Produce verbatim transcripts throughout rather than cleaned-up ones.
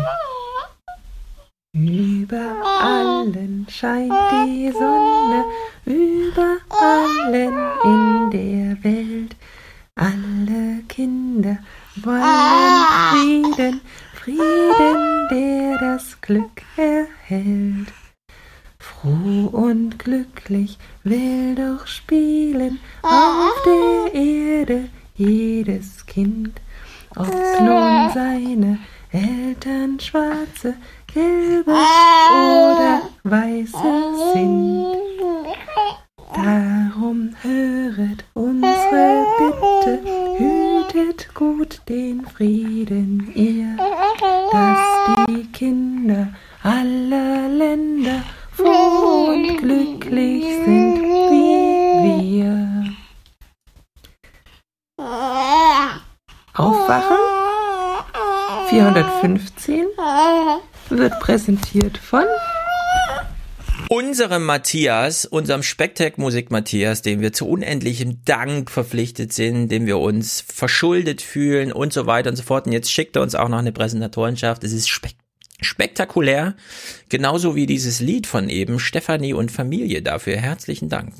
Über allen scheint die Sonne, über allen in der Welt. Alle Kinder wollen Frieden, Frieden, der das Glück erhält. Froh und glücklich will doch spielen auf der Erde jedes Kind, ob nun seine Eltern schwarze, gelbe oder weiße sind. Darum höret unsere Bitte, hütet gut den Frieden ihr, dass die Kinder aller Länder froh und glücklich sind wie wir. Aufwachen vierhundertfünfzehn wird präsentiert von unserem Matthias, unserem Spektak-Musik Matthias, dem wir zu unendlichem Dank verpflichtet sind, dem wir uns verschuldet fühlen und so weiter und so fort. Und jetzt schickt er uns auch noch eine Präsentatorenschaft. Es ist spek- spektakulär, genauso wie dieses Lied von eben, Stefanie und Familie. Dafür herzlichen Dank.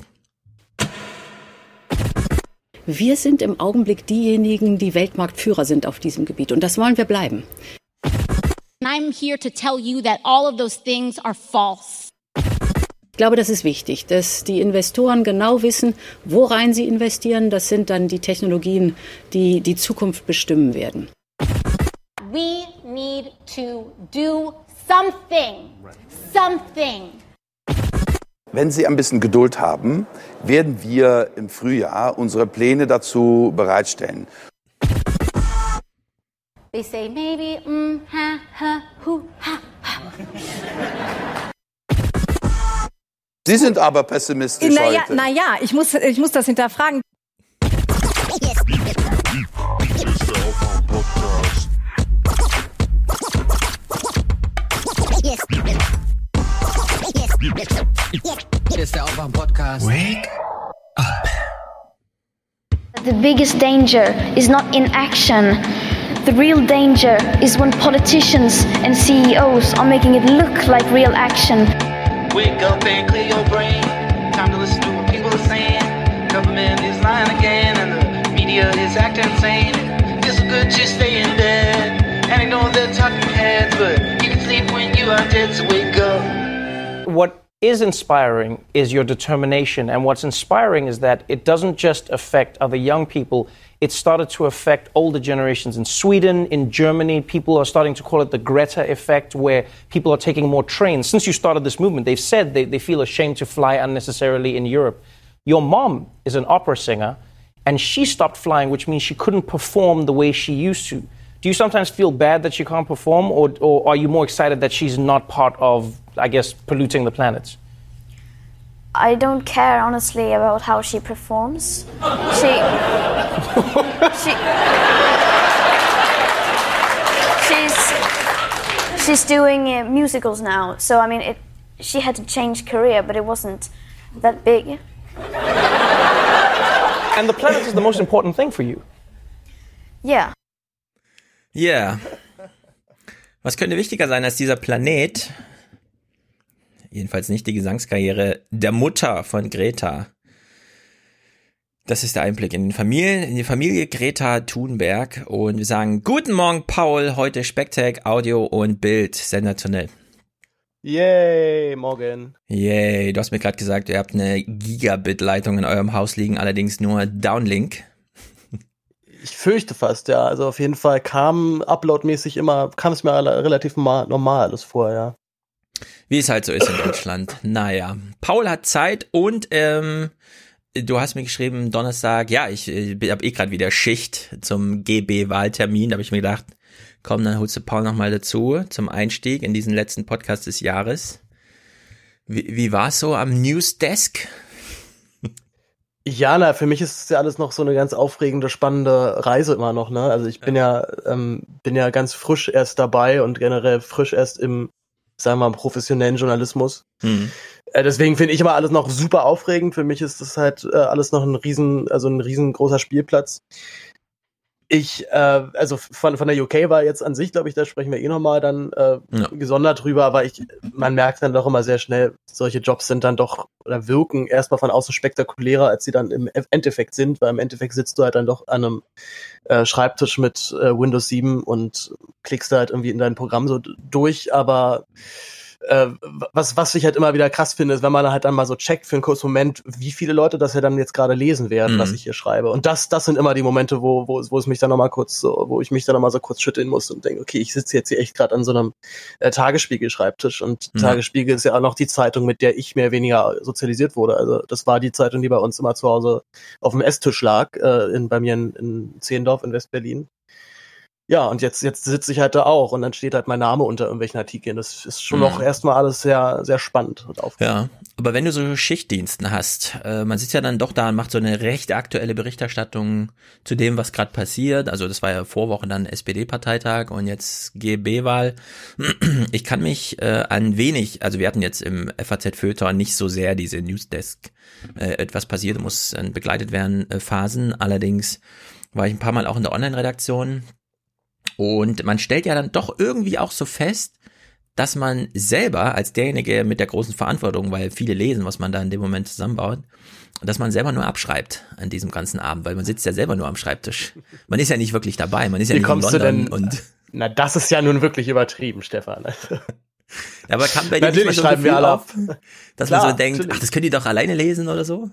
Wir sind im Augenblick diejenigen, die Weltmarktführer sind auf diesem Gebiet. Und das wollen wir bleiben. I'm here to tell you that all of those things are false. Ich glaube, das ist wichtig, dass die Investoren genau wissen, worein sie investieren. Das sind dann die Technologien, die die Zukunft bestimmen werden. We need to do something. Something. Wenn Sie ein bisschen Geduld haben, werden wir im Frühjahr unsere Pläne dazu bereitstellen. They say maybe, mm, ha, ha, hu, ha, ha. Sie sind aber pessimistisch naja, heute. Naja, ich muss, ich muss das hinterfragen. Hier ist der Aufwach-Podcast. Wake up. The biggest danger is not in action. The real danger is when politicians and C E Os are making it look like real action. Wake up and clear your brain. Time to listen to what people are saying. Government is lying again and the media is acting insane. It's good to stay in bed and ignore the talking heads, but you can sleep when you are dead, so wake up. What is inspiring is your determination, and what's inspiring is that it doesn't just affect other young people. It started to affect older generations in Sweden, in Germany. People are starting to call it the Greta effect, where people are taking more trains. Since you started this movement, they've said they, they feel ashamed to fly unnecessarily in Europe. Your mom is an opera singer, and she stopped flying, which means she couldn't perform the way she used to. Do you sometimes feel bad that she can't perform, or, or are you more excited that she's not part of, I guess, polluting the planet? I don't care, honestly, about how she performs. She... she... She's... She's doing uh, musicals now, so, I mean, it, she had to change career, but it wasn't that big. And the planet is the most important thing for you. Yeah. Ja. Yeah. Was könnte wichtiger sein als dieser Planet? Jedenfalls nicht die Gesangskarriere der Mutter von Greta. Das ist der Einblick in, den Familien, in die Familie Greta Thunberg. Und wir sagen, guten Morgen, Paul. Heute Spektak, Audio und Bild. Sensationell. Yay, morgen. Yay, du hast mir gerade gesagt, ihr habt eine Gigabit-Leitung in eurem Haus liegen, allerdings nur Downlink. Ich fürchte fast, ja. Also auf jeden Fall kam uploadmäßig immer, kam es mir relativ normal alles vor, ja. Wie es halt so ist in Deutschland. Naja, Paul hat Zeit und ähm, du hast mir geschrieben, Donnerstag, ja, ich äh, habe eh gerade wieder Schicht zum G B-Wahltermin, da habe ich mir gedacht, komm, dann holst du Paul nochmal dazu zum Einstieg in diesen letzten Podcast des Jahres. Wie, wie war es so am Newsdesk? Ja, na, für mich ist es ja alles noch so eine ganz aufregende, spannende Reise immer noch, ne? Also ich bin ja, ähm, bin ja ganz frisch erst dabei und generell frisch erst im, sagen wir mal, professionellen Journalismus. Mhm. Äh, deswegen finde ich immer alles noch super aufregend. Für mich ist das halt äh, alles noch ein riesen, also ein riesengroßer Spielplatz. Ich, äh, also von, von der U K war jetzt an sich, glaube ich, da sprechen wir eh nochmal dann äh, ja. gesondert drüber, aber ich, man merkt dann doch immer sehr schnell, solche Jobs sind dann doch, oder wirken erstmal von außen spektakulärer, als sie dann im Endeffekt sind, weil im Endeffekt sitzt du halt dann doch an einem äh, Schreibtisch mit äh, Windows sieben und klickst da halt irgendwie in dein Programm so durch, aber Äh, was, was ich halt immer wieder krass finde, ist, wenn man halt dann mal so checkt für einen kurzen Moment, wie viele Leute das ja dann jetzt gerade lesen werden, mhm. was ich hier schreibe. Und das, das sind immer die Momente, wo, wo, wo es mich dann nochmal kurz so, wo ich mich dann nochmal so kurz schütteln muss und denke, okay, ich sitze jetzt hier echt gerade an so einem äh, Tagesspiegel-Schreibtisch und mhm. Tagesspiegel ist ja auch noch die Zeitung, mit der ich mehr oder weniger sozialisiert wurde. Also das war die Zeitung, die bei uns immer zu Hause auf dem Esstisch lag, äh, in, bei mir in, in Zehlendorf in West-Berlin. Ja, und jetzt, jetzt sitze ich halt da auch und dann steht halt mein Name unter irgendwelchen Artikeln. Das ist schon mhm. noch erstmal alles sehr, sehr spannend und aufregend. Ja, aber wenn du so Schichtdiensten hast, äh, man sitzt ja dann doch da und macht so eine recht aktuelle Berichterstattung zu dem, was gerade passiert. Also das war ja Vorwoche dann S P D-Parteitag und jetzt G B-Wahl. Ich kann mich äh, an wenig, also wir hatten jetzt im F A Z-Feuilleton nicht so sehr diese Newsdesk, äh, etwas passiert, muss äh, begleitet werden, äh, Phasen. Allerdings war ich ein paar Mal auch in der Online-Redaktion. Und man stellt ja dann doch irgendwie auch so fest, dass man selber als derjenige mit der großen Verantwortung, weil viele lesen, was man da in dem Moment zusammenbaut, dass man selber nur abschreibt an diesem ganzen Abend, weil man sitzt ja selber nur am Schreibtisch. Man ist ja nicht wirklich dabei, man ist ja Wie nicht in London. Du denn, und na, das ist ja nun wirklich übertrieben, Stefan. Aber kann bei dir nicht mal so ein Gefühl auf, dass Klar, man so denkt, natürlich. Ach, das können die doch alleine lesen oder so?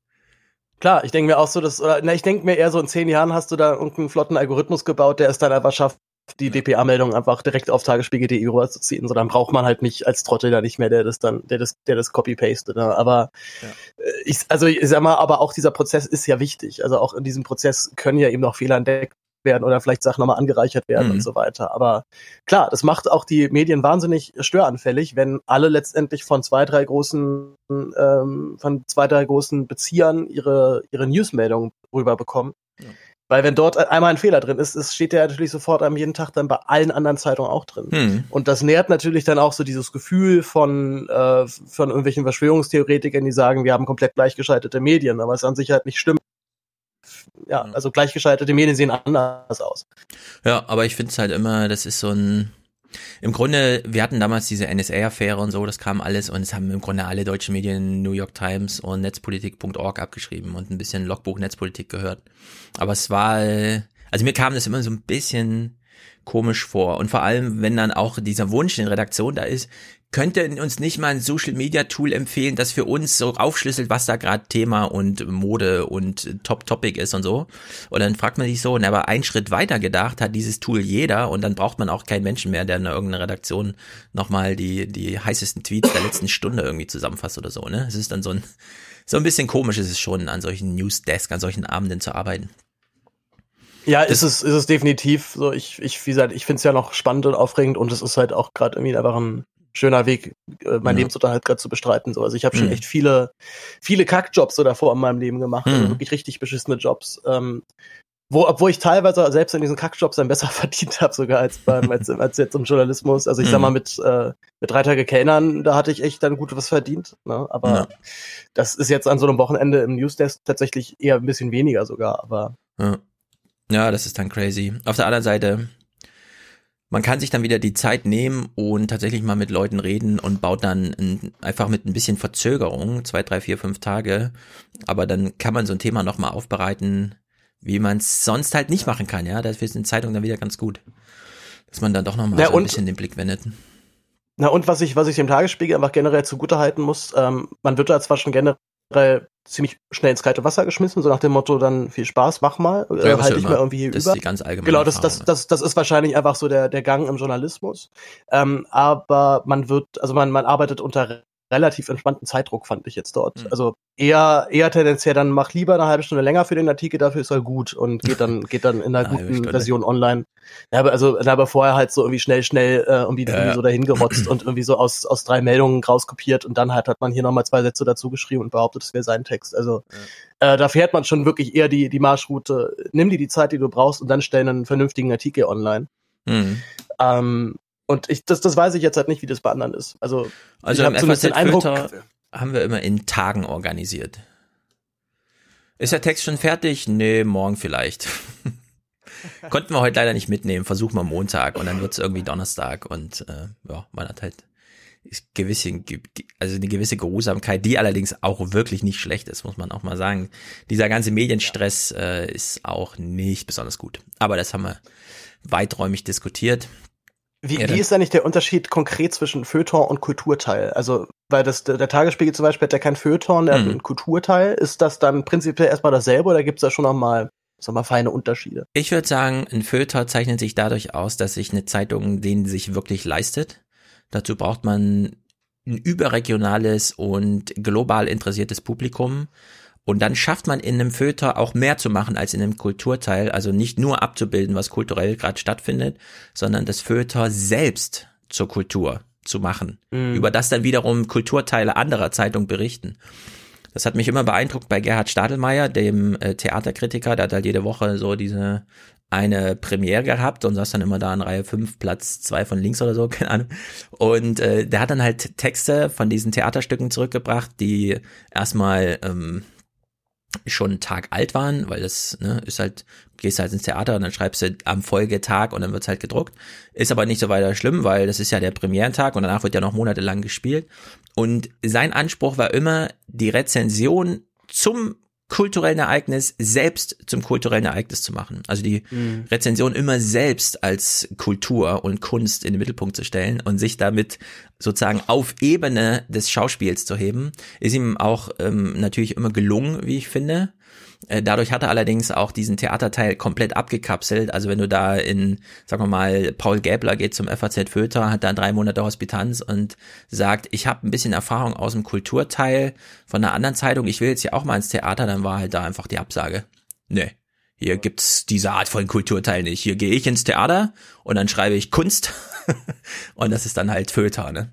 Klar, ich denke mir auch so, dass, oder, na, ich denke mir eher so, in zehn Jahren hast du da irgendeinen flotten Algorithmus gebaut, der es dann einfach schafft, die D P A-Meldung einfach direkt auf tagesspiegel punkt de rüberzuziehen. So, dann braucht man halt nicht als Trottel da nicht mehr, der das dann, der das, der das copy-pastet. Ne? Aber ja. ich, also ich sag mal, aber auch dieser Prozess ist ja wichtig. Also auch in diesem Prozess können ja eben noch Fehler entdeckt werden oder vielleicht Sachen nochmal angereichert werden mhm. und so weiter. Aber klar, das macht auch die Medien wahnsinnig störanfällig, wenn alle letztendlich von zwei, drei großen, ähm, von zwei, drei großen Beziehern ihre, ihre Newsmeldungen rüberbekommen. Ja. Weil wenn dort einmal ein Fehler drin ist, es steht ja natürlich sofort am jeden Tag dann bei allen anderen Zeitungen auch drin. Hm. Und das nährt natürlich dann auch so dieses Gefühl von äh, von irgendwelchen Verschwörungstheoretikern, die sagen, wir haben komplett gleichgeschaltete Medien, aber es an sich halt nicht stimmt. Ja, also gleichgeschaltete Medien sehen anders aus. Ja, aber ich finde es halt immer, das ist so ein im Grunde, wir hatten damals diese N S A-Affäre und so, das kam alles und es haben im Grunde alle deutschen Medien New York Times und netzpolitik punkt org abgeschrieben und ein bisschen Logbuch Netzpolitik gehört. Aber es war, also mir kam das immer so ein bisschen komisch vor und vor allem, wenn dann auch dieser Wunsch in Redaktion da ist, könnte uns nicht mal ein Social-Media-Tool empfehlen, das für uns so aufschlüsselt, was da gerade Thema und Mode und Top-Topic ist und so. Und dann fragt man sich so, aber einen Schritt weiter gedacht hat dieses Tool jeder und dann braucht man auch keinen Menschen mehr, der in irgendeiner Redaktion nochmal die die heißesten Tweets der letzten Stunde irgendwie zusammenfasst oder so. Ne, es ist dann so ein so ein bisschen komisch ist es schon, an solchen Newsdesk, an solchen Abenden zu arbeiten. Ja, ist es ist es definitiv. So ich ich wie gesagt, ich finde es ja noch spannend und aufregend und es ist halt auch gerade irgendwie einfach ein schöner Weg, mein ja. Lebensunterhalt gerade zu bestreiten. So. Also ich habe schon mhm. echt viele, viele Kackjobs so davor in meinem Leben gemacht, mhm. also wirklich richtig beschissene Jobs. Ähm, wo, obwohl ich teilweise selbst in diesen Kackjobs dann besser verdient habe, sogar als beim, als, als jetzt im Journalismus. Also ich mhm. sag mal, mit, äh, mit drei Tage Kellnern, da hatte ich echt dann gut was verdient. Ne? Aber ja. das ist jetzt an so einem Wochenende im Newsdesk tatsächlich eher ein bisschen weniger sogar. Aber ja. ja, das ist dann crazy. Auf der anderen Seite, man kann sich dann wieder die Zeit nehmen und tatsächlich mal mit Leuten reden und baut dann ein, einfach mit ein bisschen Verzögerung, zwei, drei, vier, fünf Tage, aber dann kann man so ein Thema nochmal aufbereiten, wie man es sonst halt nicht machen kann, ja, dafür sind Zeitungen dann wieder ganz gut, dass man dann doch nochmal so ein bisschen den Blick wendet. Na und was ich, was ich dem Tagesspiegel einfach generell zugutehalten muss, ähm, man wird da zwar schon generell ziemlich schnell ins kalte Wasser geschmissen, so nach dem Motto, dann viel Spaß, mach mal, ja, halte ich mal irgendwie hier das über. Ist die ganz allgemeine genau, das, das, das, das ist wahrscheinlich einfach so der, der Gang im Journalismus. Ähm, aber man wird, also man, man arbeitet unter relativ entspannten Zeitdruck, fand ich jetzt dort. Mhm. Also eher, eher tendenziell dann mach lieber eine halbe Stunde länger für den Artikel, dafür ist er gut und geht dann, geht dann in einer guten Version online. Ja, aber also, aber vorher halt so irgendwie schnell, schnell äh, irgendwie, ja, irgendwie so dahin gerotzt und irgendwie so aus, aus drei Meldungen rauskopiert und dann halt hat man hier nochmal zwei Sätze dazu geschrieben und behauptet, es wäre sein Text. Also ja. äh, da fährt man schon wirklich eher die, die Marschroute, nimm dir die Zeit, die du brauchst und dann stell einen vernünftigen Artikel online. Mhm. Ähm, Und ich, das, das weiß ich jetzt halt nicht, wie das bei anderen ist. Also, also ich im F A Z-Feuilleton haben wir immer in Tagen organisiert. Ist der Text schon fertig? Nee, morgen vielleicht. Konnten wir heute leider nicht mitnehmen. Versuchen wir Montag und dann wird's irgendwie Donnerstag und äh, ja, man hat halt gewisse, also eine gewisse Geruhsamkeit, die allerdings auch wirklich nicht schlecht ist, muss man auch mal sagen. Dieser ganze Medienstress äh, ist auch nicht besonders gut. Aber das haben wir weiträumig diskutiert. Wie, ja, wie ist eigentlich der Unterschied konkret zwischen Feuilleton und Kulturteil? Also, weil das, der Tagesspiegel zum Beispiel hat ja kein Feuilleton, der mhm. hat einen Kulturteil. Ist das dann prinzipiell erstmal dasselbe oder gibt es da schon nochmal, sag mal, feine Unterschiede? Ich würde sagen, ein Feuilleton zeichnet sich dadurch aus, dass sich eine Zeitung den sich wirklich leistet. Dazu braucht man ein überregionales und global interessiertes Publikum. Und dann schafft man in einem Feuilleton auch mehr zu machen als in einem Kulturteil. Also nicht nur abzubilden, was kulturell gerade stattfindet, sondern das Feuilleton selbst zur Kultur zu machen. Mhm. Über das dann wiederum Kulturteile anderer Zeitungen berichten. Das hat mich immer beeindruckt bei Gerhard Stadelmeier, dem äh, Theaterkritiker. Der hat halt jede Woche so diese eine Premiere gehabt und saß dann immer da in Reihe fünf, Platz zwei von links oder so, keine Ahnung. Und äh, der hat dann halt Texte von diesen Theaterstücken zurückgebracht, die erstmal ähm, schon einen Tag alt waren, weil das ne, ist halt, gehst halt ins Theater und dann schreibst du am Folgetag und dann wird's halt gedruckt. Ist aber nicht so weiter schlimm, weil das ist ja der Premierentag und danach wird ja noch monatelang gespielt. Und sein Anspruch war immer, die Rezension zum kulturellen Ereignis selbst zum kulturellen Ereignis zu machen. Also die mhm. Rezension immer selbst als Kultur und Kunst in den Mittelpunkt zu stellen und sich damit sozusagen auf Ebene des Schauspiels zu heben, ist ihm auch ähm, natürlich immer gelungen, wie ich finde. Äh, dadurch hat er allerdings auch diesen Theaterteil komplett abgekapselt. Also wenn du da in, sagen wir mal, Paul Gäbler geht zum F A Z-Feuilleton, hat da drei Monate Hospitanz und sagt, ich habe ein bisschen Erfahrung aus dem Kulturteil von einer anderen Zeitung, ich will jetzt hier auch mal ins Theater, dann war halt da einfach die Absage. Nee, hier gibt's diese Art von Kulturteil nicht. Hier gehe ich ins Theater und dann schreibe ich Kunst und das ist dann halt Feuilleton, ne?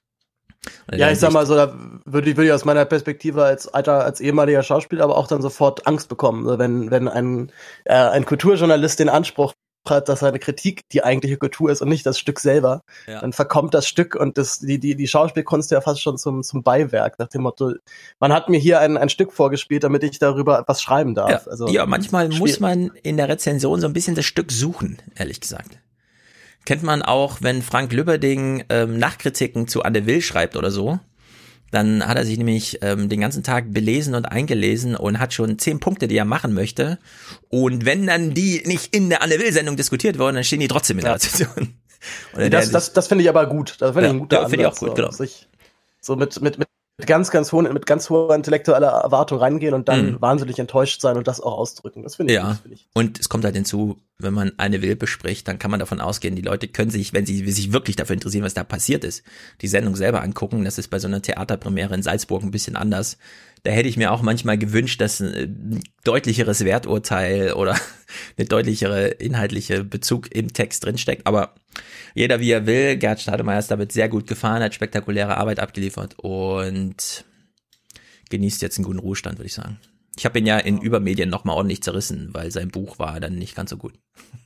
Ja, ich sag mal so, da würde ich, würde ich aus meiner Perspektive als alter, als ehemaliger Schauspieler aber auch dann sofort Angst bekommen, wenn, wenn ein, äh, ein Kulturjournalist den Anspruch hat, dass seine Kritik die eigentliche Kultur ist und nicht das Stück selber, ja. Dann verkommt das Stück und das, die, die, die Schauspielkunst ja fast schon zum, zum Beiwerk, nach dem Motto, man hat mir hier ein, ein Stück vorgespielt, damit ich darüber was schreiben darf. Ja, also, ja manchmal schwierig. Muss man in der Rezension so ein bisschen das Stück suchen, ehrlich gesagt. Kennt man auch, wenn Frank Lübberding ähm, Nachkritiken zu Anne Will schreibt oder so, dann hat er sich nämlich ähm, den ganzen Tag belesen und eingelesen und hat schon zehn Punkte, die er machen möchte. Und wenn dann die nicht in der Anne Will-Sendung diskutiert wurden, dann stehen die trotzdem in der Rezension. Ja. Das, das, das finde ich aber gut. Das finde ich ja, ein guter ja, finde ich auch gut, so, genau. Sich so mit, mit, mit ganz, ganz hohen, mit ganz hoher intellektueller Erwartung reingehen und dann mhm. wahnsinnig enttäuscht sein und das auch ausdrücken. Das finde ich ja. gut. Find ich. Und es kommt halt hinzu, wenn man Anne Will bespricht, dann kann man davon ausgehen, die Leute können sich, wenn sie sich wirklich dafür interessieren, was da passiert ist, die Sendung selber angucken. Das ist bei so einer Theaterpremiere in Salzburg ein bisschen anders. Da hätte ich mir auch manchmal gewünscht, dass ein deutlicheres Werturteil oder eine deutlichere inhaltliche Bezug im Text drinsteckt. Aber jeder wie er will. Gerhard Stadelmeier ist damit sehr gut gefahren, hat spektakuläre Arbeit abgeliefert und genießt jetzt einen guten Ruhestand, würde ich sagen. Ich habe ihn ja in Übermedien nochmal ordentlich zerrissen, weil sein Buch war dann nicht ganz so gut.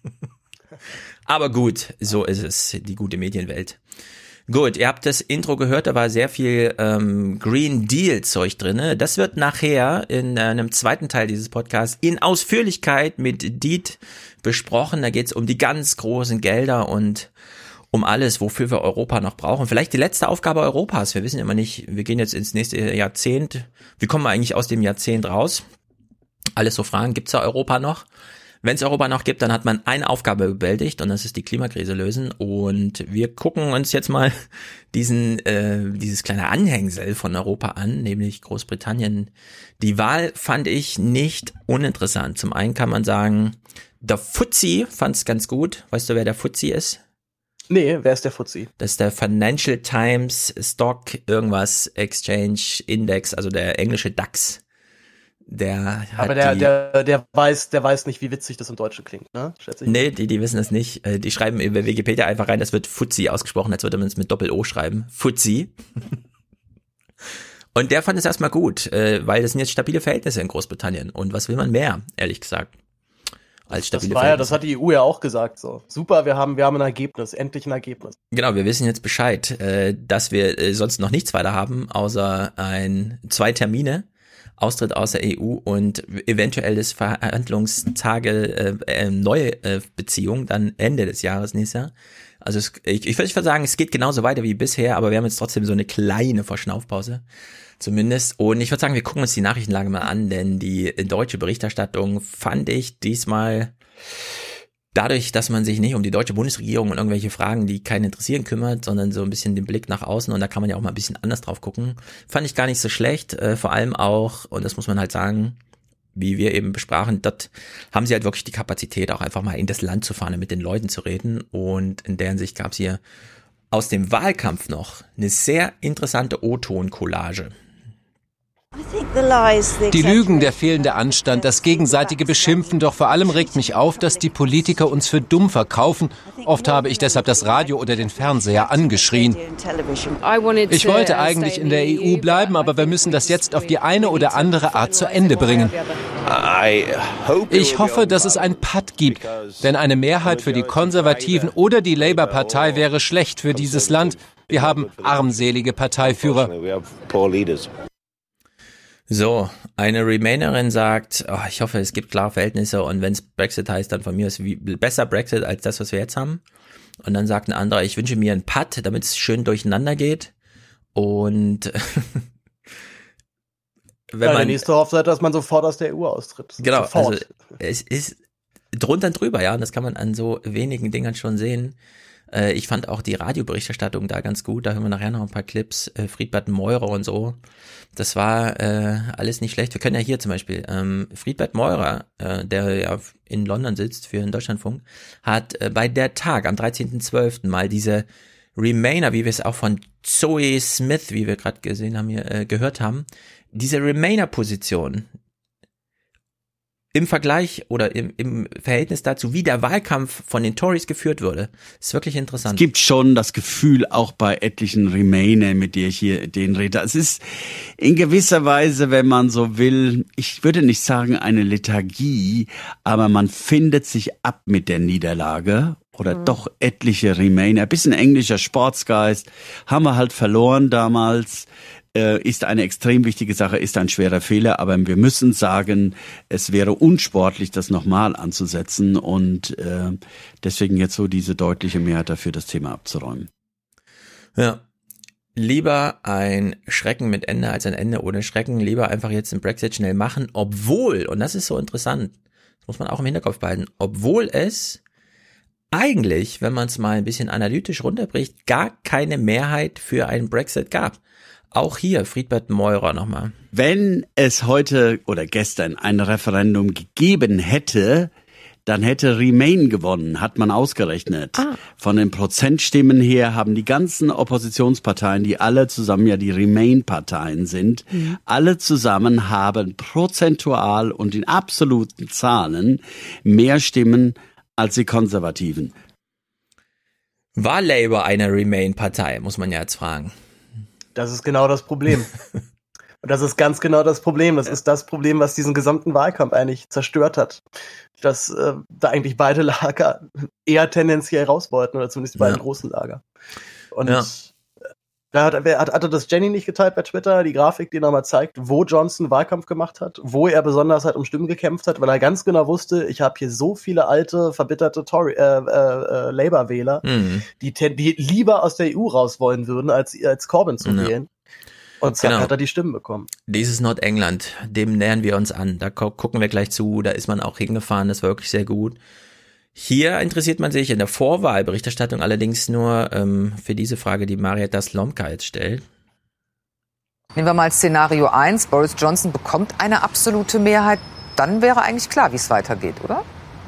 Aber gut, so ist es, die gute Medienwelt. Gut, ihr habt das Intro gehört, da war sehr viel ähm, Green Deal Zeug drinne. Das wird nachher in äh, einem zweiten Teil dieses Podcasts in Ausführlichkeit mit Diet besprochen. Da geht es um die ganz großen Gelder und um alles, wofür wir Europa noch brauchen. Vielleicht die letzte Aufgabe Europas. Wir wissen immer nicht, wir gehen jetzt ins nächste Jahrzehnt. Wie kommen wir eigentlich aus dem Jahrzehnt raus? Alles so Fragen, gibt's da Europa noch? Wenn es Europa noch gibt, dann hat man eine Aufgabe bewältigt und das ist die Klimakrise lösen. Und wir gucken uns jetzt mal diesen äh, dieses kleine Anhängsel von Europa an, nämlich Großbritannien. Die Wahl fand ich nicht uninteressant. Zum einen kann man sagen, der Fuzzi fand es ganz gut. Weißt du, wer der Fuzzi ist? Nee, wer ist der Fuzzi? Das ist der Financial Times Stock irgendwas Exchange Index, also der englische DAX. Der hat Aber der, die, der, der weiß, der weiß nicht, wie witzig das im Deutschen klingt, ne? Schätze ich. Nee, die, die wissen das nicht. Die schreiben über Wikipedia einfach rein, das wird Fuzzi ausgesprochen, als würde man es mit Doppel-O schreiben. Fuzzi. Und der fand es erstmal gut, weil das sind jetzt stabile Verhältnisse in Großbritannien. Und was will man mehr, ehrlich gesagt? Als stabile das war ja, das hat die E U ja auch gesagt, so. Super, wir haben, wir haben ein Ergebnis, endlich ein Ergebnis. Genau, wir wissen jetzt Bescheid, dass wir sonst noch nichts weiter haben, außer ein, zwei Termine. Austritt aus der E U und eventuelles Verhandlungstage, äh, äh, neue äh, Beziehung, dann Ende des Jahres nächstes Jahr. Also es, ich, ich würde sagen, es geht genauso weiter wie bisher, aber wir haben jetzt trotzdem so eine kleine Verschnaufpause. Zumindest. Und ich würde sagen, wir gucken uns die Nachrichtenlage mal an, denn die deutsche Berichterstattung fand ich diesmal dadurch, dass man sich nicht um die deutsche Bundesregierung und irgendwelche Fragen, die keinen interessieren, kümmert, sondern so ein bisschen den Blick nach außen, und da kann man ja auch mal ein bisschen anders drauf gucken, fand ich gar nicht so schlecht. Äh, vor allem auch, und das muss man halt sagen, wie wir eben besprachen, dort haben sie halt wirklich die Kapazität, auch einfach mal in das Land zu fahren und mit den Leuten zu reden, und in deren Sicht gab es hier aus dem Wahlkampf noch eine sehr interessante O-Ton-Collage. Die Lügen, der fehlende Anstand, das gegenseitige Beschimpfen, doch vor allem regt mich auf, dass die Politiker uns für dumm verkaufen. Oft habe ich deshalb das Radio oder den Fernseher angeschrien. Ich wollte eigentlich in der E U bleiben, aber wir müssen das jetzt auf die eine oder andere Art zu Ende bringen. Ich hoffe, dass es ein Patt gibt, denn eine Mehrheit für die Konservativen oder die Labour-Partei wäre schlecht für dieses Land. Wir haben armselige Parteiführer. So, eine Remainerin sagt, oh, ich hoffe, es gibt klare Verhältnisse, und wenn es Brexit heißt, dann von mir ist wie, besser Brexit als das, was wir jetzt haben. Und dann sagt ein anderer, ich wünsche mir einen Patt, damit es schön durcheinander geht. Und wenn ja, man, der nächste Hoffnung, dass man sofort aus der E U austritt. Genau, sofort. Also es ist drunter und drüber, ja, und das kann man an so wenigen Dingern schon sehen. Äh, ich fand auch die Radioberichterstattung da ganz gut, da hören wir nachher noch ein paar Clips, äh, Friedbert Meurer und so. Das war äh, alles nicht schlecht. Wir können ja hier zum Beispiel, ähm, Friedbert Meurer, äh, der ja in London sitzt für den Deutschlandfunk, hat äh, bei der Tag am dreizehnten zwölften mal diese Remainer, wie wir es auch von Zoe Smith, wie wir gerade gesehen haben, hier äh, gehört haben, diese Remainer-Position im Vergleich oder im, im Verhältnis dazu, wie der Wahlkampf von den Tories geführt wurde, ist wirklich interessant. Es gibt schon das Gefühl, auch bei etlichen Remainer, mit der ich hier den rede. Es ist in gewisser Weise, wenn man so will, ich würde nicht sagen eine Lethargie, aber man findet sich ab mit der Niederlage. Oder mhm. doch etliche Remainer. Ein bisschen englischer Sportsgeist haben wir halt verloren damals. Äh, ist eine extrem wichtige Sache, ist ein schwerer Fehler, aber wir müssen sagen, es wäre unsportlich, das nochmal anzusetzen, und äh, deswegen jetzt so diese deutliche Mehrheit dafür, das Thema abzuräumen. Ja, lieber ein Schrecken mit Ende als ein Ende ohne Schrecken. Lieber einfach jetzt den Brexit schnell machen, obwohl, und das ist so interessant, das muss man auch im Hinterkopf behalten, obwohl es eigentlich, wenn man es mal ein bisschen analytisch runterbricht, gar keine Mehrheit für einen Brexit gab. Auch hier Friedbert Meurer nochmal. Wenn es heute oder gestern ein Referendum gegeben hätte, dann hätte Remain gewonnen, hat man ausgerechnet. Ah. Von den Prozentstimmen her haben die ganzen Oppositionsparteien, die alle zusammen ja die Remain-Parteien sind, mhm. alle zusammen haben prozentual und in absoluten Zahlen mehr Stimmen als die Konservativen. War Labour eine Remain-Partei, muss man ja jetzt fragen. Das ist genau das Problem. Und das ist ganz genau das Problem. Das ist das Problem, was diesen gesamten Wahlkampf eigentlich zerstört hat. Dass äh, da eigentlich beide Lager eher tendenziell raus wollten, oder zumindest die beiden ja. großen Lager. Und ja. da hat, hat, hatte das Jenny nicht geteilt bei Twitter, die Grafik, die nochmal zeigt, wo Johnson Wahlkampf gemacht hat, wo er besonders halt um Stimmen gekämpft hat, weil er ganz genau wusste, ich habe hier so viele alte, verbitterte Tory, äh, äh, Labour-Wähler, mhm. die, die lieber aus der E U raus wollen würden, als, als Corbyn zu ja. wählen. Und zack, genau. hat er die Stimmen bekommen. Dieses Nordengland, dem nähern wir uns an. Da gucken wir gleich zu, da ist man auch hingefahren, das war wirklich sehr gut. Hier interessiert man sich in der Vorwahlberichterstattung allerdings nur ähm, für diese Frage, die Marietta Slomka jetzt stellt. Nehmen wir mal Szenario eins, Boris Johnson bekommt eine absolute Mehrheit, dann wäre eigentlich klar, wie es weitergeht, oder?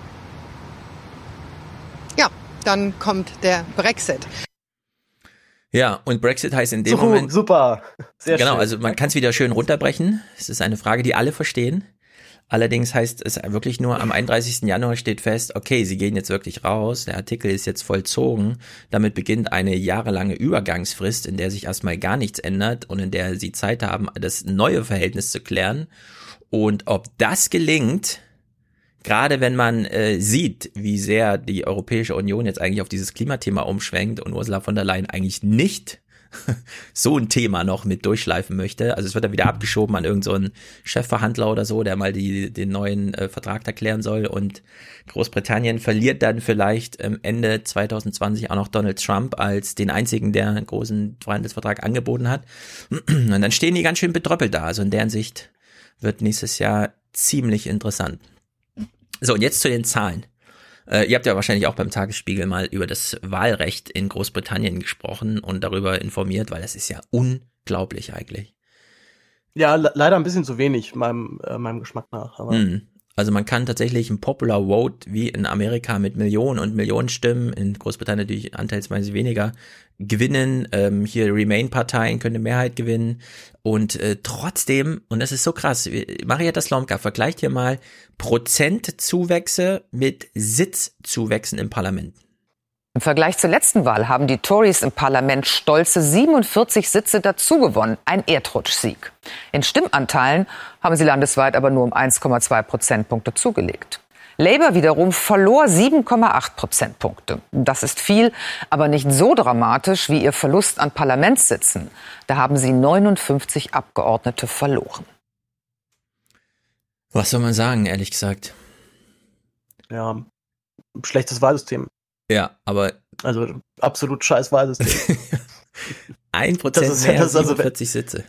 Ja, dann kommt der Brexit. Ja, und Brexit heißt in dem so, Moment... Super, sehr Genau, schön. also man kann es wieder schön runterbrechen. Es ist eine Frage, die alle verstehen. Allerdings heißt es wirklich nur, am einunddreißigsten Januar steht fest, okay, sie gehen jetzt wirklich raus, der Artikel ist jetzt vollzogen. Damit beginnt eine jahrelange Übergangsfrist, in der sich erstmal gar nichts ändert und in der sie Zeit haben, das neue Verhältnis zu klären. Und ob das gelingt... Gerade wenn man äh, sieht, wie sehr die Europäische Union jetzt eigentlich auf dieses Klimathema umschwenkt und Ursula von der Leyen eigentlich nicht so ein Thema noch mit durchschleifen möchte. Also es wird dann wieder abgeschoben an irgendeinen so Chefverhandler oder so, der mal die, den neuen äh, Vertrag erklären soll, und Großbritannien verliert dann vielleicht ähm, Ende zwanzig zwanzig auch noch Donald Trump als den einzigen, der einen großen Freihandelsvertrag angeboten hat. Und dann stehen die ganz schön bedröppelt da. Also in deren Sicht wird nächstes Jahr ziemlich interessant. So, und jetzt zu den Zahlen. Äh, ihr habt ja wahrscheinlich auch beim Tagesspiegel mal über das Wahlrecht in Großbritannien gesprochen und darüber informiert, weil das ist ja unglaublich eigentlich. Ja, le- leider ein bisschen zu wenig, meinem, äh, meinem Geschmack nach. Aber Mhm. Also man kann tatsächlich ein Popular Vote wie in Amerika mit Millionen und Millionen Stimmen, in Großbritannien natürlich anteilsweise weniger, gewinnen. Ähm, hier Remain-Parteien können eine Mehrheit gewinnen. Und äh, trotzdem, und das ist so krass, Marietta Slomka vergleicht hier mal Prozentzuwächse mit Sitzzuwächsen im Parlament. Im Vergleich zur letzten Wahl haben die Tories im Parlament stolze siebenundvierzig Sitze dazugewonnen, ein Erdrutschsieg. In Stimmanteilen haben sie landesweit aber nur um eins Komma zwei Prozentpunkte zugelegt. Labour wiederum verlor sieben Komma acht Prozentpunkte. Das ist viel, aber nicht so dramatisch wie ihr Verlust an Parlamentssitzen. Da haben sie neunundfünfzig Abgeordnete verloren. Was soll man sagen, ehrlich gesagt? Ja, schlechtes Wahlsystem. Ja, aber Also absolut scheiß Wahlsystem. ein Prozent Das ist- mehr, das ist also- siebenundvierzig Sitze.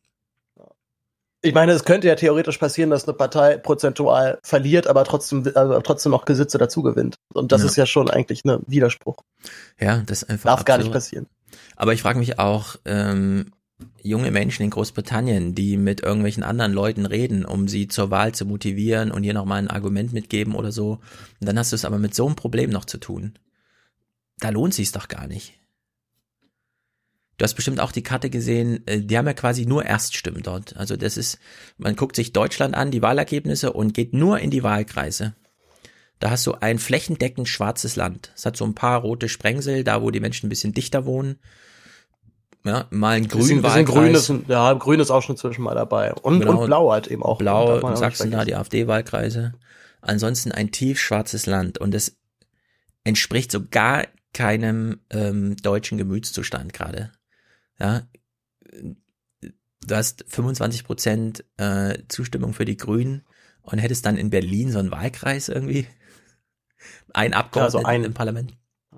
Ich meine, es könnte ja theoretisch passieren, dass eine Partei prozentual verliert, aber trotzdem, aber trotzdem noch Sitze dazu gewinnt. Und das Ja. ist ja schon eigentlich ein Widerspruch. Ja, das ist einfach Darf gar nicht absurd. passieren. Aber ich frage mich auch, ähm, junge Menschen in Großbritannien, die mit irgendwelchen anderen Leuten reden, um sie zur Wahl zu motivieren und hier nochmal ein Argument mitgeben oder so. Und dann hast du es aber mit so einem Problem noch zu tun. Da lohnt sich's doch gar nicht. Du hast bestimmt auch die Karte gesehen, äh, die haben ja quasi nur Erststimmen dort. Also das ist, man guckt sich Deutschland an, die Wahlergebnisse, und geht nur in die Wahlkreise. Da hast du ein flächendeckend schwarzes Land. Es hat so ein paar rote Sprengsel, da wo die Menschen ein bisschen dichter wohnen. Ja, mal ein Bisschen, grün bisschen grün ist, Wahlkreis. ja, grün ist auch schon zwischen mal dabei. Und, Genau. und blau halt eben auch. Darf Blau, man auch nicht Sachsen da, vergessen. die AfD-Wahlkreise. Ansonsten ein tiefschwarzes Land. Und das entspricht so gar keinem ähm, deutschen Gemütszustand gerade. Ja, du hast fünfundzwanzig Prozent äh, Zustimmung für die Grünen und hättest dann in Berlin so einen Wahlkreis irgendwie. Ein Abgeordneter Ja, so ein- im Parlament.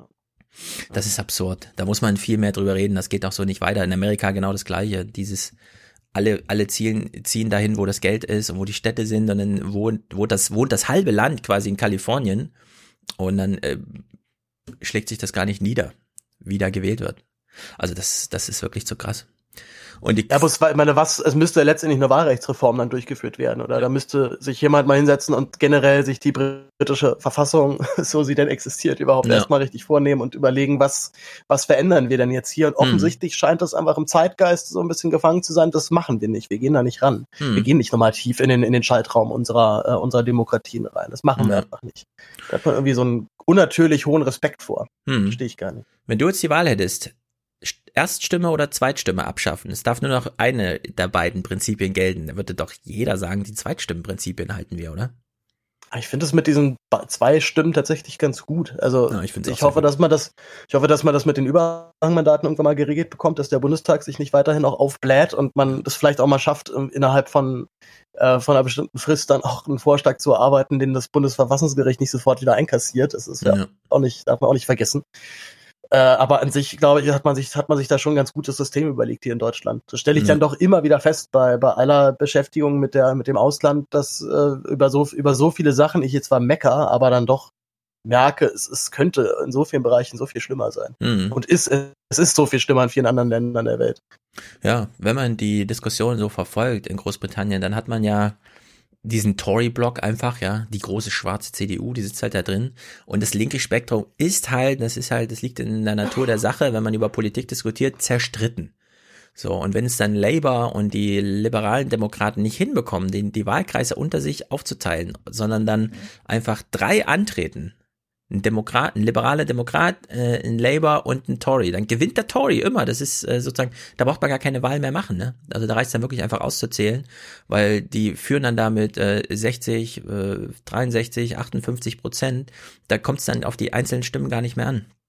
Das ist absurd. Da muss man viel mehr drüber reden. Das geht auch so nicht weiter. In Amerika genau das Gleiche. Dieses, alle, alle ziehen, ziehen dahin, wo das Geld ist und wo die Städte sind, und dann wohnt, wo das, wohnt das halbe Land quasi in Kalifornien, und dann äh, schlägt sich das gar nicht nieder, wie da gewählt wird. Also das, das ist wirklich zu krass. Und die, Ja, aber es, war- ich meine, was, es müsste ja letztendlich eine Wahlrechtsreform dann durchgeführt werden, oder? Da müsste sich jemand mal hinsetzen und generell sich die britische Verfassung, so sie denn existiert, überhaupt Ja. erstmal richtig vornehmen und überlegen, was, was verändern wir denn jetzt hier? Und offensichtlich scheint das einfach im Zeitgeist so ein bisschen gefangen zu sein. Das machen wir nicht. Wir gehen da nicht ran. Hm. Wir gehen nicht nochmal tief in den, in den Schaltraum unserer, äh, unserer Demokratien rein. Das machen wir Ja. einfach nicht. Da hat man irgendwie so einen unnatürlich hohen Respekt vor. Hm. Verstehe ich gar nicht. Wenn du jetzt die Wahl hättest, Erststimme oder Zweitstimme abschaffen, es darf nur noch eine der beiden Prinzipien gelten, da würde doch jeder sagen, die Zweitstimmenprinzipien halten wir, oder? Ich finde es mit diesen ba- zwei Stimmen tatsächlich ganz gut. Also Ja, ich find's auch ich sehr hoffe, gut. dass man das, ich hoffe, dass man das mit den Überhangmandaten irgendwann mal geregelt bekommt, dass der Bundestag sich nicht weiterhin auch aufbläht und man das vielleicht auch mal schafft, ähm, innerhalb von äh, von einer bestimmten Frist dann auch einen Vorschlag zu erarbeiten, den das Bundesverfassungsgericht nicht sofort wieder einkassiert. Das ist ja, Ja. auch nicht, darf man auch nicht vergessen. Äh, aber an sich, glaube ich, hat man sich, hat man sich da schon ein ganz gutes System überlegt hier in Deutschland. Das stelle ich Ja. dann doch immer wieder fest bei, bei aller Beschäftigung mit der, mit dem Ausland, dass äh, über so, über so viele Sachen ich jetzt zwar mecker, aber dann doch merke, es, es könnte in so vielen Bereichen so viel schlimmer sein. Mhm. Und ist, es ist so viel schlimmer in vielen anderen Ländern der Welt. Ja, wenn man die Diskussion so verfolgt in Großbritannien, dann hat man ja diesen Tory-Block einfach, ja, die große schwarze C D U, die sitzt halt da drin, und das linke Spektrum ist halt, das ist halt, das liegt in der Natur der Sache, wenn man über Politik diskutiert, zerstritten. So, und wenn es dann Labour und die liberalen Demokraten nicht hinbekommen, den, die Wahlkreise unter sich aufzuteilen, sondern dann einfach drei antreten, ein Demokrat, ein liberaler Demokrat, äh, ein Labour und ein Tory, dann gewinnt der Tory immer. Das ist äh, sozusagen, da braucht man gar keine Wahl mehr machen, ne? Also da reicht es dann wirklich einfach auszuzählen, weil die führen dann damit äh, sechzig, äh, dreiundsechzig, achtundfünfzig Prozent. Da kommt es dann auf die einzelnen Stimmen gar nicht mehr an.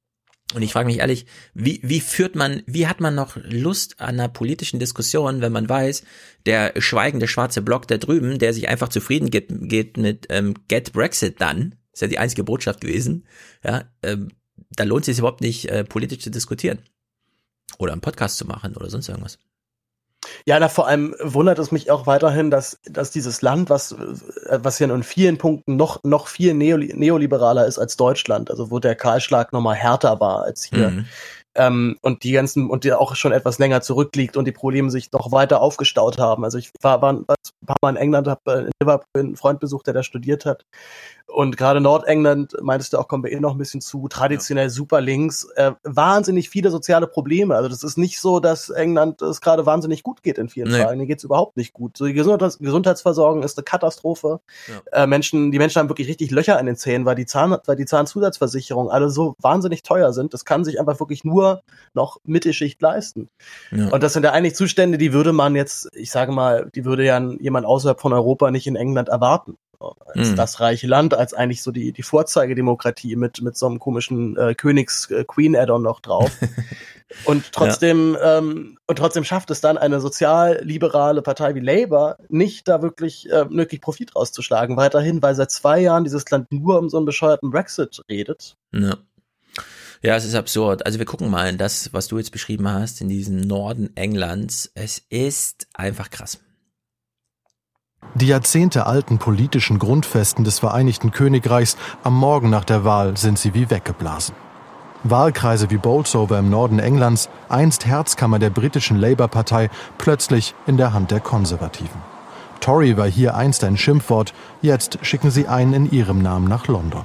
Und ich frage mich ehrlich, wie, wie führt man, wie hat man noch Lust an einer politischen Diskussion, wenn man weiß, der schweigende schwarze Block da drüben, der sich einfach zufrieden geht, geht mit ähm, Get Brexit Done, ist ja die einzige Botschaft gewesen, ja, ähm, da lohnt es sich überhaupt nicht, äh, politisch zu diskutieren. Oder einen Podcast zu machen oder sonst irgendwas. Ja, na, vor allem wundert es mich auch weiterhin, dass, dass dieses Land, was, was ja in vielen Punkten noch, noch viel neoli- neoliberaler ist als Deutschland, also wo der Kahlschlag nochmal härter war als hier, mhm. ähm, und die ganzen, und die auch schon etwas länger zurückliegt und die Probleme sich noch weiter aufgestaut haben. Also ich war, war ein paar Mal in England, habe in Liverpool einen Freund besucht, der da studiert hat. Und gerade Nordengland, meintest du auch, kommen wir eh noch ein bisschen zu, traditionell super links, äh, wahnsinnig viele soziale Probleme. Also das ist nicht so, dass England es gerade wahnsinnig gut geht in vielen nee. Fragen. Denen geht es überhaupt nicht gut. So die Gesundheits- Gesundheitsversorgung ist eine Katastrophe. Ja. Äh, Menschen, die Menschen haben wirklich richtig Löcher in den Zähnen, weil die Zahn, weil die Zahnzusatzversicherungen alle so wahnsinnig teuer sind. Das kann sich einfach wirklich nur noch Mittelschicht leisten. Ja. Und das sind ja eigentlich Zustände, die würde man jetzt, ich sage mal, die würde ja jemand außerhalb von Europa nicht in England erwarten. Als mhm. das reiche Land, als eigentlich so die die Vorzeigedemokratie mit mit so einem komischen äh, Königs-Queen-Add-on noch drauf. Und trotzdem ja. ähm, und trotzdem schafft es dann eine sozial-liberale Partei wie Labour nicht, da wirklich äh, wirklich Profit rauszuschlagen weiterhin, weil seit zwei Jahren dieses Land nur um so einen bescheuerten Brexit redet. Ja. Ja, es ist absurd. Also wir gucken mal in das, was du jetzt beschrieben hast, in diesem Norden Englands. Es ist einfach krass. Die jahrzehntealten politischen Grundfesten des Vereinigten Königreichs, am Morgen nach der Wahl sind sie wie weggeblasen. Wahlkreise wie Bolsover im Norden Englands, einst Herzkammer der britischen Labour-Partei, plötzlich in der Hand der Konservativen. Tory war hier einst ein Schimpfwort, jetzt schicken sie einen in ihrem Namen nach London.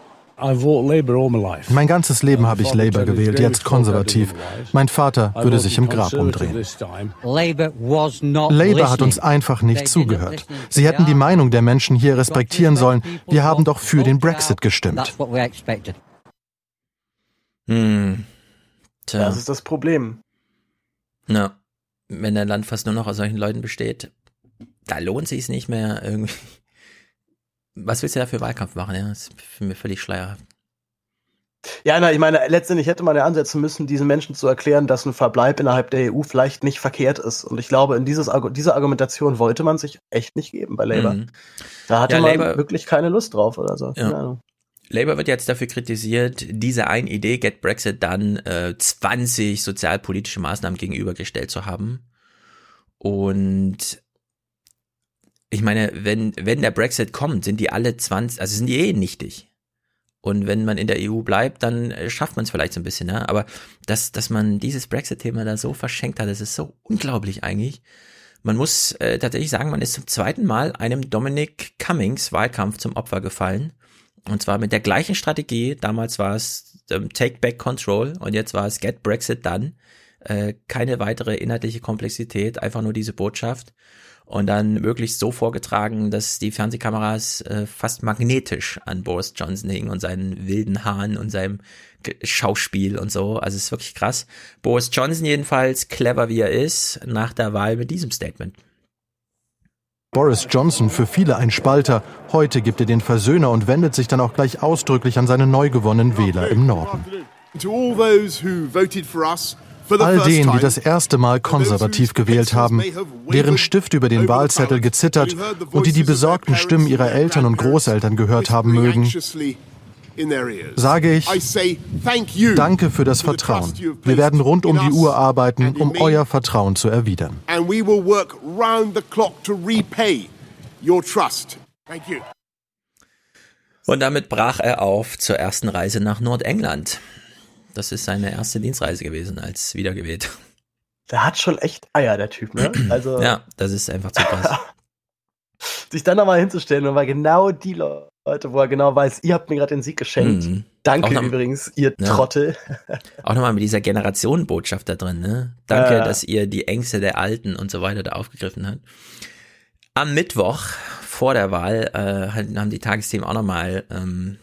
Mein ganzes Leben habe ich Labour gewählt, jetzt konservativ. Mein Vater würde sich im Grab umdrehen. Labour hat uns einfach nicht zugehört. Sie hätten die Meinung der Menschen hier respektieren sollen. Wir haben doch für den Brexit gestimmt. Hm. Tja. Das ist das Problem. Ja, wenn ein Land fast nur noch aus solchen Leuten besteht, da lohnt sich es nicht mehr irgendwie. Was willst du da für Wahlkampf machen? Ja, das ist für mich völlig schleierhaft. Ja, na, ich meine, letztendlich hätte man ja ansetzen müssen, diesen Menschen zu erklären, dass ein Verbleib innerhalb der E U vielleicht nicht verkehrt ist. Und ich glaube, in dieses, diese Argumentation wollte man sich echt nicht geben bei Labour. Mhm. Da hatte ja, man Labour, wirklich keine Lust drauf oder so. Ja. Keine Ahnung. Labour wird jetzt dafür kritisiert, diese eine Idee, Get Brexit, dann äh, zwanzig sozialpolitische Maßnahmen gegenübergestellt zu haben. Und ich meine, wenn, wenn der Brexit kommt, sind die alle zwanzig, also sind die eh nichtig. Und wenn man in der E U bleibt, dann schafft man es vielleicht so ein bisschen, ne? Aber dass, dass man dieses Brexit-Thema da so verschenkt hat, das ist so unglaublich eigentlich. Man muss äh, tatsächlich sagen, man ist zum zweiten Mal einem Dominic Cummings Wahlkampf zum Opfer gefallen. Und zwar mit der gleichen Strategie. Damals war es ähm, Take Back Control und jetzt war es Get Brexit Done. Äh, keine weitere inhaltliche Komplexität, einfach nur diese Botschaft. Und dann möglichst so vorgetragen, dass die Fernsehkameras äh, fast magnetisch an Boris Johnson hingen und seinen wilden Haaren und seinem Schauspiel und so. Also es ist wirklich krass. Boris Johnson jedenfalls, clever wie er ist, nach der Wahl mit diesem Statement. Boris Johnson, für viele ein Spalter. Heute gibt er den Versöhner und wendet sich dann auch gleich ausdrücklich an seine neu gewonnenen Wähler im Norden. All denen, die das erste Mal konservativ gewählt haben, deren Stift über den Wahlzettel gezittert und die die besorgten Stimmen ihrer Eltern und Großeltern gehört haben mögen, sage ich, danke für das Vertrauen. Wir werden rund um die Uhr arbeiten, um euer Vertrauen zu erwidern. Und damit brach er auf zur ersten Reise nach Nordengland. Das ist seine erste Dienstreise gewesen als wiedergewählt. Der hat schon echt Eier, der Typ, ne? Also ja, das ist einfach zu krass. Sich dann nochmal hinzustellen und mal genau die Leute, wo er genau weiß, ihr habt mir gerade den Sieg geschenkt. Mhm. Danke noch, übrigens, ihr ja. Trottel. Auch nochmal mit dieser Generationenbotschaft da drin, ne? Danke, äh. dass ihr die Ängste der Alten und so weiter da aufgegriffen habt. Am Mittwoch vor der Wahl äh, haben die Tagesthemen auch nochmal ähm,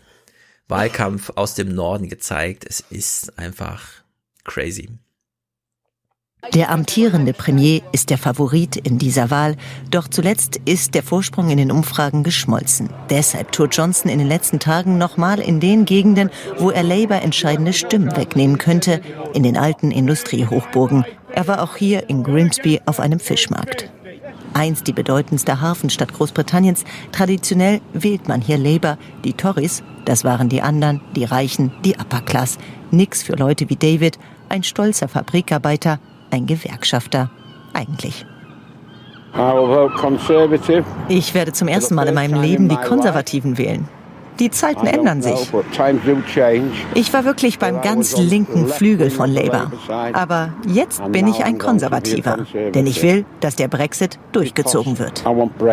Wahlkampf aus dem Norden gezeigt. Es ist einfach crazy. Der amtierende Premier ist der Favorit in dieser Wahl, doch zuletzt ist der Vorsprung in den Umfragen geschmolzen. Deshalb tourt Johnson in den letzten Tagen nochmal in den Gegenden, wo er Labour entscheidende Stimmen wegnehmen könnte, in den alten Industriehochburgen. Er war auch hier in Grimsby auf einem Fischmarkt. Einst die bedeutendste Hafenstadt Großbritanniens, traditionell wählt man hier Labour. Die Tories, das waren die anderen, die Reichen, die Upper Class. Nix für Leute wie David, ein stolzer Fabrikarbeiter, ein Gewerkschafter, eigentlich. Ich werde zum ersten Mal in meinem Leben die Konservativen wählen. Die Zeiten ändern sich. Ich war wirklich beim ganz linken Flügel von Labour. Aber jetzt bin ich ein Konservativer. Denn ich will, dass der Brexit durchgezogen wird.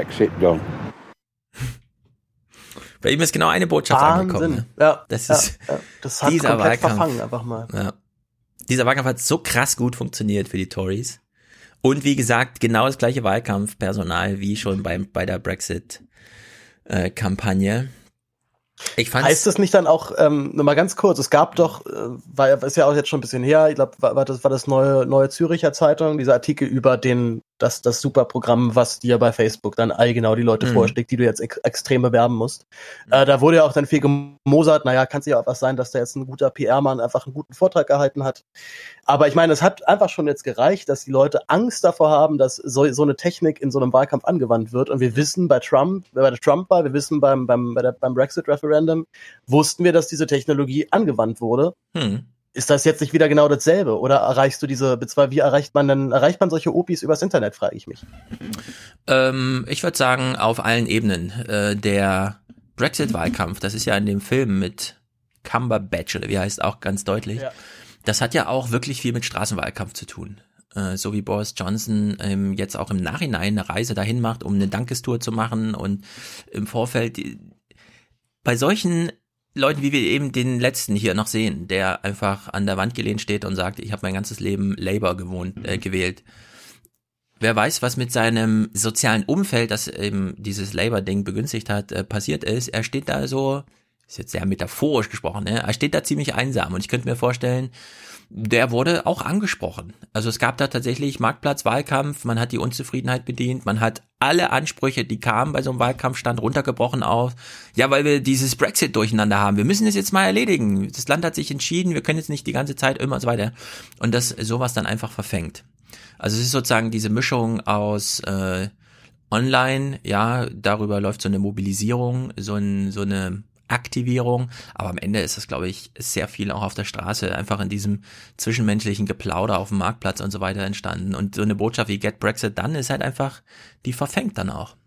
Bei ihm ist genau eine Botschaft Wahnsinn. angekommen. Ja, das ja, ist ja. Das hat dieser komplett Wahlkampf. verfangen einfach mal. Ja. Dieser Wahlkampf hat so krass gut funktioniert für die Tories. Und wie gesagt, genau das gleiche Wahlkampfpersonal wie schon beim, bei der Brexit-Kampagne. Ich fand's heißt es nicht dann auch, ähm, nur mal ganz kurz, es gab doch, äh, war, ist ja auch jetzt schon ein bisschen her, ich glaube, war, war das war das neue neue Züricher Zeitung, dieser Artikel über den das das Superprogramm, was dir bei Facebook dann all genau die Leute Mhm. vorschlägt, die du jetzt ex extrem bewerben musst. Äh, da wurde ja auch dann viel gemosert, naja, kann es ja auch was sein, dass da jetzt ein guter P R-Mann einfach einen guten Vortrag gehalten hat. Aber ich meine, es hat einfach schon jetzt gereicht, dass die Leute Angst davor haben, dass so, so eine Technik in so einem Wahlkampf angewandt wird. Und wir wissen bei Trump, bei der Trump-Wahl, wir wissen beim, beim, bei der, beim Brexit-Referendum, wussten wir, dass diese Technologie angewandt wurde. Hm. Ist das jetzt nicht wieder genau dasselbe? Oder erreichst du diese, wie erreicht man denn, erreicht man solche Opis übers Internet, frage ich mich. Ähm, ich würde sagen, auf allen Ebenen. Äh, der Brexit-Wahlkampf, das ist ja in dem Film mit Cumberbatch, oder wie heißt auch ganz deutlich, Ja. das hat ja auch wirklich viel mit Straßenwahlkampf zu tun. Äh, so wie Boris Johnson ähm, jetzt auch im Nachhinein eine Reise dahin macht, um eine Dankestour zu machen und im Vorfeld, die, bei solchen Leuten, wie wir eben den letzten hier noch sehen, der einfach an der Wand gelehnt steht und sagt, ich habe mein ganzes Leben Labour gewohnt, äh, gewählt. Wer weiß, was mit seinem sozialen Umfeld, das eben dieses Labour-Ding begünstigt hat, äh, passiert ist. Er steht da so, ist jetzt sehr metaphorisch gesprochen, ne? Er steht da ziemlich einsam und ich könnte mir vorstellen, der wurde auch angesprochen. Also es gab da tatsächlich Marktplatzwahlkampf, man hat die Unzufriedenheit bedient, man hat alle Ansprüche, die kamen bei so einem Wahlkampfstand, runtergebrochen auf, ja, weil wir dieses Brexit durcheinander haben. Wir müssen es jetzt mal erledigen. Das Land hat sich entschieden, wir können jetzt nicht die ganze Zeit immer so weiter. Und dass sowas dann einfach verfängt. Also es ist sozusagen diese Mischung aus äh, online, ja, darüber läuft so eine Mobilisierung, so, ein, so eine Aktivierung, aber am Ende ist das, glaube ich, sehr viel auch auf der Straße, einfach in diesem zwischenmenschlichen Geplauder auf dem Marktplatz und so weiter entstanden. Und so eine Botschaft wie Get Brexit Done ist halt einfach, die verfängt dann auch.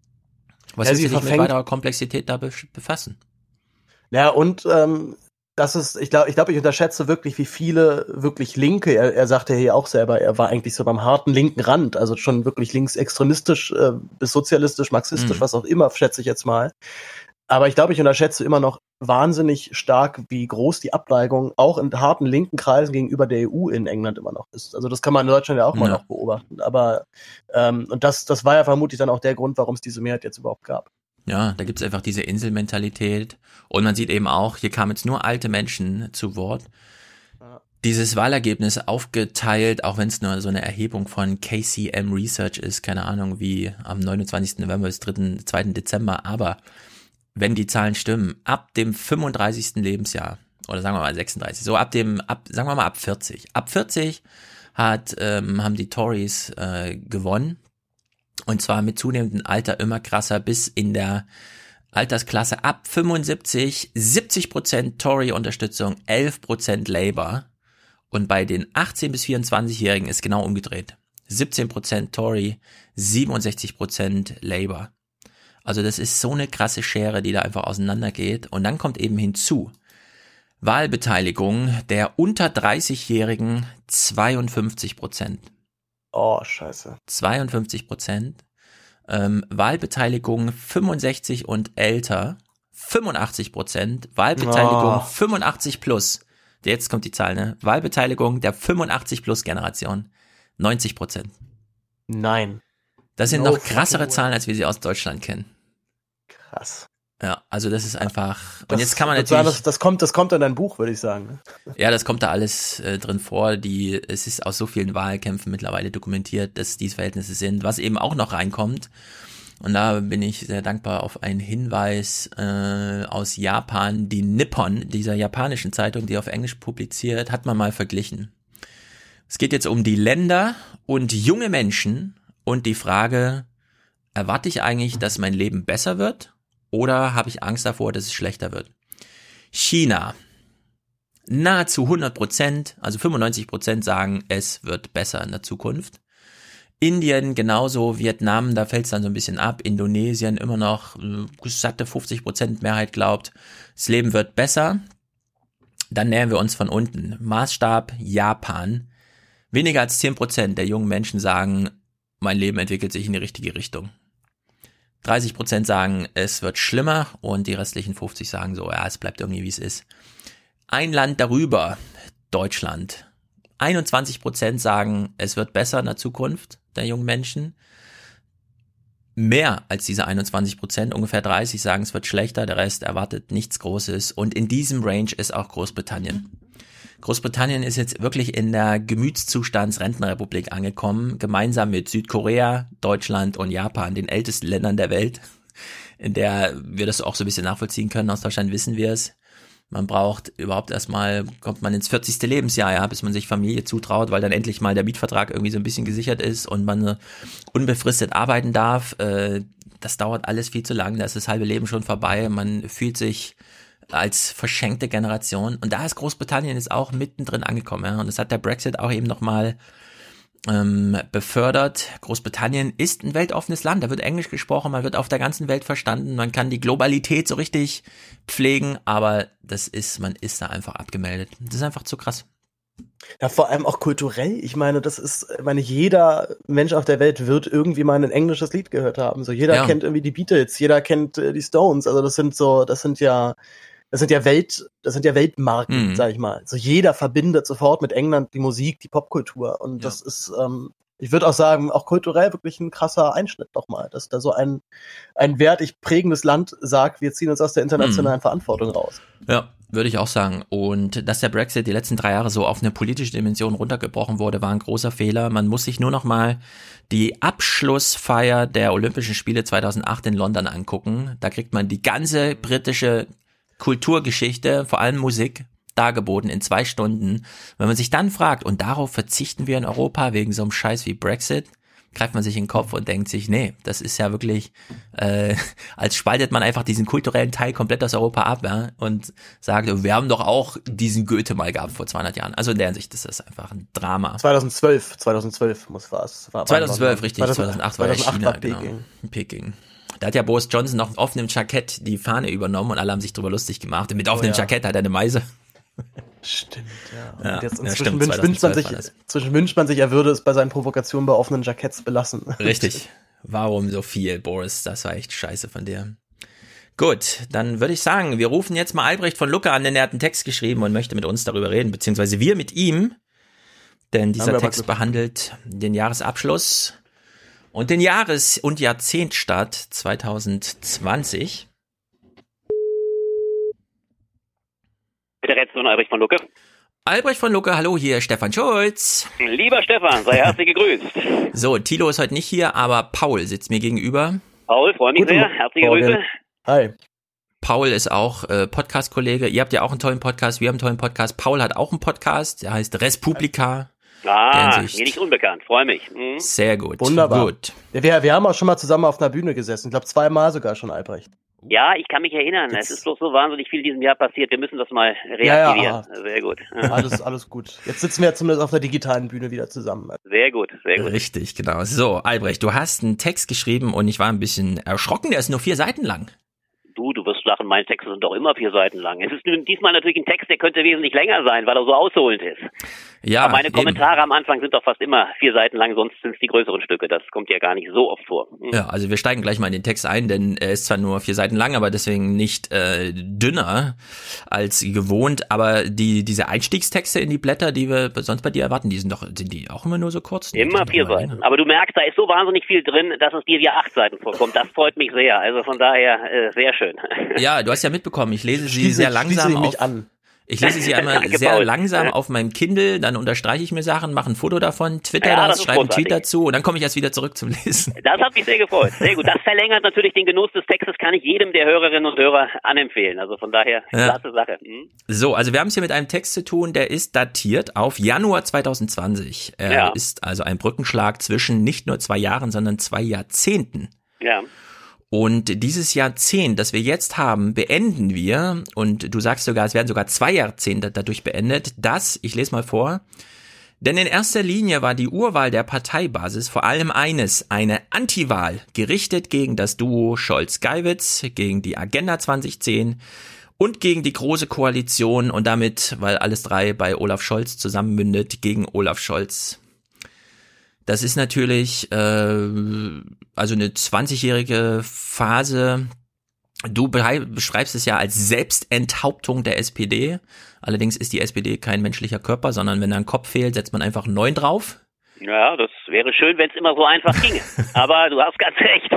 Was Ja, willst sie du dich mit verfängt- weiterer Komplexität da be- befassen? Ja, und ähm, das ist, ich glaube, ich glaube, ich unterschätze wirklich, wie viele wirklich Linke, er, er sagte ja hier auch selber, er war eigentlich so beim harten linken Rand, also schon wirklich linksextremistisch äh, bis sozialistisch, marxistisch, Mhm. was auch immer, schätze ich jetzt mal. Aber ich glaube, ich unterschätze immer noch wahnsinnig stark, wie groß die Abneigung auch in harten linken Kreisen gegenüber der E U in England immer noch ist. Also das kann man in Deutschland ja auch mal Ja. noch beobachten. Aber ähm, und das, das war ja vermutlich dann auch der Grund, warum es diese Mehrheit jetzt überhaupt gab. Ja, da gibt's einfach diese Inselmentalität. Und man sieht eben auch, hier kamen jetzt nur alte Menschen zu Wort. Dieses Wahlergebnis aufgeteilt, auch wenn es nur so eine Erhebung von K C M Research ist, keine Ahnung, wie am neunundzwanzigsten November bis dritten, zweiten Dezember, aber wenn die Zahlen stimmen, ab dem fünfunddreißigsten Lebensjahr, oder sagen wir mal sechsunddreißig, so ab dem, ab, sagen wir mal ab vierzig. Ab vierzig hat, ähm, haben die Tories äh, gewonnen. Und zwar mit zunehmendem Alter immer krasser bis in der Altersklasse ab fünfundsiebzig, siebzig Prozent Tory-Unterstützung, elf Prozent Labour. Und bei den achtzehn- bis vierundzwanzigjährigen ist genau umgedreht. siebzehn Prozent Tory, siebenundsechzig Prozent Labour. Also das ist so eine krasse Schere, die da einfach auseinandergeht. Und dann kommt eben hinzu, Wahlbeteiligung der unter dreißigjährigen zweiundfünfzig Prozent. Oh, scheiße. zweiundfünfzig Prozent. Ähm, Wahlbeteiligung fünfundsechzig und älter, fünfundachtzig Prozent. Wahlbeteiligung Oh. fünfundachtzig plus. Jetzt kommt die Zahl, ne? Wahlbeteiligung der fünfundachtzig plus Generation, neunzig Prozent. Nein. Das sind No noch krassere fucking way. Zahlen, als wir sie aus Deutschland kennen. Krass. Ja, also das ist einfach. Und das, jetzt kann man natürlich. Sagen, das, das kommt, das kommt in dein Buch, würde ich sagen. Ja, das kommt da alles äh, drin vor. Die, es ist aus so vielen Wahlkämpfen mittlerweile dokumentiert, dass diese Verhältnisse sind. Was eben auch noch reinkommt. Und da bin ich sehr dankbar auf einen Hinweis äh, aus Japan. Die Nippon, dieser japanischen Zeitung, die auf Englisch publiziert, hat man mal verglichen. Es geht jetzt um die Länder und junge Menschen und die Frage, erwarte ich eigentlich, dass mein Leben besser wird oder habe ich Angst davor, dass es schlechter wird? China, nahezu hundert Prozent, also fünfundneunzig Prozent sagen, es wird besser in der Zukunft. Indien genauso, Vietnam, da fällt es dann so ein bisschen ab. Indonesien immer noch satte fünfzig Prozent Mehrheit glaubt, das Leben wird besser. Dann nähern wir uns von unten. Maßstab Japan. Weniger als zehn Prozent der jungen Menschen sagen, mein Leben entwickelt sich in die richtige Richtung. dreißig Prozent sagen, es wird schlimmer und die restlichen fünfzig sagen so, ja, es bleibt irgendwie wie es ist. Ein Land darüber, Deutschland. einundzwanzig Prozent sagen, es wird besser in der Zukunft der jungen Menschen. Mehr als diese einundzwanzig Prozent, ungefähr dreißig sagen, es wird schlechter, der Rest erwartet nichts Großes. Und in diesem Range ist auch Großbritannien. Großbritannien ist jetzt wirklich in der Gemütszustandsrentenrepublik angekommen, gemeinsam mit Südkorea, Deutschland und Japan, den ältesten Ländern der Welt, in der wir das auch so ein bisschen nachvollziehen können. Aus Deutschland wissen wir es. Man braucht überhaupt erstmal, kommt man ins vierzigste Lebensjahr, ja, bis man sich Familie zutraut, weil dann endlich mal der Mietvertrag irgendwie so ein bisschen gesichert ist und man unbefristet arbeiten darf. Das dauert alles viel zu lang, da ist das halbe Leben schon vorbei. Man fühlt sich als verschenkte Generation. Und da ist Großbritannien jetzt auch mittendrin angekommen, ja. Und das hat der Brexit auch eben nochmal ähm, befördert. Großbritannien ist ein weltoffenes Land, da wird Englisch gesprochen, man wird auf der ganzen Welt verstanden, man kann die Globalität so richtig pflegen, aber das ist, man ist da einfach abgemeldet. Das ist einfach zu krass. Ja, vor allem auch kulturell. Ich meine, das ist, ich meine, jeder Mensch auf der Welt wird irgendwie mal ein englisches Lied gehört haben. So, jeder ja. kennt irgendwie die Beatles, jeder kennt äh, die Stones. Also das sind so, das sind ja, das sind ja Welt, das sind ja Weltmarken, mhm. sag ich mal. So jeder verbindet sofort mit England die Musik, die Popkultur. Und ja. das ist, ähm, ich würde auch sagen, auch kulturell wirklich ein krasser Einschnitt nochmal, dass da so ein, ein wertig prägendes Land sagt, wir ziehen uns aus der internationalen mhm. Verantwortung raus. Ja, würde ich auch sagen. Und dass der Brexit die letzten drei Jahre so auf eine politische Dimension runtergebrochen wurde, war ein großer Fehler. Man muss sich nur noch mal die Abschlussfeier der Olympischen Spiele zweitausendacht in London angucken. Da kriegt man die ganze britische Kulturgeschichte, vor allem Musik, dargeboten in zwei Stunden. Wenn man sich dann fragt, und darauf verzichten wir in Europa wegen so einem Scheiß wie Brexit, greift man sich in den Kopf und denkt sich, nee, das ist ja wirklich, äh, als spaltet man einfach diesen kulturellen Teil komplett aus Europa ab, ja, und sagt, wir haben doch auch diesen Goethe mal gehabt vor zweihundert Jahren. Also in der Hinsicht ist das einfach ein Drama. zweitausendzwölf, zweitausendzwölf muss was. War zweitausendzwölf, richtig, zweitausendacht war ja China, war Peking. Genau. Peking. Da hat ja Boris Johnson noch auf einem Jackett die Fahne übernommen und alle haben sich drüber lustig gemacht. Und mit auf oh, einem ja. Jackett hat er eine Meise. Stimmt, ja. ja, jetzt ja stimmt, wünscht, wünscht man sich, zwischen wünscht man sich, er würde es bei seinen Provokationen bei offenen Jacketts belassen. Richtig. Warum so viel, Boris? Das war echt scheiße von dir. Gut, dann würde ich sagen, wir rufen jetzt mal Albrecht von Lucke an, denn er hat einen Text geschrieben und möchte mit uns darüber reden, beziehungsweise wir mit ihm, denn dieser Text behandelt den Jahresabschluss und den Jahres- und Jahrzehntstart zweitausendzwanzig. Bitte Redaktion Albrecht von Lucke. Albrecht von Lucke, hallo, hier Stefan Schulz. Lieber Stefan, sei herzlich gegrüßt. So, Thilo ist heute nicht hier, aber Paul sitzt mir gegenüber. Paul, freue mich Guten sehr, herzliche Morgen. Grüße. Hi. Paul ist auch äh, Podcast-Kollege. Ihr habt ja auch einen tollen Podcast, wir haben einen tollen Podcast. Paul hat auch einen Podcast, der heißt Respublika. Ah, mir nicht unbekannt, freue mich. Mhm. Sehr gut. Wunderbar. Gut. Ja, wir, wir haben auch schon mal zusammen auf einer Bühne gesessen, ich glaube zweimal sogar schon, Albrecht. Ja, ich kann mich erinnern. Jetzt. Es ist bloß so wahnsinnig viel in diesem Jahr passiert. Wir müssen das mal reaktivieren. Ja, ja, sehr gut. Alles, alles gut. Jetzt sitzen wir zumindest auf der digitalen Bühne wieder zusammen. Sehr gut, sehr gut. Richtig, genau. So, Albrecht, du hast einen Text geschrieben und ich war ein bisschen erschrocken. Der ist nur vier Seiten lang. Du, du wirst lachen, meine Texte sind doch immer vier Seiten lang. Es ist diesmal natürlich ein Text, der könnte wesentlich länger sein, weil er so ausholend ist. Ja, aber meine Kommentare eben. Am Anfang sind doch fast immer vier Seiten lang, sonst sind es die größeren Stücke. Das kommt ja gar nicht so oft vor. Hm. Ja, also wir steigen gleich mal in den Text ein, denn er ist zwar nur vier Seiten lang, aber deswegen nicht äh, dünner als gewohnt. Aber die diese Einstiegstexte in die Blätter, die wir sonst bei dir erwarten, die sind doch, sind die auch immer nur so kurz? Immer vier Seiten. Länger. Aber du merkst, da ist so wahnsinnig viel drin, dass es dir wie acht Seiten vorkommt. Das freut mich sehr. Also von daher äh, sehr schön. schön. Ja, du hast ja mitbekommen, ich lese sie sehr langsam auf. An. Ich lese sie einmal Danke, sehr Paul. langsam auf meinem Kindle, dann unterstreiche ich mir Sachen, mache ein Foto davon, twitter Ja, das, das ist schreibe einen Tweet großartig. dazu und dann komme ich erst wieder zurück zum Lesen. Das hat mich sehr gefreut. Sehr gut. Das verlängert natürlich den Genuss des Textes, kann ich jedem der Hörerinnen und Hörer anempfehlen. Also von daher, Ja. klasse Sache. Hm? So, also wir haben es hier mit einem Text zu tun, der ist datiert auf Januar zwanzig zwanzig. Er Ja. ist also ein Brückenschlag zwischen nicht nur zwei Jahren, sondern zwei Jahrzehnten. Ja. Und dieses Jahrzehnt, das wir jetzt haben, beenden wir, und du sagst sogar, es werden sogar zwei Jahrzehnte dadurch beendet, dass, ich lese mal vor, denn in erster Linie war die Urwahl der Parteibasis vor allem eines, eine Antiwahl, gerichtet gegen das Duo Scholz-Geiwitz, gegen die Agenda zwanzig zehn und gegen die Große Koalition und damit, weil alles drei bei Olaf Scholz zusammenmündet, gegen Olaf Scholz. Das ist natürlich äh, also eine zwanzigjährige Phase. Du beschreibst es ja als Selbstenthauptung der S P D. Allerdings ist die S P D kein menschlicher Körper, sondern wenn da ein Kopf fehlt, setzt man einfach einen neuen drauf. Ja, das wäre schön, wenn es immer so einfach ginge. Aber du hast ganz recht.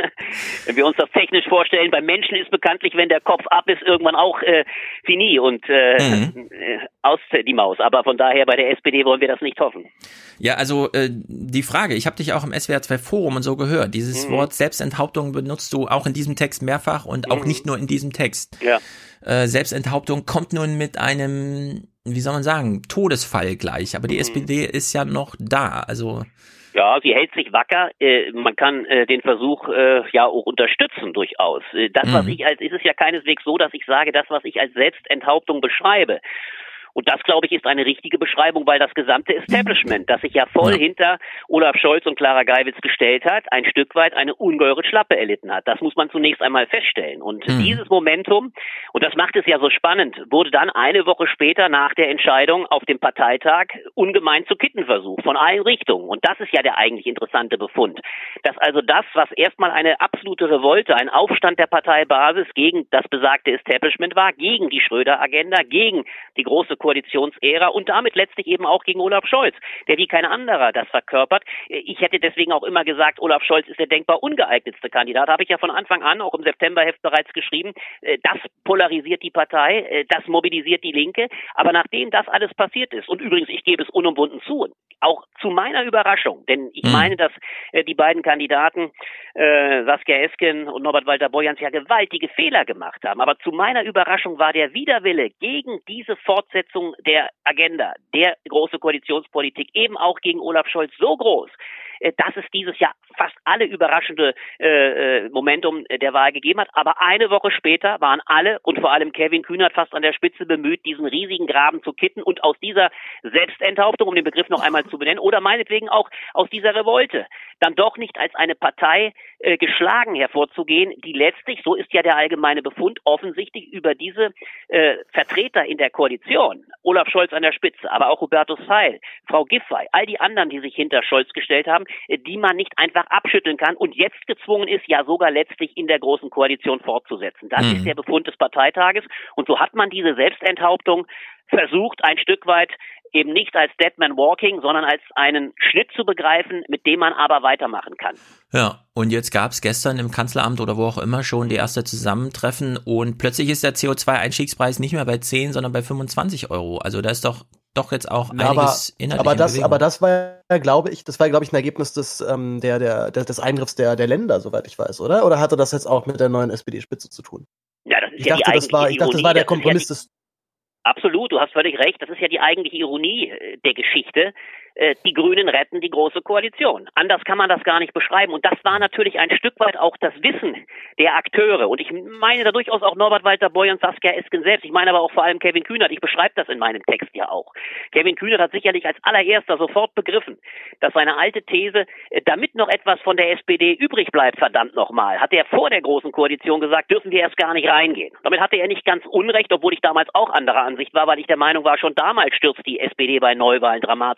Wenn wir uns das technisch vorstellen, beim Menschen ist bekanntlich, wenn der Kopf ab ist, irgendwann auch äh, fini und äh, Mhm. äh, aus die Maus. Aber von daher bei der S P D wollen wir das nicht hoffen. Ja, also äh, die Frage, ich habe dich auch im S W R zwei Forum und so gehört. Dieses Mhm. Wort Selbstenthauptung benutzt du auch in diesem Text mehrfach und auch Mhm. nicht nur in diesem Text. Ja. Äh, Selbstenthauptung kommt nun mit einem, wie soll man sagen, Todesfall gleich. Aber die Mhm. S P D ist ja noch da. Also Ja, sie hält sich wacker. Äh, man kann äh, den Versuch äh, ja auch unterstützen durchaus. Äh, das, was Mhm. ich als, ist es ja keineswegs so, dass ich sage, das, was ich als Selbstenthauptung beschreibe. Und das, glaube ich, ist eine richtige Beschreibung, weil das gesamte Establishment, das sich ja voll Ja. hinter Olaf Scholz und Clara Geiwitz gestellt hat, ein Stück weit eine ungeheure Schlappe erlitten hat. Das muss man zunächst einmal feststellen. Und Mhm. dieses Momentum, und das macht es ja so spannend, wurde dann eine Woche später nach der Entscheidung auf dem Parteitag ungemein zu kitten versucht, von allen Richtungen. Und das ist ja der eigentlich interessante Befund. Dass also das, was erstmal eine absolute Revolte, ein Aufstand der Parteibasis gegen das besagte Establishment war, gegen die Schröder-Agenda, gegen die große Koalitionsära und damit letztlich eben auch gegen Olaf Scholz, der wie kein anderer das verkörpert. Ich hätte deswegen auch immer gesagt, Olaf Scholz ist der denkbar ungeeignetste Kandidat. Habe ich ja von Anfang an, auch im Septemberheft bereits geschrieben. Das polarisiert die Partei, das mobilisiert die Linke. Aber nachdem das alles passiert ist, und übrigens, ich gebe es unumwunden zu, auch zu meiner Überraschung, denn ich Mhm. meine, dass äh, die beiden Kandidaten äh, Saskia Esken und Norbert Walter-Borjans ja gewaltige Fehler gemacht haben. Aber zu meiner Überraschung war der Widerwille gegen diese Fortsetzung der Agenda, der große Koalitionspolitik, eben auch gegen Olaf Scholz so groß, äh, dass es dieses Jahr fast alle überraschende äh, Momentum der Wahl gegeben hat. Aber eine Woche später waren alle und vor allem Kevin Kühnert fast an der Spitze bemüht, diesen riesigen Graben zu kitten und aus dieser Selbstenthauptung, um den Begriff noch einmal zu benennen, oder meinetwegen auch aus dieser Revolte, dann doch nicht als eine Partei äh, geschlagen hervorzugehen, die letztlich, so ist ja der allgemeine Befund, offensichtlich über diese äh, Vertreter in der Koalition, Olaf Scholz an der Spitze, aber auch Hubertus Heil, Frau Giffey, all die anderen, die sich hinter Scholz gestellt haben, äh, die man nicht einfach abschütteln kann und jetzt gezwungen ist, ja sogar letztlich in der Großen Koalition fortzusetzen. Das Mhm. ist der Befund des Parteitages und so hat man diese Selbstenthauptung versucht, ein Stück weit eben nicht als Dead Man Walking, sondern als einen Schnitt zu begreifen, mit dem man aber weitermachen kann. ja, und jetzt gab es gestern im Kanzleramt oder wo auch immer schon die erste Zusammentreffen und plötzlich ist der C O zwei Einstiegspreis nicht mehr bei zehn, sondern bei fünfundzwanzig Euro. Also da ist doch doch jetzt auch Na, einiges aber, inhaltlich aber in das, Bewegung. aber das war ja, glaube ich, das war, glaube ich, ein Ergebnis des, ähm, der, der, des, des Eingriffs der, der Länder, soweit ich weiß, oder? Oder hatte das jetzt auch mit der neuen S P D-Spitze zu tun? Ja, das ist Ich ja dachte, die das war, ich dachte, das Ironie, war der das ist ja Kompromiss die- des. Absolut, du hast völlig recht. Das ist ja die eigentliche Ironie äh, der Geschichte. Äh, Die Grünen retten die Große Koalition. Anders kann man das gar nicht beschreiben. Und das war natürlich ein Stück weit auch das Wissen der Akteure. Und ich meine da durchaus auch Norbert Walter-Borjans, Saskia Esken selbst. Ich meine aber auch vor allem Kevin Kühnert. Ich beschreibe das in meinem Text ja auch. Kevin Kühnert hat sicherlich als allererster sofort begriffen, dass seine alte These, äh, damit noch etwas von der S P D übrig bleibt, verdammt nochmal, hat er vor der Großen Koalition gesagt, dürfen wir erst gar nicht reingehen. Damit hatte er nicht ganz Unrecht, obwohl ich damals auch anderer Ansicht war, weil ich der Meinung war, schon damals stürzt die S P D bei Neuwahlen dramatisch ab.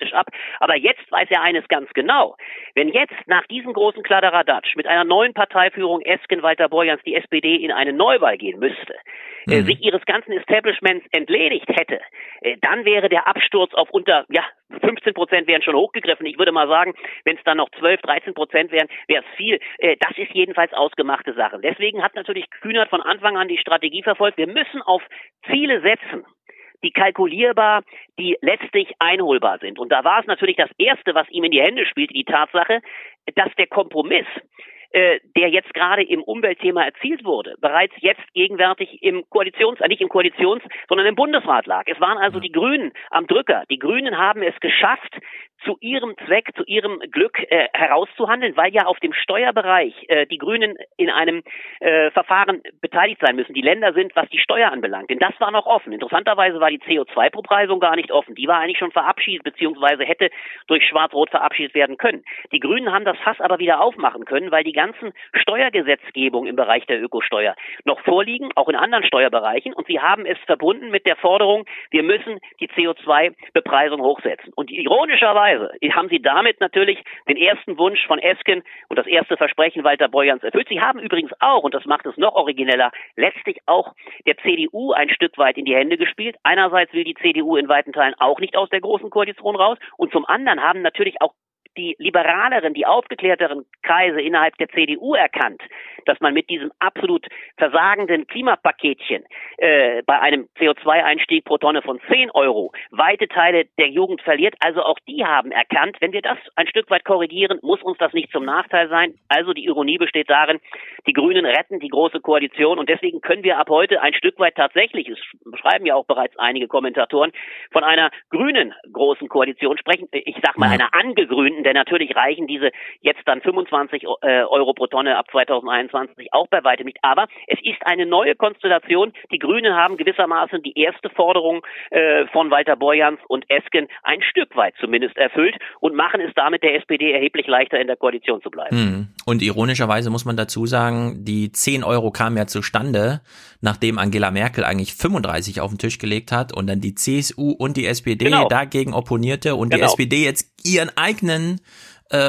Aber jetzt weiß er eines ganz genau. Wenn jetzt nach diesem großen Kladderadatsch mit einer neuen Parteiführung Esken, Walter Borjans die S P D in eine Neuwahl gehen müsste, mhm. äh, sich ihres ganzen Establishments entledigt hätte, äh, dann wäre der Absturz auf unter, ja, fünfzehn Prozent wären schon hochgegriffen. Ich würde mal sagen, wenn es dann noch zwölf, dreizehn Prozent wären, wäre es viel. Äh, das ist jedenfalls ausgemachte Sache. Deswegen hat natürlich Kühnert von Anfang an die Strategie verfolgt. Wir müssen auf Ziele setzen, die kalkulierbar, die letztlich einholbar sind. Und da war es natürlich das Erste, was ihm in die Hände spielte, die Tatsache, dass der Kompromiss, äh, der jetzt gerade im Umweltthema erzielt wurde, bereits jetzt gegenwärtig im Koalitions, äh, nicht im Koalitions, sondern im Bundesrat lag. Es waren also die Grünen am Drücker. Die Grünen haben es geschafft, zu ihrem Zweck, zu ihrem Glück äh, herauszuhandeln, weil ja auf dem Steuerbereich äh, die Grünen in einem äh, Verfahren beteiligt sein müssen. Die Länder sind, was die Steuer anbelangt. Denn das war noch offen. Interessanterweise war die C O zwei Bepreisung gar nicht offen. Die war eigentlich schon verabschiedet, beziehungsweise hätte durch Schwarz-Rot verabschiedet werden können. Die Grünen haben das Fass aber wieder aufmachen können, weil die ganzen Steuergesetzgebungen im Bereich der Ökosteuer noch vorliegen, auch in anderen Steuerbereichen. Und sie haben es verbunden mit der Forderung, wir müssen die C O zwei Bepreisung hochsetzen. Und ironischerweise haben sie damit natürlich den ersten Wunsch von Esken und das erste Versprechen Walter Borjans erfüllt. Sie haben übrigens auch, und das macht es noch origineller, letztlich auch der C D U ein Stück weit in die Hände gespielt. Einerseits will die C D U in weiten Teilen auch nicht aus der Großen Koalition raus und zum anderen haben natürlich auch die liberaleren, die aufgeklärteren Kreise innerhalb der C D U erkannt, dass man mit diesem absolut versagenden Klimapaketchen äh, bei einem C O zwei Einstieg pro Tonne von zehn Euro weite Teile der Jugend verliert. Also auch die haben erkannt, wenn wir das ein Stück weit korrigieren, muss uns das nicht zum Nachteil sein. Also die Ironie besteht darin, die Grünen retten die Große Koalition und deswegen können wir ab heute ein Stück weit tatsächlich, es beschreiben ja auch bereits einige Kommentatoren, von einer grünen Großen Koalition sprechen. Ich sag mal einer angegrünten, denn natürlich reichen diese jetzt dann fünfundzwanzig Euro pro Tonne ab zweitausendeinundzwanzig auch bei weitem nicht. Aber es ist eine neue Konstellation. Die Grünen haben gewissermaßen die erste Forderung äh, von Walter Borjans und Esken ein Stück weit zumindest erfüllt und machen es damit der S P D erheblich leichter in der Koalition zu bleiben. Hm. Und ironischerweise muss man dazu sagen, die zehn Euro kamen ja zustande, nachdem Angela Merkel eigentlich fünfunddreißig auf den Tisch gelegt hat und dann die C S U und die S P D genau. dagegen opponierte und genau. die S P D jetzt ihren eigenen äh,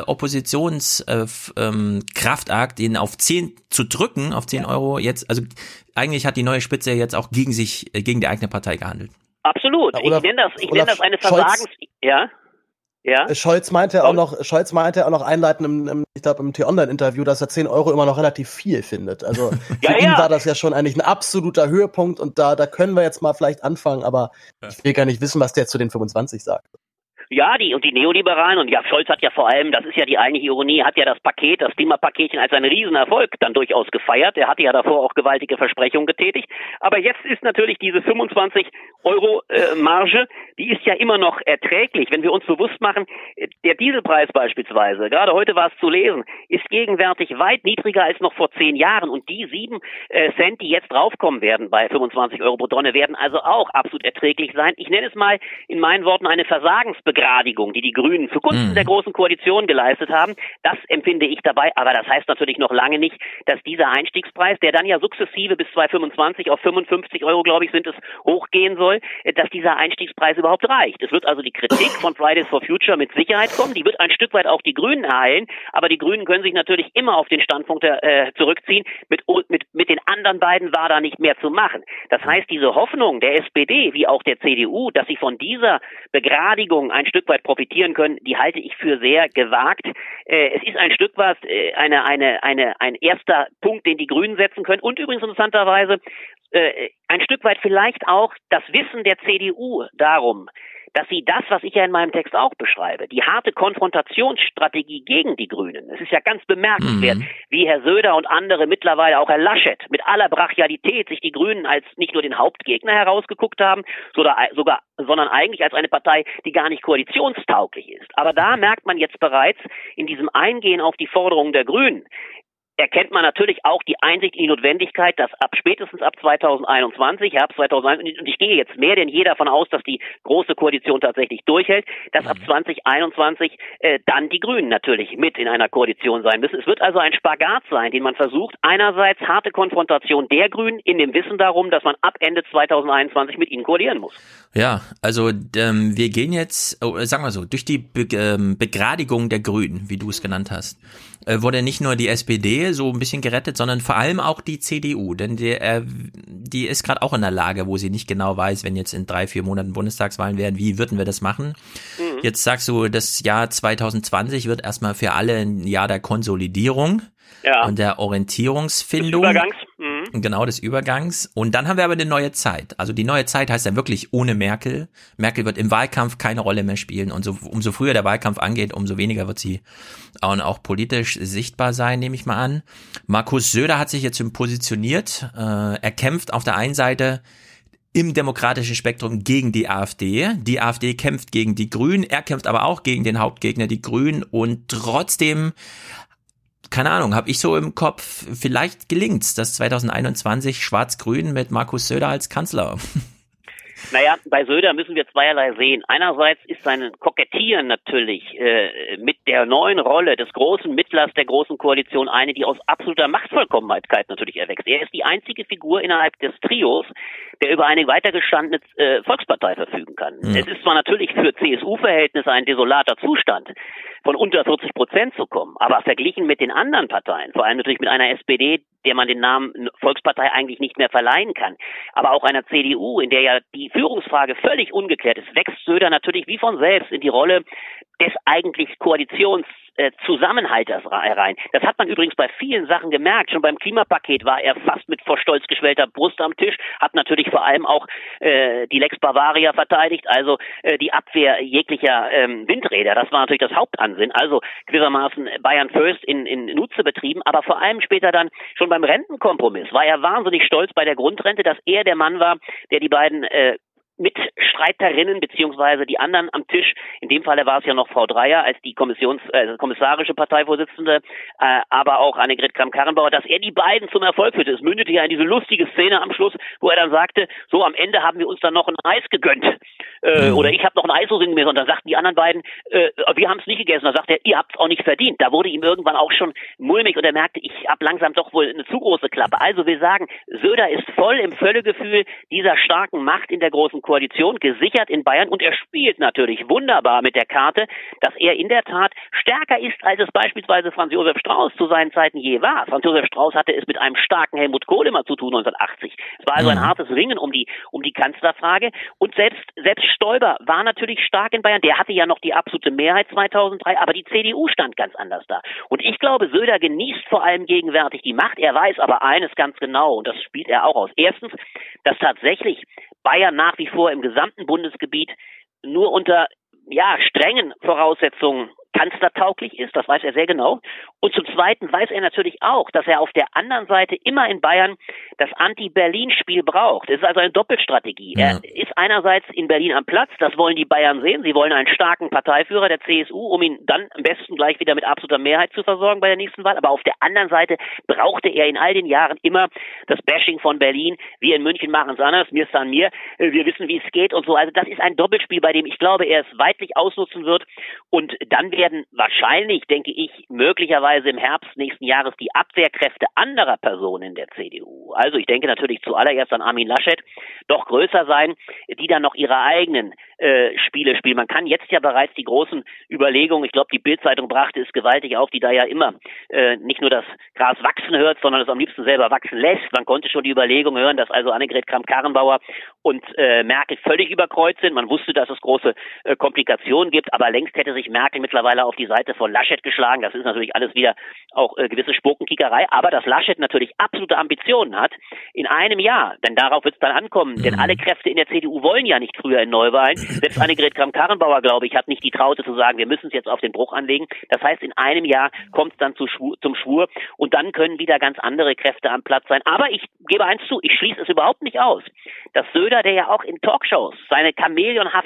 Oppositionskraftakt, äh, ähm, den auf zehn zu drücken, auf zehn Euro jetzt, also eigentlich hat die neue Spitze jetzt auch gegen sich, äh, gegen die eigene Partei gehandelt. Absolut. Ja, Olaf, ich nenne das, ich nenne das eine Versagens... Ja? Ja. Scholz meinte auch noch, Scholz meinte auch noch einleitend im, im ich glaube im T-Online-Interview, dass er zehn Euro immer noch relativ viel findet. Also für ja, ihn ja. war das ja schon eigentlich ein absoluter Höhepunkt und da, da können wir jetzt mal vielleicht anfangen, aber ja. ich will gar nicht wissen, was der zu den fünfundzwanzig sagt. Ja, die und die Neoliberalen und ja, Scholz hat ja vor allem, das ist ja die eigentliche Ironie, hat ja das Paket, das Klimapaketchen als einen Riesenerfolg dann durchaus gefeiert. Er hatte ja davor auch gewaltige Versprechungen getätigt. Aber jetzt ist natürlich diese fünfundzwanzig Euro äh, Marge, die ist ja immer noch erträglich. Wenn wir uns bewusst machen, der Dieselpreis beispielsweise, gerade heute war es zu lesen, ist gegenwärtig weit niedriger als noch vor zehn Jahren. Und die sieben äh, Cent, die jetzt draufkommen werden bei fünfundzwanzig Euro pro Tonne, werden also auch absolut erträglich sein. Ich nenne es mal in meinen Worten eine Versagensbegradigung, die die Grünen zugunsten mhm. der Großen Koalition geleistet haben. Das empfinde ich dabei, aber das heißt natürlich noch lange nicht, dass dieser Einstiegspreis, der dann ja sukzessive bis zweitausendfünfundzwanzig auf fünfundfünfzig Euro, glaube ich, sind es, hochgehen soll, dass dieser Einstiegspreis überhaupt reicht. Es wird also die Kritik von Fridays for Future mit Sicherheit kommen, die wird ein Stück weit auch die Grünen ereilen, aber die Grünen können sich natürlich immer auf den Standpunkt äh, zurückziehen, mit, mit, mit den anderen beiden war da nicht mehr zu machen. Das heißt, diese Hoffnung der S P D wie auch der C D U, dass sie von dieser Begradigung ein Stück weit profitieren können, die halte ich für sehr gewagt. Äh, es ist ein Stück weit äh, eine, eine, eine, ein erster Punkt, den die Grünen setzen können und übrigens interessanterweise äh, ein Stück weit vielleicht auch das Wissen der C D U darum, dass sie das, was ich ja in meinem Text auch beschreibe, die harte Konfrontationsstrategie gegen die Grünen, es ist ja ganz bemerkenswert, mhm. wie Herr Söder und andere, mittlerweile auch Herr Laschet, mit aller Brachialität sich die Grünen als nicht nur den Hauptgegner herausgeguckt haben, sogar, sogar, sondern eigentlich als eine Partei, die gar nicht koalitionstauglich ist. Aber da merkt man jetzt bereits in diesem Eingehen auf die Forderungen der Grünen, erkennt man natürlich auch die Einsicht in die Notwendigkeit, dass ab spätestens ab zweitausendeinundzwanzig, Herbst zweitausendeinundzwanzig, und ich gehe jetzt mehr denn je davon aus, dass die Große Koalition tatsächlich durchhält, dass ab zwanzig einundzwanzig äh, dann die Grünen natürlich mit in einer Koalition sein müssen. Es wird also ein Spagat sein, den man versucht, einerseits harte Konfrontation der Grünen in dem Wissen darum, dass man ab Ende zweitausendeinundzwanzig mit ihnen koalieren muss. Ja, also ähm, wir gehen jetzt, oh, sagen wir so, durch die Be- ähm, Begradigung der Grünen, wie du es genannt hast, äh, wurde nicht nur die S P D so ein bisschen gerettet, sondern vor allem auch die C D U, denn die, äh, die ist gerade auch in der Lage, wo sie nicht genau weiß, wenn jetzt in drei, vier Monaten Bundestagswahlen werden, wie würden wir das machen? Mhm. Jetzt sagst du, das Jahr zwanzig zwanzig wird erstmal für alle ein Jahr der Konsolidierung. Ja. Und der Orientierungsfindung. Des Übergangs. Mhm. Genau, des Übergangs. Und dann haben wir aber eine neue Zeit. Also die neue Zeit heißt ja wirklich ohne Merkel. Merkel wird im Wahlkampf keine Rolle mehr spielen. Und so, umso früher der Wahlkampf angeht, umso weniger wird sie auch, auch politisch sichtbar sein, nehme ich mal an. Markus Söder hat sich jetzt positioniert. Äh, er kämpft auf der einen Seite im demokratischen Spektrum gegen die AfD. Die AfD kämpft gegen die Grünen. Er kämpft aber auch gegen den Hauptgegner, die Grünen. Und trotzdem, keine Ahnung, habe ich so im Kopf, vielleicht gelingt's, dass zwanzig einundzwanzig Schwarz-Grün mit Markus Söder als Kanzler. Naja, bei Söder müssen wir zweierlei sehen. Einerseits ist sein Kokettieren natürlich äh, mit der neuen Rolle des großen Mittlers der großen Koalition eine, die aus absoluter Machtvollkommenheit natürlich erwächst. Er ist die einzige Figur innerhalb des Trios, der über eine weitergestandene äh, Volkspartei verfügen kann. Mhm. Es ist zwar natürlich für C S U-Verhältnisse ein desolater Zustand, von unter vierzig Prozent zu kommen, aber verglichen mit den anderen Parteien, vor allem natürlich mit einer S P D, der man den Namen Volkspartei eigentlich nicht mehr verleihen kann, aber auch einer C D U, in der ja die Führungsfrage völlig ungeklärt ist, wächst Söder natürlich wie von selbst in die Rolle des eigentlich Koalitionszusammenhalters herein. Das hat man übrigens bei vielen Sachen gemerkt. Schon beim Klimapaket war er fast mit vor stolz geschwellter Brust am Tisch, hat natürlich vor allem auch äh, die Lex Bavaria verteidigt, also äh, die Abwehr jeglicher ähm, Windräder. Das war natürlich das Hauptansinn. Also gewissermaßen Bayern First in, in Nutze betrieben, aber vor allem später dann schon beim Rentenkompromiss war er wahnsinnig stolz bei der Grundrente, dass er der Mann war, der die beiden äh, Mitstreiterinnen beziehungsweise die anderen am Tisch, in dem Falle war es ja noch Frau Dreyer als die Kommissions, äh, kommissarische Parteivorsitzende, äh, aber auch Annegret Kramp-Karrenbauer, dass er die beiden zum Erfolg führte. Es mündete ja in diese lustige Szene am Schluss, wo er dann sagte, so am Ende haben wir uns dann noch ein Eis gegönnt äh, oder ich habe noch ein Eis so gegessen und dann sagten die anderen beiden, äh, wir haben es nicht gegessen. Dann sagt er, ihr habt es auch nicht verdient. Da wurde ihm irgendwann auch schon mulmig und er merkte, ich habe langsam doch wohl eine zu große Klappe. Also wir sagen, Söder ist voll im Völlegefühl dieser starken Macht in der großen Koalition, gesichert in Bayern und er spielt natürlich wunderbar mit der Karte, dass er in der Tat stärker ist, als es beispielsweise Franz Josef Strauß zu seinen Zeiten je war. Franz Josef Strauß hatte es mit einem starken Helmut Kohl immer zu tun neunzehnhundertachtzig. Es war also ein hartes Ringen um die um die Kanzlerfrage und selbst selbst Stoiber war natürlich stark in Bayern. Der hatte ja noch die absolute Mehrheit zweitausenddrei, aber die C D U stand ganz anders da. Und ich glaube, Söder genießt vor allem gegenwärtig die Macht. Er weiß aber eines ganz genau und das spielt er auch aus. Erstens, dass tatsächlich Bayern nach wie vor im gesamten Bundesgebiet nur unter ja strengen Voraussetzungen kanzlertauglich ist, das weiß er sehr genau. Und zum Zweiten weiß er natürlich auch, dass er auf der anderen Seite immer in Bayern das Anti-Berlin-Spiel braucht. Es ist also eine Doppelstrategie. Ja. Er ist einerseits in Berlin am Platz, das wollen die Bayern sehen. Sie wollen einen starken Parteiführer der C S U, um ihn dann am besten gleich wieder mit absoluter Mehrheit zu versorgen bei der nächsten Wahl. Aber auf der anderen Seite brauchte er in all den Jahren immer das Bashing von Berlin. Wir in München machen es anders, mir ist an mir. Wir wissen, wie es geht und so. Also das ist ein Doppelspiel, bei dem ich glaube, er es weitlich ausnutzen wird. Und dann werden wahrscheinlich, denke ich, möglicherweise im Herbst nächsten Jahres die Abwehrkräfte anderer Personen in der C D U, also ich denke natürlich zuallererst an Armin Laschet, doch größer sein, die dann noch ihre eigenen äh, Spiele spielen. Man kann jetzt ja bereits die großen Überlegungen, ich glaube, die Bild-Zeitung brachte es gewaltig auf, die da ja immer äh, nicht nur das Gras wachsen hört, sondern es am liebsten selber wachsen lässt. Man konnte schon die Überlegung hören, dass also Annegret Kramp-Karrenbauer und äh, Merkel völlig überkreuzt sind. Man wusste, dass es große äh, Komplikationen gibt, aber längst hätte sich Merkel mittlerweile auf die Seite von Laschet geschlagen. Das ist natürlich alles wieder auch äh, gewisse Spokenkickerei, aber dass Laschet natürlich absolute Ambitionen hat in einem Jahr, denn darauf wird es dann ankommen, mhm. denn alle Kräfte in der C D U wollen ja nicht früher in Neuwahlen. Selbst Annegret Kramp-Karrenbauer, glaube ich, hat nicht die Traute zu sagen, wir müssen es jetzt auf den Bruch anlegen. Das heißt, in einem Jahr kommt es dann zu Schwur, zum Schwur und dann können wieder ganz andere Kräfte am Platz sein. Aber ich gebe eins zu, ich schließe es überhaupt nicht aus, dass Söder, der ja auch in Talkshows seine chamäleonhafte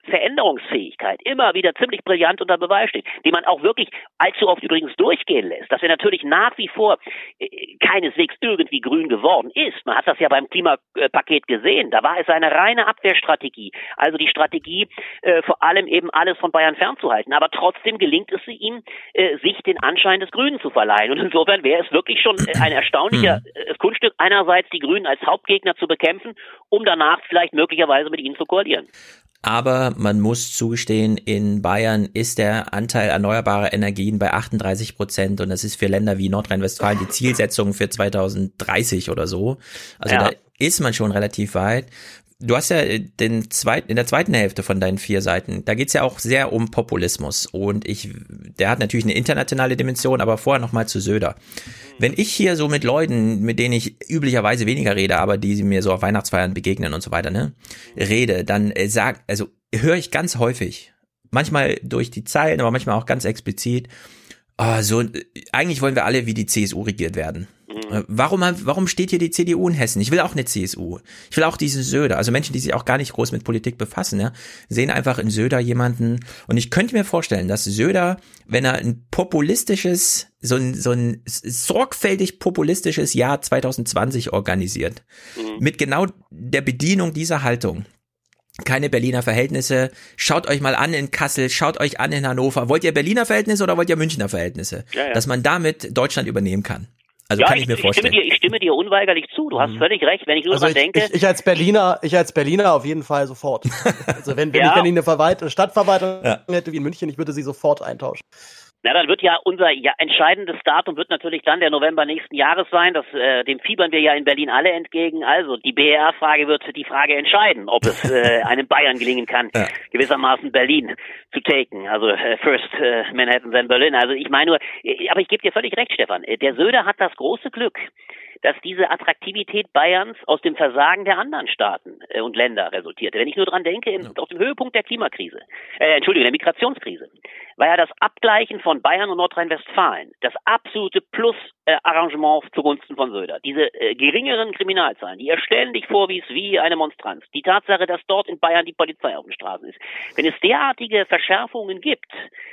Veränderungsfähigkeit immer wieder ziemlich brillant unter Beweis steht, die man auch wirklich allzu oft übrigens durchgehen lässt, dass er natürlich nach wie vor äh, keineswegs irgendwie grün geworden ist. Man hat das ja beim Klimapaket gesehen. Da war es eine reine Abwehrstrategie. Also die Strategie, äh, vor allem eben alles von Bayern fernzuhalten. Aber trotzdem gelingt es ihm, äh, sich den Anschein des Grünen zu verleihen. Und insofern wäre es wirklich schon äh, ein erstaunlicher äh, Kunststück, einerseits die Grünen als Hauptgegner zu bekämpfen, um danach vielleicht möglicherweise mit ihnen zu koalieren. Aber man muss zugestehen, in Bayern ist der Anteil erneuerbarer Energien bei achtunddreißig Prozent und das ist für Länder wie Nordrhein-Westfalen die Zielsetzung für zweitausenddreißig oder so. Also ja. Da ist man schon relativ weit. Du hast ja den zweiten, in der zweiten Hälfte von deinen vier Seiten, da geht's ja auch sehr um Populismus und ich, der hat natürlich eine internationale Dimension, aber vorher nochmal zu Söder. Wenn ich hier so mit Leuten, mit denen ich üblicherweise weniger rede, aber die mir so auf Weihnachtsfeiern begegnen und so weiter, ne, rede, dann äh, sag, also höre ich ganz häufig, manchmal durch die Zeilen, aber manchmal auch ganz explizit, oh, so, eigentlich wollen wir alle wie die C S U regiert werden. Warum, warum steht hier die C D U in Hessen? Ich will auch eine C S U. Ich will auch diesen Söder. Also Menschen, die sich auch gar nicht groß mit Politik befassen, ja, sehen einfach in Söder jemanden. Und ich könnte mir vorstellen, dass Söder, wenn er ein populistisches, so ein, so ein sorgfältig populistisches Jahr zwanzig zwanzig organisiert, mhm. mit genau der Bedienung dieser Haltung, keine Berliner Verhältnisse. Schaut euch mal an in Kassel, schaut euch an in Hannover. Wollt ihr Berliner Verhältnisse oder wollt ihr Münchner Verhältnisse? Ja, ja. Dass man damit Deutschland übernehmen kann. Also ja, kann ich, ich mir vorstellen. Ich stimme, dir, ich stimme dir unweigerlich zu. Du hast völlig recht, wenn ich nur also dran ich, denke. Ich, ich als Berliner, ich als Berliner auf jeden Fall sofort. Also wenn, wenn ja. ich wenn ich eine, Verwalt- eine Stadtverwaltung ja. hätte wie in München, ich würde sie sofort eintauschen. Na, dann wird ja unser ja, entscheidendes Datum wird natürlich dann der November nächsten Jahres sein. Das, äh, dem fiebern wir ja in Berlin alle entgegen. Also die B R A-Frage wird die Frage entscheiden, ob es äh, einem Bayern gelingen kann, ja. gewissermaßen Berlin zu taken. Also äh, first äh, Manhattan, then Berlin. Also ich meine nur, äh, aber ich gebe dir völlig recht, Stefan. Der Söder hat das große Glück, dass diese Attraktivität Bayerns aus dem Versagen der anderen Staaten äh, und Länder resultierte. Wenn ich nur dran denke, im, auf dem Höhepunkt der Klimakrise, äh, Entschuldigung, der Migrationskrise, war ja das Abgleichen von Bayern und Nordrhein-Westfalen das absolute Plus-Arrangement äh, zugunsten von Söder. Diese äh, geringeren Kriminalzahlen, die er ständig vorwies wie eine Monstranz. Die Tatsache, dass dort in Bayern die Polizei auf den Straßen ist. Wenn es derartige Verschärfungen gibt,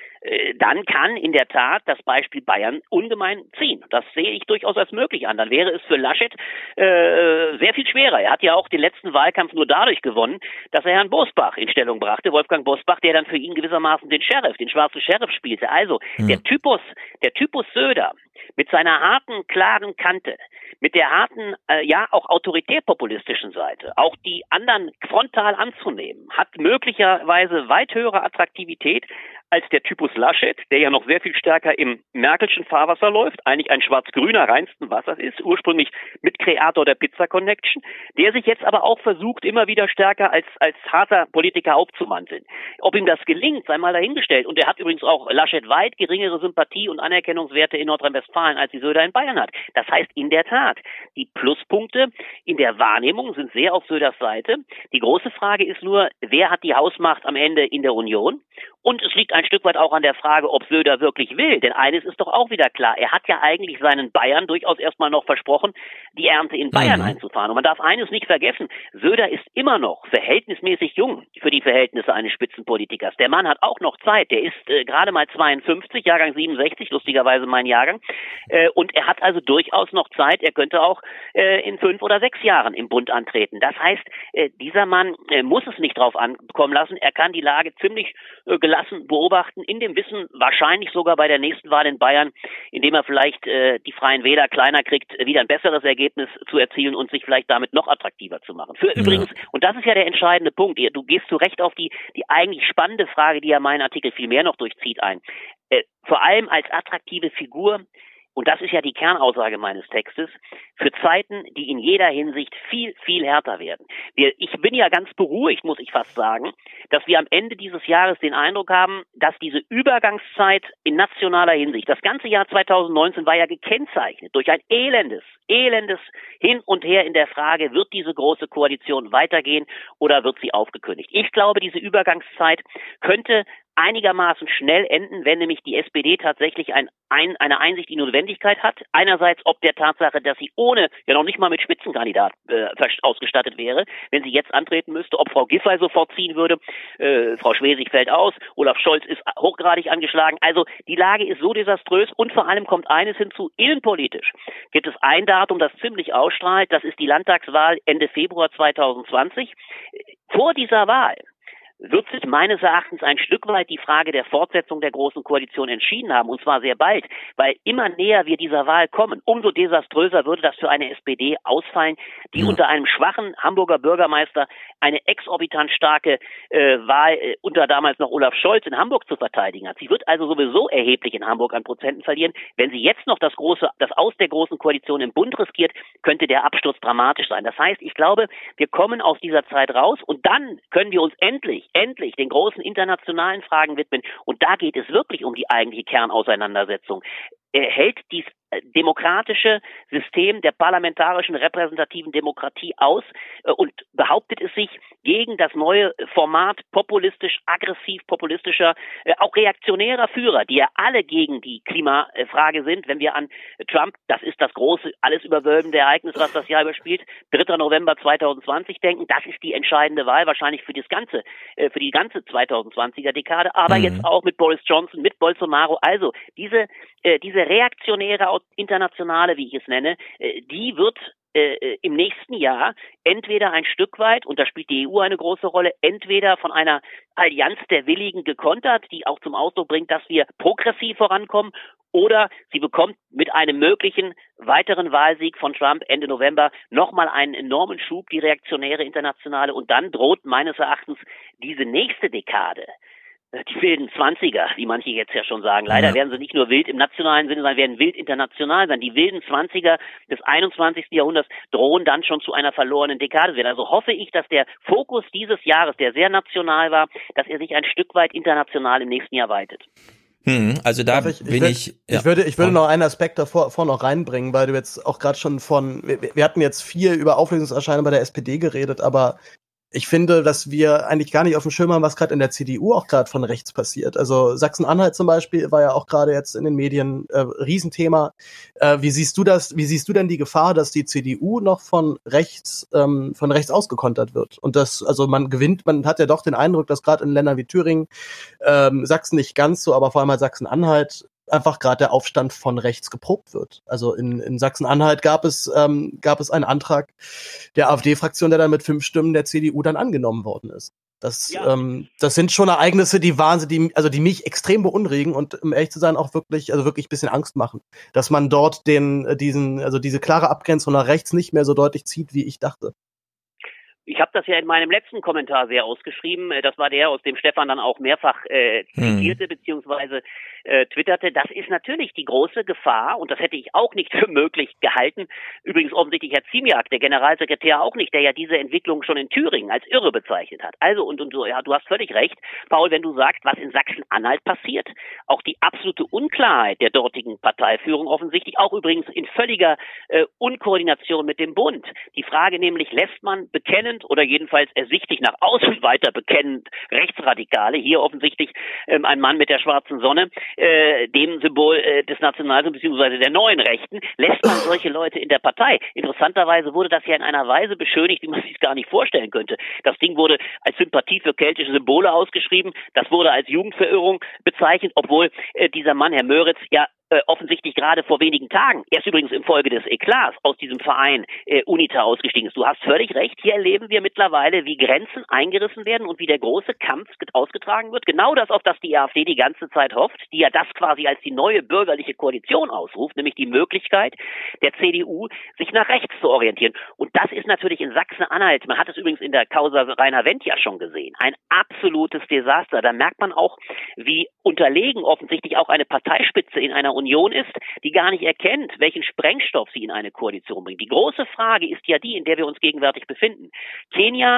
dann kann in der Tat das Beispiel Bayern ungemein ziehen. Das sehe ich durchaus als möglich an. Dann wäre es für Laschet äh, sehr viel schwerer. Er hat ja auch den letzten Wahlkampf nur dadurch gewonnen, dass er Herrn Bosbach in Stellung brachte, Wolfgang Bosbach, der dann für ihn gewissermaßen den Sheriff, den schwarzen Sheriff spielte. Also mhm. der Typus, der Typus Söder mit seiner harten, klaren Kante, mit der harten, äh, ja auch autoritär-populistischen Seite, auch die anderen frontal anzunehmen, hat möglicherweise weit höhere Attraktivität als der Typus Laschet, der ja noch sehr viel stärker im Merkelschen Fahrwasser läuft, eigentlich ein schwarz-grüner reinsten Wassers ist, ursprünglich Mitkreator der Pizza Connection, der sich jetzt aber auch versucht, immer wieder stärker als als harter Politiker aufzumanteln. Ob ihm das gelingt, sei mal dahingestellt. Und er hat übrigens auch Laschet weit geringere Sympathie- und Anerkennungswerte in Nordrhein-Westfalen, als die Söder in Bayern hat. Das heißt in der Tat, die Pluspunkte in der Wahrnehmung sind sehr auf Söders Seite. Die große Frage ist nur, wer hat die Hausmacht am Ende in der Union? Und es liegt ein Stück weit auch an der Frage, ob Söder wirklich will. Denn eines ist doch auch wieder klar, er hat ja eigentlich seinen Bayern durchaus erstmal noch versprochen, die Ernte in Bayern mhm. einzufahren. Und man darf eines nicht vergessen, Söder ist immer noch verhältnismäßig jung für die Verhältnisse eines Spitzenpolitikers. Der Mann hat auch noch Zeit, der ist äh, gerade mal zweiundfünfzig, Jahrgang siebenundsechzig, lustigerweise mein Jahrgang. Äh, und er hat also durchaus noch Zeit, er könnte auch äh, in fünf oder sechs Jahren im Bund antreten. Das heißt, äh, dieser Mann äh, muss es nicht drauf ankommen lassen, er kann die Lage ziemlich äh, gelassen beobachten, in dem Wissen, wahrscheinlich sogar bei der nächsten Wahl in Bayern, indem er vielleicht äh, die Freien Wähler kleiner kriegt, wieder ein besseres Ergebnis zu erzielen und sich vielleicht damit noch attraktiver zu machen. Für ja. übrigens, und das ist ja der entscheidende Punkt, du gehst zu Recht auf die, die eigentlich spannende Frage, die ja meinen Artikel viel mehr noch durchzieht, ein. Äh, vor allem als attraktive Figur, und das ist ja die Kernaussage meines Textes, für Zeiten, die in jeder Hinsicht viel, viel härter werden. Wir, ich bin ja ganz beruhigt, muss ich fast sagen, dass wir am Ende dieses Jahres den Eindruck haben, dass diese Übergangszeit in nationaler Hinsicht, das ganze Jahr zweitausendneunzehn war ja gekennzeichnet durch ein elendes, elendes Hin und Her in der Frage, wird diese große Koalition weitergehen oder wird sie aufgekündigt? Ich glaube, diese Übergangszeit könnte einigermaßen schnell enden, wenn nämlich die S P D tatsächlich ein, ein, eine Einsicht in Notwendigkeit hat. Einerseits ob der Tatsache, dass sie ohne, ja noch nicht mal mit Spitzenkandidat äh, ausgestattet wäre, wenn sie jetzt antreten müsste, ob Frau Giffey sofort ziehen würde, äh, Frau Schwesig fällt aus, Olaf Scholz ist hochgradig angeschlagen. Also die Lage ist so desaströs und vor allem kommt eines hinzu, innenpolitisch gibt es ein Datum, das ziemlich ausstrahlt, das ist die Landtagswahl Ende Februar zweitausendzwanzig. Vor dieser Wahl wird sich meines Erachtens ein Stück weit die Frage der Fortsetzung der Großen Koalition entschieden haben, und zwar sehr bald, weil immer näher wir dieser Wahl kommen, umso desaströser würde das für eine S P D ausfallen, die ja. unter einem schwachen Hamburger Bürgermeister eine exorbitant starke äh, Wahl äh, unter damals noch Olaf Scholz in Hamburg zu verteidigen hat. Sie wird also sowieso erheblich in Hamburg an Prozenten verlieren. Wenn sie jetzt noch das große, das Aus der Großen Koalition im Bund riskiert, könnte der Absturz dramatisch sein. Das heißt, ich glaube, wir kommen aus dieser Zeit raus und dann können wir uns endlich endlich den großen internationalen Fragen widmen. Und da geht es wirklich um die eigentliche Kernauseinandersetzung. Hält dies demokratische System der parlamentarischen repräsentativen Demokratie aus und behauptet es sich gegen das neue Format populistisch, aggressiv populistischer, auch reaktionärer Führer, die ja alle gegen die Klimafrage sind. Wenn wir an Trump, das ist das große, alles überwölbende Ereignis, was das Jahr überspielt, dritter November zweitausendzwanzig denken, das ist die entscheidende Wahl wahrscheinlich für das ganze, für die ganze zweitausendzwanziger Dekade, aber mhm. jetzt auch mit Boris Johnson, mit Bolsonaro. Also diese, diese reaktionäre Internationale, wie ich es nenne, die wird äh, im nächsten Jahr entweder ein Stück weit, und da spielt die E U eine große Rolle, entweder von einer Allianz der Willigen gekontert, die auch zum Ausdruck bringt, dass wir progressiv vorankommen, oder sie bekommt mit einem möglichen weiteren Wahlsieg von Trump Ende November nochmal einen enormen Schub, die reaktionäre Internationale, und dann droht meines Erachtens diese nächste Dekade, die wilden Zwanziger, wie manche jetzt ja schon sagen. Leider ja. werden sie nicht nur wild im nationalen Sinne, sondern werden wild international sein. Die wilden Zwanziger des einundzwanzigsten Jahrhunderts drohen dann schon zu einer verlorenen Dekade werden. Also hoffe ich, dass der Fokus dieses Jahres, der sehr national war, dass er sich ein Stück weit international im nächsten Jahr weitet. Hm, also da ich, bin ich, ich, ich, ja. ich würde, ich würde noch einen Aspekt davor, davor noch reinbringen, weil du jetzt auch gerade schon von, wir, wir hatten jetzt viel über Auflösungserscheinungen bei der S P D geredet, aber ich finde, dass wir eigentlich gar nicht auf dem Schirm haben, was gerade in der C D U auch gerade von rechts passiert. Also Sachsen-Anhalt zum Beispiel war ja auch gerade jetzt in den Medien äh, Riesenthema. Äh, wie siehst du das? Wie siehst du denn die Gefahr, dass die C D U noch von rechts ähm, von rechts ausgekontert wird? Und das, also man gewinnt, man hat ja doch den Eindruck, dass gerade in Ländern wie Thüringen, ähm, Sachsen nicht ganz so, aber vor allem halt Sachsen-Anhalt einfach gerade der Aufstand von rechts geprobt wird. Also in, in Sachsen-Anhalt gab es ähm, gab es einen Antrag der AfD-Fraktion, der dann mit fünf Stimmen der C D U dann angenommen worden ist. Das ja. ähm, das sind schon Ereignisse, die wahnsinnig, also die mich extrem beunruhigen und um ehrlich zu sein auch wirklich, also wirklich ein bisschen Angst machen, dass man dort den diesen, also diese klare Abgrenzung nach rechts nicht mehr so deutlich zieht, wie ich dachte. Ich habe das ja in meinem letzten Kommentar sehr ausgeschrieben. Das war der, aus dem Stefan dann auch mehrfach äh, zitierte hm. beziehungsweise äh, twitterte. Das ist natürlich die große Gefahr, und das hätte ich auch nicht für möglich gehalten. Übrigens offensichtlich Herr Ziemiak, der Generalsekretär, auch nicht, der ja diese Entwicklung schon in Thüringen als irre bezeichnet hat. Also, und, und so, ja, du hast völlig recht, Paul, wenn du sagst, was in Sachsen-Anhalt passiert. Auch die absolute Unklarheit der dortigen Parteiführung offensichtlich, auch übrigens in völliger äh, Unkoordination mit dem Bund. Die Frage nämlich, lässt man bekennend oder jedenfalls ersichtlich nach außen weiter bekennend Rechtsradikale, hier offensichtlich ähm, ein Mann mit der schwarzen Sonne, äh, dem Symbol äh, des Nationalismus bzw. der neuen Rechten, lässt man solche Leute in der Partei. Interessanterweise wurde das ja in einer Weise beschönigt, wie man sich gar nicht vorstellen könnte. Das Ding wurde als Sympathie für keltische Symbole ausgeschrieben, das wurde als Jugendverirrung bezeichnet, obwohl äh, dieser Mann, Herr Möritz, ja Äh, offensichtlich gerade vor wenigen Tagen, erst übrigens infolge des Eklats aus diesem Verein äh, UNITA ausgestiegen ist. Du hast völlig recht, hier erleben wir mittlerweile, wie Grenzen eingerissen werden und wie der große Kampf ausgetragen wird. Genau das, auf das die AfD die ganze Zeit hofft, die ja das quasi als die neue bürgerliche Koalition ausruft, nämlich die Möglichkeit der C D U, sich nach rechts zu orientieren. Und das ist natürlich in Sachsen-Anhalt, man hat es übrigens in der Causa Rainer Wendt ja schon gesehen, ein absolutes Desaster. Da merkt man auch, wie unterlegen offensichtlich auch eine Parteispitze in einer Union ist, die gar nicht erkennt, welchen Sprengstoff sie in eine Koalition bringt. Die große Frage ist ja die, in der wir uns gegenwärtig befinden. Kenia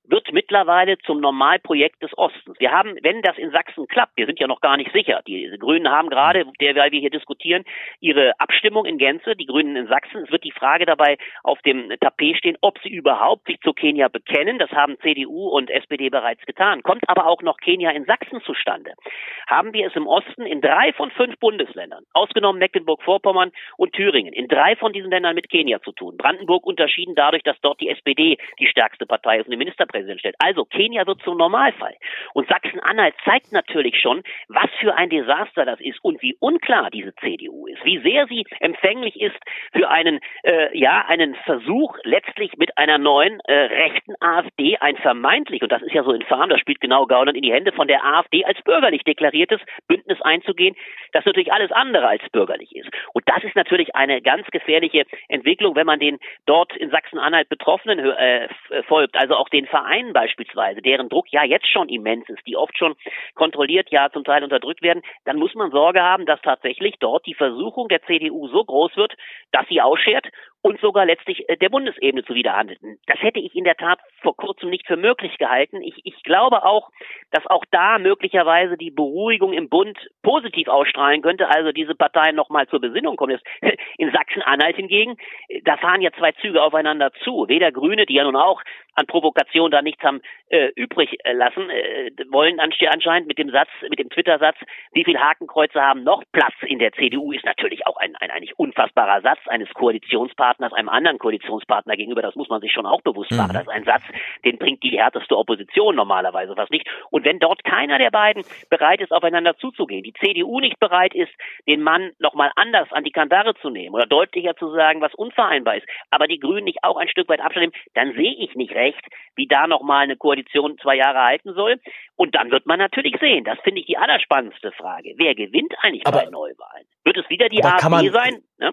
wird mittlerweile zum Normalprojekt des Ostens. Wir haben, wenn das in Sachsen klappt, wir sind ja noch gar nicht sicher, die Grünen haben gerade, derweil wir hier diskutieren, ihre Abstimmung in Gänze, die Grünen in Sachsen. Es wird die Frage dabei auf dem Tapet stehen, ob sie überhaupt sich zu Kenia bekennen. Das haben C D U und S P D bereits getan. Kommt aber auch noch Kenia in Sachsen zustande, haben wir es im Osten in drei von fünf Bundesländern, ausgenommen Mecklenburg-Vorpommern und Thüringen, in drei von diesen Ländern mit Kenia zu tun. Brandenburg unterschieden dadurch, dass dort die S P D die stärkste Partei ist und den Ministerpräsidenten stellt. Also Kenia wird zum Normalfall. Und Sachsen-Anhalt zeigt natürlich schon, was für ein Desaster das ist und wie unklar diese C D U ist, wie sehr sie empfänglich ist für einen, äh, ja, einen Versuch, letztlich mit einer neuen äh, rechten AfD ein vermeintlich, und das ist ja so infam, das spielt genau Gauland in die Hände, von der AfD als bürgerlich deklariertes Bündnis einzugehen, das natürlich alles andere als bürgerlich ist. Und das ist natürlich eine ganz gefährliche Entwicklung, wenn man den dort in Sachsen-Anhalt Betroffenen äh, folgt, also auch den Vereinen beispielsweise, deren Druck ja jetzt schon immens ist, die oft schon kontrolliert, ja zum Teil unterdrückt werden, dann muss man Sorge haben, dass tatsächlich dort die Versuchung der C D U so groß wird, dass sie ausschert und sogar letztlich der Bundesebene zuwiderhandelt. Das hätte ich in der Tat vor kurzem nicht für möglich gehalten. Ich, ich glaube auch, dass auch da möglicherweise die Beruhigung im Bund positiv ausstrahlen könnte, also diese Parteien nochmal zur Besinnung kommen. In Sachsen-Anhalt hingegen, da fahren ja zwei Züge aufeinander zu. Weder Grüne, die ja nun auch an Provokation da nichts haben äh, übrig lassen, äh, wollen anscheinend mit dem Satz, mit dem Twitter-Satz, wie viel Hakenkreuze haben noch Platz in der C D U, ist natürlich auch ein, ein eigentlich unfassbarer Satz eines Koalitionspartners, einem anderen Koalitionspartner gegenüber. Das muss man sich schon auch bewusst machen. Das ist ein Satz, den bringt die härteste Opposition normalerweise fast nicht. Und wenn dort keiner der beiden bereit ist, aufeinander zuzugehen, die C D U nicht bereit ist, den Mann nochmal anders an die Kandare zu nehmen oder deutlicher zu sagen, was unvereinbar ist, aber die Grünen nicht auch ein Stück weit Abstand nehmen, dann sehe ich nicht recht, wie da nochmal eine Koalition zwei Jahre halten soll. Und dann wird man natürlich sehen, das finde ich die allerspannendste Frage. Wer gewinnt eigentlich aber, bei Neuwahlen? Wird es wieder die AfD man, sein? Ne?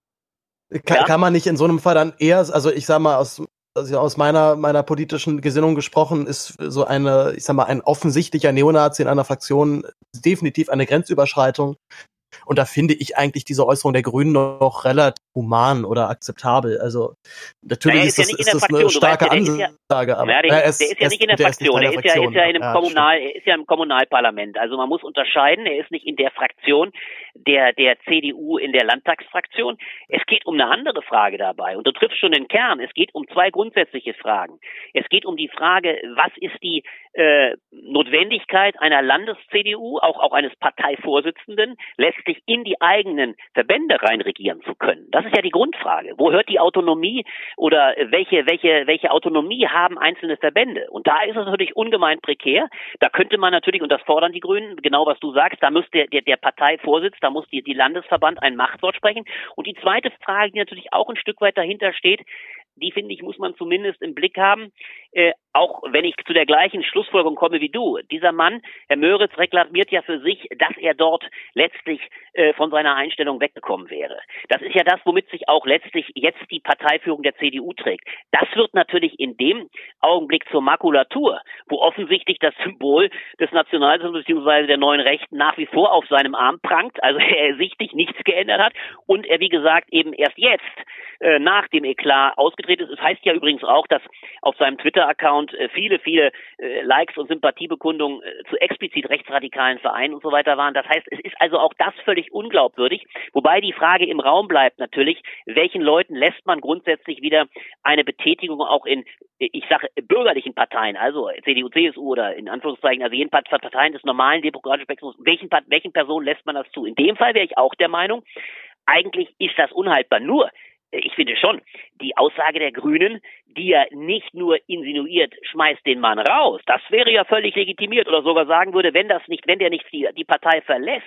Kann, ja? kann man nicht in so einem Fall dann eher, also ich sag mal, aus, also aus meiner, meiner politischen Gesinnung gesprochen, ist so eine, ich sag mal, ein offensichtlicher Neonazi in einer Fraktion definitiv eine Grenzüberschreitung. Und da finde ich eigentlich diese Äußerung der Grünen noch relativ human oder akzeptabel. Also natürlich naja, ist, ist, das, ja ist das eine starke weißt, Ansage. Ja, aber naja, der, der ist, der ist ja nicht in der Fraktion, der ist, der ist ja, ist ja in einem ja, Kommunal, er ist ja im Kommunalparlament. Also man muss unterscheiden, er ist nicht in der Fraktion der der C D U in der Landtagsfraktion. Es geht um eine andere Frage dabei. Und du triffst schon den Kern. Es geht um zwei grundsätzliche Fragen. Es geht um die Frage, was ist die äh, Notwendigkeit einer Landes-C D U, auch auch eines Parteivorsitzenden, letztlich in die eigenen Verbände reinregieren zu können. Das ist ja die Grundfrage. Wo hört die Autonomie oder welche welche welche Autonomie haben einzelne Verbände? Und da ist es natürlich ungemein prekär. Da könnte man natürlich, und das fordern die Grünen, genau was du sagst, da muss der der, der Parteivorsitz, da muss die, die Landesverband ein Machtwort sprechen. Und die zweite Frage, die natürlich auch ein Stück weit dahinter steht, die, finde ich, muss man zumindest im Blick haben, äh, auch wenn ich zu der gleichen Schlussfolgerung komme wie du. Dieser Mann, Herr Möritz, reklamiert ja für sich, dass er dort letztlich äh, von seiner Einstellung weggekommen wäre. Das ist ja das, womit sich auch letztlich jetzt die Parteiführung der C D U trägt. Das wird natürlich in dem Augenblick zur Makulatur, wo offensichtlich das Symbol des Nationalsozialismus bzw. der neuen Rechten nach wie vor auf seinem Arm prangt, also er sichtlich nichts geändert hat und er, wie gesagt, eben erst jetzt äh, nach dem Eklat ausgetreten ist. Es heißt ja übrigens auch, dass auf seinem Twitter-Account viele, viele äh, Likes und Sympathiebekundungen äh, zu explizit rechtsradikalen Vereinen und so weiter waren. Das heißt, es ist also auch das völlig unglaubwürdig, wobei die Frage im Raum bleibt natürlich, welchen Leuten lässt man grundsätzlich wieder eine Betätigung auch in, ich sage, bürgerlichen Parteien, also C D U, C S U oder in Anführungszeichen, also jeden Parteien des normalen demokratischen Spektrums, welchen, welchen Personen lässt man das zu? In dem Fall wäre ich auch der Meinung, eigentlich ist das unhaltbar. Nur, ich finde schon, die Aussage der Grünen, die ja nicht nur insinuiert, schmeißt den Mann raus, das wäre ja völlig legitimiert oder sogar sagen würde, wenn das nicht, wenn der nicht die, die Partei verlässt,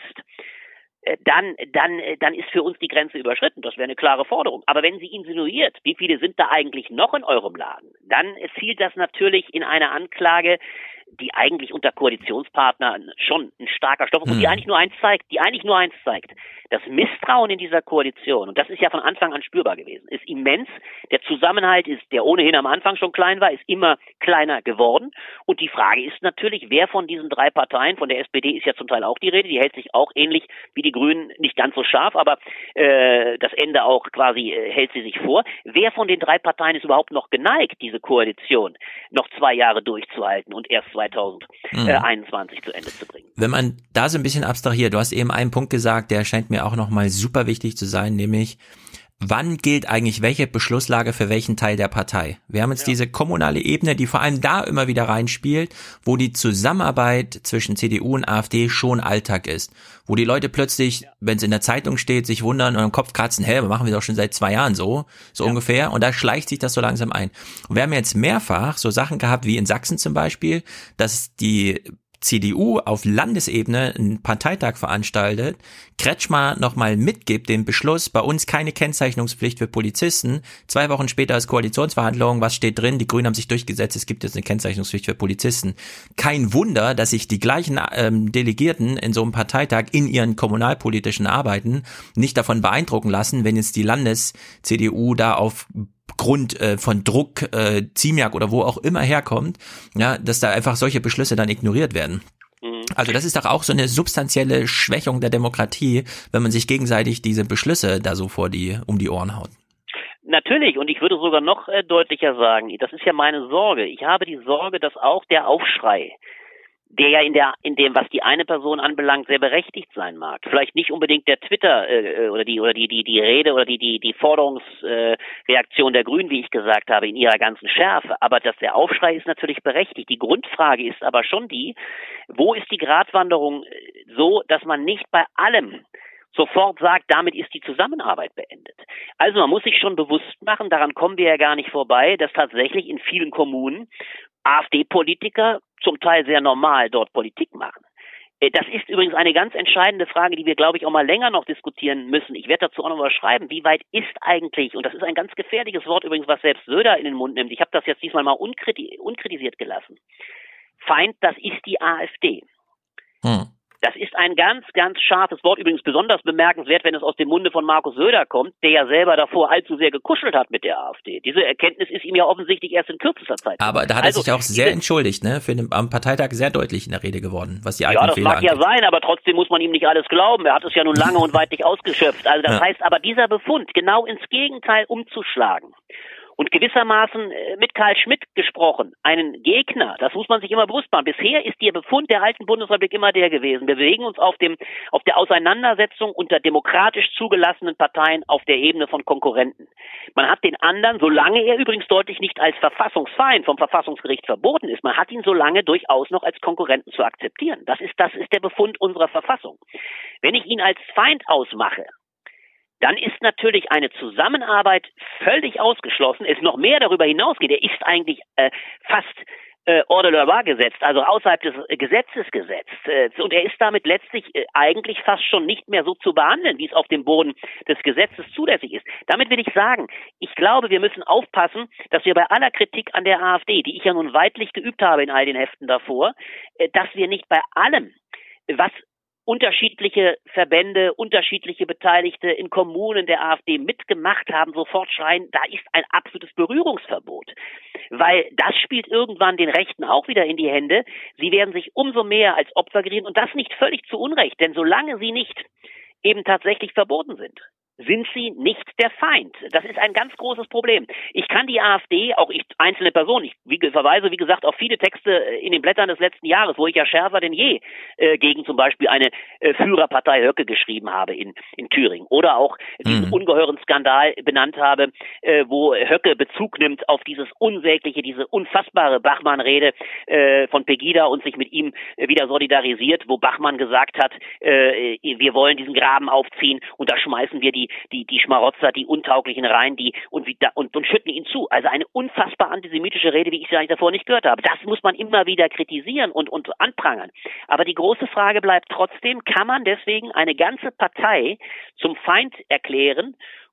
dann, dann, dann ist für uns die Grenze überschritten. Das wäre eine klare Forderung. Aber wenn sie insinuiert, wie viele sind da eigentlich noch in eurem Laden, dann zielt das natürlich in eine Anklage die eigentlich unter Koalitionspartnern schon ein starker Stoff ist und die eigentlich nur eins zeigt, die eigentlich nur eins zeigt. Das Misstrauen in dieser Koalition, und das ist ja von Anfang an spürbar gewesen, ist immens. Der Zusammenhalt ist, der ohnehin am Anfang schon klein war, ist immer kleiner geworden. Und die Frage ist natürlich, wer von diesen drei Parteien, von der S P D ist ja zum Teil auch die Rede, die hält sich auch ähnlich wie die Grünen, nicht ganz so scharf, aber äh, das Ende auch quasi äh, hält sie sich vor. Wer von den drei Parteien ist überhaupt noch geneigt, diese Koalition noch zwei Jahre durchzuhalten und erst zweitausendeinundzwanzig mhm. zu Ende zu bringen? Wenn man da so ein bisschen abstrahiert, du hast eben einen Punkt gesagt, der scheint mir auch nochmal super wichtig zu sein, nämlich wann gilt eigentlich welche Beschlusslage für welchen Teil der Partei? Wir haben jetzt ja. diese kommunale Ebene, die vor allem da immer wieder reinspielt, wo die Zusammenarbeit zwischen C D U und AfD schon Alltag ist. Wo die Leute plötzlich, ja. wenn es in der Zeitung steht, sich wundern und am Kopf kratzen, hä, machen wir doch schon seit zwei Jahren so, so ja. ungefähr. Und da schleicht sich das so langsam ein. Und wir haben jetzt mehrfach so Sachen gehabt, wie in Sachsen zum Beispiel, dass die C D U auf Landesebene einen Parteitag veranstaltet, Kretschmer nochmal mitgibt den Beschluss, bei uns keine Kennzeichnungspflicht für Polizisten. Zwei Wochen später ist Koalitionsverhandlungen, was steht drin? Die Grünen haben sich durchgesetzt, es gibt jetzt eine Kennzeichnungspflicht für Polizisten. Kein Wunder, dass sich die gleichen ähm, Delegierten in so einem Parteitag in ihren kommunalpolitischen Arbeiten nicht davon beeindrucken lassen, wenn jetzt die Landes-C D U da auf Grund äh, von Druck, äh, Ziemiak oder wo auch immer herkommt, ja, dass da einfach solche Beschlüsse dann ignoriert werden. Mhm. Also das ist doch auch so eine substanzielle Schwächung der Demokratie, wenn man sich gegenseitig diese Beschlüsse da so vor die um die Ohren haut. Natürlich, und ich würde sogar noch äh, deutlicher sagen, das ist ja meine Sorge. Ich habe die Sorge, dass auch der Aufschrei, der ja in der in dem, was die eine Person anbelangt, sehr berechtigt sein mag. Vielleicht nicht unbedingt der Twitter äh, oder die oder die die die Rede oder die die die Forderungsreaktion äh, der Grünen, wie ich gesagt habe, in ihrer ganzen Schärfe. Aber dass der Aufschrei ist natürlich berechtigt. Die Grundfrage ist aber schon die: Wo ist die Gratwanderung so, dass man nicht bei allem sofort sagt, damit ist die Zusammenarbeit beendet? Also man muss sich schon bewusst machen, daran kommen wir ja gar nicht vorbei, dass tatsächlich in vielen Kommunen AfD-Politiker zum Teil sehr normal dort Politik machen. Das ist übrigens eine ganz entscheidende Frage, die wir, glaube ich, auch mal länger noch diskutieren müssen. Ich werde dazu auch noch mal schreiben, wie weit ist eigentlich, und das ist ein ganz gefährliches Wort übrigens, was selbst Söder in den Mund nimmt, ich habe das jetzt diesmal mal unkriti- unkritisiert gelassen. Feind, das ist die AfD. Hm. Das ist ein ganz, ganz scharfes Wort, übrigens besonders bemerkenswert, wenn es aus dem Munde von Markus Söder kommt, der ja selber davor allzu sehr gekuschelt hat mit der AfD. Diese Erkenntnis ist ihm ja offensichtlich erst in kürzester Zeit. Aber da hat also, er sich auch sehr diese, entschuldigt, ne? Für den, am Parteitag sehr deutlich in der Rede geworden, was die alten Fehler angeht. Ja, das mag ja sein, aber trotzdem muss man ihm nicht alles glauben. Er hat es ja nun lange und weitlich ausgeschöpft. Also das ja. heißt aber, dieser Befund genau ins Gegenteil umzuschlagen und gewissermaßen mit Karl Schmitt gesprochen, einen Gegner, das muss man sich immer bewusst machen. Bisher ist der Befund der alten Bundesrepublik immer der gewesen. Wir bewegen uns auf dem, auf der Auseinandersetzung unter demokratisch zugelassenen Parteien auf der Ebene von Konkurrenten. Man hat den anderen, solange er übrigens deutlich nicht als Verfassungsfeind vom Verfassungsgericht verboten ist, man hat ihn solange durchaus noch als Konkurrenten zu akzeptieren. Das ist, das ist der Befund unserer Verfassung. Wenn ich ihn als Feind ausmache, dann ist natürlich eine Zusammenarbeit völlig ausgeschlossen, es noch mehr darüber hinausgeht. Er ist eigentlich äh, fast äh, hors de la loi gesetzt, also außerhalb des äh, Gesetzes gesetzt. Äh, und er ist damit letztlich äh, eigentlich fast schon nicht mehr so zu behandeln, wie es auf dem Boden des Gesetzes zulässig ist. Damit will ich sagen, ich glaube, wir müssen aufpassen, dass wir bei aller Kritik an der AfD, die ich ja nun weidlich geübt habe in all den Heften davor, äh, dass wir nicht bei allem, was unterschiedliche Verbände, unterschiedliche Beteiligte in Kommunen der AfD mitgemacht haben, sofort schreien, da ist ein absolutes Berührungsverbot. Weil das spielt irgendwann den Rechten auch wieder in die Hände. Sie werden sich umso mehr als Opfer gerieren und das nicht völlig zu Unrecht, denn solange sie nicht eben tatsächlich verboten sind, sind sie nicht der Feind. Das ist ein ganz großes Problem. Ich kann die AfD, auch ich einzelne Personen, ich wie, verweise wie gesagt auf viele Texte in den Blättern des letzten Jahres, wo ich ja schärfer denn je äh, gegen zum Beispiel eine äh, Führerpartei Höcke geschrieben habe in, in Thüringen oder auch diesen mhm. ungeheuren Skandal benannt habe, äh, wo Höcke Bezug nimmt auf dieses unsägliche, diese unfassbare Bachmann-Rede äh, von Pegida und sich mit ihm äh, wieder solidarisiert, wo Bachmann gesagt hat, äh, wir wollen diesen Graben aufziehen und da schmeißen wir die die die Schmarotzer, die Untauglichen rein, die und, wie da, und und schütten ihn zu. Also eine unfassbar antisemitische Rede, wie ich sie eigentlich davor nicht gehört habe. Das muss man immer wieder kritisieren und und anprangern. Aber die große Frage bleibt trotzdem, kann man deswegen eine ganze Partei zum Feind erklären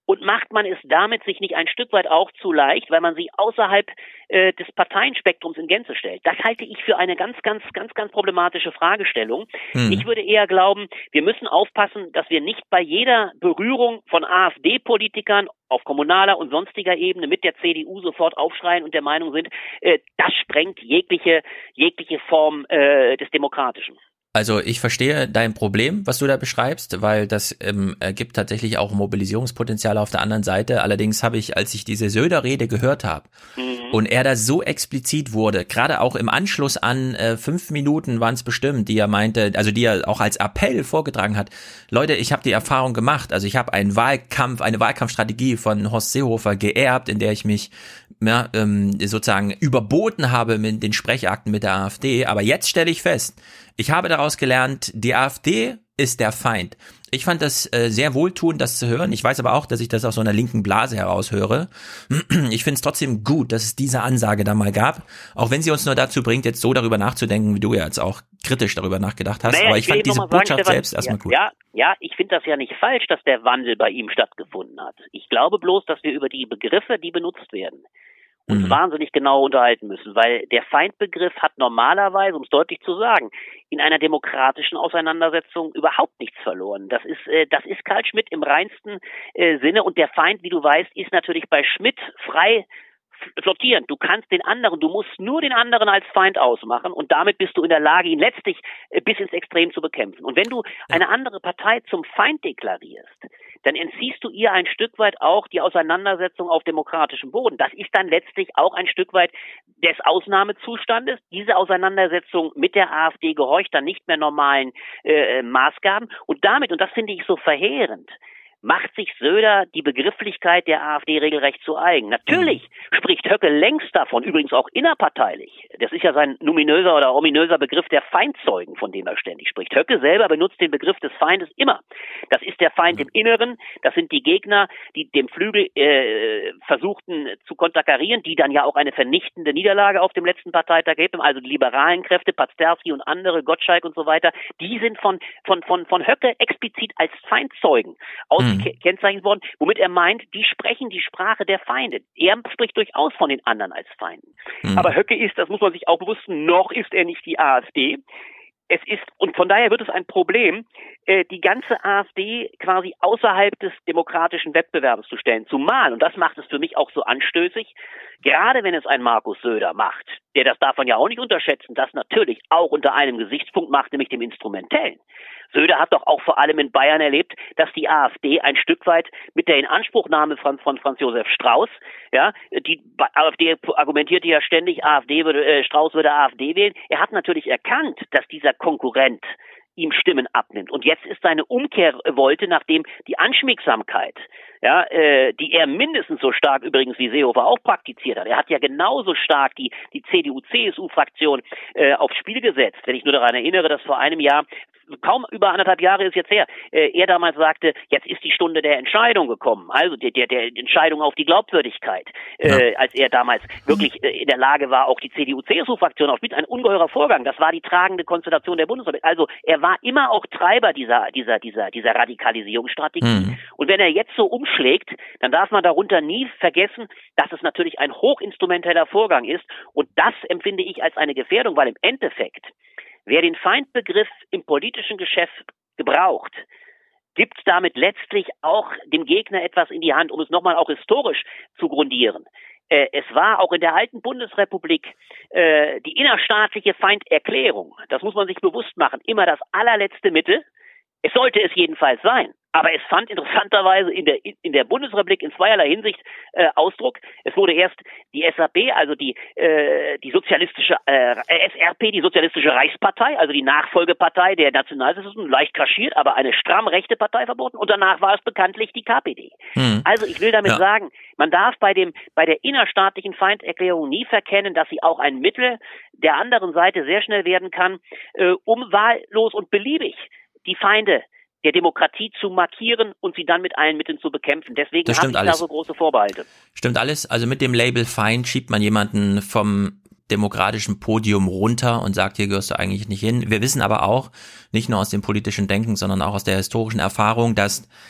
Und macht man es damit sich nicht ein Stück weit auch zu leicht, weil man sie außerhalb äh, des Parteienspektrums in Gänze stellt? Das halte ich für eine ganz, ganz, ganz, ganz problematische Fragestellung. Hm. Ich würde eher glauben, wir müssen aufpassen, dass wir nicht bei jeder Berührung von AfD-Politikern auf kommunaler und sonstiger Ebene mit der C D U sofort aufschreien und der Meinung sind, äh, das sprengt jegliche, jegliche Form äh, des Demokratischen. Also ich verstehe dein Problem, was du da beschreibst, weil das ähm, ergibt tatsächlich auch Mobilisierungspotenzial auf der anderen Seite. Allerdings habe ich, als ich diese Söder-Rede gehört habe mhm. und er da so explizit wurde, gerade auch im Anschluss an äh, fünf Minuten waren es bestimmt, die er meinte, also die er auch als Appell vorgetragen hat, Leute, ich habe die Erfahrung gemacht, also ich habe einen Wahlkampf, eine Wahlkampfstrategie von Horst Seehofer geerbt, in der ich mich ja, ähm, sozusagen überboten habe mit den Sprechakten mit der AfD, aber jetzt stelle ich fest, ich habe daraus gelernt, die AfD ist der Feind. Ich fand das äh, sehr wohltuend, das zu hören. Ich weiß aber auch, dass ich das aus so einer linken Blase heraus höre. Ich finde es trotzdem gut, dass es diese Ansage da mal gab, auch wenn sie uns nur dazu bringt, jetzt so darüber nachzudenken, wie du ja jetzt auch kritisch darüber nachgedacht hast. Naja, aber ich, ich fand diese Botschaft sagen, Stefan, selbst erstmal ja, gut. Ja, ja, ich finde das ja nicht falsch, dass der Wandel bei ihm stattgefunden hat. Ich glaube bloß, dass wir über die Begriffe, die benutzt werden, uns mhm. wahnsinnig genau unterhalten müssen, weil der Feindbegriff hat normalerweise, um es deutlich zu sagen, in einer demokratischen Auseinandersetzung überhaupt nichts verloren. Das ist, äh, das ist Karl Schmitt im reinsten äh, Sinne und der Feind, wie du weißt, ist natürlich bei Schmitt frei flottieren. Du kannst den anderen, du musst nur den anderen als Feind ausmachen und damit bist du in der Lage, ihn letztlich äh, bis ins Extrem zu bekämpfen. Und wenn du eine andere Partei zum Feind deklarierst, dann entziehst du ihr ein Stück weit auch die Auseinandersetzung auf demokratischem Boden. Das ist dann letztlich auch ein Stück weit des Ausnahmezustandes. Diese Auseinandersetzung mit der AfD gehorcht dann nicht mehr normalen äh, Maßgaben. Und damit, und das finde ich so verheerend, macht sich Söder die Begrifflichkeit der AfD regelrecht zu eigen. Natürlich mhm. spricht Höcke längst davon, übrigens auch innerparteilich. Das ist ja sein numinöser oder ominöser Begriff der Feindzeugen, von dem er ständig spricht. Höcke selber benutzt den Begriff des Feindes immer. Das ist der Feind mhm. im Inneren, das sind die Gegner, die dem Flügel äh, versuchten zu konterkarieren, die dann ja auch eine vernichtende Niederlage auf dem letzten Parteitag gegeben, also die liberalen Kräfte, Pazderski und andere, Gottschalk und so weiter, die sind von von von von Höcke explizit als Feindzeugen aus mhm. kennzeichnet worden, womit er meint, die sprechen die Sprache der Feinde. Er spricht durchaus von den anderen als Feinden. Mhm. Aber Höcke ist, das muss man sich auch bewusst, noch ist er nicht die AfD. Es ist, und von daher wird es ein Problem, äh, die ganze AfD quasi außerhalb des demokratischen Wettbewerbs zu stellen. Zumal, und das macht es für mich auch so anstößig, gerade wenn es ein Markus Söder macht, der, das darf man ja auch nicht unterschätzen, das natürlich auch unter einem Gesichtspunkt macht, nämlich dem Instrumentellen. Söder hat doch auch vor allem in Bayern erlebt, dass die AfD ein Stück weit mit der Inanspruchnahme von, von Franz Josef Strauß, ja, die AfD argumentierte ja ständig, AfD würde, äh, Strauß würde AfD wählen. Er hat natürlich erkannt, dass dieser Konkurrent ihm Stimmen abnimmt. Und jetzt ist seine Umkehrwolte, nachdem die Anschmiegsamkeit, ja, äh, die er mindestens so stark übrigens wie Seehofer auch praktiziert hat. Er hat ja genauso stark die die C D U-C S U-Fraktion äh, aufs Spiel gesetzt. Wenn ich nur daran erinnere, dass vor einem Jahr, kaum über anderthalb Jahre ist jetzt her, äh, er damals sagte, jetzt ist die Stunde der Entscheidung gekommen, also der der, der Entscheidung auf die Glaubwürdigkeit, äh, ja. als er damals wirklich äh, in der Lage war, auch die C D U-C S U-Fraktion aufs Spiel, ein ungeheurer Vorgang. Das war die tragende Konstellation der Bundesrepublik. Also er war immer auch Treiber dieser dieser dieser dieser Radikalisierungsstrategie. Mhm. Und wenn er jetzt so umschlägt, dann darf man darunter nie vergessen, dass es natürlich ein hochinstrumenteller Vorgang ist. Und das empfinde ich als eine Gefährdung, weil im Endeffekt, wer den Feindbegriff im politischen Geschäft gebraucht, gibt damit letztlich auch dem Gegner etwas in die Hand, um es nochmal auch historisch zu grundieren. Äh, es war auch in der alten Bundesrepublik äh, die innerstaatliche Feinderklärung, das muss man sich bewusst machen, immer das allerletzte Mittel. Es sollte es jedenfalls sein. Aber es fand interessanterweise in der in der Bundesrepublik in zweierlei Hinsicht äh, Ausdruck. Es wurde erst die S A P, also die äh, die sozialistische äh, S R P, die sozialistische Reichspartei, also die Nachfolgepartei der Nationalsozialisten, leicht kaschiert, aber eine stramm rechte Partei verboten. Und danach war es bekanntlich die K P D. Hm. Also ich will damit ja. sagen, man darf bei dem bei der innerstaatlichen Feinderklärung nie verkennen, dass sie auch ein Mittel der anderen Seite sehr schnell werden kann, äh, um wahllos und beliebig die Feinde der Demokratie zu markieren und sie dann mit allen Mitteln zu bekämpfen. Deswegen habe ich alles. da so große Vorbehalte. Stimmt alles. Also mit dem Label Feind schiebt man jemanden vom demokratischen Podium runter und sagt, hier gehörst du eigentlich nicht hin. Wir wissen aber auch, nicht nur aus dem politischen Denken, sondern auch aus der historischen Erfahrung, dass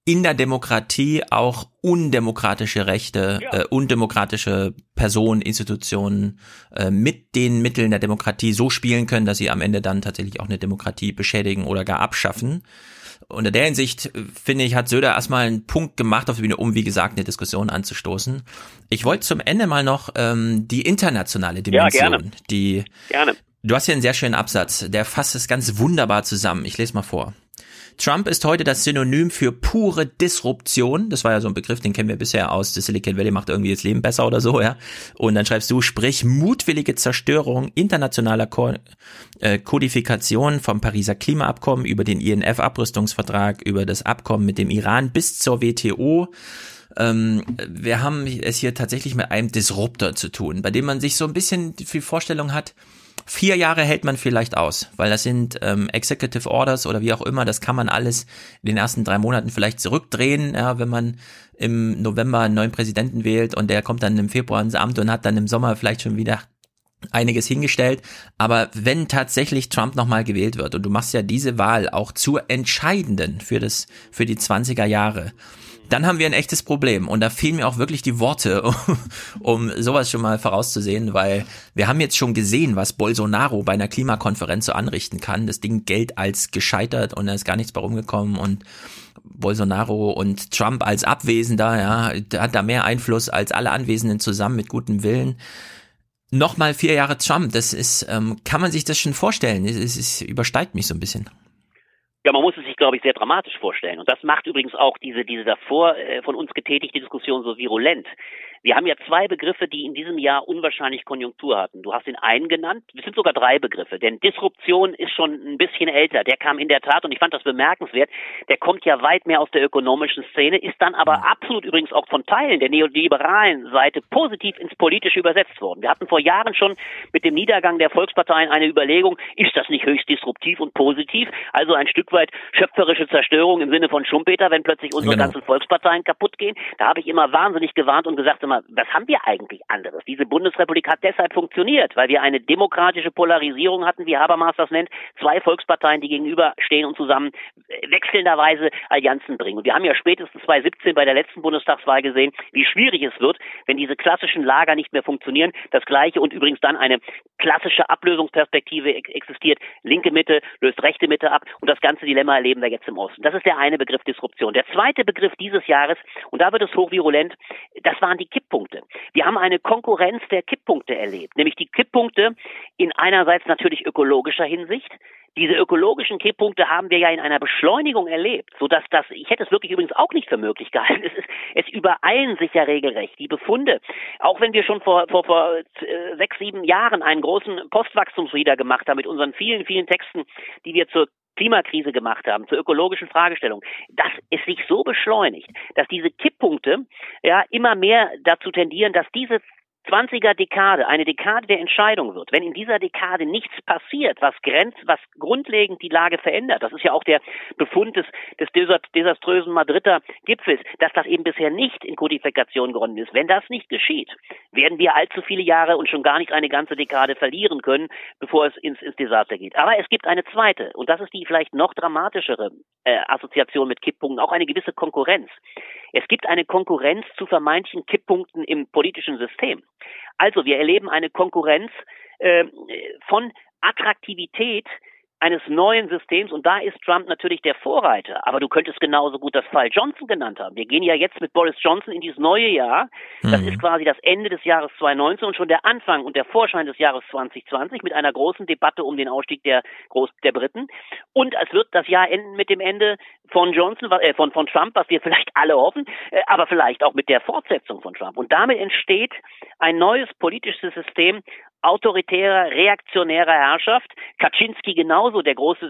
in der Demokratie auch undemokratische Rechte, ja. äh, undemokratische Personen, Institutionen äh, mit den Mitteln der Demokratie so spielen können, dass sie am Ende dann tatsächlich auch eine Demokratie beschädigen oder gar abschaffen. Unter der Hinsicht, finde ich, hat Söder erstmal einen Punkt gemacht auf die Bühne, um, wie gesagt, eine Diskussion anzustoßen. Ich wollte zum Ende mal noch ähm, die internationale Dimension, ja, gerne. die gerne. Du hast hier einen sehr schönen Absatz, der fasst es ganz wunderbar zusammen. Ich lese mal vor. Trump ist heute das Synonym für pure Disruption. Das war ja so ein Begriff, den kennen wir bisher aus. Das Silicon Valley macht irgendwie das Leben besser oder so, ja. Und dann schreibst du, sprich mutwillige Zerstörung internationaler Ko- äh, Kodifikation vom Pariser Klimaabkommen über den I N F-Abrüstungsvertrag, über das Abkommen mit dem Iran bis zur W T O. Ähm, wir haben es hier tatsächlich mit einem Disruptor zu tun, bei dem man sich so ein bisschen viel Vorstellung hat, vier Jahre hält man vielleicht aus, weil das sind ähm, Executive Orders oder wie auch immer, das kann man alles in den ersten drei Monaten vielleicht zurückdrehen, ja, wenn man im November einen neuen Präsidenten wählt und der kommt dann im Februar ins Amt und hat dann im Sommer vielleicht schon wieder einiges hingestellt. Aber wenn tatsächlich Trump nochmal gewählt wird und du machst ja diese Wahl auch zur entscheidenden für das für die zwanziger Jahre, dann haben wir ein echtes Problem. Und da fehlen mir auch wirklich die Worte, um, um sowas schon mal vorauszusehen, weil wir haben jetzt schon gesehen, was Bolsonaro bei einer Klimakonferenz so anrichten kann. Das Ding gilt als gescheitert und da ist gar nichts bei rumgekommen und Bolsonaro und Trump als Abwesender, ja, der hat da mehr Einfluss als alle Anwesenden zusammen mit gutem Willen. Nochmal vier Jahre Trump, das ist, ähm, kann man sich das schon vorstellen? Es, es, es übersteigt mich so ein bisschen. Ja, man muss es sich, glaube ich, sehr dramatisch vorstellen. Und das macht übrigens auch diese, diese davor äh, von uns getätigte Diskussion so virulent. Wir haben ja zwei Begriffe, die in diesem Jahr unwahrscheinlich Konjunktur hatten. Du hast den einen genannt, es sind sogar drei Begriffe, denn Disruption ist schon ein bisschen älter. Der kam in der Tat, und ich fand das bemerkenswert, der kommt ja weit mehr aus der ökonomischen Szene, ist dann aber absolut übrigens auch von Teilen der neoliberalen Seite positiv ins Politische übersetzt worden. Wir hatten vor Jahren schon mit dem Niedergang der Volksparteien eine Überlegung, ist das nicht höchst disruptiv und positiv? Also ein Stück weit schöpferische Zerstörung im Sinne von Schumpeter, wenn plötzlich unsere genau. ganzen Volksparteien kaputt gehen. Da habe ich immer wahnsinnig gewarnt und gesagt, immer, was haben wir eigentlich anderes? Diese Bundesrepublik hat deshalb funktioniert, weil wir eine demokratische Polarisierung hatten, wie Habermas das nennt, zwei Volksparteien, die gegenüberstehen und zusammen wechselnderweise Allianzen bringen. Und wir haben ja spätestens zweitausendsiebzehn bei der letzten Bundestagswahl gesehen, wie schwierig es wird, wenn diese klassischen Lager nicht mehr funktionieren. Das Gleiche und übrigens dann eine klassische Ablösungsperspektive existiert. Linke Mitte löst rechte Mitte ab und das ganze Dilemma erleben wir jetzt im Osten. Das ist der eine Begriff Disruption. Der zweite Begriff dieses Jahres, und da wird es hochvirulent, das waren die Kipppunkte. Wir haben eine Konkurrenz der Kipppunkte erlebt, nämlich die Kipppunkte in einerseits natürlich ökologischer Hinsicht. Diese ökologischen Kipppunkte haben wir ja in einer Beschleunigung erlebt, sodass das, ich hätte es wirklich übrigens auch nicht für möglich gehalten, es, ist, es übereilen sich ja regelrecht die Befunde. Auch wenn wir schon vor, vor, vor sechs, sieben Jahren einen großen Postwachstumsreader gemacht haben mit unseren vielen, vielen Texten, die wir zur Klimakrise gemacht haben, zur ökologischen Fragestellung, dass es sich so beschleunigt, dass diese Kipppunkte ja immer mehr dazu tendieren, dass diese zwanziger Dekade eine Dekade der Entscheidung wird. Wenn in dieser Dekade nichts passiert, was grenzt, was grundlegend die Lage verändert, das ist ja auch der Befund des, des desaströsen Madrider Gipfels, dass das eben bisher nicht in Kodifikation geronnen ist. Wenn das nicht geschieht, werden wir allzu viele Jahre und schon gar nicht eine ganze Dekade verlieren können, bevor es ins, ins Desaster geht. Aber es gibt eine zweite, und das ist die vielleicht noch dramatischere äh, Assoziation mit Kipppunkten, auch eine gewisse Konkurrenz. Es gibt eine Konkurrenz zu vermeintlichen Kipppunkten im politischen System. Also wir erleben eine Konkurrenz äh, von Attraktivität eines neuen Systems und da ist Trump natürlich der Vorreiter. Aber du könntest genauso gut das Fall Johnson genannt haben. Wir gehen ja jetzt mit Boris Johnson in dieses neue Jahr. Das mhm. ist quasi das Ende des Jahres zweitausendneunzehn und schon der Anfang und der Vorschein des Jahres zwanzig zwanzig mit einer großen Debatte um den Ausstieg der, Groß- der Briten. Und es wird das Jahr enden mit dem Ende von Johnson, äh, von, von Trump, was wir vielleicht alle hoffen, äh, aber vielleicht auch mit der Fortsetzung von Trump. Und damit entsteht ein neues politisches System autoritärer, reaktionärer Herrschaft. Kaczynski genauso, der große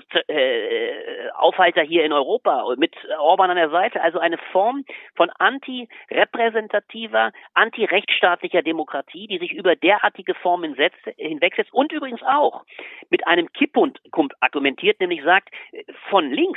äh, Aufhalter hier in Europa mit Orban an der Seite. Also eine Form von antirepräsentativer, antirechtsstaatlicher Demokratie, die sich über derartige Formen setzt, hinwegsetzt und übrigens auch mit einem Kipppunkt argumentiert, nämlich sagt, von links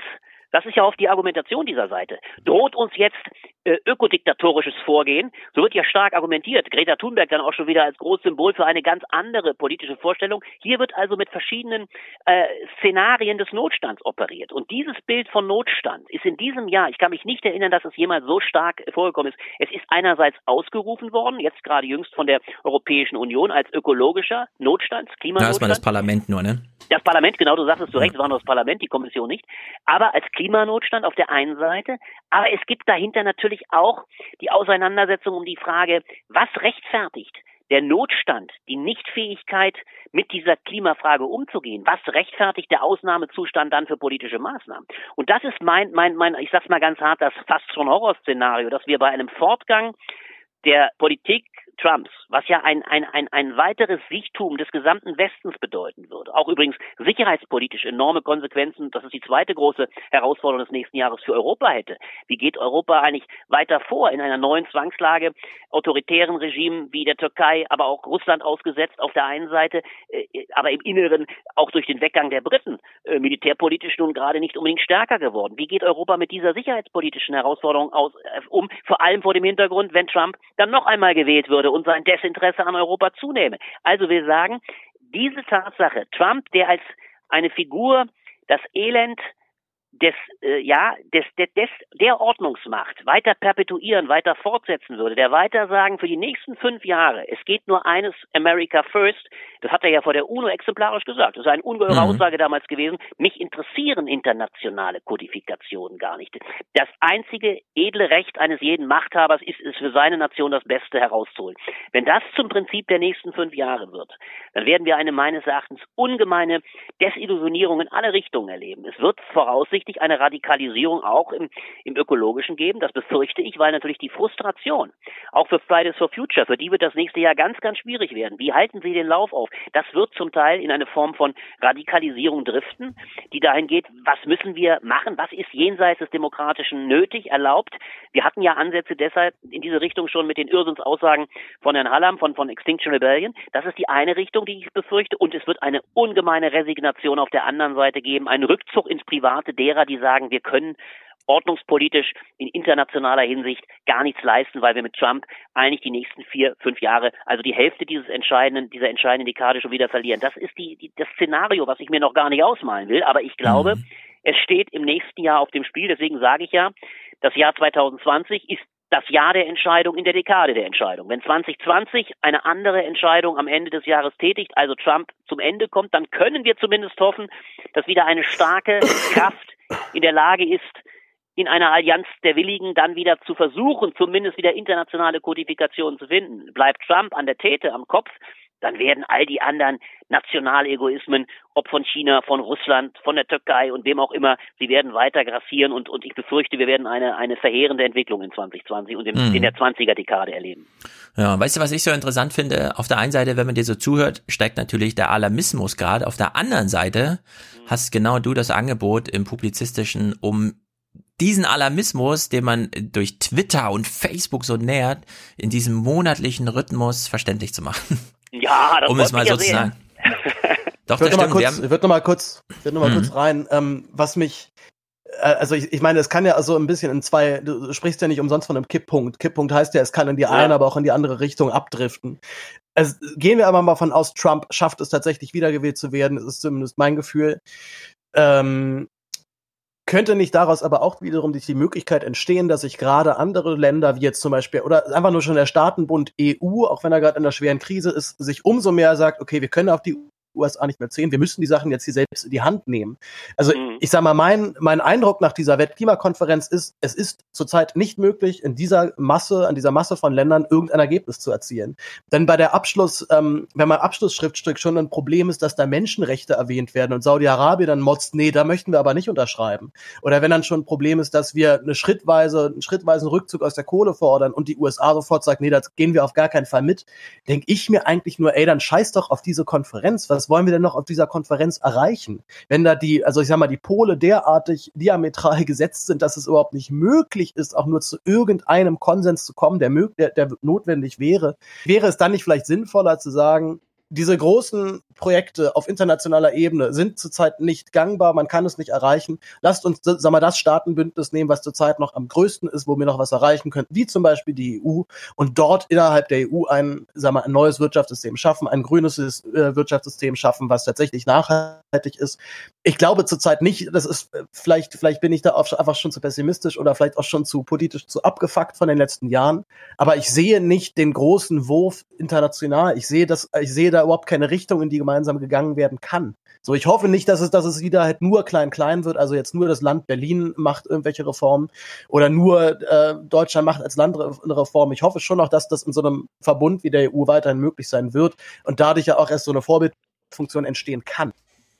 das ist ja oft die Argumentation dieser Seite, droht uns jetzt äh, ökodiktatorisches Vorgehen, so wird ja stark argumentiert, Greta Thunberg dann auch schon wieder als großes Symbol für eine ganz andere politische Vorstellung. Hier wird also mit verschiedenen äh, Szenarien des Notstands operiert. Und dieses Bild von Notstand ist in diesem Jahr, ich kann mich nicht erinnern, dass es jemals so stark vorgekommen ist. Es ist einerseits ausgerufen worden, jetzt gerade jüngst von der Europäischen Union als ökologischer Notstand, Klimanotstand. Ja, das war das Parlament nur, ne? Das Parlament, genau, du sagst es direkt, es war nur das Parlament, die Kommission nicht. Aber als Klimanotstand auf der einen Seite. Aber es gibt dahinter natürlich auch die Auseinandersetzung um die Frage, was rechtfertigt der Notstand, die Nichtfähigkeit, mit dieser Klimafrage umzugehen? Was rechtfertigt der Ausnahmezustand dann für politische Maßnahmen? Und das ist mein, mein, mein, ich sag's mal ganz hart, das fast schon Horrorszenario, dass wir bei einem Fortgang der Politik Trumps, was ja ein, ein, ein, ein weiteres Siechtum des gesamten Westens bedeuten würde, auch übrigens sicherheitspolitisch enorme Konsequenzen, das ist die zweite große Herausforderung des nächsten Jahres für Europa hätte. Wie geht Europa eigentlich weiter vor in einer neuen Zwangslage, autoritären Regimen wie der Türkei, aber auch Russland ausgesetzt auf der einen Seite, äh, aber im Inneren auch durch den Weggang der Briten, äh, militärpolitisch nun gerade nicht unbedingt stärker geworden. Wie geht Europa mit dieser sicherheitspolitischen Herausforderung aus, äh, um, vor allem vor dem Hintergrund, wenn Trump dann noch einmal gewählt würde und sein Desinteresse an Europa zunehme. Also wir sagen, diese Tatsache, Trump, der als eine Figur das Elend des, äh, ja, des, des, des, der Ordnungsmacht weiter perpetuieren, weiter fortsetzen würde, der weiter sagen, für die nächsten fünf Jahre, es geht nur eines, America First, das hat er ja vor der UNO exemplarisch gesagt, das ist eine ungeheure mhm. Aussage damals gewesen, mich interessieren internationale Kodifikationen gar nicht. Das einzige edle Recht eines jeden Machthabers ist es, für seine Nation das Beste herauszuholen. Wenn das zum Prinzip der nächsten fünf Jahre wird, dann werden wir eine meines Erachtens ungemeine Desillusionierung in alle Richtungen erleben. Es wird voraussichtlich eine Radikalisierung auch im, im Ökologischen geben. Das befürchte ich, weil natürlich die Frustration, auch für Fridays for Future, für die wird das nächste Jahr ganz, ganz schwierig werden. Wie halten sie den Lauf auf? Das wird zum Teil in eine Form von Radikalisierung driften, die dahin geht, was müssen wir machen? Was ist jenseits des Demokratischen nötig, erlaubt? Wir hatten ja Ansätze deshalb in diese Richtung schon mit den Irrsinnsaussagen von Herrn Hallam, von, von Extinction Rebellion. Das ist die eine Richtung, die ich befürchte. Und es wird eine ungemeine Resignation auf der anderen Seite geben, einen Rückzug ins Private derer, die sagen, wir können ordnungspolitisch in internationaler Hinsicht gar nichts leisten, weil wir mit Trump eigentlich die nächsten vier, fünf Jahre, also die Hälfte dieses entscheidenden, dieser entscheidenden Dekade schon wieder verlieren. Das ist die, die das Szenario, was ich mir noch gar nicht ausmalen will, aber ich glaube, mhm. es steht im nächsten Jahr auf dem Spiel. Deswegen sage ich ja, das Jahr zwanzig zwanzig ist das Jahr der Entscheidung in der Dekade der Entscheidung. Wenn zwanzig zwanzig eine andere Entscheidung am Ende des Jahres tätigt, also Trump zum Ende kommt, dann können wir zumindest hoffen, dass wieder eine starke Kraft in der Lage ist, in einer Allianz der Willigen dann wieder zu versuchen, zumindest wieder internationale Kodifikationen zu finden. Bleibt Trump an der Tete, am Kopf, dann werden all die anderen Nationalegoismen, ob von China, von Russland, von der Türkei und wem auch immer, sie werden weiter grassieren und, und ich befürchte, wir werden eine, eine verheerende Entwicklung in zwanzig zwanzig und im, mhm. in der zwanziger-Dekade erleben. Ja, weißt du, was ich so interessant finde? Auf der einen Seite, wenn man dir so zuhört, steigt natürlich der Alarmismus gerade. Auf der anderen Seite mhm. hast genau du das Angebot im Publizistischen, um diesen Alarmismus, den man durch Twitter und Facebook so nähert, in diesem monatlichen Rhythmus verständlich zu machen. Ja, das um es mal so zu sagen. Doch, ich würde noch mal kurz, ich würd noch mal kurz, ich würd noch mal mhm. kurz rein, ähm, was mich, äh, also ich, ich meine, es kann ja also ein bisschen in zwei, du sprichst ja nicht umsonst von einem Kipppunkt. Kipppunkt heißt ja, es kann in die ja. eine, aber auch in die andere Richtung abdriften. Also gehen wir aber mal von aus, Trump schafft es tatsächlich wiedergewählt zu werden, das ist zumindest mein Gefühl. Ähm, Könnte nicht daraus aber auch wiederum die Möglichkeit entstehen, dass sich gerade andere Länder, wie jetzt zum Beispiel, oder einfach nur schon der Staatenbund E U, auch wenn er gerade in einer schweren Krise ist, sich umso mehr sagt, okay, wir können auf die U S A nicht mehr zählen, wir müssen die Sachen jetzt hier selbst in die Hand nehmen. Also mhm. ich sag mal, mein, mein Eindruck nach dieser Weltklimakonferenz ist, es ist zurzeit nicht möglich, in dieser Masse, an dieser Masse von Ländern irgendein Ergebnis zu erzielen. Denn bei der Abschluss, ähm, wenn beim Abschlussschriftstück schon ein Problem ist, dass da Menschenrechte erwähnt werden und Saudi-Arabien dann motzt, nee, da möchten wir aber nicht unterschreiben. Oder wenn dann schon ein Problem ist, dass wir eine schrittweise, einen schrittweisen Rückzug aus der Kohle fordern und die U S A sofort sagt, nee, da gehen wir auf gar keinen Fall mit, denke ich mir eigentlich nur, ey, dann scheiß doch auf diese Konferenz, was wollen wir denn noch auf dieser Konferenz erreichen? Wenn da die, also ich sag mal, die Pole derartig diametral gesetzt sind, dass es überhaupt nicht möglich ist, auch nur zu irgendeinem Konsens zu kommen, der, mög- der, der notwendig wäre, wäre es dann nicht vielleicht sinnvoller zu sagen, diese großen Projekte auf internationaler Ebene sind zurzeit nicht gangbar, man kann es nicht erreichen. Lasst uns, sag mal, das Staatenbündnis nehmen, was zurzeit noch am größten ist, wo wir noch was erreichen können, wie zum Beispiel die E U, und dort innerhalb der E U ein, sag mal, ein neues Wirtschaftssystem schaffen, ein grünes äh, Wirtschaftssystem schaffen, was tatsächlich nachhaltig ist. Ich glaube zurzeit nicht, das ist, vielleicht, vielleicht bin ich da einfach schon zu pessimistisch oder vielleicht auch schon zu politisch zu abgefuckt von den letzten Jahren, aber ich sehe nicht den großen Wurf international. Ich sehe das, ich sehe da überhaupt keine Richtung, in die gemeinsam gegangen werden kann. So, ich hoffe nicht, dass es, dass es wieder halt nur klein-klein wird, also jetzt nur das Land Berlin macht irgendwelche Reformen oder nur äh, Deutschland macht als Land eine Reform. Ich hoffe schon noch, dass das in so einem Verbund wie der E U weiterhin möglich sein wird und dadurch ja auch erst so eine Vorbildfunktion entstehen kann.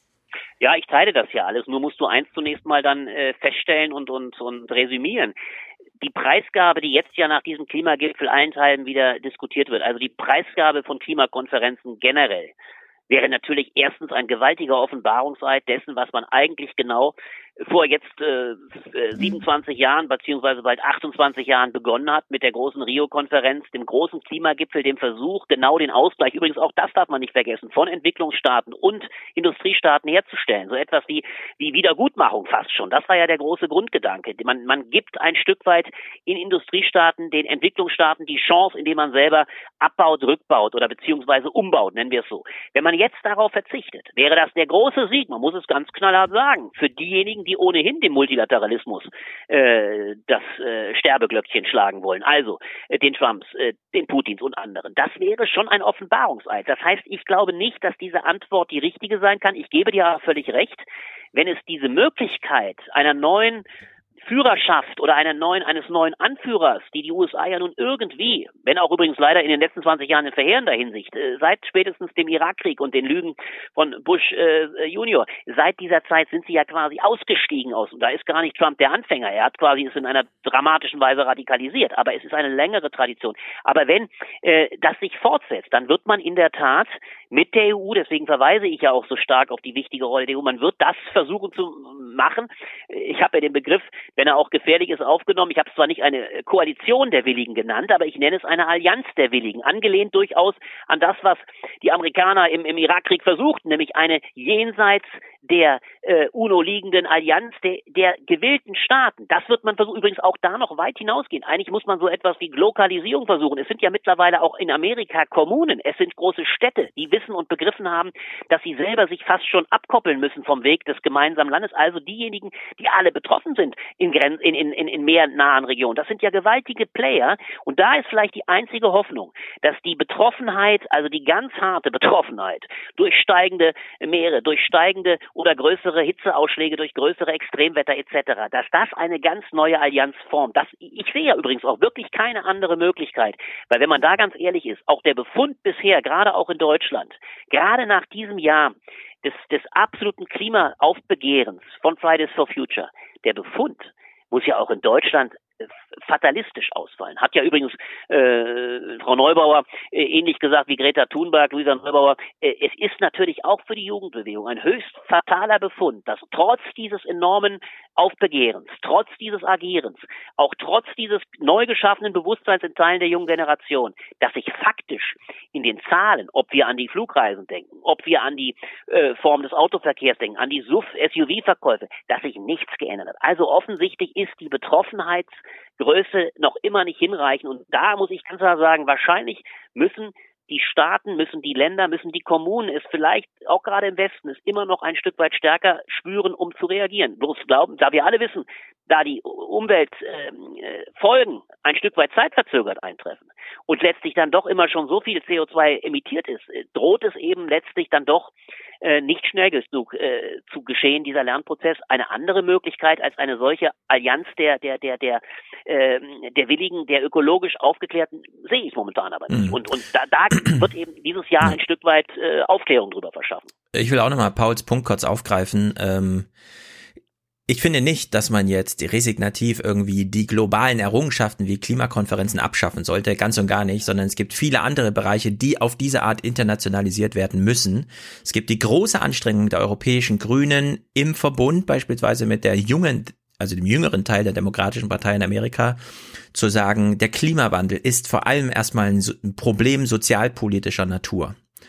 Ja, ich teile das ja alles. Nur musst du eins zunächst mal dann äh, feststellen und, und, und resümieren. Die Preisgabe, die jetzt ja nach diesem Klimagipfel allenthalben wieder diskutiert wird, also die Preisgabe von Klimakonferenzen generell, wäre natürlich erstens ein gewaltiger Offenbarungseid dessen, was man eigentlich genau vor jetzt äh, siebenundzwanzig Jahren beziehungsweise bald achtundzwanzig Jahren begonnen hat mit der großen Rio-Konferenz, dem großen Klimagipfel, dem Versuch, genau den Ausgleich, übrigens auch das darf man nicht vergessen, von Entwicklungsstaaten und Industriestaaten herzustellen. So etwas wie wie Wiedergutmachung fast schon. Das war ja der große Grundgedanke. Man, man gibt ein Stück weit in Industriestaaten, den Entwicklungsstaaten die Chance, indem man selber abbaut, rückbaut oder beziehungsweise umbaut, nennen wir es so. Wenn man jetzt darauf verzichtet, wäre das der große Sieg, man muss es ganz knallhart sagen, für diejenigen, die ohnehin dem Multilateralismus äh, das äh, Sterbeglöckchen schlagen wollen, also äh, den Trumps, äh, den Putins und anderen. Das wäre schon ein Offenbarungseid. Das heißt, ich glaube nicht, dass diese Antwort die richtige sein kann. Ich gebe dir aber völlig recht, wenn es diese Möglichkeit einer neuen Führerschaft oder einer neuen, eines neuen Anführers, die die U S A ja nun irgendwie, wenn auch übrigens leider in den letzten zwanzig Jahren in verheerender Hinsicht, äh, seit spätestens dem Irakkrieg und den Lügen von Bush äh, Junior, seit dieser Zeit sind sie ja quasi ausgestiegen aus, und da ist gar nicht Trump der Anfänger, er hat quasi es in einer dramatischen Weise radikalisiert, aber es ist eine längere Tradition. Aber wenn äh, das sich fortsetzt, dann wird man in der Tat mit der E U, deswegen verweise ich ja auch so stark auf die wichtige Rolle der E U, man wird das versuchen zu machen. Ich habe ja den Begriff, wenn er auch gefährlich ist, aufgenommen. Ich habe es zwar nicht eine Koalition der Willigen genannt, aber ich nenne es eine Allianz der Willigen, angelehnt durchaus an das, was die Amerikaner im, im Irakkrieg versuchten, nämlich eine jenseits der äh, UNO liegenden Allianz der, der gewillten Staaten. Das wird man versuchen, übrigens auch da noch weit hinausgehen. Eigentlich muss man so etwas wie Glokalisierung versuchen. Es sind ja mittlerweile auch in Amerika Kommunen, es sind große Städte, die wissen und begriffen haben, dass sie selber sich fast schon abkoppeln müssen vom Weg des gemeinsamen Landes. Also diejenigen, die alle betroffen sind in, Grenz, in, in, in, in mehr nahen Regionen. Das sind ja gewaltige Player, und da ist vielleicht die einzige Hoffnung, dass die Betroffenheit, also die ganz harte Betroffenheit durch steigende Meere, durch steigende oder größere Hitzeausschläge, durch größere Extremwetter et cetera, dass das eine ganz neue Allianz formt. Das, ich sehe ja übrigens auch wirklich keine andere Möglichkeit, weil wenn man da ganz ehrlich ist, auch der Befund bisher, gerade auch in Deutschland, gerade nach diesem Jahr des, des absoluten Klimaaufbegehrens von Fridays for Future, der Befund muss ja auch in Deutschland fatalistisch ausfallen. Hat ja übrigens äh, Frau Neubauer äh, ähnlich gesagt wie Greta Thunberg, Luisa Neubauer. Äh, es ist natürlich auch für die Jugendbewegung ein höchst fataler Befund, dass trotz dieses enormen Aufbegehrens, trotz dieses Agierens, auch trotz dieses neu geschaffenen Bewusstseins in Teilen der jungen Generation, dass sich faktisch in den Zahlen, ob wir an die Flugreisen denken, ob wir an die äh, Form des Autoverkehrs denken, an die S U V-S U V-Verkäufe, dass sich nichts geändert hat. Also offensichtlich ist die Betroffenheitsgröße noch immer nicht hinreichend. Und da muss ich ganz klar sagen, wahrscheinlich müssen die Staaten, müssen die Länder, müssen die Kommunen es vielleicht, auch gerade im Westen, es immer noch ein Stück weit stärker spüren, um zu reagieren. Bloß glauben, da wir alle wissen, da die Umweltfolgen äh, ein Stück weit zeitverzögert eintreffen und letztlich dann doch immer schon so viel C O zwei emittiert ist, droht es eben letztlich dann doch äh, nicht schnell genug äh, zu geschehen, dieser Lernprozess. Eine andere Möglichkeit als eine solche Allianz der der der der äh, der Willigen, der ökologisch Aufgeklärten sehe ich momentan aber nicht. Mhm. Und und da, da wird eben dieses Jahr ein Stück weit äh, Aufklärung drüber verschaffen. Ich will auch nochmal Pauls Punkt kurz aufgreifen. Ähm Ich finde nicht, dass man jetzt resignativ irgendwie die globalen Errungenschaften wie Klimakonferenzen abschaffen sollte, ganz und gar nicht, sondern es gibt viele andere Bereiche, die auf diese Art internationalisiert werden müssen. Es gibt die große Anstrengung der europäischen Grünen im Verbund beispielsweise mit der jungen, also dem jüngeren Teil der Demokratischen Partei in Amerika, zu sagen, der Klimawandel ist vor allem erstmal ein Problem sozialpolitischer Natur.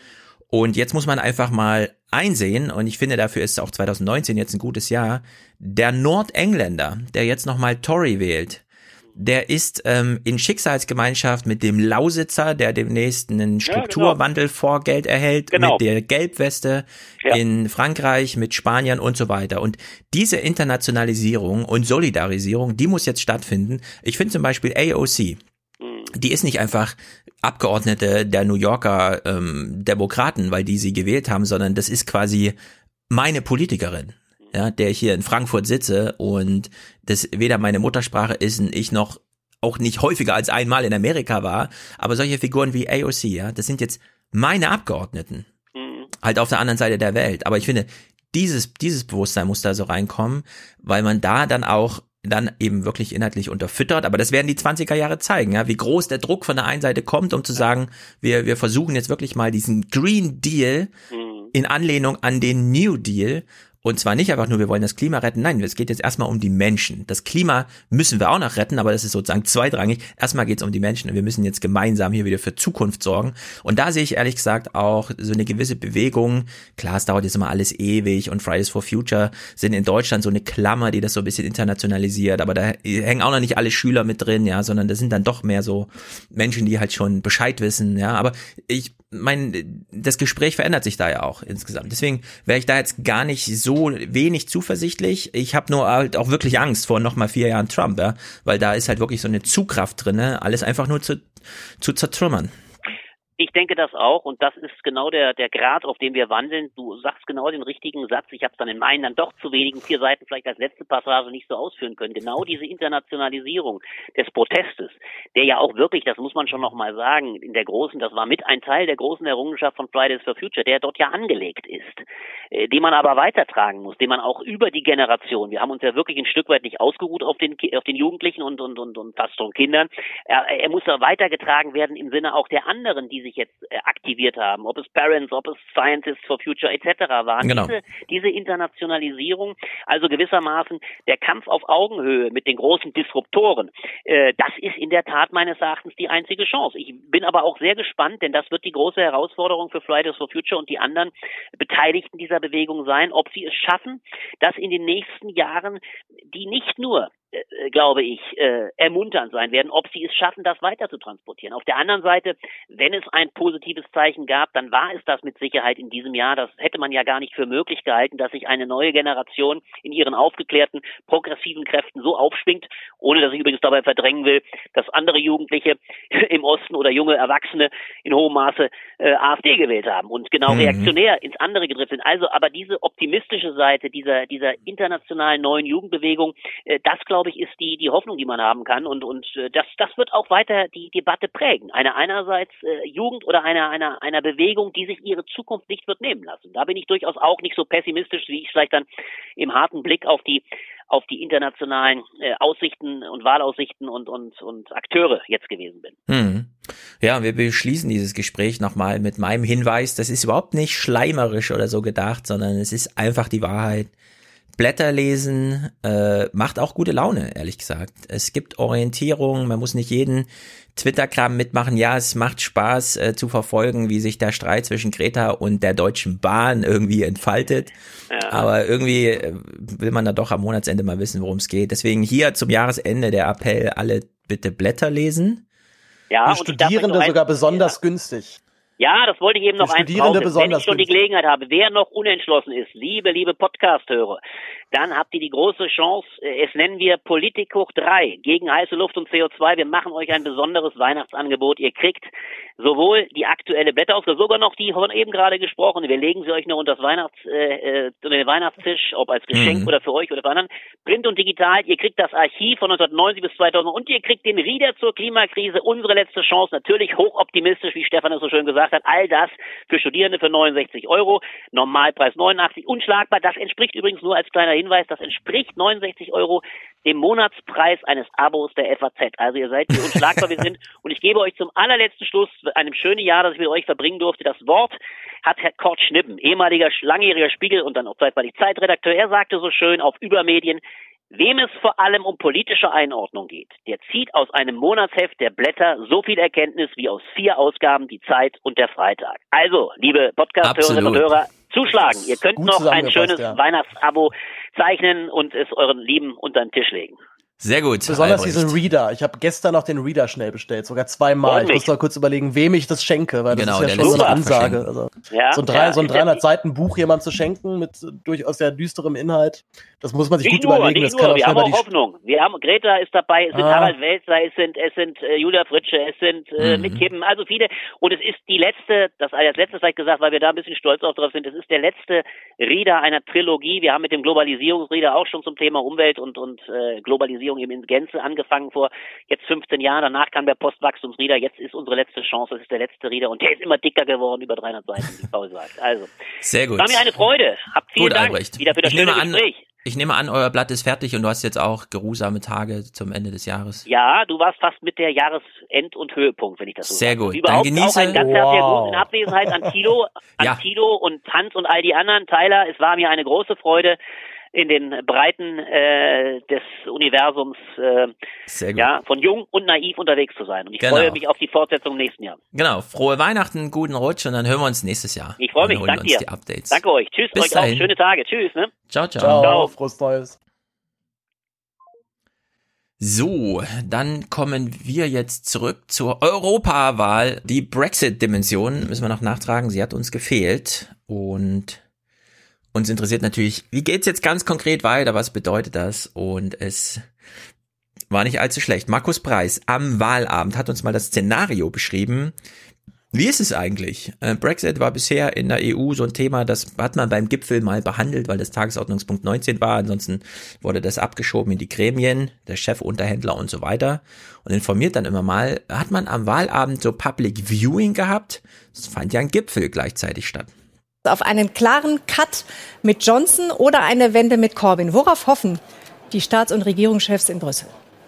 Und jetzt muss man einfach mal einsehen, und ich finde, dafür ist auch zwanzig neunzehn jetzt ein gutes Jahr, der Nordengländer, der jetzt nochmal Tory wählt, der ist ähm, in Schicksalsgemeinschaft mit dem Lausitzer, der demnächst einen Strukturwandel vor Geld erhält, Genau. mit der Gelbweste Ja. in Frankreich, mit Spaniern und so weiter. Und diese Internationalisierung und Solidarisierung, die muss jetzt stattfinden. Ich finde zum Beispiel A O C, die ist nicht einfach Abgeordnete der New Yorker ähm, Demokraten, weil die sie gewählt haben, sondern das ist quasi meine Politikerin, ja, der ich hier in Frankfurt sitze und das weder meine Muttersprache ist und ich noch auch nicht häufiger als einmal in Amerika war, aber solche Figuren wie A O C, ja, das sind jetzt meine Abgeordneten, mhm. halt auf der anderen Seite der Welt. Aber ich finde, dieses dieses Bewusstsein muss da so reinkommen, weil man da dann auch dann eben wirklich inhaltlich unterfüttert, aber das werden die zwanziger Jahre zeigen, ja, wie groß der Druck von der einen Seite kommt, um zu sagen, wir wir versuchen jetzt wirklich mal diesen Green Deal mhm. in Anlehnung an den New Deal. Und zwar nicht einfach nur, wir wollen das Klima retten. Nein, es geht jetzt erstmal um die Menschen. Das Klima müssen wir auch noch retten, aber das ist sozusagen zweitrangig. Erstmal geht es um die Menschen und wir müssen jetzt gemeinsam hier wieder für Zukunft sorgen. Und da sehe ich ehrlich gesagt auch so eine gewisse Bewegung. Klar, es dauert jetzt immer alles ewig und Fridays for Future sind in Deutschland so eine Klammer, die das so ein bisschen internationalisiert. Aber da hängen auch noch nicht alle Schüler mit drin, ja, sondern das sind dann doch mehr so Menschen, die halt schon Bescheid wissen, ja. Aber ich mein, das Gespräch verändert sich da ja auch insgesamt. Deswegen wäre ich da jetzt gar nicht so wenig zuversichtlich. Ich habe nur halt auch wirklich Angst vor nochmal vier Jahren Trump, ja, weil da ist halt wirklich so eine Zugkraft drin, alles einfach nur zu, zu zertrümmern. Ich denke das auch und das ist genau der der Grad, auf dem wir wandeln. Du sagst genau den richtigen Satz. Ich habe es dann in meinen dann doch zu wenigen vier Seiten vielleicht als letzte Passage nicht so ausführen können. Genau diese Internationalisierung des Protestes, der ja auch wirklich, das muss man schon noch mal sagen, in der großen, das war mit ein Teil der großen Errungenschaft von Fridays for Future, der dort ja angelegt ist, äh, den man aber weitertragen muss, den man auch über die Generation, wir haben uns ja wirklich ein Stück weit nicht ausgeruht auf den auf den Jugendlichen und und und, und fast schon Kindern. Er, er muss ja weitergetragen werden im Sinne auch der anderen, die sich jetzt äh, aktiviert haben, ob es Parents, ob es Scientists for Future et cetera waren. Genau. Diese, diese Internationalisierung, also gewissermaßen der Kampf auf Augenhöhe mit den großen Disruptoren, äh, das ist in der Tat meines Erachtens die einzige Chance. Ich bin aber auch sehr gespannt, denn das wird die große Herausforderung für Fridays for Future und die anderen Beteiligten dieser Bewegung sein, ob sie es schaffen, dass in den nächsten Jahren die nicht nur Äh, glaube ich, äh, ermunternd sein werden, ob sie es schaffen, das weiter zu transportieren. Auf der anderen Seite, wenn es ein positives Zeichen gab, dann war es das mit Sicherheit in diesem Jahr. Das hätte man ja gar nicht für möglich gehalten, dass sich eine neue Generation in ihren aufgeklärten, progressiven Kräften so aufschwingt, ohne dass ich übrigens dabei verdrängen will, dass andere Jugendliche im Osten oder junge Erwachsene in hohem Maße äh, AfD gewählt haben und genau mhm. reaktionär ins andere gedreht sind. Also, aber diese optimistische Seite dieser dieser internationalen neuen Jugendbewegung, äh, das glaube ich, ist die die Hoffnung, die man haben kann und und äh, das das wird auch weiter die Debatte prägen. Eine einerseits äh, Jugend oder einer einer einer Bewegung, die sich ihre Zukunft nicht wird nehmen lassen. Da bin ich durchaus auch nicht so pessimistisch, wie ich vielleicht dann im harten Blick auf die auf die internationalen äh, Aussichten und Wahlaussichten und und und Akteure jetzt gewesen bin. Hm. Ja, wir beschließen dieses Gespräch nochmal mit meinem Hinweis. Das ist überhaupt nicht schleimerisch oder so gedacht, sondern es ist einfach die Wahrheit. Blätter lesen äh, macht auch gute Laune, ehrlich gesagt. Es gibt Orientierung, man muss nicht jeden Twitter-Kram mitmachen. Ja, es macht Spaß äh, zu verfolgen, wie sich der Streit zwischen Greta und der Deutschen Bahn irgendwie entfaltet. Ja. Aber irgendwie äh, will man da doch am Monatsende mal wissen, worum es geht. Deswegen hier zum Jahresende der Appell, alle bitte Blätter lesen. Ja, und Studierende sogar besonders ja. günstig. Ja, das wollte ich eben noch einbauen. Wenn ich schon die Gelegenheit habe, wer noch unentschlossen ist, liebe, liebe Podcast-Hörer, dann habt ihr die große Chance, es nennen wir Politik hoch drei, gegen heiße Luft und C O zwei. Wir machen euch ein besonderes Weihnachtsangebot. Ihr kriegt sowohl die aktuelle Blätterausgabe, sogar noch die von eben gerade gesprochene. Wir legen sie euch noch unter das Weihnachts, äh, den Weihnachtstisch, ob als Geschenk mhm. oder für euch oder für anderen. Print und digital. Ihr kriegt das Archiv von neunzehnhundertneunzig bis zweitausend und ihr kriegt den Reader zur Klimakrise. Unsere letzte Chance. Natürlich hochoptimistisch, wie Stefan es so schön gesagt hat. All das für Studierende für neunundsechzig Euro. Normalpreis neunundachtzig. Unschlagbar. Das entspricht übrigens nur als kleiner Hinweis, das entspricht neunundsechzig Euro dem Monatspreis eines Abos der F A Z. Also ihr seid hier unschlagbar, wir sind. Und ich gebe euch zum allerletzten Schluss, einem schönen Jahr, das ich mit euch verbringen durfte, das Wort hat Herr Kurt Schnippen, ehemaliger, langjähriger Spiegel und dann auch zeitweilig Zeitredakteur. Er sagte so schön auf Übermedien: Wem es vor allem um politische Einordnung geht, der zieht aus einem Monatsheft der Blätter so viel Erkenntnis wie aus vier Ausgaben die Zeit und der Freitag. Also, liebe Podcast-Hörerinnen und Hörer, zuschlagen. Ihr könnt noch ein schönes ja. Weihnachtsabo zeichnen und es euren Lieben unter den Tisch legen. Sehr gut. Besonders Albrecht. Diesen Reader. Ich habe gestern noch den Reader schnell bestellt, sogar zweimal. Ordentlich. Ich muss noch kurz überlegen, wem ich das schenke, weil das genau, ist ja schon so eine Ansage. Also, ja, so ein, drei, ja, so ein dreihundert Seiten Buch jemand zu schenken mit durchaus sehr düsterem Inhalt, das muss man sich nicht gut nur, überlegen. Nicht das nur, kann wir haben auch Hoffnung. Wir haben Greta ist dabei, es sind ah. Harald Welzer, es sind es sind äh, Julia Fritsche, es sind äh, mhm. Nick Kippen, also viele. Und es ist die letzte, das als letztes vielleicht gesagt, weil wir da ein bisschen stolz auch drauf sind, es ist der letzte Reader einer Trilogie. Wir haben mit dem Globalisierungsreader auch schon zum Thema Umwelt und und äh, Globalisierung eben in Gänze angefangen vor jetzt fünfzehn Jahren. Danach kam der Postwachstumsreader. Jetzt ist unsere letzte Chance. Das ist der letzte Reader und der ist immer dicker geworden, über dreihundert Seiten, wie Paul sagt. Also sehr gut. War mir eine Freude. Habt vielen gut, Dank Albrecht. wieder für das ich schöne nehme Gespräch. An, ich nehme an, euer Blatt ist fertig und du hast jetzt auch geruhsame Tage zum Ende des Jahres. Ja, du warst fast mit der Jahresend- und Höhepunkt, wenn ich das so sehr sage. gut. Überhaupt Dann genieße. Auch ein ganz wow. herzlicher Gruß in Abwesenheit an Tilo, an ja. Tilo und Hans und all die anderen Tyler. Es war mir eine große Freude, in den Breiten äh, des Universums äh, ja, von jung und naiv unterwegs zu sein. Und ich genau. freue mich auf die Fortsetzung im nächsten Jahr. Genau, frohe Weihnachten, guten Rutsch und dann hören wir uns nächstes Jahr. Ich freue mich, danke dir. Die Updates. Danke euch. Tschüss, Bis euch dahin. auch. Schöne Tage. Tschüss. Ne? Ciao, ciao. Ciao. Ciao. Frohes Neues. So, dann kommen wir jetzt zurück zur Europawahl. Die Brexit-Dimension müssen wir noch nachtragen, sie hat uns gefehlt und uns interessiert natürlich, wie geht's jetzt ganz konkret weiter, was bedeutet das? Und es war nicht allzu schlecht. Markus Preis am Wahlabend hat uns mal das Szenario beschrieben. Wie ist es eigentlich? Äh, Brexit war bisher in der E U so ein Thema, das hat man beim Gipfel mal behandelt, weil das Tagesordnungspunkt neunzehn war. Ansonsten wurde das abgeschoben in die Gremien, der Chefunterhändler und so weiter. Und informiert dann immer mal, hat man am Wahlabend so Public Viewing gehabt? Es fand ja ein Gipfel gleichzeitig statt. Auf einen klaren Cut mit Johnson oder eine Wende mit Corbyn. Worauf hoffen die Staats- und Regierungschefs in Brüssel?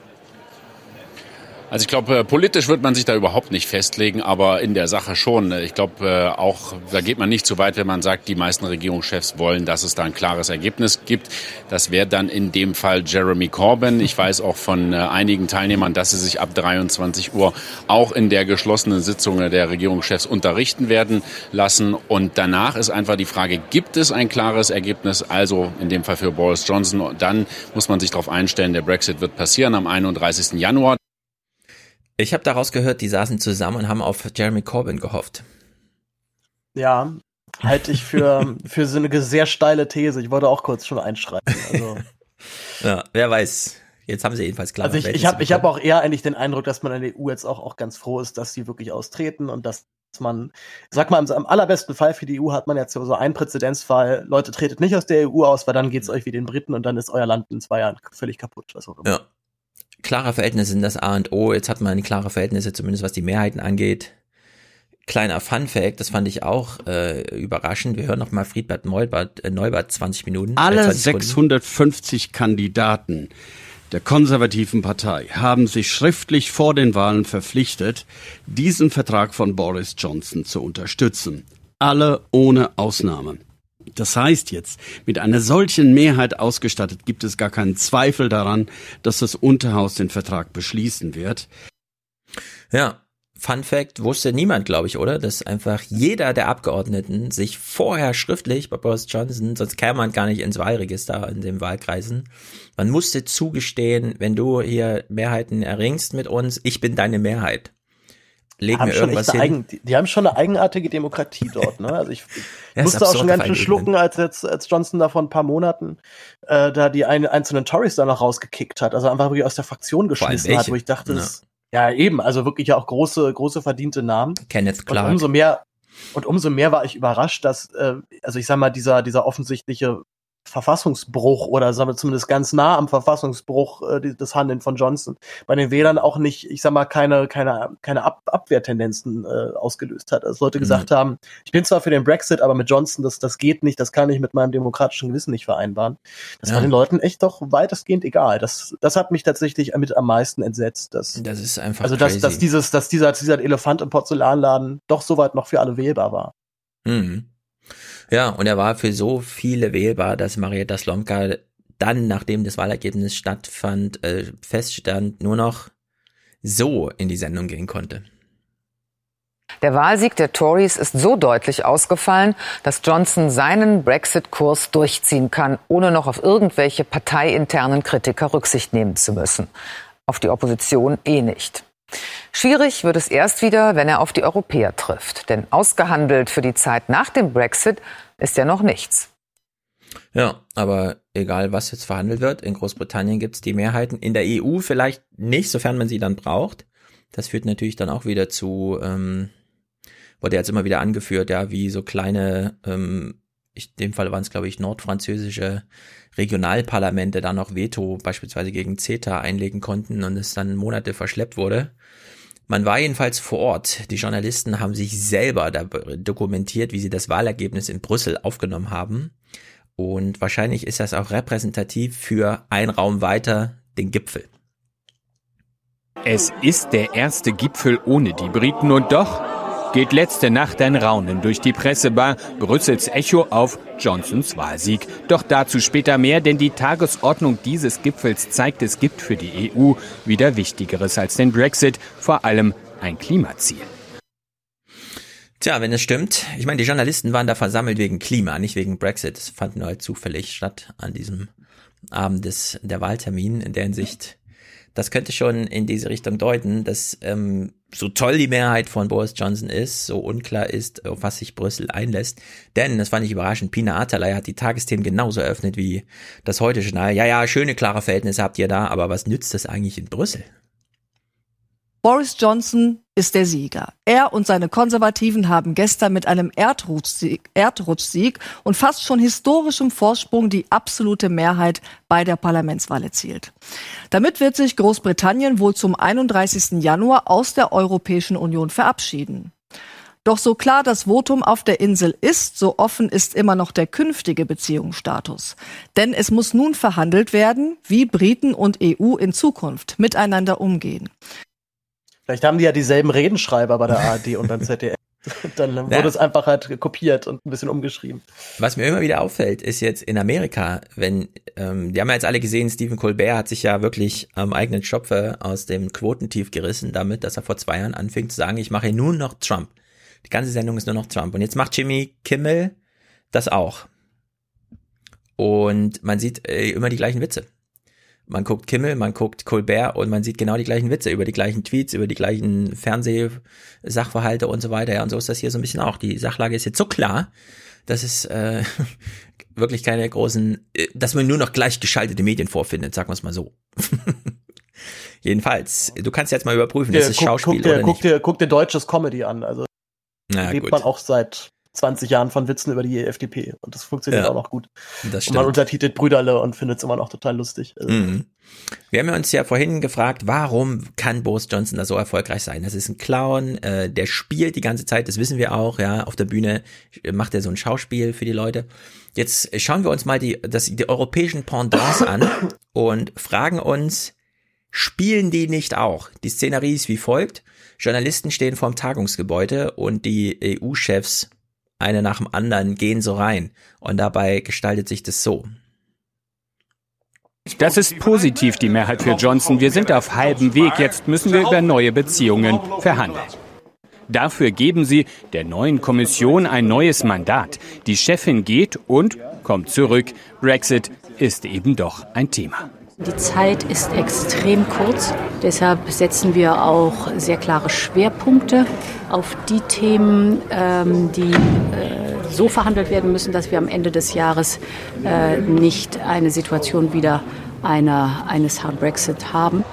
Also ich glaube, politisch wird man sich da überhaupt nicht festlegen, aber in der Sache schon. Ich glaube auch, da geht man nicht so weit, wenn man sagt, die meisten Regierungschefs wollen, dass es da ein klares Ergebnis gibt. Das wäre dann in dem Fall Jeremy Corbyn. Ich weiß auch von einigen Teilnehmern, dass sie sich ab dreiundzwanzig Uhr auch in der geschlossenen Sitzung der Regierungschefs unterrichten werden lassen. Und danach ist einfach die Frage, gibt es ein klares Ergebnis? Also in dem Fall für Boris Johnson. Und dann muss man sich darauf einstellen, der Brexit wird passieren am einunddreißigsten Januar. Ich habe daraus gehört, die saßen zusammen und haben auf Jeremy Corbyn gehofft. Ja, halte ich für, für so eine sehr steile These. Ich wollte auch kurz schon einschreiten. Also. Ja, wer weiß. Jetzt haben sie jedenfalls klar. Also ich, ich habe ich hab auch eher eigentlich den Eindruck, dass man in der E U jetzt auch, auch ganz froh ist, dass sie wirklich austreten und dass man, sag mal, am allerbesten Fall für die E U hat man jetzt so einen Präzedenzfall, Leute, tretet nicht aus der E U aus, weil dann geht's euch wie den Briten und dann ist euer Land in zwei Jahren völlig kaputt. Was auch immer. Ja. Klare Verhältnisse sind das A und O. Jetzt hat man klare Verhältnisse, zumindest was die Mehrheiten angeht. Kleiner Funfact, das fand ich auch äh, überraschend. Wir hören noch mal Friedbert Neubert, äh, Neubert zwanzig Minuten. Alle sechshundertfünfzig Kandidaten der konservativen Partei haben sich schriftlich vor den Wahlen verpflichtet, diesen Vertrag von Boris Johnson zu unterstützen. Alle ohne Ausnahme. Das heißt jetzt, mit einer solchen Mehrheit ausgestattet gibt es gar keinen Zweifel daran, dass das Unterhaus den Vertrag beschließen wird. Ja, Fun Fact, wusste niemand, glaube ich, oder? Dass einfach jeder der Abgeordneten sich vorher schriftlich bei Boris Johnson, sonst käme man gar nicht ins Wahlregister in den Wahlkreisen, man musste zugestehen, wenn du hier Mehrheiten erringst mit uns, ich bin deine Mehrheit. Leg mir irgendwas hin. Eigen, die, die haben schon eine eigenartige Demokratie dort, ne? Also ich, ich ja, musste auch schon ganz schön schlucken, als jetzt als Johnson da vor ein paar Monaten äh, da die ein, einzelnen Tories da noch rausgekickt hat, also einfach wirklich aus der Fraktion geschmissen hat, wo ich dachte, ja. Das, ja eben, also wirklich ja auch große große verdiente Namen. Kenneth Clark. Und umso mehr und umso mehr war ich überrascht, dass äh, also ich sag mal dieser dieser offensichtliche Verfassungsbruch oder sagen wir zumindest ganz nah am Verfassungsbruch äh, des Handelns von Johnson bei den Wählern auch nicht, ich sag mal, keine keine keine Ab- Abwehrtendenzen äh, ausgelöst hat. Also Leute mhm. gesagt haben, ich bin zwar für den Brexit, aber mit Johnson, das das geht nicht, das kann ich mit meinem demokratischen Gewissen nicht vereinbaren. Das ja. war den Leuten echt doch weitestgehend egal. Das das hat mich tatsächlich mit am meisten entsetzt. Dass, das ist einfach Also dass crazy. dass dieses dass dieser dieser Elefant im Porzellanladen doch soweit noch für alle wählbar war. Mhm. Ja, und er war für so viele wählbar, dass Marietta Slomka dann, nachdem das Wahlergebnis stattfand, äh, feststand, nur noch so in die Sendung gehen konnte. Der Wahlsieg der Tories ist so deutlich ausgefallen, dass Johnson seinen Brexit-Kurs durchziehen kann, ohne noch auf irgendwelche parteiinternen Kritiker Rücksicht nehmen zu müssen. Auf die Opposition eh nicht. Schwierig wird es erst wieder, wenn er auf die Europäer trifft. Denn ausgehandelt für die Zeit nach dem Brexit ist ja noch nichts. Ja, aber egal, was jetzt verhandelt wird, in Großbritannien gibt es die Mehrheiten. In der E U vielleicht nicht, sofern man sie dann braucht. Das führt natürlich dann auch wieder zu, ähm, wurde jetzt immer wieder angeführt, ja, wie so kleine, ähm, in dem Fall waren es, glaube ich, nordfranzösische Regionalparlamente da noch Veto beispielsweise gegen CETA einlegen konnten und es dann Monate verschleppt wurde. Man war jedenfalls vor Ort. Die Journalisten haben sich selber da dokumentiert, wie sie das Wahlergebnis in Brüssel aufgenommen haben. Und wahrscheinlich ist das auch repräsentativ für ein Raum weiter, den Gipfel. Es ist der erste Gipfel ohne die Briten und doch geht letzte Nacht ein Raunen durch die Pressebar, Brüssels Echo auf Johnsons Wahlsieg. Doch dazu später mehr, denn die Tagesordnung dieses Gipfels zeigt, es gibt für die E U wieder Wichtigeres als den Brexit, vor allem ein Klimaziel. Tja, wenn es stimmt, ich meine, die Journalisten waren da versammelt wegen Klima, nicht wegen Brexit. Das fand nur halt zufällig statt an diesem Abend des der Wahltermin. In der Hinsicht, das könnte schon in diese Richtung deuten, dass ähm, so toll die Mehrheit von Boris Johnson ist, so unklar ist, auf was sich Brüssel einlässt. Denn, das fand ich überraschend, Pina Atalay hat die Tagesthemen genauso eröffnet wie das Heute-Journal. Ja, ja, schöne, klare Verhältnisse habt ihr da, aber was nützt das eigentlich in Brüssel? Boris Johnson ist der Sieger. Er und seine Konservativen haben gestern mit einem Erdrutschsieg, Erdrutschsieg und fast schon historischem Vorsprung die absolute Mehrheit bei der Parlamentswahl erzielt. Damit wird sich Großbritannien wohl zum einunddreißigsten Januar aus der Europäischen Union verabschieden. Doch so klar das Votum auf der Insel ist, so offen ist immer noch der künftige Beziehungsstatus. Denn es muss nun verhandelt werden, wie Briten und E U in Zukunft miteinander umgehen. Vielleicht haben die ja dieselben Redenschreiber bei der A R D und beim Z D F. Dann wurde ja. es einfach halt kopiert und ein bisschen umgeschrieben. Was mir immer wieder auffällt, ist jetzt in Amerika, wenn, ähm, die haben ja jetzt alle gesehen, Stephen Colbert hat sich ja wirklich am eigenen Schopfe aus dem Quotentief gerissen damit, dass er vor zwei Jahren anfing zu sagen, ich mache nur noch Trump. Die ganze Sendung ist nur noch Trump. Und jetzt macht Jimmy Kimmel das auch. Und man sieht äh, immer die gleichen Witze. Man guckt Kimmel, man guckt Colbert und man sieht genau die gleichen Witze über die gleichen Tweets, über die gleichen Fernsehsachverhalte und so weiter. Ja, und so ist das hier so ein bisschen auch. Die Sachlage ist jetzt so klar, dass es äh, wirklich keine großen, dass man nur noch gleichgeschaltete Medien vorfindet, sagen wir es mal so. Jedenfalls, du kannst jetzt mal überprüfen, ist es Schauspiel guck dir, oder guck nicht. Dir, guck dir deutsches Comedy an. Also Na, lebt gut. man auch seit zwanzig Jahren von Witzen über die F D P. Und das funktioniert Ja, auch noch gut. das und man stimmt. untertitelt Brüderle und findet es immer noch total lustig. Also, Mhm. Wir haben uns ja vorhin gefragt, warum kann Boris Johnson da so erfolgreich sein? Das ist ein Clown, äh, der spielt die ganze Zeit, das wissen wir auch, ja, auf der Bühne macht er so ein Schauspiel für die Leute. Jetzt schauen wir uns mal die, das, die europäischen Pendants an und fragen uns, spielen die nicht auch? Die Szenerie ist wie folgt: Journalisten stehen vorm Tagungsgebäude und die E U-Chefs, eine nach dem anderen, gehen so rein. Und dabei gestaltet sich das so. Das ist positiv, die Mehrheit für Johnson. Wir sind auf halbem Weg. Jetzt müssen wir über neue Beziehungen verhandeln. Dafür geben sie der neuen Kommission ein neues Mandat. Die Chefin geht und kommt zurück. Brexit ist eben doch ein Thema. Die Zeit ist extrem kurz. Deshalb setzen wir auch sehr klare Schwerpunkte auf die Themen, ähm, die äh, so verhandelt werden müssen, dass wir am Ende des Jahres äh, nicht eine Situation wieder einer, eines Hard Brexit haben.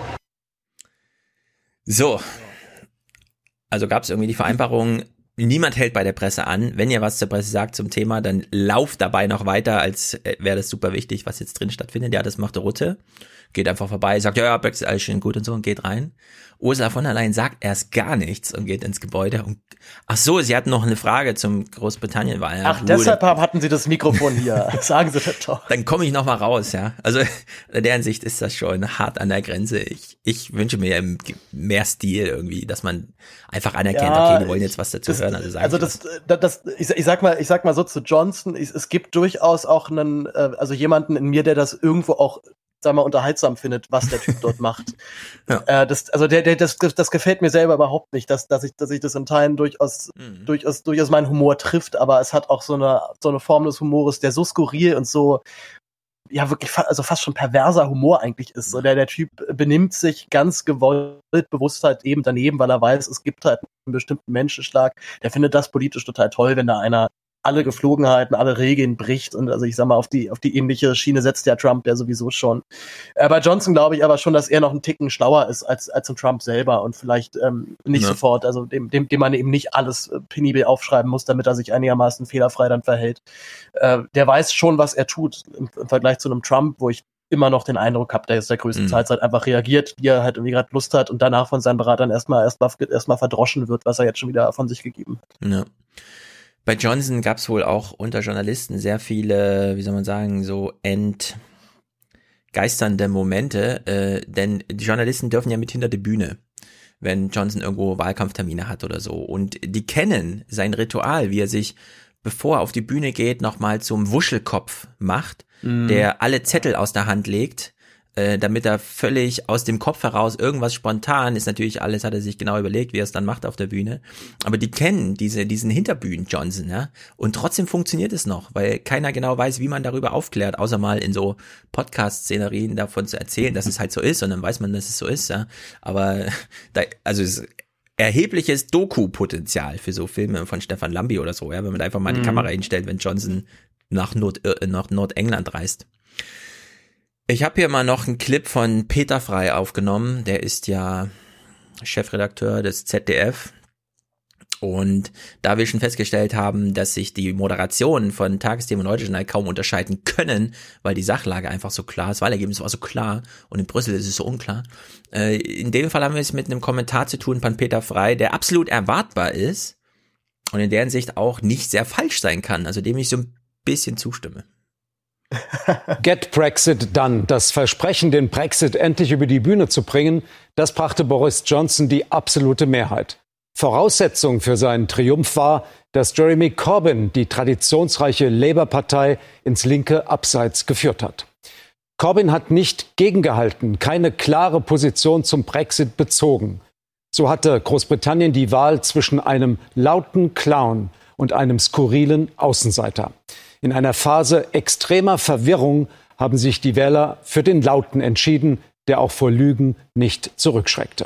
So, also gab es irgendwie die Vereinbarung, niemand hält bei der Presse an. Wenn ihr was zur Presse sagt zum Thema, dann lauft dabei noch weiter, als wäre das super wichtig, was jetzt drin stattfindet. Ja, das macht Rutte. geht einfach vorbei, sagt, ja, ja, Brexit, alles schön gut und so und geht rein. Ursula von der Leyen sagt erst gar nichts und geht ins Gebäude. Und ach so, sie hatten noch eine Frage zum Großbritannien-Wahl. Ach, deshalb hatten sie das Mikrofon hier. Sagen Sie das doch. Dann komme ich noch mal raus, ja. Also in der Hinsicht ist das schon hart an der Grenze. Ich, ich wünsche mir mehr Stil irgendwie, dass man einfach anerkennt, ja, okay, die wollen jetzt was dazu das, hören. Also, also das, das, das ich, ich sag mal, ich sag mal so zu Johnson, ich, es gibt durchaus auch einen, also jemanden in mir, der das irgendwo auch, sag mal, unterhaltsam findet, was der Typ dort macht. Ja. Äh, das, also der, der, das, das gefällt mir selber überhaupt nicht, dass, dass ich, dass ich das in Teilen durchaus, mhm. durchaus, durchaus meinen Humor trifft, aber es hat auch so eine, so eine Form des Humores, der so skurril und so, ja, wirklich, fa- also fast schon perverser Humor eigentlich ist. So, der, der Typ benimmt sich ganz gewollt, bewusst halt eben daneben, weil er weiß, es gibt halt einen bestimmten Menschenschlag. Der findet das politisch total toll, wenn da einer alle Geflogenheiten, alle Regeln bricht und also ich sag mal, auf die auf die ähnliche Schiene setzt der Trump ja sowieso schon. Äh, bei Johnson glaube ich aber schon, dass er noch einen Ticken schlauer ist als als ein Trump selber und vielleicht ähm, nicht ja. sofort, also dem, dem dem man eben nicht alles äh, penibel aufschreiben muss, damit er sich einigermaßen fehlerfrei dann verhält. Äh, der weiß schon, was er tut im, im Vergleich zu einem Trump, wo ich immer noch den Eindruck habe, der ist der größten mhm. Zeit einfach reagiert, wie er halt irgendwie gerade Lust hat und danach von seinen Beratern erstmal erstmal erstmal verdroschen wird, was er jetzt schon wieder von sich gegeben hat. Ja. Bei Johnson gab es wohl auch unter Journalisten sehr viele, wie soll man sagen, so entgeisternde Momente, äh, denn die Journalisten dürfen ja mit hinter die Bühne, wenn Johnson irgendwo Wahlkampftermine hat oder so. Und die kennen sein Ritual, wie er sich, bevor er auf die Bühne geht, nochmal zum Wuschelkopf macht, mhm. der alle Zettel aus der Hand legt, äh, damit er völlig aus dem Kopf heraus irgendwas spontan ist, natürlich alles hat er sich genau überlegt, wie er es dann macht auf der Bühne, aber die kennen diese diesen Hinterbühnen-Johnson, ja, und trotzdem funktioniert es noch, weil keiner genau weiß, wie man darüber aufklärt, außer mal in so Podcast-Szenerien davon zu erzählen, dass es halt so ist und dann weiß man, dass es so ist, ja, aber da, also es erhebliches Doku-Potenzial für so Filme von Stefan Lambi oder so, ja, wenn man da einfach mal die mhm. Kamera hinstellt, wenn Johnson nach Nord äh, nach Nordengland reist. Ich habe hier mal noch einen Clip von Peter Frey aufgenommen, der ist ja Chefredakteur des Z D F und da wir schon festgestellt haben, dass sich die Moderationen von Tagesthemen und Heute-Journal kaum unterscheiden können, weil die Sachlage einfach so klar ist, das Wahlergebnis war so klar und in Brüssel ist es so unklar. Äh, in dem Fall haben wir es mit einem Kommentar zu tun von Peter Frey, der absolut erwartbar ist und in der Hinsicht auch nicht sehr falsch sein kann, also dem ich so ein bisschen zustimme. Get Brexit done. Das Versprechen, den Brexit endlich über die Bühne zu bringen, das brachte Boris Johnson die absolute Mehrheit. Voraussetzung für seinen Triumph war, dass Jeremy Corbyn die traditionsreiche Labour-Partei ins linke Abseits geführt hat. Corbyn hat nicht gegengehalten, keine klare Position zum Brexit bezogen. So hatte Großbritannien die Wahl zwischen einem lauten Clown und einem skurrilen Außenseiter. In einer Phase extremer Verwirrung haben sich die Wähler für den Lauten entschieden, der auch vor Lügen nicht zurückschreckte.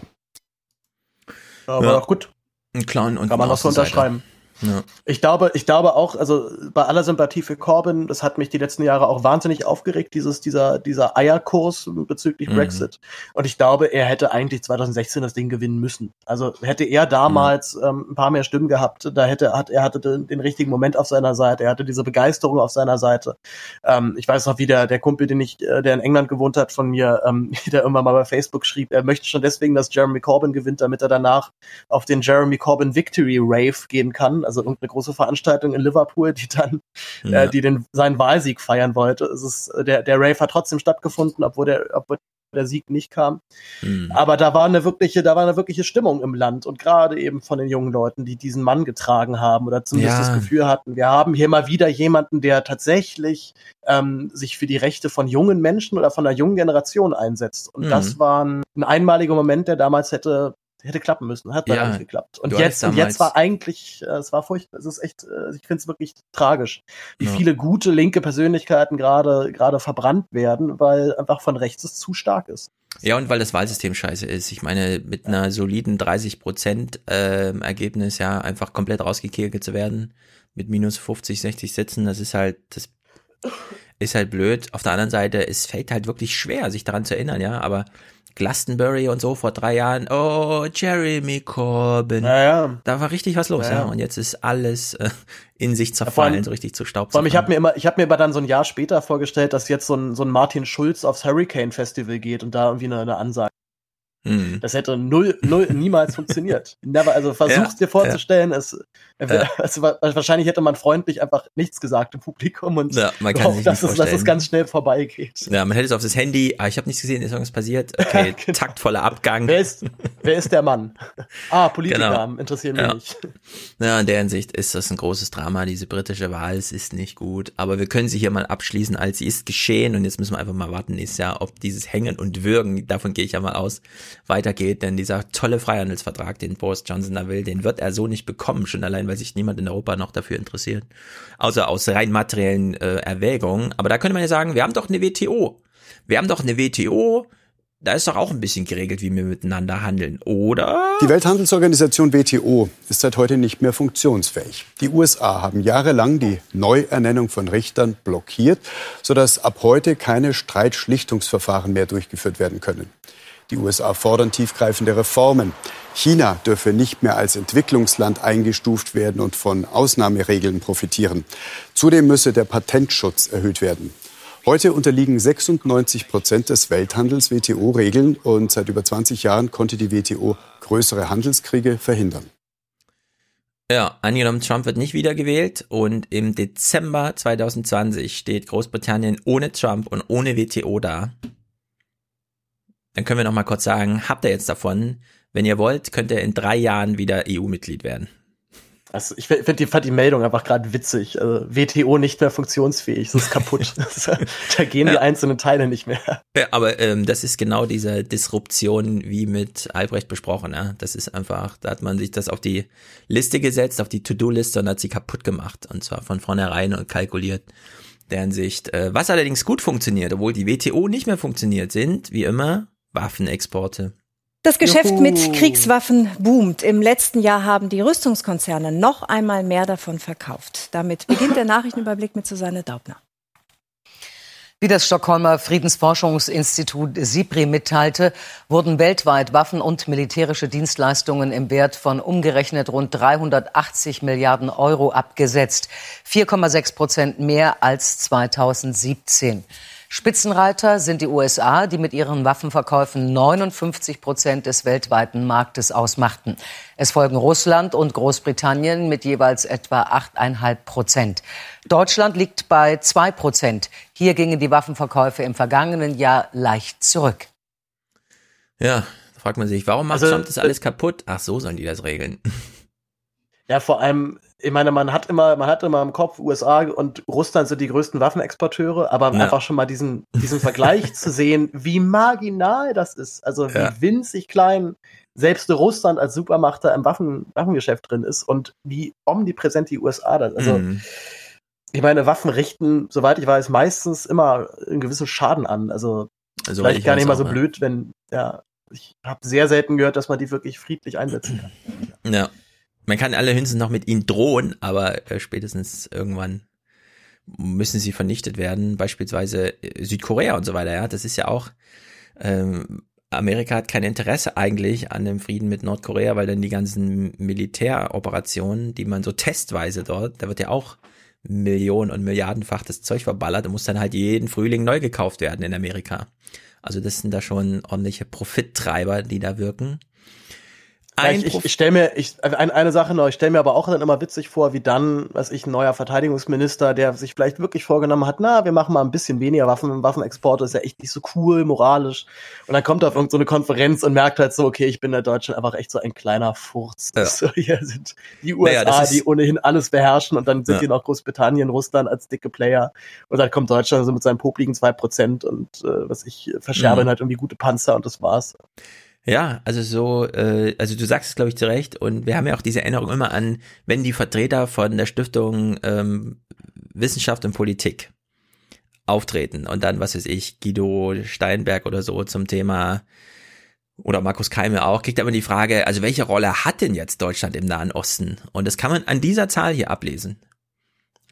Aber ja. gut. Ein Clown und kann man auch so unterschreiben. Ja. Ich glaube, ich glaube auch, also bei aller Sympathie für Corbyn, das hat mich die letzten Jahre auch wahnsinnig aufgeregt, dieses, dieser, dieser Eierkurs bezüglich mhm. Brexit. Und ich glaube, er hätte eigentlich zwanzig sechzehn das Ding gewinnen müssen. Also hätte er damals mhm. ähm, ein paar mehr Stimmen gehabt, da hätte, hat, er hatte den, den richtigen Moment auf seiner Seite, er hatte diese Begeisterung auf seiner Seite. Ähm, ich weiß noch, wie der, der Kumpel, den ich, der in England gewohnt hat von mir, ähm, der irgendwann mal bei Facebook schrieb, er möchte schon deswegen, dass Jeremy Corbyn gewinnt, damit er danach auf den Jeremy Corbyn Victory Rave gehen kann. Also irgendeine große Veranstaltung in Liverpool, die dann, ja. äh, die den seinen Wahlsieg feiern wollte. Es ist, der, der Rave hat trotzdem stattgefunden, obwohl der, obwohl der Sieg nicht kam. Mhm. Aber da war eine wirkliche, da war eine wirkliche Stimmung im Land und gerade eben von den jungen Leuten, die diesen Mann getragen haben oder zumindest ja. das Gefühl hatten, wir haben hier mal wieder jemanden, der tatsächlich ähm, sich für die Rechte von jungen Menschen oder von einer jungen Generation einsetzt. Und mhm. das war ein, ein einmaliger Moment, der damals hätte hätte klappen müssen, hat leider ja, nicht geklappt. Und jetzt, und jetzt war eigentlich, äh, es war furchtbar, es ist echt, äh, ich finde es wirklich tragisch, wie ja. viele gute linke Persönlichkeiten gerade gerade verbrannt werden, weil einfach von rechts es zu stark ist. Ja, und weil das Wahlsystem scheiße ist. Ich meine, mit einer soliden dreißig Prozent äh, Ergebnis ja einfach komplett rausgekegelt zu werden, mit minus fünfzig, sechzig Sitzen, das ist halt, das ist halt blöd. Auf der anderen Seite, es fällt halt wirklich schwer, sich daran zu erinnern, ja, aber Glastonbury und so vor drei Jahren. Oh, Jeremy Corbyn. Naja. Da war richtig was los, naja. ja. Und jetzt ist alles äh, in sich zerfallen, ja, allem, so richtig zu Staub zerfallen. Ich habe mir immer, ich habe mir aber dann so ein Jahr später vorgestellt, dass jetzt so ein, so ein Martin Schulz aufs Hurricane Festival geht und da irgendwie eine, eine Ansage. Hm. Das hätte null, null, niemals funktioniert. Never, also versuch's ja, dir vorzustellen, ja. es, ja. es, wahrscheinlich hätte man freundlich einfach nichts gesagt im Publikum und ja, man kann auch, sich dass, nicht es, dass es ganz schnell vorbeigeht. Ja, man hätte es auf das Handy, ah, ich habe nichts gesehen, ist irgendwas passiert. Okay, genau. Taktvoller Abgang. Wer ist, wer ist der Mann? Ah, Politiker, genau. interessieren mich ja. nicht. Ja, in der Hinsicht ist das ein großes Drama, diese britische Wahl, es ist nicht gut, aber wir können sie hier mal abschließen, als sie ist geschehen und jetzt müssen wir einfach mal warten nächstes Jahr, ob dieses Hängen und Würgen, davon gehe ich ja mal aus, weitergeht, denn dieser tolle Freihandelsvertrag, den Boris Johnson da will, den wird er so nicht bekommen, schon allein, weil sich niemand in Europa noch dafür interessiert. Außer aus rein materiellen äh, Erwägungen. Aber da könnte man ja sagen, wir haben doch eine W T O. Wir haben doch eine W T O, da ist doch auch ein bisschen geregelt, wie wir miteinander handeln, oder? Die Welthandelsorganisation W T O ist seit heute nicht mehr funktionsfähig. Die U S A haben jahrelang die Neuernennung von Richtern blockiert, sodass ab heute keine Streitschlichtungsverfahren mehr durchgeführt werden können. Die U S A fordern tiefgreifende Reformen. China dürfe nicht mehr als Entwicklungsland eingestuft werden und von Ausnahmeregeln profitieren. Zudem müsse der Patentschutz erhöht werden. Heute unterliegen sechsundneunzig Prozent des Welthandels W T O-Regeln und seit über zwanzig Jahren konnte die W T O größere Handelskriege verhindern. Ja, angenommen, Trump wird nicht wiedergewählt und im Dezember zwanzig zwanzig steht Großbritannien ohne Trump und ohne W T O da. Dann können wir noch mal kurz sagen, habt ihr jetzt davon, wenn ihr wollt, könnt ihr in drei Jahren wieder E U-Mitglied werden. Also ich find die, fand die Meldung einfach gerade witzig. Also W T O nicht mehr funktionsfähig, es ist kaputt. Da gehen ja. die einzelnen Teile nicht mehr. Ja, aber ähm, das ist genau diese Disruption, wie mit Albrecht besprochen. Ja? Das ist einfach, da hat man sich das auf die Liste gesetzt, auf die To-Do-Liste und hat sie kaputt gemacht. Und zwar von vornherein und kalkuliert. Deren Sicht. Äh, was allerdings gut funktioniert, obwohl die W T O nicht mehr funktioniert, sind, wie immer, Waffenexporte. Das Geschäft Juhu. mit Kriegswaffen boomt. Im letzten Jahr haben die Rüstungskonzerne noch einmal mehr davon verkauft. Damit beginnt der Nachrichtenüberblick mit Susanne Daubner. Wie das Stockholmer Friedensforschungsinstitut SIPRI mitteilte, wurden weltweit Waffen und militärische Dienstleistungen im Wert von umgerechnet rund dreihundertachtzig Milliarden Euro abgesetzt. vier Komma sechs Prozent mehr als zweitausendsiebzehn. Spitzenreiter sind die U S A, die mit ihren Waffenverkäufen neunundfünfzig Prozent des weltweiten Marktes ausmachten. Es folgen Russland und Großbritannien mit jeweils etwa acht Komma fünf Prozent. Deutschland liegt bei zwei Prozent. Hier gingen die Waffenverkäufe im vergangenen Jahr leicht zurück. Ja, da fragt man sich, warum macht also, Trump das alles kaputt? Ach, so sollen die das regeln. Ja, vor allem, ich meine, man hat immer, man hat immer im Kopf, U S A und Russland sind die größten Waffenexporteure, aber ja. einfach schon mal diesen, diesen Vergleich zu sehen, wie marginal das ist, also wie ja. winzig klein selbst Russland als Supermacht da im Waffen, Waffengeschäft drin ist und wie omnipräsent die U S A das, also mhm. ich meine, Waffen richten, soweit ich weiß, meistens immer einen gewissen Schaden an, also, also vielleicht gar nicht mal so auch, blöd, wenn, ja, ich habe sehr selten gehört, dass man die wirklich friedlich einsetzen kann. Ja. Man kann alle höchstens noch mit ihnen drohen, aber äh, spätestens irgendwann müssen sie vernichtet werden. Beispielsweise Südkorea und so weiter. Ja, das ist ja auch, ähm, Amerika hat kein Interesse eigentlich an dem Frieden mit Nordkorea, weil dann die ganzen Militäroperationen, die man so testweise dort, da wird ja auch Millionen und Milliardenfach das Zeug verballert und muss dann halt jeden Frühling neu gekauft werden in Amerika. Also das sind da schon ordentliche Profittreiber, die da wirken. Ja, ich, ich, ich stelle mir, ich, eine, eine Sache noch, ich stelle mir aber auch dann immer witzig vor, wie dann, was ich, ein neuer Verteidigungsminister, der sich vielleicht wirklich vorgenommen hat, na, wir machen mal ein bisschen weniger Waffen, Waffenexport, ist ja echt nicht so cool, moralisch. Und dann kommt er auf irgendeine so Konferenz und merkt halt so, okay, ich bin in Deutschland einfach echt so ein kleiner Furz. Ja. So, hier sind die U S A, naja, die ohnehin alles beherrschen und dann sind ja. hier noch Großbritannien, Russland als dicke Player. Und dann kommt Deutschland so mit seinen popligen zwei Prozent und, äh, was ich, verscherben mhm. halt irgendwie gute Panzer und das war's. Ja, also so, äh, also du sagst es, glaube ich, zu Recht und wir haben ja auch diese Erinnerung immer an, wenn die Vertreter von der Stiftung ähm, Wissenschaft und Politik auftreten und dann, was weiß ich, Guido Steinberg oder so zum Thema oder Markus Keime auch, kriegt aber die Frage, also welche Rolle hat denn jetzt Deutschland im Nahen Osten? Und das kann man an dieser Zahl hier ablesen.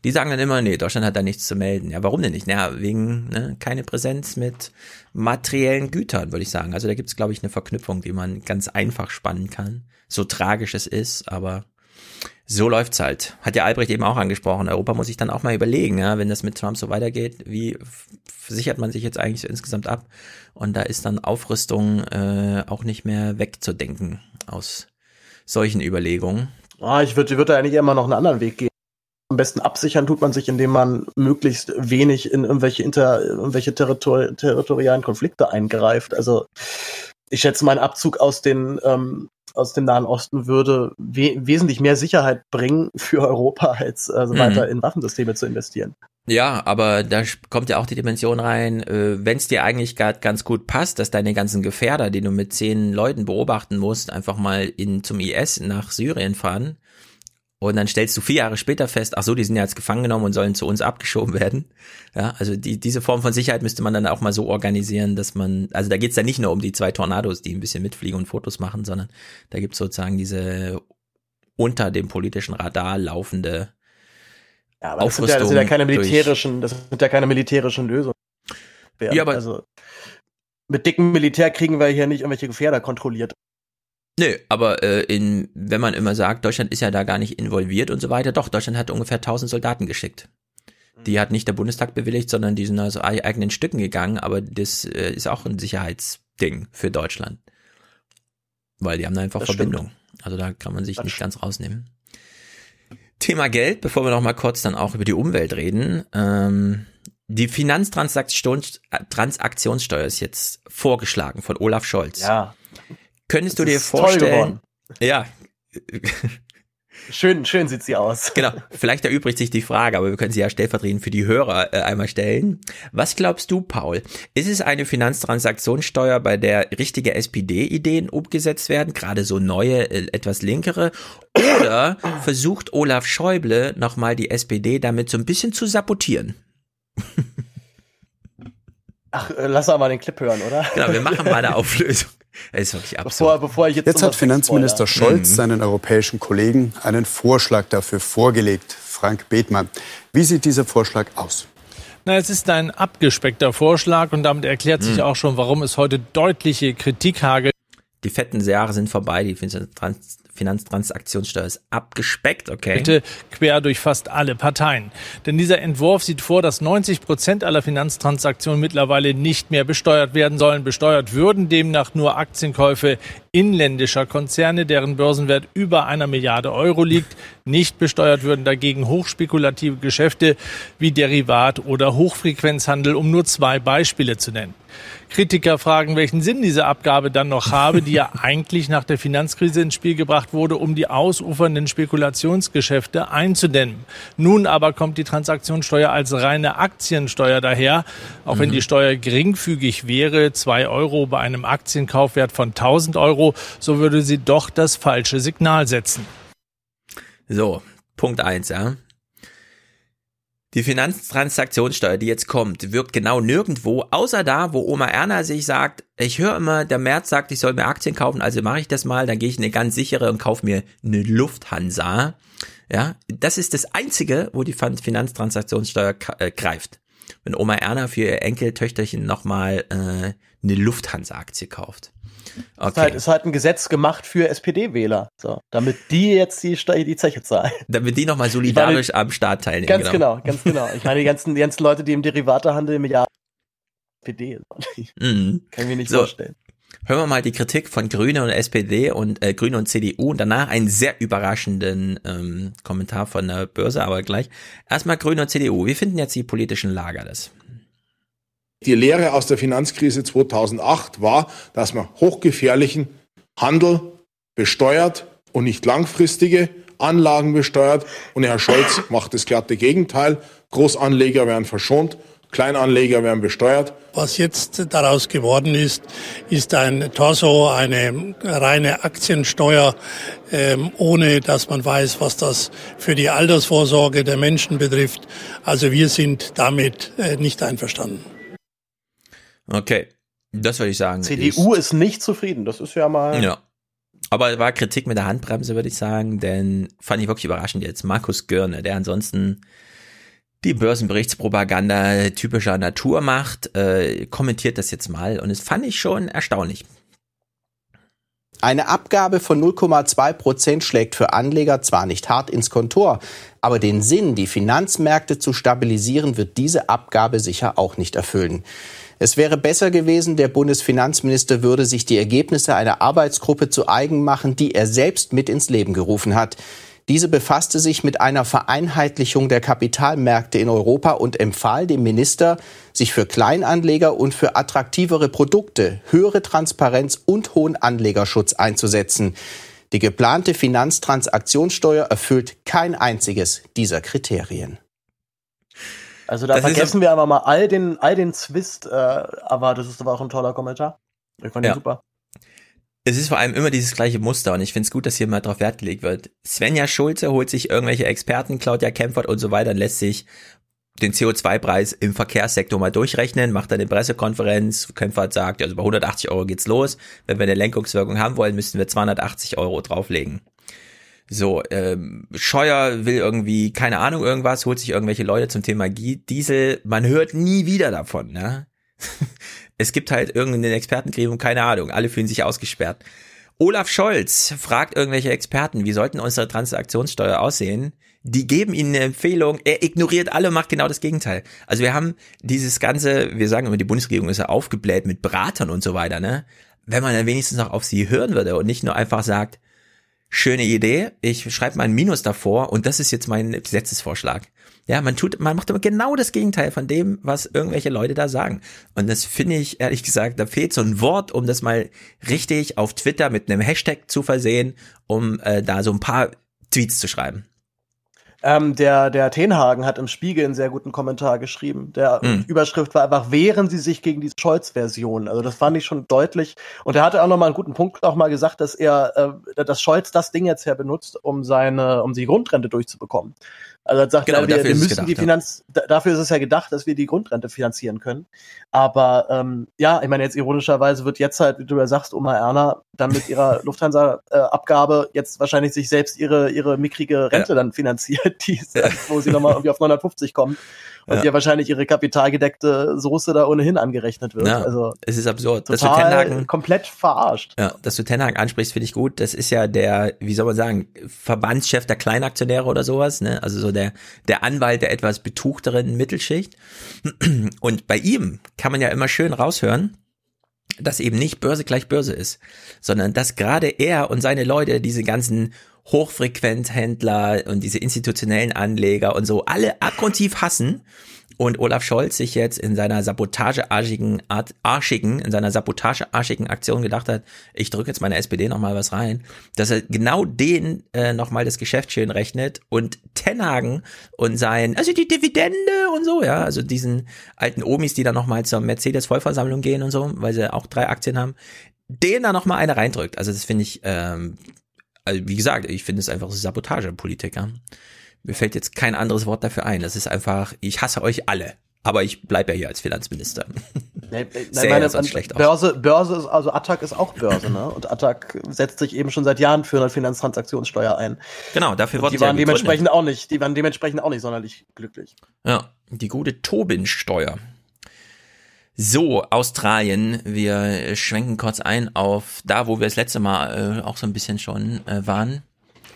Die sagen dann immer, nee, Deutschland hat da nichts zu melden. Ja, warum denn nicht? Naja, wegen ne, keine Präsenz mit materiellen Gütern, würde ich sagen. Also da gibt es, glaube ich, eine Verknüpfung, die man ganz einfach spannen kann. So tragisch es ist, aber so läuft's halt. Hat ja Albrecht eben auch angesprochen. Europa muss sich dann auch mal überlegen, ja, wenn das mit Trump so weitergeht, wie f- sichert man sich jetzt eigentlich so insgesamt ab? Und da ist dann Aufrüstung äh, auch nicht mehr wegzudenken aus solchen Überlegungen. Ah, ich würde würd da eigentlich immer noch einen anderen Weg gehen. Am besten absichern tut man sich, indem man möglichst wenig in irgendwelche, inter, irgendwelche territori- territorialen Konflikte eingreift. Also ich schätze, mein Abzug aus den ähm, aus dem Nahen Osten würde we- wesentlich mehr Sicherheit bringen für Europa, als also mhm. weiter in Waffensysteme zu investieren. Ja, aber da kommt ja auch die Dimension rein, äh, wenn es dir eigentlich gerade ganz gut passt, dass deine ganzen Gefährder, die du mit zehn Leuten beobachten musst, einfach mal in zum I S nach Syrien fahren und dann stellst du vier Jahre später fest, ach so, die sind ja jetzt gefangen genommen und sollen zu uns abgeschoben werden. Ja, also die diese Form von Sicherheit müsste man dann auch mal so organisieren, dass man, also da geht's dann nicht nur um die zwei Tornados, die ein bisschen mitfliegen und Fotos machen, sondern da gibt's sozusagen diese unter dem politischen Radar laufende Ja, aber das sind ja, das sind ja keine militärischen, das sind ja keine militärischen Lösungen. Ja, aber also mit dicken Militär kriegen wir hier nicht irgendwelche Gefährder kontrolliert. Nö, aber äh, in, wenn man immer sagt, Deutschland ist ja da gar nicht involviert und so weiter, doch, Deutschland hat ungefähr tausend Soldaten geschickt. Die hat nicht der Bundestag bewilligt, sondern die sind aus eigenen Stücken gegangen, aber das äh, ist auch ein Sicherheitsding für Deutschland. Weil die haben da einfach das Verbindung. Stimmt. Also da kann man sich das nicht stimmt. ganz rausnehmen. Thema Geld, bevor wir noch mal kurz dann auch über die Umwelt reden. Ähm, die Finanztransaktionssteuer ist jetzt vorgeschlagen von Olaf Scholz. Ja. Könntest du dir vorstellen? Ja. Schön, schön sieht sie aus. Genau. Vielleicht erübrigt sich die Frage, aber wir können sie ja stellvertretend für die Hörer äh, einmal stellen. Was glaubst du, Paul? Ist es eine Finanztransaktionssteuer, bei der richtige S P D-Ideen umgesetzt werden, gerade so neue, äh, etwas linkere? Oder versucht Olaf Schäuble nochmal die S P D damit so ein bisschen zu sabotieren? Ach, äh, lass doch mal den Clip hören, oder? Genau, wir machen mal eine Auflösung. Das ist wirklich absurd. Bevor, bevor ich jetzt jetzt hat Finanzminister Scholz mhm. seinen europäischen Kollegen einen Vorschlag dafür vorgelegt. Frank Bethmann. Wie sieht dieser Vorschlag aus? Na, es ist ein abgespeckter Vorschlag und damit erklärt mhm. sich auch schon, warum es heute deutliche Kritik hagelt. Die fetten Jahre sind vorbei, die Finanztrans- Finanztransaktionssteuer ist abgespeckt, okay. Bitte quer durch fast alle Parteien. Denn dieser Entwurf sieht vor, dass neunzig Prozent aller Finanztransaktionen mittlerweile nicht mehr besteuert werden sollen. Besteuert würden demnach nur Aktienkäufe inländischer Konzerne, deren Börsenwert über einer Milliarde Euro liegt. Nicht besteuert würden dagegen hochspekulative Geschäfte wie Derivat- oder Hochfrequenzhandel, um nur zwei Beispiele zu nennen. Kritiker fragen, welchen Sinn diese Abgabe dann noch habe, die ja eigentlich nach der Finanzkrise ins Spiel gebracht wurde, um die ausufernden Spekulationsgeschäfte einzudämmen. Nun aber kommt die Transaktionssteuer als reine Aktiensteuer daher, auch mhm. wenn die Steuer geringfügig wäre, zwei Euro bei einem Aktienkaufwert von tausend Euro, so würde sie doch das falsche Signal setzen. So, Punkt eins, ja. Die Finanztransaktionssteuer, die jetzt kommt, wirkt genau nirgendwo, außer da, wo Oma Erna sich sagt, ich höre immer, der Merz sagt, ich soll mir Aktien kaufen, also mache ich das mal, dann gehe ich in eine ganz sichere und kaufe mir eine Lufthansa. Ja, das ist das Einzige, wo die Finanztransaktionssteuer äh, greift. Wenn Oma Erna für ihr Enkeltöchterchen nochmal äh, eine Lufthansa-Aktie kauft. Okay. Ist halt, ist halt ein Gesetz gemacht für S P D-Wähler, so, damit die jetzt die, die Zeche zahlen. Damit die nochmal solidarisch meine, am Staat teilnehmen. Ganz genau. genau, ganz genau. Ich meine, die ganzen, die ganzen Leute, die im Derivatehandel im Jahr S P D, mhm. kann ich mir nicht so vorstellen. Hören wir mal die Kritik von Grüne und S P D und äh, Grüne und C D U und danach einen sehr überraschenden ähm, Kommentar von der Börse, aber gleich. Erstmal Grüne und C D U. Wie finden jetzt die politischen Lager das? Die Lehre aus der Finanzkrise zweitausendacht war, dass man hochgefährlichen Handel besteuert und nicht langfristige Anlagen besteuert. Und Herr Scholz macht das glatte Gegenteil. Großanleger werden verschont, Kleinanleger werden besteuert. Was jetzt daraus geworden ist, ist ein Torso, eine reine Aktiensteuer, ähm, ohne dass man weiß, was das für die Altersvorsorge der Menschen betrifft. Also wir sind damit äh, nicht einverstanden. Okay, das würde ich sagen. C D U ist, ist nicht zufrieden, das ist ja mal... Ja, aber war Kritik mit der Handbremse, würde ich sagen, denn fand ich wirklich überraschend jetzt. Markus Görne, der ansonsten die Börsenberichtspropaganda typischer Natur macht, äh, kommentiert das jetzt mal und das fand ich schon erstaunlich. Eine Abgabe von null Komma zwei Prozent schlägt für Anleger zwar nicht hart ins Kontor, aber den Sinn, die Finanzmärkte zu stabilisieren, wird diese Abgabe sicher auch nicht erfüllen. Es wäre besser gewesen, der Bundesfinanzminister würde sich die Ergebnisse einer Arbeitsgruppe zu eigen machen, die er selbst mit ins Leben gerufen hat. Diese befasste sich mit einer Vereinheitlichung der Kapitalmärkte in Europa und empfahl dem Minister, sich für Kleinanleger und für attraktivere Produkte, höhere Transparenz und hohen Anlegerschutz einzusetzen. Die geplante Finanztransaktionssteuer erfüllt kein einziges dieser Kriterien. Also da das vergessen wir aber mal all den, all den Zwist, äh, aber das ist aber auch ein toller Kommentar. Ich fand ja. den super. Es ist vor allem immer dieses gleiche Muster und ich finde es gut, dass hier mal drauf Wert gelegt wird. Svenja Schulze holt sich irgendwelche Experten, Claudia Kempfert und so weiter und lässt sich den C O zwei Preis im Verkehrssektor mal durchrechnen, macht dann eine Pressekonferenz. Kempfert sagt, also bei hundertachtzig Euro geht's los. Wenn wir eine Lenkungswirkung haben wollen, müssten wir zweihundertachtzig Euro drauflegen. So, ähm, Scheuer will irgendwie, keine Ahnung, irgendwas, holt sich irgendwelche Leute zum Thema Diesel. Man hört nie wieder davon, ne? Es gibt halt irgendeinen Expertengremium, keine Ahnung, alle fühlen sich ausgesperrt. Olaf Scholz fragt irgendwelche Experten, wie sollten unsere Transaktionssteuer aussehen? Die geben ihnen eine Empfehlung, er ignoriert alle und macht genau das Gegenteil. Also wir haben dieses ganze, wir sagen immer, die Bundesregierung ist ja aufgebläht mit Beratern und so weiter, ne? Wenn man dann wenigstens noch auf sie hören würde und nicht nur einfach sagt, schöne Idee, ich schreibe mal ein Minus davor und das ist jetzt mein Gesetzesvorschlag. Ja, man tut, man macht immer genau das Gegenteil von dem, was irgendwelche Leute da sagen. Und das finde ich, ehrlich gesagt, da fehlt so ein Wort, um das mal richtig auf Twitter mit einem Hashtag zu versehen, um äh, da so ein paar Tweets zu schreiben. Ähm, der, der Tenhagen hat im Spiegel einen sehr guten Kommentar geschrieben. Der mhm. Überschrift war einfach, wehren Sie sich gegen die Scholz-Version. Also das fand ich schon deutlich. Und er hatte auch nochmal einen guten Punkt auch mal gesagt, dass er, äh, dass Scholz das Ding jetzt her benutzt, um seine, um die Grundrente durchzubekommen. Also er sagt, genau, ja, wir, wir müssen gedacht, die Finanz, ja. dafür ist es ja gedacht, dass wir die Grundrente finanzieren können. Aber ähm, ja, ich meine jetzt ironischerweise wird jetzt halt, wie du ja sagst, Oma Erna dann mit ihrer Lufthansa-Abgabe äh, jetzt wahrscheinlich sich selbst ihre ihre mickrige Rente ja. dann finanziert, die ja. wo sie nochmal irgendwie auf neunhundertfünfzig kommt. Und ja. ihr wahrscheinlich ihre kapitalgedeckte Soße da ohnehin angerechnet wird. Ja, also es ist absurd. Total dass du Tenhagen, komplett verarscht. Ja, dass du Tenhagen ansprichst, finde ich gut. Das ist ja der, wie soll man sagen, Verbandschef der Kleinaktionäre oder sowas, ne? Also so der, der Anwalt der etwas betuchteren Mittelschicht. Und bei ihm kann man ja immer schön raushören, dass eben nicht Börse gleich Börse ist, sondern dass gerade er und seine Leute diese ganzen Hochfrequenzhändler und diese institutionellen Anleger und so alle abgrundtief hassen und Olaf Scholz sich jetzt in seiner sabotagearschigen Art, arschigen, in seiner sabotagearschigen Aktion gedacht hat, ich drücke jetzt meiner S P D nochmal was rein, dass er genau den äh, nochmal das Geschäft schön rechnet und Tenhagen und sein, also die Dividende und so, ja, also diesen alten Omis, die dann nochmal zur Mercedes-Vollversammlung gehen und so, weil sie auch drei Aktien haben, denen da nochmal eine reindrückt. Also das finde ich, ähm, also wie gesagt, ich finde es einfach Sabotagepolitik. Ja? Mir fällt jetzt kein anderes Wort dafür ein. Das ist einfach, ich hasse euch alle. Aber ich bleibe ja hier als Finanzminister. Nee, nein, meine, sonst schlecht Börse, Börse ist, also Attac ist auch Börse, ne? Und Attac setzt sich eben schon seit Jahren für eine Finanztransaktionssteuer ein. Genau, dafür wurden die waren ja dementsprechend auch nicht, die waren dementsprechend auch nicht sonderlich glücklich. Ja, die gute Tobin-Steuer. So, Australien, wir schwenken kurz ein auf da, wo wir das letzte Mal äh, auch so ein bisschen schon äh, waren.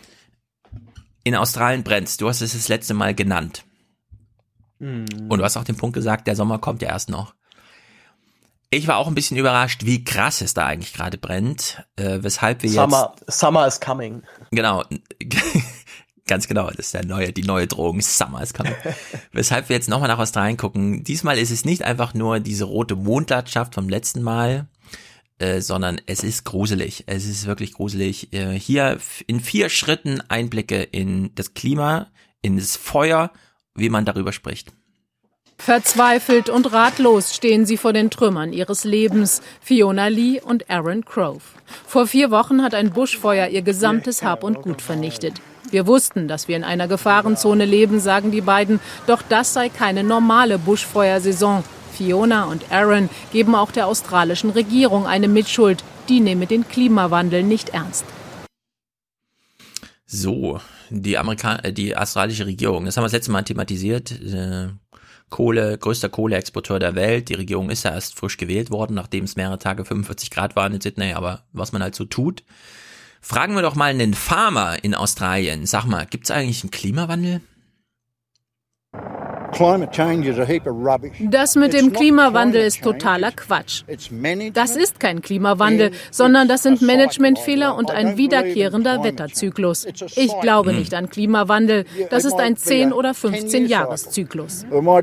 In Australien brennt's, du hast es das letzte Mal genannt. Hm. Und du hast auch den Punkt gesagt, der Sommer kommt ja erst noch. Ich war auch ein bisschen überrascht, wie krass es da eigentlich gerade brennt, äh, weshalb wir Summer, jetzt... Summer is coming. Genau, ganz genau, das ist der neue, die neue Drohung, Summer is coming. Weshalb wir jetzt nochmal nach Australien gucken. Diesmal ist es nicht einfach nur diese rote Mondlandschaft vom letzten Mal, äh, sondern es ist gruselig. Es ist wirklich gruselig. Äh, hier in vier Schritten Einblicke in das Klima, in das Feuer, wie man darüber spricht. Verzweifelt und ratlos stehen sie vor den Trümmern ihres Lebens, Fiona Lee und Aaron Grove. Vor vier Wochen hat ein Buschfeuer ihr gesamtes Hab und Gut vernichtet. Wir wussten, dass wir in einer Gefahrenzone leben, sagen die beiden, doch das sei keine normale Buschfeuersaison. Fiona und Aaron geben auch der australischen Regierung eine Mitschuld, die nehme den Klimawandel nicht ernst. So, die Amerika die australische Regierung, das haben wir das letzte Mal thematisiert, äh, Kohle, größter Kohleexporteur der Welt, die Regierung ist ja erst frisch gewählt worden, nachdem es mehrere Tage fünfundvierzig Grad waren in Sydney, aber was man halt so tut. Fragen wir doch mal einen Farmer in Australien, sag mal, gibt's eigentlich einen Klimawandel? Das mit dem Klimawandel ist totaler Quatsch. Das ist kein Klimawandel, sondern das sind Managementfehler und ein wiederkehrender Wetterzyklus. Ich glaube nicht an Klimawandel. Das ist ein zehn- oder fünfzehn-Jahres-Zyklus.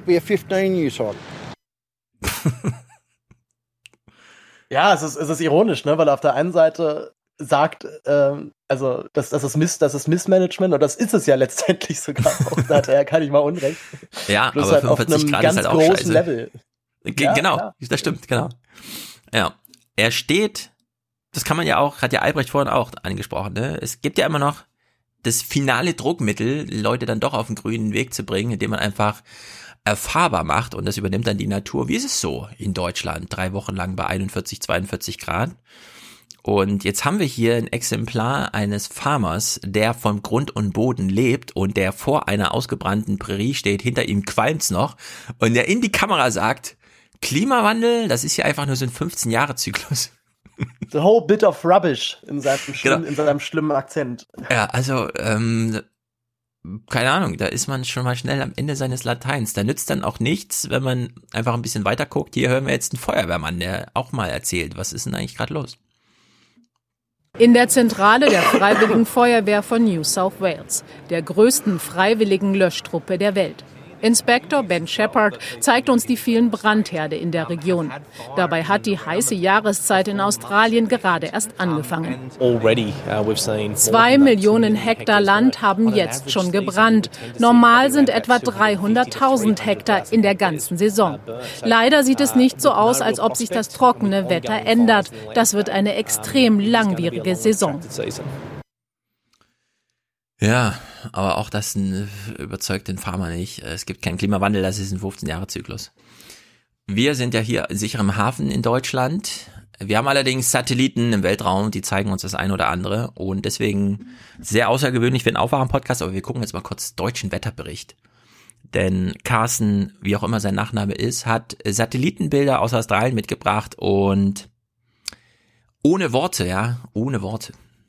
Ja, es ist, es ist ironisch, ne? Weil auf der einen Seite sagt, ähm, also das, das, ist Miss, das ist Missmanagement und das ist es ja letztendlich sogar auch, da hat er gar nicht mal Unrecht. Ja, Bloß aber halt fünfundvierzig auf einem Grad ganz ist halt auch großen scheiße. Level. G- Ja, genau, ja. das stimmt, genau. Ja, er steht, das kann man ja auch, hat ja Albrecht vorhin auch angesprochen, ne? Es gibt ja immer noch das finale Druckmittel, Leute dann doch auf den grünen Weg zu bringen, indem man einfach erfahrbar macht und das übernimmt dann die Natur. Wie ist es so in Deutschland? Drei Wochen lang bei einundvierzig, zweiundvierzig Grad. Und jetzt haben wir hier ein Exemplar eines Farmers, der von Grund und Boden lebt und der vor einer ausgebrannten Prärie steht, hinter ihm qualmt's noch und der in die Kamera sagt, Klimawandel, das ist ja einfach nur so ein fünfzehn-Jahre-Zyklus. The whole bit of rubbish in seinem, schlimm, Genau. in seinem schlimmen Akzent. Ja, also, ähm, keine Ahnung, da ist man schon mal schnell am Ende seines Lateins. Da nützt dann auch nichts, wenn man einfach ein bisschen weiter guckt. Hier hören wir jetzt einen Feuerwehrmann, der auch mal erzählt, was ist denn eigentlich gerade los? In der Zentrale der Freiwilligen Feuerwehr von New South Wales, der größten freiwilligen Löschtruppe der Welt. Inspektor Ben Shepherd zeigt uns die vielen Brandherde in der Region. Dabei hat die heiße Jahreszeit in Australien gerade erst angefangen. Zwei Millionen Hektar Land haben jetzt schon gebrannt. Normal sind etwa dreihunderttausend Hektar in der ganzen Saison. Leider sieht es nicht so aus, als ob sich das trockene Wetter ändert. Das wird eine extrem langwierige Saison. Ja, aber auch das äh, überzeugt den Farmer nicht. Es gibt keinen Klimawandel, das ist ein fünfzehn-Jahre-Zyklus. Wir sind ja hier in sicherem Hafen in Deutschland. Wir haben allerdings Satelliten im Weltraum, die zeigen uns das ein oder andere und deswegen sehr außergewöhnlich für einen Aufwachen-Podcast, aber wir gucken jetzt mal kurz deutschen Wetterbericht. Denn Carsten, wie auch immer sein Nachname ist, hat Satellitenbilder aus Australien mitgebracht und ohne Worte, ja, ohne Worte.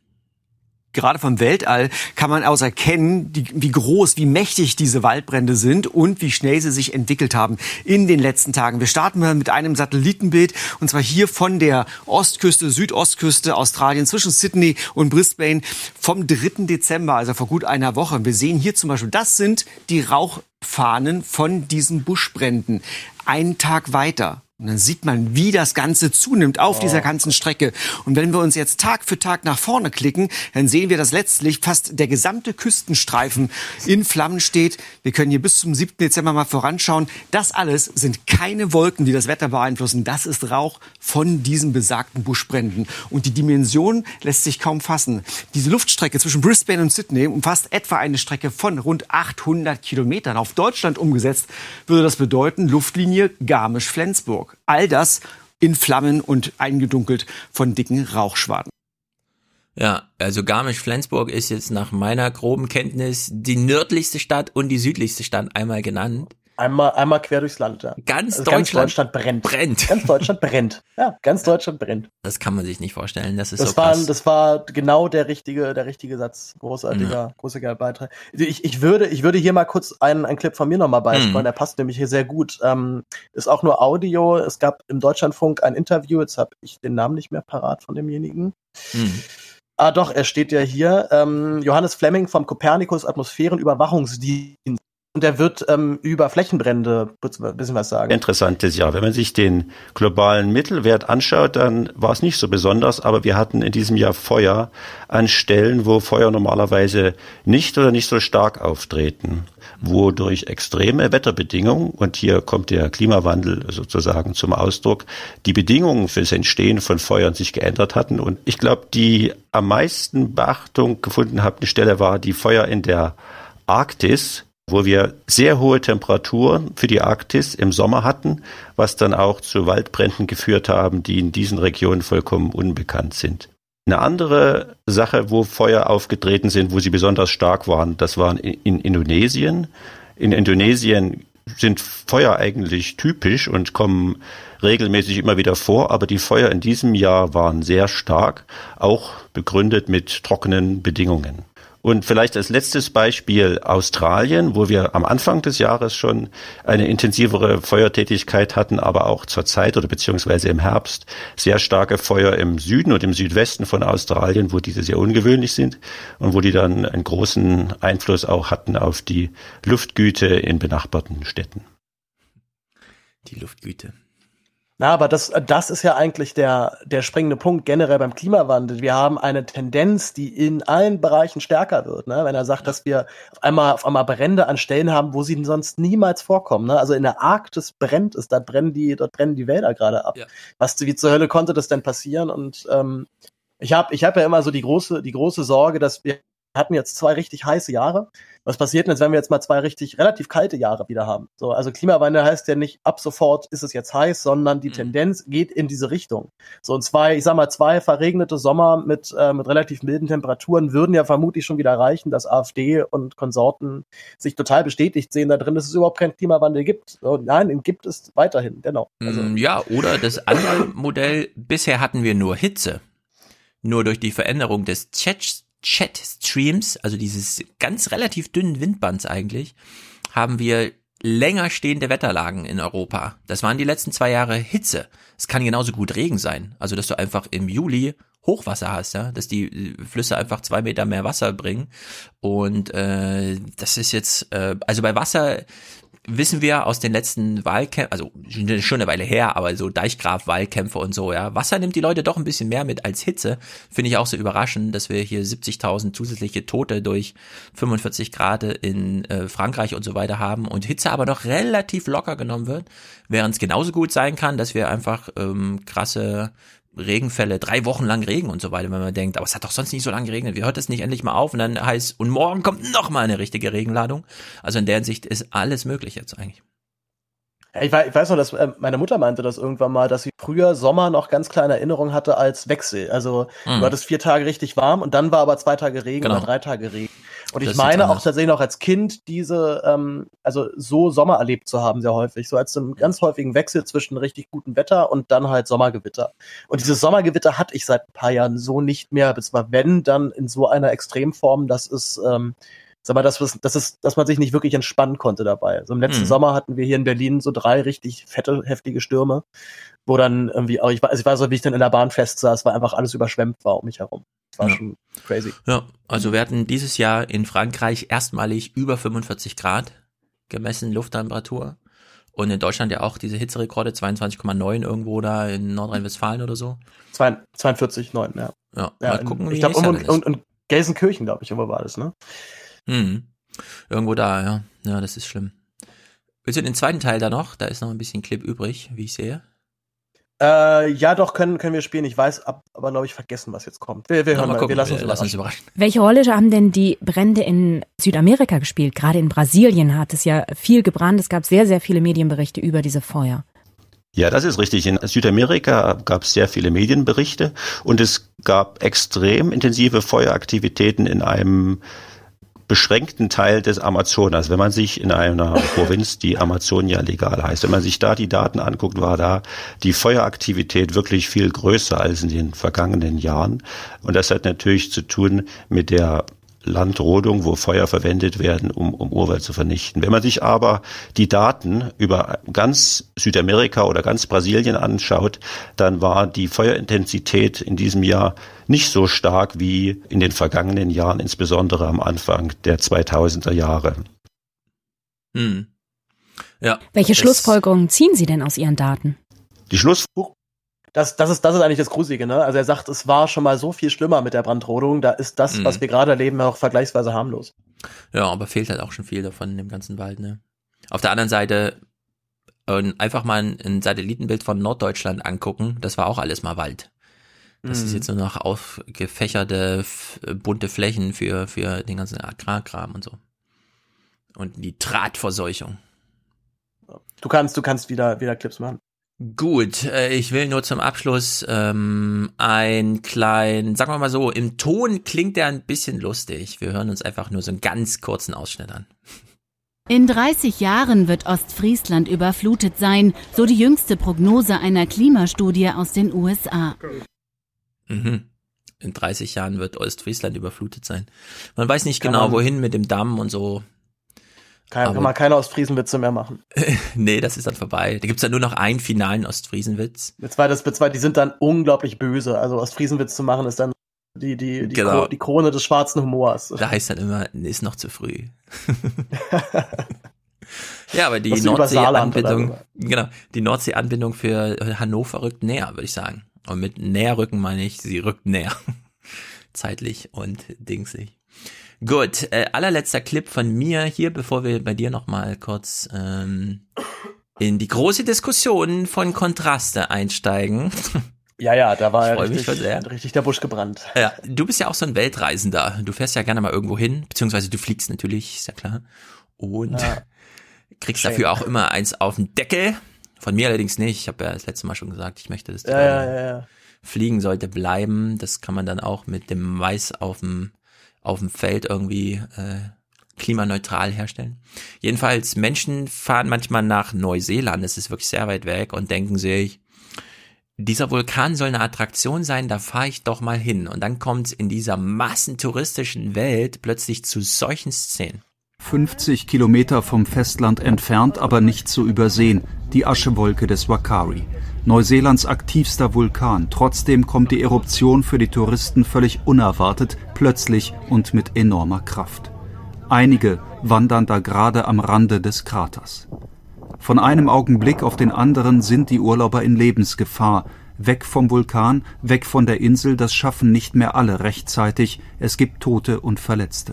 Gerade vom Weltall kann man aus erkennen, die, wie groß, wie mächtig diese Waldbrände sind und wie schnell sie sich entwickelt haben in den letzten Tagen. Wir starten mal mit einem Satellitenbild und zwar hier von der Ostküste, Südostküste Australien zwischen Sydney und Brisbane vom dritten Dezember, also vor gut einer Woche. Wir sehen hier zum Beispiel, das sind die Rauchfahnen von diesen Buschbränden. Einen Tag weiter. Und dann sieht man, wie das Ganze zunimmt auf dieser ganzen Strecke. Und wenn wir uns jetzt Tag für Tag nach vorne klicken, dann sehen wir, dass letztlich fast der gesamte Küstenstreifen in Flammen steht. Wir können hier bis zum siebten Dezember mal voranschauen. Das alles sind keine Wolken, die das Wetter beeinflussen. Das ist Rauch von diesen besagten Buschbränden. Und die Dimension lässt sich kaum fassen. Diese Luftstrecke zwischen Brisbane und Sydney umfasst etwa eine Strecke von rund achthundert Kilometern. Auf Deutschland umgesetzt würde das bedeuten, Luftlinie Garmisch-Flensburg. All das in Flammen und eingedunkelt von dicken Rauchschwaden. Ja, also Garmisch-Flensburg ist jetzt nach meiner groben Kenntnis die nördlichste Stadt und die südlichste Stadt einmal genannt. Einmal, einmal quer durchs Land, ja. Ganz, also Deutschland, ganz Deutschland brennt. brennt. Ganz Deutschland brennt. Ja, ganz Deutschland brennt. Das kann man sich nicht vorstellen. Das ist das so war, krass. Das war genau der richtige, der richtige Satz. Großartiger, Ja. großartiger Beitrag. Ich, ich würde, ich würde hier mal kurz einen, einen Clip von mir nochmal beisteuern. Mhm. Der passt nämlich hier sehr gut. Ähm, ist auch nur Audio. Es gab im Deutschlandfunk ein Interview. Jetzt habe ich den Namen nicht mehr parat von demjenigen. Mhm. Ah, doch, er steht ja hier. Ähm, Johannes Fleming vom Copernicus Atmosphärenüberwachungsdienst. Und er wird ähm, über Flächenbrände ein bisschen was sagen. Interessantes Jahr. Wenn man sich den globalen Mittelwert anschaut, dann war es nicht so besonders, aber wir hatten in diesem Jahr Feuer an Stellen, wo Feuer normalerweise nicht oder nicht so stark auftreten, wo durch extreme Wetterbedingungen, und hier kommt der Klimawandel sozusagen zum Ausdruck, die Bedingungen für das Entstehen von Feuern sich geändert hatten. Und ich glaube, die am meisten Beachtung gefunden habende Stelle war die Feuer in der Arktis, wo wir sehr hohe Temperaturen für die Arktis im Sommer hatten, was dann auch zu Waldbränden geführt haben, die in diesen Regionen vollkommen unbekannt sind. Eine andere Sache, wo Feuer aufgetreten sind, wo sie besonders stark waren, das waren in Indonesien. In Indonesien sind Feuer eigentlich typisch und kommen regelmäßig immer wieder vor, aber die Feuer in diesem Jahr waren sehr stark, auch begründet mit trockenen Bedingungen. Und vielleicht als letztes Beispiel Australien, wo wir am Anfang des Jahres schon eine intensivere Feuertätigkeit hatten, aber auch zur Zeit oder beziehungsweise im Herbst sehr starke Feuer im Süden und im Südwesten von Australien, wo diese sehr ungewöhnlich sind und wo die dann einen großen Einfluss auch hatten auf die Luftgüte in benachbarten Städten. Die Luftgüte. Na, aber das, das ist ja eigentlich der, der springende Punkt generell beim Klimawandel. Wir haben eine Tendenz, die in allen Bereichen stärker wird, ne? Wenn er sagt, dass wir auf einmal, auf einmal Brände an Stellen haben, wo sie sonst niemals vorkommen, ne? Also in der Arktis brennt es, dort brennen die, dort brennen die Wälder gerade ab. Ja. Was, wie zur Hölle konnte das denn passieren? Und, ähm, ich habe, ich habe ja immer so die große, die große Sorge, dass wir hatten jetzt zwei richtig heiße Jahre. Was passiert denn jetzt, wenn wir jetzt mal zwei richtig relativ kalte Jahre wieder haben? So, also Klimawandel heißt ja nicht, ab sofort ist es jetzt heiß, sondern die mhm. Tendenz geht in diese Richtung. So, und zwei, ich sag mal, zwei verregnete Sommer mit, äh, mit relativ milden Temperaturen würden ja vermutlich schon wieder reichen, dass AfD und Konsorten sich total bestätigt sehen da drin, dass es überhaupt keinen Klimawandel gibt. So, nein, den gibt es weiterhin, genau. Also, ja, oder das andere Modell, bisher hatten wir nur Hitze. Nur durch die Veränderung des Chats Chat-Streams, also dieses ganz relativ dünnen Windbands eigentlich, haben wir länger stehende Wetterlagen in Europa. Das waren die letzten zwei Jahre Hitze. Es kann genauso gut Regen sein. Also, dass du einfach im Juli Hochwasser hast, ja, dass die Flüsse einfach zwei Meter mehr Wasser bringen. Und äh, das ist jetzt, äh, also bei Wasser wissen wir aus den letzten Wahlkämpfen, also schon eine Weile her, aber so Deichgraf-Wahlkämpfe und so, ja. Wasser nimmt die Leute doch ein bisschen mehr mit als Hitze. Finde ich auch so überraschend, dass wir hier siebzigtausend zusätzliche Tote durch fünfundvierzig Grad in äh, Frankreich und so weiter haben und Hitze aber noch relativ locker genommen wird, während es genauso gut sein kann, dass wir einfach ähm, krasse Regenfälle, drei Wochen lang Regen und so weiter, wenn man denkt, aber es hat doch sonst nicht so lange geregnet, wie hört das nicht endlich mal auf? Und dann heißt, und morgen kommt noch mal eine richtige Regenladung. Also in der Hinsicht ist alles möglich jetzt eigentlich. Ja, ich, weiß, ich weiß noch, dass äh, meine Mutter meinte das irgendwann mal, dass sie früher Sommer noch ganz kleine Erinnerungen hatte als Wechsel. Also mhm. du hattest vier Tage richtig warm und dann war aber zwei Tage Regen genau. oder drei Tage Regen. Und ich das meine auch tatsächlich noch als Kind diese, ähm, also so Sommer erlebt zu haben, sehr häufig. So als einen ganz häufigen Wechsel zwischen richtig gutem Wetter und dann halt Sommergewitter. Und dieses Sommergewitter hatte ich seit ein paar Jahren so nicht mehr. Das war, wenn, dann in so einer Extremform, dass es, ähm, sag mal, das ist, das ist, dass man sich nicht wirklich entspannen konnte dabei. Also im letzten mhm. Sommer hatten wir hier in Berlin so drei richtig fette, heftige Stürme, wo dann irgendwie, auch ich, also ich weiß noch, wie ich dann in der Bahn festsaß, weil einfach alles überschwemmt war um mich herum. Das war ja. schon crazy. Ja, also wir hatten dieses Jahr in Frankreich erstmalig über fünfundvierzig Grad gemessen Lufttemperatur. Und in Deutschland ja auch diese Hitzerekorde, zweiundzwanzig Komma neun irgendwo da in Nordrhein-Westfalen oder so. zweiundvierzig Komma neun, ja. Ja, ja mal gucken, in, wie ich glaube, und, und, und, und Gelsenkirchen, glaube ich, irgendwo war das, ne? Hm. Irgendwo da, ja. Ja, das ist schlimm. Willst du den zweiten Teil da noch? Da ist noch ein bisschen Clip übrig, wie ich sehe. Äh, ja, doch, können, können wir spielen. Ich weiß, ab, aber glaube ich, vergessen, was jetzt kommt. Wir, wir, ja, hören mal, gucken, wir lassen uns, wir lassen uns überraschen. Welche Rolle haben denn die Brände in Südamerika gespielt? Gerade in Brasilien hat es ja viel gebrannt. Es gab sehr, sehr viele Medienberichte über diese Feuer. Ja, das ist richtig. In Südamerika gab es sehr viele Medienberichte und es gab extrem intensive Feueraktivitäten in einem beschränkten Teil des Amazonas. Wenn man sich in einer Provinz, die Amazonia legal heißt, wenn man sich da die Daten anguckt, war da die Feueraktivität wirklich viel größer als in den vergangenen Jahren. Und das hat natürlich zu tun mit der Landrodung, wo Feuer verwendet werden, um, um Urwald zu vernichten. Wenn man sich aber die Daten über ganz Südamerika oder ganz Brasilien anschaut, dann war die Feuerintensität in diesem Jahr nicht so stark wie in den vergangenen Jahren, insbesondere am Anfang der zweitausender Jahre. Hm. Ja. Welche Schlussfolgerungen ziehen Sie denn aus Ihren Daten? Die Schlussfolgerung Das, das ist, das ist eigentlich das Gruselige, ne? Also er sagt, es war schon mal so viel schlimmer mit der Brandrodung, da ist das, mhm. was wir gerade erleben, auch vergleichsweise harmlos. Ja, aber fehlt halt auch schon viel davon in dem ganzen Wald, ne? Auf der anderen Seite, äh, einfach mal ein, ein Satellitenbild von Norddeutschland angucken, das war auch alles mal Wald. Das mhm. ist jetzt nur noch aufgefächerte, f- bunte Flächen für, für den ganzen Agrarkram und so. Und Nitratverseuchung. Du kannst, du kannst wieder, wieder Clips machen. Gut, äh, ich will nur zum Abschluss ähm, ein klein, sagen wir mal so, im Ton klingt der ein bisschen lustig. Wir hören uns einfach nur so einen ganz kurzen Ausschnitt an. In dreißig Jahren wird Ostfriesland überflutet sein, so die jüngste Prognose einer Klimastudie aus den U S A. Mhm. In dreißig Jahren wird Ostfriesland überflutet sein. Man weiß nicht Kann genau, man- wohin mit dem Damm und so. Kann, Aber- kann man keine Ostfriesenwitze mehr machen. Nee, das ist dann vorbei. Da gibt's dann nur noch einen finalen Ostfriesenwitz. Jetzt war das, jetzt war, die sind dann unglaublich böse. Also Ostfriesenwitz zu machen ist dann die, die, die, Genau. Kro- die Krone des schwarzen Humors. Da heißt dann immer, ist noch zu früh. Ja, aber die Was über Saarland oder Nordsee-Anbindung, genau, die Nordsee-Anbindung für Hannover rückt näher, würde ich sagen. Und mit näher rücken meine ich, sie rückt näher. Zeitlich und dingsig. Gut, äh, allerletzter Clip von mir hier, bevor wir bei dir nochmal kurz ähm, in die große Diskussion von Kontraste einsteigen. Ja, ja, da war Ich ja freu mich richtig, schon sehr. richtig der Busch gebrannt. Ja, du bist ja auch so ein Weltreisender. Du fährst ja gerne mal irgendwo hin, beziehungsweise du fliegst natürlich, ist ja klar. Und Ja. kriegst Shame. dafür auch immer eins auf den Deckel. Von mir allerdings nicht. Ich habe ja das letzte Mal schon gesagt, ich möchte, dass die Ja, ja, ja, ja. Fliegen sollte bleiben. Das kann man dann auch mit dem Mais auf dem, auf dem Feld irgendwie äh, klimaneutral herstellen. Jedenfalls, Menschen fahren manchmal nach Neuseeland, das ist wirklich sehr weit weg, und denken sich, dieser Vulkan soll eine Attraktion sein, da fahre ich doch mal hin. Und dann kommt es in dieser massentouristischen Welt plötzlich zu solchen Szenen. fünfzig Kilometer vom Festland entfernt, aber nicht zu übersehen, die Aschewolke des Wakari. Neuseelands aktivster Vulkan. Trotzdem kommt die Eruption für die Touristen völlig unerwartet, plötzlich und mit enormer Kraft. Einige wandern da gerade am Rande des Kraters. Von einem Augenblick auf den anderen sind die Urlauber in Lebensgefahr. Weg vom Vulkan, weg von der Insel, das schaffen nicht mehr alle rechtzeitig. Es gibt Tote und Verletzte.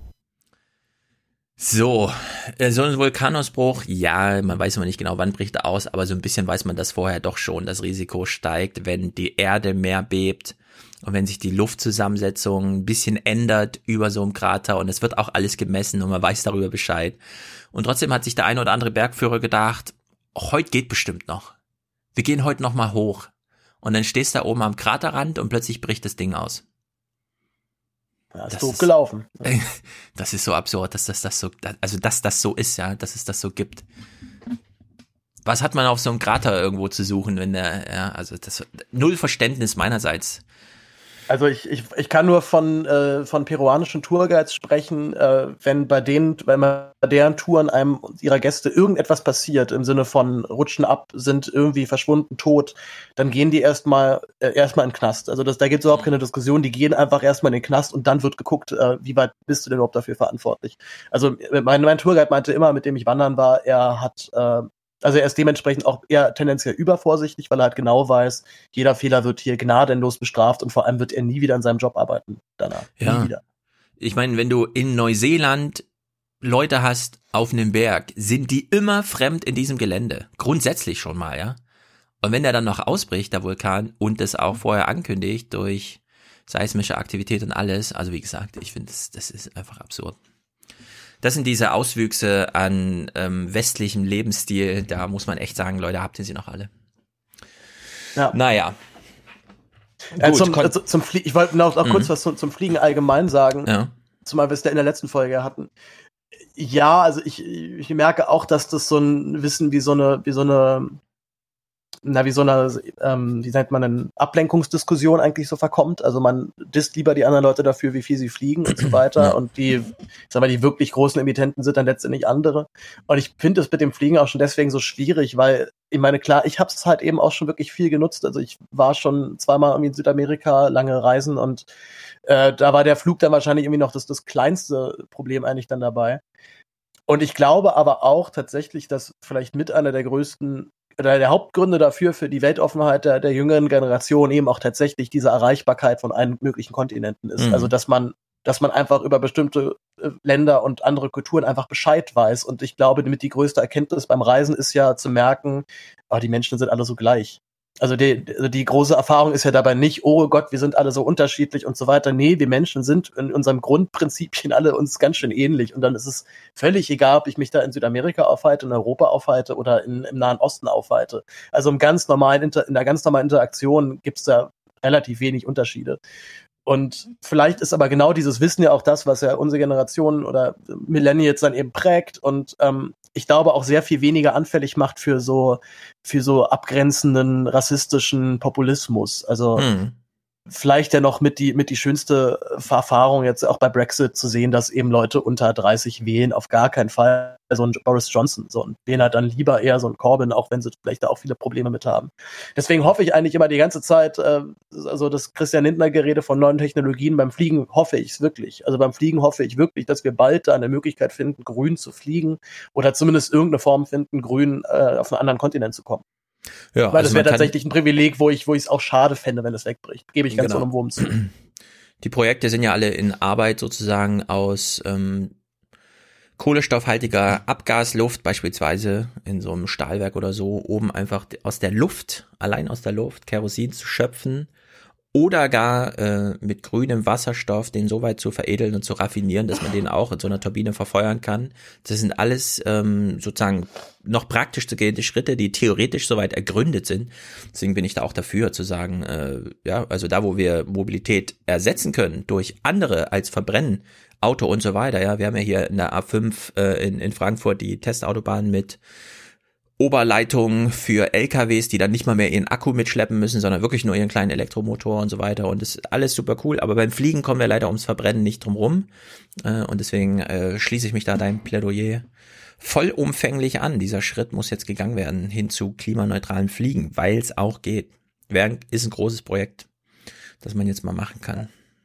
So, äh, so ein Vulkanausbruch, ja, man weiß immer nicht genau, wann bricht er aus, aber so ein bisschen weiß man das vorher doch schon. Das Risiko steigt, wenn die Erde mehr bebt und wenn sich die Luftzusammensetzung ein bisschen ändert über so einem Krater, und es wird auch alles gemessen und man weiß darüber Bescheid. Und trotzdem hat sich der eine oder andere Bergführer gedacht, heute geht bestimmt noch. Wir gehen heute noch mal hoch. Und dann stehst du da oben am Kraterrand und plötzlich bricht das Ding aus. Ja, ist doof gelaufen. Das ist so absurd, dass das, das so, also dass das so ist, ja, dass es das so gibt. Was hat man auf so einem Krater irgendwo zu suchen, wenn der, ja, also das, null Verständnis meinerseits. Also ich, ich, ich kann nur von, äh, von peruanischen Tourguides sprechen, äh, wenn bei denen, wenn bei deren Touren einem ihrer Gäste irgendetwas passiert, im Sinne von rutschen ab, sind irgendwie verschwunden, tot, dann gehen die erstmal äh, erstmal in den Knast. Also das, da gibt es überhaupt keine Diskussion, die gehen einfach erstmal in den Knast und dann wird geguckt, äh, wie weit bist du denn überhaupt dafür verantwortlich. Also mein, mein Tourguide meinte immer, mit dem ich wandern war, er hat äh, Also er ist dementsprechend auch eher tendenziell übervorsichtig, weil er halt genau weiß, jeder Fehler wird hier gnadenlos bestraft und vor allem wird er nie wieder in seinem Job arbeiten danach. Ja. Nie wieder. Ich meine, wenn du in Neuseeland Leute hast auf einem Berg, sind die immer fremd in diesem Gelände. Grundsätzlich schon mal, ja. Und wenn der dann noch ausbricht, der Vulkan, und das auch vorher ankündigt durch seismische Aktivität und alles, also wie gesagt, ich finde, das, das ist einfach absurd. Das sind diese Auswüchse an ähm, westlichem Lebensstil, da muss man echt sagen, Leute, habt ihr sie noch alle? Ja. Naja. Äh, Gut, zum, kon- äh, zum Flie ich wollte noch, noch Mhm. kurz was zum, zum Fliegen allgemein sagen, Ja. zumal wir es ja in der letzten Folge hatten. Ja, also ich, ich merke auch, dass das so ein Wissen wie so eine, wie so eine, na, wie so eine, ähm, wie nennt man denn, Ablenkungsdiskussion eigentlich so verkommt. Also man disst lieber die anderen Leute dafür, wie viel sie fliegen und so weiter. Ja. Und die, ich sag mal, die wirklich großen Emittenten sind dann letztendlich andere. Und ich finde es mit dem Fliegen auch schon deswegen so schwierig, weil, ich meine, klar, ich habe es halt eben auch schon wirklich viel genutzt. Also ich war schon zweimal irgendwie in Südamerika, lange Reisen, und äh, da war der Flug dann wahrscheinlich irgendwie noch das, das kleinste Problem eigentlich dann dabei. Und ich glaube aber auch tatsächlich, dass vielleicht mit einer der größten oder der Hauptgründe dafür, für die Weltoffenheit der, der jüngeren Generation eben auch tatsächlich diese Erreichbarkeit von allen möglichen Kontinenten ist. Mhm. Also, dass man, dass man einfach über bestimmte äh, Länder und andere Kulturen einfach Bescheid weiß. Und ich glaube, damit die größte Erkenntnis beim Reisen ist ja zu merken, oh, die Menschen sind alle so gleich. Also die, also die große Erfahrung ist ja dabei nicht, oh Gott, wir sind alle so unterschiedlich und so weiter. Nee, wir Menschen sind in unserem Grundprinzipien alle uns ganz schön ähnlich. Und dann ist es völlig egal, ob ich mich da in Südamerika aufhalte, in Europa aufhalte oder in, im Nahen Osten aufhalte. Also im ganz normalen Inter, in der ganz normalen Interaktion gibt's da relativ wenig Unterschiede. Und vielleicht ist aber genau dieses Wissen ja auch das, was ja unsere Generation oder Millennials dann eben prägt und ähm, ich glaube auch sehr viel weniger anfällig macht für so für so abgrenzenden rassistischen Populismus. Also hm. vielleicht ja noch mit die mit die schönste Erfahrung jetzt auch bei Brexit zu sehen, dass eben Leute unter dreißig wählen, auf gar keinen Fall so ein Boris Johnson, so ein wählen halt dann lieber eher so ein Corbyn, auch wenn sie vielleicht da auch viele Probleme mit haben. Deswegen hoffe ich eigentlich immer die ganze Zeit, äh, also das Christian Lindner-Gerede von neuen Technologien beim Fliegen hoffe ich es wirklich. Also beim Fliegen hoffe ich wirklich, dass wir bald da eine Möglichkeit finden, grün zu fliegen oder zumindest irgendeine Form finden, grün äh, auf einen anderen Kontinent zu kommen. Ja, weil das also wäre tatsächlich ein Privileg, wo ich wo ich es auch schade fände, wenn es wegbricht. Gebe ich ganz genau. unumwoben zu. Die Projekte sind ja alle in Arbeit sozusagen aus ähm, kohlenstoffhaltiger Abgasluft, beispielsweise in so einem Stahlwerk oder so, oben einfach aus der Luft, allein aus der Luft, Kerosin zu schöpfen oder gar äh, mit grünem Wasserstoff den so weit zu veredeln und zu raffinieren, dass man den auch in so einer Turbine verfeuern kann. Das sind alles ähm, sozusagen noch praktisch zu gehende Schritte, die theoretisch soweit ergründet sind. Deswegen bin ich da auch dafür zu sagen, äh, ja, also da, wo wir Mobilität ersetzen können durch andere als Verbrennen, Auto und so weiter, ja, wir haben ja hier in der A fünf äh, in, in Frankfurt die Testautobahn mit Oberleitungen für L K Ws, die dann nicht mal mehr ihren Akku mitschleppen müssen, sondern wirklich nur ihren kleinen Elektromotor und so weiter und das ist alles super cool, aber beim Fliegen kommen wir leider ums Verbrennen nicht drum rum äh, und deswegen äh, schließe ich mich da deinem Plädoyer vollumfänglich an. Dieser Schritt muss jetzt gegangen werden hin zu klimaneutralem Fliegen, weil es auch geht. Wäre, ist ein großes Projekt, das man jetzt mal machen kann.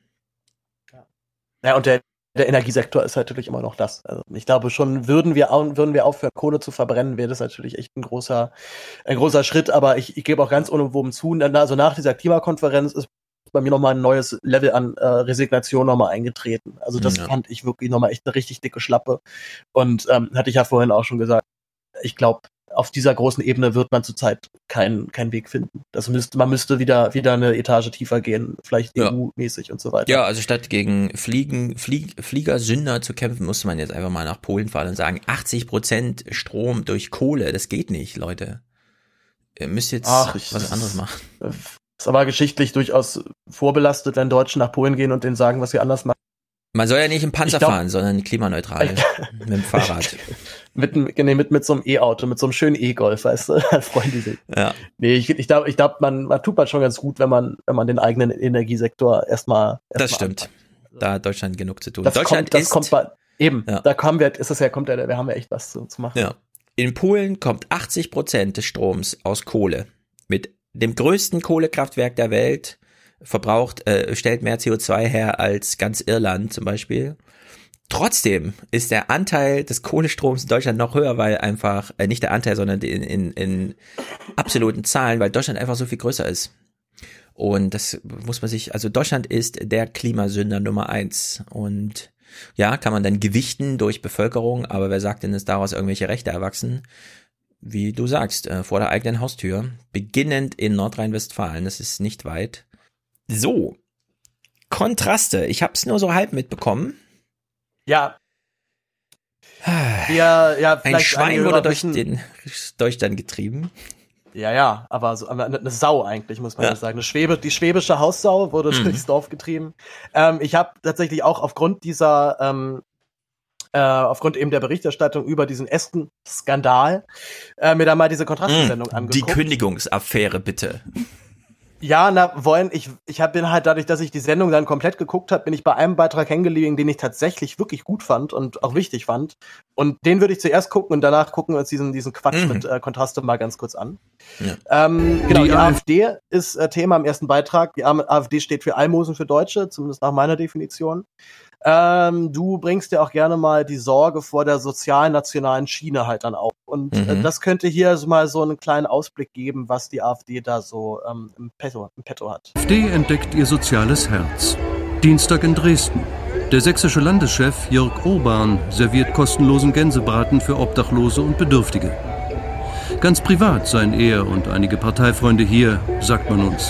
Ja, und der Der Energiesektor ist natürlich immer noch das. Also ich glaube schon, würden wir würden wir aufhören, Kohle zu verbrennen, wäre das natürlich echt ein großer ein großer Schritt. Aber ich, ich gebe auch ganz unumwoben zu, also nach dieser Klimakonferenz ist bei mir nochmal ein neues Level an äh, Resignation nochmal eingetreten. Also das ja. fand ich wirklich nochmal echt eine richtig dicke Schlappe. Und ähm, hatte ich ja vorhin auch schon gesagt, ich glaube, auf dieser großen Ebene wird man zurzeit keinen keinen Weg finden. Das müsste, man müsste wieder wieder eine Etage tiefer gehen, vielleicht ja. E U-mäßig und so weiter. Ja, also statt gegen Fliegen, Flieg, Fliegersünder zu kämpfen, musste man jetzt einfach mal nach Polen fahren und sagen, achtzig Prozent Strom durch Kohle, das geht nicht, Leute. Ihr müsst jetzt Ach, ich, was anderes machen. Ist aber geschichtlich durchaus vorbelastet, wenn Deutsche nach Polen gehen und denen sagen, was sie anders machen. Man soll ja nicht im Panzer glaub, fahren, sondern klimaneutral mit dem Fahrrad. mit, nee, mit, mit so einem E-Auto, mit so einem schönen E-Golf, weißt du, da freuen die sich. Ja. Nee, ich, ich glaube, ich glaub, man, man tut man schon ganz gut, wenn man, wenn man den eigenen Energiesektor erstmal. Erst das stimmt. Anpackt. Da hat Deutschland genug zu tun. Das Deutschland kommt, das ist, kommt bei, eben, ja. da kommen wir, ist es ja, kommt ja, wir haben ja echt was zu, zu machen. Ja. In Polen kommt achtzig Prozent des Stroms aus Kohle. Mit dem größten Kohlekraftwerk der Welt verbraucht, äh, stellt mehr C O zwei her als ganz Irland zum Beispiel. Trotzdem ist der Anteil des Kohlestroms in Deutschland noch höher, weil einfach, äh, nicht der Anteil, sondern in, in, in absoluten Zahlen, weil Deutschland einfach so viel größer ist. Und das muss man sich, also Deutschland ist der Klimasünder Nummer eins. Und ja, kann man dann gewichten durch Bevölkerung, aber wer sagt denn, dass daraus irgendwelche Rechte erwachsen? Wie du sagst, äh, vor der eigenen Haustür, beginnend in Nordrhein-Westfalen, das ist nicht weit. So, Kontraste, ich hab's nur so halb mitbekommen. Ja. Ja, ja, ein Schwein wurde durch den Deutschland getrieben. Ja, ja, aber so eine Sau eigentlich, muss man ja sagen. Eine Schwäbe, die schwäbische Haussau wurde mhm. durchs Dorf getrieben. Ähm, ich habe tatsächlich auch aufgrund dieser, ähm, äh, aufgrund eben der Berichterstattung über diesen Esken-Skandal äh, mir da mal diese Kontrastensendung mhm. angeguckt. Die Kündigungsaffäre, bitte. Ja, na, wollen, ich, ich hab, bin halt dadurch, dass ich die Sendung dann komplett geguckt habe, bin ich bei einem Beitrag hängen geblieben, den ich tatsächlich wirklich gut fand und auch wichtig fand. Und den würde ich zuerst gucken und danach gucken wir uns diesen, diesen Quatsch mhm. mit äh, Kontraste mal ganz kurz an. Ja. Ähm, genau, die, die AfD ist äh, Thema im ersten Beitrag. Die AfD steht für Almosen für Deutsche, zumindest nach meiner Definition. Ähm, du bringst ja auch gerne mal die Sorge vor der sozial-nationalen Schiene halt dann auf. Und mhm. äh, das könnte hier so mal so einen kleinen Ausblick geben, was die AfD da so ähm, im, Petto, im Petto hat. Die AfD entdeckt ihr soziales Herz. Dienstag in Dresden. Der sächsische Landeschef Jörg Urban serviert kostenlosen Gänsebraten für Obdachlose und Bedürftige. Ganz privat seien er und einige Parteifreunde hier, sagt man uns.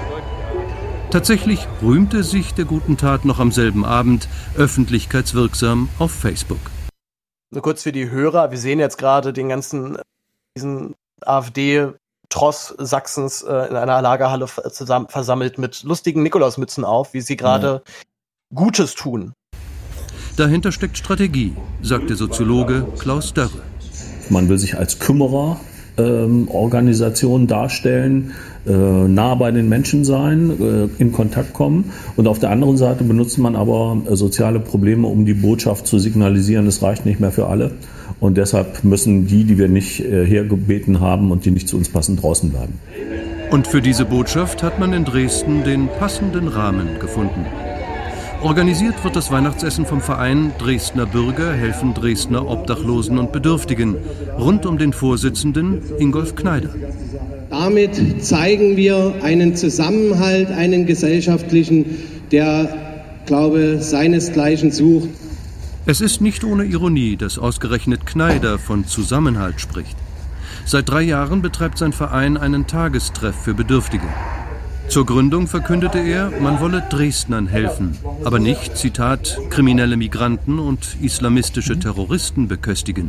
Tatsächlich rühmte sich der guten Tat noch am selben Abend öffentlichkeitswirksam auf Facebook. Nur kurz für die Hörer, wir sehen jetzt gerade den ganzen diesen AfD-Tross Sachsens äh, in einer Lagerhalle zusammen, versammelt mit lustigen Nikolausmützen auf, wie sie gerade ja. Gutes tun. Dahinter steckt Strategie, sagt der Soziologe Klaus Dörre. Man will sich als Kümmerer ähm, Organisation darstellen, äh, nah bei den Menschen sein, äh, in Kontakt kommen. Und auf der anderen Seite benutzt man aber äh, soziale Probleme, um die Botschaft zu signalisieren, es reicht nicht mehr für alle. Und deshalb müssen die, die wir nicht äh, hergebeten haben und die nicht zu uns passen, draußen bleiben. Und für diese Botschaft hat man in Dresden den passenden Rahmen gefunden. Organisiert wird das Weihnachtsessen vom Verein Dresdner Bürger helfen Dresdner Obdachlosen und Bedürftigen, rund um den Vorsitzenden Ingolf Kneider. Damit zeigen wir einen Zusammenhalt, einen gesellschaftlichen, der, glaube ich, seinesgleichen sucht. Es ist nicht ohne Ironie, dass ausgerechnet Kneider von Zusammenhalt spricht. Seit drei Jahren betreibt sein Verein einen Tagestreff für Bedürftige. Zur Gründung verkündete er, man wolle Dresdnern helfen, aber nicht, Zitat, kriminelle Migranten und islamistische Terroristen beköstigen.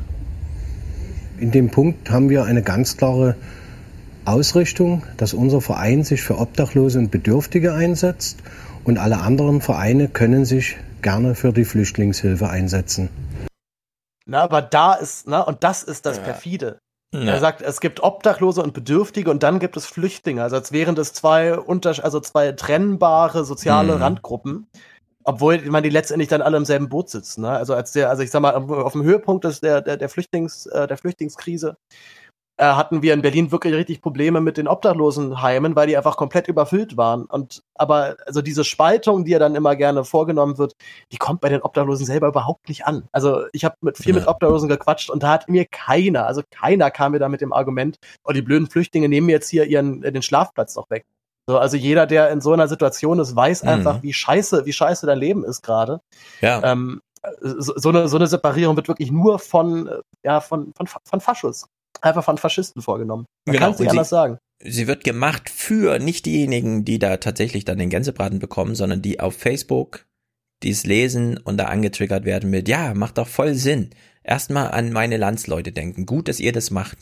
In dem Punkt haben wir eine ganz klare Ausrichtung, dass unser Verein sich für Obdachlose und Bedürftige einsetzt und alle anderen Vereine können sich gerne für die Flüchtlingshilfe einsetzen. Na, aber da ist, na, und das ist das ja. Perfide. Ja. Er sagt, es gibt Obdachlose und Bedürftige und dann gibt es Flüchtlinge. Also als wären das zwei unter, also zwei trennbare soziale mhm. Randgruppen, obwohl man die letztendlich dann alle im selben Boot sitzen. Ne? Also als der, also ich sag mal, auf dem Höhepunkt des, der, der, der, Flüchtlings, äh, der Flüchtlingskrise äh, hatten wir in Berlin wirklich richtig Probleme mit den Obdachlosenheimen, weil die einfach komplett überfüllt waren. Und aber also diese Spaltung, die ja dann immer gerne vorgenommen wird, die kommt bei den Obdachlosen selber überhaupt nicht an. Also ich habe mit viel ja. mit Obdachlosen gequatscht und da hat mir keiner, also keiner kam mir da mit dem Argument, oh, die blöden Flüchtlinge nehmen mir jetzt hier ihren den Schlafplatz doch weg. So, also jeder, der in so einer Situation ist, weiß mhm. einfach, wie scheiße, wie scheiße dein Leben ist gerade. Ja. Ähm, so, so eine so eine Separierung wird wirklich nur von ja von von von Faschos, einfach von Faschisten vorgenommen. Man genau. kann es nicht anders sagen. Sie wird gemacht für nicht diejenigen, die da tatsächlich dann den Gänsebraten bekommen, sondern die auf Facebook dies lesen und da angetriggert werden mit, ja, macht doch voll Sinn. Erstmal an meine Landsleute denken. Gut, dass ihr das macht.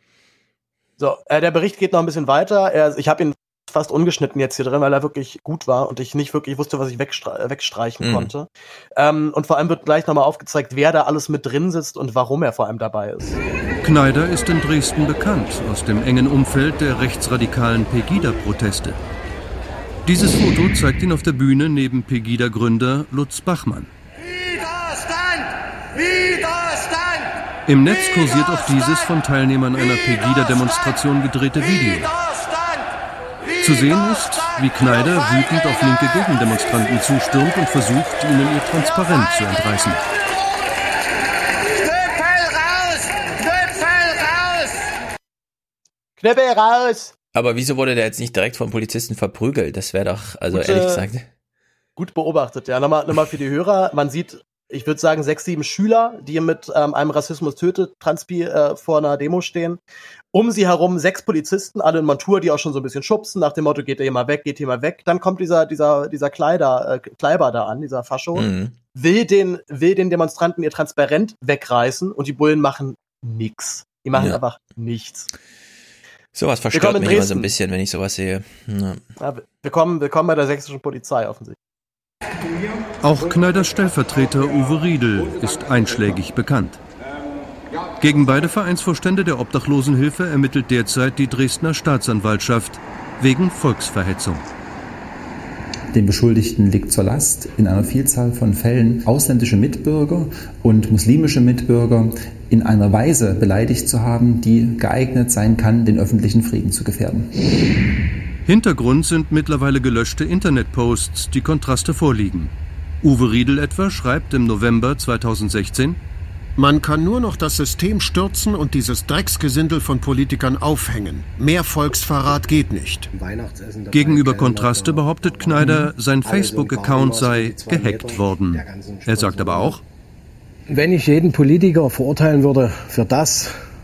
So, äh, der Bericht geht noch ein bisschen weiter. Er, ich habe ihn fast ungeschnitten jetzt hier drin, weil er wirklich gut war und ich nicht wirklich wusste, was ich wegstre- wegstreichen mhm. konnte. Ähm, und vor allem wird gleich nochmal aufgezeigt, wer da alles mit drin sitzt und warum er vor allem dabei ist. Kneider ist in Dresden bekannt aus dem engen Umfeld der rechtsradikalen Pegida-Proteste. Dieses Foto zeigt ihn auf der Bühne neben Pegida-Gründer Lutz Bachmann. Widerstand! Widerstand! Im Netz kursiert auch dieses von Teilnehmern einer Pegida-Demonstration gedrehte Video. Zu sehen ist, wie Kneider wütend auf linke Gegendemonstranten zustürmt und versucht, ihnen ihr Transparent zu entreißen. Knüppel raus! Knüppel raus! Knüppel raus! Aber wieso wurde der jetzt nicht direkt vom Polizisten verprügelt? Das wäre doch, also gut, ehrlich gesagt. Gut beobachtet, ja. Nochmal, nochmal für die Hörer. Man sieht, ich würde sagen, sechs, sieben Schüler, die mit ähm, einem Rassismus-Tötet-Transpi äh, vor einer Demo stehen. Um sie herum sechs Polizisten, alle in Montur, die auch schon so ein bisschen schubsen, nach dem Motto, geht ihr mal weg, geht ihr mal weg. Dann kommt dieser, dieser, dieser Kleider, äh, Kleiber da an, dieser Fascho, mhm. will den, will den Demonstranten ihr Transparent wegreißen und die Bullen machen nix. Die machen ja. einfach nichts. Sowas verstört mich immer so ein bisschen, wenn ich sowas sehe. Ja. Ja, willkommen, willkommen bei der sächsischen Polizei, offensichtlich. Auch Kneiders Stellvertreter Uwe Riedel ist einschlägig bekannt. Gegen beide Vereinsvorstände der Obdachlosenhilfe ermittelt derzeit die Dresdner Staatsanwaltschaft wegen Volksverhetzung. Den Beschuldigten liegt zur Last, in einer Vielzahl von Fällen ausländische Mitbürger und muslimische Mitbürger in einer Weise beleidigt zu haben, die geeignet sein kann, den öffentlichen Frieden zu gefährden. Hintergrund sind mittlerweile gelöschte Internetposts, die Kontraste vorliegen. Uwe Riedel etwa schreibt im November zweitausendsechzehn: Man kann nur noch das System stürzen und dieses Drecksgesindel von Politikern aufhängen. Mehr Volksverrat geht nicht. Gegenüber Kontraste behauptet Kneider, sein Facebook-Account sei gehackt worden. Er sagt aber auch: Wenn ich jeden Politiker verurteilen würde für das,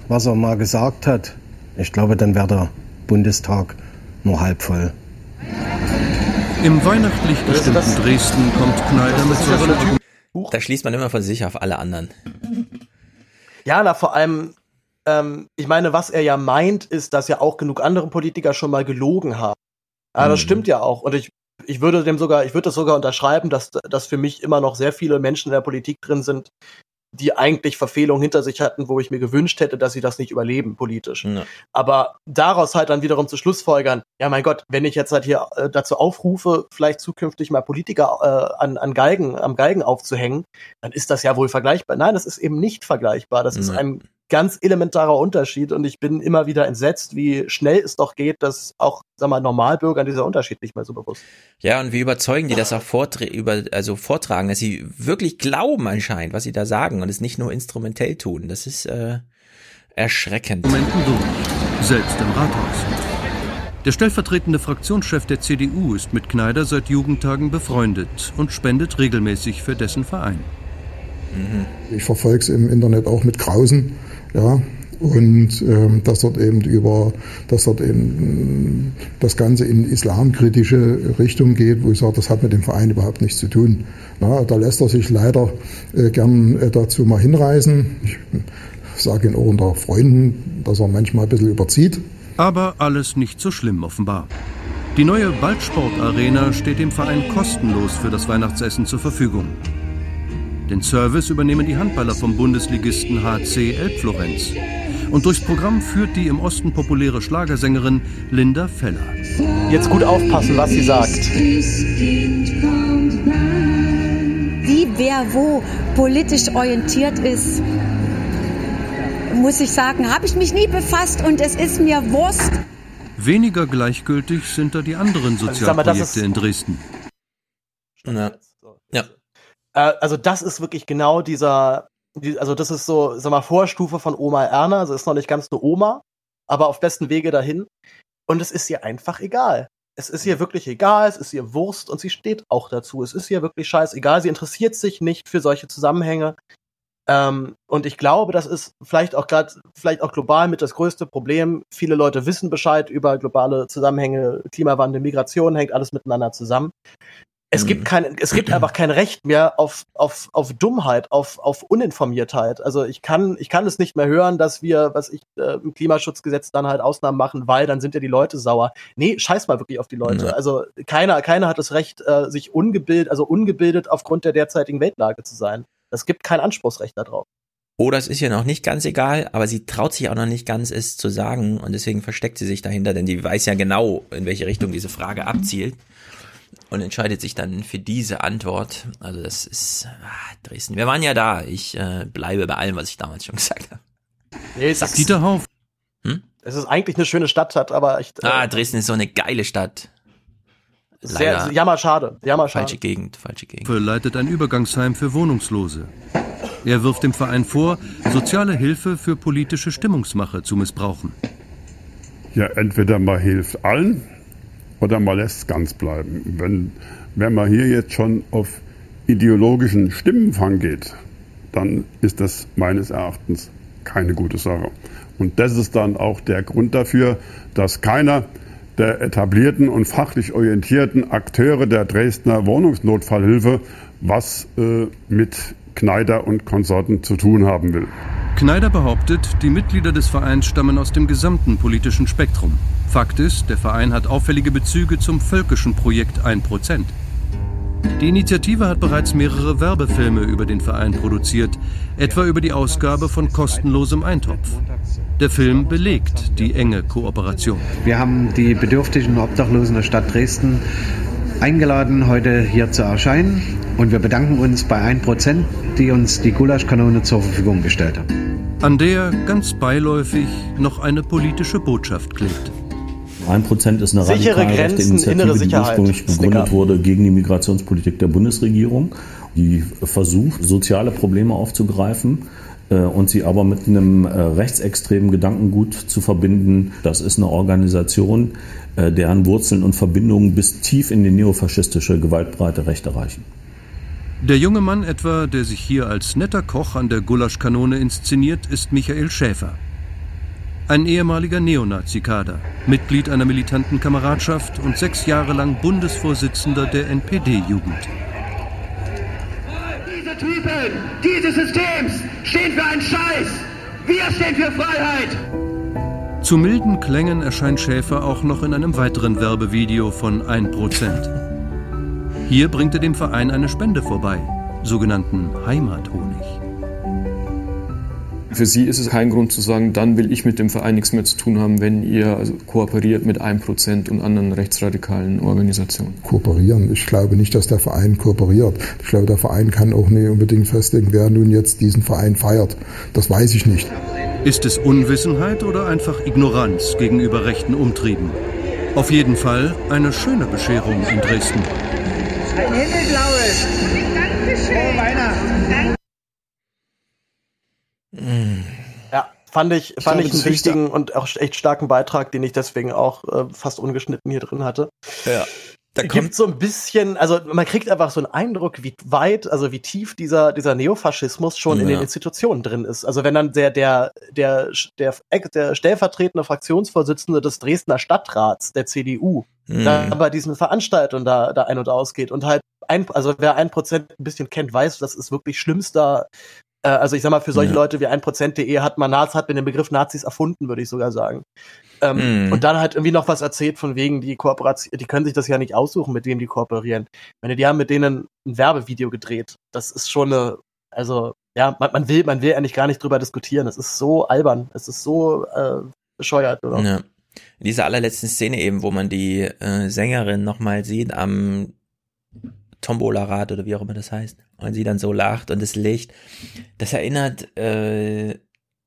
was er mal gesagt hat, ich glaube, dann wäre der Bundestag nur halb voll. Im weihnachtlich gestimmten Dresden kommt Kneider mit solchen Argumenten. Da schließt man immer von sich auf alle anderen. Ja, na vor allem, ähm, ich meine, was er ja meint, ist, dass ja auch genug andere Politiker schon mal gelogen haben. Ja, das mhm. stimmt ja auch. Und ich, ich würde dem sogar, ich würde das sogar unterschreiben, dass, dass für mich immer noch sehr viele Menschen in der Politik drin sind, die eigentlich Verfehlungen hinter sich hatten, wo ich mir gewünscht hätte, dass sie das nicht überleben politisch. Ja. Aber daraus halt dann wiederum zu schlussfolgern, ja mein Gott, wenn ich jetzt halt hier äh, dazu aufrufe, vielleicht zukünftig mal Politiker äh, an, an Galgen, am Galgen aufzuhängen, dann ist das ja wohl vergleichbar. Nein, das ist eben nicht vergleichbar. Das ja. ist ein ganz elementarer Unterschied und ich bin immer wieder entsetzt, wie schnell es doch geht, dass auch, sag mal, Normalbürgern dieser Unterschied nicht mehr so bewusst. Ja, und wie überzeugen die das auch vortra- über, also vortragen, dass sie wirklich glauben anscheinend, was sie da sagen und es nicht nur instrumentell tun. Das ist äh, erschreckend. Momenten durch, selbst im Rathaus. Der stellvertretende Fraktionschef der C D U ist mit Kneider seit Jugendtagen befreundet und spendet regelmäßig für dessen Verein. Ich verfolge es im Internet auch mit Grausen, ja, und ähm, dass dort eben über, dass dort eben äh, das Ganze in islamkritische Richtung geht, wo ich sage, das hat mit dem Verein überhaupt nichts zu tun. Na, da lässt er sich leider äh, gern äh, dazu mal hinreißen. Ich sage ihn auch unter Freunden, dass er manchmal ein bisschen überzieht. Aber alles nicht so schlimm offenbar. Die neue Ballsportarena steht dem Verein kostenlos für das Weihnachtsessen zur Verfügung. Den Service übernehmen die Handballer vom Bundesligisten H C Elbflorenz. Und durchs Programm führt die im Osten populäre Schlagersängerin Linda Feller. Jetzt gut aufpassen, was sie sagt. Wie wer wo politisch orientiert ist, muss ich sagen, habe ich mich nie befasst und es ist mir Wurst. Weniger gleichgültig sind da die anderen Sozialprojekte also, in Dresden. Ja. Ja. Also das ist wirklich genau dieser, also das ist so, sag mal, Vorstufe von Oma Erna, also ist noch nicht ganz eine Oma, aber auf besten Wege dahin. Und es ist ihr einfach egal. Es ist ihr wirklich egal, es ist ihr Wurst und sie steht auch dazu. Es ist ihr wirklich scheißegal, sie interessiert sich nicht für solche Zusammenhänge. Ähm, und ich glaube, das ist vielleicht auch gerade, vielleicht auch global mit das größte Problem. Viele Leute wissen Bescheid über globale Zusammenhänge, Klimawandel, Migration, hängt alles miteinander zusammen. Es gibt kein, es gibt einfach kein Recht mehr auf, auf, auf Dummheit, auf, auf Uninformiertheit. Also ich kann, ich kann es nicht mehr hören, dass wir, was ich, äh, im Klimaschutzgesetz dann halt Ausnahmen machen, weil dann sind ja die Leute sauer. Nee, scheiß mal wirklich auf die Leute. Ja. Also keiner, keiner hat das Recht, äh, sich ungebildet, also ungebildet aufgrund der derzeitigen Weltlage zu sein. Es gibt kein Anspruchsrecht darauf. Oder es ist ihr noch nicht ganz egal, aber sie traut sich auch noch nicht ganz, es zu sagen und deswegen versteckt sie sich dahinter, denn die weiß ja genau, in welche Richtung diese Frage abzielt. Und entscheidet sich dann für diese Antwort. Also das ist ah, Dresden. Wir waren ja da. Ich äh, bleibe bei allem, was ich damals schon gesagt habe. Nee, es ist Dieter Hauf. Hm? Es ist eigentlich eine schöne Stadt, hat aber echt. Äh, ah, Dresden ist so eine geile Stadt. Sehr, sehr jammerschade. Jammerschade. Falsche Gegend, falsche Gegend. Leitet ein Übergangsheim für Wohnungslose. Er wirft dem Verein vor, soziale Hilfe für politische Stimmungsmache zu missbrauchen. Ja, entweder man hilft allen, oder man lässt es ganz bleiben. Wenn, wenn man hier jetzt schon auf ideologischen Stimmenfang geht, dann ist das meines Erachtens keine gute Sache. Und das ist dann auch der Grund dafür, dass keiner der etablierten und fachlich orientierten Akteure der Dresdner Wohnungsnotfallhilfe was äh, mit Kneider und Konsorten zu tun haben will. Kneider behauptet, die Mitglieder des Vereins stammen aus dem gesamten politischen Spektrum. Fakt ist, der Verein hat auffällige Bezüge zum völkischen Projekt ein Prozent. Die Initiative hat bereits mehrere Werbefilme über den Verein produziert, etwa über die Ausgabe von kostenlosem Eintopf. Der Film belegt die enge Kooperation. Wir haben die bedürftigen Obdachlosen der Stadt Dresden eingeladen, heute hier zu erscheinen. Und wir bedanken uns bei ein Prozent, die uns die Gulaschkanone zur Verfügung gestellt haben. An der ganz beiläufig noch eine politische Botschaft klebt. ein Prozent ist eine radikale rechte Initiative, die ursprünglich begründet wurde gegen die Migrationspolitik der Bundesregierung, die versucht, soziale Probleme aufzugreifen äh, und sie aber mit einem äh, rechtsextremen Gedankengut zu verbinden. Das ist eine Organisation, äh, deren Wurzeln und Verbindungen bis tief in die neofaschistische gewaltbreite Rechte reichen. Der junge Mann etwa, der sich hier als netter Koch an der Gulaschkanone inszeniert, ist Michael Schäfer. Ein ehemaliger Neonazi-Kader, Mitglied einer militanten Kameradschaft und sechs Jahre lang Bundesvorsitzender der N P D-Jugend. Diese Typen dieses Systems stehen für einen Scheiß. Wir stehen für Freiheit. Zu milden Klängen erscheint Schäfer auch noch in einem weiteren Werbevideo von ein Prozent. Hier bringt er dem Verein eine Spende vorbei, sogenannten Heimathonig. Für sie ist es kein Grund zu sagen, dann will ich mit dem Verein nichts mehr zu tun haben, wenn ihr also kooperiert mit ein Prozent und anderen rechtsradikalen Organisationen. Kooperieren. Ich glaube nicht, dass der Verein kooperiert. Ich glaube, der Verein kann auch nicht unbedingt festlegen, wer nun jetzt diesen Verein feiert. Das weiß ich nicht. Ist es Unwissenheit oder einfach Ignoranz gegenüber rechten Umtrieben? Auf jeden Fall eine schöne Bescherung in Dresden. Ein himmelblaues. Dankeschön. Frohe Weihnachten. Ja, fand ich, ich fand glaube, ich einen wichtigen und auch echt starken Beitrag, den ich deswegen auch äh, fast ungeschnitten hier drin hatte. Ja. Da kommt gibt so ein bisschen, also man kriegt einfach so einen Eindruck, wie weit, also wie tief dieser dieser Neofaschismus schon ja. in den Institutionen drin ist. Also wenn dann der der der der, der stellvertretende Fraktionsvorsitzende des Dresdner Stadtrats der C D U mhm. da bei diesen Veranstaltungen da da ein- und ausgeht und halt ein, also wer ein Prozent ein bisschen kennt, weiß, das ist wirklich schlimmster. Äh, also ich sag mal, für solche ja. Leute wie ein Prozent punkt de hat man Naz hat mit dem Begriff Nazis erfunden, würde ich sogar sagen. Ähm, mm. Und dann halt irgendwie noch was erzählt von wegen die Kooperation, die können sich das ja nicht aussuchen, mit wem die kooperieren. Ich meine, die haben mit denen ein Werbevideo gedreht. Das ist schon eine, also ja, man, man will, man will eigentlich gar nicht drüber diskutieren. Es ist so albern, es ist so äh, bescheuert, oder? Ja. In dieser allerletzten Szene eben, wo man die äh, Sängerin nochmal sieht am Tombola-Rad oder wie auch immer das heißt, und sie dann so lacht und das Licht, das erinnert äh,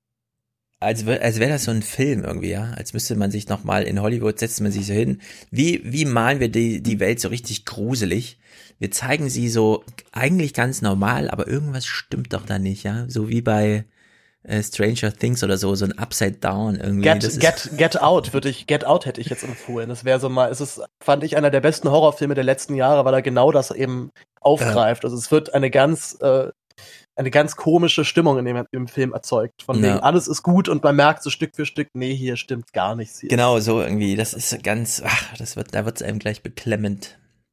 als, als wäre das so ein Film irgendwie, ja, als müsste man sich nochmal in Hollywood, setzt man sich so hin, wie, wie malen wir die, die Welt so richtig gruselig, wir zeigen sie so eigentlich ganz normal, aber irgendwas stimmt doch da nicht, ja, so wie bei äh, Stranger Things oder so, so ein Upside Down irgendwie. Get, das get, get Out würde ich, Get Out hätte ich jetzt empfohlen, das wäre so mal, es ist, fand ich, einer der besten Horrorfilme der letzten Jahre, weil er genau das eben aufgreift, ja. Also es wird eine ganz, äh, eine ganz komische Stimmung in dem im Film erzeugt. Von ja. wegen, alles ist gut und man merkt so Stück für Stück, nee, hier stimmt gar nichts. Hier. Genau, so irgendwie. Das ist ganz, ach, das wird, da wird es einem gleich beklemmend.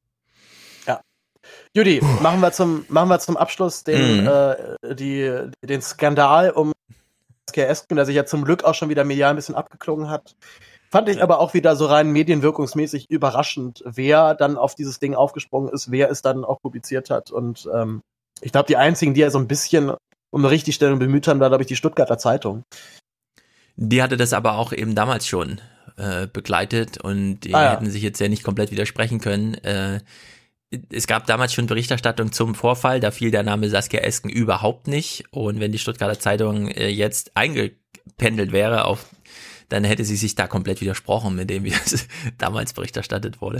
Ja. Judy, machen wir zum, machen wir zum Abschluss den, mhm. äh, die, den Skandal um Saskia Esken, der sich ja zum Glück auch schon wieder medial ein bisschen abgeklungen hat. Fand ich aber auch wieder so rein medienwirkungsmäßig überraschend, wer dann auf dieses Ding aufgesprungen ist, wer es dann auch publiziert hat und, ähm, ich glaube, die einzigen, die ja so ein bisschen um eine Richtigstellung bemüht haben, war, glaube ich, die Stuttgarter Zeitung. Die hatte das aber auch eben damals schon äh, begleitet und die ah, ja. hätten sich jetzt ja nicht komplett widersprechen können. Äh, es gab damals schon Berichterstattung zum Vorfall, da fiel der Name Saskia Esken überhaupt nicht. Und wenn die Stuttgarter Zeitung äh, jetzt eingependelt wäre, auf, dann hätte sie sich da komplett widersprochen, mit dem, wie das damals Bericht erstattet wurde.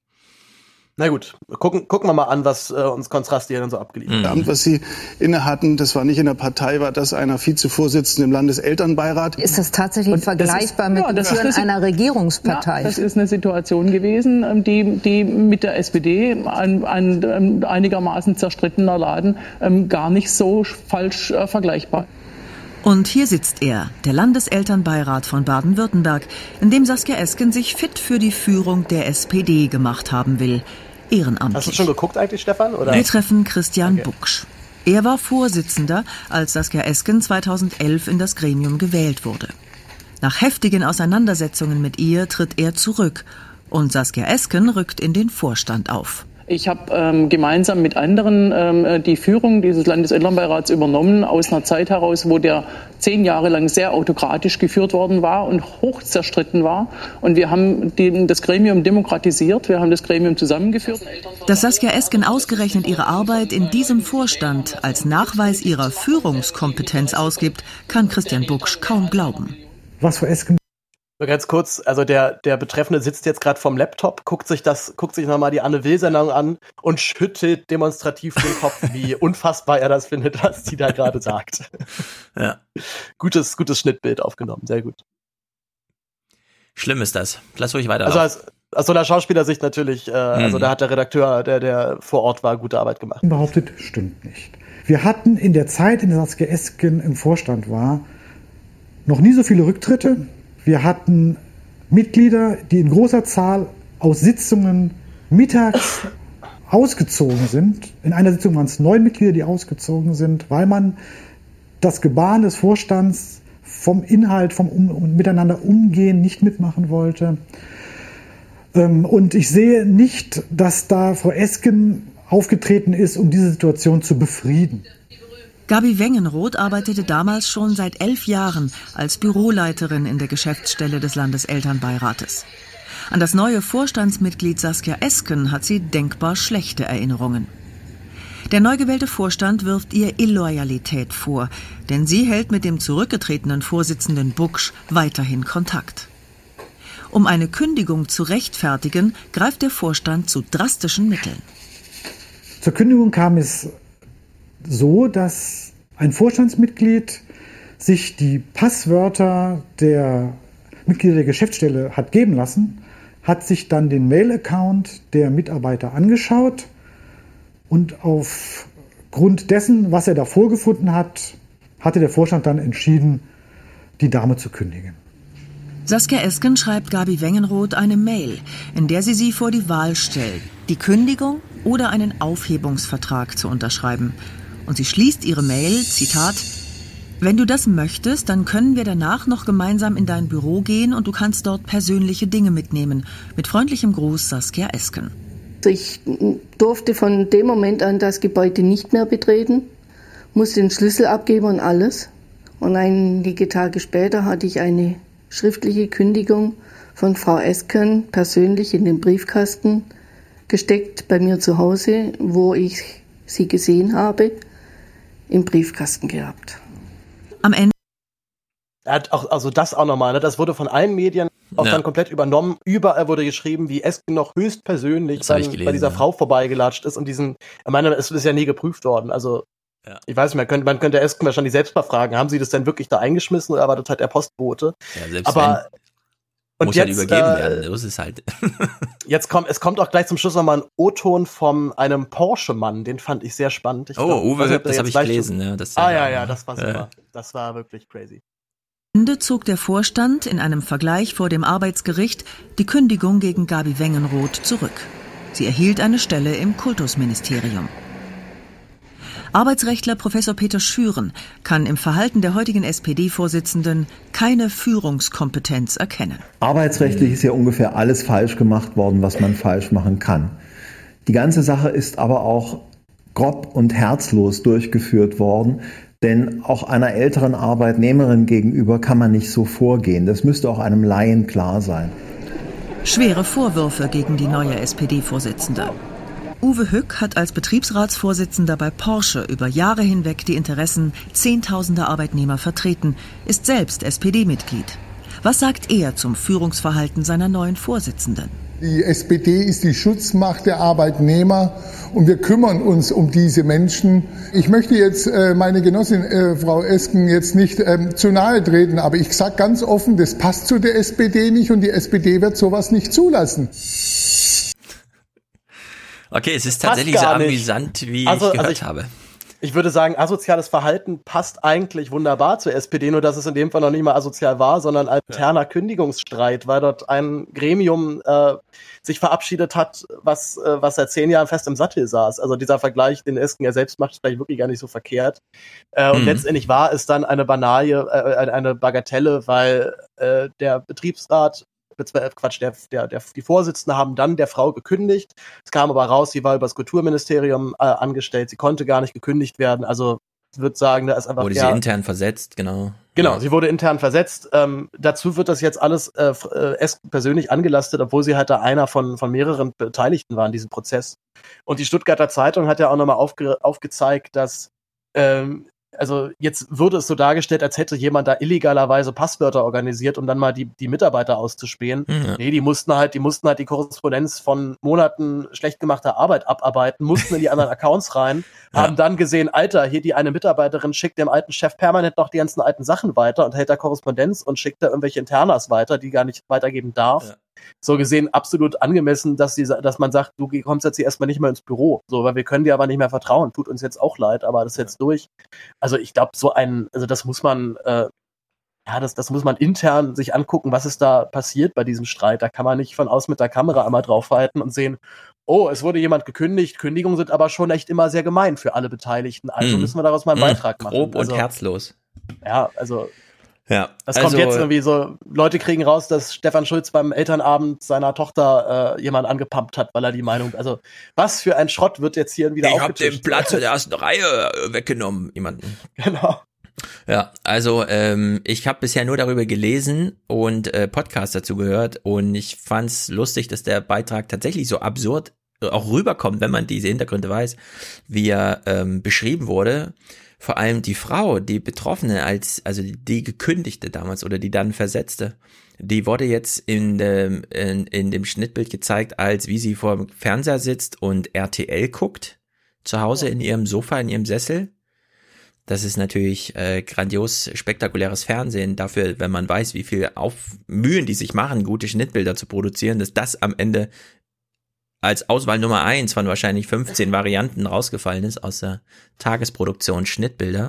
Na gut, gucken, gucken wir mal an, was äh, uns Kontrast hier dann so abgeliefert hat. haben. Was Sie inne hatten, das war nicht in der Partei, war das einer Vizevorsitzenden im Landeselternbeirat. Ist das tatsächlich und vergleichbar das ist, mit ja, das einer Regierungspartei? Ja, das ist eine Situation gewesen, die, die mit der S P D, ein, ein, ein einigermaßen zerstrittener Laden, gar nicht so falsch äh, vergleichbar. Und hier sitzt er, der Landeselternbeirat von Baden-Württemberg, in dem Saskia Esken sich fit für die Führung der S P D gemacht haben will. Ehrenamtlich. Hast du schon geguckt eigentlich, Stefan? Oder? Wir treffen Christian okay. Buksch. Er war Vorsitzender, als Saskia Esken zweitausendelf in das Gremium gewählt wurde. Nach heftigen Auseinandersetzungen mit ihr tritt er zurück und Saskia Esken rückt in den Vorstand auf. Ich habe ähm, gemeinsam mit anderen ähm, die Führung dieses Landeselternbeirats übernommen, aus einer Zeit heraus, wo der zehn Jahre lang sehr autokratisch geführt worden war und hoch zerstritten war. Und wir haben die, das Gremium demokratisiert, wir haben das Gremium zusammengeführt. Dass Saskia Esken ausgerechnet ihre Arbeit in diesem Vorstand als Nachweis ihrer Führungskompetenz ausgibt, kann Christian Buksch kaum glauben. Was für Esken? Ganz kurz, also der, der Betreffende sitzt jetzt gerade vorm Laptop, guckt sich das, guckt sich nochmal die Anne Will-Sendung an und schüttelt demonstrativ den Kopf, wie unfassbar er das findet, was die da gerade sagt. Ja. Gutes, gutes Schnittbild aufgenommen, sehr gut. Schlimm ist das. Lass ruhig weiter. Also aus, aus so einer Schauspielersicht natürlich, äh, mhm. also da hat der Redakteur, der, der vor Ort war, gute Arbeit gemacht. Behauptet, stimmt nicht. Wir hatten in der Zeit, in der Saskia Esken im Vorstand war, noch nie so viele Rücktritte. Wir hatten Mitglieder, die in großer Zahl aus Sitzungen mittags ausgezogen sind. In einer Sitzung waren es neun Mitglieder, die ausgezogen sind, weil man das Gebaren des Vorstands vom Inhalt, vom um- Miteinander umgehen nicht mitmachen wollte. Ähm, und ich sehe nicht, dass da Frau Esken aufgetreten ist, um diese Situation zu befrieden. Gabi Wengenroth arbeitete damals schon seit elf Jahren als Büroleiterin in der Geschäftsstelle des Landeselternbeirates. An das neue Vorstandsmitglied Saskia Esken hat sie denkbar schlechte Erinnerungen. Der neu gewählte Vorstand wirft ihr Illoyalität vor, denn sie hält mit dem zurückgetretenen Vorsitzenden Buksch weiterhin Kontakt. Um eine Kündigung zu rechtfertigen, greift der Vorstand zu drastischen Mitteln. Zur Kündigung kam es so, dass ein Vorstandsmitglied sich die Passwörter der Mitglieder der Geschäftsstelle hat geben lassen, hat sich dann den Mail-Account der Mitarbeiter angeschaut und aufgrund dessen, was er da vorgefunden hat, hatte der Vorstand dann entschieden, die Dame zu kündigen. Saskia Esken schreibt Gabi Wengenroth eine Mail, in der sie sie vor die Wahl stellt, die Kündigung oder einen Aufhebungsvertrag zu unterschreiben. Und sie schließt ihre Mail, Zitat, wenn du das möchtest, dann können wir danach noch gemeinsam in dein Büro gehen und du kannst dort persönliche Dinge mitnehmen. Mit freundlichem Gruß, Saskia Esken. Ich durfte von dem Moment an das Gebäude nicht mehr betreten, musste den Schlüssel abgeben und alles. Und einige Tage später hatte ich eine schriftliche Kündigung von Frau Esken persönlich in den Briefkasten gesteckt bei mir zu Hause, wo ich sie gesehen habe, im Briefkasten gehabt. Am Ende. Er hat auch, also das auch nochmal, ne? Das wurde von allen Medien auch ja. dann komplett übernommen. Überall wurde geschrieben, wie Esken noch höchstpersönlich dann gelesen, bei dieser ja. Frau vorbeigelatscht ist und diesen, ich meine, es ist ja nie geprüft worden, also ja. ich weiß nicht, man könnte, man könnte Esken wahrscheinlich selbst mal fragen, haben sie das denn wirklich da eingeschmissen oder war das halt der Postbote? Ja, selbst aber wenn, und muss jetzt, halt übergeben äh, werden, so ist es halt. Jetzt kommt, es kommt auch gleich zum Schluss nochmal ein O-Ton von einem Porsche-Mann, den fand ich sehr spannend. Ich oh, glaub, Uwe Höpp, das habe ich gelesen. Ja, das ah ja, ja, ja, das war super. Äh. Das war wirklich crazy. Ende zog der Vorstand in einem Vergleich vor dem Arbeitsgericht die Kündigung gegen Gabi Wengenroth zurück. Sie erhielt eine Stelle im Kultusministerium. Arbeitsrechtler Professor Peter Schüren kann im Verhalten der heutigen S P D-Vorsitzenden keine Führungskompetenz erkennen. Arbeitsrechtlich ist ja ungefähr alles falsch gemacht worden, was man falsch machen kann. Die ganze Sache ist aber auch grob und herzlos durchgeführt worden, denn auch einer älteren Arbeitnehmerin gegenüber kann man nicht so vorgehen. Das müsste auch einem Laien klar sein. Schwere Vorwürfe gegen die neue S P D-Vorsitzende. Uwe Hück hat als Betriebsratsvorsitzender bei Porsche über Jahre hinweg die Interessen zehntausender Arbeitnehmer vertreten, ist selbst S P D-Mitglied. Was sagt er zum Führungsverhalten seiner neuen Vorsitzenden? Die S P D ist die Schutzmacht der Arbeitnehmer und wir kümmern uns um diese Menschen. Ich möchte jetzt äh, meine Genossin äh, Frau Esken jetzt nicht ähm, zu nahe treten, aber ich sage ganz offen, das passt zu der S P D nicht und die S P D wird sowas nicht zulassen. Okay, es ist tatsächlich so amüsant, wie also, ich gehört also ich, habe. Ich würde sagen, asoziales Verhalten passt eigentlich wunderbar zur S P D, nur dass es in dem Fall noch nicht mal asozial war, sondern ein interner ja. Kündigungsstreit, weil dort ein Gremium äh, sich verabschiedet hat, was äh, was seit zehn Jahren fest im Sattel saß. Also dieser Vergleich, den Esken ja selbst macht, ist vielleicht wirklich gar nicht so verkehrt. Äh, mhm. Und letztendlich war es dann eine Banalie, äh, eine Bagatelle, weil äh, der Betriebsrat Quatsch, der, der, der, die Vorsitzenden haben dann der Frau gekündigt. Es kam aber raus, sie war über das Kulturministerium äh, angestellt, sie konnte gar nicht gekündigt werden. Also ich würde sagen, da ist einfach wurde ja, sie intern versetzt, genau. Genau, ja. Sie wurde intern versetzt. Ähm, dazu wird das jetzt alles äh, äh, persönlich angelastet, obwohl sie halt da einer von, von mehreren Beteiligten war in diesem Prozess. Und die Stuttgarter Zeitung hat ja auch nochmal aufge, aufgezeigt, dass ähm, also jetzt würde es so dargestellt, als hätte jemand da illegalerweise Passwörter organisiert, um dann mal die, die Mitarbeiter auszuspähen. Mhm. Nee, die mussten halt, die mussten halt die Korrespondenz von Monaten schlecht gemachter Arbeit abarbeiten, mussten in die anderen Accounts rein, ja. haben dann gesehen, Alter, hier die eine Mitarbeiterin schickt dem alten Chef permanent noch die ganzen alten Sachen weiter und hält da Korrespondenz und schickt da irgendwelche Internas weiter, die gar nicht weitergeben darf. Ja. So gesehen absolut angemessen, dass sie, dass man sagt, du kommst jetzt hier erstmal nicht mehr ins Büro, so, weil wir können dir aber nicht mehr vertrauen. Tut uns jetzt auch leid, aber das ist jetzt durch. Also ich glaube, so ein, also das muss man, äh, ja, das, das muss man intern sich angucken, was ist da passiert bei diesem Streit. Da kann man nicht von außen mit der Kamera einmal draufhalten und sehen, oh, es wurde jemand gekündigt. Kündigungen sind aber schon echt immer sehr gemein für alle Beteiligten. Also hm. müssen wir daraus mal einen hm. Beitrag machen. Grob also, und herzlos. Ja, also ja, das also, kommt jetzt irgendwie so, Leute kriegen raus, dass Stefan Schulz beim Elternabend seiner Tochter äh, jemand angepumpt hat, weil er die Meinung, also was für ein Schrott wird jetzt hier wieder aufgetischt. Ich hab den Platz in der ersten Reihe weggenommen, jemanden. Genau. Ja, also ähm, ich habe bisher nur darüber gelesen und äh, Podcasts dazu gehört und ich fand's lustig, dass der Beitrag tatsächlich so absurd auch rüberkommt, wenn man diese Hintergründe weiß, wie er ähm, beschrieben wurde. Vor allem die Frau, die Betroffene, als also die gekündigte damals oder die dann versetzte, die wurde jetzt in dem, in, in dem Schnittbild gezeigt, als wie sie vor dem Fernseher sitzt und R T L guckt, zu Hause in ihrem Sofa, in ihrem Sessel. Das ist natürlich äh, grandios spektakuläres Fernsehen dafür, wenn man weiß, wie viel auf Mühen die sich machen, gute Schnittbilder zu produzieren, dass das am Ende als Auswahl Nummer eins von wahrscheinlich fünfzehn Varianten rausgefallen ist aus der Tagesproduktion Schnittbilder.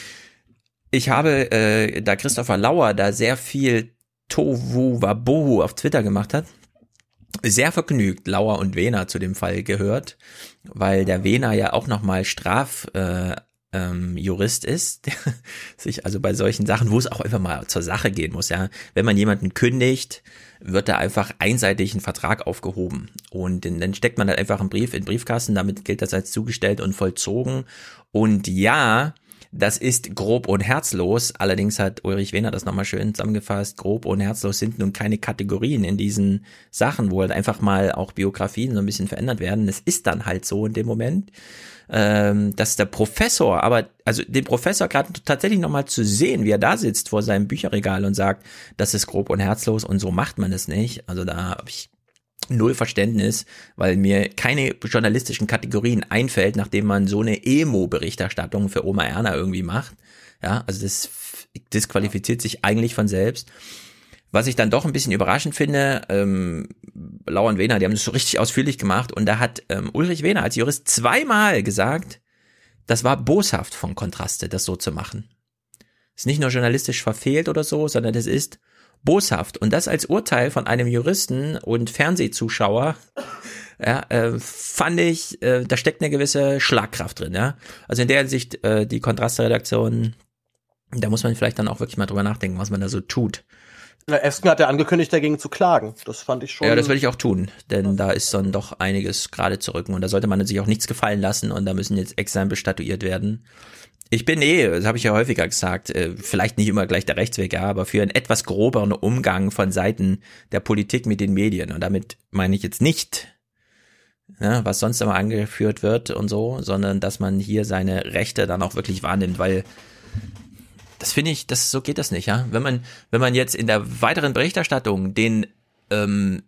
Ich habe, äh, da Christopher Lauer da sehr viel Tohu Wabohu auf Twitter gemacht hat, sehr vergnügt Lauer und Wehner zu dem Fall gehört, weil der Wehner ja auch nochmal Straf äh, ähm, Jurist ist, der sich also bei solchen Sachen, wo es auch einfach mal zur Sache gehen muss, ja, wenn man jemanden kündigt, wird da einfach einseitig ein Vertrag aufgehoben und dann steckt man halt einfach einen Brief in den Briefkasten, damit gilt das als zugestellt und vollzogen und ja, das ist grob und herzlos, allerdings hat Ulrich Wehner das nochmal schön zusammengefasst, grob und herzlos sind nun keine Kategorien in diesen Sachen, wo halt einfach mal auch Biografien so ein bisschen verändert werden, es ist dann halt so in dem Moment, ähm, dass der Professor, aber also den Professor gerade tatsächlich nochmal zu sehen, wie er da sitzt vor seinem Bücherregal und sagt, das ist grob und herzlos und so macht man es nicht, also da habe ich null Verständnis, weil mir keine journalistischen Kategorien einfällt, nachdem man so eine Emo-Berichterstattung für Oma Erna irgendwie macht. Ja, also das disqualifiziert sich eigentlich von selbst. Was ich dann doch ein bisschen überraschend finde, ähm, Lauer und Wehner, die haben das so richtig ausführlich gemacht und da hat ähm, Ulrich Wehner als Jurist zweimal gesagt, das war boshaft von Kontraste, das so zu machen. Ist nicht nur journalistisch verfehlt oder so, sondern das ist boshaft. Und das als Urteil von einem Juristen und Fernsehzuschauer, ja, äh, fand ich, äh, da steckt eine gewisse Schlagkraft drin, ja. Also in der Hinsicht, äh, die Kontrastredaktion, da muss man vielleicht dann auch wirklich mal drüber nachdenken, was man da so tut. Esken hat ja angekündigt, dagegen zu klagen. Das fand ich schon. Ja, das würde ich auch tun, denn da ist dann doch einiges gerade zu rücken und da sollte man sich auch nichts gefallen lassen und da müssen jetzt Examen bestatuiert werden. Ich bin eh, das habe ich ja häufiger gesagt, vielleicht nicht immer gleich der Rechtsweg, ja, aber für einen etwas groberen Umgang von Seiten der Politik mit den Medien und damit meine ich jetzt nicht, ja, was sonst immer angeführt wird und so, sondern dass man hier seine Rechte dann auch wirklich wahrnimmt, weil das finde ich, das so geht das nicht, ja. Wenn man, wenn man jetzt in der weiteren Berichterstattung den ähm,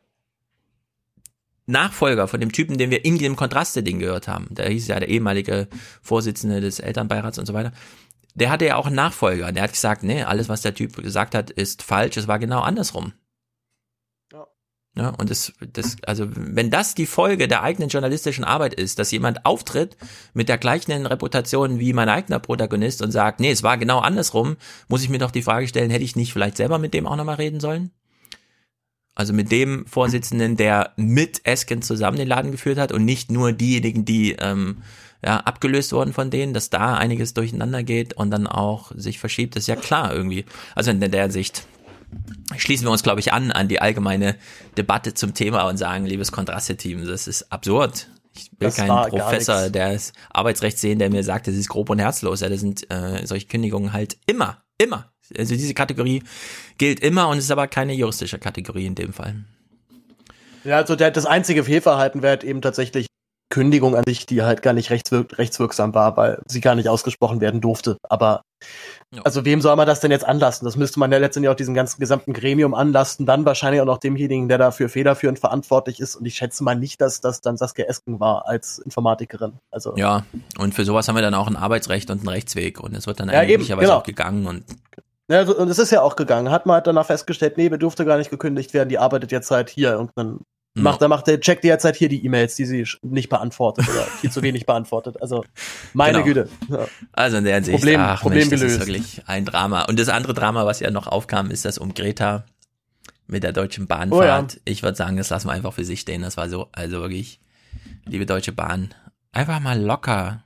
Nachfolger von dem Typen, den wir in dem Kontraste-Ding gehört haben, der hieß ja der ehemalige Vorsitzende des Elternbeirats und so weiter, der hatte ja auch einen Nachfolger, der hat gesagt, nee, alles, was der Typ gesagt hat, ist falsch, es war genau andersrum. Ja. Ja, und das, das, also wenn das die Folge der eigenen journalistischen Arbeit ist, dass jemand auftritt mit der gleichen Reputation wie mein eigener Protagonist und sagt, nee, es war genau andersrum, muss ich mir doch die Frage stellen, hätte ich nicht vielleicht selber mit dem auch nochmal reden sollen? Also mit dem Vorsitzenden, der mit Esken zusammen den Laden geführt hat und nicht nur diejenigen, die ähm, ja, abgelöst wurden von denen, dass da einiges durcheinander geht und dann auch sich verschiebt, ist ja klar irgendwie. Also in der Sicht schließen wir uns, glaube ich, an an die allgemeine Debatte zum Thema und sagen, liebes Kontraste-Team, das ist absurd. Ich will das keinen Professor, der das Arbeitsrecht sehen, der mir sagt, das ist grob und herzlos. Ja, das sind äh, solche Kündigungen halt immer, immer. Also diese Kategorie gilt immer und ist aber keine juristische Kategorie in dem Fall. Ja, also der, das einzige Fehlverhalten wäre halt eben tatsächlich Kündigung an sich, die halt gar nicht rechtswirk- rechtswirksam war, weil sie gar nicht ausgesprochen werden durfte. Aber ja. Also wem soll man das denn jetzt anlasten? Das müsste man ja letztendlich auch diesem ganzen gesamten Gremium anlasten, dann wahrscheinlich auch noch demjenigen, der dafür federführend verantwortlich ist. Und ich schätze mal nicht, dass das dann Saskia Esken war als Informatikerin. Also ja, und für sowas haben wir dann auch ein Arbeitsrecht und einen Rechtsweg und es wird dann ja, möglicherweise genau. auch gegangen und ja, und es ist ja auch gegangen. Hat man halt danach festgestellt, nee, wir durfte gar nicht gekündigt werden, die arbeitet jetzt halt hier irgendeinen Macht, da macht der, checkt derzeit hier die E-Mails, die sie nicht beantwortet oder viel zu wenig beantwortet. Also, meine Genau. Güte. Ja. Also in der Hinsicht, Problem, ach Problem Mensch, das gelöst. ist wirklich ein Drama. Und das andere Drama, was ja noch aufkam, ist das um Greta mit der Deutschen Bahnfahrt. Oh ja. Ich würde sagen, das lassen wir einfach für sich stehen. Das war so, also wirklich, liebe Deutsche Bahn, einfach mal locker.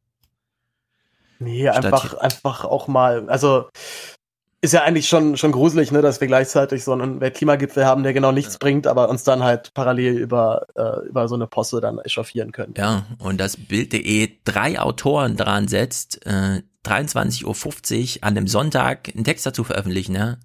Nee, Statt einfach, hier- einfach auch mal, also, ist ja eigentlich schon, schon gruselig, ne, dass wir gleichzeitig so einen Weltklimagipfel haben, der genau nichts bringt, aber uns dann halt parallel über, äh, über so eine Posse dann echauffieren können. Ja, und das Bild.de drei Autoren dran setzt, äh, dreiundzwanzig Uhr fünfzig an dem Sonntag einen Text dazu veröffentlichen, ne?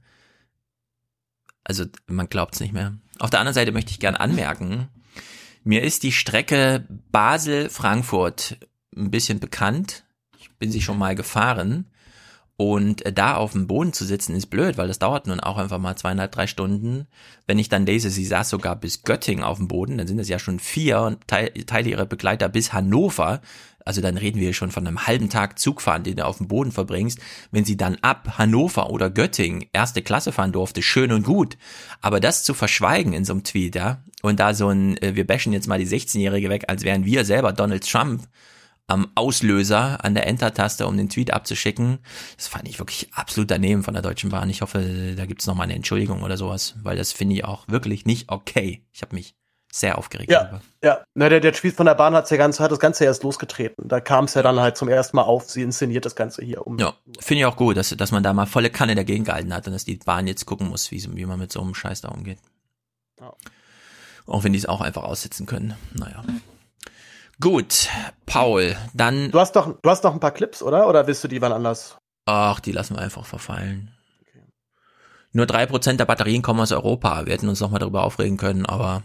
Also, man glaubt's nicht mehr. Auf der anderen Seite möchte ich gern anmerken, mir ist die Strecke Basel-Frankfurt ein bisschen bekannt. Ich bin sie schon mal gefahren. Und äh, da auf dem Boden zu sitzen ist blöd, weil das dauert nun auch einfach mal zweieinhalb, drei Stunden. Wenn ich dann lese, sie saß sogar bis Göttingen auf dem Boden, dann sind das ja schon vier und Teil, Teile ihrer Begleiter bis Hannover. Also dann reden wir schon von einem halben Tag Zugfahren, den du auf dem Boden verbringst. Wenn sie dann ab Hannover oder Göttingen erste Klasse fahren durfte, schön und gut. Aber das zu verschweigen in so einem Tweet, ja, und da so ein, äh, wir bashen jetzt mal die sechzehnjährige weg, als wären wir selber Donald Trump am Auslöser an der Enter-Taste, um den Tweet abzuschicken. Das fand ich wirklich absolut daneben von der Deutschen Bahn. Ich hoffe, da gibt's noch mal eine Entschuldigung oder sowas, weil das finde ich auch wirklich nicht okay. Ich habe mich sehr aufgeregt. Ja, darüber. ja. Na, der, der Tweet von der Bahn hat's ja ganz, hat das Ganze erst losgetreten. Da kam es ja dann halt zum ersten Mal auf, sie inszeniert das Ganze hier um. Ja, finde ich auch gut, dass, dass man da mal volle Kanne dagegen gehalten hat und dass die Bahn jetzt gucken muss, wie, wie man mit so einem Scheiß da umgeht. Ja. Auch wenn die es auch einfach aussitzen können. Naja. Gut, Paul, dann... Du hast doch, du hast noch ein paar Clips, oder? Oder willst du die wann anders? Ach, die lassen wir einfach verfallen. Okay. Nur drei Prozent der Batterien kommen aus Europa. Wir hätten uns noch mal darüber aufregen können, aber...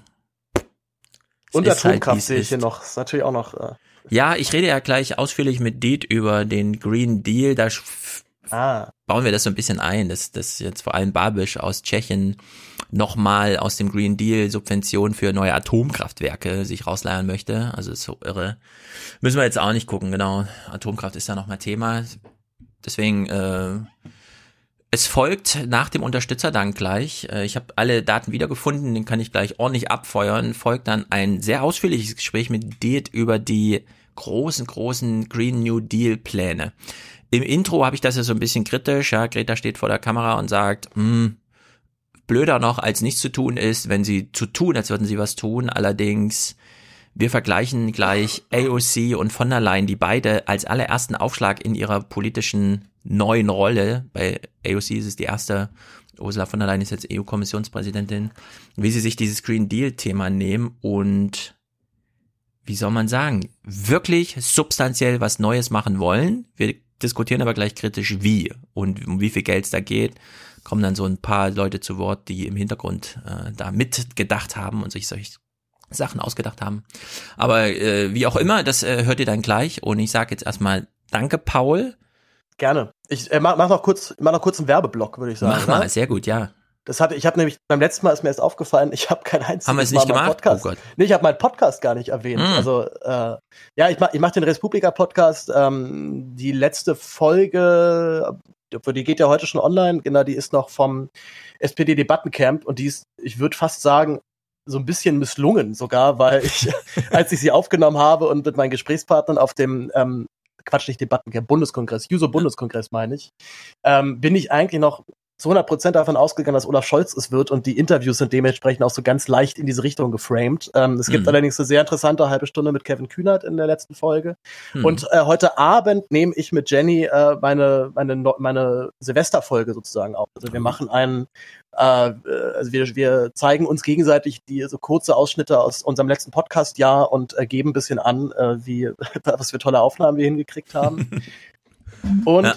Und Atomkraft halt, sehe ich hier noch. Ist natürlich auch noch... Äh ja, ich rede ja gleich ausführlich mit Diet über den Green Deal. Da ah. bauen wir das so ein bisschen ein, dass, dass jetzt vor allem Babiš aus Tschechien nochmal aus dem Green Deal Subventionen für neue Atomkraftwerke sich rausleiern möchte. Also ist so irre. Müssen wir jetzt auch nicht gucken, genau. Atomkraft ist da nochmal Thema. Deswegen, äh, es folgt nach dem Unterstützerdank gleich. Äh, ich habe alle Daten wiedergefunden, den kann ich gleich ordentlich abfeuern. Folgt dann ein sehr ausführliches Gespräch mit Diet über die großen, großen Green New Deal Pläne. Im Intro habe ich das ja so ein bisschen kritisch. Ja, Greta steht vor der Kamera und sagt, hm, blöder noch als nichts zu tun ist, wenn sie zu tun, als würden sie was tun. Allerdings, wir vergleichen gleich A O C und von der Leyen, die beide als allerersten Aufschlag in ihrer politischen neuen Rolle, bei A O C ist es die erste, Ursula von der Leyen ist jetzt E U-Kommissionspräsidentin, wie sie sich dieses Green Deal-Thema nehmen und, wie soll man sagen, wirklich substanziell was Neues machen wollen. Wir diskutieren aber gleich kritisch, wie und um wie viel Geld es da geht. Kommen dann so ein paar Leute zu Wort, die im Hintergrund äh, da mitgedacht haben und sich solche Sachen ausgedacht haben. Aber äh, wie auch immer, das äh, hört ihr dann gleich. Und ich sage jetzt erstmal danke, Paul. Gerne. Ich äh, mach, mach noch kurz, mach noch kurz einen Werbeblock, würde ich sagen. Mach mal, ne? Sehr gut, ja. Das hatte, ich habe nämlich beim letzten Mal ist mir erst aufgefallen, ich habe kein einziges Haben wir es nicht Mal meinen gemacht? Podcast. Oh Gott. Nee, ich habe meinen Podcast gar nicht erwähnt. Mm. Also äh, ja, ich mach, ich mach den Respublika-Podcast. Ähm, die letzte Folge, die geht ja heute schon online, genau, die ist noch vom S P D-Debattencamp und die ist, ich würde fast sagen, so ein bisschen misslungen sogar, weil ich, als ich sie aufgenommen habe und mit meinen Gesprächspartnern auf dem ähm, Quatsch, nicht Debattencamp, Bundeskongress, Juso-Bundeskongress meine ich, ähm, bin ich eigentlich noch zu hundert Prozent davon ausgegangen, dass Olaf Scholz es wird und die Interviews sind dementsprechend auch so ganz leicht in diese Richtung geframed. Ähm, es gibt Mhm. allerdings eine sehr interessante halbe Stunde mit Kevin Kühnert in der letzten Folge. Mhm. Und äh, heute Abend nehme ich mit Jenny äh, meine, meine, meine Silvesterfolge sozusagen auf. Also wir machen einen, äh, also wir, wir zeigen uns gegenseitig die so kurze Ausschnitte aus unserem letzten Podcast-Jahr und äh, geben ein bisschen an, äh, wie was für tolle Aufnahmen wir hingekriegt haben. Und ja.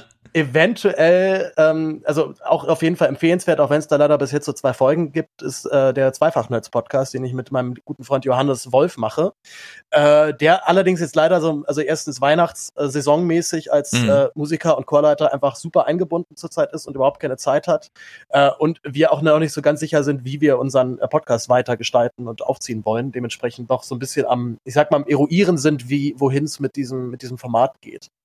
Eventuell, ähm, also auch auf jeden Fall empfehlenswert, auch wenn es da leider bis jetzt so zwei Folgen gibt, ist äh, der Zweifach-Nerds-Podcast, den ich mit meinem guten Freund Johannes Wolf mache. Äh, der allerdings jetzt leider so, also erstens Weihnachts-Saisonmäßig als mhm. äh, Musiker und Chorleiter einfach super eingebunden zurzeit ist und überhaupt keine Zeit hat. Äh, und wir auch noch nicht so ganz sicher sind, wie wir unseren äh, Podcast weiter gestalten und aufziehen wollen. Dementsprechend noch so ein bisschen am, ich sag mal, am Eruieren sind, wie, wohin es mit diesem, mit diesem Format geht.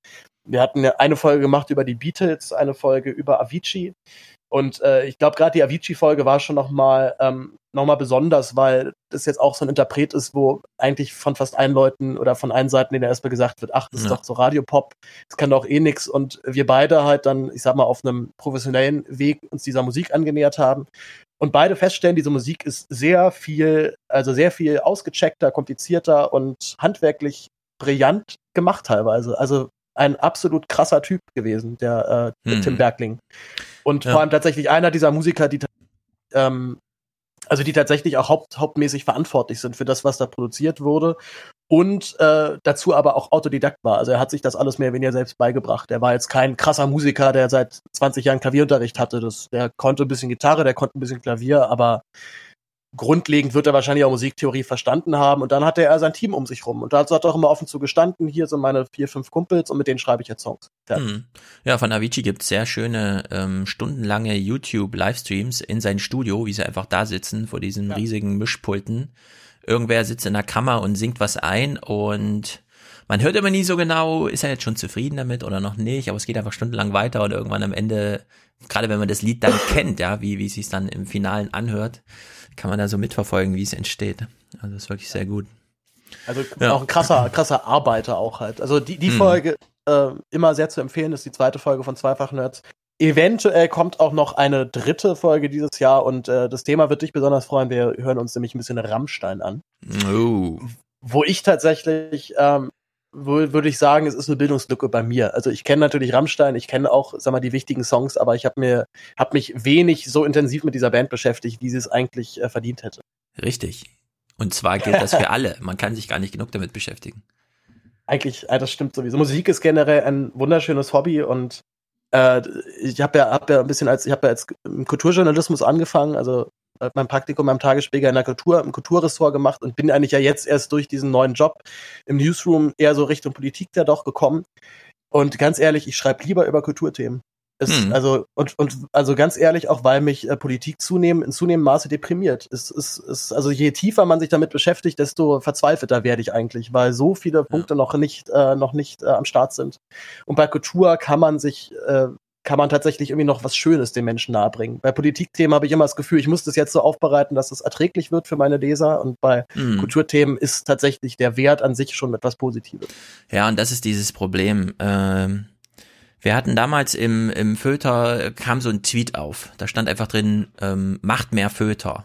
wir hatten ja eine Folge gemacht über die Beatles, eine Folge über Avicii. Und äh, ich glaube, gerade die Avicii-Folge war schon nochmal ähm, noch mal besonders, weil das jetzt auch so ein Interpret ist, wo eigentlich von fast allen Leuten oder von allen Seiten, denen erstmal gesagt wird, ach, das ja. ist doch so Radiopop, das kann doch eh nix. Und wir beide halt dann, ich sag mal, auf einem professionellen Weg uns dieser Musik angenähert haben. Und beide feststellen, diese Musik ist sehr viel, also sehr viel ausgecheckter, komplizierter und handwerklich brillant gemacht teilweise. Also ein absolut krasser Typ gewesen, der, äh, der hm. Tim Bergling. Und ja. vor allem tatsächlich einer dieser Musiker, die ähm, also die tatsächlich auch haupt, hauptmäßig verantwortlich sind für das, was da produziert wurde und äh, dazu aber auch Autodidakt war. Also er hat sich das alles mehr oder weniger selbst beigebracht. Er war jetzt kein krasser Musiker, der seit zwanzig Jahren Klavierunterricht hatte. Das, der konnte ein bisschen Gitarre, der konnte ein bisschen Klavier, aber grundlegend wird er wahrscheinlich auch Musiktheorie verstanden haben und dann hatte er sein Team um sich rum und da hat er auch immer offen zu gestanden, hier sind meine vier, fünf Kumpels und mit denen schreibe ich jetzt Songs. Hm. Ja, von Avicii gibt's sehr schöne ähm, stundenlange YouTube-Livestreams in sein Studio, wie sie einfach da sitzen vor diesen ja. riesigen Mischpulten. Irgendwer sitzt in der Kammer und singt was ein und man hört immer nie so genau, ist er jetzt schon zufrieden damit oder noch nicht, aber es geht einfach stundenlang weiter und irgendwann am Ende, gerade wenn man das Lied dann kennt, ja, wie wie es sich dann im Finalen anhört, kann man da so mitverfolgen, wie es entsteht. Also das ist wirklich sehr gut. Also ja. auch ein krasser, krasser Arbeiter auch halt. Also die, die hm. Folge äh, immer sehr zu empfehlen, ist die zweite Folge von Zweifach-Nerds. Eventuell kommt auch noch eine dritte Folge dieses Jahr und äh, das Thema wird dich besonders freuen. Wir hören uns nämlich ein bisschen Rammstein an. Oh. Wo ich tatsächlich, ähm, würde ich sagen, es ist eine Bildungslücke bei mir. Also ich kenne natürlich Rammstein, ich kenne auch, sag mal, die wichtigen Songs, aber ich habe mir, habe mich wenig so intensiv mit dieser Band beschäftigt, wie sie es eigentlich äh, verdient hätte. Richtig. Und zwar gilt das für alle. Man kann sich gar nicht genug damit beschäftigen. Eigentlich, das stimmt sowieso. Musik ist generell ein wunderschönes Hobby und äh, ich habe ja, hab ja ein bisschen als, ich habe ja als im Kulturjournalismus angefangen, also mein Praktikum beim Tagesspiegel in der Kultur, im Kulturressort gemacht und bin eigentlich ja jetzt erst durch diesen neuen Job im Newsroom eher so Richtung Politik da doch gekommen. Und ganz ehrlich, ich schreibe lieber über Kulturthemen. Es, hm. Also und und also ganz ehrlich, auch weil mich äh, Politik zunehmend in zunehmendem Maße deprimiert. Es ist es, also je tiefer man sich damit beschäftigt, desto verzweifelter werde ich eigentlich, weil so viele Punkte ja. noch nicht äh, noch nicht äh, am Start sind. Und bei Kultur kann man sich äh, kann man tatsächlich irgendwie noch was Schönes den Menschen nahebringen. Bei Politikthemen habe ich immer das Gefühl, ich muss das jetzt so aufbereiten, dass es erträglich wird für meine Leser. Und bei mm. Kulturthemen ist tatsächlich der Wert an sich schon etwas Positives. Ja, und das ist dieses Problem. Ähm, wir hatten damals im, im Feuilleton, kam so ein Tweet auf. Da stand einfach drin, ähm, macht mehr Feuilleton.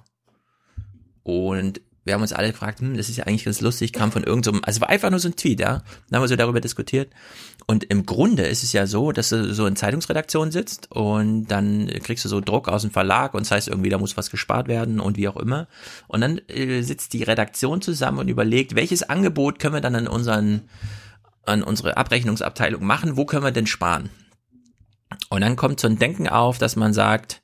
Und wir haben uns alle gefragt, hm, das ist ja eigentlich ganz lustig, kam von irgendeinem, so, also es war einfach nur so ein Tweet, ja. Dann haben wir so darüber diskutiert. Und im Grunde ist es ja so, dass du so in Zeitungsredaktion sitzt und dann kriegst du so Druck aus dem Verlag und das heißt irgendwie, da muss was gespart werden und wie auch immer. Und dann äh, sitzt die Redaktion zusammen und überlegt, welches Angebot können wir dann an unseren, an unsere Abrechnungsabteilung machen, wo können wir denn sparen? Und dann kommt so ein Denken auf, dass man sagt,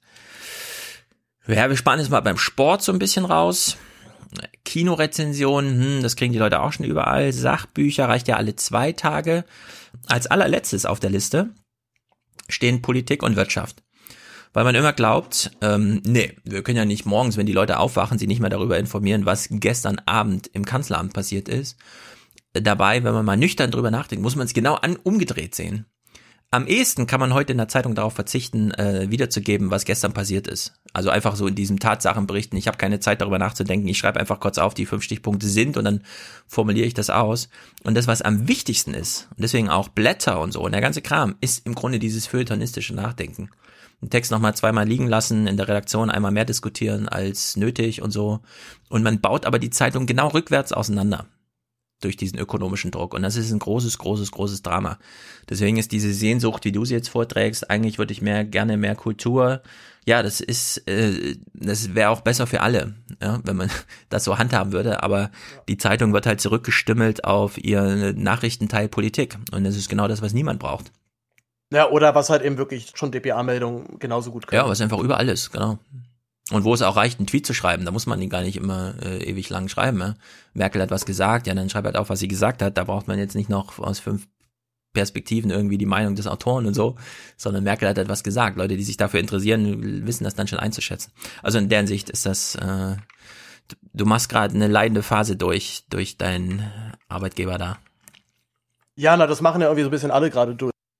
ja, wir sparen jetzt mal beim Sport so ein bisschen raus. Kinorezensionen, hm, das kriegen die Leute auch schon überall. Sachbücher reicht ja alle zwei Tage. Als allerletztes auf der Liste stehen Politik und Wirtschaft. Weil man immer glaubt, ähm, nee, wir können ja nicht morgens, wenn die Leute aufwachen, sie nicht mehr darüber informieren, was gestern Abend im Kanzleramt passiert ist. Dabei, wenn man mal nüchtern drüber nachdenkt, muss man es genau an, umgedreht sehen. Am ehesten kann man heute in der Zeitung darauf verzichten, äh, wiederzugeben, was gestern passiert ist. Also einfach so in diesem Tatsachenberichten. Ich habe keine Zeit darüber nachzudenken. Ich schreibe einfach kurz auf, die fünf Stichpunkte sind und dann formuliere ich das aus. Und das, was am wichtigsten ist, und deswegen auch Blätter und so und der ganze Kram, ist im Grunde dieses feuilletonistische Nachdenken. Den Text nochmal zweimal liegen lassen, in der Redaktion einmal mehr diskutieren als nötig und so. Und man baut aber die Zeitung genau rückwärts auseinander. Durch diesen ökonomischen Druck. Und das ist ein großes, großes, großes Drama. Deswegen ist diese Sehnsucht, wie du sie jetzt vorträgst, eigentlich würde ich mehr gerne mehr Kultur. Ja, das ist, äh, das wäre auch besser für alle, ja, wenn man das so handhaben würde. Aber die Zeitung wird halt zurückgestümmelt auf ihren Nachrichtenteil Politik. Und das ist genau das, was niemand braucht. Ja, oder was halt eben wirklich schon D P A-Meldungen genauso gut können. Ja, was einfach überall ist, genau. Und wo es auch reicht, einen Tweet zu schreiben, da muss man ihn gar nicht immer äh, ewig lang schreiben. Ja? Merkel hat was gesagt, ja, dann schreibt halt auf, was sie gesagt hat. Da braucht man jetzt nicht noch aus fünf Perspektiven irgendwie die Meinung des Autoren und so, sondern Merkel hat etwas gesagt. Leute, die sich dafür interessieren, wissen das dann schon einzuschätzen. Also in deren Sicht ist das, äh, du machst gerade eine leidende Phase durch, durch deinen Arbeitgeber da. Ja, na, das machen ja irgendwie so ein bisschen alle gerade durch.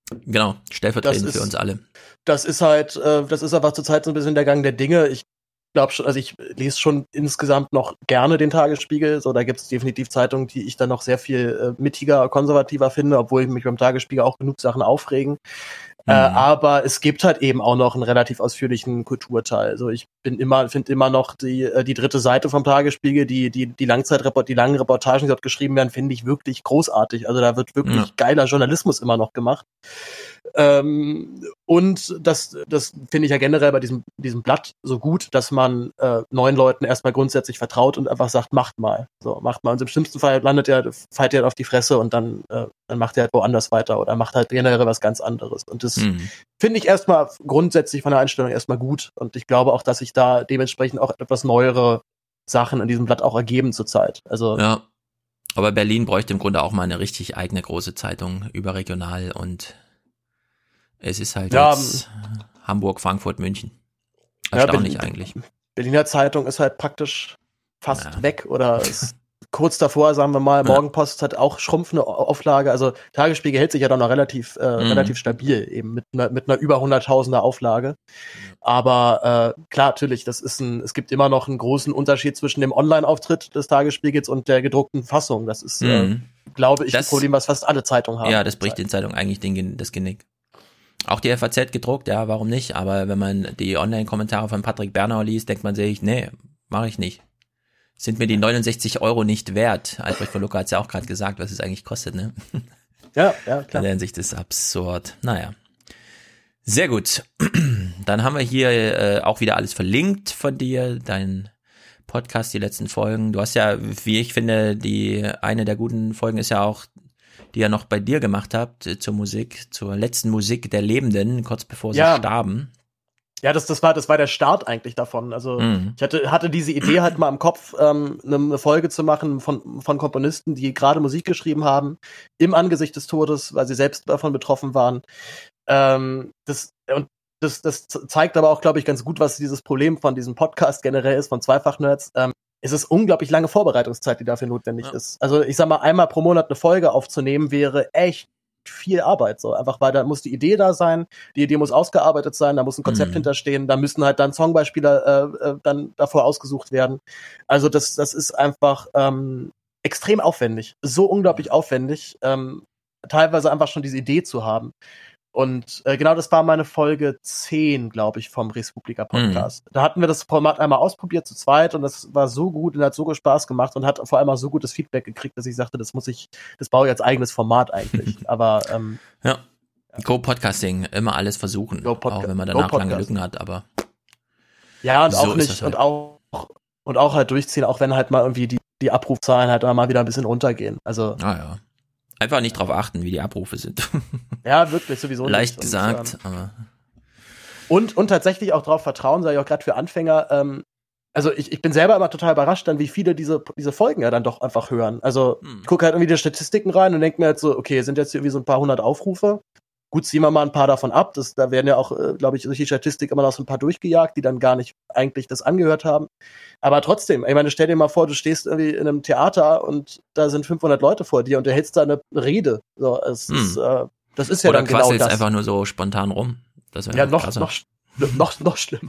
Genau, stellvertretend für uns alle. Das ist halt, äh, das ist einfach zurzeit so ein bisschen der Gang der Dinge. Ich glaube schon, also ich lese schon insgesamt noch gerne den Tagesspiegel. So, da gibt es definitiv Zeitungen, die ich dann noch sehr viel äh, mittiger, konservativer finde, obwohl ich mich beim Tagesspiegel auch genug Sachen aufregen. Mhm. Äh, aber es gibt halt eben auch noch einen relativ ausführlichen Kulturteil. Also ich bin immer, finde immer noch die äh, die dritte Seite vom Tagesspiegel, die die die Langzeitreport, die langen Reportagen, die dort geschrieben werden, finde ich wirklich großartig. Also da wird wirklich ja. geiler Journalismus immer noch gemacht. Ähm, und das, das finde ich ja generell bei diesem, diesem Blatt so gut, dass man äh, neuen Leuten erstmal grundsätzlich vertraut und einfach sagt, macht mal. So, macht mal. Und im schlimmsten Fall landet er, fällt er halt auf die Fresse und dann, äh, dann macht er halt woanders weiter oder macht halt generell was ganz anderes. Und das mhm. finde ich erstmal grundsätzlich von der Einstellung erstmal gut. Und ich glaube auch, dass sich da dementsprechend auch etwas neuere Sachen in diesem Blatt auch ergeben zurzeit. Also ja. Aber Berlin bräuchte im Grunde auch mal eine richtig eigene große Zeitung, überregional, und es ist halt ja, jetzt Hamburg, Frankfurt, München. Erstaunlich ja, Berlin, eigentlich. Berliner Zeitung ist halt praktisch fast ja. weg oder ist kurz davor, sagen wir mal. Ja. Morgenpost hat auch schrumpfende Auflage. Also Tagesspiegel hält sich ja dann noch relativ, äh, mhm. relativ stabil, eben mit einer, mit einer über hunderttausender Auflage. Aber äh, klar, natürlich, das ist ein, es gibt immer noch einen großen Unterschied zwischen dem Online-Auftritt des Tagesspiegels und der gedruckten Fassung. Das ist, mhm. äh, glaube ich, das, ein Problem, was fast alle Zeitungen haben. Ja, das bricht den Zeitungen eigentlich den, das Genick. Auch die F A Z gedruckt, ja, warum nicht? Aber wenn man die Online-Kommentare von Patrick Bernauer liest, denkt man sich, nee, mache ich nicht. Sind mir die neunundsechzig Euro nicht wert? Albrecht von Lucke hat es ja auch gerade gesagt, was es eigentlich kostet, ne? Ja, ja, klar. In der Hinsicht ist absurd. Naja. Sehr gut. Dann haben wir hier äh, auch wieder alles verlinkt von dir, dein Podcast, die letzten Folgen. Du hast ja, wie ich finde, die eine der guten Folgen ist ja auch, die ihr noch bei dir gemacht habt, zur Musik, zur letzten Musik der Lebenden, kurz bevor sie ja. starben. Ja, das, das war, das war der Start eigentlich davon. Also, mhm. ich hatte, hatte diese Idee halt mal im Kopf, ähm, eine Folge zu machen von, von Komponisten, die gerade Musik geschrieben haben, im Angesicht des Todes, weil sie selbst davon betroffen waren. Ähm, das, und das, das zeigt aber auch, glaube ich, ganz gut, was dieses Problem von diesem Podcast generell ist, von Zweifach-Nerds. Ähm, es ist unglaublich lange Vorbereitungszeit, die dafür notwendig ja. ist. Also ich sag mal, einmal pro Monat eine Folge aufzunehmen, wäre echt viel Arbeit. So einfach, weil da muss die Idee da sein, die Idee muss ausgearbeitet sein, da muss ein Konzept mhm. hinterstehen, da müssen halt dann Songbeispiele äh, äh, dann davor ausgesucht werden. Also das, das ist einfach ähm, extrem aufwendig. So unglaublich aufwendig, ähm, teilweise einfach schon diese Idee zu haben. Und äh, genau das war meine Folge zehn, glaube ich, vom Respublika Podcast. Mhm. Da hatten wir das Format einmal ausprobiert zu zweit und das war so gut und hat so gut Spaß gemacht und hat vor allem auch so gutes Feedback gekriegt, dass ich sagte, das muss ich, das baue ich als eigenes Format eigentlich. Aber ähm, ja, Go-Podcasting, immer alles versuchen, auch wenn man danach lange Lücken hat, aber ja, und so auch nicht, halt. und auch und auch halt durchziehen, auch wenn halt mal irgendwie die, die Abrufzahlen halt mal wieder ein bisschen runtergehen. Also ah ja. Einfach nicht drauf achten, wie die Abrufe sind. Ja, wirklich, sowieso. Leicht nicht. gesagt, und, ähm, aber. Und, und tatsächlich auch drauf vertrauen, sage ich auch gerade für Anfänger. Ähm, also ich, ich bin selber immer total überrascht, dann wie viele diese, diese Folgen ja dann doch einfach hören. Also hm. ich gucke halt irgendwie die Statistiken rein und denke mir halt so, okay, sind jetzt irgendwie so ein paar hundert Aufrufe. Gut, ziehen wir mal ein paar davon ab. Das, da werden ja auch, äh, glaube ich, durch die Statistik immer noch so ein paar durchgejagt, die dann gar nicht eigentlich das angehört haben. Aber trotzdem, ich meine, stell dir mal vor, du stehst irgendwie in einem Theater und da sind fünfhundert Leute vor dir und du hältst da eine Rede. So, es hm. ist, äh, das ist ja Oder dann genau das. Oder einfach nur so spontan rum. Das ja, noch, noch, noch, noch schlimmer.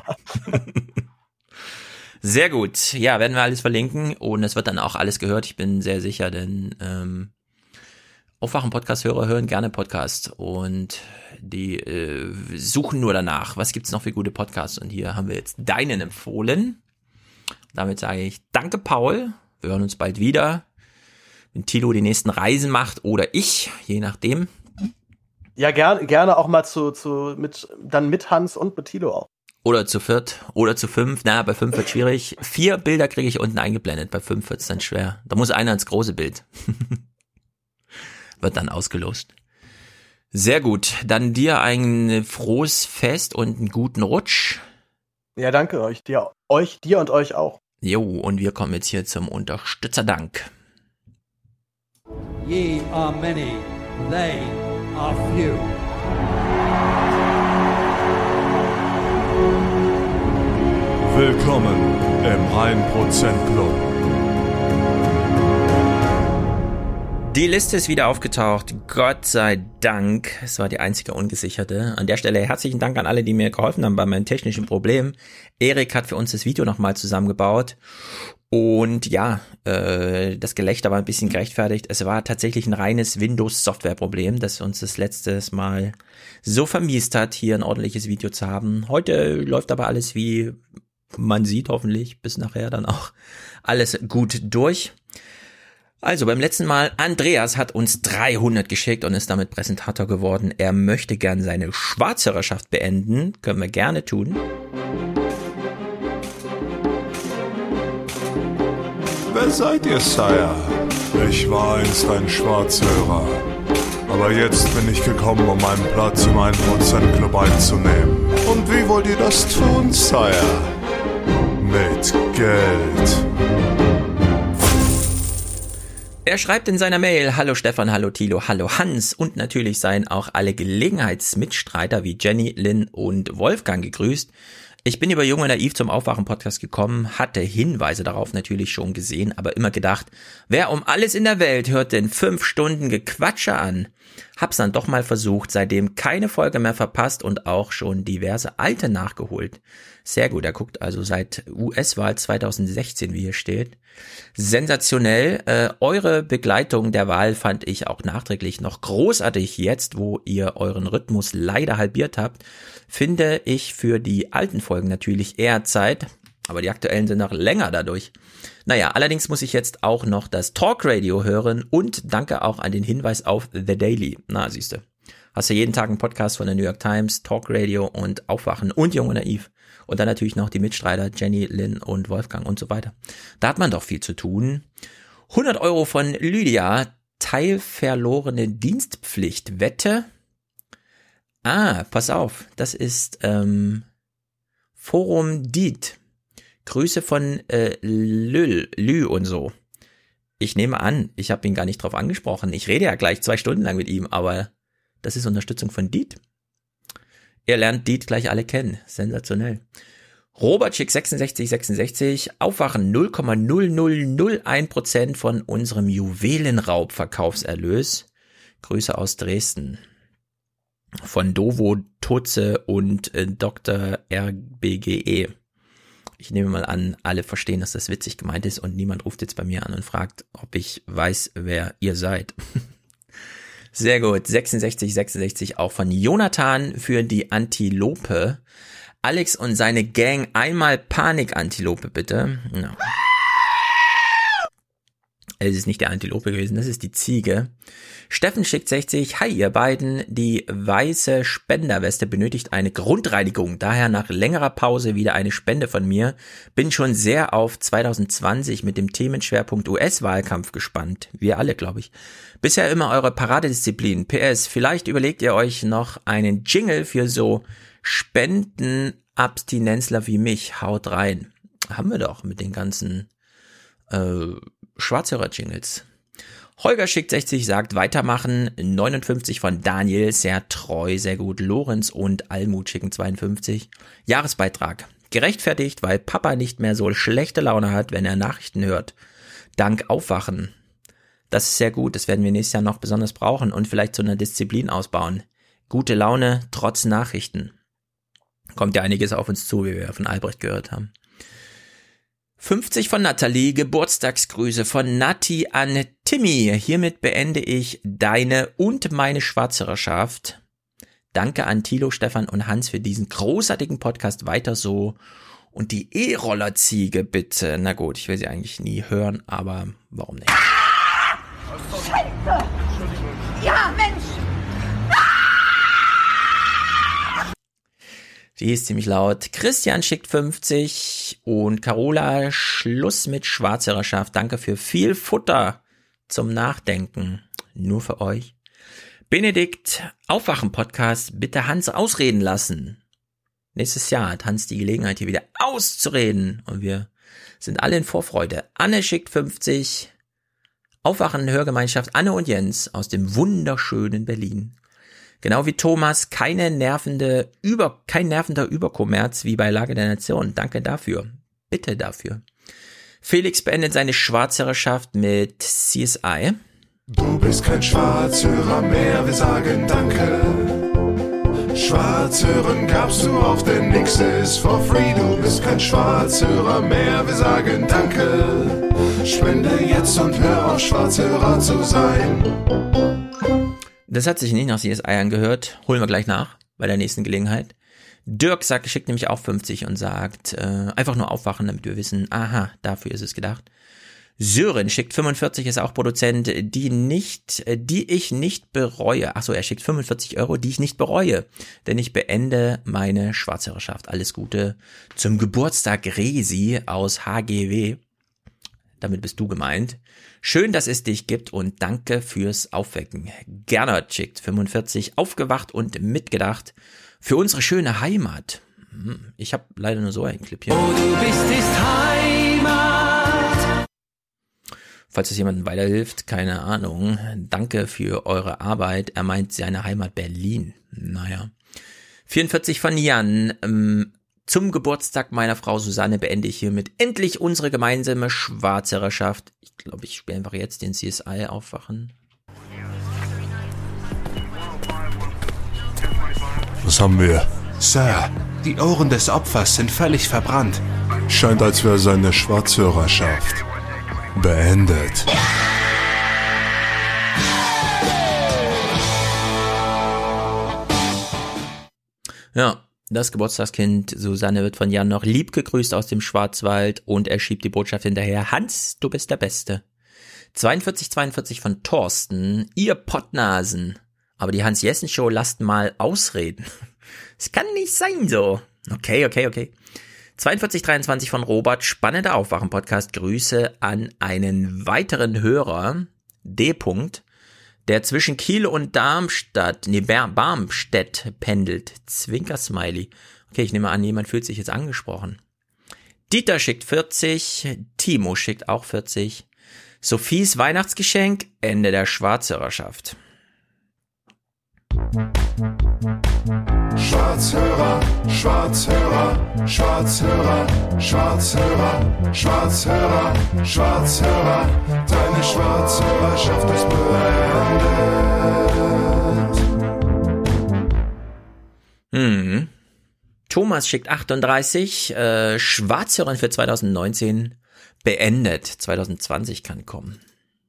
Sehr gut. Ja, werden wir alles verlinken und es wird dann auch alles gehört. Ich bin sehr sicher, denn ähm, Aufwachen-Podcast-Hörer hören gerne Podcast und die äh, suchen nur danach, was gibt's noch für gute Podcasts, und hier haben wir jetzt deinen empfohlen. Damit sage ich danke, Paul, wir hören uns bald wieder, wenn Thilo die nächsten Reisen macht oder ich, je nachdem. Ja, gerne, gerne auch mal zu, zu mit, dann mit Hans und mit Thilo auch. Oder zu viert oder zu fünf, na, bei fünf wird schwierig. Vier Bilder kriege ich unten eingeblendet, bei fünf wird's dann schwer. Da muss einer ins große Bild. Wird dann ausgelost. Sehr gut. Dann dir ein frohes Fest und einen guten Rutsch. Ja, danke euch. Dir, euch, dir und euch auch. Jo, und wir kommen jetzt hier zum Unterstützerdank. Ye are many, they are few. Willkommen im ein Prozent Club. Die Liste ist wieder aufgetaucht. Gott sei Dank. Es war die einzige ungesicherte. An der Stelle herzlichen Dank an alle, die mir geholfen haben bei meinen technischen Problemen. Erik hat für uns das Video nochmal zusammengebaut. Und ja, äh, das Gelächter war ein bisschen gerechtfertigt. Es war tatsächlich ein reines Windows-Software-Problem, das uns das letztes Mal so vermiest hat, hier ein ordentliches Video zu haben. Heute läuft aber alles, wie man sieht, hoffentlich bis nachher dann auch alles gut durch. Also beim letzten Mal, Andreas hat uns dreihundert geschickt und ist damit Präsentator geworden. Er möchte gern seine Schwarzhörerschaft beenden. Können wir gerne tun. Wer seid ihr, Sire? Ich war einst ein Schwarzhörer. Aber jetzt bin ich gekommen, um meinen Platz im ein Prozent Club einzunehmen. Und wie wollt ihr das tun, Sire? Mit Geld. Er schreibt in seiner Mail: Hallo Stefan, hallo Thilo, hallo Hans, und natürlich seien auch alle Gelegenheitsmitstreiter wie Jenny, Lynn und Wolfgang gegrüßt. Ich bin über Jung und Naiv zum Aufwachen-Podcast gekommen, hatte Hinweise darauf natürlich schon gesehen, aber immer gedacht, wer um alles in der Welt hört denn fünf Stunden Gequatsche an? Hab's dann doch mal versucht, seitdem keine Folge mehr verpasst und auch schon diverse alte nachgeholt. Sehr gut, er guckt also seit U S-Wahl zwanzig sechzehn, wie hier steht. Sensationell, äh, eure Begleitung der Wahl fand ich auch nachträglich noch großartig. Jetzt, wo ihr euren Rhythmus leider halbiert habt, finde ich für die alten Folgen natürlich eher Zeit, aber die aktuellen sind noch länger dadurch. Naja, allerdings muss ich jetzt auch noch das Talkradio hören und danke auch an den Hinweis auf The Daily. Na, siehste, hast du jeden Tag einen Podcast von der New York Times, Talkradio und Aufwachen und Jung und Naiv. Und dann natürlich noch die Mitstreiter Jenny, Lynn und Wolfgang und so weiter. Da hat man doch viel zu tun. hundert Euro von Lydia, teilverlorene Dienstpflicht, Wette. Ah, pass auf, das ist ähm, Forum Diet. Grüße von äh, Lül, Lü und so. Ich nehme an, ich habe ihn gar nicht drauf angesprochen. Ich rede ja gleich zwei Stunden lang mit ihm, aber das ist Unterstützung von Diet. Ihr lernt Diet gleich alle kennen. Sensationell. Robert Schick sechsundsechzig sechsundsechzig, Aufwachen null Komma null null null eins Prozent von unserem Juwelenraub-Verkaufserlös. Grüße aus Dresden. Von Dovo, Tutze und äh, Doktor R B G E. Ich nehme mal an, alle verstehen, dass das witzig gemeint ist und niemand ruft jetzt bei mir an und fragt, ob ich weiß, wer ihr seid. Sehr gut, sechsundsechzig sechsundsechzig auch von Jonathan für die Antilope. Alex und seine Gang, einmal Panik-Antilope bitte. No. Es ist nicht der Antilope gewesen, das ist die Ziege. Steffen schickt sechzig, hi ihr beiden, die weiße Spenderweste benötigt eine Grundreinigung, daher nach längerer Pause wieder eine Spende von mir. Bin schon sehr auf zwanzig zwanzig mit dem Themenschwerpunkt U S-Wahlkampf gespannt. Wir alle, glaube ich. Bisher immer eure Paradedisziplin. P S, vielleicht überlegt ihr euch noch einen Jingle für so Spendenabstinenzler wie mich. Haut rein. Haben wir doch mit den ganzen äh, Schwarzhörer-Jingles. Holger schickt sechzig, sagt weitermachen. neunundfünfzig von Daniel, sehr treu, sehr gut. Lorenz und Almut schicken zweiundfünfzig. Jahresbeitrag. Gerechtfertigt, weil Papa nicht mehr so schlechte Laune hat, wenn er Nachrichten hört. Dank Aufwachen. Das ist sehr gut, das werden wir nächstes Jahr noch besonders brauchen und vielleicht zu einer Disziplin ausbauen. Gute Laune trotz Nachrichten. Kommt ja einiges auf uns zu, wie wir von Albrecht gehört haben. fünfzig von Nathalie, Geburtstagsgrüße von Nati an Timmy. Hiermit beende ich deine und meine Schwarzhörerschaft. Danke an Thilo, Stefan und Hans für diesen großartigen Podcast. Weiter so. Und die E-Roller-Ziege bitte. Na gut, ich will sie eigentlich nie hören, aber warum nicht? Scheiße! Ja, Mensch! Die ist ziemlich laut. Christian schickt fünfzig und Carola, Schluss mit Schwarzhörerschaft. Danke für viel Futter zum Nachdenken. Nur für euch. Benedikt, Aufwachen-Podcast, bitte Hans ausreden lassen. Nächstes Jahr hat Hans die Gelegenheit, hier wieder auszureden. Und wir sind alle in Vorfreude. Anne schickt fünfzig. Aufwachen, Hörgemeinschaft Anne und Jens aus dem wunderschönen Berlin. Genau wie Thomas, keine nervende Über, kein nervender Überkommerz wie bei Lage der Nation. Danke dafür. Bitte dafür. Felix beendet seine Schwarzhörerschaft mit C S I. Du bist kein Schwarzhörer mehr, wir sagen Danke. Schwarzhören gab's du auf, denn nix ist for free. Du bist kein Schwarzhörer mehr, wir sagen Danke. Spende jetzt und hör auf, Schwarzhörer zu sein. Das hat sich nicht nach C S I angehört. Holen wir gleich nach, bei der nächsten Gelegenheit. Dirk sagt, schickt nämlich auch fünfzig und sagt, äh, einfach nur aufwachen, damit wir wissen, aha, dafür ist es gedacht. Sören schickt fünfundvierzig, ist auch Produzent, die nicht, die ich nicht bereue. Achso, er schickt fünfundvierzig Euro, die ich nicht bereue, denn ich beende meine Schwarzhörerschaft. Alles Gute zum Geburtstag, Resi aus H G W. Damit bist du gemeint. Schön, dass es dich gibt und danke fürs Aufwecken. Gernot schickt fünfundvierzig, aufgewacht und mitgedacht für unsere schöne Heimat. Ich habe leider nur so einen Clip hier. Wo du bist, ist Heimat. Falls es jemandem weiterhilft, keine Ahnung. Danke für eure Arbeit. Er meint seine Heimat Berlin. Naja. vierundvierzig von Jan. Ähm, zum Geburtstag meiner Frau Susanne beende ich hiermit endlich unsere gemeinsame Schwarzhörerschaft. Ich glaube, ich spiele einfach jetzt den C S I aufwachen. Was haben wir? Sir, die Ohren des Opfers sind völlig verbrannt. Scheint, als wäre seine Schwarzhörerschaft beendet. Ja, das Geburtstagskind Susanne wird von Jan noch lieb gegrüßt aus dem Schwarzwald und er schiebt die Botschaft hinterher. Hans, du bist der Beste. zweiundvierzig zweiundvierzig von Thorsten. Ihr Pottnasen. Aber die Hans-Jessen-Show lasst mal ausreden. Es kann nicht sein so. Okay, okay, okay. zweiundvierzig dreiundzwanzig von Robert. Spannender Aufwachen-Podcast. Grüße an einen weiteren Hörer. D. -Punkt, der zwischen Kiel und Darmstadt, nee, Barmstedt pendelt. Zwinker-Smiley. Okay, ich nehme an, jemand fühlt sich jetzt angesprochen. Dieter schickt vierzig. Timo schickt auch vierzig. Sophies Weihnachtsgeschenk. Ende der Schwarzhörerschaft. Schwarzhörer, Schwarzhörer, Schwarzhörer, Schwarzhörer, Schwarzhörer, Schwarzhörer, deine Schwarzhörerschaft ist beendet. Hm. Thomas schickt achtunddreißig, äh, Schwarzhörern für zweitausendneunzehn beendet. zweitausendzwanzig kann kommen.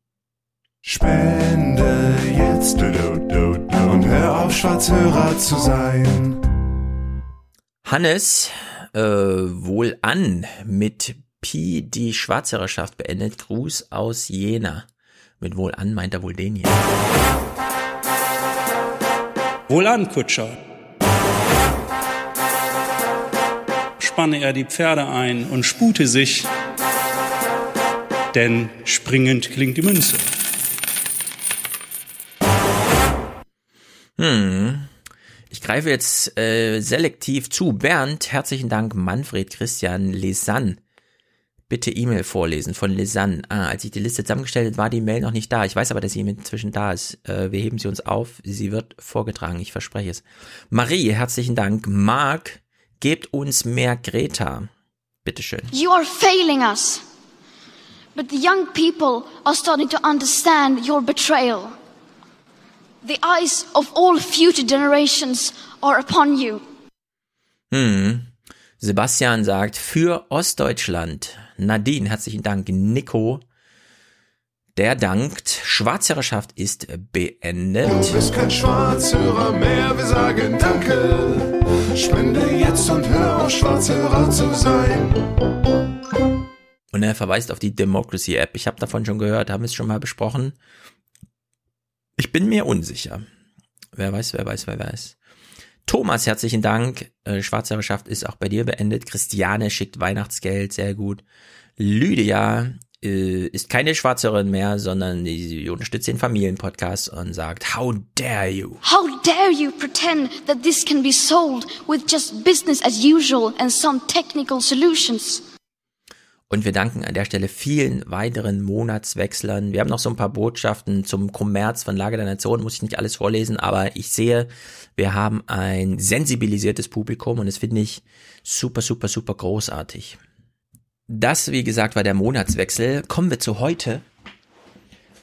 Spende jetzt du, du, du, du, und hör auf, Schwarzhörer zu sein. Hannes, äh, wohl an, mit Pi die Schwarzhörerschaft beendet. Gruß aus Jena. Mit wohl an meint er wohl den hier. Wohlan, Kutscher. Spanne er die Pferde ein und spute sich, denn springend klingt die Münze. Hm. Ich greife jetzt äh, selektiv zu. Bernd, herzlichen Dank. Manfred, Christian, Lisanne. Bitte E-Mail vorlesen von Lisanne. Ah, als ich die Liste zusammengestellt habe, war die Mail noch nicht da. Ich weiß aber, dass sie inzwischen da ist. Äh, wir heben sie uns auf. Sie wird vorgetragen. Ich verspreche es. Marie, herzlichen Dank. Marc, gebt uns mehr Greta. Bitteschön. You are failing us. But the young people are starting to understand your betrayal. The eyes of all future generations are upon you. Hm. Sebastian sagt, für Ostdeutschland. Nadine, herzlichen Dank. Nico, der dankt. Schwarzhörerschaft ist beendet. Du bist kein Schwarzhörer mehr, wir sagen Danke. Spende jetzt und hör auf, Schwarzhörer zu sein. Und er verweist auf die Democracy-App. Ich habe davon schon gehört, haben wir es schon mal besprochen. Ich bin mir unsicher. Wer weiß, wer weiß, wer weiß. Thomas, herzlichen Dank. Äh, Schwarzhörerschaft ist auch bei dir beendet. Christiane schickt Weihnachtsgeld, sehr gut. Lydia äh, ist keine Schwarzhörerin mehr, sondern sie unterstützt den Familienpodcast und sagt, how dare you? How dare you pretend that this can be sold with just business as usual and some technical solutions? Und wir danken an der Stelle vielen weiteren Monatswechslern. Wir haben noch so ein paar Botschaften zum Kommerz von Lage der Nation, muss ich nicht alles vorlesen, aber ich sehe, wir haben ein sensibilisiertes Publikum und das finde ich super, super, super großartig. Das, wie gesagt, war der Monatswechsel. Kommen wir zu heute.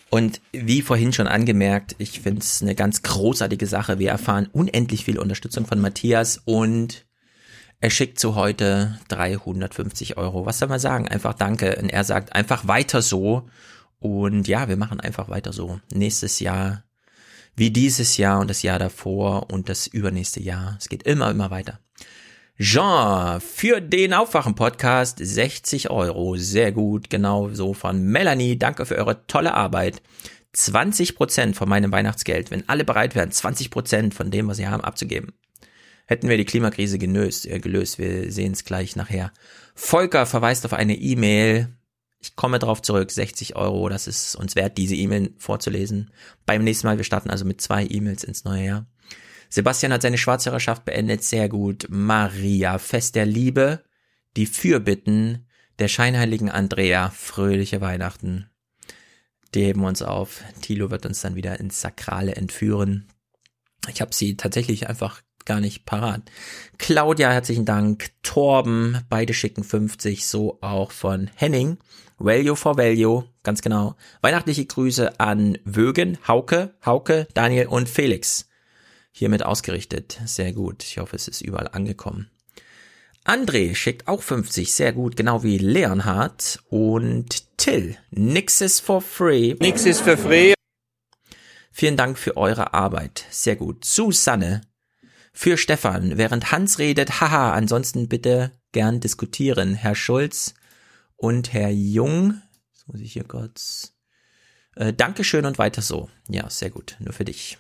Und wie vorhin schon angemerkt, ich finde es eine ganz großartige Sache. Wir erfahren unendlich viel Unterstützung von Matthias und er schickt zu heute dreihundertfünfzig Euro. Was soll man sagen? Einfach danke. Und er sagt einfach weiter so. Und ja, wir machen einfach weiter so. Nächstes Jahr wie dieses Jahr und das Jahr davor und das übernächste Jahr. Es geht immer, immer weiter. Jean, für den Aufwachen-Podcast sechzig Euro. Sehr gut, genau so von Melanie. Danke für eure tolle Arbeit. zwanzig Prozent von meinem Weihnachtsgeld, wenn alle bereit wären, zwanzig Prozent von dem, was sie haben, abzugeben. Hätten wir die Klimakrise gelöst, äh, gelöst. Wir sehen es gleich nachher. Volker verweist auf eine E-Mail. Ich komme drauf zurück, sechzig Euro, das ist uns wert, diese E-Mail vorzulesen. Beim nächsten Mal, wir starten also mit zwei E-Mails ins neue Jahr. Sebastian hat seine Schwarzhörerschaft beendet, sehr gut. Maria, Fest der Liebe, die Fürbitten der scheinheiligen Andrea, fröhliche Weihnachten. Die heben uns auf. Thilo wird uns dann wieder ins Sakrale entführen. Ich habe sie tatsächlich einfach gar nicht parat. Claudia, herzlichen Dank. Torben, beide schicken fünfzig, so auch von Henning. Value for Value, ganz genau. Weihnachtliche Grüße an Wögen, Hauke, Hauke, Daniel und Felix. Hiermit ausgerichtet. Sehr gut. Ich hoffe, es ist überall angekommen. André schickt auch fünfzig. Sehr gut. Genau wie Leonhard und Till. Nix ist for free. Nix ist for free. Vielen Dank für eure Arbeit. Sehr gut. Susanne. Für Stefan. Während Hans redet, haha, ansonsten bitte gern diskutieren. Herr Schulz und Herr Jung. Jetzt muss ich hier kurz. Äh, Dankeschön und weiter so. Ja, sehr gut. Nur für dich.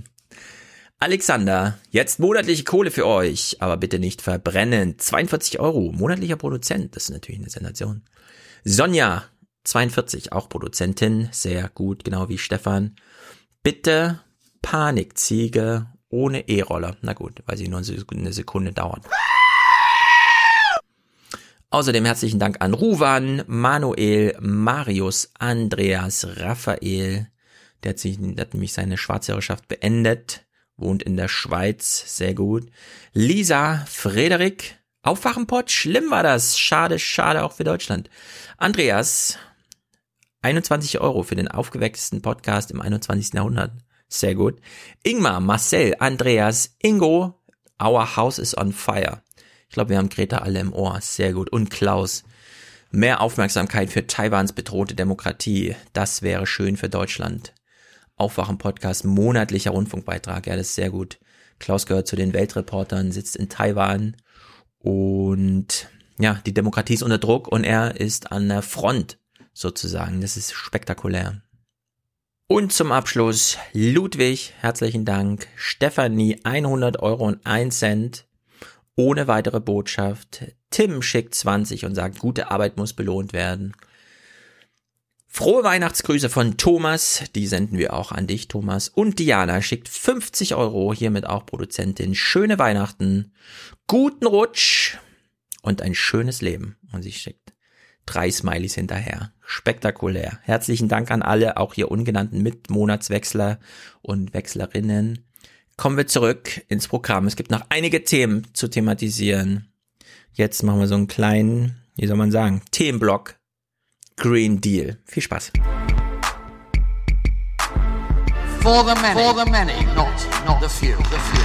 Alexander, jetzt monatliche Kohle für euch, aber bitte nicht verbrennen. zweiundvierzig Euro, monatlicher Produzent, das ist natürlich eine Sensation. Sonja, zweiundvierzig, auch Produzentin, sehr gut, genau wie Stefan. Bitte Panikziege ohne E-Roller. Na gut, weil sie nur eine Sekunde dauert. Außerdem herzlichen Dank an Ruvan, Manuel, Marius, Andreas, Raphael. Der hat, sich, der hat nämlich seine Schwarzhörerschaft beendet. Wohnt in der Schweiz, sehr gut. Lisa, Frederik, Aufwachenpott, schlimm war das. Schade, schade auch für Deutschland. Andreas, einundzwanzig Euro für den aufgewecksten Podcast im einundzwanzigsten Jahrhundert. Sehr gut. Ingmar, Marcel, Andreas, Ingo, Our House is on fire. Ich glaube, wir haben Greta alle im Ohr. Sehr gut. Und Klaus, mehr Aufmerksamkeit für Taiwans bedrohte Demokratie. Das wäre schön für Deutschland. Aufwachen-Podcast, monatlicher Rundfunkbeitrag, ja, das ist sehr gut. Klaus gehört zu den Weltreportern, sitzt in Taiwan und ja, die Demokratie ist unter Druck und er ist an der Front sozusagen, das ist spektakulär. Und zum Abschluss Ludwig, herzlichen Dank, Stefanie, hundert Euro und ein Cent, ohne weitere Botschaft, Tim schickt zwanzig und sagt, gute Arbeit muss belohnt werden. Frohe Weihnachtsgrüße von Thomas, die senden wir auch an dich, Thomas. Und Diana schickt fünfzig Euro, hiermit auch Produzentin. Schöne Weihnachten, guten Rutsch und ein schönes Leben. Und sie schickt drei Smileys hinterher. Spektakulär. Herzlichen Dank an alle, auch hier ungenannten Mitmonatswechsler und Wechslerinnen. Kommen wir zurück ins Programm. Es gibt noch einige Themen zu thematisieren. Jetzt machen wir so einen kleinen, wie soll man sagen, Themenblock. Green Deal. Viel Spaß. For the many, for the many, not, not the few, the few.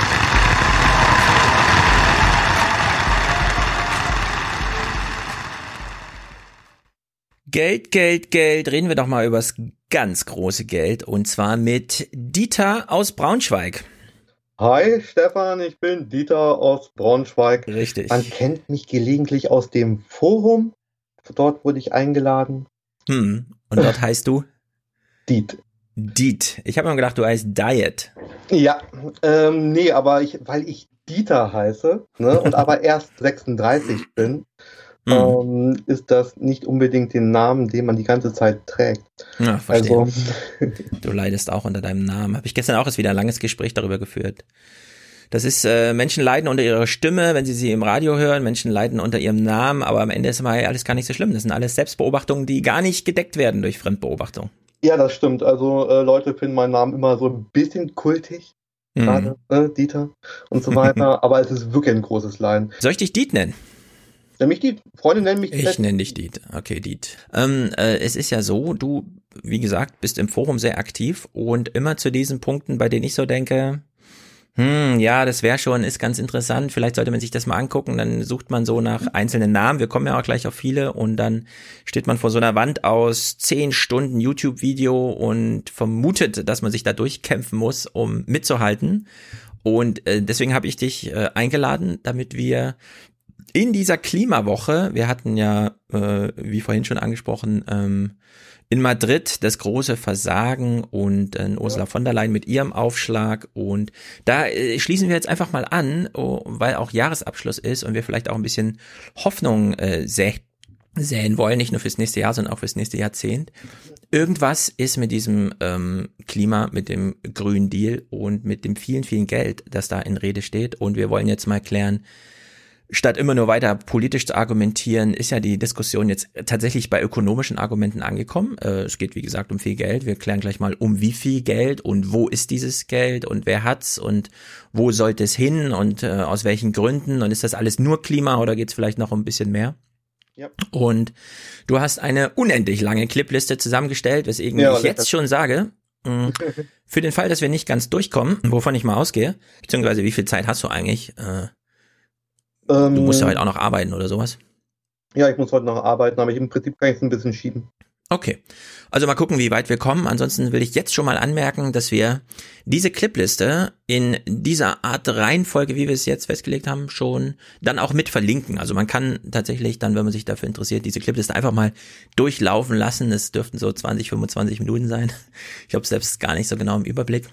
Geld, Geld, Geld. Reden wir doch mal über das ganz große Geld und zwar mit Dieter aus Braunschweig. Hi Stefan, ich bin Dieter aus Braunschweig. Richtig. Man kennt mich gelegentlich aus dem Forum. Dort wurde ich eingeladen. Hm. Und dort heißt du? Diet. Diet. Ich habe mir gedacht, du heißt Diet. Ja, ähm, nee, aber ich, weil ich Dieter heiße, ne, und aber erst sechsunddreißig bin, hm. ähm, ist das nicht unbedingt den Namen, den man die ganze Zeit trägt. Ja, verstehe. Also, du leidest auch unter deinem Namen. Habe ich gestern auch erst wieder ein langes Gespräch darüber geführt. Das ist, äh, Menschen leiden unter ihrer Stimme, wenn sie sie im Radio hören, Menschen leiden unter ihrem Namen, aber am Ende ist immer alles gar nicht so schlimm. Das sind alles Selbstbeobachtungen, die gar nicht gedeckt werden durch Fremdbeobachtung. Ja, das stimmt. Also äh, Leute finden meinen Namen immer so ein bisschen kultig, mhm. gerade äh, Dieter und so weiter, aber es ist wirklich ein großes Leiden. Soll ich dich Diet nennen? Nenn mich Diet. Freunde nennen mich Ich nenne dich Diet. Okay, Diet. Ähm, äh, es ist ja so, du, wie gesagt, bist im Forum sehr aktiv und immer zu diesen Punkten, bei denen ich so denke, hm, ja, das wäre schon, ist ganz interessant, vielleicht sollte man sich das mal angucken, dann sucht man so nach einzelnen Namen, wir kommen ja auch gleich auf viele und dann steht man vor so einer Wand aus zehn Stunden YouTube-Video und vermutet, dass man sich da durchkämpfen muss, um mitzuhalten. Und äh, deswegen habe ich dich äh, eingeladen, damit wir in dieser Klimawoche, wir hatten ja, äh, wie vorhin schon angesprochen, ähm, in Madrid das große Versagen und äh, Ursula von der Leyen mit ihrem Aufschlag und da äh, schließen wir jetzt einfach mal an, oh, weil auch Jahresabschluss ist und wir vielleicht auch ein bisschen Hoffnung äh, sä säen wollen, nicht nur fürs nächste Jahr, sondern auch fürs nächste Jahrzehnt. Irgendwas ist mit diesem ähm, Klima, mit dem Grünen Deal und mit dem vielen, vielen Geld, das da in Rede steht und wir wollen jetzt mal klären, statt immer nur weiter politisch zu argumentieren, ist ja die Diskussion jetzt tatsächlich bei ökonomischen Argumenten angekommen. Äh, es geht, wie gesagt, um viel Geld. Wir klären gleich mal, um wie viel Geld und wo ist dieses Geld und wer hat's und wo sollte es hin und äh, aus welchen Gründen und ist das alles nur Klima oder geht's vielleicht noch um ein bisschen mehr? Ja. Und du hast eine unendlich lange Clipliste zusammengestellt, weswegen ja, ich jetzt schon sage, mh, für den Fall, dass wir nicht ganz durchkommen, wovon ich mal ausgehe, beziehungsweise wie viel Zeit hast du eigentlich, äh, Du musst ja heute auch noch arbeiten oder sowas. Ja, ich muss heute noch arbeiten, aber im Prinzip kann ich es ein bisschen schieben. Okay, also mal gucken, wie weit wir kommen. Ansonsten will ich jetzt schon mal anmerken, dass wir diese Clipliste in dieser Art Reihenfolge, wie wir es jetzt festgelegt haben, schon dann auch mit verlinken. Also man kann tatsächlich dann, wenn man sich dafür interessiert, diese Clipliste einfach mal durchlaufen lassen. Es dürften so zwanzig, fünfundzwanzig Minuten sein. Ich habe selbst gar nicht so genau im Überblick.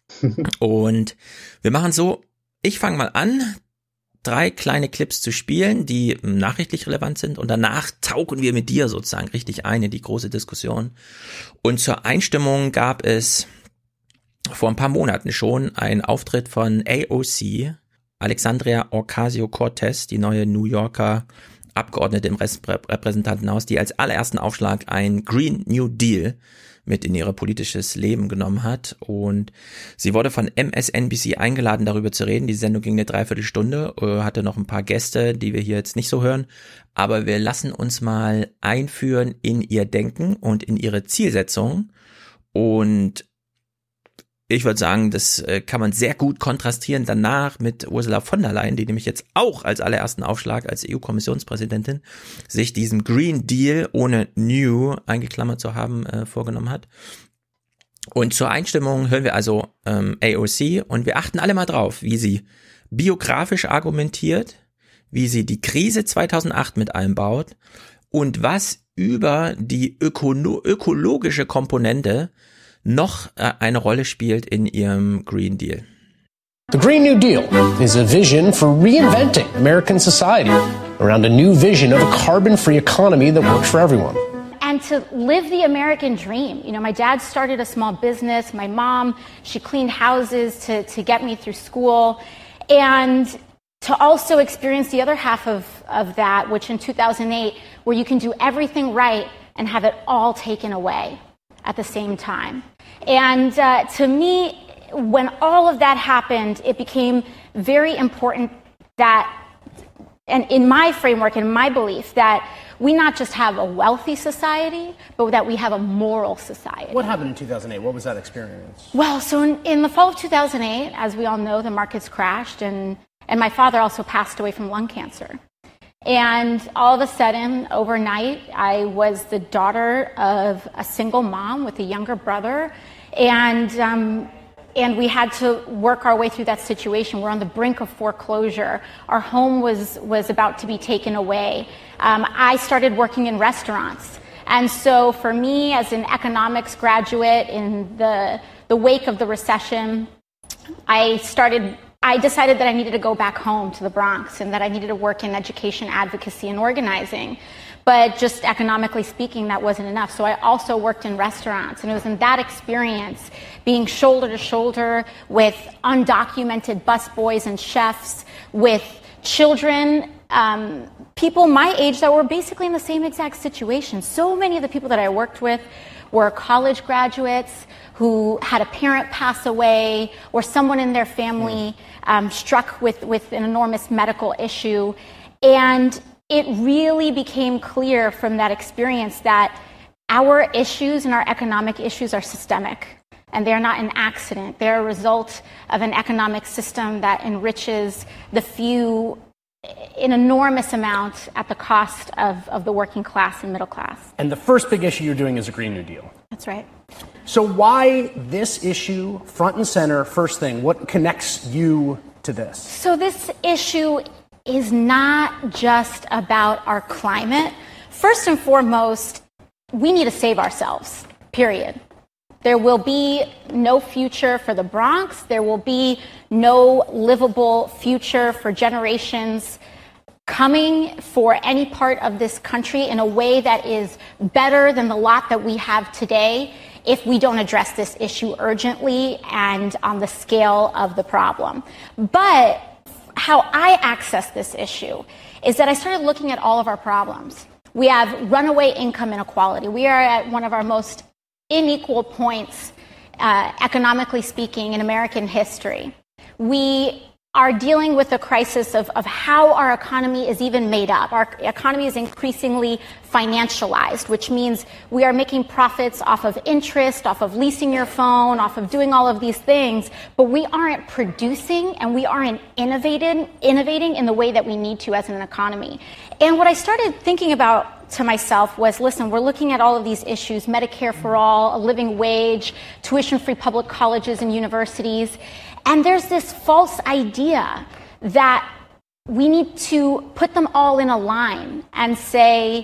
Und wir machen so, ich fange mal an, drei kleine Clips zu spielen, die nachrichtlich relevant sind und danach tauchen wir mit dir sozusagen richtig ein in die große Diskussion. Und zur Einstimmung gab es vor ein paar Monaten schon einen Auftritt von A O C, Alexandria Ocasio-Cortez, die neue New Yorker Abgeordnete im Repräsentantenhaus, die als allerersten Aufschlag ein Green New Deal mit in ihr politisches Leben genommen hat und sie wurde von M S N B C eingeladen, darüber zu reden. Die Sendung ging eine Dreiviertelstunde, hatte noch ein paar Gäste, die wir hier jetzt nicht so hören, aber wir lassen uns mal einführen in ihr Denken und in ihre Zielsetzung und ich würde sagen, das kann man sehr gut kontrastieren danach mit Ursula von der Leyen, die nämlich jetzt auch als allerersten Aufschlag als E U-Kommissionspräsidentin sich diesem Green Deal ohne New eingeklammert zu haben äh, vorgenommen hat. Und zur Einstimmung hören wir also ähm, A O C und wir achten alle mal drauf, wie sie biografisch argumentiert, wie sie die Krise zweitausendacht mit einbaut und was über die ökono- ökologische Komponente noch eine Rolle spielt in ihrem Green Deal. The Green New Deal is a vision for reinventing American society around a new vision of a carbon-free economy that works for everyone. And to live the American dream. You know, my dad started a small business. My mom, she cleaned houses to, to get me through school. And to also experience the other half of, of that, which in two thousand eight, where you can do everything right and have it all taken away at the same time. And uh, to me, when all of that happened, it became very important that, and in my framework, in my belief, that we not just have a wealthy society, but that we have a moral society. What happened in two thousand eight? What was that experience? Well, so in, in the fall of two thousand eight, as we all know, the markets crashed, and, and my father also passed away from lung cancer. And all of a sudden, overnight, I was the daughter of a single mom with a younger brother, and um, and we had to work our way through that situation. We're on the brink of foreclosure. Our home was was about to be taken away. Um, I started working in restaurants, and so for me, as an economics graduate in the the wake of the recession, I started. I decided that I needed to go back home to the Bronx and that I needed to work in education, advocacy, and organizing. But just economically speaking, that wasn't enough. So I also worked in restaurants. And it was in that experience, being shoulder to shoulder with undocumented busboys and chefs, with children, um, people my age that were basically in the same exact situation. So many of the people that I worked with were college graduates who had a parent pass away or someone in their family um, struck with, with an enormous medical issue. And it really became clear from that experience that our issues and our economic issues are systemic. And they're not an accident. They're a result of an economic system that enriches the few in enormous amount at the cost of, of the working class and middle class. And the first big issue you're doing is a Green New Deal. That's right. So why this issue, front and center, first thing? What connects you to this? So this issue is not just about our climate. First and foremost, we need to save ourselves, period. There will be no future for the Bronx. There will be no livable future for generations coming for any part of this country in a way that is better than the lot that we have today if we don't address this issue urgently and on the scale of the problem. But how I access this issue is that I started looking at all of our problems. We have runaway income inequality. We are at one of our most unequal points, uh, economically speaking, in American history. We are dealing with the crisis of, of how our economy is even made up. Our economy is increasingly financialized, which means we are making profits off of interest, off of leasing your phone, off of doing all of these things, but we aren't producing and we aren't innovating, innovating in the way that we need to as an economy. And what I started thinking about to myself was, listen, we're looking at all of these issues, Medicare for all, a living wage, tuition-free public colleges and universities, and there's this false idea that we need to put them all in a line and say,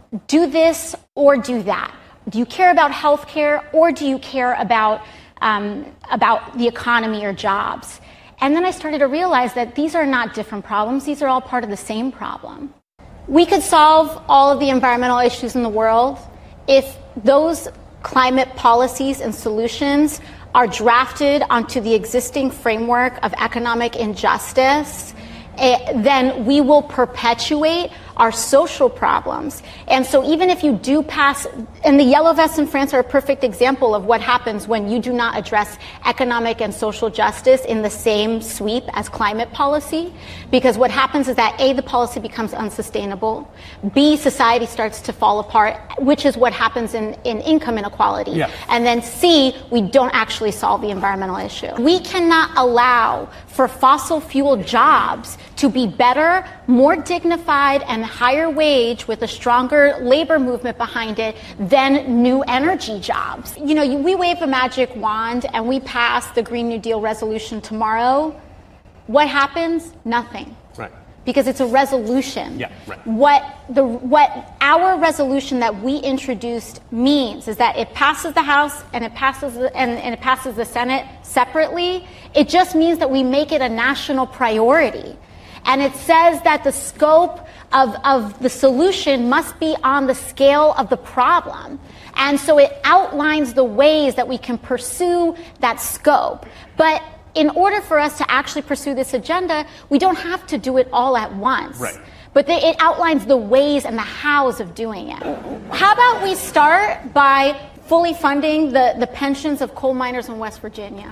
do this or do that. Do you care about healthcare or do you care about um, about the economy or jobs? And then I started to realize that these are not different problems. These are all part of the same problem. We could solve all of the environmental issues in the world if those climate policies and solutions are drafted onto the existing framework of economic injustice, eh, then we will perpetuate our social problems. And so even if you do pass, and the yellow vests in France are a perfect example of what happens when you do not address economic and social justice in the same sweep as climate policy, because what happens is that A, the policy becomes unsustainable, B, society starts to fall apart, which is what happens in, in income inequality, yeah. And then C, we don't actually solve the environmental issue. We cannot allow for fossil fuel jobs to be better, more dignified, and higher wage with a stronger labor movement behind it than new energy jobs. You know, we wave a magic wand and we pass the Green New Deal resolution tomorrow. What happens? Nothing. Right. Because it's a resolution. Yeah, right. What the what our resolution that we introduced means is that it passes the House and it passes the, and, and it passes the Senate separately. It just means that we make it a national priority. And it says that the scope of, of the solution must be on the scale of the problem. And so it outlines the ways that we can pursue that scope. But in order for us to actually pursue this agenda, we don't have to do it all at once. Right. But they, it outlines the ways and the hows of doing it. How about we start by fully funding the, the pensions of coal miners in West Virginia?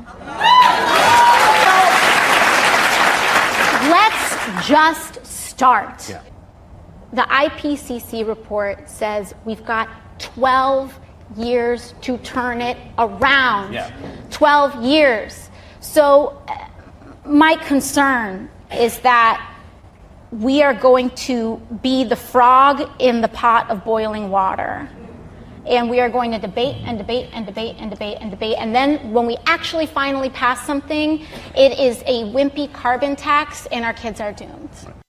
Let's just start. Yeah. The I P C C report says we've got twelve years to turn it around. Yeah. twelve years. So uh, my concern is that we are going to be the frog in the pot of boiling water. And we are going to debate and debate and debate and debate and debate. And then when we actually finally pass something, it is a wimpy carbon tax and our kids are doomed.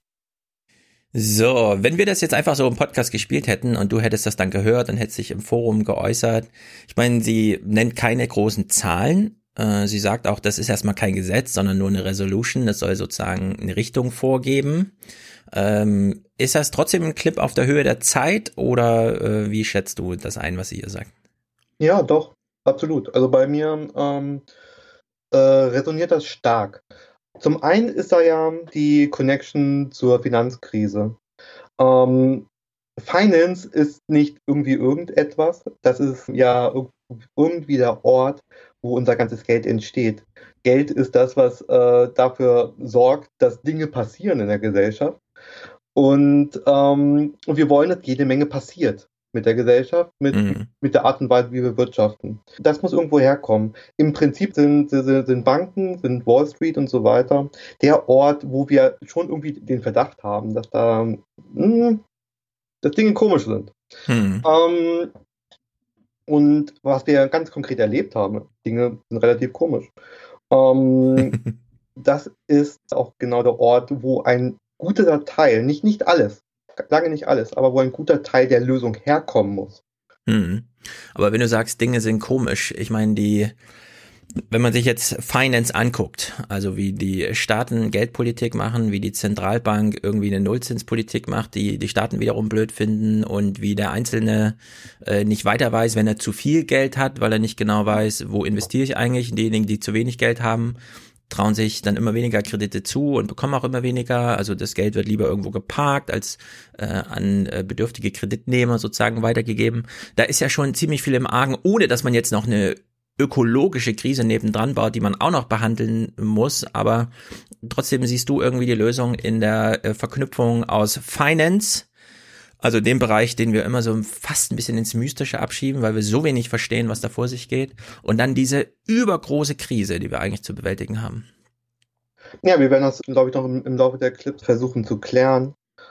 So, wenn wir das jetzt einfach so im Podcast gespielt hätten und du hättest das dann gehört und hättest dich im Forum geäußert. Ich meine, sie nennt keine großen Zahlen. Sie sagt auch, das ist erstmal kein Gesetz, sondern nur eine Resolution. Das soll sozusagen eine Richtung vorgeben. Ähm, ist das trotzdem ein Clip auf der Höhe der Zeit oder äh, wie schätzt du das ein, was sie hier sagt? Ja, doch, absolut. Also bei mir ähm, äh, resoniert das stark. Zum einen ist da ja die Connection zur Finanzkrise. Ähm, Finance ist nicht irgendwie irgendetwas, das ist ja irgendwie der Ort, wo unser ganzes Geld entsteht. Geld ist das, was äh, dafür sorgt, dass Dinge passieren in der Gesellschaft. Und, ähm, und wir wollen, dass jede Menge passiert mit der Gesellschaft, mit, Mhm. mit der Art und Weise, wie wir wirtschaften. Das muss irgendwo herkommen. Im Prinzip sind, sind, sind Banken, sind Wall Street und so weiter der Ort, wo wir schon irgendwie den Verdacht haben, dass da mh, dass Dinge komisch sind. Mhm. Ähm, und was wir ganz konkret erlebt haben, Dinge sind relativ komisch. Ähm, das ist auch genau der Ort, wo ein guter Teil, nicht, nicht alles, lange nicht alles, aber wo ein guter Teil der Lösung herkommen muss. Hm. Aber wenn du sagst, Dinge sind komisch, ich meine, die, wenn man sich jetzt Finance anguckt, also wie die Staaten Geldpolitik machen, wie die Zentralbank irgendwie eine Nullzinspolitik macht, die die Staaten wiederum blöd finden und wie der Einzelne äh, nicht weiter weiß, wenn er zu viel Geld hat, weil er nicht genau weiß, wo investiere ich eigentlich, diejenigen, die zu wenig Geld haben, trauen sich dann immer weniger Kredite zu und bekommen auch immer weniger. Also das Geld wird lieber irgendwo geparkt, als äh, an äh, bedürftige Kreditnehmer sozusagen weitergegeben. Da ist ja schon ziemlich viel im Argen, ohne dass man jetzt noch eine ökologische Krise nebendran baut, die man auch noch behandeln muss. Aber trotzdem siehst du irgendwie die Lösung in der äh, Verknüpfung aus Finance, also dem Bereich, den wir immer so fast ein bisschen ins Mystische abschieben, weil wir so wenig verstehen, was da vor sich geht. Und dann diese übergroße Krise, die wir eigentlich zu bewältigen haben. Ja, wir werden das, glaube ich, noch im, im Laufe der Clips versuchen zu klären.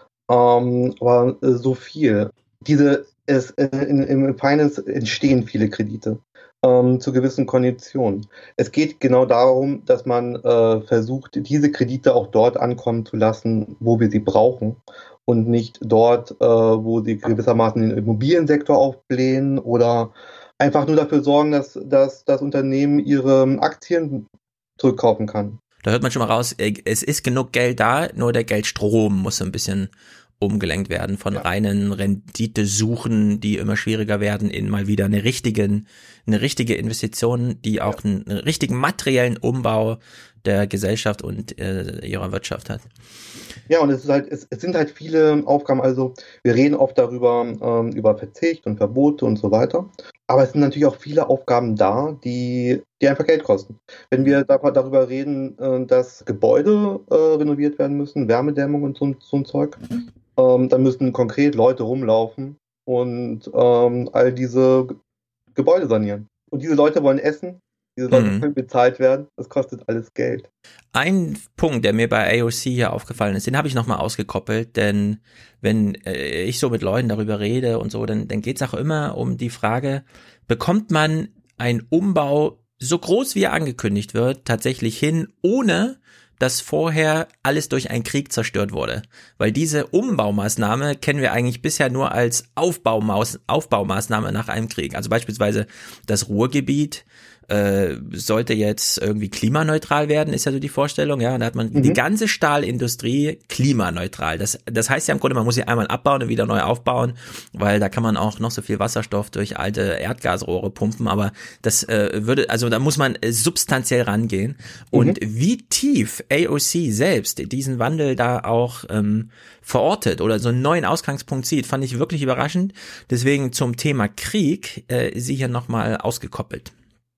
Ähm, aber äh, so viel. Diese, es, äh, in, im Finance entstehen viele Kredite ähm, zu gewissen Konditionen. Es geht genau darum, dass man äh, versucht, diese Kredite auch dort ankommen zu lassen, wo wir sie brauchen. Und nicht dort, äh, wo sie gewissermaßen den Immobiliensektor aufblähen oder einfach nur dafür sorgen, dass, dass das Unternehmen ihre Aktien zurückkaufen kann. Da hört man schon mal raus, es ist genug Geld da, nur der Geldstrom muss so ein bisschen umgelenkt werden von ja. reinen Renditesuchen, die immer schwieriger werden, in mal wieder eine richtigen, eine richtige Investition, die auch ja. einen, einen richtigen materiellen Umbau der Gesellschaft und äh, ihrer Wirtschaft hat. Ja, und es ist halt, es, es sind halt viele Aufgaben, also wir reden oft darüber, ähm, über Verzicht und Verbote und so weiter, aber es sind natürlich auch viele Aufgaben da, die, die einfach Geld kosten. Wenn wir da, darüber reden, äh, dass Gebäude äh, renoviert werden müssen, Wärmedämmung und so, so ein Zeug, ähm, dann müssen konkret Leute rumlaufen und ähm, all diese Gebäude sanieren. Und diese Leute wollen essen. Diese Leute Mhm. können bezahlt werden, das kostet alles Geld. Ein Punkt, der mir bei A O C hier aufgefallen ist, den habe ich nochmal ausgekoppelt, denn wenn äh, ich so mit Leuten darüber rede und so, dann, dann geht es auch immer um die Frage, bekommt man einen Umbau so groß wie er angekündigt wird, tatsächlich hin, ohne dass vorher alles durch einen Krieg zerstört wurde. Weil diese Umbaumaßnahme kennen wir eigentlich bisher nur als Aufbaumaus- Aufbaumaßnahme nach einem Krieg. Also beispielsweise das Ruhrgebiet äh, sollte jetzt irgendwie klimaneutral werden, ist ja so die Vorstellung, ja, und da hat man mhm. die ganze Stahlindustrie klimaneutral. Das, das heißt ja im Grunde, man muss sie einmal abbauen und wieder neu aufbauen, weil da kann man auch noch so viel Wasserstoff durch alte Erdgasrohre pumpen, aber das äh, würde, also da muss man äh, substanziell rangehen. Und mhm. wie tief A O C selbst diesen Wandel da auch ähm, verortet oder so einen neuen Ausgangspunkt sieht, fand ich wirklich überraschend. Deswegen zum Thema Krieg äh, sie hier nochmal ausgekoppelt.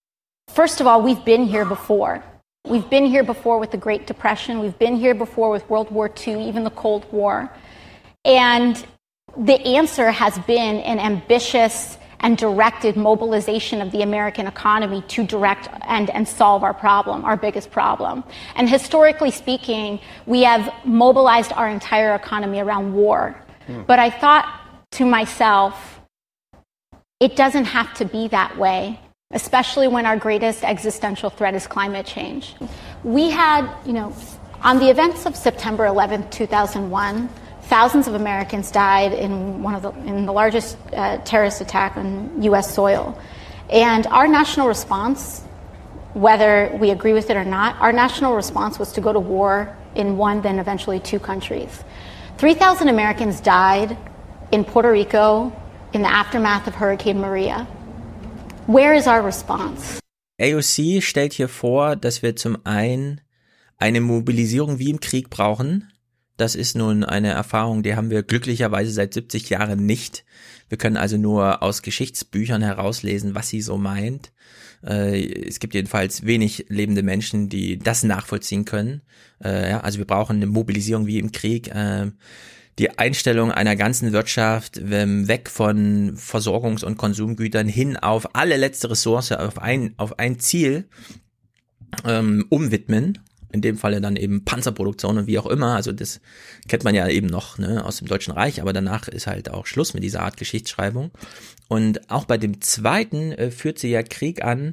First of all, we've been here before. We've been here before with the Great Depression. We've been here before with World War Two, even the Cold War. And the answer has been an ambitious and directed mobilization of the American economy to direct and, and solve our problem, our biggest problem. And historically speaking, we have mobilized our entire economy around war. Mm. But I thought to myself, it doesn't have to be that way, especially when our greatest existential threat is climate change. We had, you know, on the events of September eleventh, two thousand one, thousands of Americans died in one of the in the largest uh, terrorist attack on U S soil. And our national response, whether we agree with it or not, our national response was to go to war in one, then eventually two countries. three thousand Americans died in Puerto Rico in the aftermath of Hurricane Maria. Where is our response? A O C stellt hier vor, dass wir zum einen eine Mobilisierung wie im Krieg brauchen. Das ist nun eine Erfahrung, die haben wir glücklicherweise seit siebzig Jahren nicht. Wir können also nur aus Geschichtsbüchern herauslesen, was sie so meint. Es gibt jedenfalls wenig lebende Menschen, die das nachvollziehen können. Also wir brauchen eine Mobilisierung wie im Krieg. die Einstellung einer ganzen Wirtschaft weg von Versorgungs- und Konsumgütern hin auf alle letzte Ressource, auf ein, auf ein Ziel ähm, umwidmen. In dem Falle dann eben Panzerproduktion und wie auch immer. Also das kennt man ja eben noch, ne, aus dem Deutschen Reich, aber danach ist halt auch Schluss mit dieser Art Geschichtsschreibung. Und auch bei dem zweiten äh, führt sie ja Krieg an.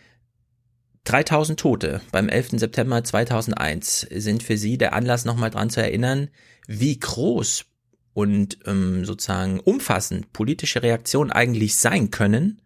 dreitausend Tote beim elften September zweitausendeins sind für sie der Anlass, nochmal dran zu erinnern, wie groß und ähm, sozusagen umfassend politische Reaktionen eigentlich sein können,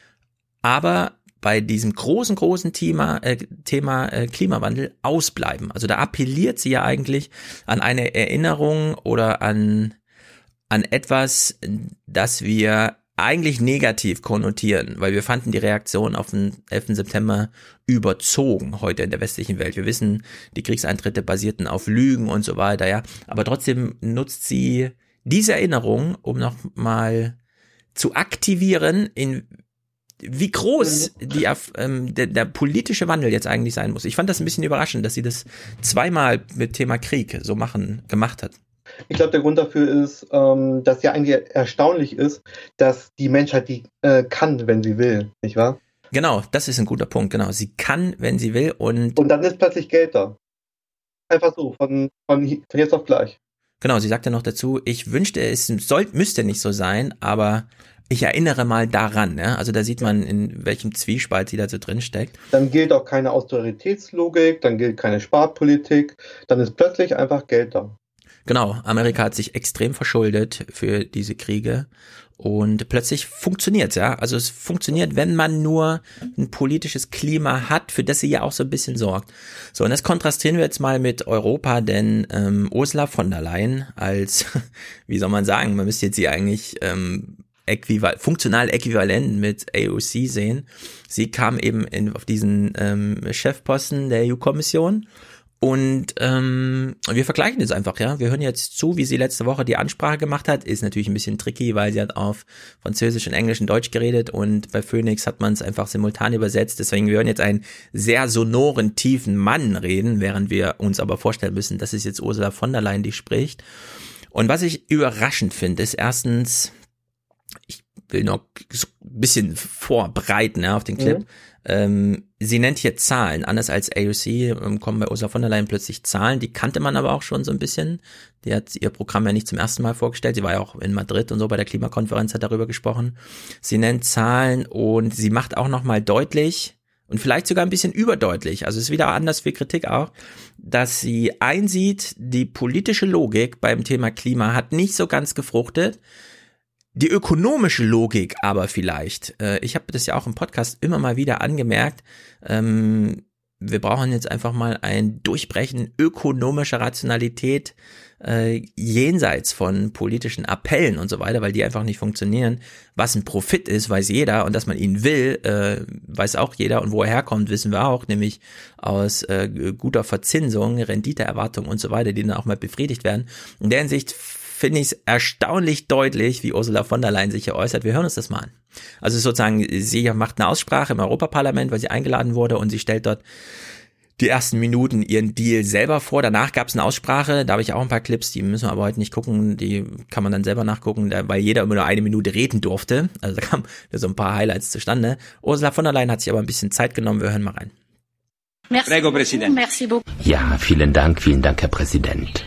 aber bei diesem großen, großen Thema, äh, Thema äh, Klimawandel ausbleiben. Also da appelliert sie ja eigentlich an eine Erinnerung oder an, an etwas, das wir eigentlich negativ konnotieren, weil wir fanden die Reaktion auf den elften September überzogen heute in der westlichen Welt. Wir wissen, die Kriegseintritte basierten auf Lügen und so weiter, ja. Aber trotzdem nutzt sie diese Erinnerung, um nochmal zu aktivieren, in wie groß die, ähm, der, der politische Wandel jetzt eigentlich sein muss. Ich fand das ein bisschen überraschend, dass sie das zweimal mit Thema Krieg so machen gemacht hat. Ich glaube, der Grund dafür ist, ähm, dass ja eigentlich erstaunlich ist, dass die Menschheit die äh, kann, wenn sie will, nicht wahr? Genau, das ist ein guter Punkt, genau. Sie kann, wenn sie will und... Und dann ist plötzlich Geld da. Einfach so, von, von, von jetzt auf gleich. Genau, sie sagt ja noch dazu, ich wünschte, es soll, müsste nicht so sein, aber ich erinnere mal daran, ne? Also da sieht man, in welchem Zwiespalt sie da so drin steckt. Dann gilt auch keine Austeritätslogik, dann gilt keine Sparpolitik, dann ist plötzlich einfach Geld da. Genau, Amerika hat sich extrem verschuldet für diese Kriege und plötzlich funktioniert's, ja. Also es funktioniert, wenn man nur ein politisches Klima hat, für das sie ja auch so ein bisschen sorgt. So, und das kontrastieren wir jetzt mal mit Europa, denn ähm, Ursula von der Leyen als, wie soll man sagen, man müsste jetzt sie eigentlich ähm, äquival- funktional äquivalent mit A O C sehen. Sie kam eben in, auf diesen ähm, Chefposten der E U-Kommission. Und ähm, wir vergleichen das einfach, ja. Wir hören jetzt zu, wie sie letzte Woche die Ansprache gemacht hat. Ist natürlich ein bisschen tricky, weil sie hat auf Französisch und Englisch und Deutsch geredet und bei Phoenix hat man es einfach simultan übersetzt. Deswegen wir hören jetzt einen sehr sonoren, tiefen Mann reden, während wir uns aber vorstellen müssen, das ist jetzt Ursula von der Leyen, die spricht. Und was ich überraschend finde, ist erstens, ich will noch so ein bisschen vorbereiten, ja, auf den Clip. Mhm. Ähm, sie nennt hier Zahlen, anders als A O C ähm, kommen bei Ursula von der Leyen plötzlich Zahlen, die kannte man aber auch schon so ein bisschen. Die hat ihr Programm ja nicht zum ersten Mal vorgestellt, sie war ja auch in Madrid und so bei der Klimakonferenz, hat darüber gesprochen. Sie nennt Zahlen und sie macht auch nochmal deutlich und vielleicht sogar ein bisschen überdeutlich, also ist wieder anders für Kritik auch, dass sie einsieht, die politische Logik beim Thema Klima hat nicht so ganz gefruchtet. Die ökonomische Logik aber vielleicht, äh, ich habe das ja auch im Podcast immer mal wieder angemerkt, ähm, wir brauchen jetzt einfach mal ein Durchbrechen ökonomischer Rationalität äh, jenseits von politischen Appellen und so weiter, weil die einfach nicht funktionieren. Was ein Profit ist, weiß jeder und dass man ihn will, äh, weiß auch jeder und wo er herkommt, wissen wir auch, nämlich aus äh, guter Verzinsung, Renditeerwartung und so weiter, die dann auch mal befriedigt werden. In der Hinsicht finde ich es erstaunlich deutlich, wie Ursula von der Leyen sich hier äußert. Wir hören uns das mal an. Also sozusagen, sie macht eine Aussprache im Europaparlament, weil sie eingeladen wurde und sie stellt dort die ersten Minuten ihren Deal selber vor. Danach gab es eine Aussprache, da habe ich auch ein paar Clips, die müssen wir aber heute nicht gucken, die kann man dann selber nachgucken, weil jeder immer nur eine Minute reden durfte. Also da kamen so ein paar Highlights zustande. Ursula von der Leyen hat sich aber ein bisschen Zeit genommen, wir hören mal rein. Merci. Prego, Präsident. Merci beaucoup. Ja, vielen Dank, vielen Dank, Herr Präsident.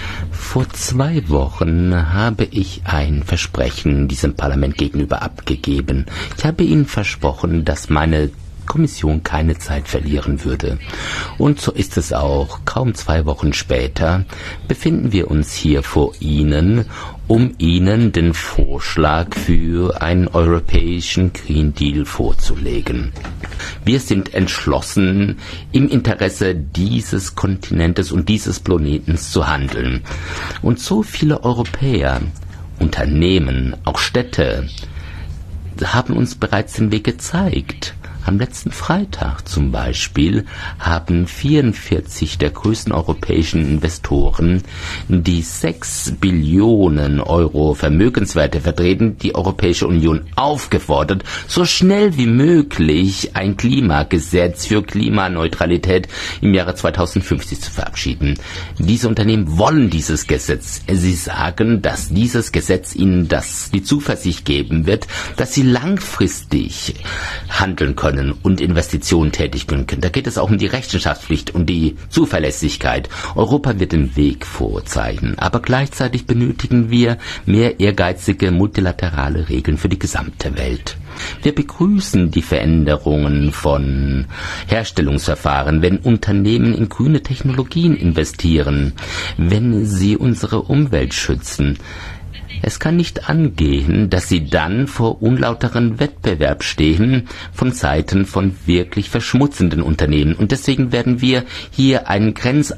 Vor zwei Wochen habe ich ein Versprechen diesem Parlament gegenüber abgegeben. Ich habe Ihnen versprochen, dass meine Kommission keine Zeit verlieren würde. Und so ist es auch. Kaum zwei Wochen später befinden wir uns hier vor Ihnen, um Ihnen den Vorschlag für einen europäischen Green Deal vorzulegen. Wir sind entschlossen, im Interesse dieses Kontinentes und dieses Planetens zu handeln. Und so viele Europäer, Unternehmen, auch Städte, haben uns bereits den Weg gezeigt. Am letzten Freitag zum Beispiel haben vierundvierzig der größten europäischen Investoren, die sechs Billionen Euro Vermögenswerte vertreten, die Europäische Union aufgefordert, so schnell wie möglich ein Klimagesetz für Klimaneutralität im Jahre zweitausendfünfzig zu verabschieden. Diese Unternehmen wollen dieses Gesetz. Sie sagen, dass dieses Gesetz ihnen das, die Zuversicht geben wird, dass sie langfristig handeln können und Investitionen tätigen können. Da geht es auch um die Rechenschaftspflicht und die Zuverlässigkeit. Europa wird den Weg vorzeichnen, aber gleichzeitig benötigen wir mehr ehrgeizige multilaterale Regeln für die gesamte Welt. Wir begrüßen die Veränderungen von Herstellungsverfahren, wenn Unternehmen in grüne Technologien investieren, wenn sie unsere Umwelt schützen. Es kann nicht angehen, dass sie dann vor unlauteren Wettbewerb stehen von Seiten von wirklich verschmutzenden Unternehmen. Und deswegen werden wir hier einen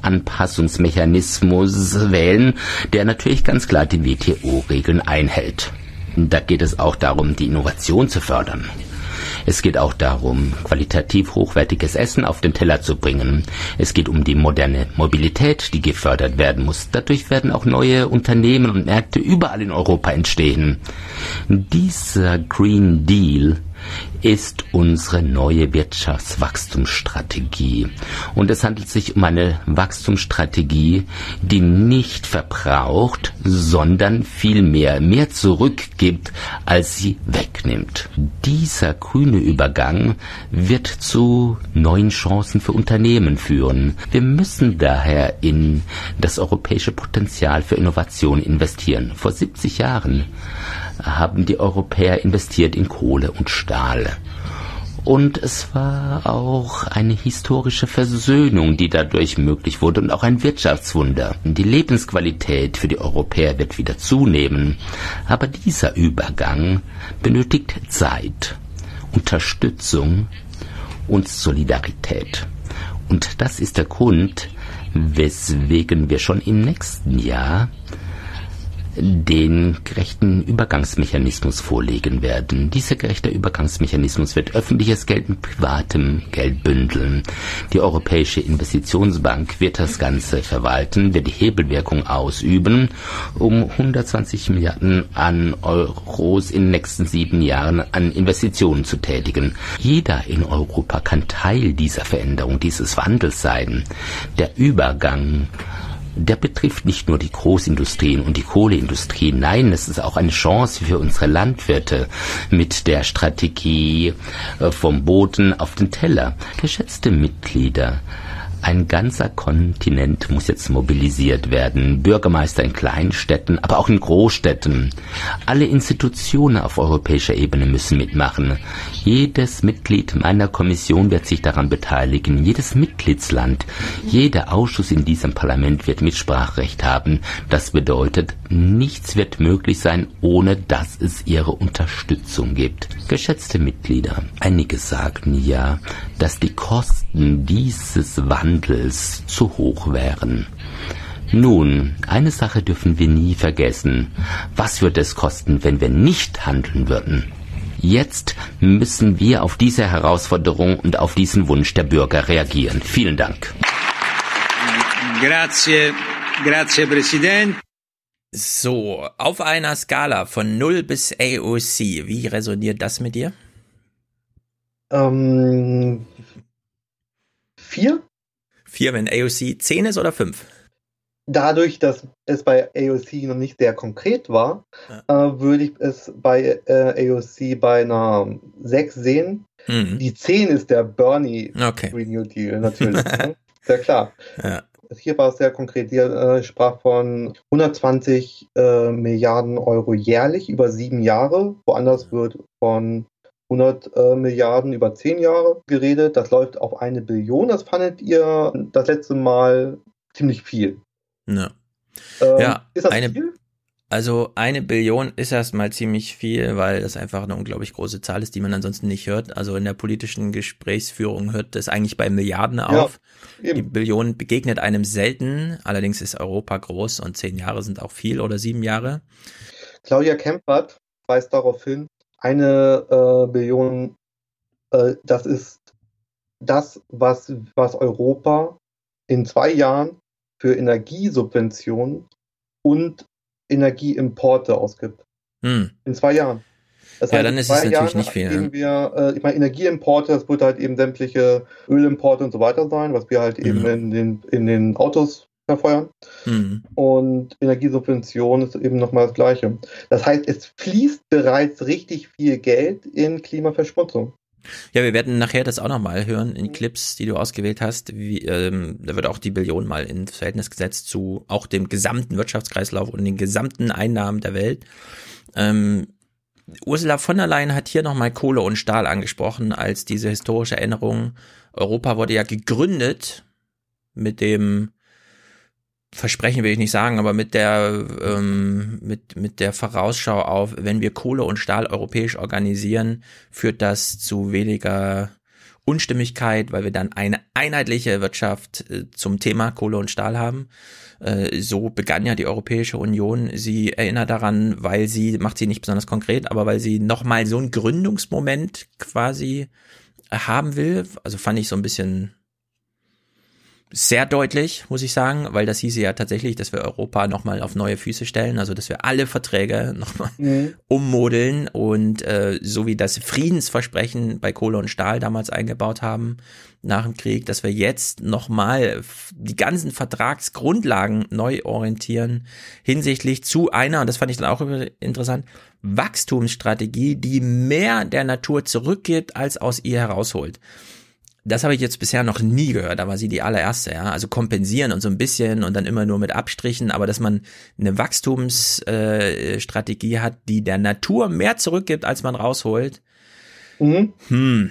Grenzanpassungsmechanismus wählen, der natürlich ganz klar die W T O-Regeln einhält. Da geht es auch darum, die Innovation zu fördern. Es geht auch darum, qualitativ hochwertiges Essen auf den Teller zu bringen. Es geht um die moderne Mobilität, die gefördert werden muss. Dadurch werden auch neue Unternehmen und Märkte überall in Europa entstehen. Dieser Green Deal ist unsere neue Wirtschaftswachstumsstrategie. Und es handelt sich um eine Wachstumsstrategie, die nicht verbraucht, sondern vielmehr mehr zurückgibt, als sie wegnimmt. Dieser grüne Übergang wird zu neuen Chancen für Unternehmen führen. Wir müssen daher in das europäische Potenzial für Innovation investieren. Vor siebzig Jahren haben die Europäer investiert in Kohle und Stahl. Und es war auch eine historische Versöhnung, die dadurch möglich wurde, und auch ein Wirtschaftswunder. Die Lebensqualität für die Europäer wird wieder zunehmen. Aber dieser Übergang benötigt Zeit, Unterstützung und Solidarität. Und das ist der Grund, weswegen wir schon im nächsten Jahr den gerechten Übergangsmechanismus vorlegen werden. Dieser gerechte Übergangsmechanismus wird öffentliches Geld mit privatem Geld bündeln. Die Europäische Investitionsbank wird das Ganze verwalten, wird die Hebelwirkung ausüben, um hundertzwanzig Milliarden an Euros in den nächsten sieben Jahren an Investitionen zu tätigen. Jeder in Europa kann Teil dieser Veränderung, dieses Wandels sein. Der Übergang, der betrifft nicht nur die Großindustrien und die Kohleindustrie. Nein, es ist auch eine Chance für unsere Landwirte mit der Strategie vom Boden auf den Teller. Geschätzte Mitglieder, ein ganzer Kontinent muss jetzt mobilisiert werden. Bürgermeister in kleinen Städten, aber auch in Großstädten. Alle Institutionen auf europäischer Ebene müssen mitmachen. Jedes Mitglied meiner Kommission wird sich daran beteiligen. Jedes Mitgliedsland, jeder Ausschuss in diesem Parlament wird Mitspracherecht haben. Das bedeutet, nichts wird möglich sein, ohne dass es ihre Unterstützung gibt. Geschätzte Mitglieder, einige sagten ja, dass die Kosten dieses Wandels zu hoch wären. Nun, eine Sache dürfen wir nie vergessen. Was würde es kosten, wenn wir nicht handeln würden? Jetzt müssen wir auf diese Herausforderung und auf diesen Wunsch der Bürger reagieren. Vielen Dank. Grazie, grazie, Präsident. So, auf einer Skala von null bis A O C, wie resoniert das mit dir? Ähm, vier? Vier, wenn A O C zehn ist, oder fünf? Dadurch, dass es bei A O C noch nicht sehr konkret war, ja. äh, würde ich es bei äh, A O C bei einer sechs sehen. Mhm. Die zehn ist der Bernie okay. Green New Deal, natürlich. Ne? Sehr klar. Ja. Hier war es sehr konkret. Hier äh, sprach von hundertzwanzig äh, Milliarden Euro jährlich über sieben Jahre. Woanders wird von hundert äh, Milliarden über zehn Jahre geredet. Das läuft auf eine Billion. Das fandet ihr das letzte Mal ziemlich viel. Ja, ähm, ja ist das eine, viel? Also eine Billion ist erstmal ziemlich viel, weil das einfach eine unglaublich große Zahl ist, die man ansonsten nicht hört. Also in der politischen Gesprächsführung hört das eigentlich bei Milliarden auf. Ja, die Billion begegnet einem selten. Allerdings ist Europa groß und zehn Jahre sind auch viel oder sieben Jahre. Claudia Kempfert weist darauf hin, eine äh, Billion äh, das ist das, was, was Europa in zwei Jahren für Energiesubventionen und Energieimporte ausgibt. Hm. In zwei Jahren. Das ja, heißt, dann ist es natürlich Jahren nicht viel. Geben wir, äh, ich meine, Energieimporte, das wird halt eben sämtliche Ölimporte und so weiter sein, was wir halt mhm. eben in den, in den Autos verfeuern. Mhm. Und Energiesubvention ist eben nochmal das Gleiche. Das heißt, es fließt bereits richtig viel Geld in Klimaverschmutzung. Ja, wir werden nachher das auch nochmal hören in Clips, die du ausgewählt hast. Wie, ähm, da wird auch die Billion mal ins Verhältnis gesetzt zu auch dem gesamten Wirtschaftskreislauf und den gesamten Einnahmen der Welt. Ähm, Ursula von der Leyen hat hier nochmal Kohle und Stahl angesprochen als diese historische Erinnerung. Europa wurde ja gegründet mit dem Versprechen will ich nicht sagen, aber mit der ähm, mit mit der Vorausschau auf, wenn wir Kohle und Stahl europäisch organisieren, führt das zu weniger Unstimmigkeit, weil wir dann eine einheitliche Wirtschaft äh, zum Thema Kohle und Stahl haben. Äh, so begann ja die Europäische Union. Sie erinnert daran, weil sie, macht sie nicht besonders konkret, aber weil sie nochmal so einen Gründungsmoment quasi haben will. Also fand ich so ein bisschen sehr deutlich, muss ich sagen, weil das hieße ja tatsächlich, dass wir Europa nochmal auf neue Füße stellen, also dass wir alle Verträge nochmal mhm. ummodeln und äh, so wie das Friedensversprechen bei Kohle und Stahl damals eingebaut haben nach dem Krieg, dass wir jetzt nochmal die ganzen Vertragsgrundlagen neu orientieren hinsichtlich zu einer, und das fand ich dann auch interessant, Wachstumsstrategie, die mehr der Natur zurückgibt, als aus ihr herausholt. Das habe ich jetzt bisher noch nie gehört, da war sie die allererste, ja, also kompensieren und so ein bisschen und dann immer nur mit Abstrichen, aber dass man eine Wachstumsstrategie äh, hat, die der Natur mehr zurückgibt, als man rausholt. Mhm. Hm.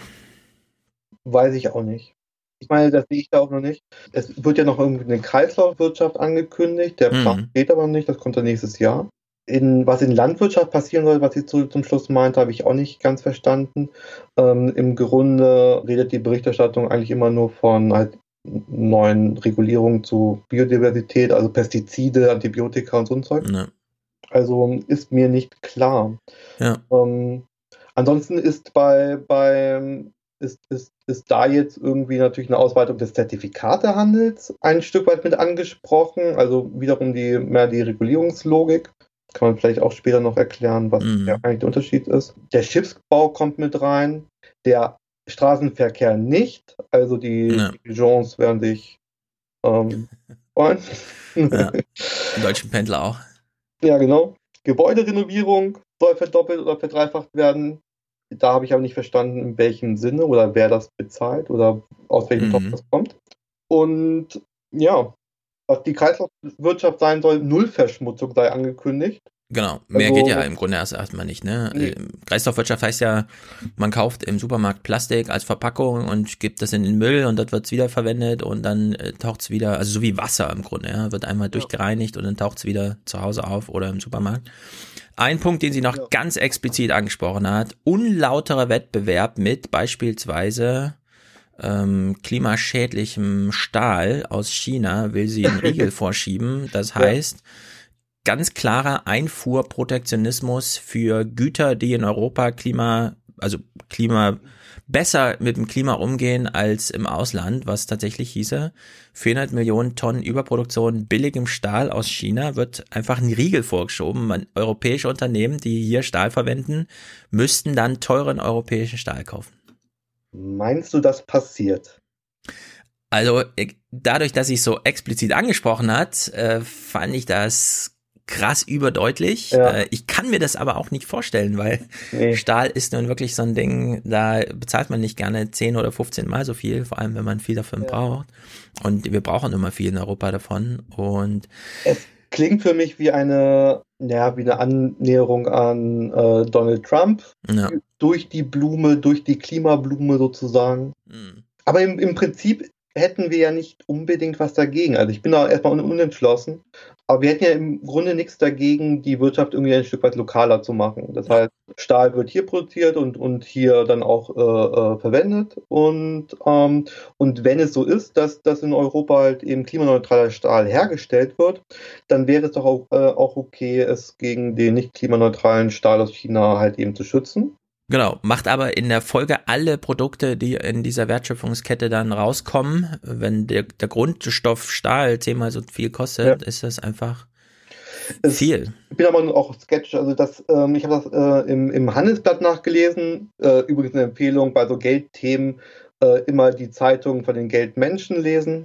Weiß ich auch nicht. Ich meine, das sehe ich da auch noch nicht. Es wird ja noch irgendwie eine Kreislaufwirtschaft angekündigt, der Plan mhm. steht aber nicht, das kommt dann nächstes Jahr. In, was in Landwirtschaft passieren soll, was sie zu, zum Schluss meinte, habe ich auch nicht ganz verstanden. Ähm, Im Grunde redet die Berichterstattung eigentlich immer nur von halt neuen Regulierungen zu Biodiversität, also Pestizide, Antibiotika und so ein Zeug. Ne. Also ist mir nicht klar. Ja. Ähm, ansonsten ist bei, bei ist, ist, ist da jetzt irgendwie natürlich eine Ausweitung des Zertifikatehandels ein Stück weit mit angesprochen, also wiederum die mehr die Regulierungslogik. Kann man vielleicht auch später noch erklären, was mhm. der, eigentlich der Unterschied ist. Der Schiffsbau kommt mit rein, der Straßenverkehr nicht. Also die, ja. die Gens werden sich ähm, freuen. Ja. Die deutschen Pendler auch. Ja, genau. Gebäuderenovierung soll verdoppelt oder verdreifacht werden. Da habe ich aber nicht verstanden, in welchem Sinne oder wer das bezahlt oder aus welchem mhm. Topf das kommt. Und ja, was die Kreislaufwirtschaft sein soll, Nullverschmutzung sei angekündigt. Genau, mehr also, geht ja im Grunde erst erstmal nicht, ne? Nee. Kreislaufwirtschaft heißt ja, man kauft im Supermarkt Plastik als Verpackung und gibt das in den Müll und dort wird es wiederverwendet und dann äh, taucht es wieder, also so wie Wasser im Grunde, ja, wird einmal ja. durchgereinigt und dann taucht es wieder zu Hause auf oder im Supermarkt. Ein Punkt, den sie noch ja. ganz explizit angesprochen hat, unlauterer Wettbewerb mit beispielsweise ähm, klimaschädlichem Stahl aus China will sie einen Riegel vorschieben. Das heißt, ja. ganz klarer Einfuhrprotektionismus für Güter, die in Europa Klima, also Klima besser mit dem Klima umgehen als im Ausland, was tatsächlich hieße, vierhundert Millionen Tonnen Überproduktion billigem Stahl aus China wird einfach ein Riegel vorgeschoben. Man, europäische Unternehmen, die hier Stahl verwenden, müssten dann teuren europäischen Stahl kaufen. Meinst du, das passiert? Also dadurch, dass sie es so explizit angesprochen hat, äh, fand ich das krass überdeutlich. Ja. Äh, ich kann mir das aber auch nicht vorstellen, weil nee. Stahl ist nun wirklich so ein Ding, da bezahlt man nicht gerne zehn oder fünfzehn Mal so viel, vor allem wenn man viel davon ja. braucht. Und wir brauchen immer viel in Europa davon. Und es klingt für mich wie eine, ja, wie eine Annäherung an äh, Donald Trump. Ja. Durch die Blume, durch die Klimablume sozusagen. Mhm. Aber im, im Prinzip hätten wir ja nicht unbedingt was dagegen. Also ich bin da erstmal unentschlossen. Aber wir hätten ja im Grunde nichts dagegen, die Wirtschaft irgendwie ein Stück weit lokaler zu machen. Das heißt, Stahl wird hier produziert und, und hier dann auch äh, äh, verwendet. Und, ähm, und wenn es so ist, dass, dass in Europa halt eben klimaneutraler Stahl hergestellt wird, dann wäre es doch auch, äh, auch okay, es gegen den nicht klimaneutralen Stahl aus China halt eben zu schützen. Genau, macht aber in der Folge alle Produkte, die in dieser Wertschöpfungskette dann rauskommen, wenn der, der Grundstoff Stahl zehnmal so viel kostet, ja. ist das einfach es, viel. Ich bin aber auch skeptisch, also das, ähm, ich habe das äh, im, im Handelsblatt nachgelesen, äh, übrigens eine Empfehlung bei so Geldthemen, äh, immer die Zeitung von den Geldmenschen lesen,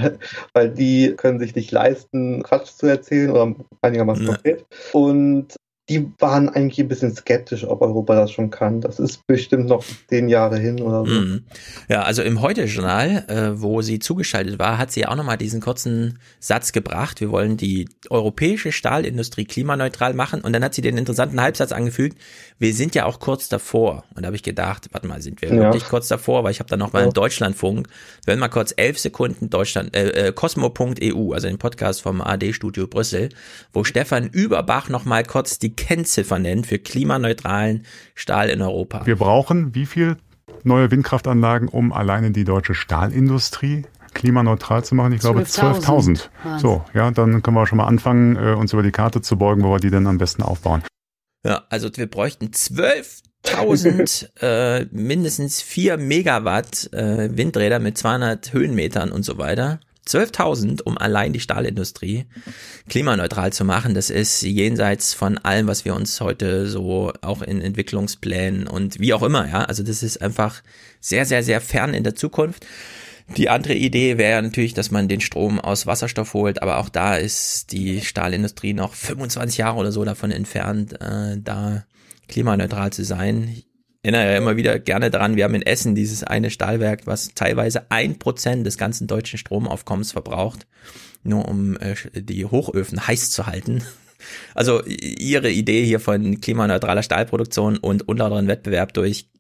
weil die können sich nicht leisten, Quatsch zu erzählen oder einigermaßen ja. konkret. Und die waren eigentlich ein bisschen skeptisch, ob Europa das schon kann. Das ist bestimmt noch zehn Jahre hin oder so. Mhm. Ja, also im Heute-Journal, äh, wo sie zugeschaltet war, hat sie auch nochmal diesen kurzen Satz gebracht. Wir wollen die europäische Stahlindustrie klimaneutral machen. Und dann hat sie den interessanten Halbsatz angefügt. Wir sind ja auch kurz davor. Und da habe ich gedacht, warte mal, sind wir ja. wirklich kurz davor? Weil ich habe dann noch mal ja. im Deutschlandfunk, wir werden mal kurz elf Sekunden Deutschland, äh, Cosmo Punkt E U, also den Podcast vom A D-Studio Brüssel, wo Stefan Überbach noch mal kurz die Kennziffer nennt für klimaneutralen Stahl in Europa. Wir brauchen wie viel neue Windkraftanlagen, um alleine die deutsche Stahlindustrie klimaneutral zu machen? Ich glaube zwölftausend. So, ja, dann können wir schon mal anfangen, uns über die Karte zu beugen, wo wir die denn am besten aufbauen. Ja, also wir bräuchten zwölftausend, äh, mindestens vier Megawatt äh, Windräder mit zweihundert Höhenmetern und so weiter. zwölftausend, um allein die Stahlindustrie klimaneutral zu machen. Das ist jenseits von allem, was wir uns heute so auch in Entwicklungsplänen und wie auch immer, ja. Also das ist einfach sehr, sehr, sehr fern in der Zukunft. Die andere Idee wäre natürlich, dass man den Strom aus Wasserstoff holt, aber auch da ist die Stahlindustrie noch fünfundzwanzig Jahre oder so davon entfernt, äh, da klimaneutral zu sein. Ich erinnere ja immer wieder gerne daran, wir haben in Essen dieses eine Stahlwerk, was teilweise ein Prozent des ganzen deutschen Stromaufkommens verbraucht, nur um äh, die Hochöfen heiß zu halten. Also ihre Idee hier von klimaneutraler Stahlproduktion und unlauteren Wettbewerb durch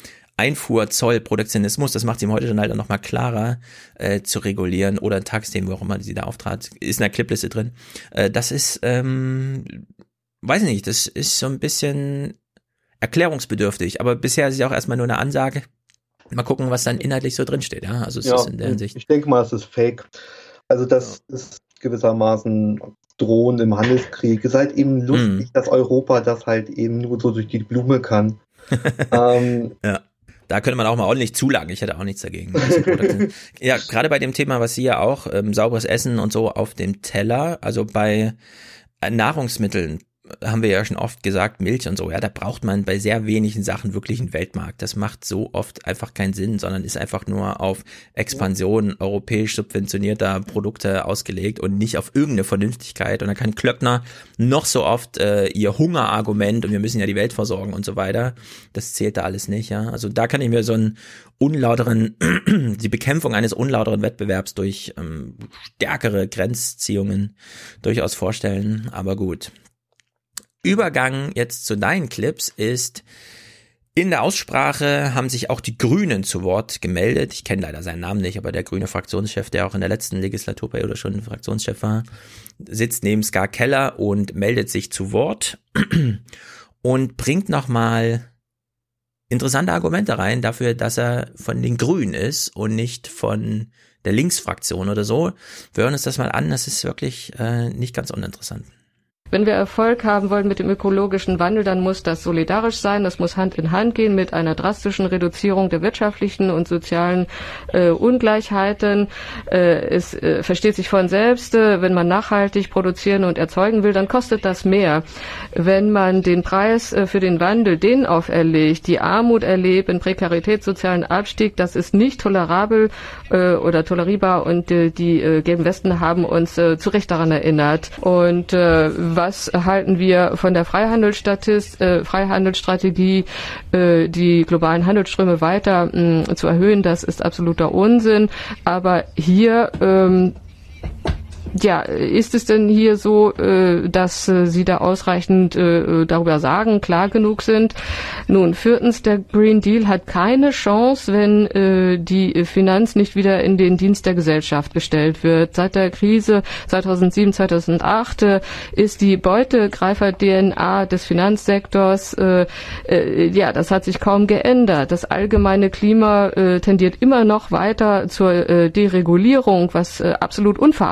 Einfuhrzollprotektionismus, das macht sie im Heute-Journal dann nochmal klarer, äh, zu regulieren oder in Tagesthemen, wo auch immer sie da auftrat, ist in der Clipliste drin. Äh, das ist, ähm, weiß nicht, das ist so ein bisschen erklärungsbedürftig, aber bisher ist es auch erstmal nur eine Ansage. Mal gucken, was dann inhaltlich so drinsteht, ja, also es ja, ist in der Hinsicht. Ich denke mal, es ist fake. Also das ja. ist gewissermaßen drohend im Handelskrieg. Es ist halt eben lustig, mm. dass Europa das halt eben nur so durch die Blume kann. ähm, ja. Da könnte man auch mal ordentlich zulagen. Ich hätte auch nichts dagegen. Ja, gerade bei dem Thema, was Sie ja auch, ähm, sauberes Essen und so auf dem Teller, also bei Nahrungsmitteln haben wir ja schon oft gesagt, Milch und so, ja, da braucht man bei sehr wenigen Sachen wirklich einen Weltmarkt. Das macht so oft einfach keinen Sinn, sondern ist einfach nur auf Expansion europäisch subventionierter Produkte ausgelegt und nicht auf irgendeine Vernünftigkeit. Und dann kann Klöckner noch so oft äh, ihr Hungerargument und wir müssen ja die Welt versorgen und so weiter, das zählt da alles nicht, ja. Also da kann ich mir so einen unlauteren, die Bekämpfung eines unlauteren Wettbewerbs durch ähm, stärkere Grenzziehungen durchaus vorstellen, aber gut. Übergang jetzt zu deinen Clips ist, in der Aussprache haben sich auch die Grünen zu Wort gemeldet. Ich kenne leider seinen Namen nicht, aber der grüne Fraktionschef, der auch in der letzten Legislaturperiode schon Fraktionschef war, sitzt neben Ska Keller und meldet sich zu Wort und bringt nochmal interessante Argumente rein dafür, dass er von den Grünen ist und nicht von der Linksfraktion oder so. Wir hören uns das mal an, das ist wirklich äh, nicht ganz uninteressant. Wenn wir Erfolg haben wollen mit dem ökologischen Wandel, dann muss das solidarisch sein, das muss Hand in Hand gehen mit einer drastischen Reduzierung der wirtschaftlichen und sozialen äh, Ungleichheiten. Äh, es äh, versteht sich von selbst, äh, wenn man nachhaltig produzieren und erzeugen will, dann kostet das mehr. Wenn man den Preis äh, für den Wandel denen auferlegt, die Armut erleben, Prekarität, sozialen Abstieg, das ist nicht tolerabel äh, oder tolerierbar und äh, die äh, gelben Westen haben uns äh, zu Recht daran erinnert. Und äh, was halten wir von der Freihandelsstatist, äh, Freihandelsstrategie, äh, die globalen Handelsströme weiter mh, zu erhöhen? Das ist absoluter Unsinn. Aber hier ähm, ja, ist es denn hier so, äh, dass äh, Sie da ausreichend äh, darüber sagen, klar genug sind? Nun, viertens, der Green Deal hat keine Chance, wenn äh, die Finanz nicht wieder in den Dienst der Gesellschaft gestellt wird. Seit der Krise zweitausendsieben, zweitausendacht äh, ist die Beutegreifer-D N A des Finanzsektors, äh, äh, ja, das hat sich kaum geändert. Das allgemeine Klima äh, tendiert immer noch weiter zur äh, Deregulierung, was äh, absolut unverantwortlich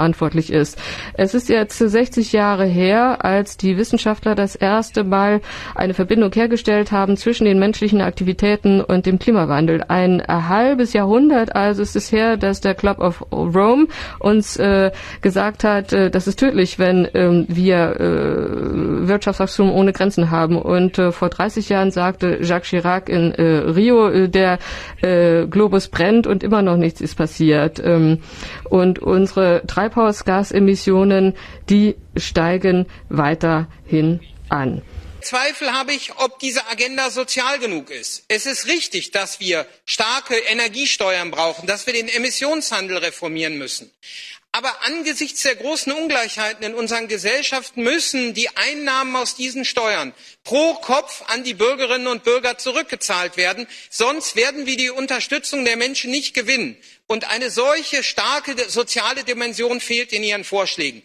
möglich ist. Es ist jetzt sechzig Jahre her, als die Wissenschaftler das erste Mal eine Verbindung hergestellt haben zwischen den menschlichen Aktivitäten und dem Klimawandel. Ein halbes Jahrhundert also ist es her, dass der Club of Rome uns äh, gesagt hat, äh, das ist tödlich, wenn äh, wir äh, Wirtschaftswachstum ohne Grenzen haben. Und äh, vor dreißig Jahren sagte Jacques Chirac in äh, Rio, äh, der äh, Globus brennt und immer noch nichts ist passiert. Ähm, und unsere Treibhausgasemissionen, die steigen weiterhin an. Zweifel habe ich, ob diese Agenda sozial genug ist. Es ist richtig, dass wir starke Energiesteuern brauchen, dass wir den Emissionshandel reformieren müssen. Aber angesichts der großen Ungleichheiten in unseren Gesellschaften müssen die Einnahmen aus diesen Steuern pro Kopf an die Bürgerinnen und Bürger zurückgezahlt werden. Sonst werden wir die Unterstützung der Menschen nicht gewinnen. Und eine solche starke soziale Dimension fehlt in Ihren Vorschlägen.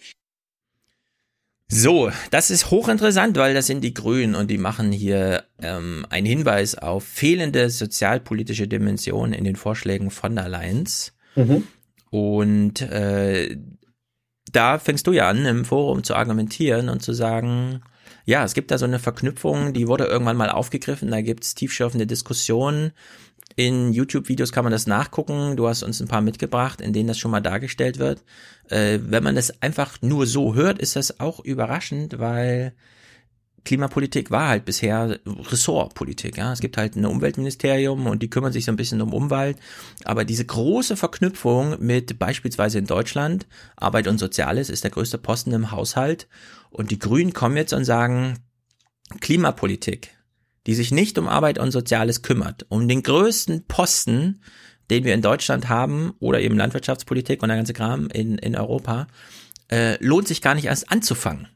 So, das ist hochinteressant, weil das sind die Grünen und die machen hier ähm, einen Hinweis auf fehlende sozialpolitische Dimensionen in den Vorschlägen von der Allianz. Mhm. Und äh, da fängst du ja an, im Forum zu argumentieren und zu sagen, ja, es gibt da so eine Verknüpfung, die wurde irgendwann mal aufgegriffen, da gibt's tiefschürfende Diskussionen. In YouTube-Videos kann man das nachgucken. Du hast uns ein paar mitgebracht, in denen das schon mal dargestellt wird. Äh, wenn man das einfach nur so hört, ist das auch überraschend, weil Klimapolitik war halt bisher Ressortpolitik. Ja, es gibt halt ein Umweltministerium und die kümmern sich so ein bisschen um Umwelt. Aber diese große Verknüpfung mit beispielsweise in Deutschland, Arbeit und Soziales ist der größte Posten im Haushalt. Und die Grünen kommen jetzt und sagen, Klimapolitik, die sich nicht um Arbeit und Soziales kümmert, um den größten Posten, den wir in Deutschland haben, oder eben Landwirtschaftspolitik und der ganze Kram in, in Europa, äh, lohnt sich gar nicht erst anzufangen.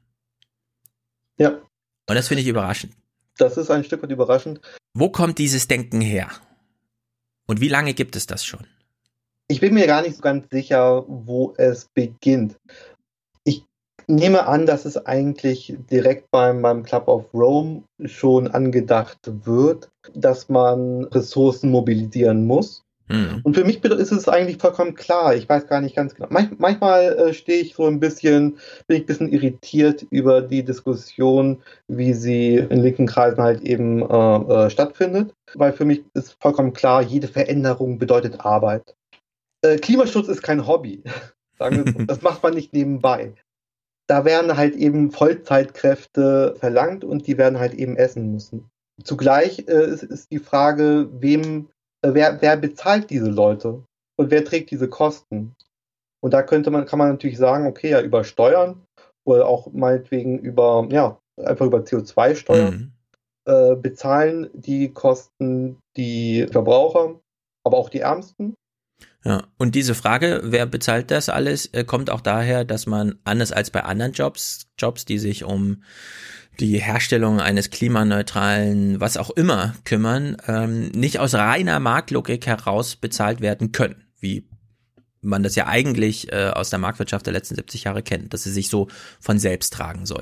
Ja. Und das finde ich überraschend. Das ist ein Stück weit überraschend. Wo kommt dieses Denken her? Und wie lange gibt es das schon? Ich bin mir gar nicht so ganz sicher, wo es beginnt. Ich nehme an, dass es eigentlich direkt beim, beim Club of Rome schon angedacht wird, dass man Ressourcen mobilisieren muss. Mhm. Und für mich ist es eigentlich vollkommen klar. Ich weiß gar nicht ganz genau. Manch, manchmal äh, stehe ich so ein bisschen, bin ich ein bisschen irritiert über die Diskussion, wie sie in linken Kreisen halt eben äh, äh, stattfindet. Weil für mich ist vollkommen klar, jede Veränderung bedeutet Arbeit. Äh, Klimaschutz ist kein Hobby. Sagen wir so. Das macht man nicht nebenbei. Da werden halt eben Vollzeitkräfte verlangt und die werden halt eben essen müssen. Zugleich äh, ist, ist die Frage, wem, äh, wer, wer bezahlt diese Leute und wer trägt diese Kosten? Und da könnte man, kann man natürlich sagen, okay, ja, über Steuern oder auch meinetwegen über, ja, einfach über C O zwei Steuern mhm. äh, bezahlen die Kosten die Verbraucher, aber auch die Ärmsten. Ja, und diese Frage, wer bezahlt das alles, kommt auch daher, dass man anders als bei anderen Jobs, Jobs, die sich um die Herstellung eines klimaneutralen, was auch immer kümmern, ähm, nicht aus reiner Marktlogik heraus bezahlt werden können, wie man das ja eigentlich äh, aus der Marktwirtschaft der letzten siebzig Jahre kennt, dass sie sich so von selbst tragen soll.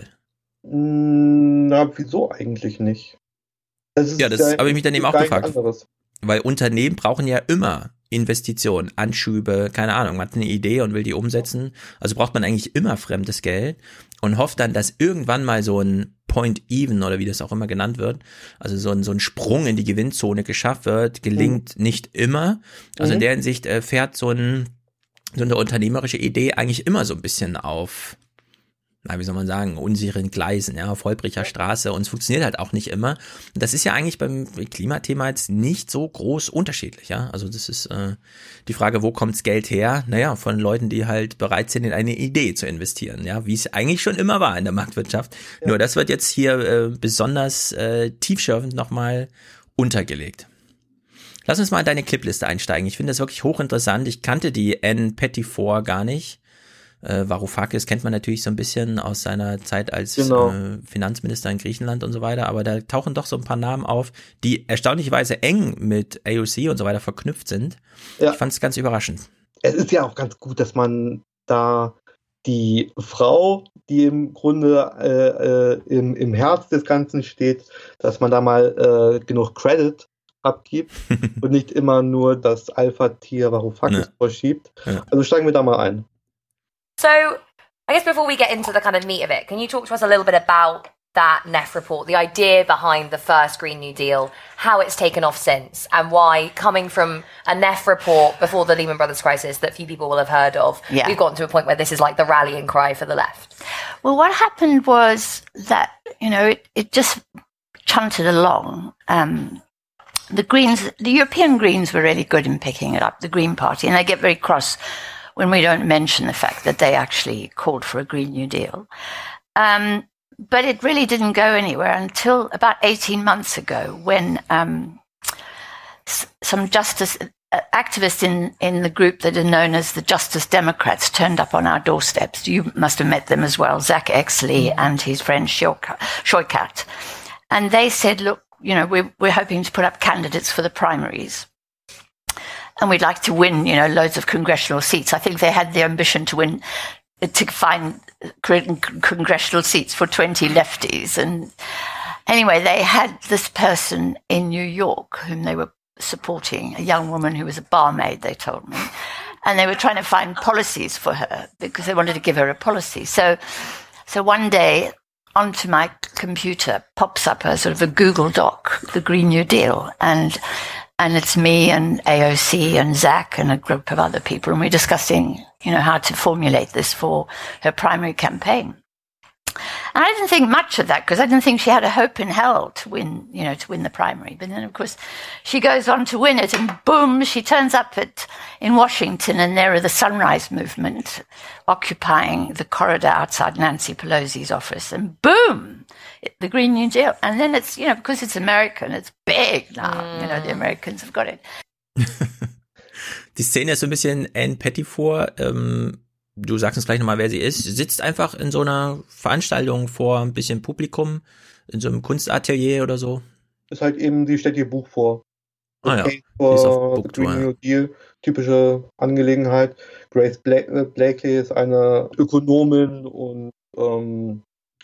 Na, wieso eigentlich nicht? Das ist ja, das ja, habe ich mich dann eben auch gefragt. Anderes. Weil Unternehmen brauchen ja immer Investitionen, Anschübe, keine Ahnung, man hat eine Idee und will die umsetzen. Also braucht man eigentlich immer fremdes Geld und hofft dann, dass irgendwann mal so ein Point Even oder wie das auch immer genannt wird, also so ein, so ein Sprung in die Gewinnzone geschafft wird, gelingt mhm. nicht immer. Also mhm. in der Hinsicht äh, fährt so, ein, so eine unternehmerische Idee eigentlich immer so ein bisschen auf, na, wie soll man sagen, unsicheren Gleisen, ja, auf holpriger Straße, und es funktioniert halt auch nicht immer. Und das ist ja eigentlich beim Klimathema jetzt nicht so groß unterschiedlich, ja. Also das ist äh, die Frage, wo kommt's Geld her? Naja, von Leuten, die halt bereit sind, in eine Idee zu investieren, ja, wie es eigentlich schon immer war in der Marktwirtschaft. Ja. Nur das wird jetzt hier äh, besonders äh, tiefschürfend nochmal untergelegt. Lass uns mal in deine Clipliste einsteigen. Ich finde das wirklich hochinteressant. Ich kannte die Ann Pettifor gar nicht. Äh, Varoufakis kennt man natürlich so ein bisschen aus seiner Zeit als genau. äh, Finanzminister in Griechenland und so weiter, aber da tauchen doch so ein paar Namen auf, die erstaunlicherweise eng mit A O C und so weiter verknüpft sind. Ja. Ich fand es ganz überraschend. Es ist ja auch ganz gut, dass man da die Frau, die im Grunde äh, äh, im, im Herz des Ganzen steht, dass man da mal äh, genug Credit abgibt und nicht immer nur das Alpha-Tier Varoufakis ja. vorschiebt. Ja. Also steigen wir da mal ein. So I guess before we get into the kind of meat of it, can you talk to us a little bit about that N E F report, the idea behind the first Green New Deal, how it's taken off since, and why, coming from a N E F report before the Lehman Brothers crisis that few people will have heard of, yeah. we've gotten to a point where this is like the rallying cry for the left? Well, what happened was that, you know, it, it just chunted along. Um, the Greens, the European Greens were really good in picking it up, the Green Party, and they get very cross when we don't mention the fact that they actually called for a Green New Deal. Um, But it really didn't go anywhere until about eighteen months ago when um, s- some justice uh, activists in, in the group that are known as the Justice Democrats turned up on our doorsteps. You must have met them as well, Zach Exley and his friend Scheukat. And they said, look, you know, we're, we're hoping to put up candidates for the primaries. And we'd like to win, you know, loads of congressional seats. I think they had the ambition to win, to find congressional seats for twenty lefties. And anyway, they had this person in New York whom they were supporting, a young woman who was a barmaid, they told me. And they were trying to find policies for her because they wanted to give her a policy. So, so one day onto my computer pops up a sort of a Google Doc, the Green New Deal. And And it's me and A O C and Zach and a group of other people. And we're discussing, you know, how to formulate this for her primary campaign. And I didn't think much of that because I didn't think she had a hope in hell to win, you know, to win the primary. But then, of course, she goes on to win it and boom, she turns up at in Washington and there are the Sunrise Movement occupying the corridor outside Nancy Pelosi's office. And boom, the Green New Deal. And then it's, you know, because it's American, it's big now. Mm. You know, the Americans have got it. Die Szene ist so ein bisschen Anne Pettifor. Ähm, du sagst uns gleich nochmal, wer sie ist. Sie sitzt einfach in so einer Veranstaltung vor ein bisschen Publikum, in so einem Kunstatelier oder so. Ist halt eben, die stellt ihr Buch vor. Ah ja, die ist auf Buchtour. Green New Deal, typische Angelegenheit. Grace Bla- Blakely ist eine Ökonomin und ähm,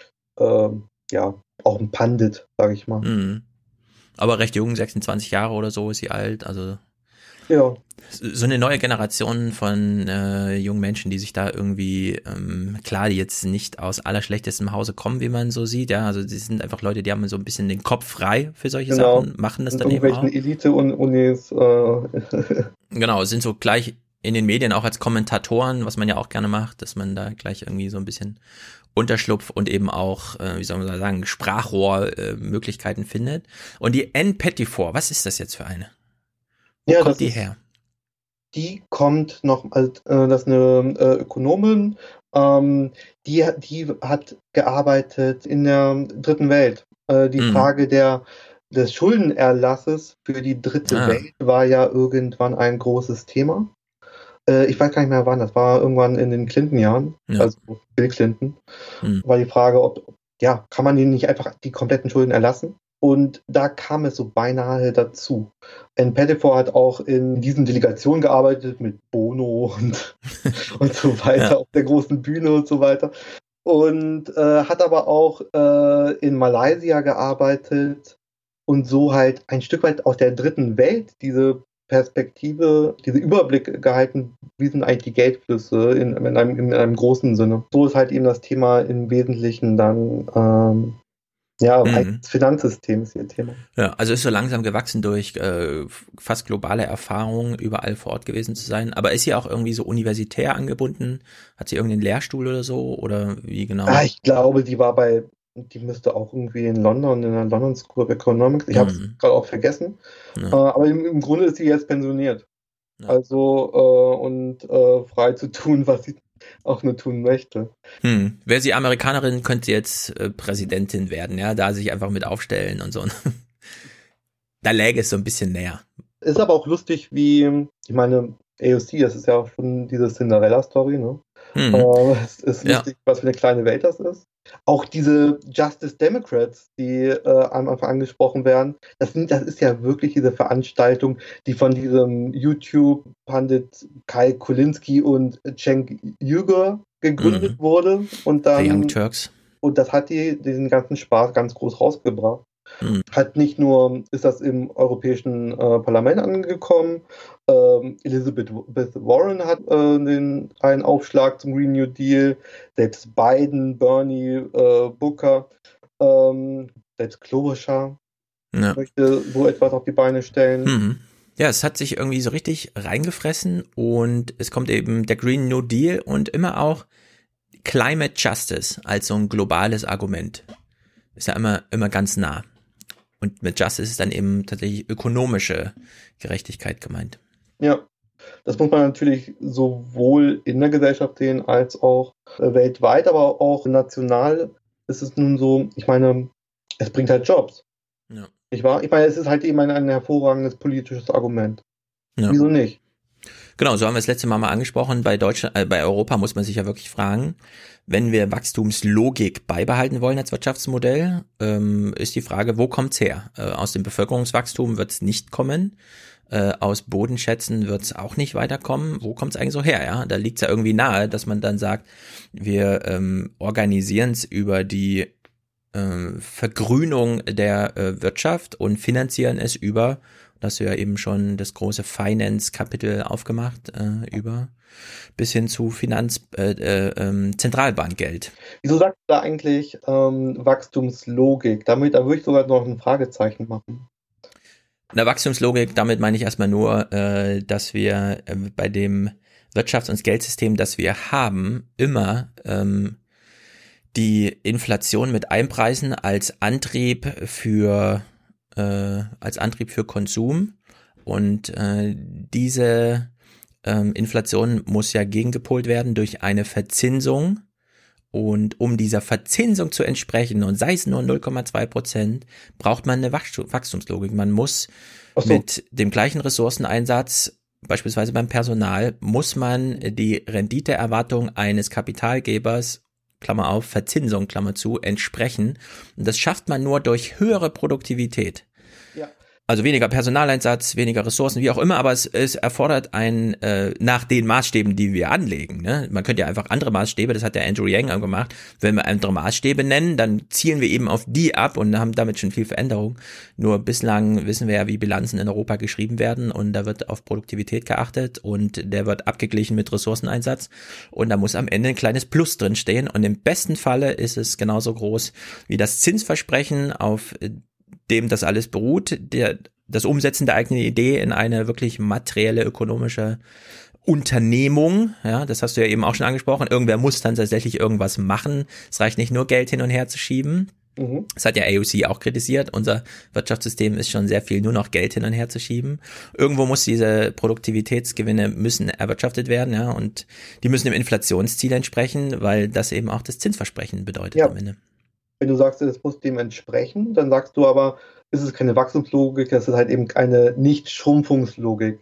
ähm, ja, auch ein Pandit, sage ich mal. Mhm. Aber recht jung, sechsundzwanzig Jahre oder so ist sie alt, also ja. So eine neue Generation von äh, jungen Menschen, die sich da irgendwie, ähm, klar, die jetzt nicht aus allerschlechtestem Hause kommen, wie man so sieht, ja, also die sind einfach Leute, die haben so ein bisschen den Kopf frei für solche genau. Sachen, machen das in dann eben auch. Elite-Unis. Äh. Genau, sind so gleich in den Medien auch als Kommentatoren, was man ja auch gerne macht, dass man da gleich irgendwie so ein bisschen Unterschlupf und eben auch, äh, wie soll man sagen, Sprachrohrmöglichkeiten äh, findet. Und die Anne Pettifor, was ist das jetzt für eine? Wo ja, kommt die ist, her? Die kommt noch, als, äh, das ist eine äh, Ökonomin, ähm, die, die hat gearbeitet in der dritten Welt. Äh, die mhm. Frage der, des Schuldenerlasses für die dritte ah. Welt war ja irgendwann ein großes Thema. Äh, ich weiß gar nicht mehr wann, das war irgendwann in den Clinton-Jahren, ja. also Bill Clinton, mhm. war die Frage, ob, ja, kann man ihnen nicht einfach die kompletten Schulden erlassen? Und da kam es so beinahe dazu. Anne Pettifor hat auch in diesen Delegationen gearbeitet mit Bono und, und so weiter, ja. auf der großen Bühne und so weiter. Und äh, hat aber auch äh, in Malaysia gearbeitet und so halt ein Stück weit aus der dritten Welt diese Perspektive, diesen Überblick gehalten, wie sind eigentlich die Geldflüsse in, in, einem, in einem großen Sinne. So ist halt eben das Thema im Wesentlichen dann ähm, ja, mhm. das Finanzsystem ist ihr Thema. Ja, also ist so langsam gewachsen durch äh, fast globale Erfahrungen, überall vor Ort gewesen zu sein. Aber ist sie auch irgendwie so universitär angebunden? Hat sie irgendeinen Lehrstuhl oder so? Oder wie genau? Ah, ich glaube, die war bei, die müsste auch irgendwie in London, in der London School of Economics. Ich mhm. habe es gerade auch vergessen. Ja. Äh, aber im, im Grunde ist sie jetzt pensioniert. Ja. Also äh, und äh, frei zu tun, was sie auch nur tun möchte. Hm. Wäre sie Amerikanerin, könnte sie jetzt äh, Präsidentin werden, ja, da sich einfach mit aufstellen und so. Da läge es so ein bisschen näher. Ist aber auch lustig, wie, ich meine, A O C, das ist ja auch schon diese Cinderella-Story, ne? Hm. Äh, es ist lustig, ja. was für eine kleine Welt das ist. Auch diese Justice Democrats, die äh, am Anfang angesprochen werden, das, sind, das ist ja wirklich diese Veranstaltung, die von diesem YouTube-Pandit Kai Kulinski und Cenk Uygur gegründet mhm. wurde. Und dann, The Young Turks. Und das hat die diesen ganzen Spaß ganz groß rausgebracht. Mhm. Hat nicht nur, ist das im Europäischen äh, Parlament angekommen, ähm, Elizabeth Warren hat äh, den, einen Aufschlag zum Green New Deal, selbst Biden, Bernie, äh, Booker, ähm, selbst Klobuchar ja. möchte so etwas auf die Beine stellen. Mhm. Ja, es hat sich irgendwie so richtig reingefressen und es kommt eben der Green New Deal und immer auch Climate Justice als so ein globales Argument. Ist ja immer, immer ganz nah. Und mit Justice ist dann eben tatsächlich ökonomische Gerechtigkeit gemeint. Ja, das muss man natürlich sowohl in der Gesellschaft sehen als auch äh, weltweit, aber auch national ist es nun so, ich meine, es bringt halt Jobs. Ja. Nicht wahr? Ich meine, es ist halt eben ein, ein hervorragendes politisches Argument. Ja. Wieso nicht? Genau, so haben wir es letzte Mal mal angesprochen. Bei Deutschland, äh, bei Europa muss man sich ja wirklich fragen, wenn wir Wachstumslogik beibehalten wollen als Wirtschaftsmodell, ähm, ist die Frage, wo kommt's her? Äh, aus dem Bevölkerungswachstum wird's nicht kommen. Äh, aus Bodenschätzen wird's auch nicht weiterkommen. Wo kommt's eigentlich so her? Ja, da liegt's ja irgendwie nahe, dass man dann sagt, wir ähm, organisieren's über die äh, Vergrünung der äh, Wirtschaft und finanzieren es über, das hast du ja eben schon das große Finance-Kapitel aufgemacht, äh, über bis hin zu Finanz, äh, äh, ähm, Zentralbankgeld. Wieso sagst du da eigentlich ähm, Wachstumslogik? Damit, da würde ich sogar noch ein Fragezeichen machen. Na, Wachstumslogik, damit meine ich erstmal nur, äh, dass wir äh, bei dem Wirtschafts- und Geldsystem, das wir haben, immer ähm, die Inflation mit einpreisen als Antrieb für äh, als Antrieb für Konsum und äh, diese ähm, Inflation muss ja gegengepolt werden durch eine Verzinsung und um dieser Verzinsung zu entsprechen und sei es nur null Komma zwei Prozent, braucht man eine Wachstumslogik. Man muss so. mit dem gleichen Ressourceneinsatz, beispielsweise beim Personal, muss man die Renditeerwartung eines Kapitalgebers, Klammer auf, Verzinsung, Klammer zu, entsprechen. Und das schafft man nur durch höhere Produktivität. Ja. Also weniger Personaleinsatz, weniger Ressourcen, wie auch immer, aber es, es erfordert ein, äh, nach den Maßstäben, die wir anlegen. Ne? Man könnte ja einfach andere Maßstäbe, das hat der Andrew Yang gemacht, wenn wir andere Maßstäbe nennen, dann zielen wir eben auf die ab und haben damit schon viel Veränderung. Nur bislang wissen wir ja, wie Bilanzen in Europa geschrieben werden und da wird auf Produktivität geachtet und der wird abgeglichen mit Ressourceneinsatz und da muss am Ende ein kleines Plus drin stehen und im besten Falle ist es genauso groß wie das Zinsversprechen, auf dem das alles beruht, der, das Umsetzen der eigenen Idee in eine wirklich materielle, ökonomische Unternehmung, ja, das hast du ja eben auch schon angesprochen, irgendwer muss dann tatsächlich irgendwas machen, es reicht nicht nur Geld hin und her zu schieben, mhm. Das hat ja A O C auch kritisiert, unser Wirtschaftssystem ist schon sehr viel nur noch Geld hin und her zu schieben, irgendwo muss diese Produktivitätsgewinne müssen erwirtschaftet werden, ja, und die müssen dem Inflationsziel entsprechen, weil das eben auch das Zinsversprechen bedeutet ja. am Ende. Wenn du sagst, es muss dem entsprechen, dann sagst du aber, ist es keine Wachstumslogik, das ist halt eben eine Nicht-Schrumpfungslogik.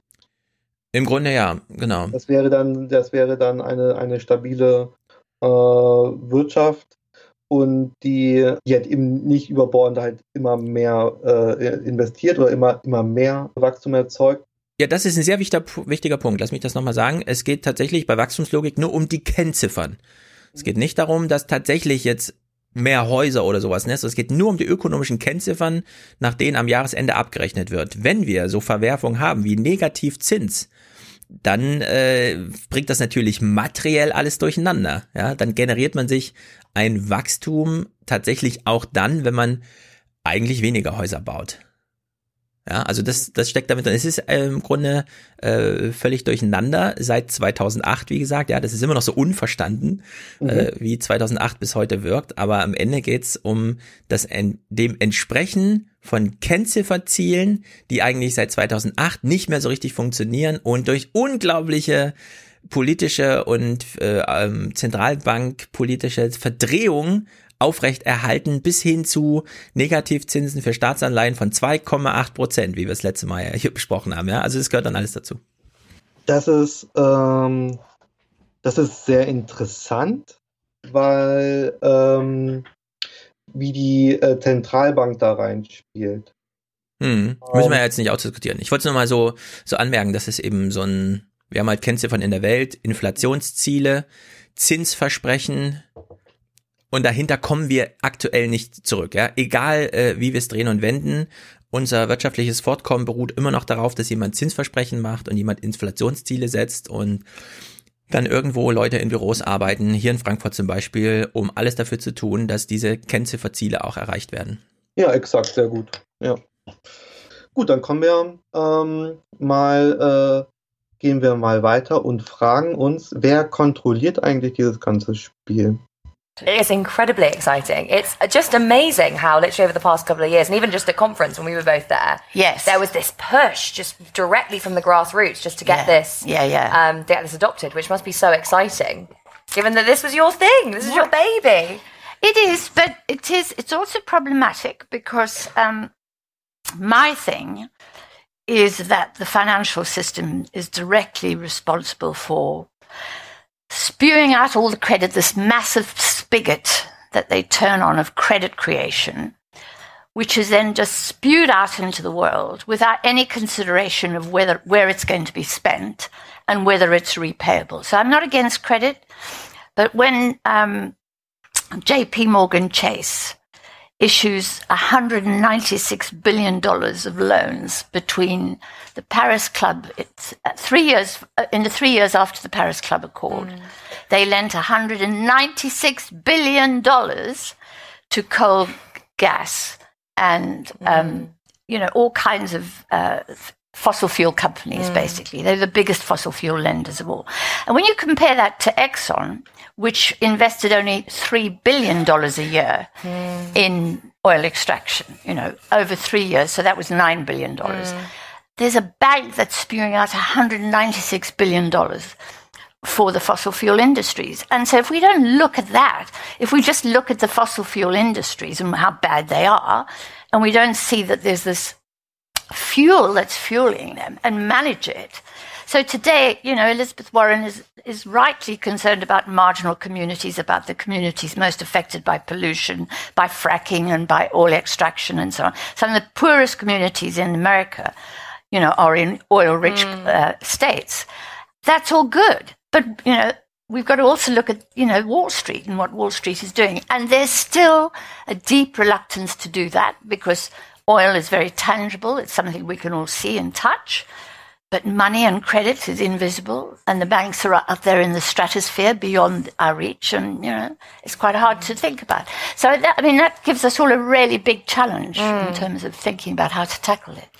Im Grunde ja, genau. Das wäre dann, das wäre dann eine, eine stabile äh, Wirtschaft und die, die halt eben nicht überbordend halt immer mehr äh, investiert oder immer, immer mehr Wachstum erzeugt. Ja, das ist ein sehr wichtiger, wichtiger Punkt. Lass mich das nochmal sagen. Es geht tatsächlich bei Wachstumslogik nur um die Kennziffern. Es geht nicht darum, dass tatsächlich jetzt mehr Häuser oder sowas, ne? Es geht nur um die ökonomischen Kennziffern, nach denen am Jahresende abgerechnet wird. Wenn wir so Verwerfungen haben wie Negativzins, dann äh, bringt das natürlich materiell alles durcheinander. Ja, dann generiert man sich ein Wachstum tatsächlich auch dann, wenn man eigentlich weniger Häuser baut. Ja, also das, das steckt damit drin. Es ist äh, im Grunde äh, völlig durcheinander seit zweitausendacht, wie gesagt. Ja, das ist immer noch so unverstanden, mhm. äh, wie zweitausendacht bis heute wirkt. Aber am Ende geht's um das en- dem Entsprechen von Kennzifferzielen, die eigentlich seit zweitausendacht nicht mehr so richtig funktionieren und durch unglaubliche politische und äh, ähm, Zentralbankpolitische Verdrehung aufrecht erhalten bis hin zu Negativzinsen für Staatsanleihen von zwei Komma acht Prozent, wie wir es letzte Mal ja hier besprochen haben. Ja, also das gehört dann alles dazu. Das ist, ähm, das ist sehr interessant, weil ähm, wie die äh, Zentralbank da reinspielt. Hm. Müssen wir ja jetzt nicht ausdiskutieren. Ich wollte es nur mal so, so anmerken, dass es eben so ein, wir haben halt Kennziffern in der Welt, Inflationsziele, Zinsversprechen, Und dahinter kommen wir aktuell nicht zurück. Ja? Egal, äh, wie wir es drehen und wenden, unser wirtschaftliches Fortkommen beruht immer noch darauf, dass jemand Zinsversprechen macht und jemand Inflationsziele setzt und dann irgendwo Leute in Büros arbeiten, hier in Frankfurt zum Beispiel, um alles dafür zu tun, dass diese Kennzifferziele auch erreicht werden. Ja, exakt, sehr gut. Ja. Gut, dann kommen wir ähm, mal, äh, gehen wir mal weiter und fragen uns, wer kontrolliert eigentlich dieses ganze Spiel? It's incredibly exciting. It's just amazing how literally over the past couple of years, and even just at conference when we were both there, yes, there was this push just directly from the grassroots just to get yeah. this, yeah, yeah, um, get this adopted, which must be so exciting, given that this was your thing, this is your baby. It is, but it is. It's also problematic because um, my thing is that the financial system is directly responsible for spewing out all the credit, this massive spigot that they turn on of credit creation, which is then just spewed out into the world without any consideration of whether where it's going to be spent and whether it's repayable. So I'm not against credit, but when um, J P Morgan Chase issues one hundred ninety-six billion dollars of loans between the Paris Club, it's uh, three years, uh, in the three years after the Paris Club Accord, mm. they lent one hundred ninety-six billion dollars to coal, gas, and, um, mm. you know, all kinds of uh, fossil fuel companies, mm. basically. They're the biggest fossil fuel lenders of all. And when you compare that to Exxon, which invested only three billion dollars a year mm. in oil extraction, you know, over three years. So that was nine billion dollars. Mm. There's a bank that's spewing out one hundred ninety-six billion dollars for the fossil fuel industries. And so if we don't look at that, if we just look at the fossil fuel industries and how bad they are, and we don't see that there's this fuel that's fueling them and manage it. So today, you know, Elizabeth Warren is, is rightly concerned about marginal communities, about the communities most affected by pollution, by fracking and by oil extraction and so on. Some of the poorest communities in America, you know, are in oil-rich mm. uh, states. That's all good. But, you know, we've got to also look at, you know, Wall Street and what Wall Street is doing. And there's still a deep reluctance to do that because oil is very tangible. It's something we can all see and touch. But money and credit is invisible, and the banks are up there in the stratosphere beyond our reach, and, you know, it's quite hard to think about. So, that, I mean, that gives us all a really big challenge mm. in terms of thinking about how to tackle it.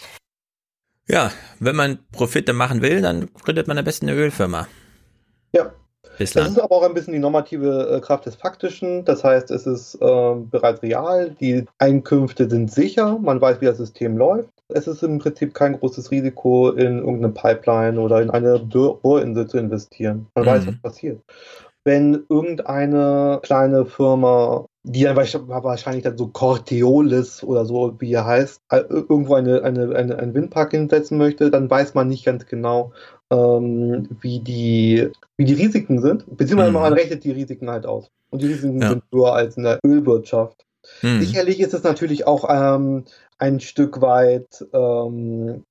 Ja, wenn man Profite machen will, dann gründet man am besten eine Ölfirma. Ja. Bislang. Das ist aber auch ein bisschen die normative äh, Kraft des Faktischen. Das heißt, es ist äh, bereits real, die Einkünfte sind sicher, man weiß, wie das System läuft. Es ist im Prinzip kein großes Risiko, in irgendeine Pipeline oder in eine Bohrinsel zu investieren. Man mhm. weiß, was passiert. Wenn irgendeine kleine Firma, die dann wahrscheinlich dann so Corteolis oder so, wie er heißt, irgendwo eine, eine, eine, einen Windpark hinsetzen möchte, dann weiß man nicht ganz genau, ähm, wie, die, wie die Risiken sind. Beziehungsweise mhm. man rechnet die Risiken halt aus. Und die Risiken ja. sind höher als in der Ölwirtschaft. Mhm. Sicherlich ist es natürlich auch ähm, ein Stück weit ähm,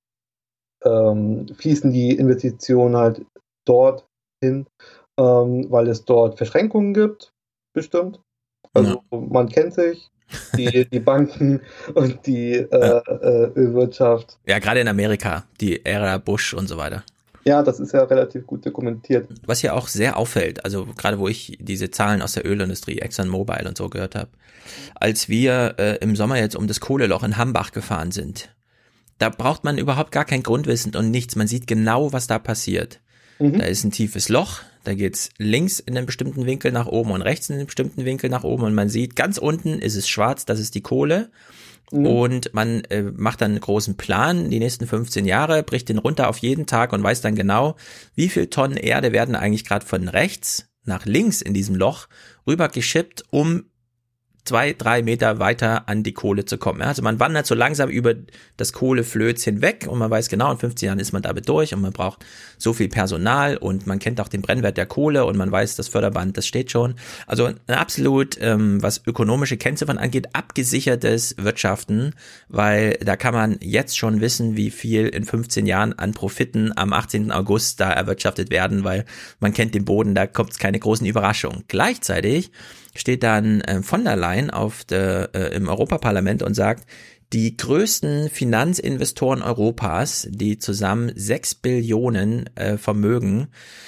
ähm, fließen die Investitionen halt dort hin, ähm, weil es dort Verschränkungen gibt, bestimmt. Also ja. man kennt sich, die, die Banken und die äh, ja. äh, Ölwirtschaft. Ja, gerade in Amerika, die Ära Bush und so weiter. Ja, das ist ja relativ gut dokumentiert. Was hier auch sehr auffällt, also gerade wo ich diese Zahlen aus der Ölindustrie, ExxonMobil und so gehört habe, als wir äh, im Sommer jetzt um das Kohleloch in Hambach gefahren sind, da braucht man überhaupt gar kein Grundwissen und nichts. Man sieht genau, was da passiert. Mhm. Da ist ein tiefes Loch, da geht's links in einem bestimmten Winkel nach oben und rechts in einem bestimmten Winkel nach oben und man sieht, ganz unten ist es schwarz, das ist die Kohle. Mhm. Und man äh, macht dann einen großen Plan, die nächsten fünfzehn Jahre, bricht den runter auf jeden Tag und weiß dann genau, wie viel Tonnen Erde werden eigentlich gerade von rechts nach links in diesem Loch rüber geschippt, um zwei, drei Meter weiter an die Kohle zu kommen. Also man wandert so langsam über das Kohleflöz hinweg und man weiß genau, in fünfzehn Jahren ist man damit durch und man braucht so viel Personal und man kennt auch den Brennwert der Kohle und man weiß, das Förderband, das steht schon. Also ein absolut, ähm, was ökonomische Kennziffern angeht, abgesichertes Wirtschaften, weil da kann man jetzt schon wissen, wie viel in fünfzehn Jahren an Profiten am achtzehnten August da erwirtschaftet werden, weil man kennt den Boden, da kommt es keine großen Überraschungen. Gleichzeitig steht dann äh, von der Leyen auf der, äh, im Europaparlament und sagt, die größten Finanzinvestoren Europas, die zusammen sechs Billionen äh, Vermögen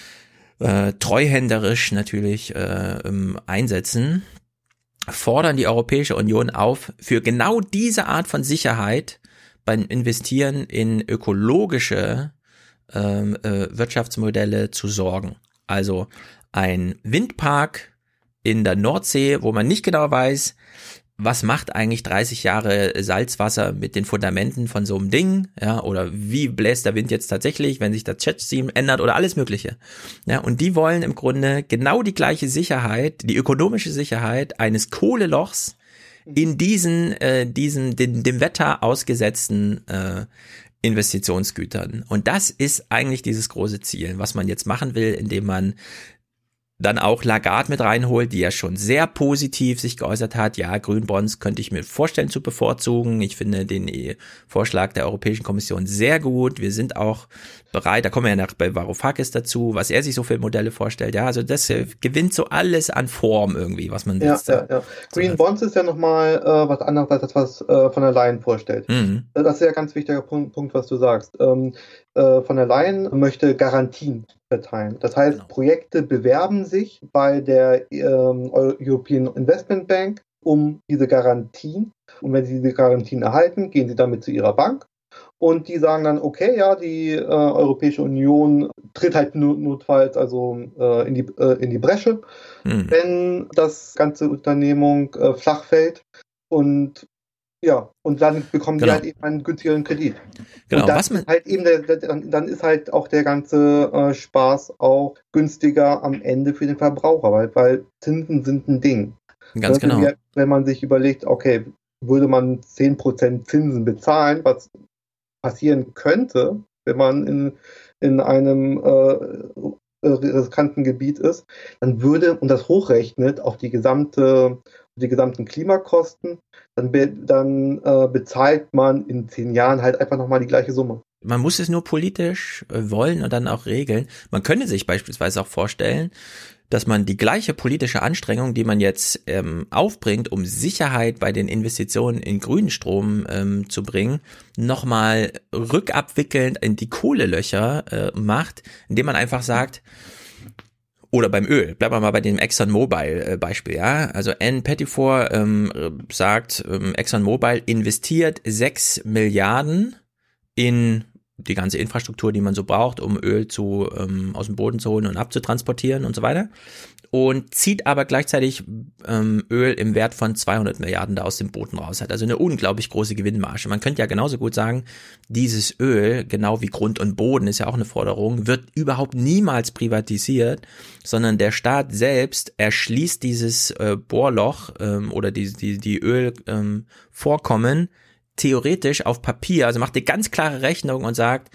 äh, treuhänderisch natürlich äh, einsetzen, fordern die Europäische Union auf, für genau diese Art von Sicherheit beim Investieren in ökologische ähm, äh, Wirtschaftsmodelle zu sorgen. Also ein Windpark in der Nordsee, wo man nicht genau weiß, was macht eigentlich dreißig Jahre Salzwasser mit den Fundamenten von so einem Ding, ja, oder wie bläst der Wind jetzt tatsächlich, wenn sich das Jetstream ändert oder alles Mögliche. Ja, und die wollen im Grunde genau die gleiche Sicherheit, die ökonomische Sicherheit eines Kohlelochs in diesen, äh, diesen, dem, dem Wetter ausgesetzten äh, Investitionsgütern. Und das ist eigentlich dieses große Ziel, was man jetzt machen will, indem man dann auch Lagarde mit reinholt, die ja schon sehr positiv sich geäußert hat. Ja, Grünbonds könnte ich mir vorstellen zu bevorzugen. Ich finde den Vorschlag der Europäischen Kommission sehr gut. Wir sind auch bereit, da kommen wir ja nach bei Varoufakis dazu, was er sich so für Modelle vorstellt. Ja, also das äh, gewinnt so alles an Form irgendwie, was man ja, ja, ja. Green so Bonds ist ja nochmal äh, was anderes als das, was äh, von der Leyen vorstellt. Mhm. Das ist ja ein ganz wichtiger Punkt, Punkt was du sagst. Ähm, äh, von der Leyen möchte Garantien verteilen. Das heißt, genau. Projekte bewerben sich bei der ähm, European Investment Bank um diese Garantien. Und wenn sie diese Garantien erhalten, gehen sie damit zu ihrer Bank. Und die sagen dann, okay, ja, die äh, Europäische Union tritt halt notfalls also äh, in die äh, in die Bresche, hm. wenn das ganze Unternehmung äh, flach fällt. Und ja, und dann bekommen genau. die halt eben einen günstigeren Kredit. Genau. Und dann, was man halt eben der, der, dann ist halt auch der ganze äh, Spaß auch günstiger am Ende für den Verbraucher, weil, weil Zinsen sind ein Ding. Ganz genau. Wenn, wenn man sich überlegt, okay, würde man zehn Prozent Zinsen bezahlen, was passieren könnte, wenn man in, in einem äh, riskanten Gebiet ist, dann würde, und das hochrechnet auf die gesamte, die gesamten Klimakosten, dann, be, dann äh, bezahlt man in zehn Jahren halt einfach nochmal die gleiche Summe. Man muss es nur politisch äh, wollen und dann auch regeln. Man könnte sich beispielsweise auch vorstellen, dass man die gleiche politische Anstrengung, die man jetzt ähm, aufbringt, um Sicherheit bei den Investitionen in grünen Strom ähm, zu bringen, nochmal rückabwickelnd in die Kohlelöcher äh, macht, indem man einfach sagt, oder beim Öl, bleiben wir mal bei dem ExxonMobil-Beispiel, ja. Also Anne Pettifor ähm, sagt, ähm, ExxonMobil investiert sechs Milliarden in die ganze Infrastruktur, die man so braucht, um Öl zu ähm, aus dem Boden zu holen und abzutransportieren und so weiter. Und zieht aber gleichzeitig ähm, Öl im Wert von zweihundert Milliarden da aus dem Boden raus. Hat also eine unglaublich große Gewinnmarge. Man könnte ja genauso gut sagen, dieses Öl, genau wie Grund und Boden, ist ja auch eine Forderung, wird überhaupt niemals privatisiert, sondern der Staat selbst erschließt dieses äh, Bohrloch ähm, oder die, die, die Ölvorkommen ähm, theoretisch auf Papier, also macht eine ganz klare Rechnung und sagt,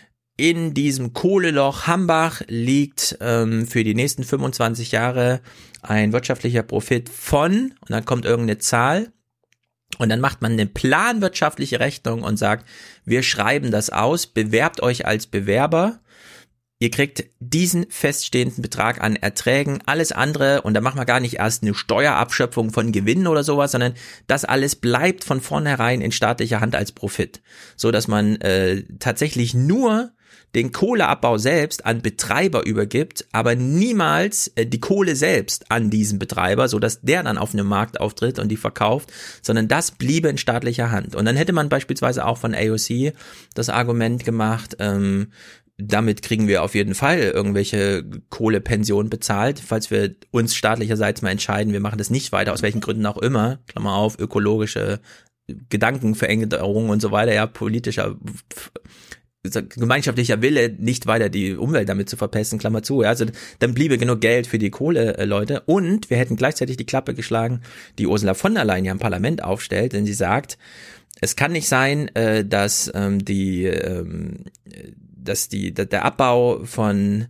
in diesem Kohleloch Hambach liegt ähm, für die nächsten fünfundzwanzig Jahre ein wirtschaftlicher Profit von, und dann kommt irgendeine Zahl, und dann macht man eine planwirtschaftliche Rechnung und sagt, wir schreiben das aus, bewerbt euch als Bewerber, ihr kriegt diesen feststehenden Betrag an Erträgen, alles andere, und da machen wir gar nicht erst eine Steuerabschöpfung von Gewinnen oder sowas, sondern das alles bleibt von vornherein in staatlicher Hand als Profit, so dass man äh, tatsächlich nur den Kohleabbau selbst an Betreiber übergibt, aber niemals äh, die Kohle selbst an diesen Betreiber, so dass der dann auf einem Markt auftritt und die verkauft, sondern das bliebe in staatlicher Hand. Und dann hätte man beispielsweise auch von A O C das Argument gemacht, ähm, damit kriegen wir auf jeden Fall irgendwelche Kohlepensionen bezahlt, falls wir uns staatlicherseits mal entscheiden, wir machen das nicht weiter, aus welchen Gründen auch immer, Klammer auf, ökologische Gedankenveränderung und so weiter, ja, politischer, gemeinschaftlicher Wille, nicht weiter die Umwelt damit zu verpesten, Klammer zu, ja, also dann bliebe genug Geld für die Kohleleute, und wir hätten gleichzeitig die Klappe geschlagen, die Ursula von der Leyen ja im Parlament aufstellt, denn sie sagt, es kann nicht sein, äh, dass ähm, die ähm, dass die der Abbau von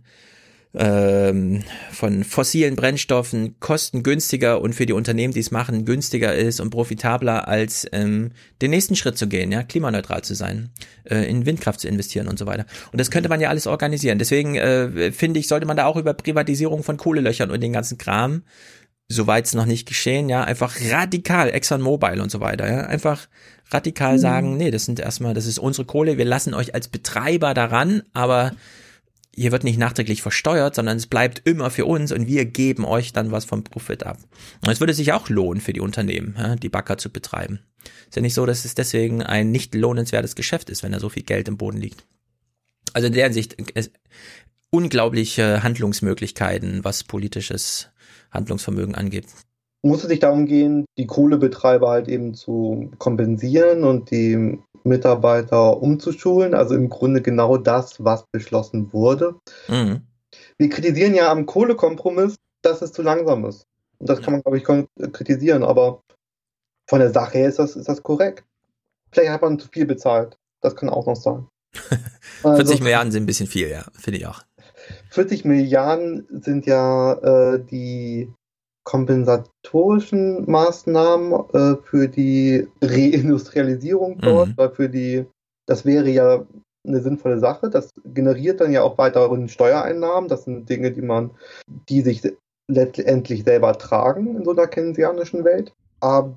ähm, von fossilen Brennstoffen kostengünstiger und für die Unternehmen, die es machen, günstiger ist und profitabler, als ähm, den nächsten Schritt zu gehen, ja, klimaneutral zu sein, äh, in Windkraft zu investieren und so weiter. Und das könnte man ja alles organisieren. Deswegen äh, finde ich, sollte man da auch über Privatisierung von Kohlelöchern und den ganzen Kram soweit es noch nicht geschehen, ja, einfach radikal, ExxonMobil und so weiter, ja, einfach radikal mhm. sagen, nee, das sind erstmal, das ist unsere Kohle, wir lassen euch als Betreiber daran, aber hier wird nicht nachträglich versteuert, sondern es bleibt immer für uns und wir geben euch dann was vom Profit ab. Und es würde sich auch lohnen für die Unternehmen, ja, die Bagger zu betreiben. Ist ja nicht so, dass es deswegen ein nicht lohnenswertes Geschäft ist, wenn da so viel Geld im Boden liegt. Also in der Hinsicht es, unglaubliche Handlungsmöglichkeiten, was politisches Handlungsvermögen angeht. Muss es sich darum gehen, die Kohlebetreiber halt eben zu kompensieren und die Mitarbeiter umzuschulen, also im Grunde genau das, was beschlossen wurde. Mhm. Wir kritisieren ja am Kohlekompromiss, dass es zu langsam ist. Und das kann man, glaube ich, kritisieren, aber von der Sache her ist das, ist das korrekt. Vielleicht hat man zu viel bezahlt. Das kann auch noch sein. vierzig also, Milliarden sind ein bisschen viel, ja, finde ich auch. vierzig Milliarden sind ja äh, die kompensatorischen Maßnahmen äh, für die Reindustrialisierung dort, mhm. weil für die, das wäre ja eine sinnvolle Sache. Das generiert dann ja auch weiterhin Steuereinnahmen. Das sind Dinge, die man, die sich letztendlich selber tragen in so einer keynesianischen Welt. Aber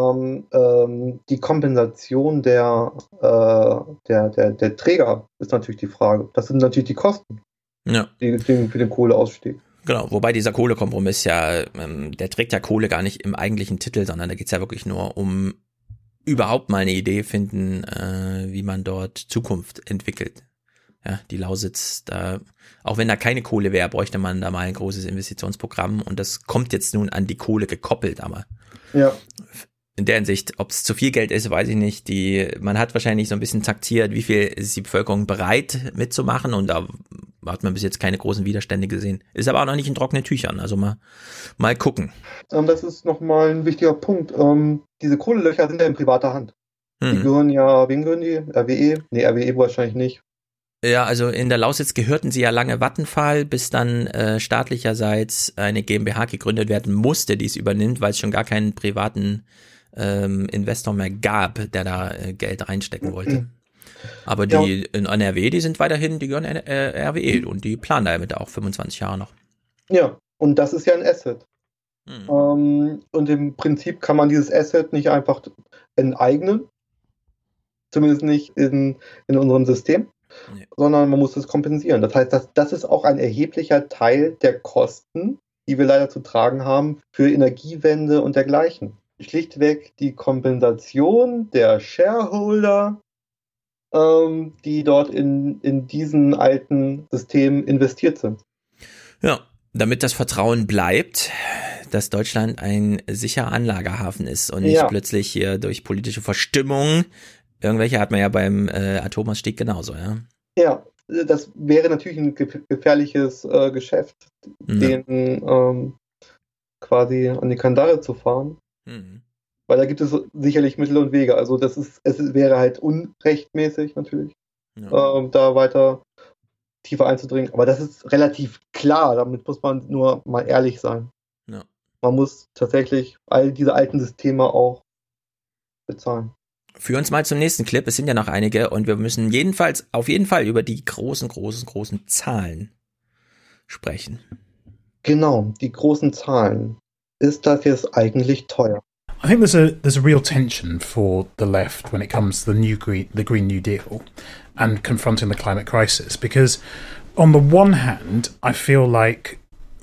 ähm, die Kompensation der, äh, der, der, der Träger ist natürlich die Frage. Das sind natürlich die Kosten, ja. die, die für den Kohleausstieg. Genau, wobei dieser Kohlekompromiss ja, ähm, der trägt ja Kohle gar nicht im eigentlichen Titel, sondern da geht's ja wirklich nur um überhaupt mal eine Idee finden, äh, wie man dort Zukunft entwickelt. Ja, die Lausitz, da, auch wenn da keine Kohle wäre, bräuchte man da mal ein großes Investitionsprogramm und das kommt jetzt nun an die Kohle gekoppelt, aber ja. In der Hinsicht, ob es zu viel Geld ist, weiß ich nicht. Die, man hat wahrscheinlich so ein bisschen taktiert, wie viel ist die Bevölkerung bereit mitzumachen und da hat man bis jetzt keine großen Widerstände gesehen. Ist aber auch noch nicht in trockenen Tüchern, also mal, mal gucken. Das ist nochmal ein wichtiger Punkt. Ähm, diese Kohlelöcher sind ja in privater Hand. Hm. Die gehören ja, wem gehören die? R W E? Nee, R W E wahrscheinlich nicht. Ja, also in der Lausitz gehörten sie ja lange Vattenfall, bis dann äh, staatlicherseits eine GmbH gegründet werden musste, die es übernimmt, weil es schon gar keinen privaten ähm, Investor mehr gab, der da äh, Geld reinstecken wollte. Aber die ja. in N R W, die sind weiterhin, die gehören äh, R W E und die planen damit auch fünfundzwanzig Jahre noch. Ja, und das ist ja ein Asset. Mhm. Ähm, und im Prinzip kann man dieses Asset nicht einfach enteignen, zumindest nicht in, in unserem System. Nee. Sondern man muss es kompensieren. Das heißt, das, das ist auch ein erheblicher Teil der Kosten, die wir leider zu tragen haben für Energiewende und dergleichen. Schlichtweg die Kompensation der Shareholder, ähm, die dort in, in diesen alten Systemen investiert sind. Ja, damit das Vertrauen bleibt, dass Deutschland ein sicherer Anlagehafen ist und nicht ja. plötzlich hier durch politische Verstimmung. Irgendwelche hat man ja beim äh, Atomausstieg genauso, ja. Ja, das wäre natürlich ein ge- gefährliches äh, Geschäft, ja. den ähm, quasi an die Kandare zu fahren. Mhm. Weil da gibt es sicherlich Mittel und Wege. Also das ist, es wäre halt unrechtmäßig natürlich, ja. ähm, da weiter tiefer einzudringen. Aber das ist relativ klar, damit muss man nur mal ehrlich sein. Ja. Man muss tatsächlich all diese alten Systeme auch bezahlen. Führ uns mal zum nächsten Clip. Es sind ja noch einige und wir müssen jedenfalls, auf jeden Fall über die großen, großen, großen Zahlen sprechen. Genau, die großen Zahlen. Ist das jetzt eigentlich teuer? I think there's a there's a real tension for the left when it comes to the new green, the Green New Deal and confronting the climate crisis, because on the one hand, I feel like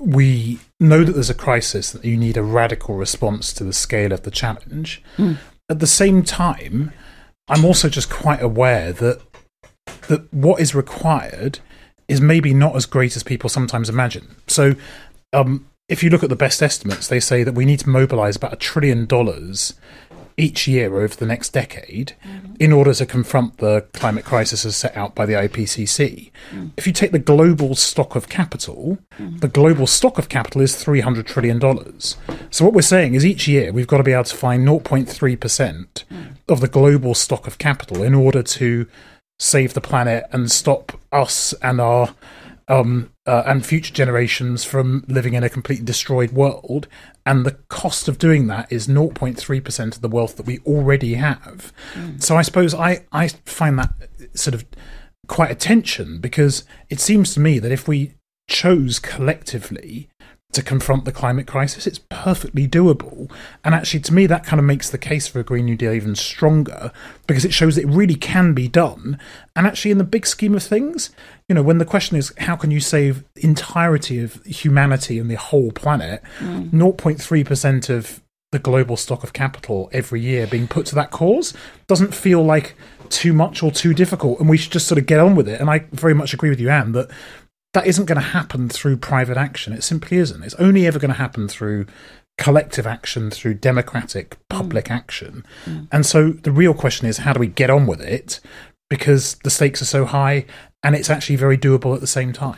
we know that there's a crisis, that you need a radical response to the scale of the challenge. Mm. At the same time, I'm also just quite aware that that what is required is maybe not as great as people sometimes imagine. So, um, if you look at the best estimates, they say that we need to mobilize about a trillion dollars each year over the next decade mm-hmm. in order to confront the climate crisis as set out by the I P C C. Mm. If you take the global stock of capital, mm. the global stock of capital is three hundred trillion dollars. So what we're saying is each year we've got to be able to find zero point three percent mm. of the global stock of capital in order to save the planet and stop us and our um, uh, and future generations from living in a completely destroyed world. And the cost of doing that is zero point three percent of the wealth that we already have. Mm. So I suppose I, I find that sort of quite a tension, because it seems to me that if we chose collectively to confront the climate crisis. It's perfectly doable. And actually, to me, that kind of makes the case for a Green New Deal even stronger, because it shows that it really can be done. And actually, in the big scheme of things, you know, when the question is, how can you save the entirety of humanity and the whole planet, mm. zero point three percent of the global stock of capital every year being put to that cause doesn't feel like too much or too difficult, and we should just sort of get on with it. And I very much agree with you, Anne, that that isn't going to happen through private action. It simply isn't. It's only ever going to happen through collective action, through democratic public mm. action. Mm. And so the real question is, how do we get on with it? Because the stakes are so high and it's actually very doable at the same time.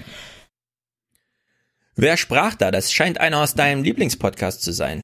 Wer sprach da? Das scheint einer aus deinem Lieblingspodcast zu sein.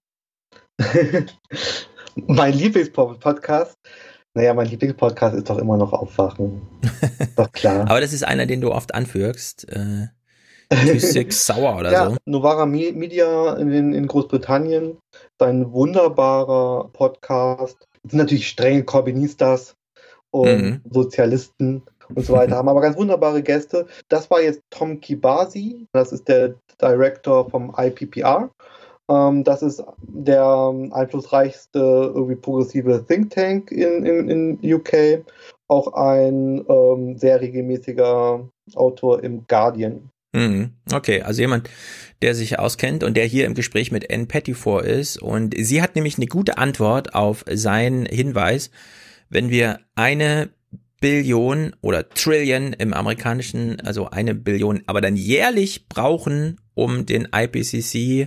Mein Lieblingspodcast? Naja, mein Lieblingspodcast ist doch immer noch Aufwachen. Doch klar. Aber das ist einer, den du oft anführst. Äh, Too Sick Sour oder ja, so. Novara Media in, in Großbritannien. Ist ein wunderbarer Podcast. Das sind natürlich strenge Corbynistas und mhm. Sozialisten und so weiter. Haben aber ganz wunderbare Gäste. Das war jetzt Tom Kibasi. Das ist der Director vom I P P R. Ähm, das ist der einflussreichste irgendwie progressive Think Tank in, in, in U K. Auch ein ähm, sehr regelmäßiger Autor im Guardian. Okay, also jemand, der sich auskennt und der hier im Gespräch mit Ann Pettifor ist. Und sie hat nämlich eine gute Antwort auf seinen Hinweis. Wenn wir eine Billion oder Trillion im amerikanischen, also eine Billion, aber dann jährlich brauchen, um den I P C C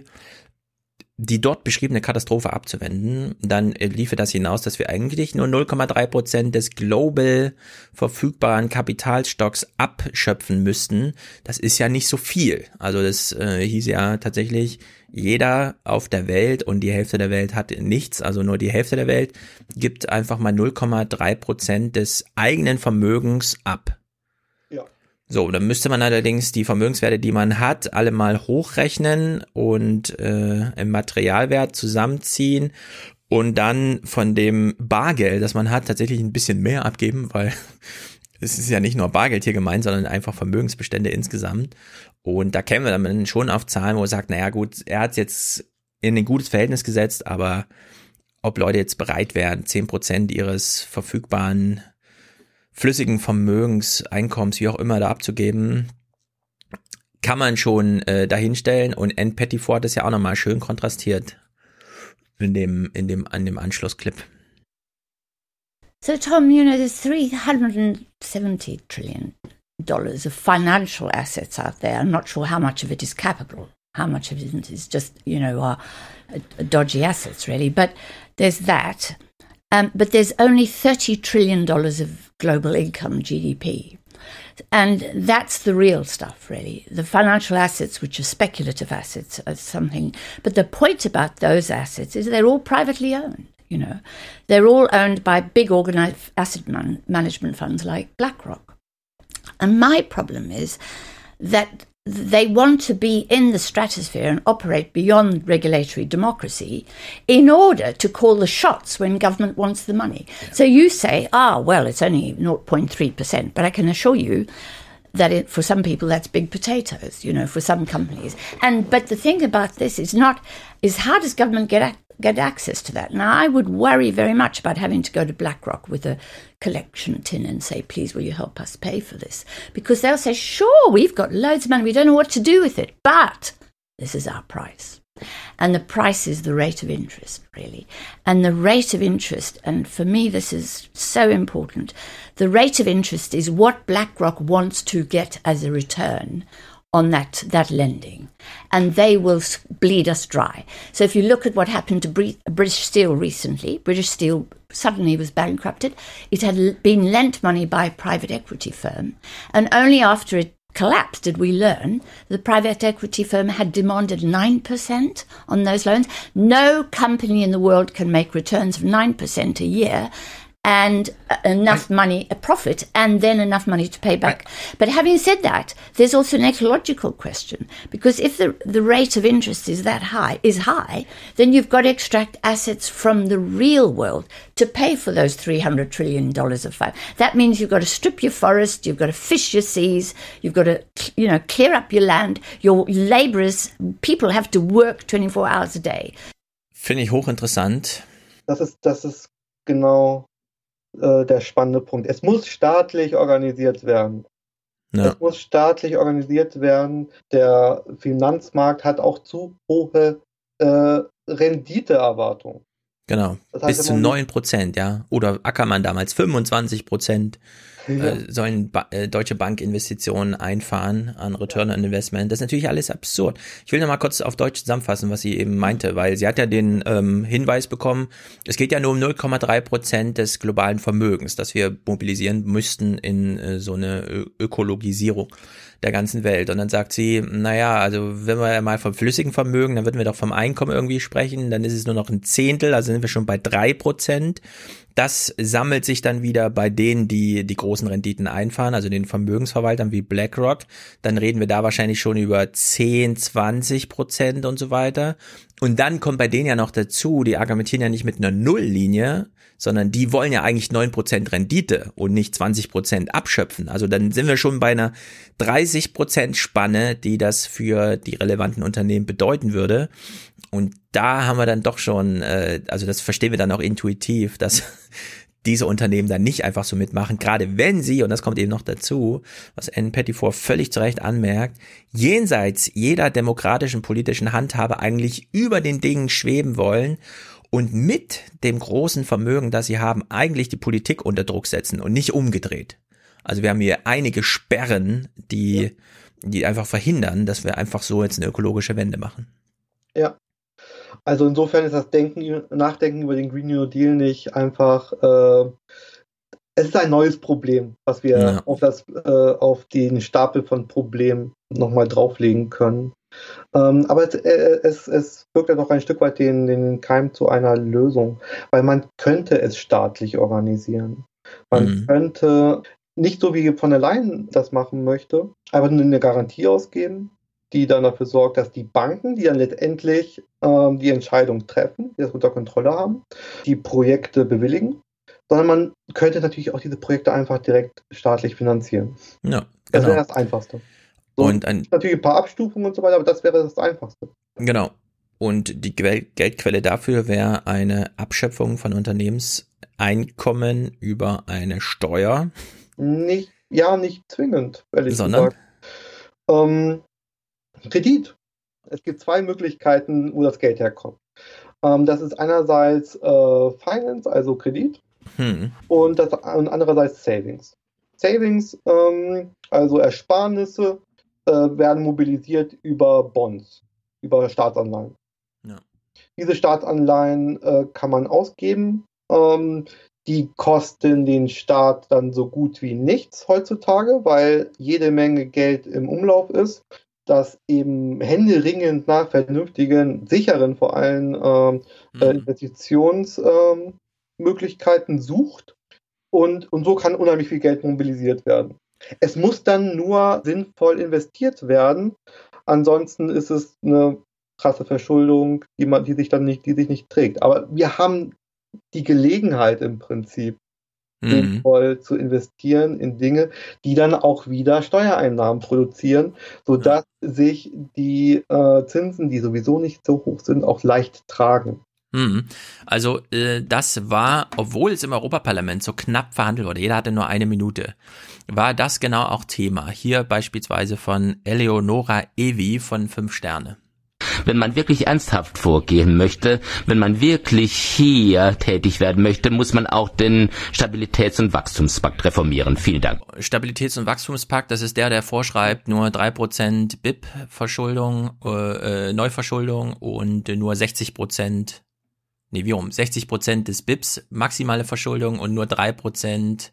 die dort beschriebene Katastrophe abzuwenden, dann liefe das hinaus, dass wir eigentlich nur null Komma drei Prozent des global verfügbaren Kapitalstocks abschöpfen müssten. Das ist ja nicht so viel. Also das äh, hieß ja tatsächlich, jeder auf der Welt, und die Hälfte der Welt hat nichts, also nur die Hälfte der Welt, gibt einfach mal null Komma drei Prozent des eigenen Vermögens ab. So, dann müsste man allerdings die Vermögenswerte, die man hat, alle mal hochrechnen und äh, im Materialwert zusammenziehen und dann von dem Bargeld, das man hat, tatsächlich ein bisschen mehr abgeben, weil es ist ja nicht nur Bargeld hier gemeint, sondern einfach Vermögensbestände insgesamt. Und da kämen wir dann schon auf Zahlen, wo er sagt, naja gut, er hat es jetzt in ein gutes Verhältnis gesetzt, aber ob Leute jetzt bereit wären, zehn Prozent ihres verfügbaren flüssigen Vermögens, Einkommens, wie auch immer, da abzugeben, kann man schon äh, dahinstellen. Und Ann Pettifor hat das ja auch nochmal schön kontrastiert in dem, in dem, an dem Anschlussclip. So Tom, you know, there's three hundred seventy trillion dollars of financial assets out there. I'm not sure how much of it is capital, how much of it is just, you know, uh, dodgy assets really. But there's that. Um, but there's only thirty trillion dollars of global income, G D P. And that's the real stuff, really. The financial assets, which are speculative assets, are something. But the point about those assets is they're all privately owned, you know. They're all owned by big organized asset man- management funds like BlackRock. And my problem is that they want to be in the stratosphere and operate beyond regulatory democracy in order to call the shots when government wants the money. Yeah. So you say, ah, well, it's only zero point three percent, but I can assure you that it, for some people that's big potatoes, you know, for some companies. And but the thing about this is not is how does government get ac- get access to that? Now, I would worry very much about having to go to BlackRock with a collection tin and say, please, will you help us pay for this? Because they'll say, sure, we've got loads of money, we don't know what to do with it, but this is our price. And the price is the rate of interest, really. And the rate of interest, and for me this is so important, the rate of interest is what BlackRock wants to get as a return on that, that lending. And they will bleed us dry. So if you look at what happened to British Steel recently, British Steel suddenly was bankrupted. It had been lent money by a private equity firm. And only after it collapsed did we learn the private equity firm had demanded nine percent on those loans. No company in the world can make returns of nine percent a year and enough money, a profit, and then enough money to pay back. But having said that, there's also an ecological question, because if the the rate of interest is that high, is high, then you've got to extract assets from the real world to pay for those three hundred trillion dollars of fire. That means you've got to strip your forest, you've got to fish your seas, you've got to, you know, clear up your land. Your laborers, people have to work twenty-four hours a day. Finde ich hochinteressant. Das ist, das ist genau äh, der spannende Punkt. Es muss staatlich organisiert werden. Ja. Es muss staatlich organisiert werden. Der Finanzmarkt hat auch zu hohe äh, Renditeerwartungen. Genau, das heißt, bis zu neun Prozent, ja. Oder Ackermann damals fünfundzwanzig Prozent ja. äh, sollen ba- äh, Deutsche Bank Investitionen einfahren an Return on Investment. Das ist natürlich alles absurd. Ich will noch mal kurz auf Deutsch zusammenfassen, was sie eben meinte, weil sie hat ja den ähm, Hinweis bekommen, es geht ja nur um null Komma drei Prozent des globalen Vermögens, das wir mobilisieren müssten in äh, so eine Ö- Ökologisierung der ganzen Welt. Und dann sagt sie, naja, also wenn wir mal vom flüssigen Vermögen, dann würden wir doch vom Einkommen irgendwie sprechen, dann ist es nur noch ein Zehntel, also sind wir schon bei drei Prozent. Das sammelt sich dann wieder bei denen, die die großen Renditen einfahren, also den Vermögensverwaltern wie BlackRock. Dann reden wir da wahrscheinlich schon über zehn, zwanzig Prozent und so weiter. Und dann kommt bei denen ja noch dazu, die argumentieren ja nicht mit einer Nulllinie, sondern die wollen ja eigentlich neun Prozent Rendite und nicht zwanzig Prozent abschöpfen. Also dann sind wir schon bei einer dreißig Prozent Spanne, die das für die relevanten Unternehmen bedeuten würde. Und da haben wir dann doch schon, äh, also das verstehen wir dann auch intuitiv, dass diese Unternehmen dann nicht einfach so mitmachen, gerade wenn sie, und das kommt eben noch dazu, was Ann Pettifor völlig zu Recht anmerkt, jenseits jeder demokratischen politischen Handhabe eigentlich über den Dingen schweben wollen und mit dem großen Vermögen, das sie haben, eigentlich die Politik unter Druck setzen und nicht umgedreht. Also wir haben hier einige Sperren, die, die einfach verhindern, dass wir einfach so jetzt eine ökologische Wende machen. Ja. Also insofern ist das Denken, Nachdenken über den Green New Deal nicht einfach, äh, es ist ein neues Problem, was wir ja. auf, das, äh, auf den Stapel von Problemen nochmal drauflegen können. Ähm, aber es, äh, es, es wirkt ja doch ein Stück weit den, den Keim zu einer Lösung, weil man könnte es staatlich organisieren. Man mhm. könnte nicht so wie von der Leyen das machen möchte, einfach nur eine Garantie ausgeben, die dann dafür sorgt, dass die Banken, die dann letztendlich ähm, die Entscheidung treffen, die das unter Kontrolle haben, die Projekte bewilligen, sondern man könnte natürlich auch diese Projekte einfach direkt staatlich finanzieren. Ja, genau. Das wäre das Einfachste. So, und ein, natürlich ein paar Abstufungen und so weiter, aber das wäre das Einfachste. Genau. Und die Geldquelle dafür wäre eine Abschöpfung von Unternehmenseinkommen über eine Steuer. Nicht, ja, nicht zwingend, ehrlich Sondern? gesagt. Ähm, Kredit. Es gibt zwei Möglichkeiten, wo das Geld herkommt. Ähm, das ist einerseits äh, Finance, also Kredit, hm. und, das, und andererseits Savings. Savings, ähm, also Ersparnisse, äh, werden mobilisiert über Bonds, über Staatsanleihen. Ja. Diese Staatsanleihen äh, kann man ausgeben. Ähm, die kosten den Staat dann so gut wie nichts heutzutage, weil jede Menge Geld im Umlauf ist, das eben händeringend nach vernünftigen, sicheren vor allem ähm, mhm. Investitionsmöglichkeiten ähm, sucht und, und so kann unheimlich viel Geld mobilisiert werden. Es muss dann nur sinnvoll investiert werden, ansonsten ist es eine krasse Verschuldung, die man, die sich dann nicht, die sich nicht trägt. Aber wir haben die Gelegenheit im Prinzip, sinnvoll zu investieren in Dinge, die dann auch wieder Steuereinnahmen produzieren, sodass ja. sich die äh, Zinsen, die sowieso nicht so hoch sind, auch leicht tragen. Also äh, das war, obwohl es im Europaparlament so knapp verhandelt wurde, jeder hatte nur eine Minute, war das genau auch Thema. Hier beispielsweise von Eleonora Evi von Fünf Sterne. Wenn man wirklich ernsthaft vorgehen möchte, wenn man wirklich hier tätig werden möchte, muss man auch den Stabilitäts- und Wachstumspakt reformieren. Vielen Dank. Stabilitäts- und Wachstumspakt, das ist der, der vorschreibt, nur drei Prozent B I P-Verschuldung, äh, Neuverschuldung und nur sechzig Prozent, nee, wie rum, sechzig Prozent des B I Ps, maximale Verschuldung und nur drei Prozent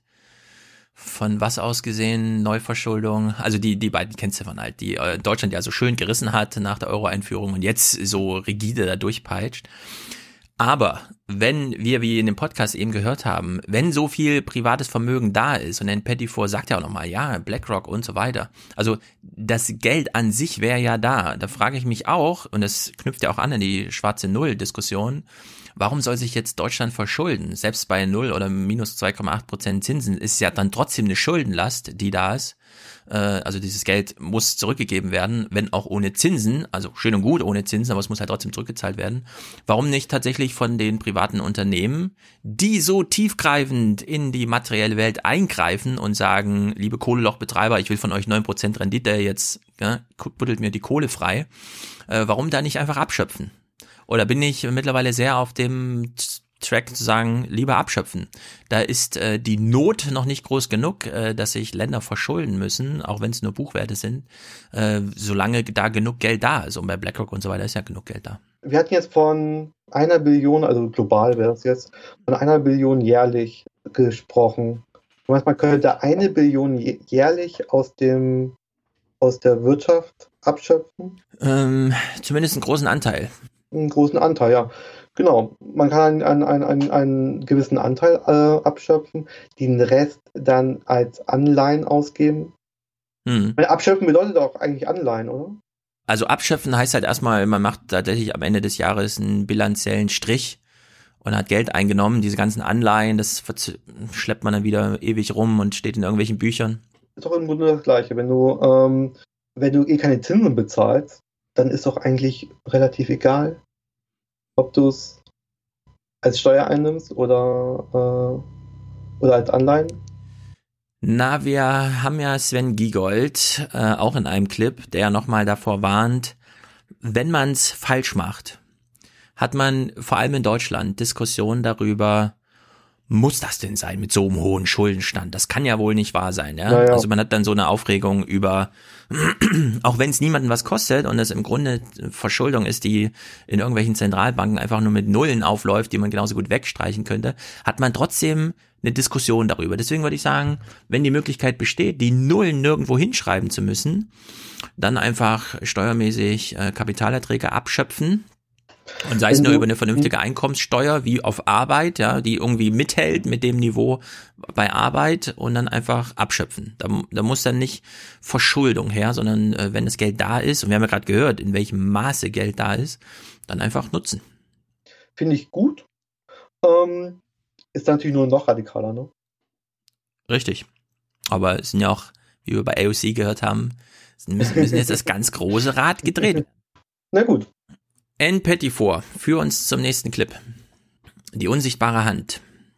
von was aus gesehen, Neuverschuldung, also die die beiden Kennziffern halt, die äh, Deutschland ja so schön gerissen hat nach der Euro-Einführung und jetzt so rigide da durchpeitscht. Aber wenn wir, wie in dem Podcast eben gehört haben, wenn so viel privates Vermögen da ist, und Ann Pettifor sagt ja auch nochmal, ja, BlackRock und so weiter, also das Geld an sich wäre ja da. Da frage ich mich auch, und das knüpft ja auch an an die schwarze Null-Diskussion, warum soll sich jetzt Deutschland verschulden? Selbst bei null oder minus zwei Komma acht Prozent Zinsen ist ja dann trotzdem eine Schuldenlast, die da ist. Also dieses Geld muss zurückgegeben werden, wenn auch ohne Zinsen, also schön und gut ohne Zinsen, aber es muss halt trotzdem zurückgezahlt werden. Warum nicht tatsächlich von den privaten Unternehmen, die so tiefgreifend in die materielle Welt eingreifen und sagen, liebe Kohlelochbetreiber, ich will von euch neun Prozent Rendite, jetzt ja, buddelt mir die Kohle frei, äh, warum da nicht einfach abschöpfen? Oder bin ich mittlerweile sehr auf dem Track zu sagen, lieber abschöpfen. Da ist äh, die Not noch nicht groß genug, äh, dass sich Länder verschulden müssen, auch wenn es nur Buchwerte sind, äh, solange da genug Geld da ist. Und bei BlackRock und so weiter ist ja genug Geld da. Wir hatten jetzt von einer Billion, also global wäre es jetzt, von einer Billion jährlich gesprochen. Du meinst, man könnte eine Billion jährlich aus dem aus der Wirtschaft abschöpfen? Ähm, zumindest einen großen Anteil. Einen großen Anteil, ja. Genau, man kann einen, einen, einen, einen gewissen Anteil äh, abschöpfen, den Rest dann als Anleihen ausgeben. Hm. Weil abschöpfen bedeutet auch eigentlich Anleihen, oder? Also abschöpfen heißt halt erstmal, man macht tatsächlich am Ende des Jahres einen bilanziellen Strich und hat Geld eingenommen. Diese ganzen Anleihen, das schleppt man dann wieder ewig rum und steht in irgendwelchen Büchern. Ist doch im Grunde das Gleiche. Wenn du, ähm, wenn du eh keine Zinsen bezahlst, dann ist doch eigentlich relativ egal, ob du es als Steuer einnimmst oder, äh, oder als Anleihen? Na, wir haben ja Sven Giegold, äh, auch in einem Clip, der nochmal davor warnt, wenn man es falsch macht, hat man vor allem in Deutschland Diskussionen darüber, muss das denn sein mit so einem hohen Schuldenstand? Das kann ja wohl nicht wahr sein. Ja? Naja. Also man hat dann so eine Aufregung über, auch wenn es niemanden was kostet und es im Grunde Verschuldung ist, die in irgendwelchen Zentralbanken einfach nur mit Nullen aufläuft, die man genauso gut wegstreichen könnte, hat man trotzdem eine Diskussion darüber. Deswegen würde ich sagen, wenn die Möglichkeit besteht, die Nullen nirgendwo hinschreiben zu müssen, dann einfach steuermäßig äh, Kapitalerträge abschöpfen. Und sei es nur über eine vernünftige Einkommenssteuer wie auf Arbeit, ja, die irgendwie mithält mit dem Niveau bei Arbeit und dann einfach abschöpfen. Da, da muss dann nicht Verschuldung her, sondern äh, wenn das Geld da ist, und wir haben ja gerade gehört, in welchem Maße Geld da ist, dann einfach nutzen. Finde ich gut. Ähm, ist natürlich nur noch radikaler, ne? Richtig. Aber es sind ja auch, wie wir bei A O C gehört haben, müssen, müssen jetzt das ganz große Rad gedreht werden. Na gut. Ann Pettifor, führ uns zum nächsten Clip. Die unsichtbare Hand.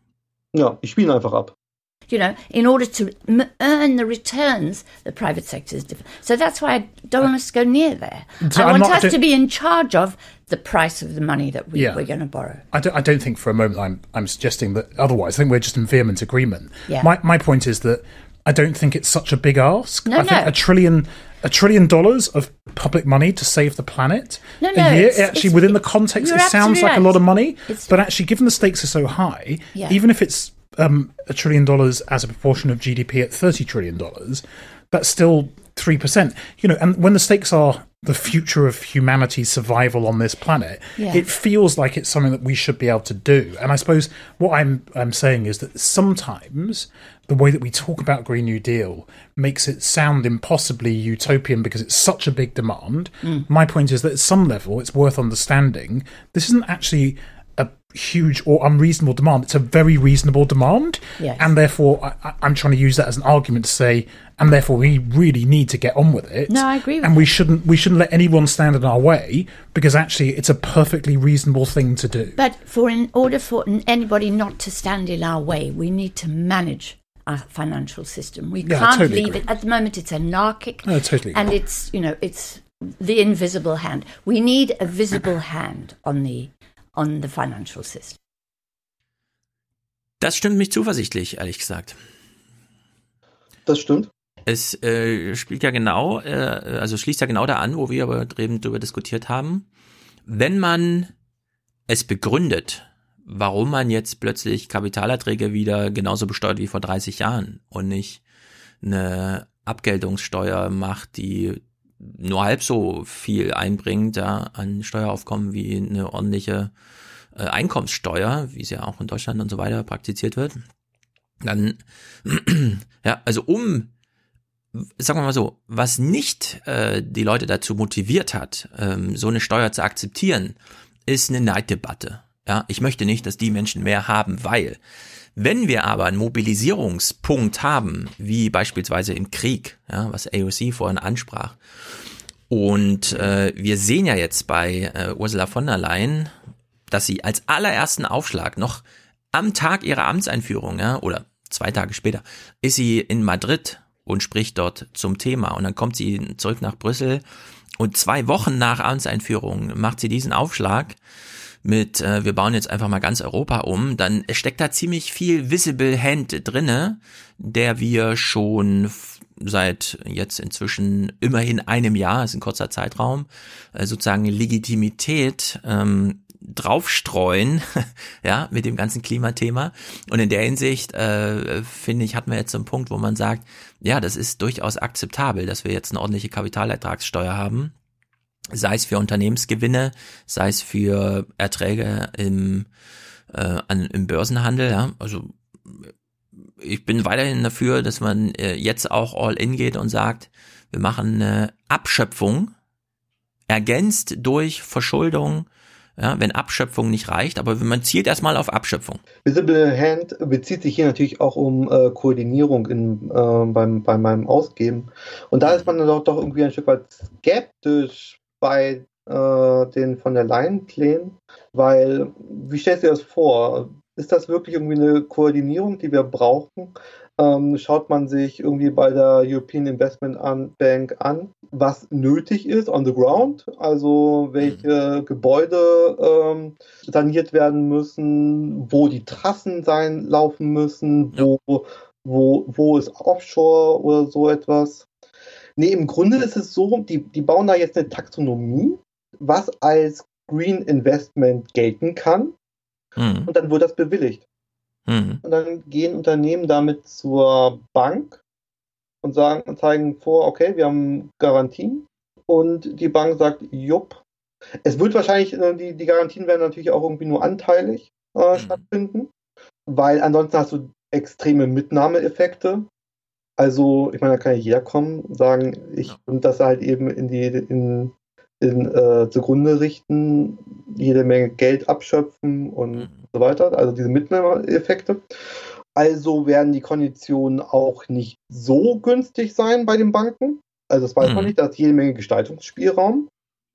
Ja, ich spiele einfach ab. You know, in order to m- earn the returns, the private sector is different. So that's why I don't want us to go near there. So I I'm want not us do- to be in charge of the price of the money that we, Yeah. we're going to borrow. I don't, I don't think for a moment I'm, I'm suggesting that otherwise. I think we're just in vehement agreement. Yeah. My, my point is that I don't think it's such a big ask. No, I think no. a trillion, a trillion dollars of public money to save the planet No, no, a year, it's- actually it's- within the context, you're it sounds absolutely like a right. lot of money, It's- but actually given the stakes are so high, Yeah. even if it's um, a trillion dollars as a proportion of G D P at thirty trillion dollars, that's still three percent. You know, and when the stakes are the future of humanity's survival on this planet, Yeah. it feels like it's something that we should be able to do. And I suppose what I'm I'm saying is that sometimes the way that we talk about Green New Deal makes it sound impossibly utopian because it's such a big demand. Mm. My point is that at some level it's worth understanding this isn't actually a huge or unreasonable demand. It's a very reasonable demand. Yes. And therefore I, I- I'm trying to use that as an argument to say, and therefore we really need to get on with it. No, I agree with And that. we shouldn't we shouldn't let anyone stand in our way because actually it's a perfectly reasonable thing to do. But for in order for anybody not to stand in our way, we need to manage our financial system. We Yeah, I can't totally leave agree. it. At the moment, it's anarchic. No, I totally agree. And it's, you know, it's the invisible hand. We need a visible hand on the on the financial system. Das stimmt mich zuversichtlich, ehrlich gesagt. Das stimmt. Es äh, spielt ja genau, äh, also schließt ja genau da an, wo wir aber eben darüber diskutiert haben. Wenn man es begründet, warum man jetzt plötzlich Kapitalerträge wieder genauso besteuert wie vor dreißig Jahren und nicht eine Abgeltungssteuer macht, die nur halb so viel einbringt, ja, an Steueraufkommen wie eine ordentliche äh, Einkommenssteuer, wie sie ja auch in Deutschland und so weiter praktiziert wird, dann, ja, also um, sagen wir mal so, was nicht äh, die Leute dazu motiviert hat, ähm, so eine Steuer zu akzeptieren, ist eine Neiddebatte. Ja, ich möchte nicht, dass die Menschen mehr haben, weil wenn wir aber einen Mobilisierungspunkt haben, wie beispielsweise im Krieg, ja, was A O C vorhin ansprach, und äh, wir sehen ja jetzt bei äh, Ursula von der Leyen, dass sie als allerersten Aufschlag noch am Tag ihrer Amtseinführung, ja, oder zwei Tage später, ist sie in Madrid und spricht dort zum Thema. Und dann kommt sie zurück nach Brüssel und zwei Wochen nach Amtseinführung macht sie diesen Aufschlag mit, äh, wir bauen jetzt einfach mal ganz Europa um. Dann steckt da ziemlich viel Visible Hand drinne, der wir schon seit jetzt inzwischen immerhin einem Jahr, ist ein kurzer Zeitraum, äh, sozusagen Legitimität ähm, draufstreuen, ja, mit dem ganzen Klimathema. Und in der Hinsicht, äh, finde ich, hatten wir jetzt so einen Punkt, wo man sagt, ja, das ist durchaus akzeptabel, dass wir jetzt eine ordentliche Kapitalertragssteuer haben, sei es für Unternehmensgewinne, sei es für Erträge im, äh, an, im Börsenhandel, ja, also ich bin weiterhin dafür, dass man äh, jetzt auch all in geht und sagt, wir machen eine Abschöpfung, ergänzt durch Verschuldung, ja, wenn Abschöpfung nicht reicht, aber man zielt erstmal auf Abschöpfung. Visible Hand bezieht sich hier natürlich auch um äh, Koordinierung in, äh, beim, bei meinem Ausgeben. Und da ist man dann doch, doch irgendwie ein Stück weit skeptisch bei äh, den von der Leyen-Plänen, weil, wie stellst du dir das vor? Ist das wirklich irgendwie eine Koordinierung, die wir brauchen? Ähm, schaut man sich irgendwie bei der European Investment Bank an, was nötig ist on the ground, also welche mhm. Gebäude ähm, saniert werden müssen, wo die Trassen sein laufen müssen, ja. wo, wo, wo ist Offshore oder so etwas. Nee, im Grunde ist es so, die, die bauen da jetzt eine Taxonomie, was als Green Investment gelten kann, mhm. und dann wird das bewilligt. Mhm. Und dann gehen Unternehmen damit zur Bank und sagen und zeigen vor, okay, wir haben Garantien. Und die Bank sagt, jupp. Es wird wahrscheinlich, die, die Garantien werden natürlich auch irgendwie nur anteilig äh, mhm. stattfinden, weil ansonsten hast du extreme Mitnahmeeffekte. Also, ich meine, da kann ja jeder kommen und sagen, ich ja. und das halt eben in die in, in äh, zugrunde richten, jede Menge Geld abschöpfen und mhm. so weiter, also diese Mitnahmeeffekte. Also werden die Konditionen auch nicht so günstig sein bei den Banken. Also das weiß mhm. man nicht, da ist jede Menge Gestaltungsspielraum.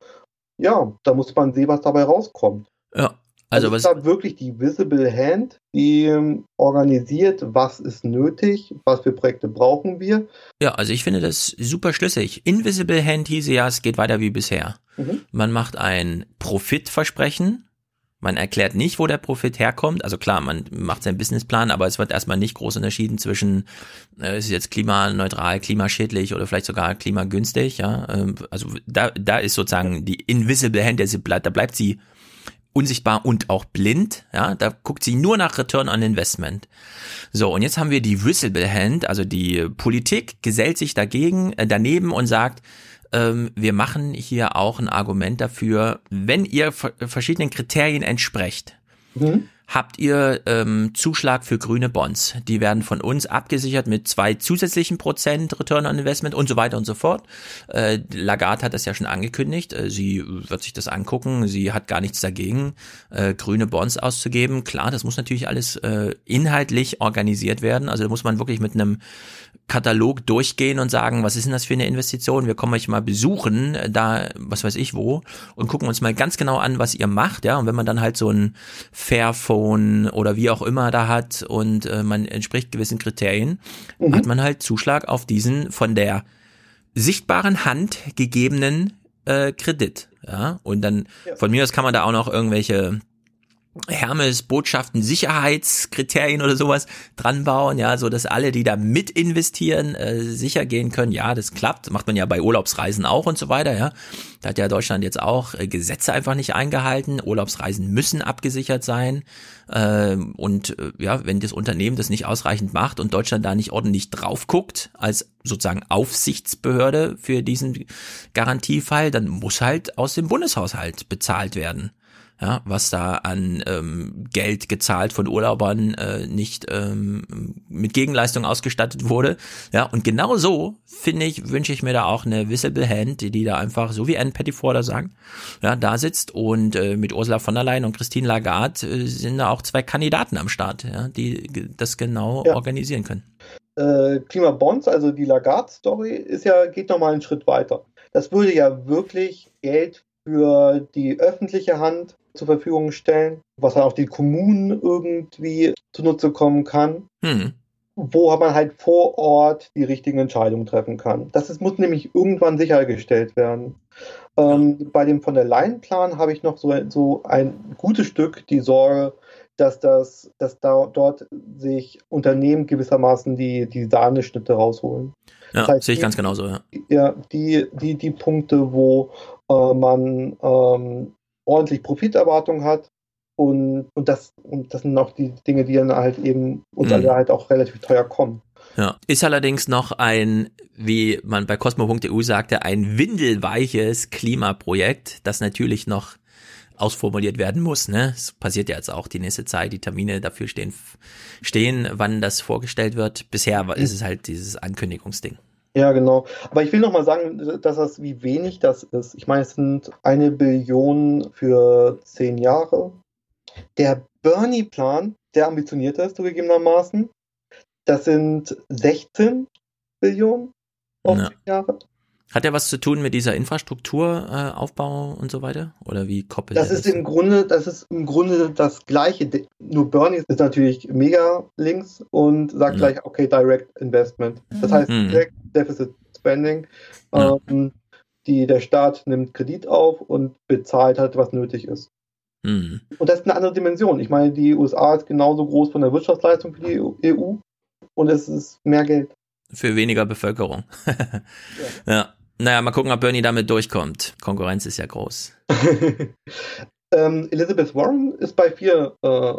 Ja, da muss man sehen, was dabei rauskommt. Ja, also, also was ist da wirklich die Visible Hand, die ähm, organisiert, was ist nötig, was für Projekte brauchen wir. Ja, also ich finde das super schlüssig. Invisible Hand hieße ja, es geht weiter wie bisher. Mhm. Man macht ein Profitversprechen. Man erklärt nicht, wo der Profit herkommt. Also klar, man macht seinen Businessplan, aber es wird erstmal nicht groß unterschieden zwischen, äh, ist es jetzt klimaneutral, klimaschädlich oder vielleicht sogar klimagünstig. Ja, ähm, also da, da ist sozusagen die Invisible Hand, da bleibt sie unsichtbar und auch blind. Ja, da guckt sie nur nach Return on Investment. So, und jetzt haben wir die Visible Hand, also die Politik gesellt sich dagegen, äh, daneben und sagt, Ähm, wir machen hier auch ein Argument dafür, wenn ihr f- verschiedenen Kriterien entsprecht, mhm. habt ihr ähm, Zuschlag für grüne Bonds. Die werden von uns abgesichert mit zwei zusätzlichen Prozent Return on Investment und so weiter und so fort. Äh, Lagarde hat das ja schon angekündigt. Äh, sie wird sich das angucken. Sie hat gar nichts dagegen, äh, grüne Bonds auszugeben. Klar, das muss natürlich alles äh, inhaltlich organisiert werden. Also da muss man wirklich mit einem Katalog durchgehen und sagen, was ist denn das für eine Investition? Wir kommen euch mal besuchen, da, was weiß ich wo, und gucken uns mal ganz genau an, was ihr macht, ja. Und wenn man dann halt so ein Fairphone oder wie auch immer da hat und äh, man entspricht gewissen Kriterien, mhm. hat man halt Zuschlag auf diesen von der sichtbaren Hand gegebenen äh, Kredit, ja. Und dann ja. von mir aus kann man da auch noch irgendwelche Hermes, Botschaften, Sicherheitskriterien oder sowas dran bauen, ja, so dass alle, die da mit investieren, äh, sicher gehen können. Ja, das klappt, das macht man ja bei Urlaubsreisen auch und so weiter, ja. Da hat ja Deutschland jetzt auch äh, Gesetze einfach nicht eingehalten. Urlaubsreisen müssen abgesichert sein. Äh, und äh, ja, wenn das Unternehmen das nicht ausreichend macht und Deutschland da nicht ordentlich drauf guckt, als sozusagen Aufsichtsbehörde für diesen Garantiefall, dann muss halt aus dem Bundeshaushalt bezahlt werden. ja, was da an ähm, Geld gezahlt von Urlaubern äh, nicht ähm, mit Gegenleistung ausgestattet wurde. Ja, und genau so, finde ich, wünsche ich mir da auch eine Visible Hand, die, die da einfach, so wie Anne Pettifor da sagen, ja, da sitzt und äh, mit Ursula von der Leyen und Christine Lagarde äh, sind da auch zwei Kandidaten am Start, ja, die g- das genau Ja. organisieren können. Äh, Klimabonds, also die Lagarde-Story, ist ja, geht nochmal einen Schritt weiter. Das würde ja wirklich Geld für die öffentliche Hand zur Verfügung stellen, was dann auch die Kommunen irgendwie zunutze kommen kann, Hm. wo man halt vor Ort die richtigen Entscheidungen treffen kann. Das ist, muss nämlich irgendwann sichergestellt werden. Ähm, bei dem von der Leyen-Plan habe ich noch so, so ein gutes Stück die Sorge, dass das, dass da dort sich Unternehmen gewissermaßen die, die Sahneschnitte rausholen. Ja, Das heißt, sehe ich die- ganz genauso, ja. Ja, die, die, die Punkte, wo äh, man ähm, ordentlich Profiterwartung hat und, und, das, und das sind auch die Dinge, die dann halt eben uns Mhm. alle halt auch relativ teuer kommen. Ja, ist allerdings noch ein, wie man bei Cosmo Punkt E U sagte, ein windelweiches Klimaprojekt, das natürlich noch ausformuliert werden muss, ne? Es passiert ja jetzt auch die nächste Zeit, die Termine dafür stehen, stehen, wann das vorgestellt wird. Bisher war- ist es halt dieses Ankündigungsding. Ja, genau. Aber ich will noch mal sagen, dass das, wie wenig das ist. Ich meine, es sind eine Billion für zehn Jahre. Der Bernie-Plan, der ambitionierte ist, zugegebenermaßen, das sind sechzehn Billionen auf Ja. zehn Jahre. Hat der was zu tun mit dieser Infrastrukturaufbau äh, Aufbau und so weiter? Oder wie koppelt Das er ist im Grunde, das ist im Grunde das Gleiche. Nur Bernie ist natürlich mega links und sagt Ja. gleich, okay, Direct Investment. Das heißt, Mhm. Direct Deficit Spending. Ja. Ähm, die, der Staat nimmt Kredit auf und bezahlt halt, was nötig ist. Hm. Und das ist eine andere Dimension. Ich meine, die U S A ist genauso groß von der Wirtschaftsleistung wie die E U und es ist mehr Geld. Für weniger Bevölkerung. Ja. Naja, mal gucken, ob Bernie damit durchkommt. Konkurrenz ist ja groß. ähm, Elizabeth Warren ist bei vier äh,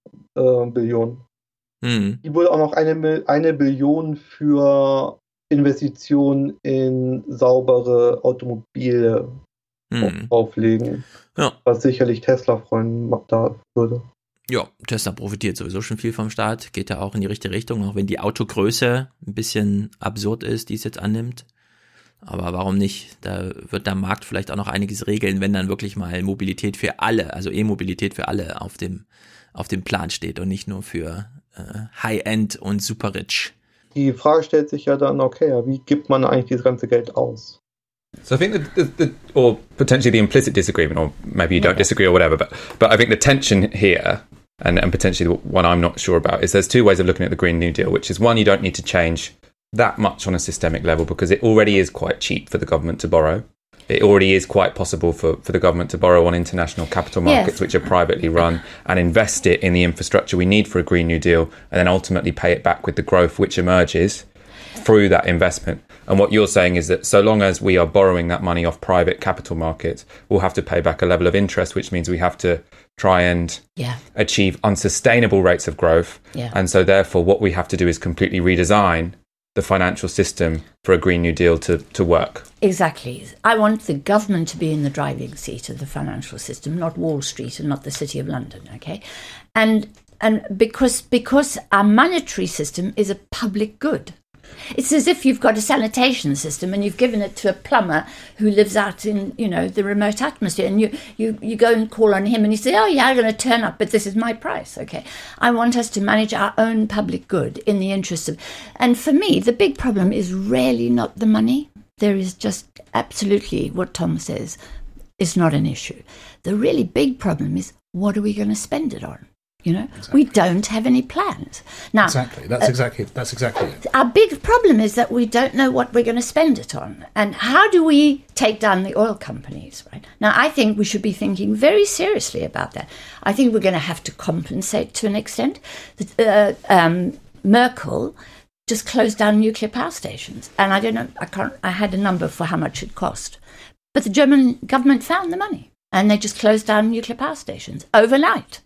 äh, Billionen. Hm. Die würde auch noch eine, Mil- eine Billion für Investitionen in saubere Automobile Hm. auflegen, Ja. was sicherlich Tesla freuen ma- da würde. Ja, Tesla profitiert sowieso schon viel vom Staat, geht ja auch in die richtige Richtung, auch wenn die Autogröße ein bisschen absurd ist, die es jetzt annimmt. Aber warum nicht? Da wird der Markt vielleicht auch noch einiges regeln, wenn dann wirklich mal Mobilität für alle, also E-Mobilität für alle auf dem, auf dem Plan steht und nicht nur für äh, High-End und super rich. Die Frage stellt sich ja dann, okay, ja, wie gibt man eigentlich dieses ganze Geld aus? So I think the, the, the or potentially the implicit disagreement, or maybe you don't disagree or whatever, but but I think the tension here, and, and potentially the one I'm not sure about, is there's two ways of looking at the Green New Deal, which is one, you don't need to change that much on a systemic level because it already is quite cheap for the government to borrow. It already is quite possible for, for the government to borrow on international capital markets, Yes. which are privately run, and invest it in the infrastructure we need for a Green New Deal, and then ultimately pay it back with the growth which emerges through that investment. And what you're saying is that so long as we are borrowing that money off private capital markets, we'll have to pay back a level of interest, which means we have to try and Yeah. achieve unsustainable rates of growth. Yeah. And so therefore what we have to do is completely redesign the financial system for a Green New Deal to, to work. Exactly. I want the government to be in the driving seat of the financial system, not Wall Street and not the City of London, okay? And and because because our monetary system is a public good. It's as if you've got a sanitation system and you've given it to a plumber who lives out in, you know, the remote atmosphere, and you, you, you go and call on him and you say, oh, yeah, I'm going to turn up, but this is my price, okay? I want us to manage our own public good in the interest of... And for me, the big problem is really not the money. There is just absolutely what Tom says is not an issue. The really big problem is, what are we going to spend it on? You know, we don't have any plans. Now, Exactly. That's uh, exactly that's exactly it. our big problem is that we don't know what we're going to spend it on. And how do we take down the oil companies, right? Now, I think we should be thinking very seriously about that. I think we're going to have to compensate to an extent. Uh, um, Merkel just closed down nuclear power stations. And I don't know, I can't, I had a number for how much it cost. But the German government found the money. And they just closed down nuclear power stations overnight.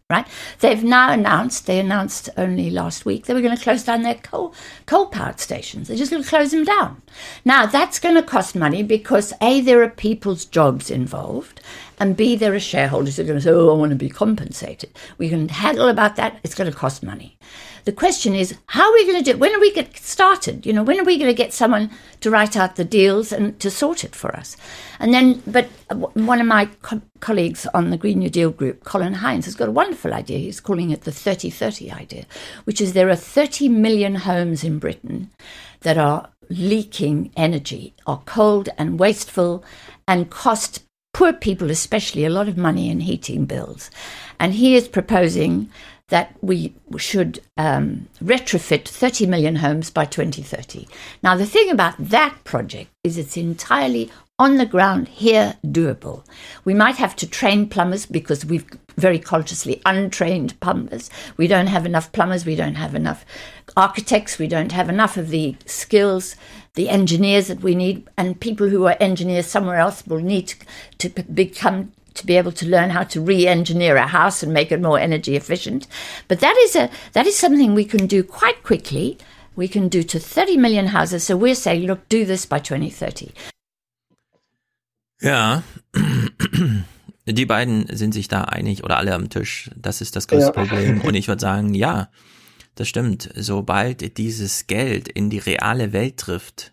right? They've now announced, they announced only last week, they were going to close down their coal, coal-powered stations. They're just going to close them down. Now, that's going to cost money because, A, there are people's jobs involved, and B, there are shareholders who are going to say, oh, I want to be compensated. We can haggle about that. It's going to cost money. The question is, how are we going to do it? When are we get started? You know, when are we going to get someone to write out the deals and to sort it for us? And then, but one of my co- colleagues on the Green New Deal group, Colin Hines, has got a wonderful idea. He's calling it the thirty thirty idea, which is there are thirty million homes in Britain that are leaking energy, are cold and wasteful and cost poor people especially a lot of money in heating bills. And he is proposing that we should um, retrofit thirty million homes by twenty thirty. Now, the thing about that project is it's entirely on the ground here doable. We might have to train plumbers because we've very consciously untrained plumbers. We don't have enough plumbers. We don't have enough architects. We don't have enough of the skills, the engineers that we need. And people who are engineers somewhere else will need to, to become to be able to learn how to re-engineer a house and make it more energy efficient. But that is a that is something we can do quite quickly. We can do to thirty million houses. So we're saying, look, do this by twenty thirty. Ja, die beiden sind sich da einig oder alle am Tisch. Das ist das größte ja. Problem. Und ich würde sagen, ja, das stimmt. Sobald dieses Geld in die reale Welt trifft,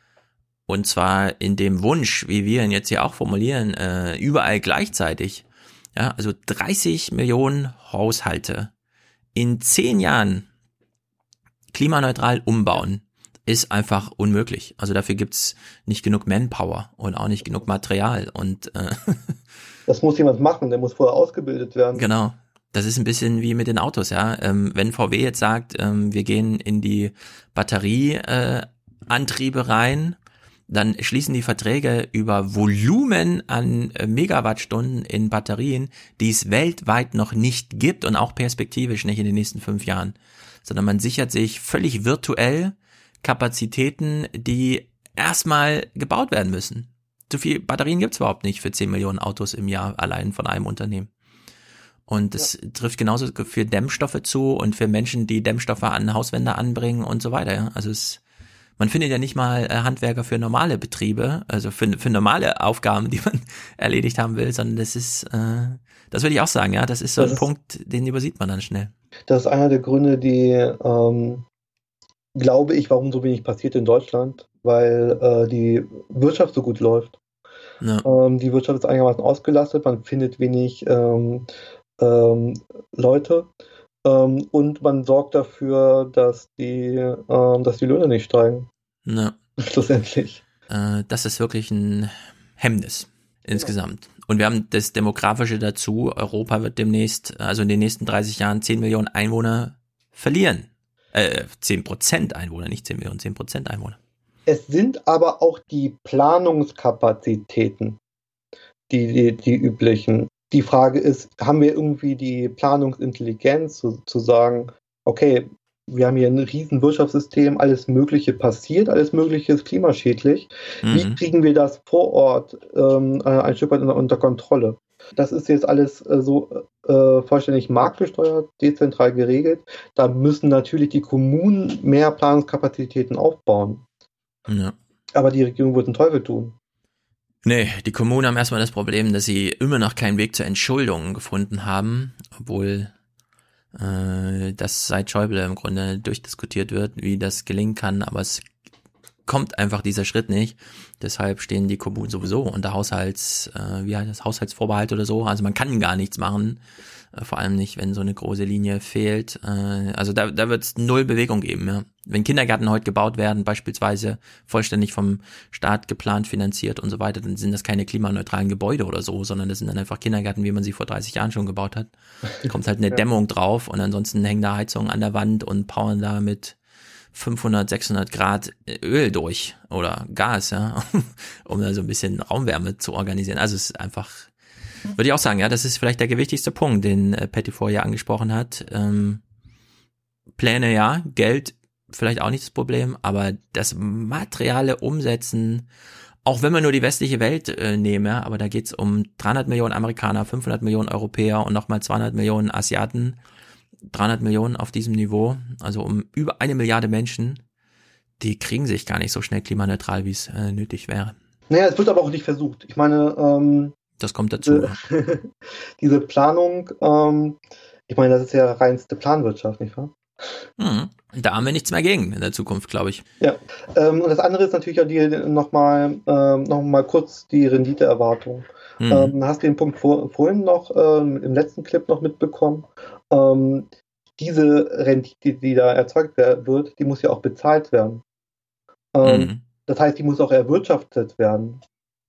und zwar in dem Wunsch, wie wir ihn jetzt hier auch formulieren, äh, überall gleichzeitig. Ja, also dreißig Millionen Haushalte in zehn Jahren klimaneutral umbauen, ist einfach unmöglich. Also dafür gibt's nicht genug Manpower und auch nicht genug Material. Und äh, das muss jemand machen, der muss vorher ausgebildet werden. Genau. Das ist ein bisschen wie mit den Autos, ja. Ähm, wenn V W jetzt sagt, ähm, wir gehen in die Batterieantriebe äh, rein, dann schließen die Verträge über Volumen an Megawattstunden in Batterien, die es weltweit noch nicht gibt und auch perspektivisch nicht in den nächsten fünf Jahren. Sondern man sichert sich völlig virtuell Kapazitäten, die erstmal gebaut werden müssen. So viel Batterien gibt's überhaupt nicht für zehn Millionen Autos im Jahr allein von einem Unternehmen. Und das ja. trifft genauso für Dämmstoffe zu und für Menschen, die Dämmstoffe an Hauswände anbringen und so weiter. Ja. Also es Man findet ja nicht mal Handwerker für normale Betriebe, also für, für normale Aufgaben, die man erledigt haben will, sondern das ist, äh, das würde ich auch sagen, ja, das ist so das ein ist, Punkt, den übersieht man dann schnell. Das ist einer der Gründe, die, ähm, glaube ich, warum so wenig passiert in Deutschland, weil äh, die Wirtschaft so gut läuft. Ja. Ähm, die Wirtschaft ist einigermaßen ausgelastet, man findet wenig ähm, ähm, Leute. Und man sorgt dafür, dass die, ähm, dass die Löhne nicht steigen. Ja. Schlussendlich. Äh, das ist wirklich ein Hemmnis insgesamt. Ja. Und wir haben das Demografische dazu. Europa wird demnächst, also in den nächsten dreißig Jahren, zehn Millionen Einwohner verlieren. Äh, zehn Prozent Einwohner, nicht zehn Millionen, zehn Prozent Einwohner. Es sind aber auch die Planungskapazitäten, die, die, die üblichen. Die Frage ist, haben wir irgendwie die Planungsintelligenz zu, zu sagen, okay, wir haben hier ein riesen Wirtschaftssystem, alles Mögliche passiert, alles Mögliche ist klimaschädlich. Mhm. Wie kriegen wir das vor Ort ähm, ein Stück weit unter, unter Kontrolle? Das ist jetzt alles äh, so äh, vollständig marktgesteuert, dezentral geregelt. Da müssen natürlich die Kommunen mehr Planungskapazitäten aufbauen. Ja. Aber die Regierung wird den Teufel tun. Nee, die Kommunen haben erstmal das Problem, dass sie immer noch keinen Weg zur Entschuldung gefunden haben, obwohl äh, das seit Schäuble im Grunde durchdiskutiert wird, wie das gelingen kann, aber es kommt einfach dieser Schritt nicht. Deshalb stehen die Kommunen sowieso unter Haushalts, äh, wie heißt das, Haushaltsvorbehalt oder so. Also man kann gar nichts machen, äh, vor allem nicht, wenn so eine große Linie fehlt. Äh, also da, da wird es null Bewegung geben, ja. Wenn Kindergärten heute gebaut werden, beispielsweise vollständig vom Staat geplant, finanziert und so weiter, dann sind das keine klimaneutralen Gebäude oder so, sondern das sind dann einfach Kindergärten, wie man sie vor dreißig Jahren schon gebaut hat. Kommt halt eine ja. Dämmung drauf und ansonsten hängen da Heizungen an der Wand und powern da mit fünfhundert, sechshundert Grad Öl durch oder Gas, ja, um da so ein bisschen Raumwärme zu organisieren. Also es ist einfach, würde ich auch sagen, ja, das ist vielleicht der gewichtigste Punkt, den äh, Petitfor ja angesprochen hat. Ähm, Pläne ja, Geld vielleicht auch nicht das Problem, aber das materiale Umsetzen auch wenn man nur die westliche Welt äh, nehme, aber da geht's um dreihundert Millionen Amerikaner, fünfhundert Millionen Europäer und nochmal zweihundert Millionen Asiaten, dreihundert Millionen auf diesem Niveau, also um über eine Milliarde Menschen, die kriegen sich gar nicht so schnell klimaneutral, wie es äh, nötig wäre. Naja, es wird aber auch nicht versucht. Ich meine, ähm, das kommt dazu. Diese, diese Planung, ähm, ich meine, das ist ja reinste Planwirtschaft, nicht wahr? Hm, da haben wir nichts mehr gegen in der Zukunft, glaube ich. Ja, ähm, und das andere ist natürlich auch die nochmal ähm, noch mal kurz die Renditeerwartung. Hm. Ähm, hast du den Punkt vor, vorhin noch ähm, im letzten Clip noch mitbekommen? Ähm, diese Rendite, die da erzeugt wird, die muss ja auch bezahlt werden. Ähm, hm. Das heißt, die muss auch erwirtschaftet werden.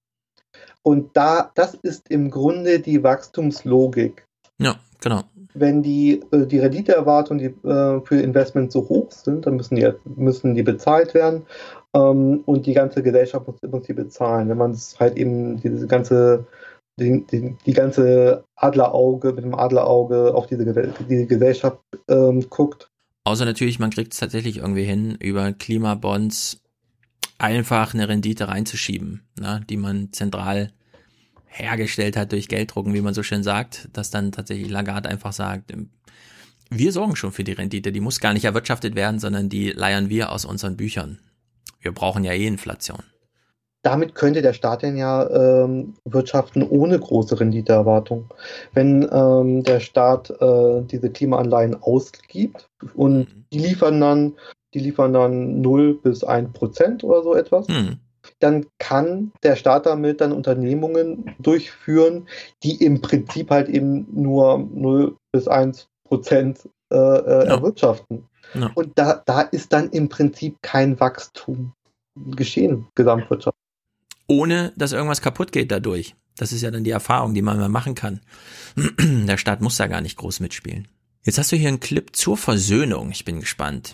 Und da, das ist im Grunde die Wachstumslogik. Ja, genau. Wenn die, die Renditeerwartungen die, äh, für Investments so hoch sind, dann müssen die, müssen die bezahlt werden ähm, und die ganze Gesellschaft muss, muss die bezahlen. Wenn man es halt eben diese ganze, die, die, die ganze Adlerauge, mit dem Adlerauge auf diese, diese Gesellschaft ähm, guckt. Außer natürlich, man kriegt es tatsächlich irgendwie hin, über Klimabonds einfach eine Rendite reinzuschieben, ne, die man zentral hergestellt hat durch Gelddrucken, wie man so schön sagt, dass dann tatsächlich Lagarde einfach sagt, wir sorgen schon für die Rendite, die muss gar nicht erwirtschaftet werden, sondern die leiern wir aus unseren Büchern. Wir brauchen ja eh Inflation. Damit könnte der Staat denn ja ähm, wirtschaften ohne große Renditeerwartung. Wenn ähm, der Staat äh, diese Klimaanleihen ausgibt und die liefern dann die liefern dann null bis ein Prozent oder so etwas, hm. dann kann der Staat damit dann Unternehmungen durchführen, die im Prinzip halt eben nur null bis eins Prozent äh, äh, ja. erwirtschaften. Ja. Und da, da ist dann im Prinzip kein Wachstum geschehen, Gesamtwirtschaft. Ohne, dass irgendwas kaputt geht dadurch. Das ist ja dann die Erfahrung, die man mal machen kann. Der Staat muss da gar nicht groß mitspielen. Jetzt hast du hier einen Clip zur Versöhnung. Ich bin gespannt.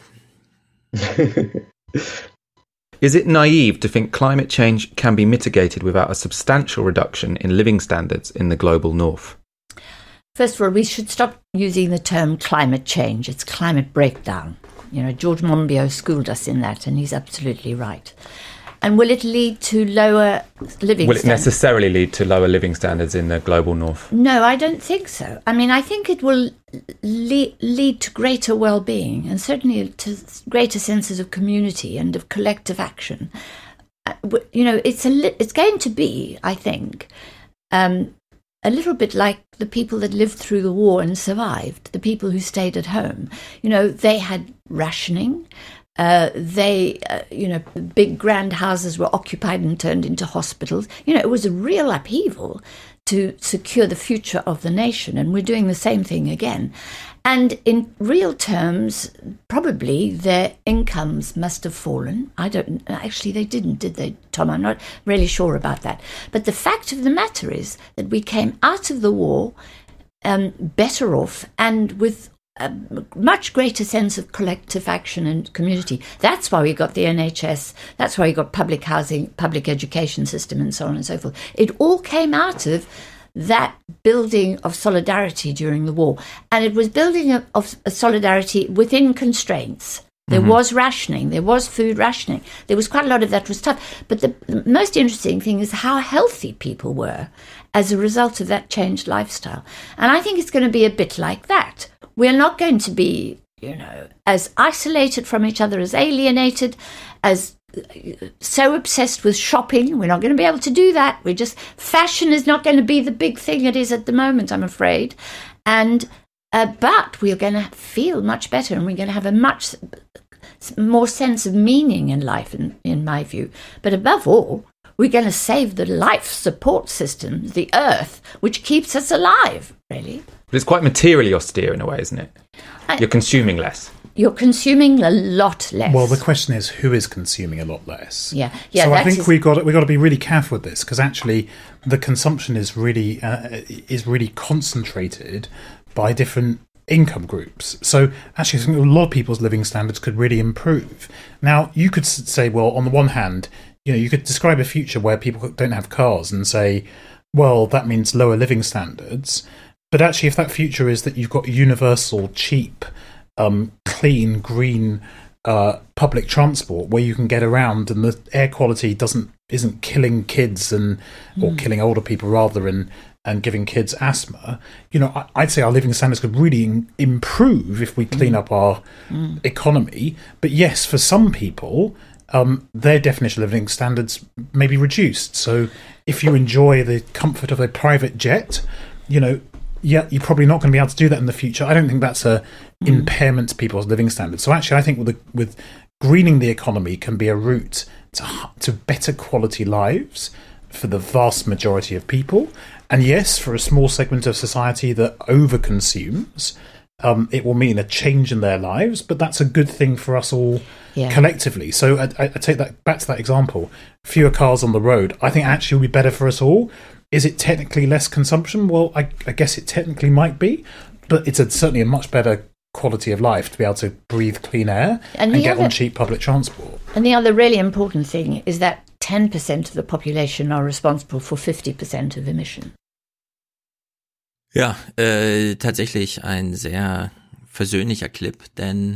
Is it naive to think climate change can be mitigated without a substantial reduction in living standards in the global north? First of all, we should stop using the term climate change. It's climate breakdown. You know, George Monbiot schooled us in that, and he's absolutely right. And will it lead to lower living Will it standards? necessarily lead to lower living standards in the global north? No, I don't think so. I mean, I think it will le- lead to greater well-being and certainly to greater senses of community and of collective action. You know, it's a li- it's going to be, I think, um, a little bit like the people that lived through the war and survived, the people who stayed at home. You know, they had rationing. Uh, they, uh, you know, big grand houses were occupied and turned into hospitals. You know, it was a real upheaval to secure the future of the nation, and we're doing the same thing again. And in real terms, probably their incomes must have fallen. I don't, actually they didn't, did they, Tom? I'm not really sure about that. But the fact of the matter is that we came out of the war um, better off and with a much greater sense of collective action and community. That's why we got the N H S. That's why we got public housing, public education system, and so on and so forth. It all came out of that building of solidarity during the war. And it was building of, of solidarity within constraints. There mm-hmm. was rationing. There was food rationing. There was quite a lot of that was tough. But the, the most interesting thing is how healthy people were as a result of that changed lifestyle. And I think it's going to be a bit like that. We're not going to be, you know, as isolated from each other, as alienated, as so obsessed with shopping. We're not going to be able to do that. We're just, fashion is not going to be the big thing it is at the moment, I'm afraid. And, uh, but we're going to feel much better, and we're going to have a much more sense of meaning in life, in, in my view. But above all, we're going to save the life support system, the earth, which keeps us alive, really. But it's quite materially austere in a way, isn't it? You're consuming less. You're consuming a lot less. Well, the question is, who is consuming a lot less? Yeah, yeah. So I think is... we've got we've got to be really careful with this, because actually the consumption is really uh, is really concentrated by different income groups. So actually, I think a lot of people's living standards could really improve. Now, you could say, well, on the one hand, you know, you could describe a future where people don't have cars and say, well, that means lower living standards. But actually, if that future is that you've got universal, cheap, um, clean, green uh, public transport where you can get around and the air quality doesn't isn't killing kids and or mm. killing older people rather and and giving kids asthma, you know, I, I'd say our living standards could really in, improve if we clean mm. up our mm. economy. But yes, for some people, um, their definition of living standards may be reduced. So if you enjoy the comfort of a private jet, you know, yeah, you're probably not going to be able to do that in the future. I don't think that's a mm. impairment to people's living standards. So actually, I think with the, with greening the economy can be a route to to better quality lives for the vast majority of people. And yes, for a small segment of society that overconsumes, um, it will mean a change in their lives, but that's a good thing for us all yeah. collectively. So I, I take that back to that example, fewer cars on the road. I think actually will be better for us all. Is it technically less consumption? Well, I, I guess it technically might be, but it's a, certainly a much better quality of life to be able to breathe clean air and, and get other, on cheap public transport. And the other really important thing is that ten percent of the population are responsible for fifty percent of emission. Ja, äh, tatsächlich ein sehr versöhnlicher Clip, denn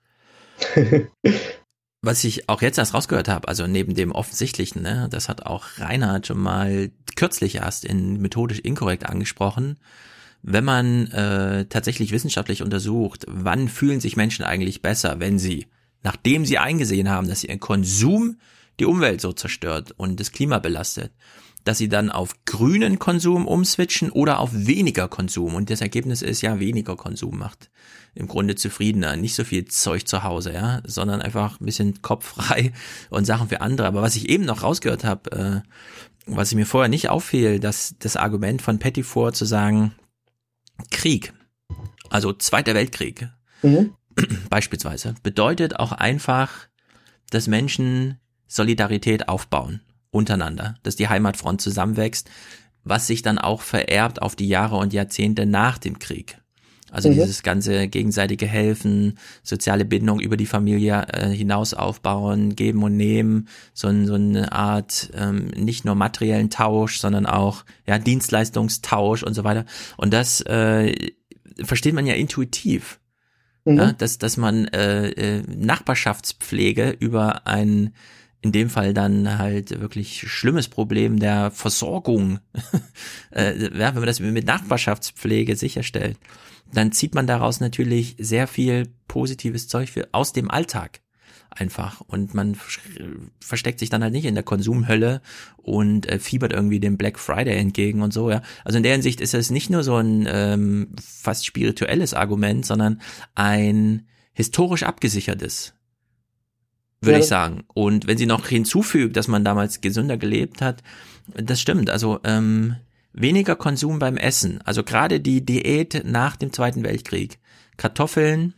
was ich auch jetzt erst rausgehört habe, also neben dem Offensichtlichen, ne, das hat auch Reinhard schon mal kürzlich erst in methodisch inkorrekt angesprochen, wenn man äh, tatsächlich wissenschaftlich untersucht, wann fühlen sich Menschen eigentlich besser, wenn sie, nachdem sie eingesehen haben, dass ihr Konsum die Umwelt so zerstört und das Klima belastet, dass sie dann auf grünen Konsum umswitchen oder auf weniger Konsum. Und das Ergebnis ist ja, weniger Konsum macht im Grunde zufriedener. Nicht so viel Zeug zu Hause, ja, sondern einfach ein bisschen kopffrei und Sachen für andere. Aber was ich eben noch rausgehört habe, äh, was mir vorher nicht auffiel, dass das Argument von Pettiford zu sagen, Krieg, also Zweiter Weltkrieg, mhm. beispielsweise, bedeutet auch einfach, dass Menschen Solidarität aufbauen untereinander, dass die Heimatfront zusammenwächst, was sich dann auch vererbt auf die Jahre und Jahrzehnte nach dem Krieg. Also mhm. dieses ganze gegenseitige Helfen, soziale Bindung über die Familie äh, hinaus aufbauen, geben und nehmen, so, ein, so eine Art ähm, nicht nur materiellen Tausch, sondern auch ja Dienstleistungstausch und so weiter. Und das äh, versteht man ja intuitiv, mhm. ja, dass dass man äh, äh, Nachbarschaftspflege über ein in dem Fall dann halt wirklich schlimmes Problem der Versorgung, äh, ja, wenn man das mit Nachbarschaftspflege sicherstellt, dann zieht man daraus natürlich sehr viel positives Zeug für, aus dem Alltag einfach und man versteckt sich dann halt nicht in der Konsumhölle und äh, fiebert irgendwie dem Black Friday entgegen und so, ja. Also in der Hinsicht ist es nicht nur so ein ähm, fast spirituelles Argument, sondern ein historisch abgesichertes, würde ja. ich sagen. Und wenn sie noch hinzufügt, dass man damals gesünder gelebt hat, das stimmt. Also ähm, weniger Konsum beim Essen. Also gerade die Diät nach dem Zweiten Weltkrieg. Kartoffeln,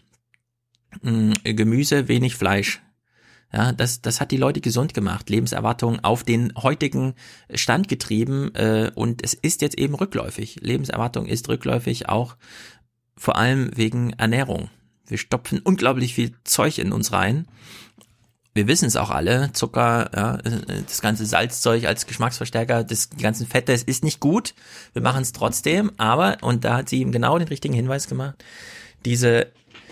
mh, Gemüse, wenig Fleisch. Ja, das das hat die Leute gesund gemacht. Lebenserwartung auf den heutigen Stand getrieben äh, und es ist jetzt eben rückläufig. Lebenserwartung ist rückläufig, auch vor allem wegen Ernährung. Wir stopfen unglaublich viel Zeug in uns rein. Wir wissen es auch alle, Zucker, ja, das ganze Salzzeug als Geschmacksverstärker, das, die ganzen Fette, es ist nicht gut, wir machen es trotzdem, aber, und da hat sie ihm genau den richtigen Hinweis gemacht, diese,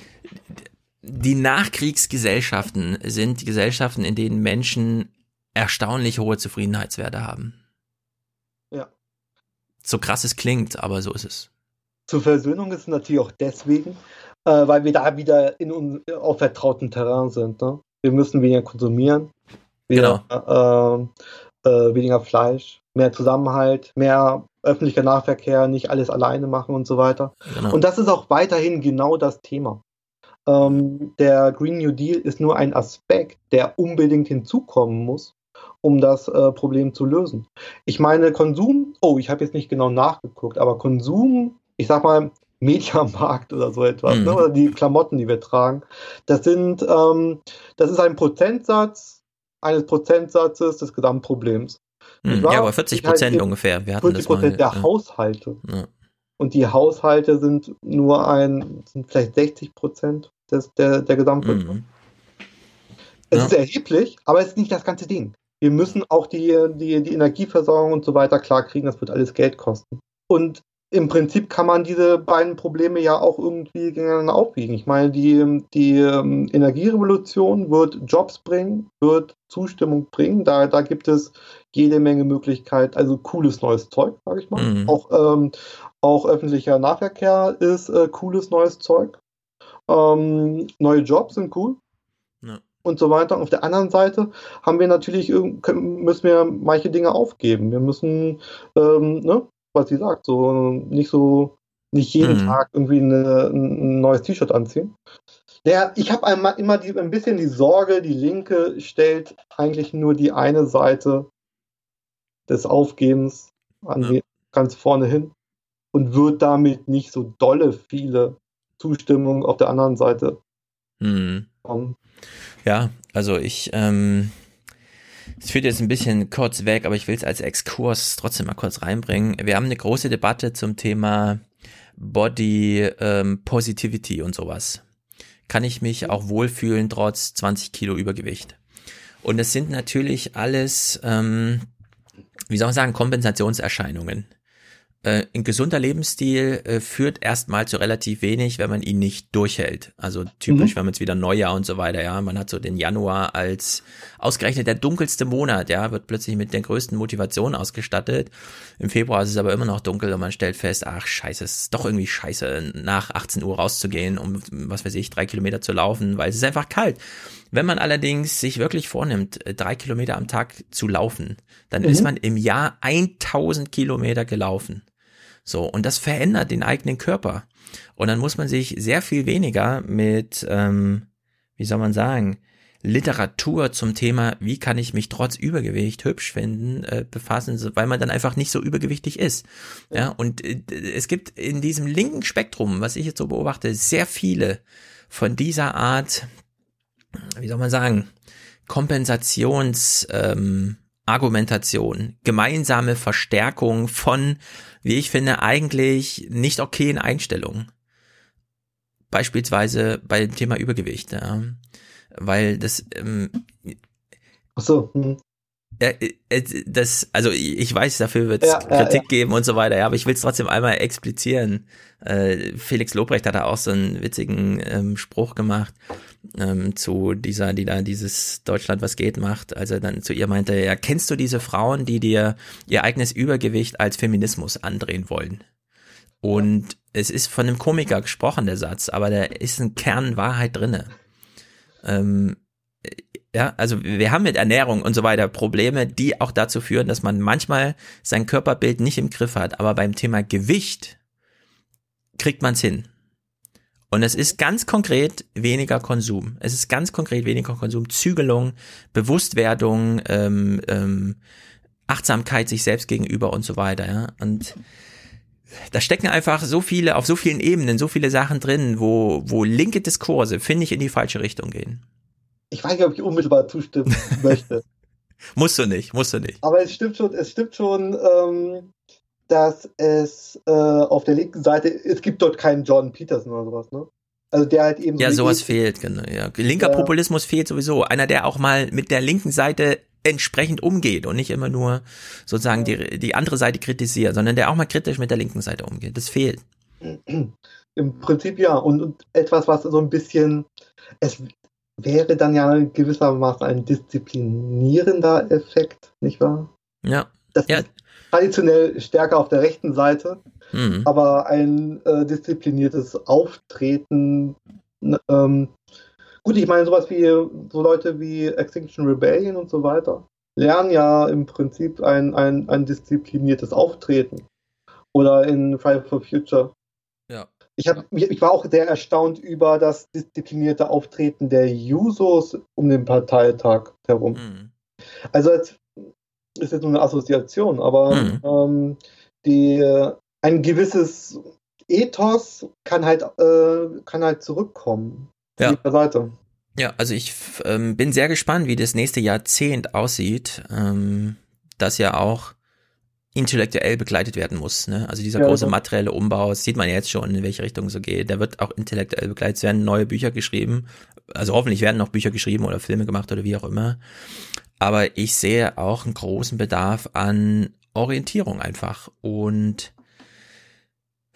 die Nachkriegsgesellschaften sind Gesellschaften, in denen Menschen erstaunlich hohe Zufriedenheitswerte haben. Ja. So krass es klingt, aber so ist es. Zur Versöhnung ist es natürlich auch deswegen, äh, weil wir da wieder in, auf vertrautem Terrain sind, ne? Wir müssen weniger konsumieren, weniger, genau. äh, äh, weniger Fleisch, mehr Zusammenhalt, mehr öffentlicher Nahverkehr, nicht alles alleine machen und so weiter. Genau. Und das ist auch weiterhin genau das Thema. Ähm, der Green New Deal ist nur ein Aspekt, der unbedingt hinzukommen muss, um das äh, Problem zu lösen. Ich meine, Konsum, oh, ich habe jetzt nicht genau nachgeguckt, aber Konsum, ich sag mal, Mediamarkt oder so etwas, mhm. ne? Oder die Klamotten, die wir tragen. Das sind, ähm, das ist ein Prozentsatz eines Prozentsatzes des Gesamtproblems. Mhm. Ja, aber vierzig Prozent halt ungefähr. Wir hatten vierzig Prozent das mal, der ja. Haushalte. Ja. Und die Haushalte sind nur ein, sind vielleicht sechzig Prozent des, der, der Gesamtwirtschaft. Mhm. Es ja. ist erheblich, aber es ist nicht das ganze Ding. Wir müssen auch die, die, die Energieversorgung und so weiter klar kriegen, das wird alles Geld kosten. Und im Prinzip kann man diese beiden Probleme ja auch irgendwie gegeneinander aufwiegen. Ich meine, die, die ähm, Energierevolution wird Jobs bringen, wird Zustimmung bringen. Da, da gibt es jede Menge Möglichkeiten, also cooles neues Zeug, sage ich mal. Mhm. Auch, ähm, auch öffentlicher Nahverkehr ist äh, cooles neues Zeug. Ähm, neue Jobs sind cool. Ja. Und so weiter. Auf der anderen Seite haben wir natürlich, müssen wir manche Dinge aufgeben. Wir müssen, ähm, ne, was sie sagt, so nicht so, nicht jeden mhm. Tag irgendwie eine, ein neues T-Shirt anziehen. Ja, ich habe immer die, ein bisschen die Sorge, die Linke stellt eigentlich nur die eine Seite des Aufgebens an ja. die, ganz vorne hin und wird damit nicht so dolle viele Zustimmung auf der anderen Seite. Mhm. Um, ja, also ich, ähm, es führt jetzt ein bisschen kurz weg, aber ich will es als Exkurs trotzdem mal kurz reinbringen. Wir haben eine große Debatte zum Thema Body ähm, Positivity und sowas. Kann ich mich auch wohlfühlen trotz zwanzig Kilo Übergewicht? Und es sind natürlich alles, ähm, wie soll man sagen, Kompensationserscheinungen. Äh, ein gesunder Lebensstil äh, führt erstmal zu relativ wenig, wenn man ihn nicht durchhält. Also typisch, mhm. wenn man jetzt wieder Neujahr und so weiter, ja, man hat so den Januar als ausgerechnet der dunkelste Monat, ja, wird plötzlich mit der größten Motivation ausgestattet. Im Februar ist es aber immer noch dunkel und man stellt fest, ach scheiße, es ist doch irgendwie scheiße, nach achtzehn Uhr rauszugehen, um, was weiß ich, drei Kilometer zu laufen, weil es ist einfach kalt. Wenn man allerdings sich wirklich vornimmt, drei Kilometer am Tag zu laufen, dann mhm. ist man im Jahr tausend Kilometer gelaufen. So, und das verändert den eigenen Körper. Und dann muss man sich sehr viel weniger mit, ähm, wie soll man sagen, Literatur zum Thema, wie kann ich mich trotz Übergewicht hübsch finden, äh, befassen, weil man dann einfach nicht so übergewichtig ist. Ja, und äh, es gibt in diesem linken Spektrum, was ich jetzt so beobachte, sehr viele von dieser Art, wie soll man sagen, Kompensations, ähm, Argumentation, gemeinsame Verstärkung von, wie ich finde, eigentlich nicht okayen Einstellungen. Beispielsweise bei dem Thema Übergewicht, ja. Weil das, ähm, ach so, hm. Ja, das, also ich weiß, dafür wird es ja, Kritik ja, ja. geben und so weiter, ja, aber ich will es trotzdem einmal explizieren. Äh, Felix Lobrecht hat da auch so einen witzigen ähm, Spruch gemacht ähm, zu dieser, die da dieses Deutschland was geht macht, als er dann zu ihr meinte, ja, kennst du diese Frauen, die dir ihr eigenes Übergewicht als Feminismus andrehen wollen? Und es ist von einem Komiker gesprochen, der Satz, aber da ist ein Kern Wahrheit drinne. Ähm, Ja, also wir haben mit Ernährung und so weiter Probleme, die auch dazu führen, dass man manchmal sein Körperbild nicht im Griff hat. Aber beim Thema Gewicht kriegt man es hin. Und es ist ganz konkret weniger Konsum. Es ist ganz konkret weniger Konsum, Zügelung, Bewusstwerdung, ähm, ähm, Achtsamkeit sich selbst gegenüber und so weiter. Ja. Und da stecken einfach so viele, auf so vielen Ebenen, so viele Sachen drin, wo, wo linke Diskurse, finde ich, in die falsche Richtung gehen. Ich weiß nicht, ob ich unmittelbar zustimmen möchte. Musst du nicht, musst du nicht. Aber es stimmt schon, es stimmt schon, ähm, dass es äh, auf der linken Seite, es gibt dort keinen Jordan Peterson oder sowas, ne? Also der halt eben ja, so sowas fehlt, genau. Ja. Linker ja. Populismus fehlt sowieso. Einer, der auch mal mit der linken Seite entsprechend umgeht und nicht immer nur sozusagen die, die andere Seite kritisiert, sondern der auch mal kritisch mit der linken Seite umgeht. Das fehlt. Im Prinzip ja. Und, und etwas, was so ein bisschen, es wäre dann ja gewissermaßen ein disziplinierender Effekt, nicht wahr? Ja. Das ja. ist traditionell stärker auf der rechten Seite, mhm. aber ein äh, diszipliniertes Auftreten, ähm, gut, ich meine, sowas wie so Leute wie Extinction Rebellion und so weiter lernen ja im Prinzip ein, ein, ein diszipliniertes Auftreten. Oder in Friday for Future. Ja. Ich, hab, ich war auch sehr erstaunt über das disziplinierte Auftreten der Jusos um den Parteitag herum. Mhm. Also es ist jetzt nur eine Assoziation, aber mhm. ähm, die, ein gewisses Ethos kann halt, äh, kann halt zurückkommen. Ja. Auf der Seite. Ja, also ich ähm, bin sehr gespannt, wie das nächste Jahrzehnt aussieht, ähm, das ja auch intellektuell begleitet werden muss. Ne? Also dieser ja, große materielle Umbau, das sieht man ja jetzt schon, in welche Richtung so geht. Der wird auch intellektuell begleitet. Es werden neue Bücher geschrieben. Also hoffentlich werden noch Bücher geschrieben oder Filme gemacht oder wie auch immer. Aber ich sehe auch einen großen Bedarf an Orientierung einfach. Und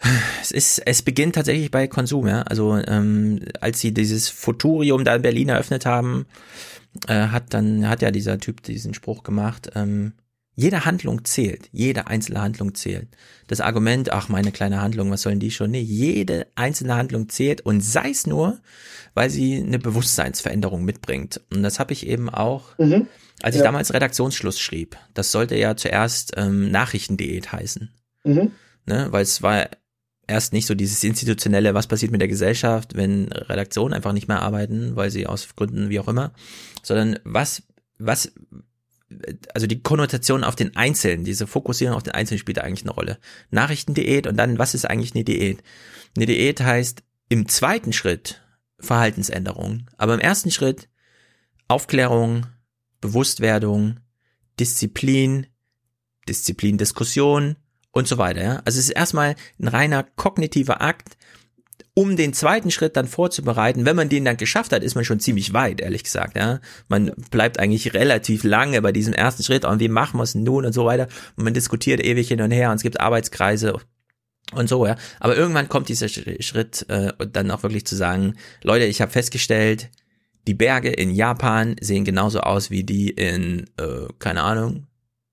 Es ist, es beginnt tatsächlich bei Konsum, ja. Also ähm, als sie dieses Futurium da in Berlin eröffnet haben, äh, hat dann hat ja dieser Typ diesen Spruch gemacht: ähm, Jede Handlung zählt, jede einzelne Handlung zählt. Das Argument, ach meine kleine Handlung, was sollen die schon? Nee, jede einzelne Handlung zählt und sei es nur, weil sie eine Bewusstseinsveränderung mitbringt. Und das habe ich eben auch, mhm. als ich ja. damals Redaktionsschluss schrieb. Das sollte ja zuerst ähm, Nachrichtendiät heißen, mhm. ne, weil es war erst nicht so dieses institutionelle, was passiert mit der Gesellschaft, wenn Redaktionen einfach nicht mehr arbeiten, weil sie aus Gründen wie auch immer, sondern was, was, also die Konnotation auf den Einzelnen, diese Fokussierung auf den Einzelnen spielt eigentlich eine Rolle. Nachrichtendiät und dann, was ist eigentlich eine Diät? Eine Diät heißt im zweiten Schritt Verhaltensänderung, aber im ersten Schritt Aufklärung, Bewusstwerdung, Disziplin, Disziplindiskussion und so weiter. Ja? Also es ist erstmal ein reiner kognitiver Akt, um den zweiten Schritt dann vorzubereiten. Wenn man den dann geschafft hat, ist man schon ziemlich weit, ehrlich gesagt. Ja, man bleibt eigentlich relativ lange bei diesem ersten Schritt. Und wie machen wir es nun und so weiter. Und man diskutiert ewig hin und her und es gibt Arbeitskreise und so. Ja, aber irgendwann kommt dieser Schritt äh, dann auch wirklich zu sagen: Leute, ich habe festgestellt, die Berge in Japan sehen genauso aus wie die in äh, keine Ahnung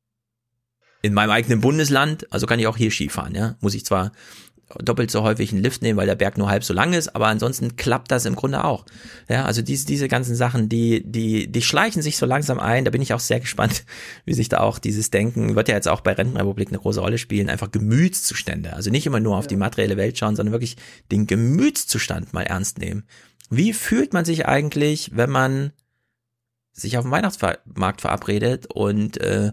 in meinem eigenen Bundesland. Also kann ich auch hier Skifahren. Ja, muss ich zwar doppelt so häufig einen Lift nehmen, weil der Berg nur halb so lang ist, aber ansonsten klappt das im Grunde auch. Ja, also diese diese ganzen Sachen, die die die schleichen sich so langsam ein. Da bin ich auch sehr gespannt, wie sich da auch dieses Denken, wird ja jetzt auch bei Rentenrepublik eine große Rolle spielen, einfach Gemütszustände. Also nicht immer nur auf ja. die materielle Welt schauen, sondern wirklich den Gemütszustand mal ernst nehmen. Wie fühlt man sich eigentlich, wenn man sich auf dem Weihnachtsmarkt verabredet und äh,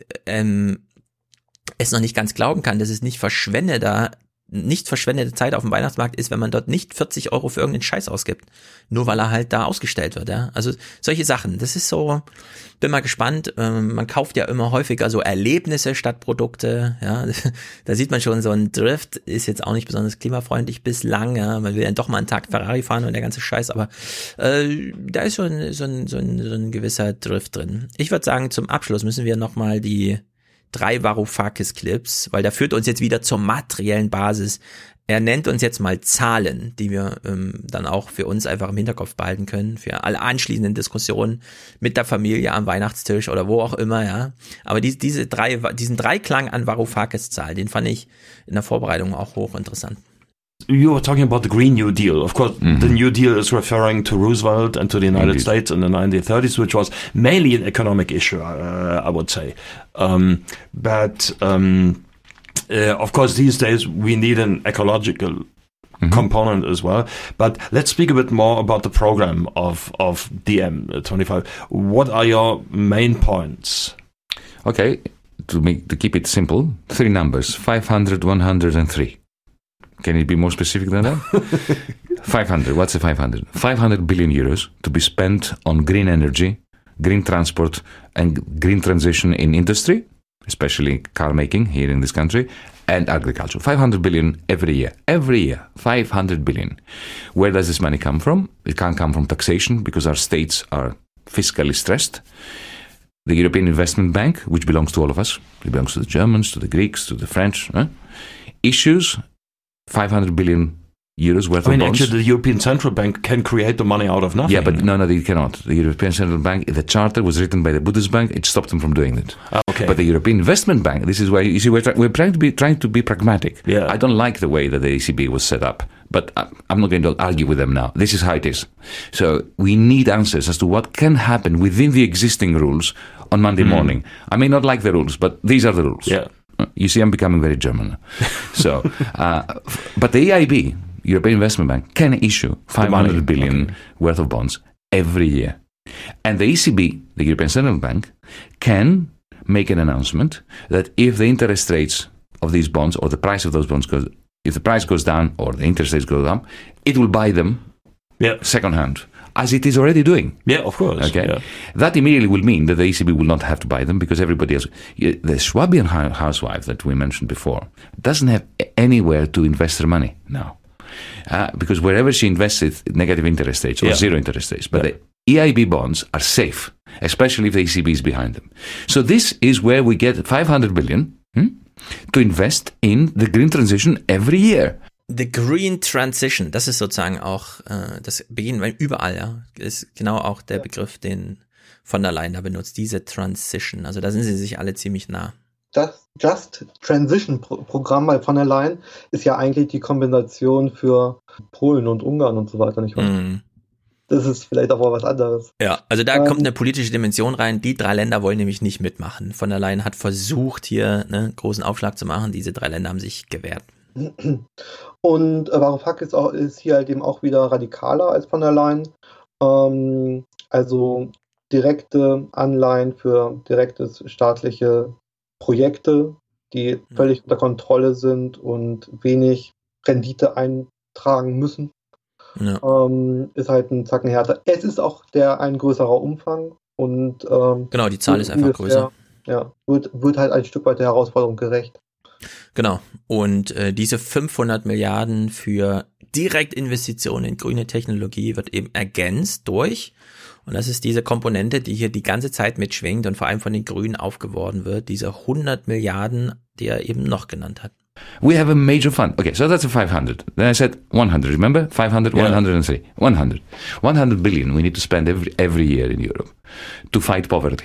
ähm, es noch nicht ganz glauben kann, dass es nicht verschwendeter nicht verschwendete Zeit auf dem Weihnachtsmarkt ist, wenn man dort nicht vierzig Euro für irgendeinen Scheiß ausgibt. Nur weil er halt da ausgestellt wird, ja. Also solche Sachen, das ist so, bin mal gespannt, ähm, man kauft ja immer häufiger so Erlebnisse statt Produkte, ja. Da sieht man schon, so ein Drift ist jetzt auch nicht besonders klimafreundlich bislang, ja. Man will dann doch mal einen Tag Ferrari fahren und der ganze Scheiß, aber äh, da ist schon so ein, so ein, so ein gewisser Drift drin. Ich würde sagen, zum Abschluss müssen wir nochmal die drei Varoufakis-Clips, weil da führt uns jetzt wieder zur materiellen Basis. Er nennt uns jetzt mal Zahlen, die wir ähm, dann auch für uns einfach im Hinterkopf behalten können, für alle anschließenden Diskussionen mit der Familie am Weihnachtstisch oder wo auch immer, ja. Aber die, diese drei, diesen Dreiklang an Varoufakis-Zahlen, den fand ich in der Vorbereitung auch hochinteressant. You were talking about the Green New Deal. Of course, mm-hmm. the New Deal is referring to Roosevelt and to the United Indeed. States in the nineteen thirties, which was mainly an economic issue, uh, I would say. Um, but, um, uh, of course, these days we need an ecological mm-hmm. component as well. But let's speak a bit more about the program of, of D M twenty-five. What are your main points? Okay, to make, to keep it simple, three numbers, five hundred, one hundred and three. Can it be more specific than that? five hundred. What's the five hundred? five hundred billion euros to be spent on green energy, green transport, and green transition in industry, especially car making here in this country, and agriculture. five hundred billion every year. Every year. five hundred billion. Where does this money come from? It can't come from taxation because our states are fiscally stressed. The European Investment Bank, which belongs to all of us, it belongs to the Germans, to the Greeks, to the French, eh? issues five hundred billion euros worth I mean, of bonds. Actually, the European Central Bank can create the money out of nothing. Yeah, but no, no, they cannot. The European Central Bank, the charter was written by the Bundesbank. It stopped them from doing it. Ah, okay. But the European Investment Bank, this is why you see we're, try, we're trying to be trying to be pragmatic. Yeah. I don't like the way that the E C B was set up, but I'm not going to argue with them now. This is how it is. So we need answers as to what can happen within the existing rules on Monday mm. morning. I may not like the rules, but these are the rules. Yeah. You see, I'm becoming very German. So, uh, but the E I B, European Investment Bank, can issue five hundred billion okay. worth of bonds every year. And the E C B, the European Central Bank, can make an announcement that if the interest rates of these bonds or the price of those bonds goes, if the price goes down or the interest rates go up, it will buy them yeah. second hand. As it is already doing. Yeah, of course. Okay, yeah. That immediately will mean that the E C B will not have to buy them because everybody else. The Schwabian housewife that we mentioned before doesn't have anywhere to invest her money now, uh, because wherever she invests it, negative interest rates or yeah. zero interest rates. But yeah. the E I B bonds are safe, especially if the E C B is behind them. So this is where we get five hundred billion. Hmm? to invest in the green transition every year. The Green Transition, das ist sozusagen auch, äh, das beginnt überall, ja, ist genau auch der Begriff, den von der Leyen da benutzt, diese Transition, also da sind sie sich alle ziemlich nah. Das Just Transition Programm bei von der Leyen ist ja eigentlich die Kombination für Polen und Ungarn und so weiter, nicht wahr? Mm. Das ist vielleicht auch mal was anderes. Ja, also da ähm, kommt eine politische Dimension rein. Die drei Länder wollen nämlich nicht mitmachen. Von der Leyen hat versucht, hier einen großen Aufschlag zu machen. Diese drei Länder haben sich gewehrt. Und äh, Varoufakis ist, auch, ist hier halt eben auch wieder radikaler als von der Leyen. Ähm, also direkte Anleihen für direktes staatliche Projekte, die mhm. völlig unter Kontrolle sind und wenig Rendite eintragen müssen. Ja. Ähm, ist halt ein Zacken härter. Es ist auch der ein größerer Umfang und ähm, genau, die Zahl ist einfach ungefähr, größer. Ja, wird, wird halt ein Stück weit der Herausforderung gerecht. Genau. Und äh, diese fünfhundert Milliarden für Direktinvestitionen in grüne Technologie wird eben ergänzt durch, und das ist diese Komponente, die hier die ganze Zeit mitschwingt und vor allem von den Grünen aufgeworfen wird, diese hundert Milliarden, die er eben noch genannt hat. We have a major fund. Okay, so that's a five hundred. Then I said one hundred, remember? five hundred, yeah. one hundred three. one hundred. one hundred billion we need to spend every, every year in Europe to fight poverty.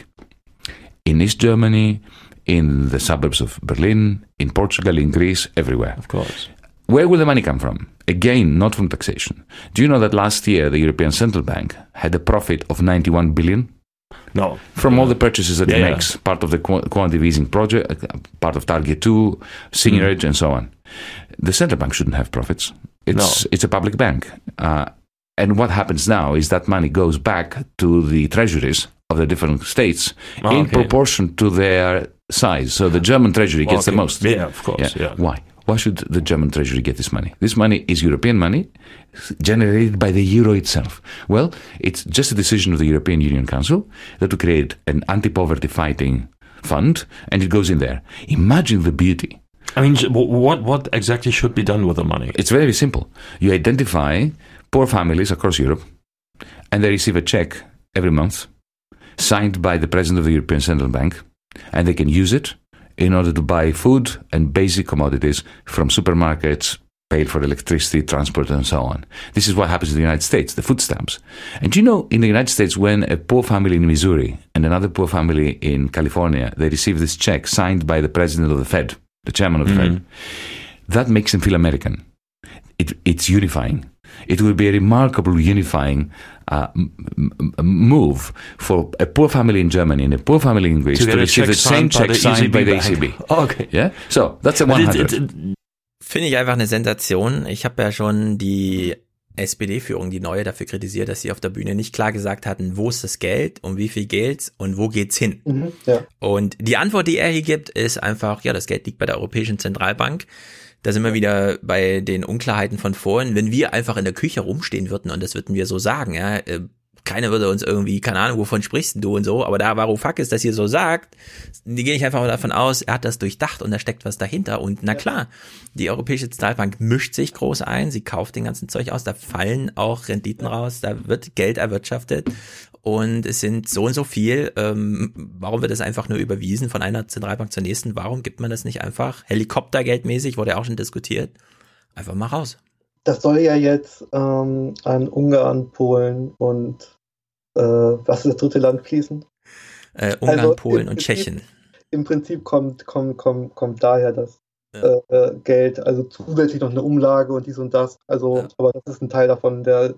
In East Germany, in the suburbs of Berlin, in Portugal, in Greece, everywhere. Of course. Where will the money come from? Again, not from taxation. Do you know that last year the European Central Bank had a profit of ninety-one billion? No. From all the purchases that yeah, it makes, yeah. part of the quantitative easing project, part of Target two, Seigniorage, mm. and so on. The central bank shouldn't have profits. It's, no. it's a public bank. Uh, and what happens now is that money goes back to the treasuries of the different states oh, in okay. proportion to their size. So the German treasury gets okay. the most. Yeah, of course. Yeah. Yeah. Why? Why should the German treasury get this money? This money is European money generated by the euro itself. Well, it's just a decision of the European Union Council that to create an anti-poverty fighting fund, and it goes in there. Imagine the beauty. I mean, what what exactly should be done with the money? It's very simple. You identify poor families across Europe, and they receive a check every month signed by the president of the European Central Bank, and they can use it in order to buy food and basic commodities from supermarkets, paid for electricity, transport, and so on. This is what happens in the United States, the food stamps. And you know, in the United States, when a poor family in Missouri and another poor family in California, they receive this check signed by the president of the Fed, the chairman of the mm-hmm. Fed, that makes them feel American. It, it's unifying. It will be a remarkable unifying uh, m- m- move for a poor family in Germany and a poor family in Greece to, to receive the same check signed by the E C B. Oh, okay. Yeah? So, that's a one hundred. Finde ich einfach eine Sensation. Ich habe ja schon die S P D-Führung, die neue, dafür kritisiert, dass sie auf der Bühne nicht klar gesagt hatten, wo ist das Geld, um wie viel geht's und wo geht's hin. Mhm, ja. Und die Antwort, die er hier gibt, ist einfach, ja, das Geld liegt bei der Europäischen Zentralbank. Da sind wir wieder bei den Unklarheiten von vorhin. Wenn wir einfach in der Küche rumstehen würden, und das würden wir so sagen, ja, äh, keiner würde uns irgendwie, keine Ahnung, wovon sprichst du und so, aber da Varoufakis das hier so sagt, die gehe ich einfach davon aus, er hat das durchdacht und da steckt was dahinter. Und na klar, die Europäische Zentralbank mischt sich groß ein, sie kauft den ganzen Zeug aus, da fallen auch Renditen raus, da wird Geld erwirtschaftet. Und es sind so und so viel. Ähm, warum wird das einfach nur überwiesen von einer Zentralbank zur nächsten? Warum gibt man das nicht einfach helikoptergeldmäßig, wurde ja auch schon diskutiert, einfach mal raus? Das soll ja jetzt ähm, an Ungarn, Polen und äh, was ist das dritte Land fließen? Äh, Ungarn, also Polen und Prinzip, Tschechien. Im Prinzip kommt, kommt, kommt, kommt daher das ja. äh, Geld, also zusätzlich noch eine Umlage und dies und das. Also, ja. aber das ist ein Teil davon, der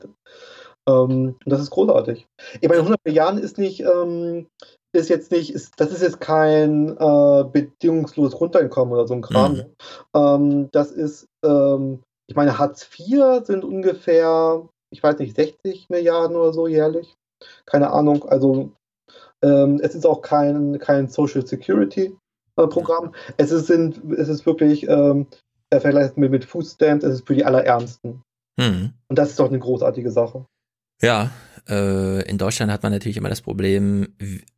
Ähm, das ist großartig. Ich meine, hundert Milliarden ist nicht, ähm, ist jetzt nicht, ist, das ist jetzt kein äh, bedingungslos Runterkommen oder so ein Kram. Mhm. Ähm, das ist, ähm, ich meine, Hartz vier sind ungefähr, ich weiß nicht, sechzig Milliarden oder so jährlich. Keine Ahnung. Also ähm, es ist auch kein, kein Social Security äh, Programm. Es ist, sind, es ist wirklich, ähm, vergleicht mit, mit Food Stamps, es ist für die Allerärmsten. Mhm. Und das ist doch eine großartige Sache. Ja, äh, in Deutschland hat man natürlich immer das Problem,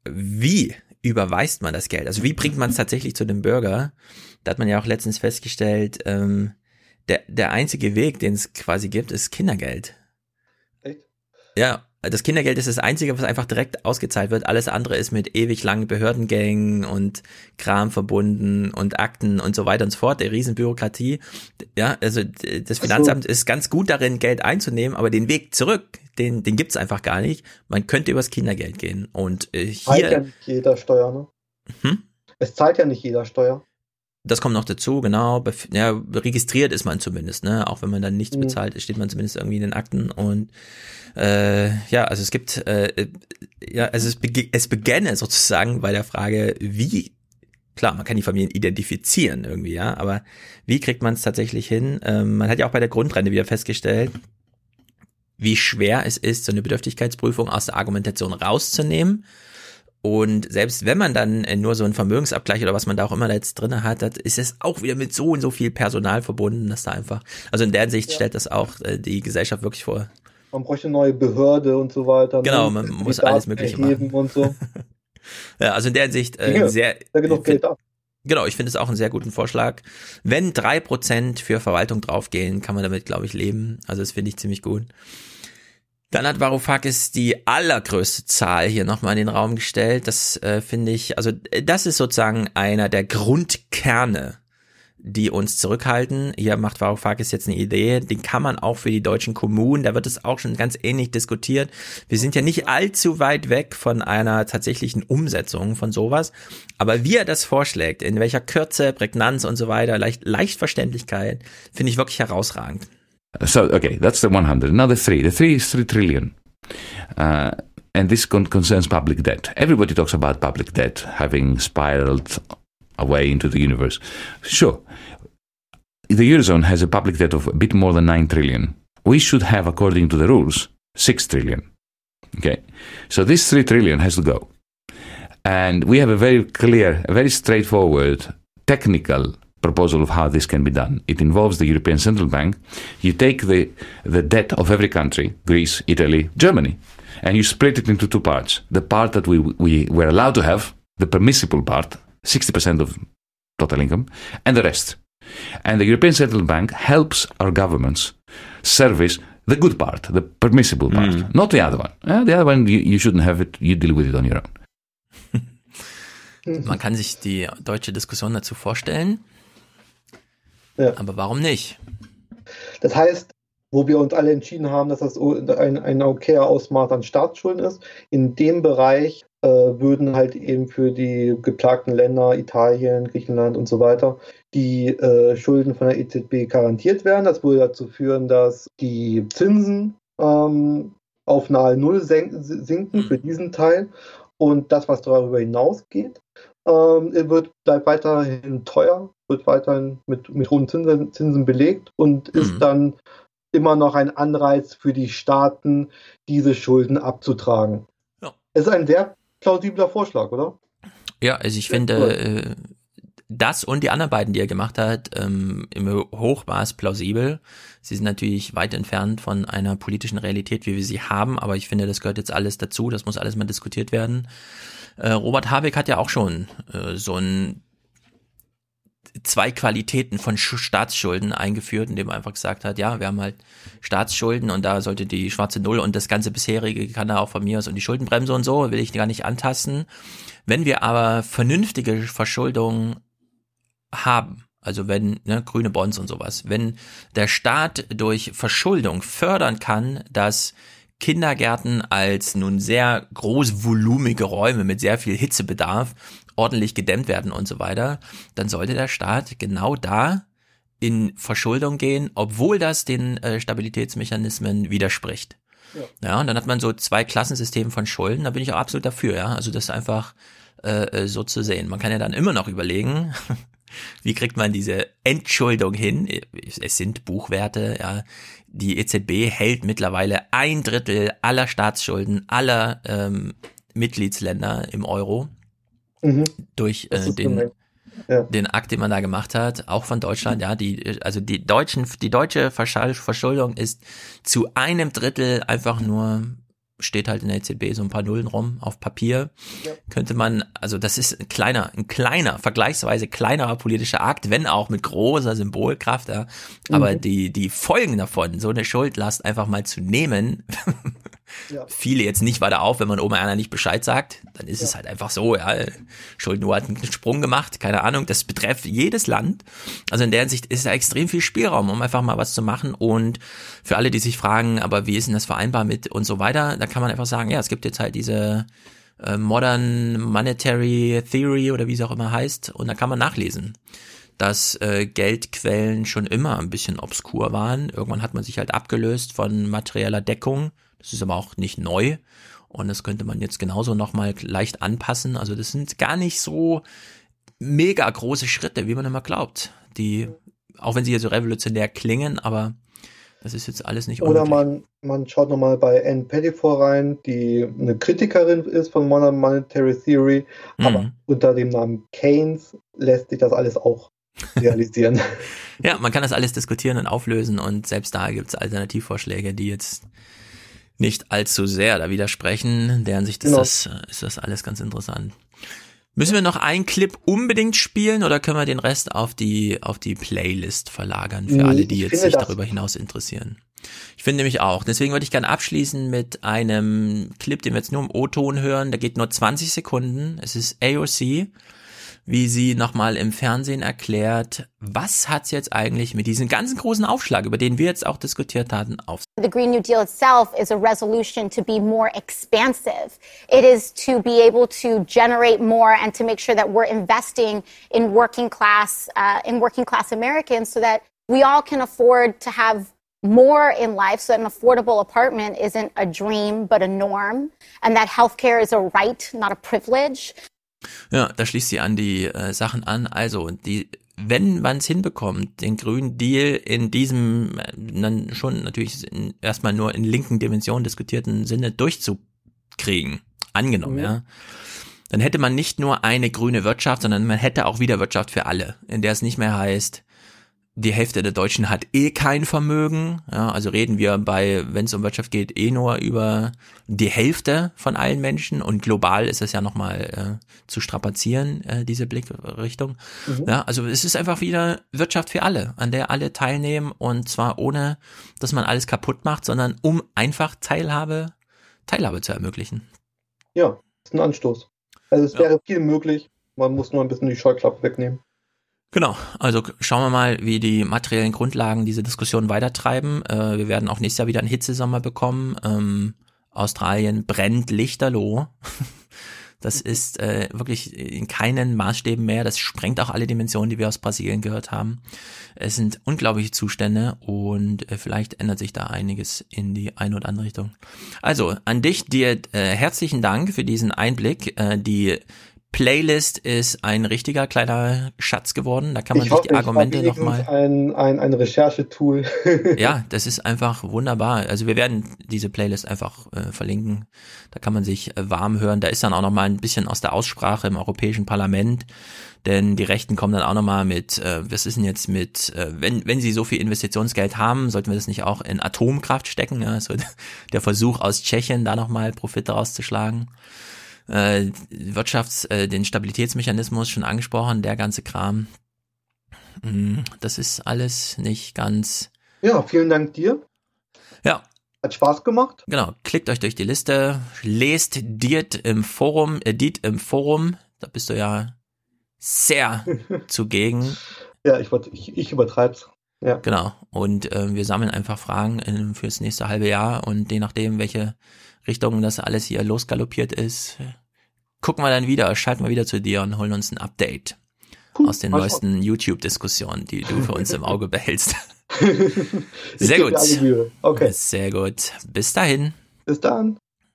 wie überweist man das Geld? Also wie bringt man es tatsächlich zu dem Bürger? Da hat man ja auch letztens festgestellt, ähm, der, der einzige Weg, den es quasi gibt, ist Kindergeld. Echt? Ja, das Kindergeld ist das Einzige, was einfach direkt ausgezahlt wird. Alles andere ist mit ewig langen Behördengängen und Kram verbunden und Akten und so weiter und so fort, der Riesenbürokratie. Ja, also das Finanzamt ist ganz gut darin, Geld einzunehmen, aber den Weg zurück, den, den gibt's einfach gar nicht. Man könnte übers Kindergeld gehen. Und äh, hier... Zahlt ja nicht jeder Steuer, ne? Hm? Es zahlt ja nicht jeder Steuer. Das kommt noch dazu, genau. Ja, registriert ist man zumindest, ne? Auch wenn man dann nichts Mhm. bezahlt, steht man zumindest irgendwie in den Akten. Und äh, ja, also es gibt, äh, ja, also es, beg- es begänne sozusagen bei der Frage, wie, klar, man kann die Familien identifizieren irgendwie, ja, aber wie kriegt man es tatsächlich hin? Ähm, man hat ja auch bei der Grundrente wieder festgestellt, wie schwer es ist, so eine Bedürftigkeitsprüfung aus der Argumentation rauszunehmen. Und selbst wenn man dann nur so einen Vermögensabgleich oder was man da auch immer da jetzt drin hat, das ist es auch wieder mit so und so viel Personal verbunden, dass da einfach, also in der Hinsicht Ja. stellt das auch äh, die Gesellschaft wirklich vor. Man bräuchte eine neue Behörde und so weiter. Genau, ne? man Die muss Daten alles Mögliche erheben machen. und so. Ja, also in der Hinsicht äh, Ja, sehr, da genug Geld da. Genau, ich finde es auch einen sehr guten Vorschlag. Wenn drei Prozent für Verwaltung draufgehen, kann man damit, glaube ich, leben. Also das finde ich ziemlich gut. Dann hat Varoufakis die allergrößte Zahl hier nochmal in den Raum gestellt. Das äh, finde ich, also äh, das ist sozusagen einer der Grundkerne, die uns zurückhalten. Hier macht Varoufakis jetzt eine Idee, den kann man auch für die deutschen Kommunen, da wird es auch schon ganz ähnlich diskutiert. Wir sind ja nicht allzu weit weg von einer tatsächlichen Umsetzung von sowas, aber wie er das vorschlägt, in welcher Kürze, Prägnanz und so weiter, leicht, Leichtverständlichkeit, finde ich wirklich herausragend. So, okay, that's the one hundred. Now the three. The three is three trillion. Uh, and this con- concerns public debt. Everybody talks about public debt having spiraled away into the universe. Sure. The Eurozone has a public debt of a bit more than nine trillion. We should have, according to the rules, six trillion. Okay. So this three trillion has to go. And we have a very clear, a very straightforward, technical proposal of how this can be done. It involves the European Central Bank. You take the, the debt of every country, Greece, Italy, Germany, and you split it into two parts. The part that we, we were allowed to have, the permissible part, sixty percent of total income, and the rest. And the European Central Bank helps our governments service the good part, the permissible part, mm. not the other one. Uh, the other one, you, you shouldn't have it, you deal with it on your own. Man kann sich die deutsche Diskussion dazu vorstellen. Ja. Aber warum nicht? Das heißt, wo wir uns alle entschieden haben, dass das ein, ein okayer Ausmaß an Staatsschulden ist, in dem Bereich äh, würden halt eben für die geplagten Länder, Italien, Griechenland und so weiter, die äh, Schulden von der E Z B garantiert werden. Das würde dazu führen, dass die Zinsen ähm, auf nahe Null senken, sinken für diesen Teil. Und das, was darüber hinausgeht, ähm, wird, bleibt weiterhin teuer, wird weiterhin mit, mit hohen Zinsen, Zinsen belegt und mhm. ist dann immer noch ein Anreiz für die Staaten, diese Schulden abzutragen. Ja. Es ist ein sehr plausibler Vorschlag, oder? Ja, also ich finde, äh, das und die anderen beiden, die er gemacht hat, ähm, im Hochmaß plausibel. Sie sind natürlich weit entfernt von einer politischen Realität, wie wir sie haben, aber ich finde, das gehört jetzt alles dazu, das muss alles mal diskutiert werden. Äh, Robert Habeck hat ja auch schon äh, so ein zwei Qualitäten von Sch- Staatsschulden eingeführt, indem er einfach gesagt hat, ja, wir haben halt Staatsschulden und da sollte die schwarze Null und das ganze bisherige kann er auch von mir aus und die Schuldenbremse und so, will ich gar nicht antasten. Wenn wir aber vernünftige Verschuldung haben, also wenn, ne, grüne Bonds und sowas, wenn der Staat durch Verschuldung fördern kann, dass Kindergärten als nun sehr großvolumige Räume mit sehr viel Hitzebedarf ordentlich gedämmt werden und so weiter, dann sollte der Staat genau da in Verschuldung gehen, obwohl das den äh, Stabilitätsmechanismen widerspricht. Ja. Ja, und dann hat man so zwei Klassensysteme von Schulden, da bin ich auch absolut dafür, ja, also das einfach äh, so zu sehen. Man kann ja dann immer noch überlegen, wie kriegt man diese Entschuldung hin? Es sind Buchwerte, ja. Die E Z B hält mittlerweile ein Drittel aller Staatsschulden aller ähm, Mitgliedsländer im Euro mhm. durch äh, den ja. den Akt, den man da gemacht hat, auch von Deutschland. Ja, die also die deutschen die deutsche Verschuldung ist zu einem Drittel einfach nur, steht halt in der E Z B so ein paar Nullen rum auf Papier. Ja. Könnte man, also das ist ein kleiner, ein kleiner, vergleichsweise kleinerer politischer Akt, wenn auch mit großer Symbolkraft, ja. Aber mhm. die, die Folgen davon, so eine Schuldlast einfach mal zu nehmen, ja. viele jetzt nicht weiter auf, wenn man oben einer nicht Bescheid sagt. Dann ist ja. es halt einfach so, ja, Schuldenuhr hat einen Sprung gemacht, keine Ahnung, das betrifft jedes Land. Also in der Hinsicht ist da extrem viel Spielraum, um einfach mal was zu machen. Und für alle, die sich fragen, aber wie ist denn das vereinbar mit und so weiter, da kann man einfach sagen, ja, es gibt jetzt halt diese äh, Modern Monetary Theory oder wie es auch immer heißt, und da kann man nachlesen, dass äh, Geldquellen schon immer ein bisschen obskur waren. Irgendwann hat man sich halt abgelöst von materieller Deckung. Das ist aber auch nicht neu. Und das könnte man jetzt genauso nochmal leicht anpassen. Also das sind gar nicht so mega große Schritte, wie man immer glaubt. Die, auch wenn sie hier so revolutionär klingen, aber das ist jetzt alles nicht unmöglich. Oder man, man schaut nochmal bei Anne Pettifor rein, die eine Kritikerin ist von Modern Monetary Theory. Mhm. Aber unter dem Namen Keynes lässt sich das alles auch realisieren. Ja, man kann das alles diskutieren und auflösen, und selbst da gibt es Alternativvorschläge, die jetzt nicht allzu sehr da widersprechen. Deren Sicht ist, genau. das, ist das alles ganz interessant. Müssen wir noch einen Clip unbedingt spielen oder können wir den Rest auf die, auf die Playlist verlagern für alle, die jetzt sich darüber hinaus interessieren? Ich finde nämlich auch. Deswegen würde ich gerne abschließen mit einem Clip, den wir jetzt nur im O-Ton hören. Der geht nur zwanzig Sekunden. Es ist A O C, wie sie nochmal im Fernsehen erklärt, was hat's jetzt eigentlich mit diesem ganzen großen Aufschlag, über den wir jetzt auch diskutiert hatten, auf. The Green New Deal itself is a resolution to be more expansive. It is to be able to generate more and to make sure that we're investing in working class, uh, in working class Americans so that we all can afford to have more in life, so that an affordable apartment isn't a dream but a norm, and that healthcare is a right, not a privilege. Ja, da schließt sie an die äh, Sachen an. Also, die, wenn man es hinbekommt, den Grünen Deal in diesem äh, dann schon natürlich in, erstmal nur in linken Dimensionen diskutierten Sinne durchzukriegen, angenommen, mhm. ja, dann hätte man nicht nur eine grüne Wirtschaft, sondern man hätte auch wieder Wirtschaft für alle, in der es nicht mehr heißt, die Hälfte der Deutschen hat eh kein Vermögen. Ja, also reden wir bei, wenn es um Wirtschaft geht, eh nur über die Hälfte von allen Menschen. Und global ist es ja nochmal äh, zu strapazieren, äh, diese Blickrichtung. Mhm. Ja, also es ist einfach wieder Wirtschaft für alle, an der alle teilnehmen. Und zwar ohne, dass man alles kaputt macht, sondern um einfach Teilhabe, Teilhabe zu ermöglichen. Ja, das ist ein Anstoß. Also es ja. wäre viel möglich. Man muss nur ein bisschen die Scheuklappe wegnehmen. Genau, also schauen wir mal, wie die materiellen Grundlagen diese Diskussion weitertreiben. Äh, wir werden auch nächstes Jahr wieder einen Hitzesommer bekommen. Ähm, Australien brennt lichterloh. Das ist äh, wirklich in keinen Maßstäben mehr. Das sprengt auch alle Dimensionen, die wir aus Brasilien gehört haben. Es sind unglaubliche Zustände und äh, vielleicht ändert sich da einiges in die eine oder andere Richtung. Also an dich, dir äh, herzlichen Dank für diesen Einblick. Äh, die Playlist ist ein richtiger kleiner Schatz geworden. Da kann man ich sich die Argumente nochmal. Ein, ein, ein Recherchetool. Ja, das ist einfach wunderbar. Also wir werden diese Playlist einfach äh, verlinken. Da kann man sich äh, warm hören. Da ist dann auch nochmal ein bisschen aus der Aussprache im Europäischen Parlament. Denn die Rechten kommen dann auch nochmal mit, äh, was ist denn jetzt mit, äh, wenn wenn sie so viel Investitionsgeld haben, sollten wir das nicht auch in Atomkraft stecken? Ja, so der Versuch aus Tschechien, da nochmal Profit rauszuschlagen. Äh, Wirtschafts-, äh, den Stabilitätsmechanismus schon angesprochen, der ganze Kram. Das ist alles nicht ganz... Ja, vielen Dank dir. Ja. Hat Spaß gemacht. Genau, klickt euch durch die Liste, lest Diet im Forum, äh, Diet im Forum, da bist du ja sehr zugegen. Ja, ich, ich, ich übertreib's. Ja. Genau, und äh, wir sammeln einfach Fragen in, fürs nächste halbe Jahr und je nachdem, welche Richtung das alles hier losgaloppiert ist, gucken wir dann wieder, schalten wir wieder zu dir und holen uns ein Update Puh, aus den neuesten YouTube-Diskussionen, die du für uns im Auge behältst. Sehr gut. Okay. Sehr gut. Bis dahin. Bis dann.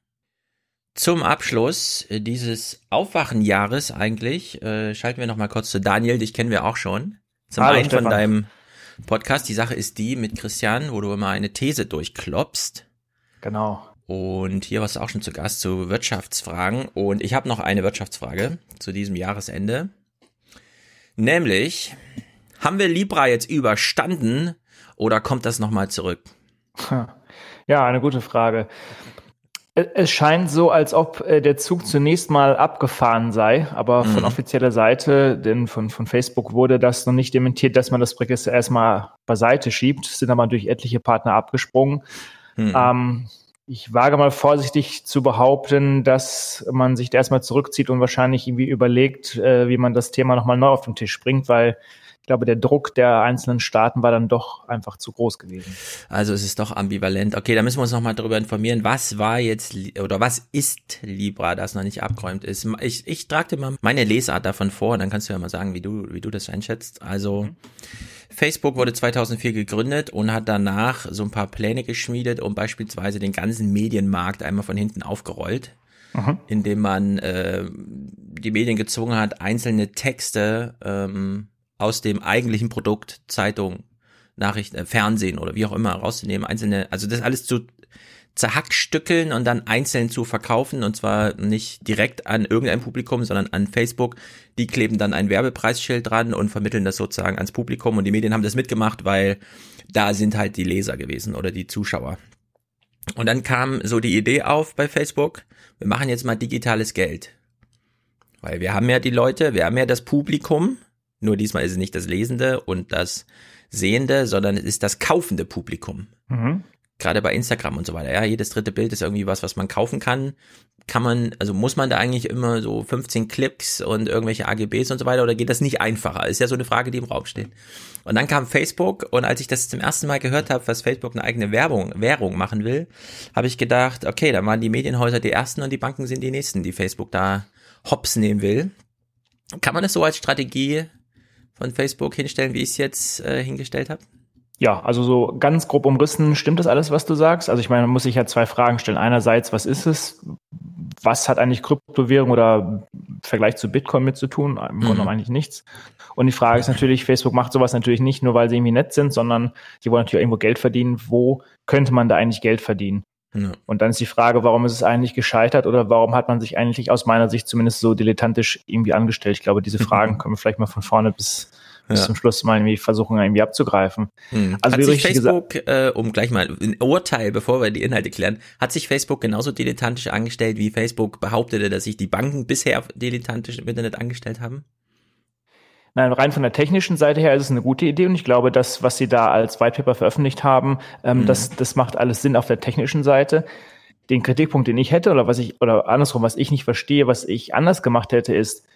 Zum Abschluss dieses Aufwachenjahres eigentlich äh, schalten wir noch mal kurz zu Daniel, dich kennen wir auch schon. Zum Hallo, einen Stefan. Von deinem Podcast. Die Sache ist die mit Christian, wo du immer eine These durchklopfst. Genau. Und hier warst du auch schon zu Gast zu Wirtschaftsfragen. Und ich habe noch eine Wirtschaftsfrage zu diesem Jahresende. Nämlich, haben wir Libra jetzt überstanden oder kommt das nochmal zurück? Ja, eine gute Frage. Es scheint so, als ob der Zug zunächst mal abgefahren sei, aber von mhm. offizieller Seite, denn von, von Facebook wurde das noch nicht dementiert, dass man das Projekt erstmal beiseite schiebt, sind aber durch etliche Partner abgesprungen. Mhm. Ähm, ich wage mal vorsichtig zu behaupten, dass man sich da erstmal zurückzieht und wahrscheinlich irgendwie überlegt, äh, wie man das Thema nochmal neu auf den Tisch bringt, weil ich glaube, der Druck der einzelnen Staaten war dann doch einfach zu groß gewesen. Also es ist doch ambivalent. Okay, da müssen wir uns nochmal darüber informieren, was war jetzt, oder was ist Libra, das noch nicht abgeräumt ist. Ich, ich trage dir mal meine Lesart davon vor, dann kannst du ja mal sagen, wie du, wie du das einschätzt. Also mhm. Facebook wurde zweitausendvier gegründet und hat danach so ein paar Pläne geschmiedet, um beispielsweise den ganzen Medienmarkt einmal von hinten aufgerollt. Mhm. Indem man äh, die Medien gezwungen hat, einzelne Texte ähm, aus dem eigentlichen Produkt, Zeitung, Nachrichten, äh, Fernsehen oder wie auch immer rauszunehmen, einzelne, also das alles zu zerhackstückeln und dann einzeln zu verkaufen, und zwar nicht direkt an irgendein Publikum, sondern an Facebook. Die kleben dann ein Werbepreisschild dran und vermitteln das sozusagen ans Publikum, und die Medien haben das mitgemacht, weil da sind halt die Leser gewesen oder die Zuschauer. Und dann kam so die Idee auf bei Facebook, wir machen jetzt mal digitales Geld. Weil wir haben ja die Leute, wir haben ja das Publikum, nur diesmal ist es nicht das lesende und das sehende, sondern es ist das kaufende Publikum. Mhm. Gerade bei Instagram und so weiter. Ja, jedes dritte Bild ist irgendwie was, was man kaufen kann. Kann man, also muss man da eigentlich immer so fünfzehn Klicks und irgendwelche A G Bs und so weiter, oder geht das nicht einfacher? Ist ja so eine Frage, die im Raum steht. Und dann kam Facebook, und als ich das zum ersten Mal gehört habe, was Facebook eine eigene Werbung, Währung machen will, habe ich gedacht, okay, dann waren die Medienhäuser die ersten und die Banken sind die nächsten, die Facebook da hops nehmen will. Kann man das so als Strategie von Facebook hinstellen, wie ich es jetzt äh, hingestellt habe? Ja, also so ganz grob umrissen stimmt das alles, was du sagst. Also ich meine, man muss sich ja zwei Fragen stellen. Einerseits, was ist es? Was hat eigentlich Kryptowährung oder im Vergleich zu Bitcoin mit zu tun? Im Grunde genommen eigentlich nichts. Und die Frage ist natürlich, Facebook macht sowas natürlich nicht nur, weil sie irgendwie nett sind, sondern die wollen natürlich auch irgendwo Geld verdienen. Wo könnte man da eigentlich Geld verdienen? Ja. Und dann ist die Frage, warum ist es eigentlich gescheitert, oder warum hat man sich eigentlich aus meiner Sicht zumindest so dilettantisch irgendwie angestellt? Ich glaube, diese Fragen können wir vielleicht mal von vorne bis, bis ja. zum Schluss mal irgendwie versuchen, irgendwie abzugreifen. Hm. Also hat sich Facebook, äh, um gleich mal ein Urteil, bevor wir die Inhalte klären, hat sich Facebook genauso dilettantisch angestellt, wie Facebook behauptete, dass sich die Banken bisher dilettantisch im Internet angestellt haben? Nein, rein von der technischen Seite her ist es eine gute Idee, und ich glaube, das, was sie da als White Paper veröffentlicht haben, ähm, mhm. das, das macht alles Sinn auf der technischen Seite. Den Kritikpunkt, den ich hätte, oder was ich, oder andersrum, was ich nicht verstehe, was ich anders gemacht hätte, ist,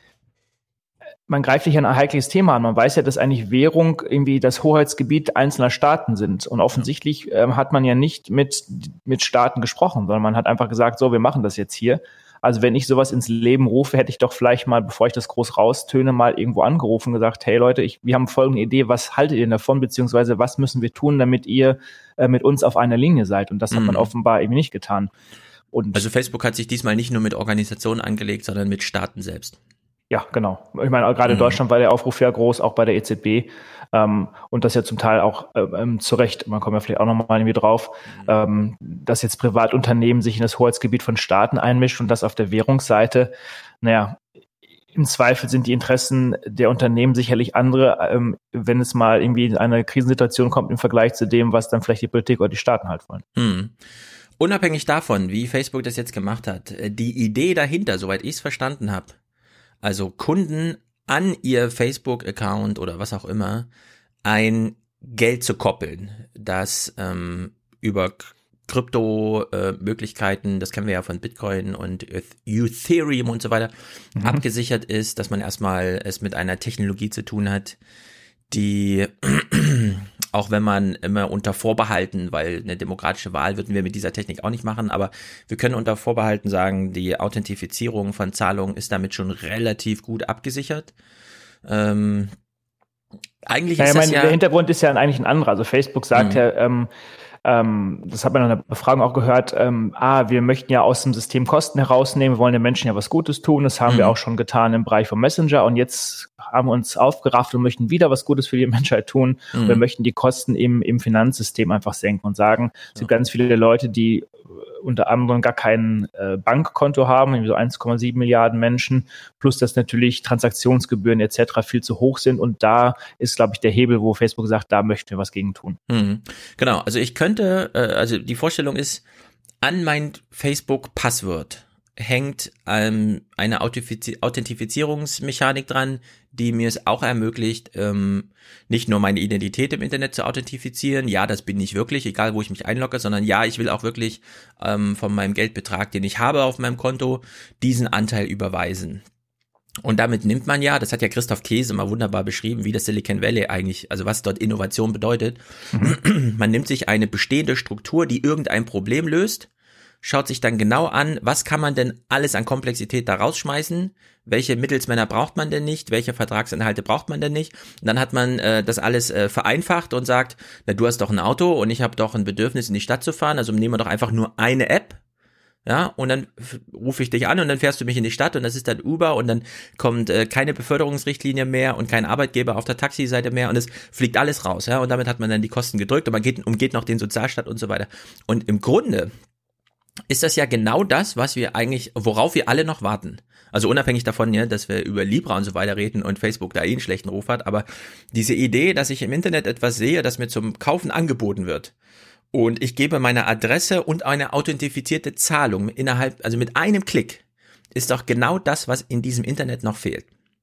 man greift sich an ein heikles Thema an. Man weiß ja, dass eigentlich Währung irgendwie das Hoheitsgebiet einzelner Staaten sind. Und offensichtlich ähm, hat man ja nicht mit, mit Staaten gesprochen, sondern man hat einfach gesagt, so, wir machen das jetzt hier. Also wenn ich sowas ins Leben rufe, hätte ich doch vielleicht mal, bevor ich das groß raustöne, mal irgendwo angerufen und gesagt, hey Leute, ich, wir haben folgende Idee, was haltet ihr davon, beziehungsweise was müssen wir tun, damit ihr äh, mit uns auf einer Linie seid? Und das hat mhm. man offenbar eben nicht getan. Und also Facebook hat sich diesmal nicht nur mit Organisationen angelegt, sondern mit Staaten selbst. Ja, genau. Ich meine, gerade in mhm. Deutschland war der Aufruf ja groß, auch bei der E Z B. Ähm, und das ja zum Teil auch ähm, zu Recht, man kommt ja vielleicht auch nochmal irgendwie drauf, mhm. ähm, dass jetzt Privatunternehmen sich in das Hoheitsgebiet von Staaten einmischen, und das auf der Währungsseite. Naja, im Zweifel sind die Interessen der Unternehmen sicherlich andere, ähm, wenn es mal irgendwie in eine Krisensituation kommt im Vergleich zu dem, was dann vielleicht die Politik oder die Staaten halt wollen. Mhm. Unabhängig davon, wie Facebook das jetzt gemacht hat, die Idee dahinter, soweit ich es verstanden habe, also Kunden an ihr Facebook-Account oder was auch immer ein Geld zu koppeln, das ähm, über Krypto-Möglichkeiten, äh, das kennen wir ja von Bitcoin und Ethereum und so weiter, mhm. abgesichert ist, dass man erstmal es mit einer Technologie zu tun hat, die auch wenn man immer unter Vorbehalten, weil eine demokratische Wahl würden wir mit dieser Technik auch nicht machen, aber wir können unter Vorbehalten sagen, die Authentifizierung von Zahlungen ist damit schon relativ gut abgesichert. Ähm, eigentlich naja, ist das mein, ja... Der Hintergrund ist ja eigentlich ein anderer. Also Facebook sagt mhm. ja, ähm, ähm, das hat man in einer Befragung auch gehört, ähm, ah, wir möchten ja aus dem System Kosten herausnehmen, wir wollen den Menschen ja was Gutes tun, das haben mhm. wir auch schon getan im Bereich von Messenger, und jetzt haben wir uns aufgerafft und möchten wieder was Gutes für die Menschheit tun. Mhm. Wir möchten die Kosten im, im Finanzsystem einfach senken und sagen, es gibt ja. ganz viele Leute, die unter anderem gar kein äh, Bankkonto haben, irgendwie so eins Komma sieben Milliarden Menschen, plus dass natürlich Transaktionsgebühren et cetera viel zu hoch sind, und da ist, glaube ich, der Hebel, wo Facebook sagt, da möchten wir was gegen tun. Mhm. Genau, also ich könnte, äh, also die Vorstellung ist, an mein Facebook-Passwort hängt ähm, eine Authentifiz- Authentifizierungsmechanik dran, die mir es auch ermöglicht, ähm, nicht nur meine Identität im Internet zu authentifizieren, ja, das bin ich wirklich, egal wo ich mich einlogge, sondern ja, ich will auch wirklich ähm, von meinem Geldbetrag, den ich habe auf meinem Konto, diesen Anteil überweisen. Und damit nimmt man ja, das hat ja Christoph Käse mal wunderbar beschrieben, wie das Silicon Valley eigentlich, also was dort Innovation bedeutet. Mhm. Man nimmt sich eine bestehende Struktur, die irgendein Problem löst, schaut sich dann genau an, was kann man denn alles an Komplexität da rausschmeißen, welche Mittelsmänner braucht man denn nicht, welche Vertragsinhalte braucht man denn nicht. Und dann hat man äh, das alles äh, vereinfacht und sagt, na, du hast doch ein Auto und ich habe doch ein Bedürfnis, in die Stadt zu fahren, also nehmen wir doch einfach nur eine App, ja, und dann f- rufe ich dich an und dann fährst du mich in die Stadt und das ist dann Uber und dann kommt äh, keine Beförderungsrichtlinie mehr und kein Arbeitgeber auf der Taxiseite mehr und es fliegt alles raus, ja, und damit hat man dann die Kosten gedrückt und man geht, umgeht noch den Sozialstaat und so weiter. Und im Grunde ist das ja genau das, was wir eigentlich, worauf wir alle noch warten. Also unabhängig davon, ja, dass wir über Libra und so weiter reden und Facebook da eh einen schlechten Ruf hat, aber diese Idee, dass ich im Internet etwas sehe, das mir zum Kaufen angeboten wird und ich gebe meine Adresse und eine authentifizierte Zahlung innerhalb, also mit einem Klick, ist doch genau das, was in diesem Internet noch fehlt.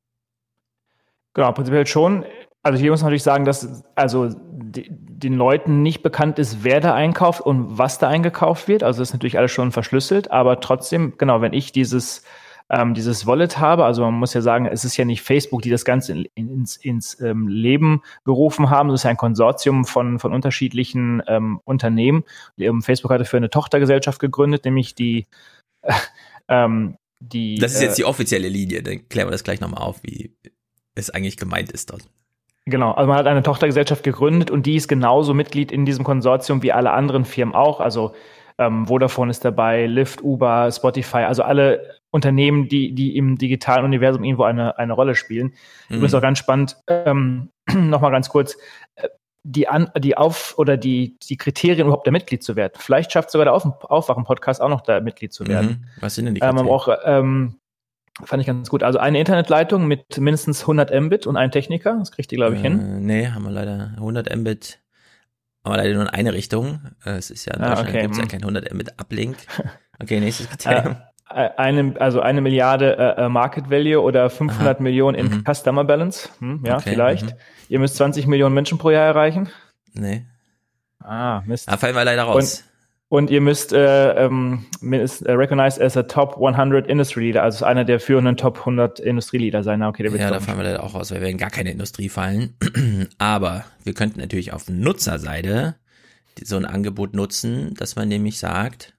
Genau, prinzipiell schon. Also hier muss man natürlich sagen, dass also die, den Leuten nicht bekannt ist, wer da einkauft und was da eingekauft wird. Also das ist natürlich alles schon verschlüsselt, aber trotzdem, genau, wenn ich dieses ähm, dieses Wallet habe, also man muss ja sagen, es ist ja nicht Facebook, die das Ganze in, ins, ins ähm, Leben gerufen haben, es ist ja ein Konsortium von von unterschiedlichen ähm, Unternehmen. Und Facebook hatte für eine Tochtergesellschaft gegründet, nämlich die äh, ähm, die. Das ist jetzt äh, die offizielle Linie, dann klären wir das gleich nochmal auf, wie es eigentlich gemeint ist dort. Genau, also man hat eine Tochtergesellschaft gegründet und die ist genauso Mitglied in diesem Konsortium wie alle anderen Firmen auch. Also ähm, Vodafone ist dabei, Lyft, Uber, Spotify, also alle Unternehmen, die die im digitalen Universum irgendwo eine eine Rolle spielen. Mhm. Übrigens auch ganz spannend, ähm, nochmal ganz kurz, die an, die auf oder die die Kriterien überhaupt da Mitglied zu werden. Vielleicht schafft sogar der Auf, Aufwachen-Podcast auch noch da Mitglied zu werden. Mhm. Was sind denn die Kriterien? Ähm, auch ähm, Fand ich ganz gut. Also eine Internetleitung mit mindestens hundert Mbit und ein Techniker. Das kriegt ihr, glaube ich, äh, hin. Nee, haben wir leider hundert Mbit. Aber leider nur in eine Richtung. Es ist ja in ah, Deutschland okay. gibt es ja kein hundert Mbit Uplink. Okay, nächstes Kriterium. Äh, eine, also eine Milliarde äh, Market Value oder fünfhundert Aha. Millionen in mhm. Customer Balance. Hm, ja, okay. Vielleicht. Mhm. Ihr müsst zwanzig Millionen Menschen pro Jahr erreichen. Nee. Ah, Mist. Da fallen wir leider raus. Und, Und ihr müsst äh, ähm, ist, äh, recognized as a Top hundert Industry Leader, also einer der führenden Top hundert Industrieleader sein. Okay, der wird ja, da fallen wir leider auch raus, weil wir in gar keine Industrie fallen. Aber wir könnten natürlich auf Nutzerseite so ein Angebot nutzen, dass man nämlich sagt,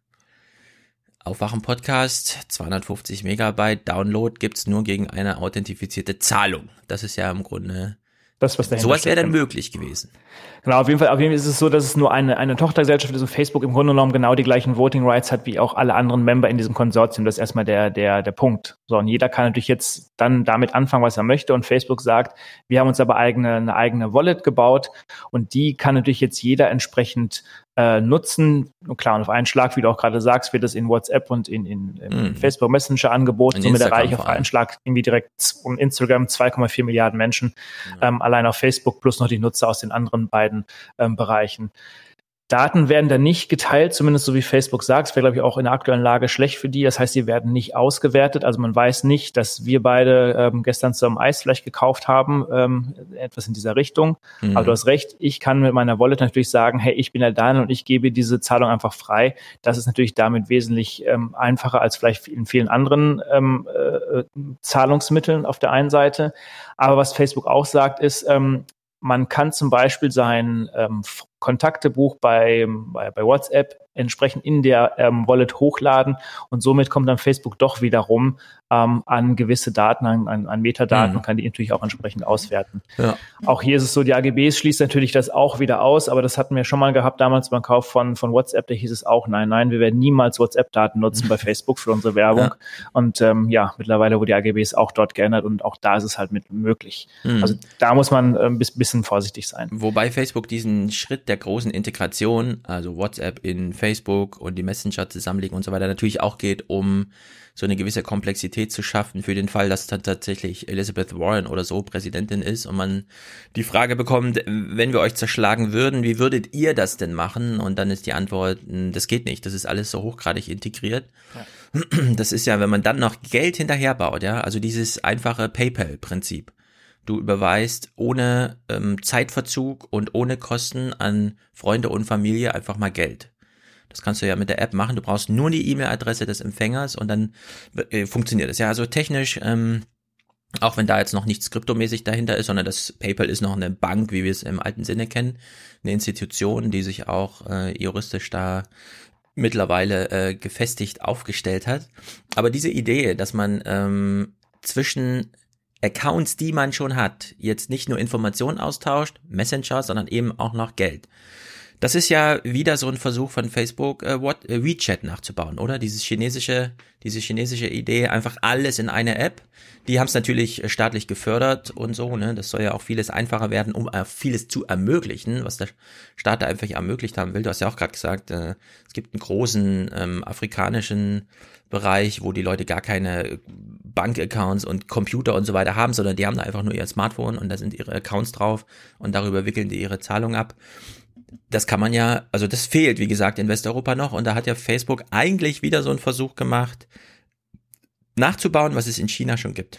Aufwachen-Podcast, zweihundertfünfzig Megabyte Download gibt's nur gegen eine authentifizierte Zahlung. Das ist ja im Grunde, das, was sowas wäre dann möglich gewesen. Genau, auf jeden Fall, auf jeden Fall ist es so, dass es nur eine, eine Tochtergesellschaft ist und Facebook im Grunde genommen genau die gleichen Voting Rights hat wie auch alle anderen Member in diesem Konsortium. Das ist erstmal der, der, der Punkt. So, und jeder kann natürlich jetzt dann damit anfangen, was er möchte. Und Facebook sagt, wir haben uns aber eigene, eine eigene Wallet gebaut und die kann natürlich jetzt jeder entsprechend äh, nutzen. Und klar, und auf einen Schlag, wie du auch gerade sagst, wird das in WhatsApp und in, in, in mm. Facebook Messenger angeboten. Somit erreiche ich auf einen Schlag irgendwie direkt um Instagram zwei Komma vier Milliarden Menschen, ja. ähm, allein auf Facebook plus noch die Nutzer aus den anderen beiden ähm, Bereichen. Daten werden dann nicht geteilt, zumindest so wie Facebook sagt. Es wäre, glaube ich, auch in der aktuellen Lage schlecht für die. Das heißt, sie werden nicht ausgewertet. Also man weiß nicht, dass wir beide ähm, gestern zusammen Eis vielleicht gekauft haben, ähm, etwas in dieser Richtung. Mhm. Aber du hast recht, ich kann mit meiner Wallet natürlich sagen, hey, ich bin der Daniel und ich gebe diese Zahlung einfach frei. Das ist natürlich damit wesentlich ähm, einfacher als vielleicht in vielen anderen ähm, äh, Zahlungsmitteln auf der einen Seite. Aber was Facebook auch sagt, ist, ähm, man kann zum Beispiel sein ähm, Kontaktebuch bei, bei, bei WhatsApp entsprechend in der ähm, Wallet hochladen und somit kommt dann Facebook doch wiederum ähm, an gewisse Daten, an, an, an Metadaten mhm. und kann die natürlich auch entsprechend auswerten. Ja. Auch hier ist es so, die A G Bs schließt natürlich das auch wieder aus, aber das hatten wir schon mal gehabt damals beim Kauf von, von WhatsApp, da hieß es auch, nein, nein, wir werden niemals WhatsApp-Daten nutzen bei Facebook für unsere Werbung. Ja. Und ähm, ja, mittlerweile wurden die A G Bs auch dort geändert und auch da ist es halt mit möglich. Mhm. Also da muss man ein äh, bisschen vorsichtig sein. Wobei Facebook diesen Schritt der großen Integration, also WhatsApp in Facebook, Facebook und die Messenger zusammenlegen und so weiter natürlich auch geht, um so eine gewisse Komplexität zu schaffen für den Fall, dass dann tatsächlich Elizabeth Warren oder so Präsidentin ist und man die Frage bekommt, wenn wir euch zerschlagen würden, wie würdet ihr das denn machen? Und dann ist die Antwort, das geht nicht, das ist alles so hochgradig integriert. Ja. Das ist ja, wenn man dann noch Geld hinterherbaut, ja, also dieses einfache PayPal-Prinzip. Du überweist ohne ähm, Zeitverzug und ohne Kosten an Freunde und Familie einfach mal Geld. Das kannst du ja mit der App machen. Du brauchst nur die E-Mail-Adresse des Empfängers und dann äh, funktioniert es. Ja, also technisch, ähm, auch wenn da jetzt noch nichts kryptomäßig dahinter ist, sondern das PayPal ist noch eine Bank, wie wir es im alten Sinne kennen, eine Institution, die sich auch äh, juristisch da mittlerweile äh, gefestigt aufgestellt hat. Aber diese Idee, dass man ähm, zwischen Accounts, die man schon hat, jetzt nicht nur Informationen austauscht, Messenger, sondern eben auch noch Geld. Das ist ja wieder so ein Versuch von Facebook, äh, What, äh, WeChat nachzubauen, oder? Dieses chinesische, diese chinesische Idee, einfach alles in eine App. Die haben es natürlich staatlich gefördert und so, ne? Das soll ja auch vieles einfacher werden, um äh, vieles zu ermöglichen, was der Staat da einfach ermöglicht haben will. Du hast ja auch gerade gesagt, äh, es gibt einen großen ähm, afrikanischen Bereich, wo die Leute gar keine Bankaccounts und Computer und so weiter haben, sondern die haben da einfach nur ihr Smartphone und da sind ihre Accounts drauf und darüber wickeln die ihre Zahlung ab. Das kann man ja, also das fehlt, wie gesagt, in Westeuropa noch und da hat ja Facebook eigentlich wieder so einen Versuch gemacht, nachzubauen, was es in China schon gibt.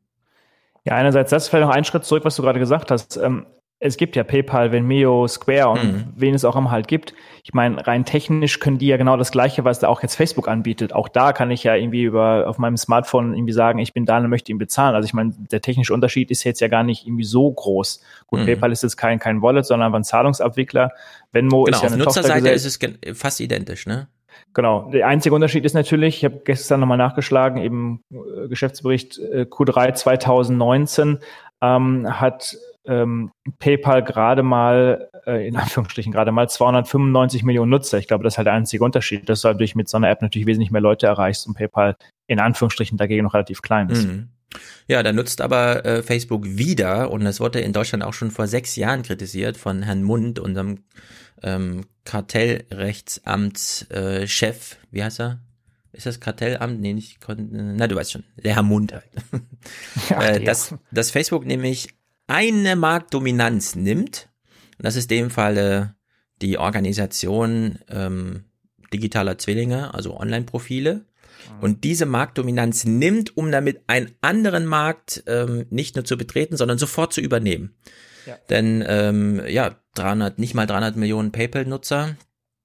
Ja, einerseits das, vielleicht noch einen Schritt zurück, was du gerade gesagt hast. Ähm, es gibt ja PayPal, Venmo, Square und mhm. wen es auch immer halt gibt. Ich meine, rein technisch können die ja genau das Gleiche, was da auch jetzt Facebook anbietet. Auch da kann ich ja irgendwie über auf meinem Smartphone irgendwie sagen, ich bin da und möchte ihn bezahlen. Also ich meine, der technische Unterschied ist jetzt ja gar nicht irgendwie so groß. Gut, mhm. PayPal ist jetzt kein kein Wallet, sondern ein Zahlungsabwickler. Venmo genau, ist ja eine auf Nutzerseite ist es gen- fast identisch, ne? Genau. Der einzige Unterschied ist natürlich, ich habe gestern nochmal nachgeschlagen, eben äh, Geschäftsbericht äh, Q drei zwanzig neunzehn ähm, hat ähm, PayPal gerade mal, äh, in Anführungsstrichen gerade mal zweihundertfünfundneunzig Millionen Nutzer. Ich glaube, das ist halt der einzige Unterschied, dass du natürlich mit so einer App natürlich wesentlich mehr Leute erreichst und PayPal in Anführungsstrichen dagegen noch relativ klein ist. Mhm. Ja, da nutzt aber äh, Facebook wieder, und das wurde in Deutschland auch schon vor sechs Jahren kritisiert von Herrn Mund, unserem ähm, Kartellrechtsamtschef, äh, Chef. Wie heißt er? Ist das Kartellamt? Nee, nicht, na, du weißt schon, der Herr Mund halt. Ja, äh, dass, dass Facebook nämlich eine Marktdominanz nimmt, und das ist in dem Falle die Organisation ähm, digitaler Zwillinge, also Online-Profile, und diese Marktdominanz nimmt, um damit einen anderen Markt ähm, nicht nur zu betreten, sondern sofort zu übernehmen. Ja. Denn ähm, ja, dreihundert, nicht mal dreihundert Millionen PayPal-Nutzer,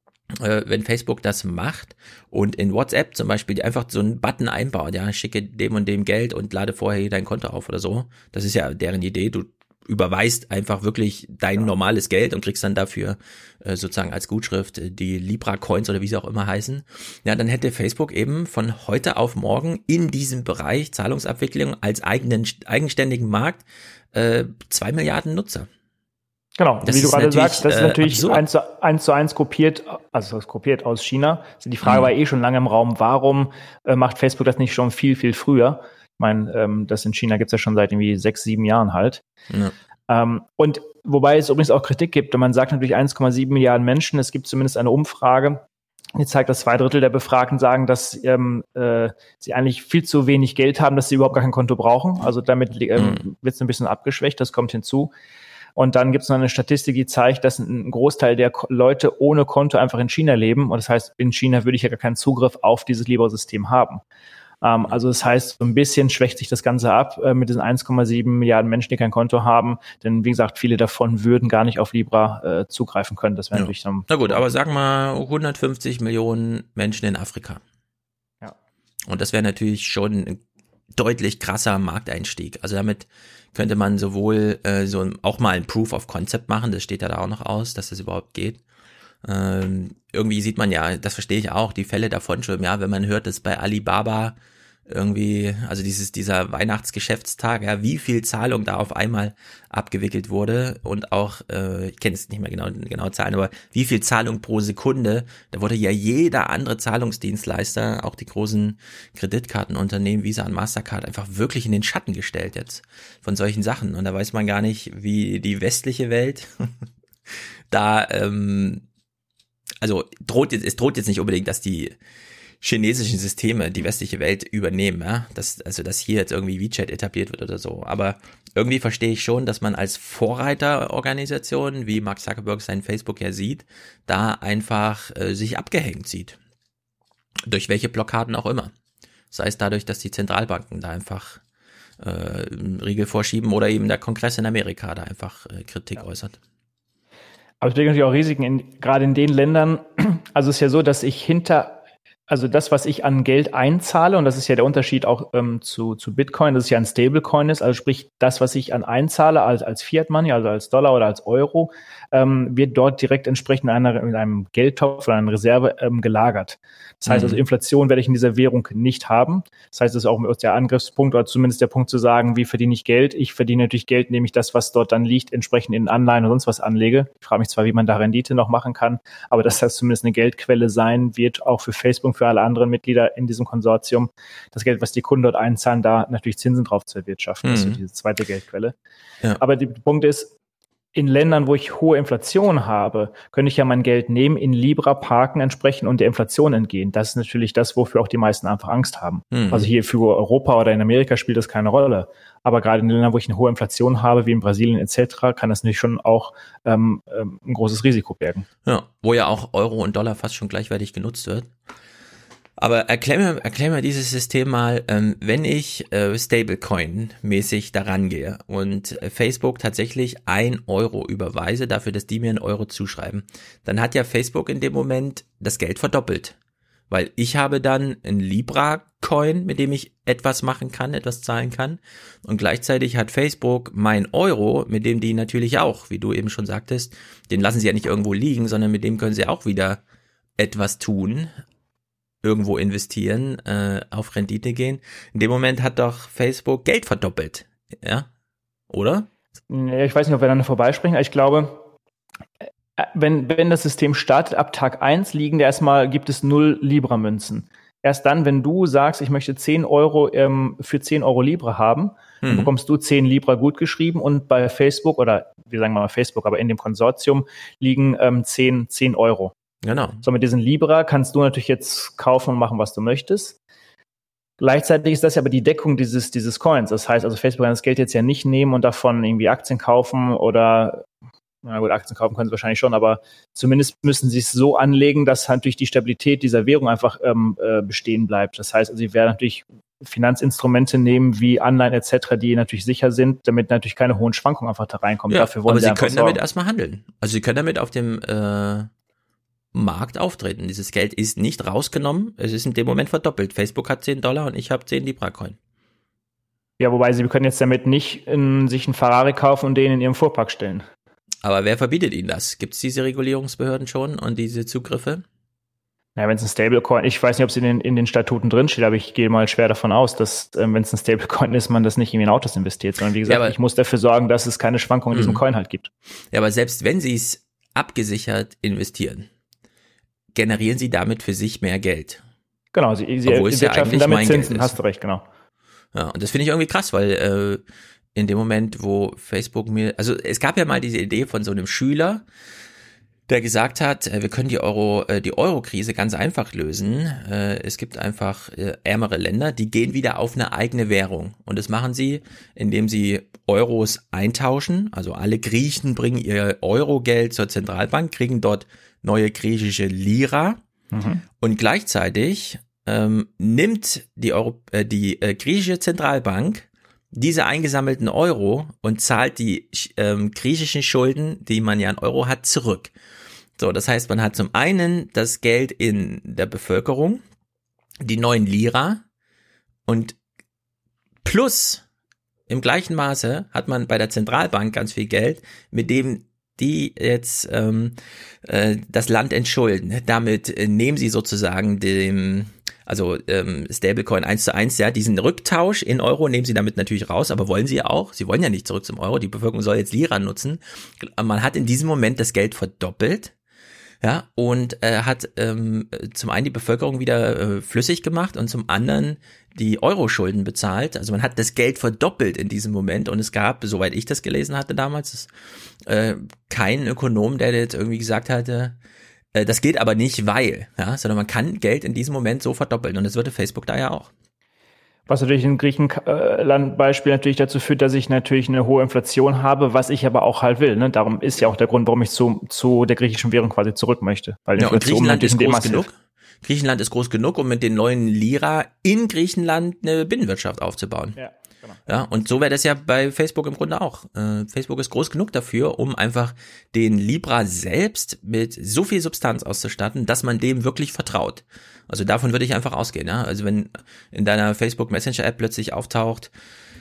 äh, wenn Facebook das macht und in WhatsApp zum Beispiel die einfach so einen Button einbaut, ja, schicke dem und dem Geld und lade vorher dein Konto auf oder so. Das ist ja deren Idee. Du überweist einfach wirklich dein ja. normales Geld und kriegst dann dafür äh, sozusagen als Gutschrift äh, die Libra-Coins oder wie sie auch immer heißen. Ja, dann hätte Facebook eben von heute auf morgen in diesem Bereich Zahlungsabwicklung als eigenen eigenständigen Markt äh, zwei Milliarden Nutzer. Genau, das wie du gerade sagst, das ist natürlich äh, eins, zu, eins zu eins kopiert, also das kopiert aus China. Also die Frage mhm. war eh schon lange im Raum, warum äh, macht Facebook das nicht schon viel, viel früher? Ich meine, ähm, das in China gibt's ja schon seit irgendwie sechs, sieben Jahren halt. Ja. Ähm, und wobei es übrigens auch Kritik gibt, und man sagt natürlich eins Komma sieben Milliarden Menschen, es gibt zumindest eine Umfrage, die zeigt, dass zwei Drittel der Befragten sagen, dass ähm, äh, sie eigentlich viel zu wenig Geld haben, dass sie überhaupt gar kein Konto brauchen. Also damit ähm, mhm. wird es ein bisschen abgeschwächt, das kommt hinzu. Und dann gibt es noch eine Statistik, die zeigt, dass ein Großteil der Leute ohne Konto einfach in China leben. Und das heißt, in China würde ich ja gar keinen Zugriff auf dieses Libra-System haben. Ähm, also das heißt, so ein bisschen schwächt sich das Ganze ab äh, mit diesen eins Komma sieben Milliarden Menschen, die kein Konto haben. Denn wie gesagt, viele davon würden gar nicht auf Libra äh, zugreifen können. Das wäre ja. natürlich dann. Na gut, aber sagen wir hundertfünfzig Millionen Menschen in Afrika. Ja. Und das wäre natürlich schon ein deutlich krasser Markteinstieg. Also damit könnte man sowohl äh, so auch mal ein Proof of Concept machen, das steht ja da auch noch aus, dass das überhaupt geht. Ähm, irgendwie sieht man ja, das verstehe ich auch, die Fälle davon schon, ja, wenn man hört, dass bei Alibaba irgendwie, also dieses dieser Weihnachtsgeschäftstag, ja, wie viel Zahlung da auf einmal abgewickelt wurde und auch, äh, ich kenne es nicht mehr genau, genau Zahlen, aber wie viel Zahlung pro Sekunde, da wurde ja jeder andere Zahlungsdienstleister, auch die großen Kreditkartenunternehmen, Visa und Mastercard, einfach wirklich in den Schatten gestellt jetzt von solchen Sachen, und da weiß man gar nicht, wie die westliche Welt da ähm, also droht jetzt, es droht jetzt nicht unbedingt, dass die chinesischen Systeme die westliche Welt übernehmen, ja, dass, also dass hier jetzt irgendwie WeChat etabliert wird oder so, aber irgendwie verstehe ich schon, dass man als Vorreiterorganisation, wie Mark Zuckerberg sein Facebook ja sieht, da einfach äh, sich abgehängt sieht. Durch welche Blockaden auch immer. Sei es dadurch, dass die Zentralbanken da einfach äh, einen Riegel vorschieben oder eben der Kongress in Amerika da einfach äh, Kritik ja. äußert. Aber es birgt natürlich auch Risiken, in, gerade in den Ländern. Also es ist ja so, dass ich hinter Also das, was ich an Geld einzahle, und das ist ja der Unterschied auch ähm, zu, zu Bitcoin, dass es ja ein Stablecoin ist, also sprich das, was ich an einzahle als, als Fiat Money, also als Dollar oder als Euro, ähm, wird dort direkt entsprechend in, einer, in einem Geldtopf oder einer Reserve ähm, gelagert. Das heißt also, Inflation werde ich in dieser Währung nicht haben. Das heißt, das ist auch der Angriffspunkt oder zumindest der Punkt zu sagen, wie verdiene ich Geld? Ich verdiene natürlich Geld, indem ich das, was dort dann liegt, entsprechend in Anleihen und sonst was anlege. Ich frage mich zwar, wie man da Rendite noch machen kann, aber dass das zumindest eine Geldquelle sein wird, auch für Facebook, für alle anderen Mitglieder in diesem Konsortium, das Geld, was die Kunden dort einzahlen, da natürlich Zinsen drauf zu erwirtschaften. Mhm. Das ist diese zweite Geldquelle. Ja. Aber der Punkt ist, in Ländern, wo ich hohe Inflation habe, könnte ich ja mein Geld nehmen, in Libra parken entsprechend und der Inflation entgehen. Das ist natürlich das, wofür auch die meisten einfach Angst haben. Mhm. Also hier für Europa oder in Amerika spielt das keine Rolle. Aber gerade in Ländern, wo ich eine hohe Inflation habe, wie in Brasilien et cetera, kann das natürlich schon auch ähm, ähm, ein großes Risiko bergen. Ja, wo ja auch Euro und Dollar fast schon gleichwertig genutzt wird. Aber erklär mir, erklär mir dieses System mal, ähm, wenn ich äh, Stablecoin-mäßig daran gehe und äh, Facebook tatsächlich ein Euro überweise, dafür, dass die mir einen Euro zuschreiben, dann hat ja Facebook in dem Moment das Geld verdoppelt. Weil ich habe dann ein Libra-Coin, mit dem ich etwas machen kann, etwas zahlen kann. Und gleichzeitig hat Facebook mein Euro, mit dem die natürlich auch, wie du eben schon sagtest, den lassen sie ja nicht irgendwo liegen, sondern mit dem können sie auch wieder etwas tun, irgendwo investieren, äh, auf Rendite gehen. In dem Moment hat doch Facebook Geld verdoppelt, ja? Oder? Ja, ich weiß nicht, ob wir dann vorbeisprechen, aber ich glaube, wenn, wenn das System startet, ab Tag eins liegen da erstmal, gibt es null Libra-Münzen. Erst dann, wenn du sagst, ich möchte zehn Euro ähm, für zehn Euro Libra haben, mhm. dann bekommst du zehn Libra gut geschrieben und bei Facebook, oder wir sagen mal Facebook, aber in dem Konsortium liegen ähm, zehn Euro. Genau. So, mit diesen Libra kannst du natürlich jetzt kaufen und machen, was du möchtest. Gleichzeitig ist das ja aber die Deckung dieses, dieses Coins. Das heißt also, Facebook kann das Geld jetzt ja nicht nehmen und davon irgendwie Aktien kaufen oder, na gut, Aktien kaufen können sie wahrscheinlich schon, aber zumindest müssen sie es so anlegen, dass halt durch die Stabilität dieser Währung einfach ähm, äh, bestehen bleibt. Das heißt also, sie werden natürlich Finanzinstrumente nehmen wie Anleihen et cetera, die natürlich sicher sind, damit natürlich keine hohen Schwankungen einfach da reinkommen. Ja, Dafür wollen aber sie sie können sorgen. damit erstmal handeln. Also sie können damit auf dem äh Markt auftreten. Dieses Geld ist nicht rausgenommen, es ist in dem Moment verdoppelt. Facebook hat zehn Dollar und ich habe zehn Libra-Coin. Ja, wobei sie können jetzt damit nicht in, sich einen Ferrari kaufen und den in ihrem Fuhrpark stellen. Aber wer verbietet ihnen das? Gibt es diese Regulierungsbehörden schon und diese Zugriffe? Ja, wenn es ein Stablecoin, ich weiß nicht, ob es in den, in den Statuten drinsteht, aber ich gehe mal schwer davon aus, dass, ähm, wenn es ein Stablecoin ist, man das nicht irgendwie in Autos investiert, sondern wie gesagt, ja, ich muss dafür sorgen, dass es keine Schwankungen in diesem Coin halt gibt. Ja, aber selbst wenn sie es abgesichert investieren, generieren sie damit für sich mehr Geld. Genau, sie, sie erwirtschaften ja damit Zinsen, hast du recht, genau. Ja, und das finde ich irgendwie krass, weil äh, in dem Moment, wo Facebook mir, also es gab ja mal diese Idee von so einem Schüler, der gesagt hat, äh, wir können die Euro, äh, die Euro-Krise ganz einfach lösen. Äh, es gibt einfach äh, ärmere Länder, die gehen wieder auf eine eigene Währung. Und das machen sie, indem sie Euros eintauschen. Also alle Griechen bringen ihr Euro-Geld zur Zentralbank, kriegen dort neue griechische Lira mhm. und gleichzeitig ähm, nimmt die, Euro, äh, die äh, griechische Zentralbank diese eingesammelten Euro und zahlt die ähm, griechischen Schulden, die man ja in Euro hat, zurück. So, das heißt, man hat zum einen das Geld in der Bevölkerung, die neuen Lira und plus im gleichen Maße hat man bei der Zentralbank ganz viel Geld, mit dem die jetzt ähm, äh, das Land entschulden. Damit äh, nehmen sie sozusagen dem, also ähm, Stablecoin eins zu eins, ja, diesen Rücktausch in Euro nehmen sie damit natürlich raus, aber wollen sie ja auch. Sie wollen ja nicht zurück zum Euro, die Bevölkerung soll jetzt Lira nutzen. Man hat in diesem Moment das Geld verdoppelt, ja, und äh, hat ähm, zum einen die Bevölkerung wieder äh, flüssig gemacht und zum anderen die Euro-Schulden bezahlt. Also man hat das Geld verdoppelt in diesem Moment und es gab, soweit ich das gelesen hatte damals, äh, keinen Ökonom, der jetzt irgendwie gesagt hatte, Äh, das geht aber nicht, weil, ja, sondern man kann Geld in diesem Moment so verdoppeln und das würde Facebook da ja auch. Was natürlich im Griechenland-Beispiel natürlich dazu führt, dass ich natürlich eine hohe Inflation habe, was ich aber auch halt will. Ne? Darum ist ja auch der Grund, warum ich zu, zu der griechischen Währung quasi zurück möchte. Weil ja, und Griechenland ist groß genug. Hilft. Griechenland ist groß genug, um mit den neuen Lira in Griechenland eine Binnenwirtschaft aufzubauen. Ja, genau. Ja, und so wäre das ja bei Facebook im Grunde auch. Äh, Facebook ist groß genug dafür, um einfach den Libra selbst mit so viel Substanz auszustatten, dass man dem wirklich vertraut. Also davon würde ich einfach ausgehen. Ja? Also wenn in deiner Facebook Messenger App plötzlich auftaucht,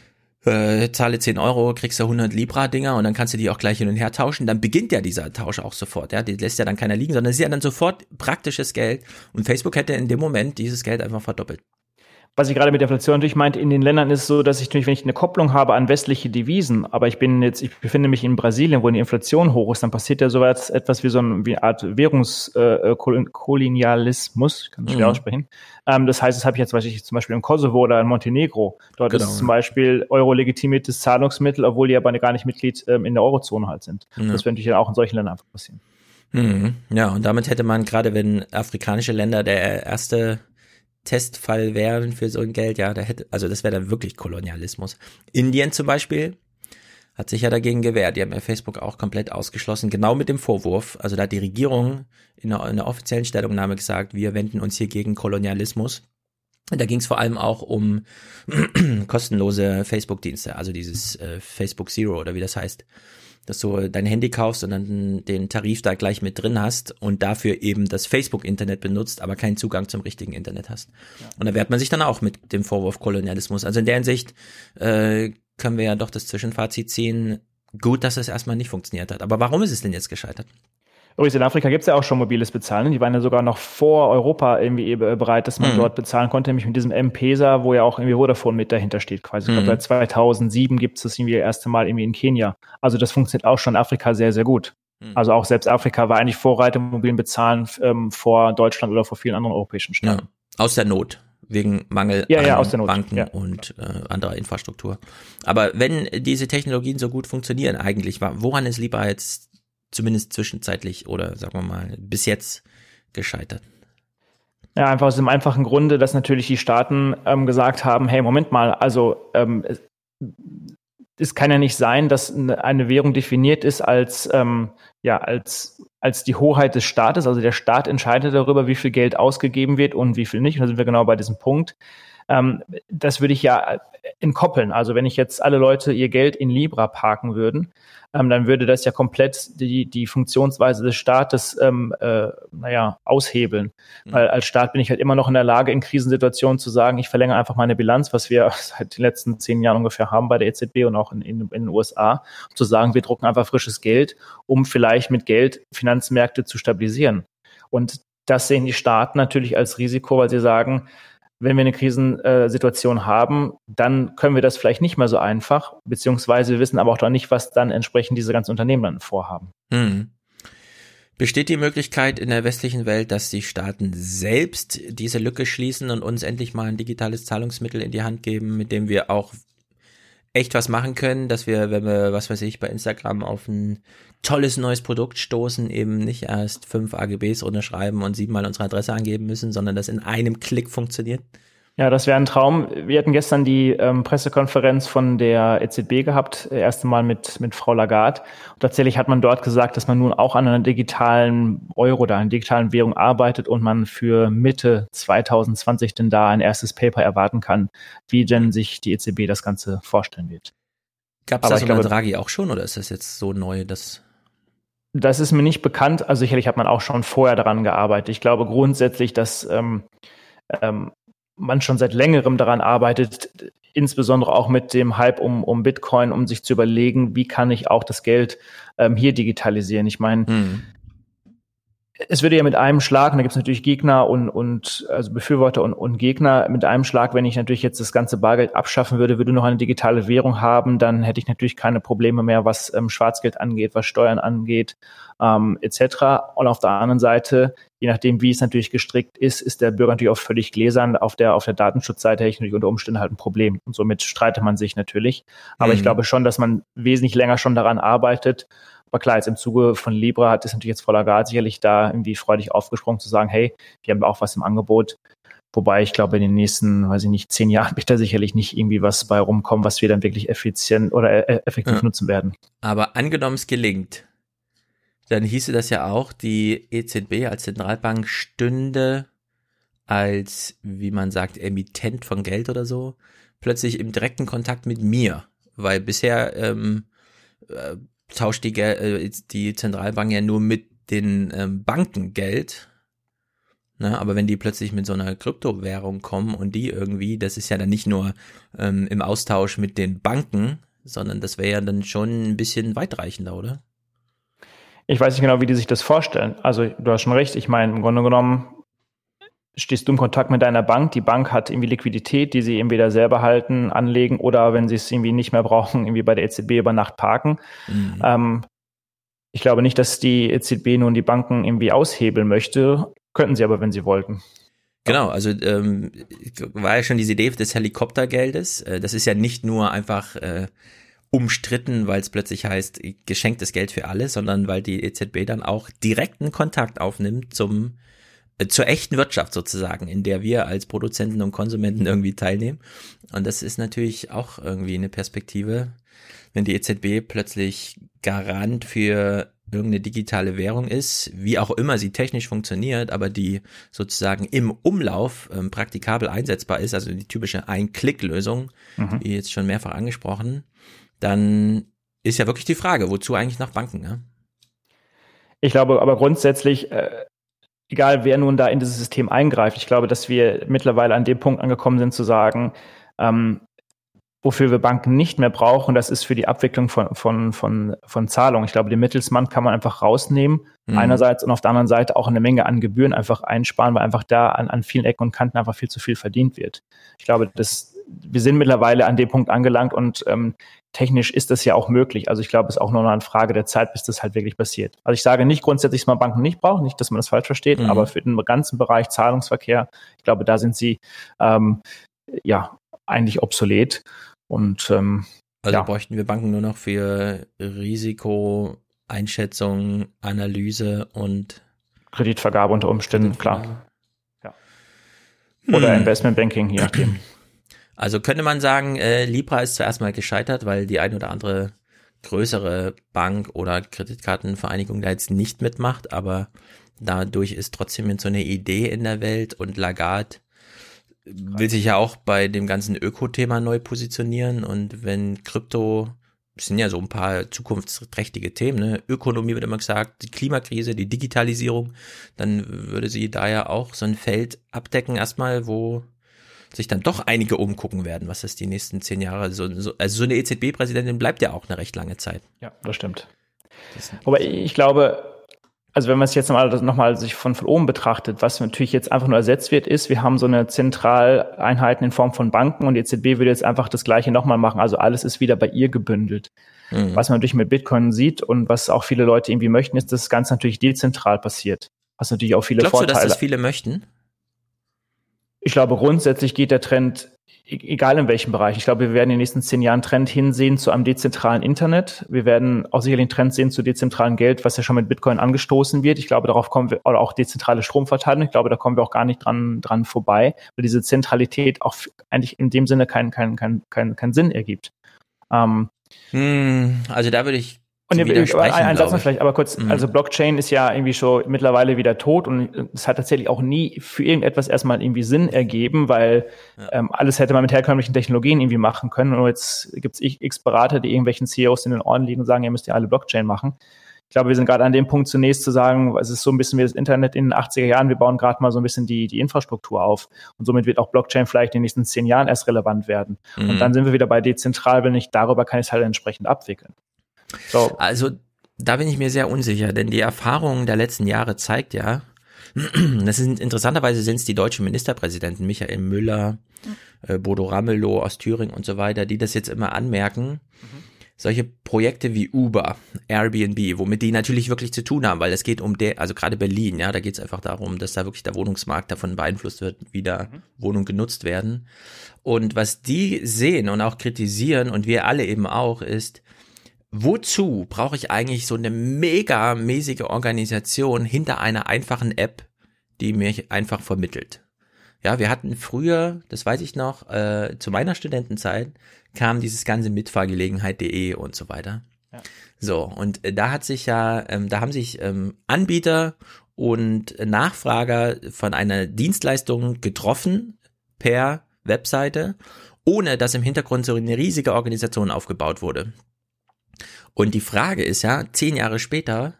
äh, zahle zehn Euro, kriegst du hundert Libra-Dinger und dann kannst du die auch gleich hin und her tauschen, dann beginnt ja dieser Tausch auch sofort. Ja, die lässt ja dann keiner liegen, sondern es ist ja dann sofort praktisches Geld und Facebook hätte in dem Moment dieses Geld einfach verdoppelt. Was ich gerade mit der Inflation natürlich meinte, in den Ländern ist es so, dass ich natürlich, wenn ich eine Kopplung habe an westliche Devisen, aber ich bin jetzt, ich befinde mich in Brasilien, wo die Inflation hoch ist, dann passiert ja so etwas wie so eine, wie eine Art Währungskolonialismus, äh, ich kann das schwer mhm. aussprechen. Ähm, das heißt, das habe ich jetzt, weiß ich, zum Beispiel in Kosovo oder in Montenegro. Dort genau. ist zum Beispiel Euro legitimiertes Zahlungsmittel, obwohl die aber gar nicht Mitglied ähm, in der Eurozone halt sind. Ja. Das wird natürlich auch in solchen Ländern einfach passieren. Mhm. Ja, und damit hätte man, gerade wenn afrikanische Länder der erste Testfall wären für so ein Geld, ja, da hätte, also das wäre dann wirklich Kolonialismus. Indien zum Beispiel hat sich ja dagegen gewehrt. Die haben ja Facebook auch komplett ausgeschlossen, genau mit dem Vorwurf. Also da hat die Regierung in einer, in einer offiziellen Stellungnahme gesagt, wir wenden uns hier gegen Kolonialismus. Und da ging es vor allem auch um kostenlose Facebook-Dienste, also dieses äh, Facebook Zero oder wie das heißt. Dass du dein Handy kaufst und dann den Tarif da gleich mit drin hast und dafür eben das Facebook-Internet benutzt, aber keinen Zugang zum richtigen Internet hast. Ja. Und da wehrt man sich dann auch mit dem Vorwurf Kolonialismus. Also in der Hinsicht äh, können wir ja doch das Zwischenfazit ziehen, gut, dass es erstmal nicht funktioniert hat. Aber warum ist es denn jetzt gescheitert? Übrigens, in Afrika gibt es ja auch schon mobiles Bezahlen. Die waren ja sogar noch vor Europa irgendwie bereit, dass man mhm. dort bezahlen konnte, nämlich mit diesem M-Pesa, wo ja auch irgendwie Vodafone mit dahinter steht quasi. Ich glaube, seit zweitausendsieben gibt es das irgendwie das erste Mal irgendwie in Kenia. Also das funktioniert auch schon in Afrika sehr, sehr gut. Mhm. Also auch selbst Afrika war eigentlich Vorreiter im mobilen Bezahlen ähm, vor Deutschland oder vor vielen anderen europäischen Staaten. Ja, aus der Not. Wegen Mangel ja, an ja, aus der Not. Banken ja. und äh, anderer Infrastruktur. Aber wenn diese Technologien so gut funktionieren eigentlich, woran ist Libra jetzt zumindest zwischenzeitlich oder sagen wir mal bis jetzt gescheitert? Ja, einfach aus dem einfachen Grunde, dass natürlich die Staaten ähm, gesagt haben, hey, Moment mal, also ähm, es, es kann ja nicht sein, dass eine Währung definiert ist als ähm, ja als als die Hoheit des Staates, also der Staat entscheidet darüber, wie viel Geld ausgegeben wird und wie viel nicht. Und da sind wir genau bei diesem Punkt. Ähm, das würde ich ja entkoppeln. Also wenn ich jetzt alle Leute ihr Geld in Libra parken würden, ähm, dann würde das ja komplett die, die Funktionsweise des Staates ähm, äh, naja, aushebeln. Mhm. Weil als Staat bin ich halt immer noch in der Lage, in Krisensituationen zu sagen, ich verlängere einfach meine Bilanz, was wir seit den letzten zehn Jahren ungefähr haben bei der E Z B und auch in, in, in den U S A, zu sagen, wir drucken einfach frisches Geld, um vielleicht mit Geld Finanzmärkte zu stabilisieren. Und das sehen die Staaten natürlich als Risiko, weil sie sagen, wenn wir eine Krisensituation haben, dann können wir das vielleicht nicht mehr so einfach, beziehungsweise wir wissen aber auch noch nicht, was dann entsprechend diese ganzen Unternehmen dann vorhaben. Hm. Besteht die Möglichkeit in der westlichen Welt, dass die Staaten selbst diese Lücke schließen und uns endlich mal ein digitales Zahlungsmittel in die Hand geben, mit dem wir auch echt was machen können, dass wir, wenn wir, was weiß ich, bei Instagram auf ein tolles neues Produkt stoßen, eben nicht erst fünf A G Bs unterschreiben und siebenmal unsere Adresse angeben müssen, sondern das in einem Klick funktioniert? Ja, das wäre ein Traum. Wir hatten gestern die ähm, Pressekonferenz von der E Z B gehabt, äh, erste Mal mit mit Frau Lagarde. Und tatsächlich hat man dort gesagt, dass man nun auch an einer digitalen Euro oder einer digitalen Währung arbeitet und man für Mitte zwanzig zwanzig denn da ein erstes Paper erwarten kann, wie denn sich die E Z B das Ganze vorstellen wird. Gab es das unter Draghi auch schon oder ist das jetzt so neu, dass... Das ist mir nicht bekannt. Also sicherlich hat man auch schon vorher daran gearbeitet. Ich glaube grundsätzlich, dass ähm, ähm, man schon seit längerem daran arbeitet, insbesondere auch mit dem Hype um, um Bitcoin, um sich zu überlegen, wie kann ich auch das Geld ähm, hier digitalisieren. Ich meine, mhm. es würde ja mit einem Schlag, und da gibt es natürlich Gegner und, und also Befürworter und, und Gegner, mit einem Schlag, wenn ich natürlich jetzt das ganze Bargeld abschaffen würde, würde noch eine digitale Währung haben, dann hätte ich natürlich keine Probleme mehr, was ähm, Schwarzgeld angeht, was Steuern angeht, ähm, et cetera. Und auf der anderen Seite, je nachdem, wie es natürlich gestrickt ist, ist der Bürger natürlich auch völlig gläsern. Auf der, auf der Datenschutzseite hätte ich natürlich unter Umständen halt ein Problem. Und somit streitet man sich natürlich. Aber mhm. ich glaube schon, dass man wesentlich länger schon daran arbeitet. Aber klar, jetzt im Zuge von Libra hat es natürlich jetzt Frau Lagarde sicherlich da irgendwie freudig aufgesprungen zu sagen, hey, wir haben auch was im Angebot. Wobei ich glaube, in den nächsten, weiß ich nicht, zehn Jahren wird da sicherlich nicht irgendwie was bei rumkommen, was wir dann wirklich effizient oder äh, effektiv ja. nutzen werden. Aber angenommen es gelingt, dann hieße das ja auch, die E Z B als Zentralbank stünde als, wie man sagt, Emittent von Geld oder so, plötzlich im direkten Kontakt mit mir. Weil bisher ähm, äh, tauscht die, äh, die Zentralbank ja nur mit den ähm, Banken Geld. Ne, aber wenn die plötzlich mit so einer Kryptowährung kommen und die irgendwie, das ist ja dann nicht nur ähm, im Austausch mit den Banken, sondern das wäre ja dann schon ein bisschen weitreichender, oder? Ich weiß nicht genau, wie die sich das vorstellen. Also du hast schon recht, ich meine, im Grunde genommen stehst du im Kontakt mit deiner Bank, die Bank hat irgendwie Liquidität, die sie entweder selber halten, anlegen oder wenn sie es irgendwie nicht mehr brauchen, irgendwie bei der E Z B über Nacht parken. Mhm. Ähm, ich glaube nicht, dass die E Z B nun die Banken irgendwie aushebeln möchte. Könnten sie aber, wenn sie wollten. Genau, also ähm, war ja schon diese Idee des Helikoptergeldes. Äh, das ist ja nicht nur einfach äh, umstritten, weil es plötzlich heißt, geschenktes Geld für alle, sondern weil die E Z B dann auch direkten Kontakt aufnimmt zum äh, zur echten Wirtschaft sozusagen, in der wir als Produzenten und Konsumenten irgendwie teilnehmen. Und das ist natürlich auch irgendwie eine Perspektive, wenn die E Z B plötzlich Garant für irgendeine digitale Währung ist, wie auch immer sie technisch funktioniert, aber die sozusagen im Umlauf ähm, praktikabel einsetzbar ist, also die typische Ein-Klick-Lösung, mhm. wie jetzt schon mehrfach angesprochen, dann ist ja wirklich die Frage, wozu eigentlich noch Banken? Ne? Ich glaube aber grundsätzlich, äh, egal wer nun da in dieses System eingreift, ich glaube, dass wir mittlerweile an dem Punkt angekommen sind zu sagen, ähm, wofür wir Banken nicht mehr brauchen, das ist für die Abwicklung von von von von Zahlungen. Ich glaube, den Mittelsmann kann man einfach rausnehmen, mhm. einerseits und auf der anderen Seite auch eine Menge an Gebühren einfach einsparen, weil einfach da an, an vielen Ecken und Kanten einfach viel zu viel verdient wird. Ich glaube, das, wir sind mittlerweile an dem Punkt angelangt und ähm, technisch ist das ja auch möglich. Also ich glaube, es ist auch nur noch eine Frage der Zeit, bis das halt wirklich passiert. Also ich sage nicht grundsätzlich, dass man Banken nicht braucht, nicht, dass man das falsch versteht, mhm. aber für den ganzen Bereich Zahlungsverkehr, ich glaube, da sind sie ähm, ja eigentlich obsolet. Und ähm, also ja. bräuchten wir Banken nur noch für Risikoeinschätzung, Analyse und Kreditvergabe unter Umständen, klar. Ja. Oder hm. Investmentbanking, je nachdem. Also könnte man sagen, äh, Libra ist zuerst mal gescheitert, weil die ein oder andere größere Bank oder Kreditkartenvereinigung da jetzt nicht mitmacht, aber dadurch ist trotzdem so eine Idee in der Welt und Lagarde will sich ja auch bei dem ganzen Öko-Thema neu positionieren und wenn Krypto, das sind ja so ein paar zukunftsträchtige Themen, ne? Ökonomie wird immer gesagt, die Klimakrise, die Digitalisierung, dann würde sie da ja auch so ein Feld abdecken erstmal, wo sich dann doch einige umgucken werden, was das die nächsten zehn Jahre, so, so, also so eine E Z B-Präsidentin bleibt ja auch eine recht lange Zeit. Ja, das stimmt. Das Aber ich glaube, also wenn man es jetzt nochmal noch mal sich von, von oben betrachtet, was natürlich jetzt einfach nur ersetzt wird, ist, wir haben so eine Zentraleinheiten in Form von Banken und die E Z B würde jetzt einfach das Gleiche nochmal machen. Also alles ist wieder bei ihr gebündelt. Mhm. Was man natürlich mit Bitcoin sieht und was auch viele Leute irgendwie möchten, ist, dass das Ganze natürlich dezentral passiert. Was natürlich auch viele Glaubst Vorteile. Glaubst du, dass das viele möchten? Ich glaube, grundsätzlich geht der Trend, egal in welchem Bereich. Ich glaube, wir werden in den nächsten zehn Jahren einen Trend hinsehen zu einem dezentralen Internet. Wir werden auch sicherlich einen Trend sehen zu dezentralem Geld, was ja schon mit Bitcoin angestoßen wird. Ich glaube, darauf kommen wir, oder auch dezentrale Stromverteilung. Ich glaube, da kommen wir auch gar nicht dran, dran vorbei, weil diese Zentralität auch eigentlich in dem Sinne keinen, keinen, keinen, keinen, keinen Sinn ergibt. Ähm, hm, also da würde ich Und ein, ein Satz noch vielleicht, aber kurz, mhm. also Blockchain ist ja irgendwie schon mittlerweile wieder tot und es hat tatsächlich auch nie für irgendetwas erstmal irgendwie Sinn ergeben, weil ja. ähm, alles hätte man mit herkömmlichen Technologien irgendwie machen können. Und jetzt gibt es x Berater, die irgendwelchen C E Os in den Ohren liegen und sagen, ihr müsst ja alle Blockchain machen. Ich glaube, wir sind gerade an dem Punkt zunächst zu sagen, es ist so ein bisschen wie das Internet in den achtziger Jahren, wir bauen gerade mal so ein bisschen die, die Infrastruktur auf. Und somit wird auch Blockchain vielleicht in den nächsten zehn Jahren erst relevant werden. Mhm. Und dann sind wir wieder bei dezentral, wenn ich darüber kann ich es halt entsprechend abwickeln. So. Also da bin ich mir sehr unsicher, denn die Erfahrung der letzten Jahre zeigt ja, das sind interessanterweise sind es die deutschen Ministerpräsidenten, Michael Müller, äh, Bodo Ramelow aus Thüringen und so weiter, die das jetzt immer anmerken. Mhm. Solche Projekte wie Uber, Airbnb, womit die natürlich wirklich zu tun haben, weil es geht um der, also gerade Berlin, ja, da geht es einfach darum, dass da wirklich der Wohnungsmarkt davon beeinflusst wird, wie da mhm. Wohnungen genutzt werden. Und was die sehen und auch kritisieren und wir alle eben auch, ist, wozu brauche ich eigentlich so eine mega mäßige Organisation hinter einer einfachen App, die mich einfach vermittelt? Ja, wir hatten früher, das weiß ich noch, äh, zu meiner Studentenzeit kam dieses ganze Mitfahrgelegenheit punkt de und so weiter. Ja. So, und äh, da hat sich ja, ähm, da haben sich ähm, Anbieter und Nachfrager von einer Dienstleistung getroffen per Webseite, ohne dass im Hintergrund so eine riesige Organisation aufgebaut wurde. Und die Frage ist ja, zehn Jahre später,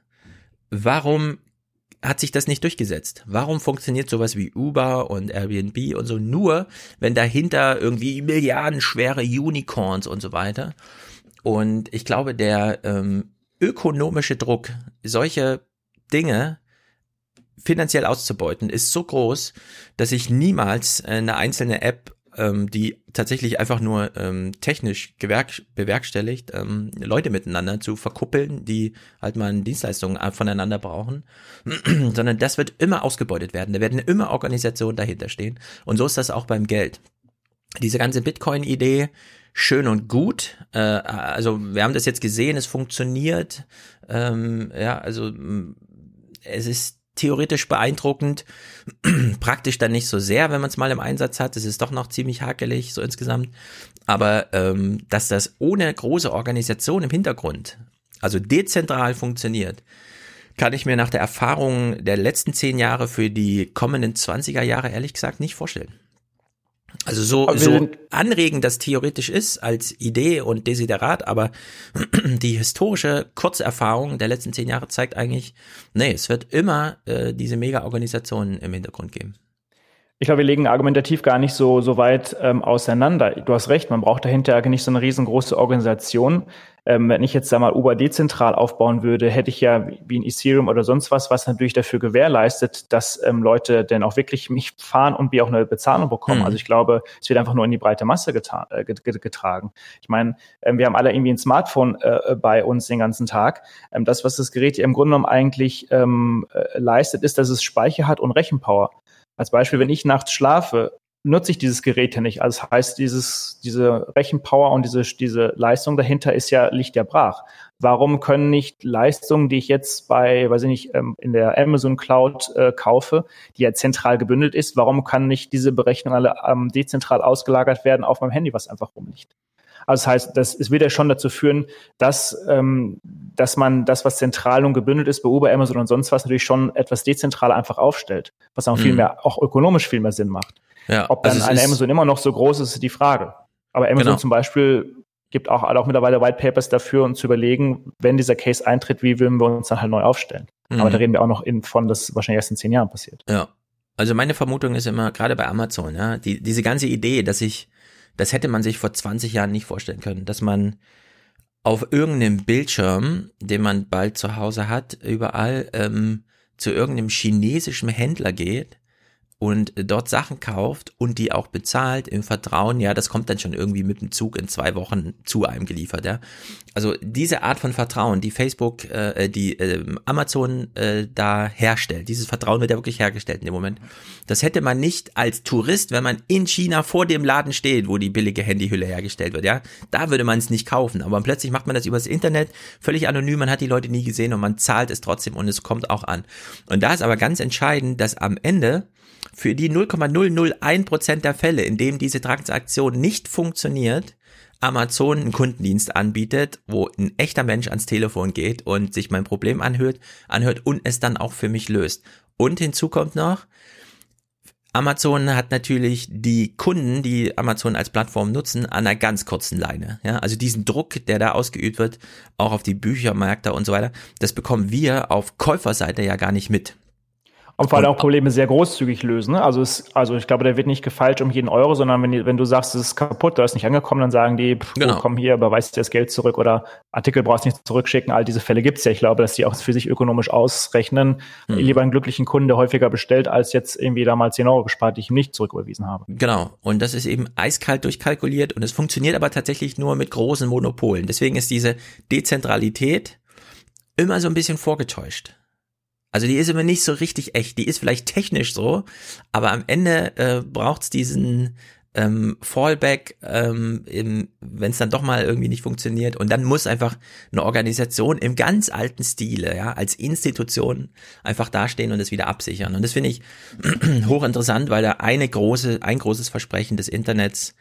warum hat sich das nicht durchgesetzt? Warum funktioniert sowas wie Uber und Airbnb und so nur, wenn dahinter irgendwie milliardenschwere Unicorns und so weiter? Und ich glaube, der ähm, ökonomische Druck, solche Dinge finanziell auszubeuten, ist so groß, dass ich niemals eine einzelne App, ähm, die tatsächlich einfach nur ähm, technisch gewerk- bewerkstelligt, ähm, Leute miteinander zu verkuppeln, die halt mal eine Dienstleistung voneinander brauchen, sondern das wird immer ausgebeutet werden. Da werden immer Organisationen dahinter stehen. Und so ist das auch beim Geld. Diese ganze Bitcoin-Idee, schön und gut. Äh, also wir haben das jetzt gesehen, es funktioniert. Ähm, ja, also es ist theoretisch beeindruckend, praktisch dann nicht so sehr, wenn man es mal im Einsatz hat. Es ist doch noch ziemlich hakelig, so insgesamt. Aber ähm, dass das ohne große Organisation im Hintergrund, also dezentral funktioniert, kann ich mir nach der Erfahrung der letzten zehn Jahre für die kommenden zwanziger Jahre ehrlich gesagt nicht vorstellen. Also so, so anregend das theoretisch ist als Idee und Desiderat, aber die historische Kurzerfahrung der letzten zehn Jahre zeigt eigentlich, nee, es wird immer äh, diese Mega-Organisationen im Hintergrund geben. Ich glaube, wir legen argumentativ gar nicht so, so weit ähm, auseinander. Du hast recht, man braucht dahinter nicht so eine riesengroße Organisation. Ähm, wenn ich jetzt da mal Uber dezentral aufbauen würde, hätte ich ja wie ein Ethereum oder sonst was, was natürlich dafür gewährleistet, dass ähm, Leute dann auch wirklich mich fahren und wir auch eine Bezahlung bekommen. Mhm. Also ich glaube, es wird einfach nur in die breite Masse geta- äh, getragen. Ich meine, ähm, wir haben alle irgendwie ein Smartphone äh, bei uns den ganzen Tag. Ähm, das, was das Gerät im Grunde genommen eigentlich ähm, äh, leistet, ist, dass es Speicher hat und Rechenpower. Als Beispiel, wenn ich nachts schlafe, nutze ich dieses Gerät ja nicht. Also das heißt, dieses, diese Rechenpower und diese, diese Leistung dahinter ist ja, liegt ja brach. Warum können nicht Leistungen, die ich jetzt bei, weiß ich nicht, in der Amazon Cloud äh, kaufe, die ja zentral gebündelt ist, warum kann nicht diese Berechnung alle ähm, dezentral ausgelagert werden auf meinem Handy, was einfach rumliegt? Also das heißt, das, es wird ja schon dazu führen, dass, ähm, dass man das, was zentral und gebündelt ist, bei Uber, Amazon und sonst was, natürlich schon etwas dezentraler einfach aufstellt, was auch mhm. viel mehr, auch ökonomisch viel mehr Sinn macht. Ja, ob dann also eine Amazon immer noch so groß ist, ist die Frage. Aber Amazon genau. zum Beispiel gibt auch, auch mittlerweile White Papers dafür, um zu überlegen, wenn dieser Case eintritt, wie würden wir uns dann halt neu aufstellen. Mhm. Aber da reden wir auch noch in, von, das wahrscheinlich erst in zehn Jahren passiert. Ja, also meine Vermutung ist immer, gerade bei Amazon, ja, die, diese ganze Idee, dass ich das hätte man sich vor zwanzig Jahren nicht vorstellen können, dass man auf irgendeinem Bildschirm, den man bald zu Hause hat, überall ähm, zu irgendeinem chinesischen Händler geht und dort Sachen kauft und die auch bezahlt im Vertrauen, ja, das kommt dann schon irgendwie mit dem Zug in zwei Wochen zu einem geliefert, ja. Also diese Art von Vertrauen, die Facebook, äh, die äh, Amazon äh, da herstellt, dieses Vertrauen wird ja wirklich hergestellt in dem Moment. Das hätte man nicht als Tourist, wenn man in China vor dem Laden steht, wo die billige Handyhülle hergestellt wird, ja. Da würde man es nicht kaufen, aber plötzlich macht man das übers Internet, völlig anonym, man hat die Leute nie gesehen und man zahlt es trotzdem und es kommt auch an. Und da ist aber ganz entscheidend, dass am Ende für die null Komma null null eins Prozent der Fälle, in dem diese Transaktion nicht funktioniert, Amazon einen Kundendienst anbietet, wo ein echter Mensch ans Telefon geht und sich mein Problem anhört, anhört und es dann auch für mich löst. Und hinzu kommt noch, Amazon hat natürlich die Kunden, die Amazon als Plattform nutzen, an einer ganz kurzen Leine. Ja, also diesen Druck, der da ausgeübt wird, auch auf die Büchermärkte und so weiter, das bekommen wir auf Käuferseite ja gar nicht mit. Und vor allem auch Probleme sehr großzügig lösen. Ne? Also, es, also ich glaube, der wird nicht gefeilscht um jeden Euro, sondern wenn, die, wenn du sagst, es ist kaputt, da ist nicht angekommen, dann sagen die, pff, genau. oh, komm hier, überweist dir das Geld zurück oder Artikel brauchst nicht zurückschicken. All diese Fälle gibt's ja. Ich glaube, dass die auch für sich ökonomisch ausrechnen. Hm. Lieber einen glücklichen Kunden, der häufiger bestellt, als jetzt irgendwie da mal zehn Euro gespart, die ich ihm nicht zurücküberwiesen habe. Genau. Und das ist eben eiskalt durchkalkuliert und es funktioniert aber tatsächlich nur mit großen Monopolen. Deswegen ist diese Dezentralität immer so ein bisschen vorgetäuscht. Also die ist immer nicht so richtig echt, die ist vielleicht technisch so, aber am Ende äh, braucht's diesen ähm, Fallback, ähm, wenn es dann doch mal irgendwie nicht funktioniert. Und dann muss einfach eine Organisation im ganz alten Stile, ja, als Institution einfach dastehen und es wieder absichern. Und das finde ich hochinteressant, weil da eine große, ein großes Versprechen des Internets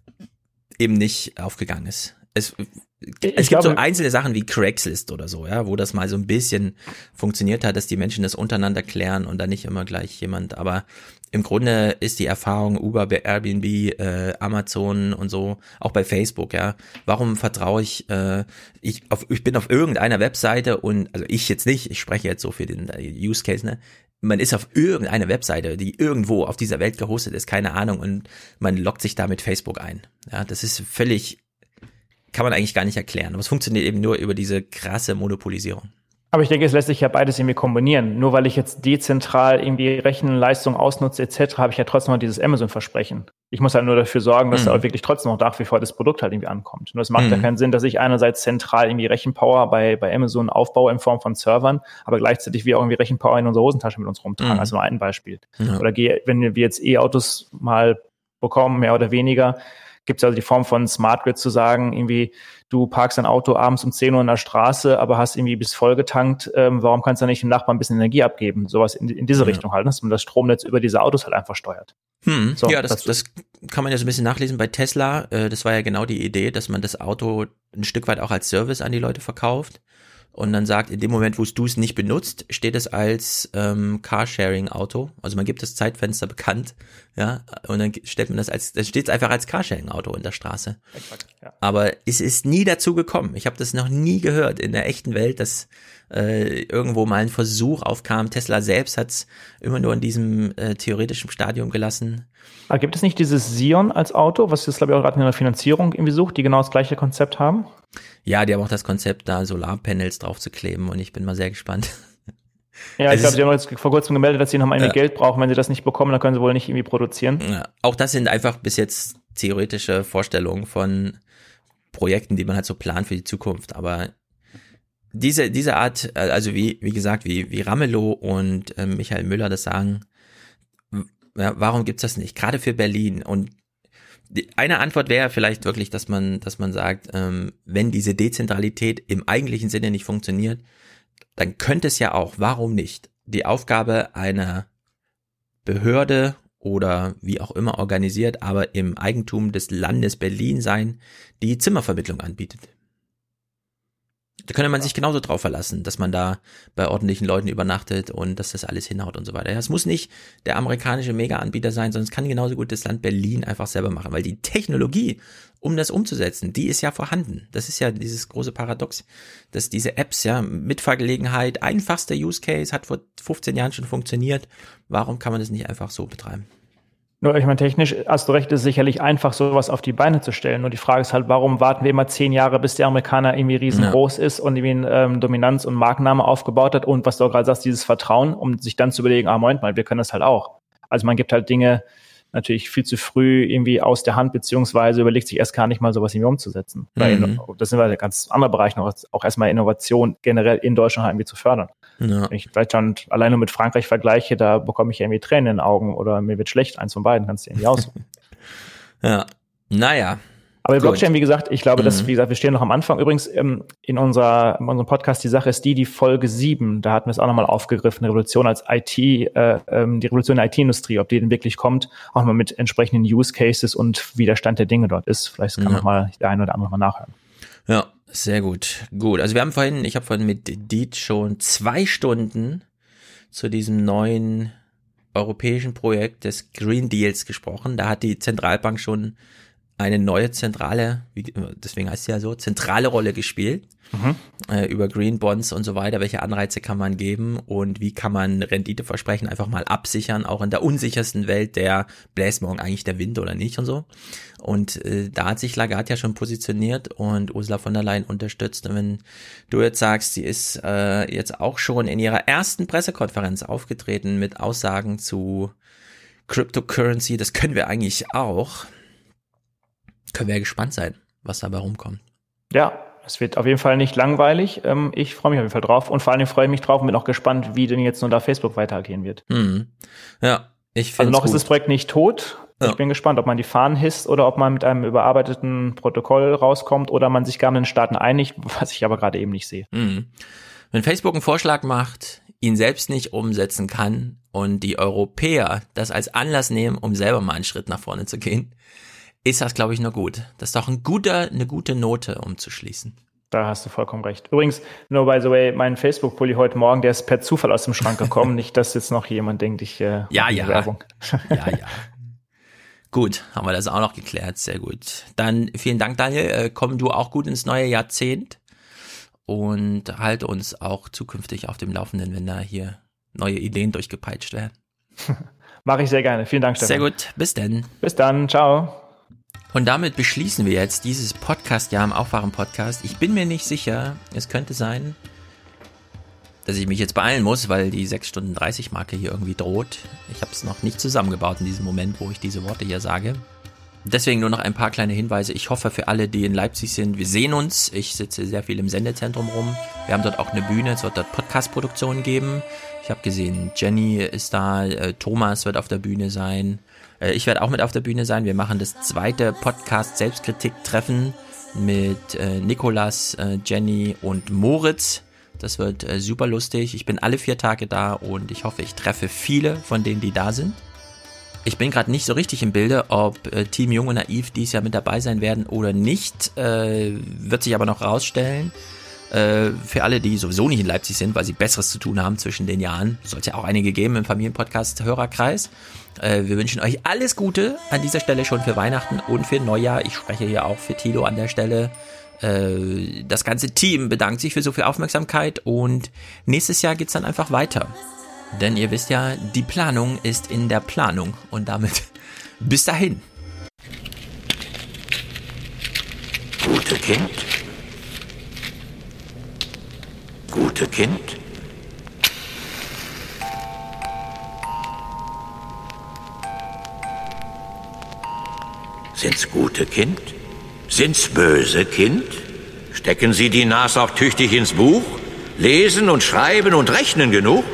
eben nicht aufgegangen ist. Es, es gibt glaube, so einzelne Sachen wie Craigslist oder so, ja, wo das mal so ein bisschen funktioniert hat, dass die Menschen das untereinander klären und dann nicht immer gleich jemand, aber im Grunde ist die Erfahrung Uber, Airbnb, äh, Amazon und so, auch bei Facebook, ja. Warum vertraue ich, äh, ich, auf, ich bin auf irgendeiner Webseite und, also ich jetzt nicht, ich spreche jetzt so für den Use Case, ne? Man ist auf irgendeiner Webseite, die irgendwo auf dieser Welt gehostet ist, keine Ahnung, und man loggt sich da mit Facebook ein. Ja, das ist völlig, kann man eigentlich gar nicht erklären. Aber es funktioniert eben nur über diese krasse Monopolisierung. Aber ich denke, es lässt sich ja beides irgendwie kombinieren. Nur weil ich jetzt dezentral irgendwie Rechenleistung ausnutze et cetera, habe ich ja trotzdem noch dieses Amazon-Versprechen. Ich muss halt nur dafür sorgen, dass mhm. da auch wirklich trotzdem noch nach wie vor das Produkt halt irgendwie ankommt. Nur es macht mhm. ja keinen Sinn, dass ich einerseits zentral irgendwie Rechenpower bei, bei Amazon aufbaue in Form von Servern, aber gleichzeitig wir auch irgendwie Rechenpower in unserer Hosentasche mit uns rumtragen. Mhm. Also nur ein Beispiel. Mhm. Oder gehe, wenn wir jetzt E-Autos mal bekommen, mehr oder weniger, gibt es also die Form von Smart Grid zu sagen, irgendwie, du parkst dein Auto abends um zehn Uhr in der Straße, aber hast irgendwie bis voll getankt, ähm, warum kannst du nicht dem Nachbarn ein bisschen Energie abgeben? Sowas in, in diese ja. Richtung halt, dass man das Stromnetz über diese Autos halt einfach steuert. Hm. So, ja, das, das kann man ja so ein bisschen nachlesen bei Tesla. Äh, das war ja genau die Idee, dass man das Auto ein Stück weit auch als Service an die Leute verkauft. Und dann sagt, in dem Moment, wo du es nicht benutzt, steht es als ähm, Carsharing-Auto. Also man gibt das Zeitfenster bekannt, ja, und dann stellt man das als, dann steht es einfach als Carsharing-Auto in der Straße. Exakt, ja. Aber es ist nie dazu gekommen. Ich habe das noch nie gehört in der echten Welt, dass äh, irgendwo mal ein Versuch aufkam. Tesla selbst hat es immer nur in diesem äh, theoretischen Stadium gelassen. Aber gibt es nicht dieses Sion als Auto, was jetzt, glaube ich, auch gerade in der Finanzierung irgendwie sucht, die genau das gleiche Konzept haben? Ja, die haben auch das Konzept, da Solarpanels drauf zu kleben, und ich bin mal sehr gespannt. Ja, ich glaube, sie haben jetzt vor kurzem gemeldet, dass sie noch mal irgendwie ja. Geld brauchen. Wenn sie das nicht bekommen, dann können sie wohl nicht irgendwie produzieren. Ja, auch das sind einfach bis jetzt theoretische Vorstellungen von Projekten, die man halt so plant für die Zukunft. Aber diese diese Art, also wie wie gesagt, wie wie Ramelow und äh, Michael Müller das sagen, ja, warum gibt's das nicht? Gerade für Berlin. Und die, eine Antwort wäre vielleicht wirklich, dass man dass man sagt, ähm, wenn diese Dezentralität im eigentlichen Sinne nicht funktioniert, dann könnte es ja auch, warum nicht, die Aufgabe einer Behörde oder wie auch immer organisiert, aber im Eigentum des Landes Berlin sein, die Zimmervermittlung anbietet. Da könnte man sich genauso drauf verlassen, dass man da bei ordentlichen Leuten übernachtet und dass das alles hinhaut und so weiter. Ja, es muss nicht der amerikanische Mega-Anbieter sein, sondern es kann genauso gut das Land Berlin einfach selber machen, weil die Technologie, um das umzusetzen, die ist ja vorhanden. Das ist ja dieses große Paradox, dass diese Apps, ja, Mitfahrgelegenheit, einfachster Use Case, hat vor fünfzehn Jahren schon funktioniert. Warum kann man das nicht einfach so betreiben? Nur, ich meine, technisch hast du recht, ist sicherlich einfach, sowas auf die Beine zu stellen. Nur die Frage ist halt, warum warten wir immer zehn Jahre, bis der Amerikaner irgendwie riesengroß ja. ist und irgendwie ähm, Dominanz und Markenname aufgebaut hat und was du auch gerade sagst, dieses Vertrauen, um sich dann zu überlegen, ah, Moment mal, wir können das halt auch. Also man gibt halt Dinge natürlich viel zu früh irgendwie aus der Hand, beziehungsweise überlegt sich erst gar nicht mal, sowas irgendwie umzusetzen. Mhm. Weil das sind wir ganz andere Bereiche noch, auch erstmal Innovation generell in Deutschland halt irgendwie zu fördern. Ja. Wenn ich Deutschland alleine mit Frankreich vergleiche, da bekomme ich irgendwie Tränen in den Augen oder mir wird schlecht, eins von beiden, kannst du irgendwie aussuchen. Ja, naja. Aber Blockchain, wie gesagt, ich glaube, mhm. dass, wie gesagt, wir stehen noch am Anfang. Übrigens, ähm, in, unserer, in unserem Podcast, die Sache ist die, die Folge sieben, da hatten wir es auch nochmal aufgegriffen, Revolution als I T, äh, ähm, die Revolution der I T-Industrie, ob die denn wirklich kommt, auch mal mit entsprechenden Use Cases und wie der Stand der Dinge dort ist. Vielleicht kann ja. noch mal der eine oder andere mal nachhören. Ja, sehr gut. Gut, also wir haben vorhin, ich habe vorhin mit Diet schon zwei Stunden zu diesem neuen europäischen Projekt des Green Deals gesprochen. Da hat die Zentralbank schon eine neue zentrale, deswegen heißt sie ja so, zentrale Rolle gespielt, mhm. äh, über Green Bonds und so weiter. Welche Anreize kann man geben und wie kann man Renditeversprechen einfach mal absichern, auch in der unsichersten Welt, der bläst morgen eigentlich der Wind oder nicht und so. Und äh, da hat sich Lagarde ja schon positioniert und Ursula von der Leyen unterstützt. Und wenn du jetzt sagst, sie ist äh, jetzt auch schon in ihrer ersten Pressekonferenz aufgetreten mit Aussagen zu Cryptocurrency, das können wir eigentlich auch, können wir ja gespannt sein, was dabei rumkommt. Ja, es wird auf jeden Fall nicht langweilig. Ich freue mich auf jeden Fall drauf und vor allem freue ich mich drauf und bin auch gespannt, wie denn jetzt nur da Facebook weitergehen wird. Mhm. Ja, ich finde Also noch ist das Projekt nicht tot. Ja. Ich bin gespannt, ob man die Fahnen hisst oder ob man mit einem überarbeiteten Protokoll rauskommt oder man sich gar mit den Staaten einigt, was ich aber gerade eben nicht sehe. Mhm. Wenn Facebook einen Vorschlag macht, ihn selbst nicht umsetzen kann und die Europäer das als Anlass nehmen, um selber mal einen Schritt nach vorne zu gehen, ist das, glaube ich, nur gut. Das ist doch ein guter, eine gute Note, um zu schließen. Da hast du vollkommen recht. Übrigens, nur by the way, mein Facebook-Pulli heute Morgen, der ist per Zufall aus dem Schrank gekommen. Nicht, dass jetzt noch jemand denkt, ich äh, ja, ja. Werbung. Ja, ja. Gut, haben wir das auch noch geklärt. Sehr gut. Dann vielen Dank, Daniel. Äh, komm du auch gut ins neue Jahrzehnt und halte uns auch zukünftig auf dem Laufenden, wenn da hier neue Ideen durchgepeitscht werden. Mache ich sehr gerne. Vielen Dank, Stefan. Sehr gut. Bis dann. Bis dann. Ciao. Und damit beschließen wir jetzt dieses Podcast-Jahr im Aufwachen-Podcast. Ich bin mir nicht sicher, es könnte sein, dass ich mich jetzt beeilen muss, weil die sechs Stunden dreißig Marke hier irgendwie droht. Ich habe es noch nicht zusammengebaut in diesem Moment, wo ich diese Worte hier sage. Deswegen nur noch ein paar kleine Hinweise. Ich hoffe für alle, die in Leipzig sind, wir sehen uns. Ich sitze sehr viel im Sendezentrum rum. Wir haben dort auch eine Bühne, es wird dort Podcast-Produktionen geben. Ich habe gesehen, Jenny ist da, äh, Thomas wird auf der Bühne sein. Ich werde auch mit auf der Bühne sein. Wir machen das zweite Podcast-Selbstkritik-Treffen mit äh, Nikolas, äh, Jenny und Moritz. Das wird äh, super lustig. Ich bin alle vier Tage da und ich hoffe, ich treffe viele von denen, die da sind. Ich bin gerade nicht so richtig im Bilde, ob äh, Team Jung und Naiv dies Jahr mit dabei sein werden oder nicht. Äh, wird sich aber noch rausstellen. Äh, für alle, die sowieso nicht in Leipzig sind, weil sie Besseres zu tun haben zwischen den Jahren. Soll es ja auch einige geben im Familienpodcast-Hörerkreis. Äh, wir wünschen euch alles Gute an dieser Stelle schon für Weihnachten und für Neujahr. Ich spreche hier auch für Thilo an der Stelle. Äh, das ganze Team bedankt sich für so viel Aufmerksamkeit und nächstes Jahr geht's dann einfach weiter. Denn ihr wisst ja, die Planung ist in der Planung und damit bis dahin. Gute Kind. Gute Kind. Sind's gute Kind? Sind's böse Kind? Stecken Sie die Nase auch tüchtig ins Buch? Lesen und schreiben und rechnen genug?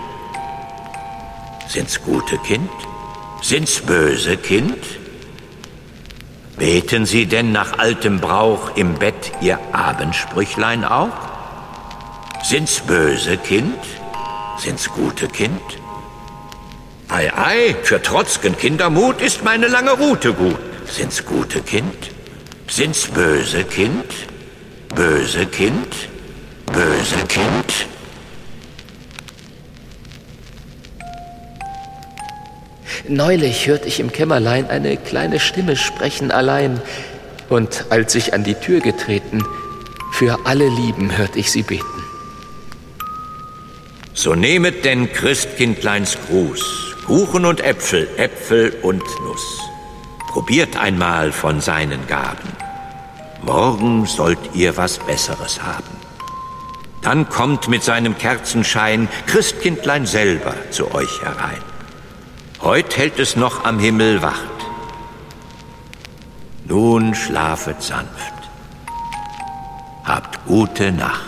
Sind's gute Kind? Sind's böse Kind? Beten Sie denn nach altem Brauch im Bett Ihr Abendsprüchlein auch? Sind's böse Kind? Sind's gute Kind? Ei, ei, für trotzgen Kindermut ist meine lange Rute gut. Sind's gute Kind? Sind's böse Kind? Böse Kind? Böse Kind? Neulich hört ich im Kämmerlein eine kleine Stimme sprechen allein. Und als ich an die Tür getreten, für alle Lieben hört ich sie beten. So nehmet denn Christkindleins Gruß, Kuchen und Äpfel, Äpfel und Nuss. Probiert einmal von seinen Gaben. Morgen sollt ihr was Besseres haben. Dann kommt mit seinem Kerzenschein Christkindlein selber zu euch herein. Heut hält es noch am Himmel Wacht. Nun schlafet sanft. Habt gute Nacht.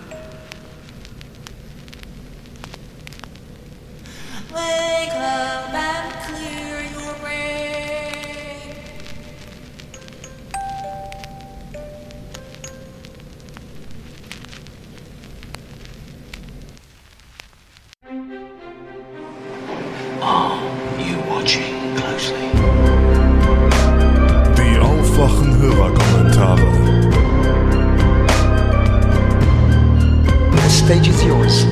Die Aufwachen-Hörerkommentare. The stage is yours.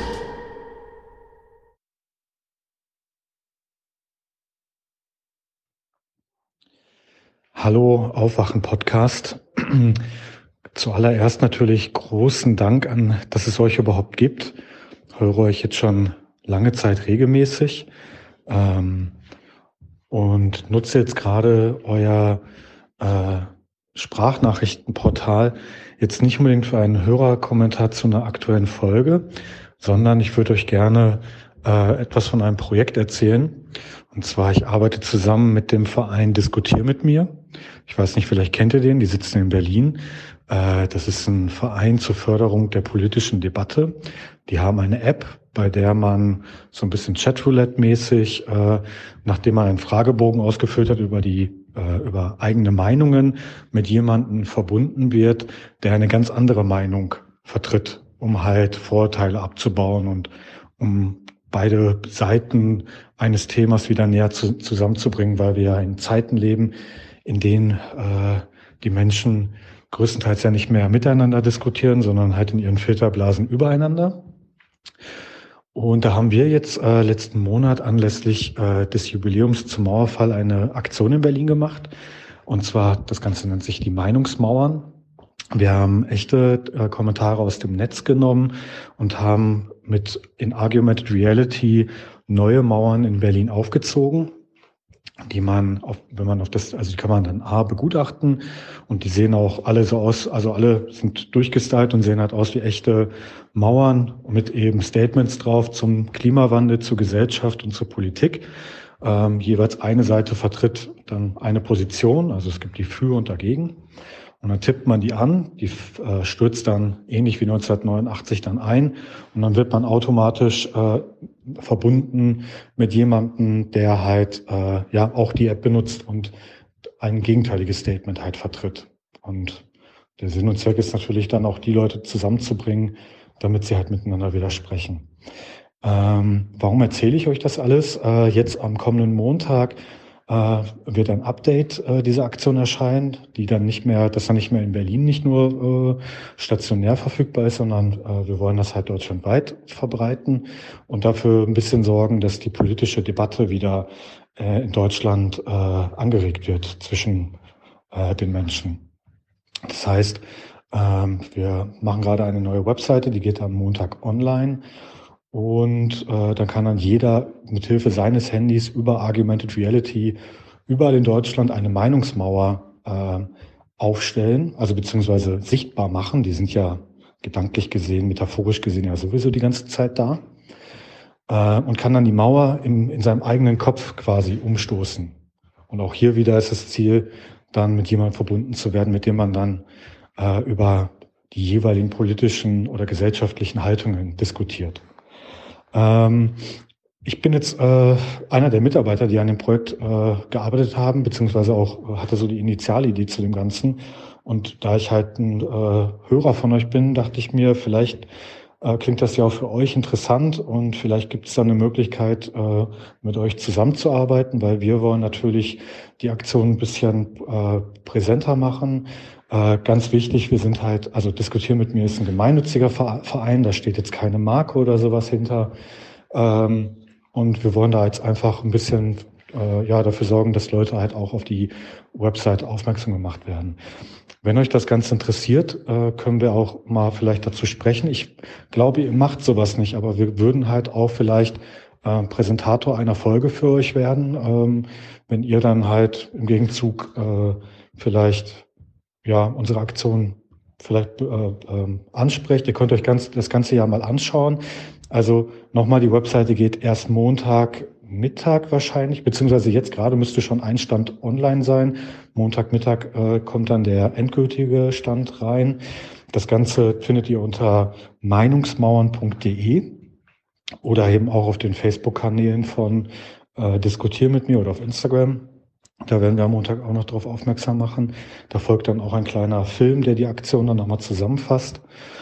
Hallo, Aufwachen-Podcast. Zuallererst natürlich großen Dank an, dass es euch überhaupt gibt. Ich höre euch jetzt schon lange Zeit regelmäßig ähm, und nutze jetzt gerade euer äh, Sprachnachrichtenportal jetzt nicht unbedingt für einen Hörerkommentar zu einer aktuellen Folge, sondern ich würde euch gerne äh, etwas von einem Projekt erzählen. Und zwar, ich arbeite zusammen mit dem Verein Diskutier mit mir. Ich weiß nicht, vielleicht kennt ihr den, die sitzen in Berlin. Äh, das ist ein Verein zur Förderung der politischen Debatte. Die haben eine App, bei der man so ein bisschen Chatroulette-mäßig, äh, nachdem man einen Fragebogen ausgefüllt hat über die äh, über eigene Meinungen, mit jemandem verbunden wird, der eine ganz andere Meinung vertritt, um halt Vorurteile abzubauen und um beide Seiten eines Themas wieder näher zu, zusammenzubringen, weil wir ja in Zeiten leben, in denen äh, die Menschen größtenteils ja nicht mehr miteinander diskutieren, sondern halt in ihren Filterblasen übereinander. Und da haben wir jetzt äh, letzten Monat anlässlich äh, des Jubiläums zum Mauerfall eine Aktion in Berlin gemacht. Und zwar, das Ganze nennt sich die Meinungsmauern. Wir haben echte äh, Kommentare aus dem Netz genommen und haben mit in Augmented Reality neue Mauern in Berlin aufgezogen, die man, auf, wenn man auf das, also die kann man dann A begutachten und die sehen auch alle so aus, also alle sind durchgestylt und sehen halt aus wie echte Mauern mit eben Statements drauf zum Klimawandel, zur Gesellschaft und zur Politik. Ähm, jeweils eine Seite vertritt dann eine Position, also es gibt die Für und Dagegen. Und dann tippt man die an, die äh, stürzt dann ähnlich wie neunzehnhundertneunundachtzig dann ein und dann wird man automatisch äh, verbunden mit jemandem, der halt äh, ja auch die App benutzt und ein gegenteiliges Statement halt vertritt. Und der Sinn und Zweck ist natürlich dann auch die Leute zusammenzubringen, damit sie halt miteinander widersprechen. Ähm, warum erzähle ich euch das alles? Äh, jetzt am kommenden Montag äh, wird ein Update äh, dieser Aktion erscheinen, die dann nicht mehr, das dann nicht mehr in Berlin nicht nur äh, stationär verfügbar ist, sondern äh, wir wollen das halt deutschlandweit verbreiten und dafür ein bisschen sorgen, dass die politische Debatte wieder äh, in Deutschland äh, angeregt wird zwischen äh, den Menschen. Das heißt, ähm, wir machen gerade eine neue Webseite, die geht am Montag online. Und äh, dann kann dann jeder mithilfe seines Handys über Augmented Reality überall in Deutschland eine Meinungsmauer äh, aufstellen, also beziehungsweise sichtbar machen. Die sind ja gedanklich gesehen, metaphorisch gesehen ja sowieso die ganze Zeit da. Äh, und kann dann die Mauer im, in seinem eigenen Kopf quasi umstoßen. Und auch hier wieder ist das Ziel, dann mit jemandem verbunden zu werden, mit dem man dann äh, über die jeweiligen politischen oder gesellschaftlichen Haltungen diskutiert. Ähm, ich bin jetzt äh, einer der Mitarbeiter, die an dem Projekt äh, gearbeitet haben, beziehungsweise auch äh, hatte so die Initialidee zu dem Ganzen. Und da ich halt ein äh, Hörer von euch bin, dachte ich mir, vielleicht äh, klingt das ja auch für euch interessant und vielleicht gibt es da eine Möglichkeit, äh, mit euch zusammenzuarbeiten, weil wir wollen natürlich die Aktion ein bisschen äh, präsenter machen. Äh, ganz wichtig, wir sind halt, also Diskutieren mit mir ist ein gemeinnütziger Verein, da steht jetzt keine Marke oder sowas hinter. Ähm, und wir wollen da jetzt einfach ein bisschen äh, ja dafür sorgen, dass Leute halt auch auf die Website aufmerksam gemacht werden. Wenn euch das Ganze interessiert, äh, können wir auch mal vielleicht dazu sprechen. Ich glaube, ihr macht sowas nicht, aber wir würden halt auch vielleicht äh, Präsentator einer Folge für euch werden, ähm, wenn ihr dann halt im Gegenzug äh, vielleicht ja unsere Aktion vielleicht äh, äh, ansprecht. Ihr könnt euch ganz das ganze Jahr mal anschauen. Also nochmal, die Webseite geht erst Montag Mittag wahrscheinlich, beziehungsweise jetzt gerade müsste schon ein Stand online sein. Montagmittag äh, kommt dann der endgültige Stand rein. Das Ganze findet ihr unter meinungsmauern punkt de oder eben auch auf den Facebook-Kanälen von äh, Diskutier mit mir oder auf Instagram. Da werden wir am Montag auch noch darauf aufmerksam machen. Da folgt dann auch ein kleiner Film, der die Aktion dann nochmal zusammenfasst.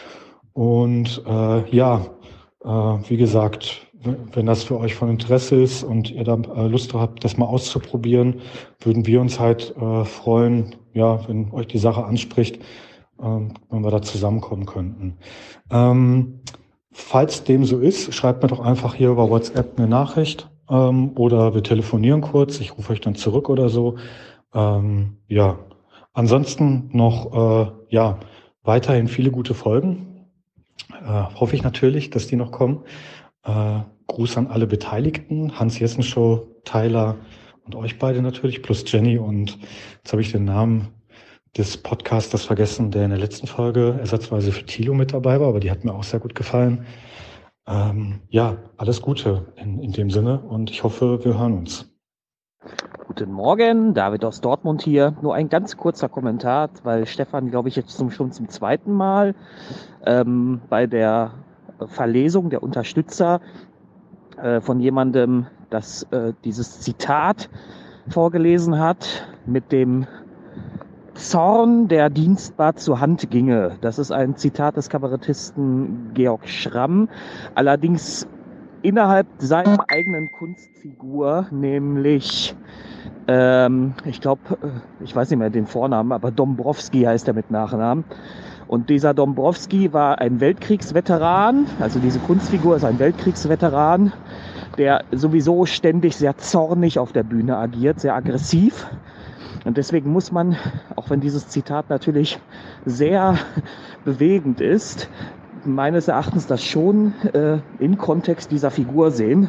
Und äh, ja, äh, wie gesagt, wenn das für euch von Interesse ist und ihr da äh, Lust habt, das mal auszuprobieren, würden wir uns halt äh, freuen, ja, wenn euch die Sache anspricht, äh, wenn wir da zusammenkommen könnten. Ähm, falls dem so ist, schreibt mir doch einfach hier über WhatsApp eine Nachricht. Ähm, oder wir telefonieren kurz, ich rufe euch dann zurück oder so. Ähm, ja, ansonsten noch äh, ja weiterhin viele gute Folgen. Äh, hoffe ich natürlich, dass die noch kommen. Äh, Gruß an alle Beteiligten, Hans Jessenschow, Tyler und euch beide natürlich, plus Jenny und jetzt habe ich den Namen des Podcasters vergessen, der in der letzten Folge ersatzweise für Thilo mit dabei war, aber die hat mir auch sehr gut gefallen. Ähm, ja, alles Gute in, in dem Sinne und ich hoffe, wir hören uns. Guten Morgen, David aus Dortmund hier. Nur ein ganz kurzer Kommentar, weil Stefan, glaube ich, jetzt zum, schon zum zweiten Mal ähm, bei der Verlesung der Unterstützer äh, von jemandem, das äh, dieses Zitat vorgelesen hat mit dem Zorn, der dienstbar zur Hand ginge. Das ist ein Zitat des Kabarettisten Georg Schramm, allerdings innerhalb seiner eigenen Kunstfigur, nämlich, ähm, ich glaube, ich weiß nicht mehr den Vornamen, aber Dombrowski heißt er mit Nachnamen. Und dieser Dombrowski war ein Weltkriegsveteran, also diese Kunstfigur ist ein Weltkriegsveteran, der sowieso ständig sehr zornig auf der Bühne agiert, sehr aggressiv. Und deswegen muss man, auch wenn dieses Zitat natürlich sehr bewegend ist, meines Erachtens das schon äh, im Kontext dieser Figur sehen,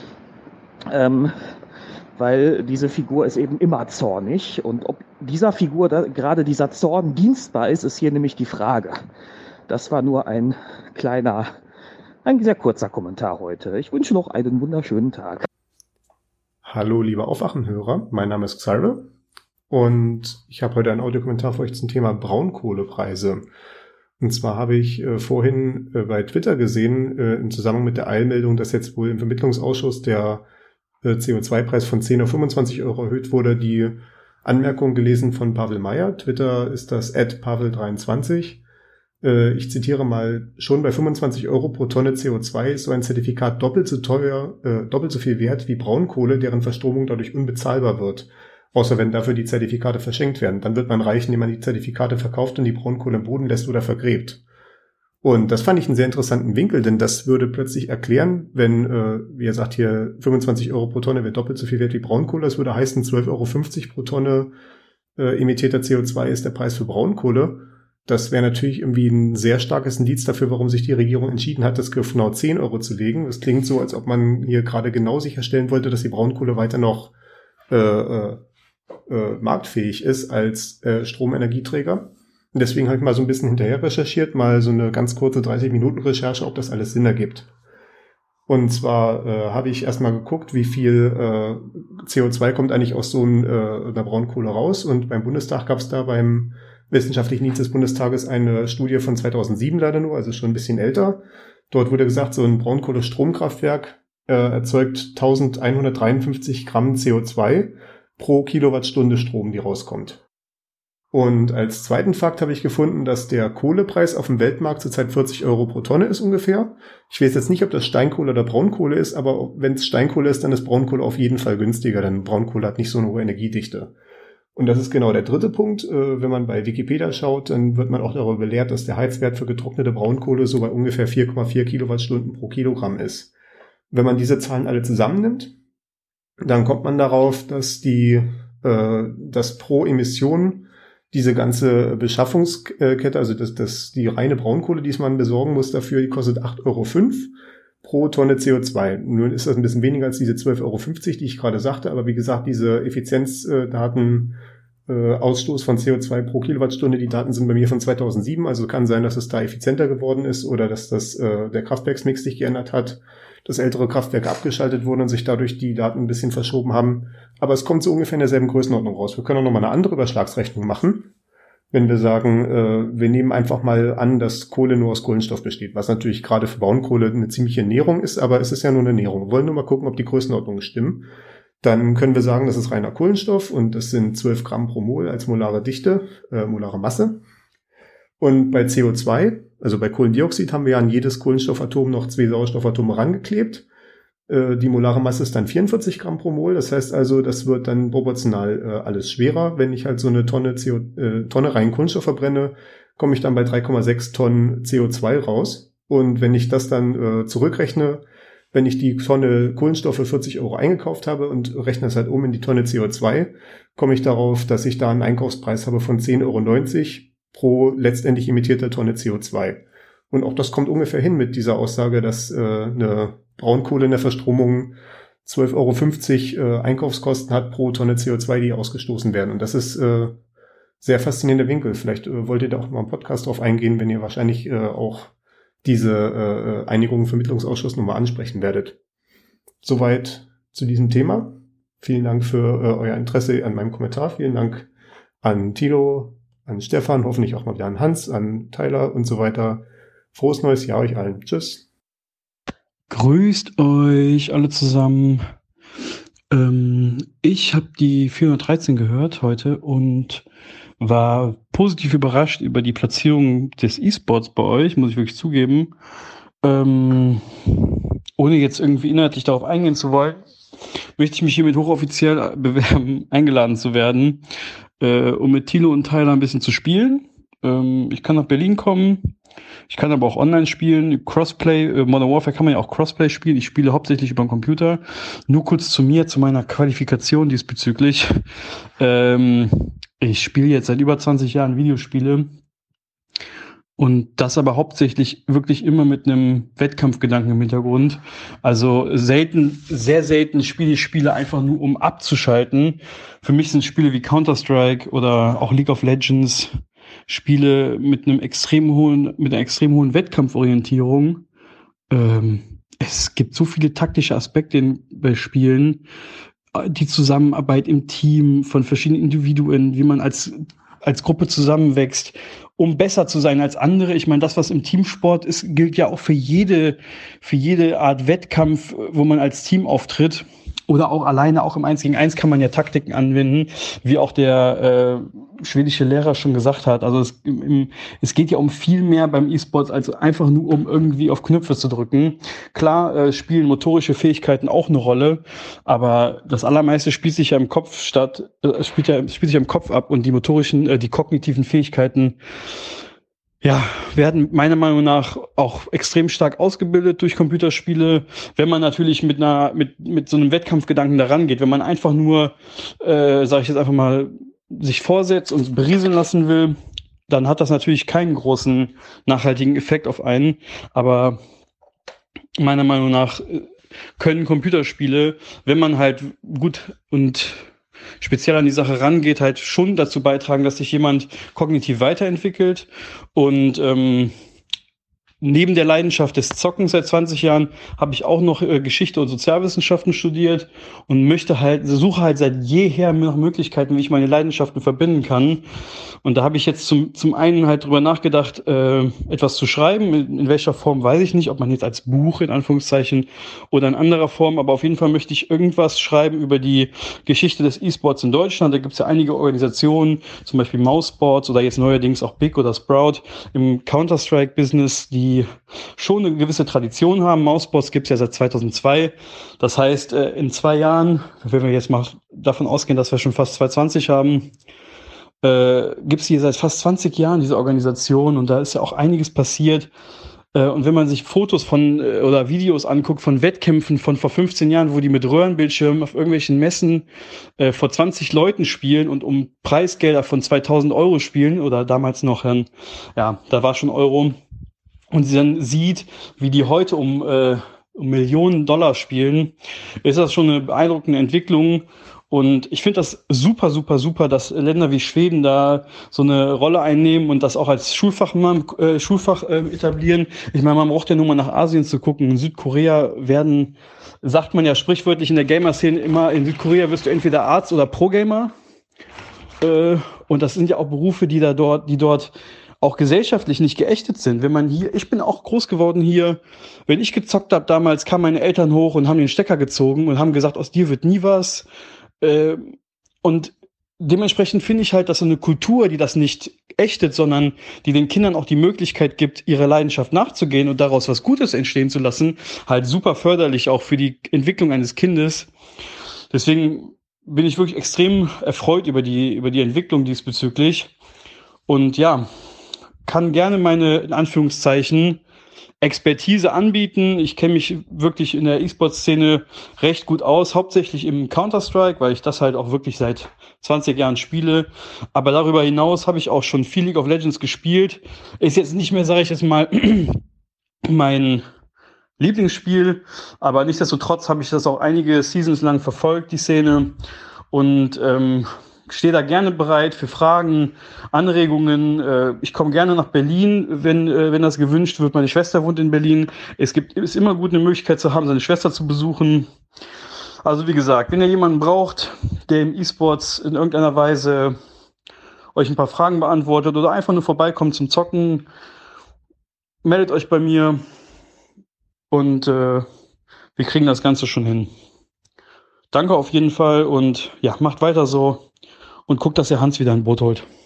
ähm, weil diese Figur ist eben immer zornig und ob dieser Figur da, gerade dieser Zorn dienstbar ist, ist hier nämlich die Frage. Das war nur ein kleiner, ein sehr kurzer Kommentar heute. Ich wünsche noch einen wunderschönen Tag. Hallo liebe Aufwachenhörer, mein Name ist Xaire und ich habe heute einen Audiokommentar für euch zum Thema Braunkohlepreise. Und zwar habe ich äh, vorhin äh, bei Twitter gesehen, äh, im Zusammenhang mit der Eilmeldung, dass jetzt wohl im Vermittlungsausschuss der äh, C O zwei Preis von zehn auf fünfundzwanzig Euro erhöht wurde, die Anmerkung gelesen von Pavel Meyer. Twitter ist das at pavel dreiundzwanzig. Äh, ich zitiere mal, schon bei fünfundzwanzig Euro pro Tonne C O zwei ist so ein Zertifikat doppelt so teuer, äh, doppelt so viel wert wie Braunkohle, deren Verstromung dadurch unbezahlbar wird. Außer wenn dafür die Zertifikate verschenkt werden. Dann wird man reich, indem man die Zertifikate verkauft und die Braunkohle im Boden lässt oder vergräbt. Und das fand ich einen sehr interessanten Winkel, denn das würde plötzlich erklären, wenn, äh, wie er sagt hier, fünfundzwanzig Euro pro Tonne wäre doppelt so viel wert wie Braunkohle. Das würde heißen, zwölf Euro fünfzig pro Tonne äh, emittierter C O zwei ist der Preis für Braunkohle. Das wäre natürlich irgendwie ein sehr starkes Indiz dafür, warum sich die Regierung entschieden hat, das auf genau zehn Euro zu legen. Es klingt so, als ob man hier gerade genau sicherstellen wollte, dass die Braunkohle weiter noch äh, äh, Äh, marktfähig ist als äh, Stromenergieträger. Und deswegen habe ich mal so ein bisschen hinterher recherchiert, mal so eine ganz kurze dreißig Minuten Recherche, ob das alles Sinn ergibt. Und zwar äh, habe ich erstmal geguckt, wie viel äh, C O zwei kommt eigentlich aus so ein, äh, einer Braunkohle raus. Und beim Bundestag gab es da beim Wissenschaftlichen Dienst des Bundestages eine Studie von zweitausendsieben leider nur, also schon ein bisschen älter. Dort wurde gesagt, so ein Braunkohle-Stromkraftwerk äh, erzeugt eintausendeinhundertdreiundfünfzig Gramm C O zwei pro Kilowattstunde Strom, die rauskommt. Und als zweiten Fakt habe ich gefunden, dass der Kohlepreis auf dem Weltmarkt zurzeit vierzig Euro pro Tonne ist ungefähr. Ich weiß jetzt nicht, ob das Steinkohle oder Braunkohle ist, aber wenn es Steinkohle ist, dann ist Braunkohle auf jeden Fall günstiger, denn Braunkohle hat nicht so eine hohe Energiedichte. Und das ist genau der dritte Punkt. Wenn man bei Wikipedia schaut, dann wird man auch darüber belehrt, dass der Heizwert für getrocknete Braunkohle so bei ungefähr vier Komma vier Kilowattstunden pro Kilogramm ist. Wenn man diese Zahlen alle zusammennimmt, dann kommt man darauf, dass die, äh, dass pro Emission diese ganze Beschaffungskette, also das, das, die reine Braunkohle, die man besorgen muss dafür, die kostet acht Euro fünf pro Tonne C O zwei. Nun ist das ein bisschen weniger als diese zwölf Euro fünfzig, die ich gerade sagte, aber wie gesagt, diese Effizienzdaten, äh, Ausstoß von C O zwei pro Kilowattstunde, die Daten sind bei mir von zweitausendsieben, also kann sein, dass es da effizienter geworden ist oder dass das, äh, der Kraftwerksmix sich geändert hat, dass ältere Kraftwerke abgeschaltet wurden und sich dadurch die Daten ein bisschen verschoben haben. Aber es kommt so ungefähr in derselben Größenordnung raus. Wir können auch nochmal eine andere Überschlagsrechnung machen, wenn wir sagen, äh, wir nehmen einfach mal an, dass Kohle nur aus Kohlenstoff besteht, was natürlich gerade für Braunkohle eine ziemliche Nährung ist, aber es ist ja nur eine Nährung. Wir wollen nur mal gucken, ob die Größenordnungen stimmen. Dann können wir sagen, das ist reiner Kohlenstoff und das sind zwölf Gramm pro Mol als molare Dichte, äh, molare Masse. Und bei C O zwei, also bei Kohlendioxid, haben wir ja an jedes Kohlenstoffatom noch zwei Sauerstoffatome rangeklebt. Äh, die molare Masse ist dann vierundvierzig Gramm pro Mol. Das heißt also, das wird dann proportional äh, alles schwerer. Wenn ich halt so eine Tonne, C O, äh, Tonne reinen Kohlenstoff verbrenne, komme ich dann bei drei Komma sechs Tonnen C O zwei raus. Und wenn ich das dann äh, zurückrechne, wenn ich die Tonne Kohlenstoff für vierzig Euro eingekauft habe und rechne das halt um in die Tonne C O zwei, komme ich darauf, dass ich da einen Einkaufspreis habe von zehn Euro neunzig pro letztendlich emittierter Tonne C O zwei. Und auch das kommt ungefähr hin mit dieser Aussage, dass äh, eine Braunkohle in der Verstromung zwölf Euro fünfzig äh, Einkaufskosten hat pro Tonne C O zwei, die ausgestoßen werden. Und das ist äh, sehr faszinierender Winkel. Vielleicht äh, wollt ihr da auch mal im Podcast drauf eingehen, wenn ihr wahrscheinlich äh, auch diese äh, Einigung im Vermittlungsausschuss nochmal ansprechen werdet. Soweit zu diesem Thema. Vielen Dank für äh, euer Interesse an meinem Kommentar. Vielen Dank an Thilo, an Stefan, hoffentlich auch mal wieder an Hans, an Tyler und so weiter. Frohes neues Jahr euch allen. Tschüss. Grüßt euch alle zusammen. Ähm, ich habe die vierhundertdreizehn gehört heute und war positiv überrascht über die Platzierung des E-Sports bei euch, muss ich wirklich zugeben. Ähm, ohne jetzt irgendwie inhaltlich darauf eingehen zu wollen, möchte ich mich hiermit hochoffiziell bewerben, eingeladen zu werden, äh, um mit Thilo und Tyler ein bisschen zu spielen. Ähm, ich kann nach Berlin kommen. Ich kann aber auch online spielen. Crossplay, äh, Modern Warfare kann man ja auch Crossplay spielen. Ich spiele hauptsächlich über den Computer. Nur kurz zu mir, zu meiner Qualifikation diesbezüglich. Ähm, ich spiele jetzt seit über zwanzig Jahren Videospiele. Und das aber hauptsächlich wirklich immer mit einem Wettkampfgedanken im Hintergrund. Also selten, sehr selten spiele ich Spiele einfach nur, um abzuschalten. Für mich sind Spiele wie Counter-Strike oder auch League of Legends Spiele mit einem extrem hohen, mit einer extrem hohen Wettkampforientierung. Ähm, es gibt so viele taktische Aspekte in, bei Spielen, die Zusammenarbeit im Team von verschiedenen Individuen, wie man als als Gruppe zusammenwächst, um besser zu sein als andere. Ich meine, das, was im Teamsport ist, gilt ja auch für jede für jede Art Wettkampf, wo man als Team auftritt. Oder auch alleine, auch im eins gegen eins kann man ja Taktiken anwenden, wie auch der äh, schwedische Lehrer schon gesagt hat. Also es, im, es geht ja um viel mehr beim E-Sports, als einfach nur um irgendwie auf Knöpfe zu drücken. Klar äh, spielen motorische Fähigkeiten auch eine Rolle, aber das Allermeiste spielt sich ja im Kopf statt, äh, spielt ja spielt sich im Kopf ab und die motorischen, äh, die kognitiven Fähigkeiten ja, werden meiner Meinung nach auch extrem stark ausgebildet durch Computerspiele, wenn man natürlich mit einer mit mit so einem Wettkampfgedanken daran geht. Wenn man einfach nur, äh, sage ich jetzt einfach mal, sich vorsetzt und berieseln lassen will, dann hat das natürlich keinen großen nachhaltigen Effekt auf einen. Aber meiner Meinung nach können Computerspiele, wenn man halt gut und speziell an die Sache rangeht, halt schon dazu beitragen, dass sich jemand kognitiv weiterentwickelt. Und ähm, neben der Leidenschaft des Zockens seit zwanzig Jahren habe ich auch noch äh, Geschichte und Sozialwissenschaften studiert und möchte halt, suche halt seit jeher nach Möglichkeiten, wie ich meine Leidenschaften verbinden kann. Und da habe ich jetzt zum zum einen halt drüber nachgedacht, äh, etwas zu schreiben. In, in welcher Form weiß ich nicht, ob man jetzt als Buch in Anführungszeichen oder in anderer Form, aber auf jeden Fall möchte ich irgendwas schreiben über die Geschichte des E-Sports in Deutschland. Da gibt es ja einige Organisationen, zum Beispiel Mousesports oder jetzt neuerdings auch Big oder Sprout im Counter-Strike-Business, die schon eine gewisse Tradition haben. Mousesports gibt es ja seit zweitausendzwei. Das heißt, äh, in zwei Jahren, wenn wir jetzt mal davon ausgehen, dass wir schon fast zweitausendzwanzig haben, Äh, gibt es hier seit fast zwanzig Jahren diese Organisation und da ist ja auch einiges passiert. Äh, und wenn man sich Fotos von äh, oder Videos anguckt von Wettkämpfen von vor fünfzehn Jahren, wo die mit Röhrenbildschirmen auf irgendwelchen Messen äh, vor zwanzig Leuten spielen und um Preisgelder von zweitausend Euro spielen oder damals noch, ähm, ja, da war schon Euro, und sie dann sieht, wie die heute um, äh, um Millionen Dollar spielen, ist das schon eine beeindruckende Entwicklung. Und ich finde das super, super, super, dass Länder wie Schweden da so eine Rolle einnehmen und das auch als Schulfach, äh, Schulfach äh, etablieren. Ich meine, man braucht ja nur mal nach Asien zu gucken. In Südkorea werden, sagt man ja sprichwörtlich in der Gamer-Szene immer, in Südkorea wirst du entweder Arzt oder Pro-Gamer. Äh, und das sind ja auch Berufe, die da dort, die dort auch gesellschaftlich nicht geächtet sind. Wenn man hier, ich bin auch groß geworden hier, wenn ich gezockt habe damals, kamen meine Eltern hoch und haben den Stecker gezogen und haben gesagt, aus dir wird nie was. Und dementsprechend finde ich halt, dass so eine Kultur, die das nicht ächtet, sondern die den Kindern auch die Möglichkeit gibt, ihrer Leidenschaft nachzugehen und daraus was Gutes entstehen zu lassen, halt super förderlich auch für die Entwicklung eines Kindes. Deswegen bin ich wirklich extrem erfreut über die, über die Entwicklung diesbezüglich. Und ja, kann gerne meine, in Anführungszeichen, Expertise anbieten. Ich kenne mich wirklich in der E-Sport-Szene recht gut aus, hauptsächlich im Counter-Strike, weil ich das halt auch wirklich seit zwanzig Jahren spiele. Aber darüber hinaus habe ich auch schon viel League of Legends gespielt. Ist jetzt nicht mehr, sage ich jetzt mal, mein Lieblingsspiel, aber nichtsdestotrotz habe ich das auch einige Seasons lang verfolgt, die Szene. Und ähm, stehe da gerne bereit für Fragen, Anregungen. Ich komme gerne nach Berlin, wenn wenn das gewünscht wird. Meine Schwester wohnt in Berlin. Es gibt ist immer gut, eine Möglichkeit zu haben, seine Schwester zu besuchen. Also wie gesagt, wenn ihr jemanden braucht, der im E-Sports in irgendeiner Weise euch ein paar Fragen beantwortet oder einfach nur vorbeikommt zum Zocken, meldet euch bei mir. Und äh, wir kriegen das Ganze schon hin. Danke auf jeden Fall und ja, macht weiter so und guckt, dass ihr Hans wieder ein Boot holt.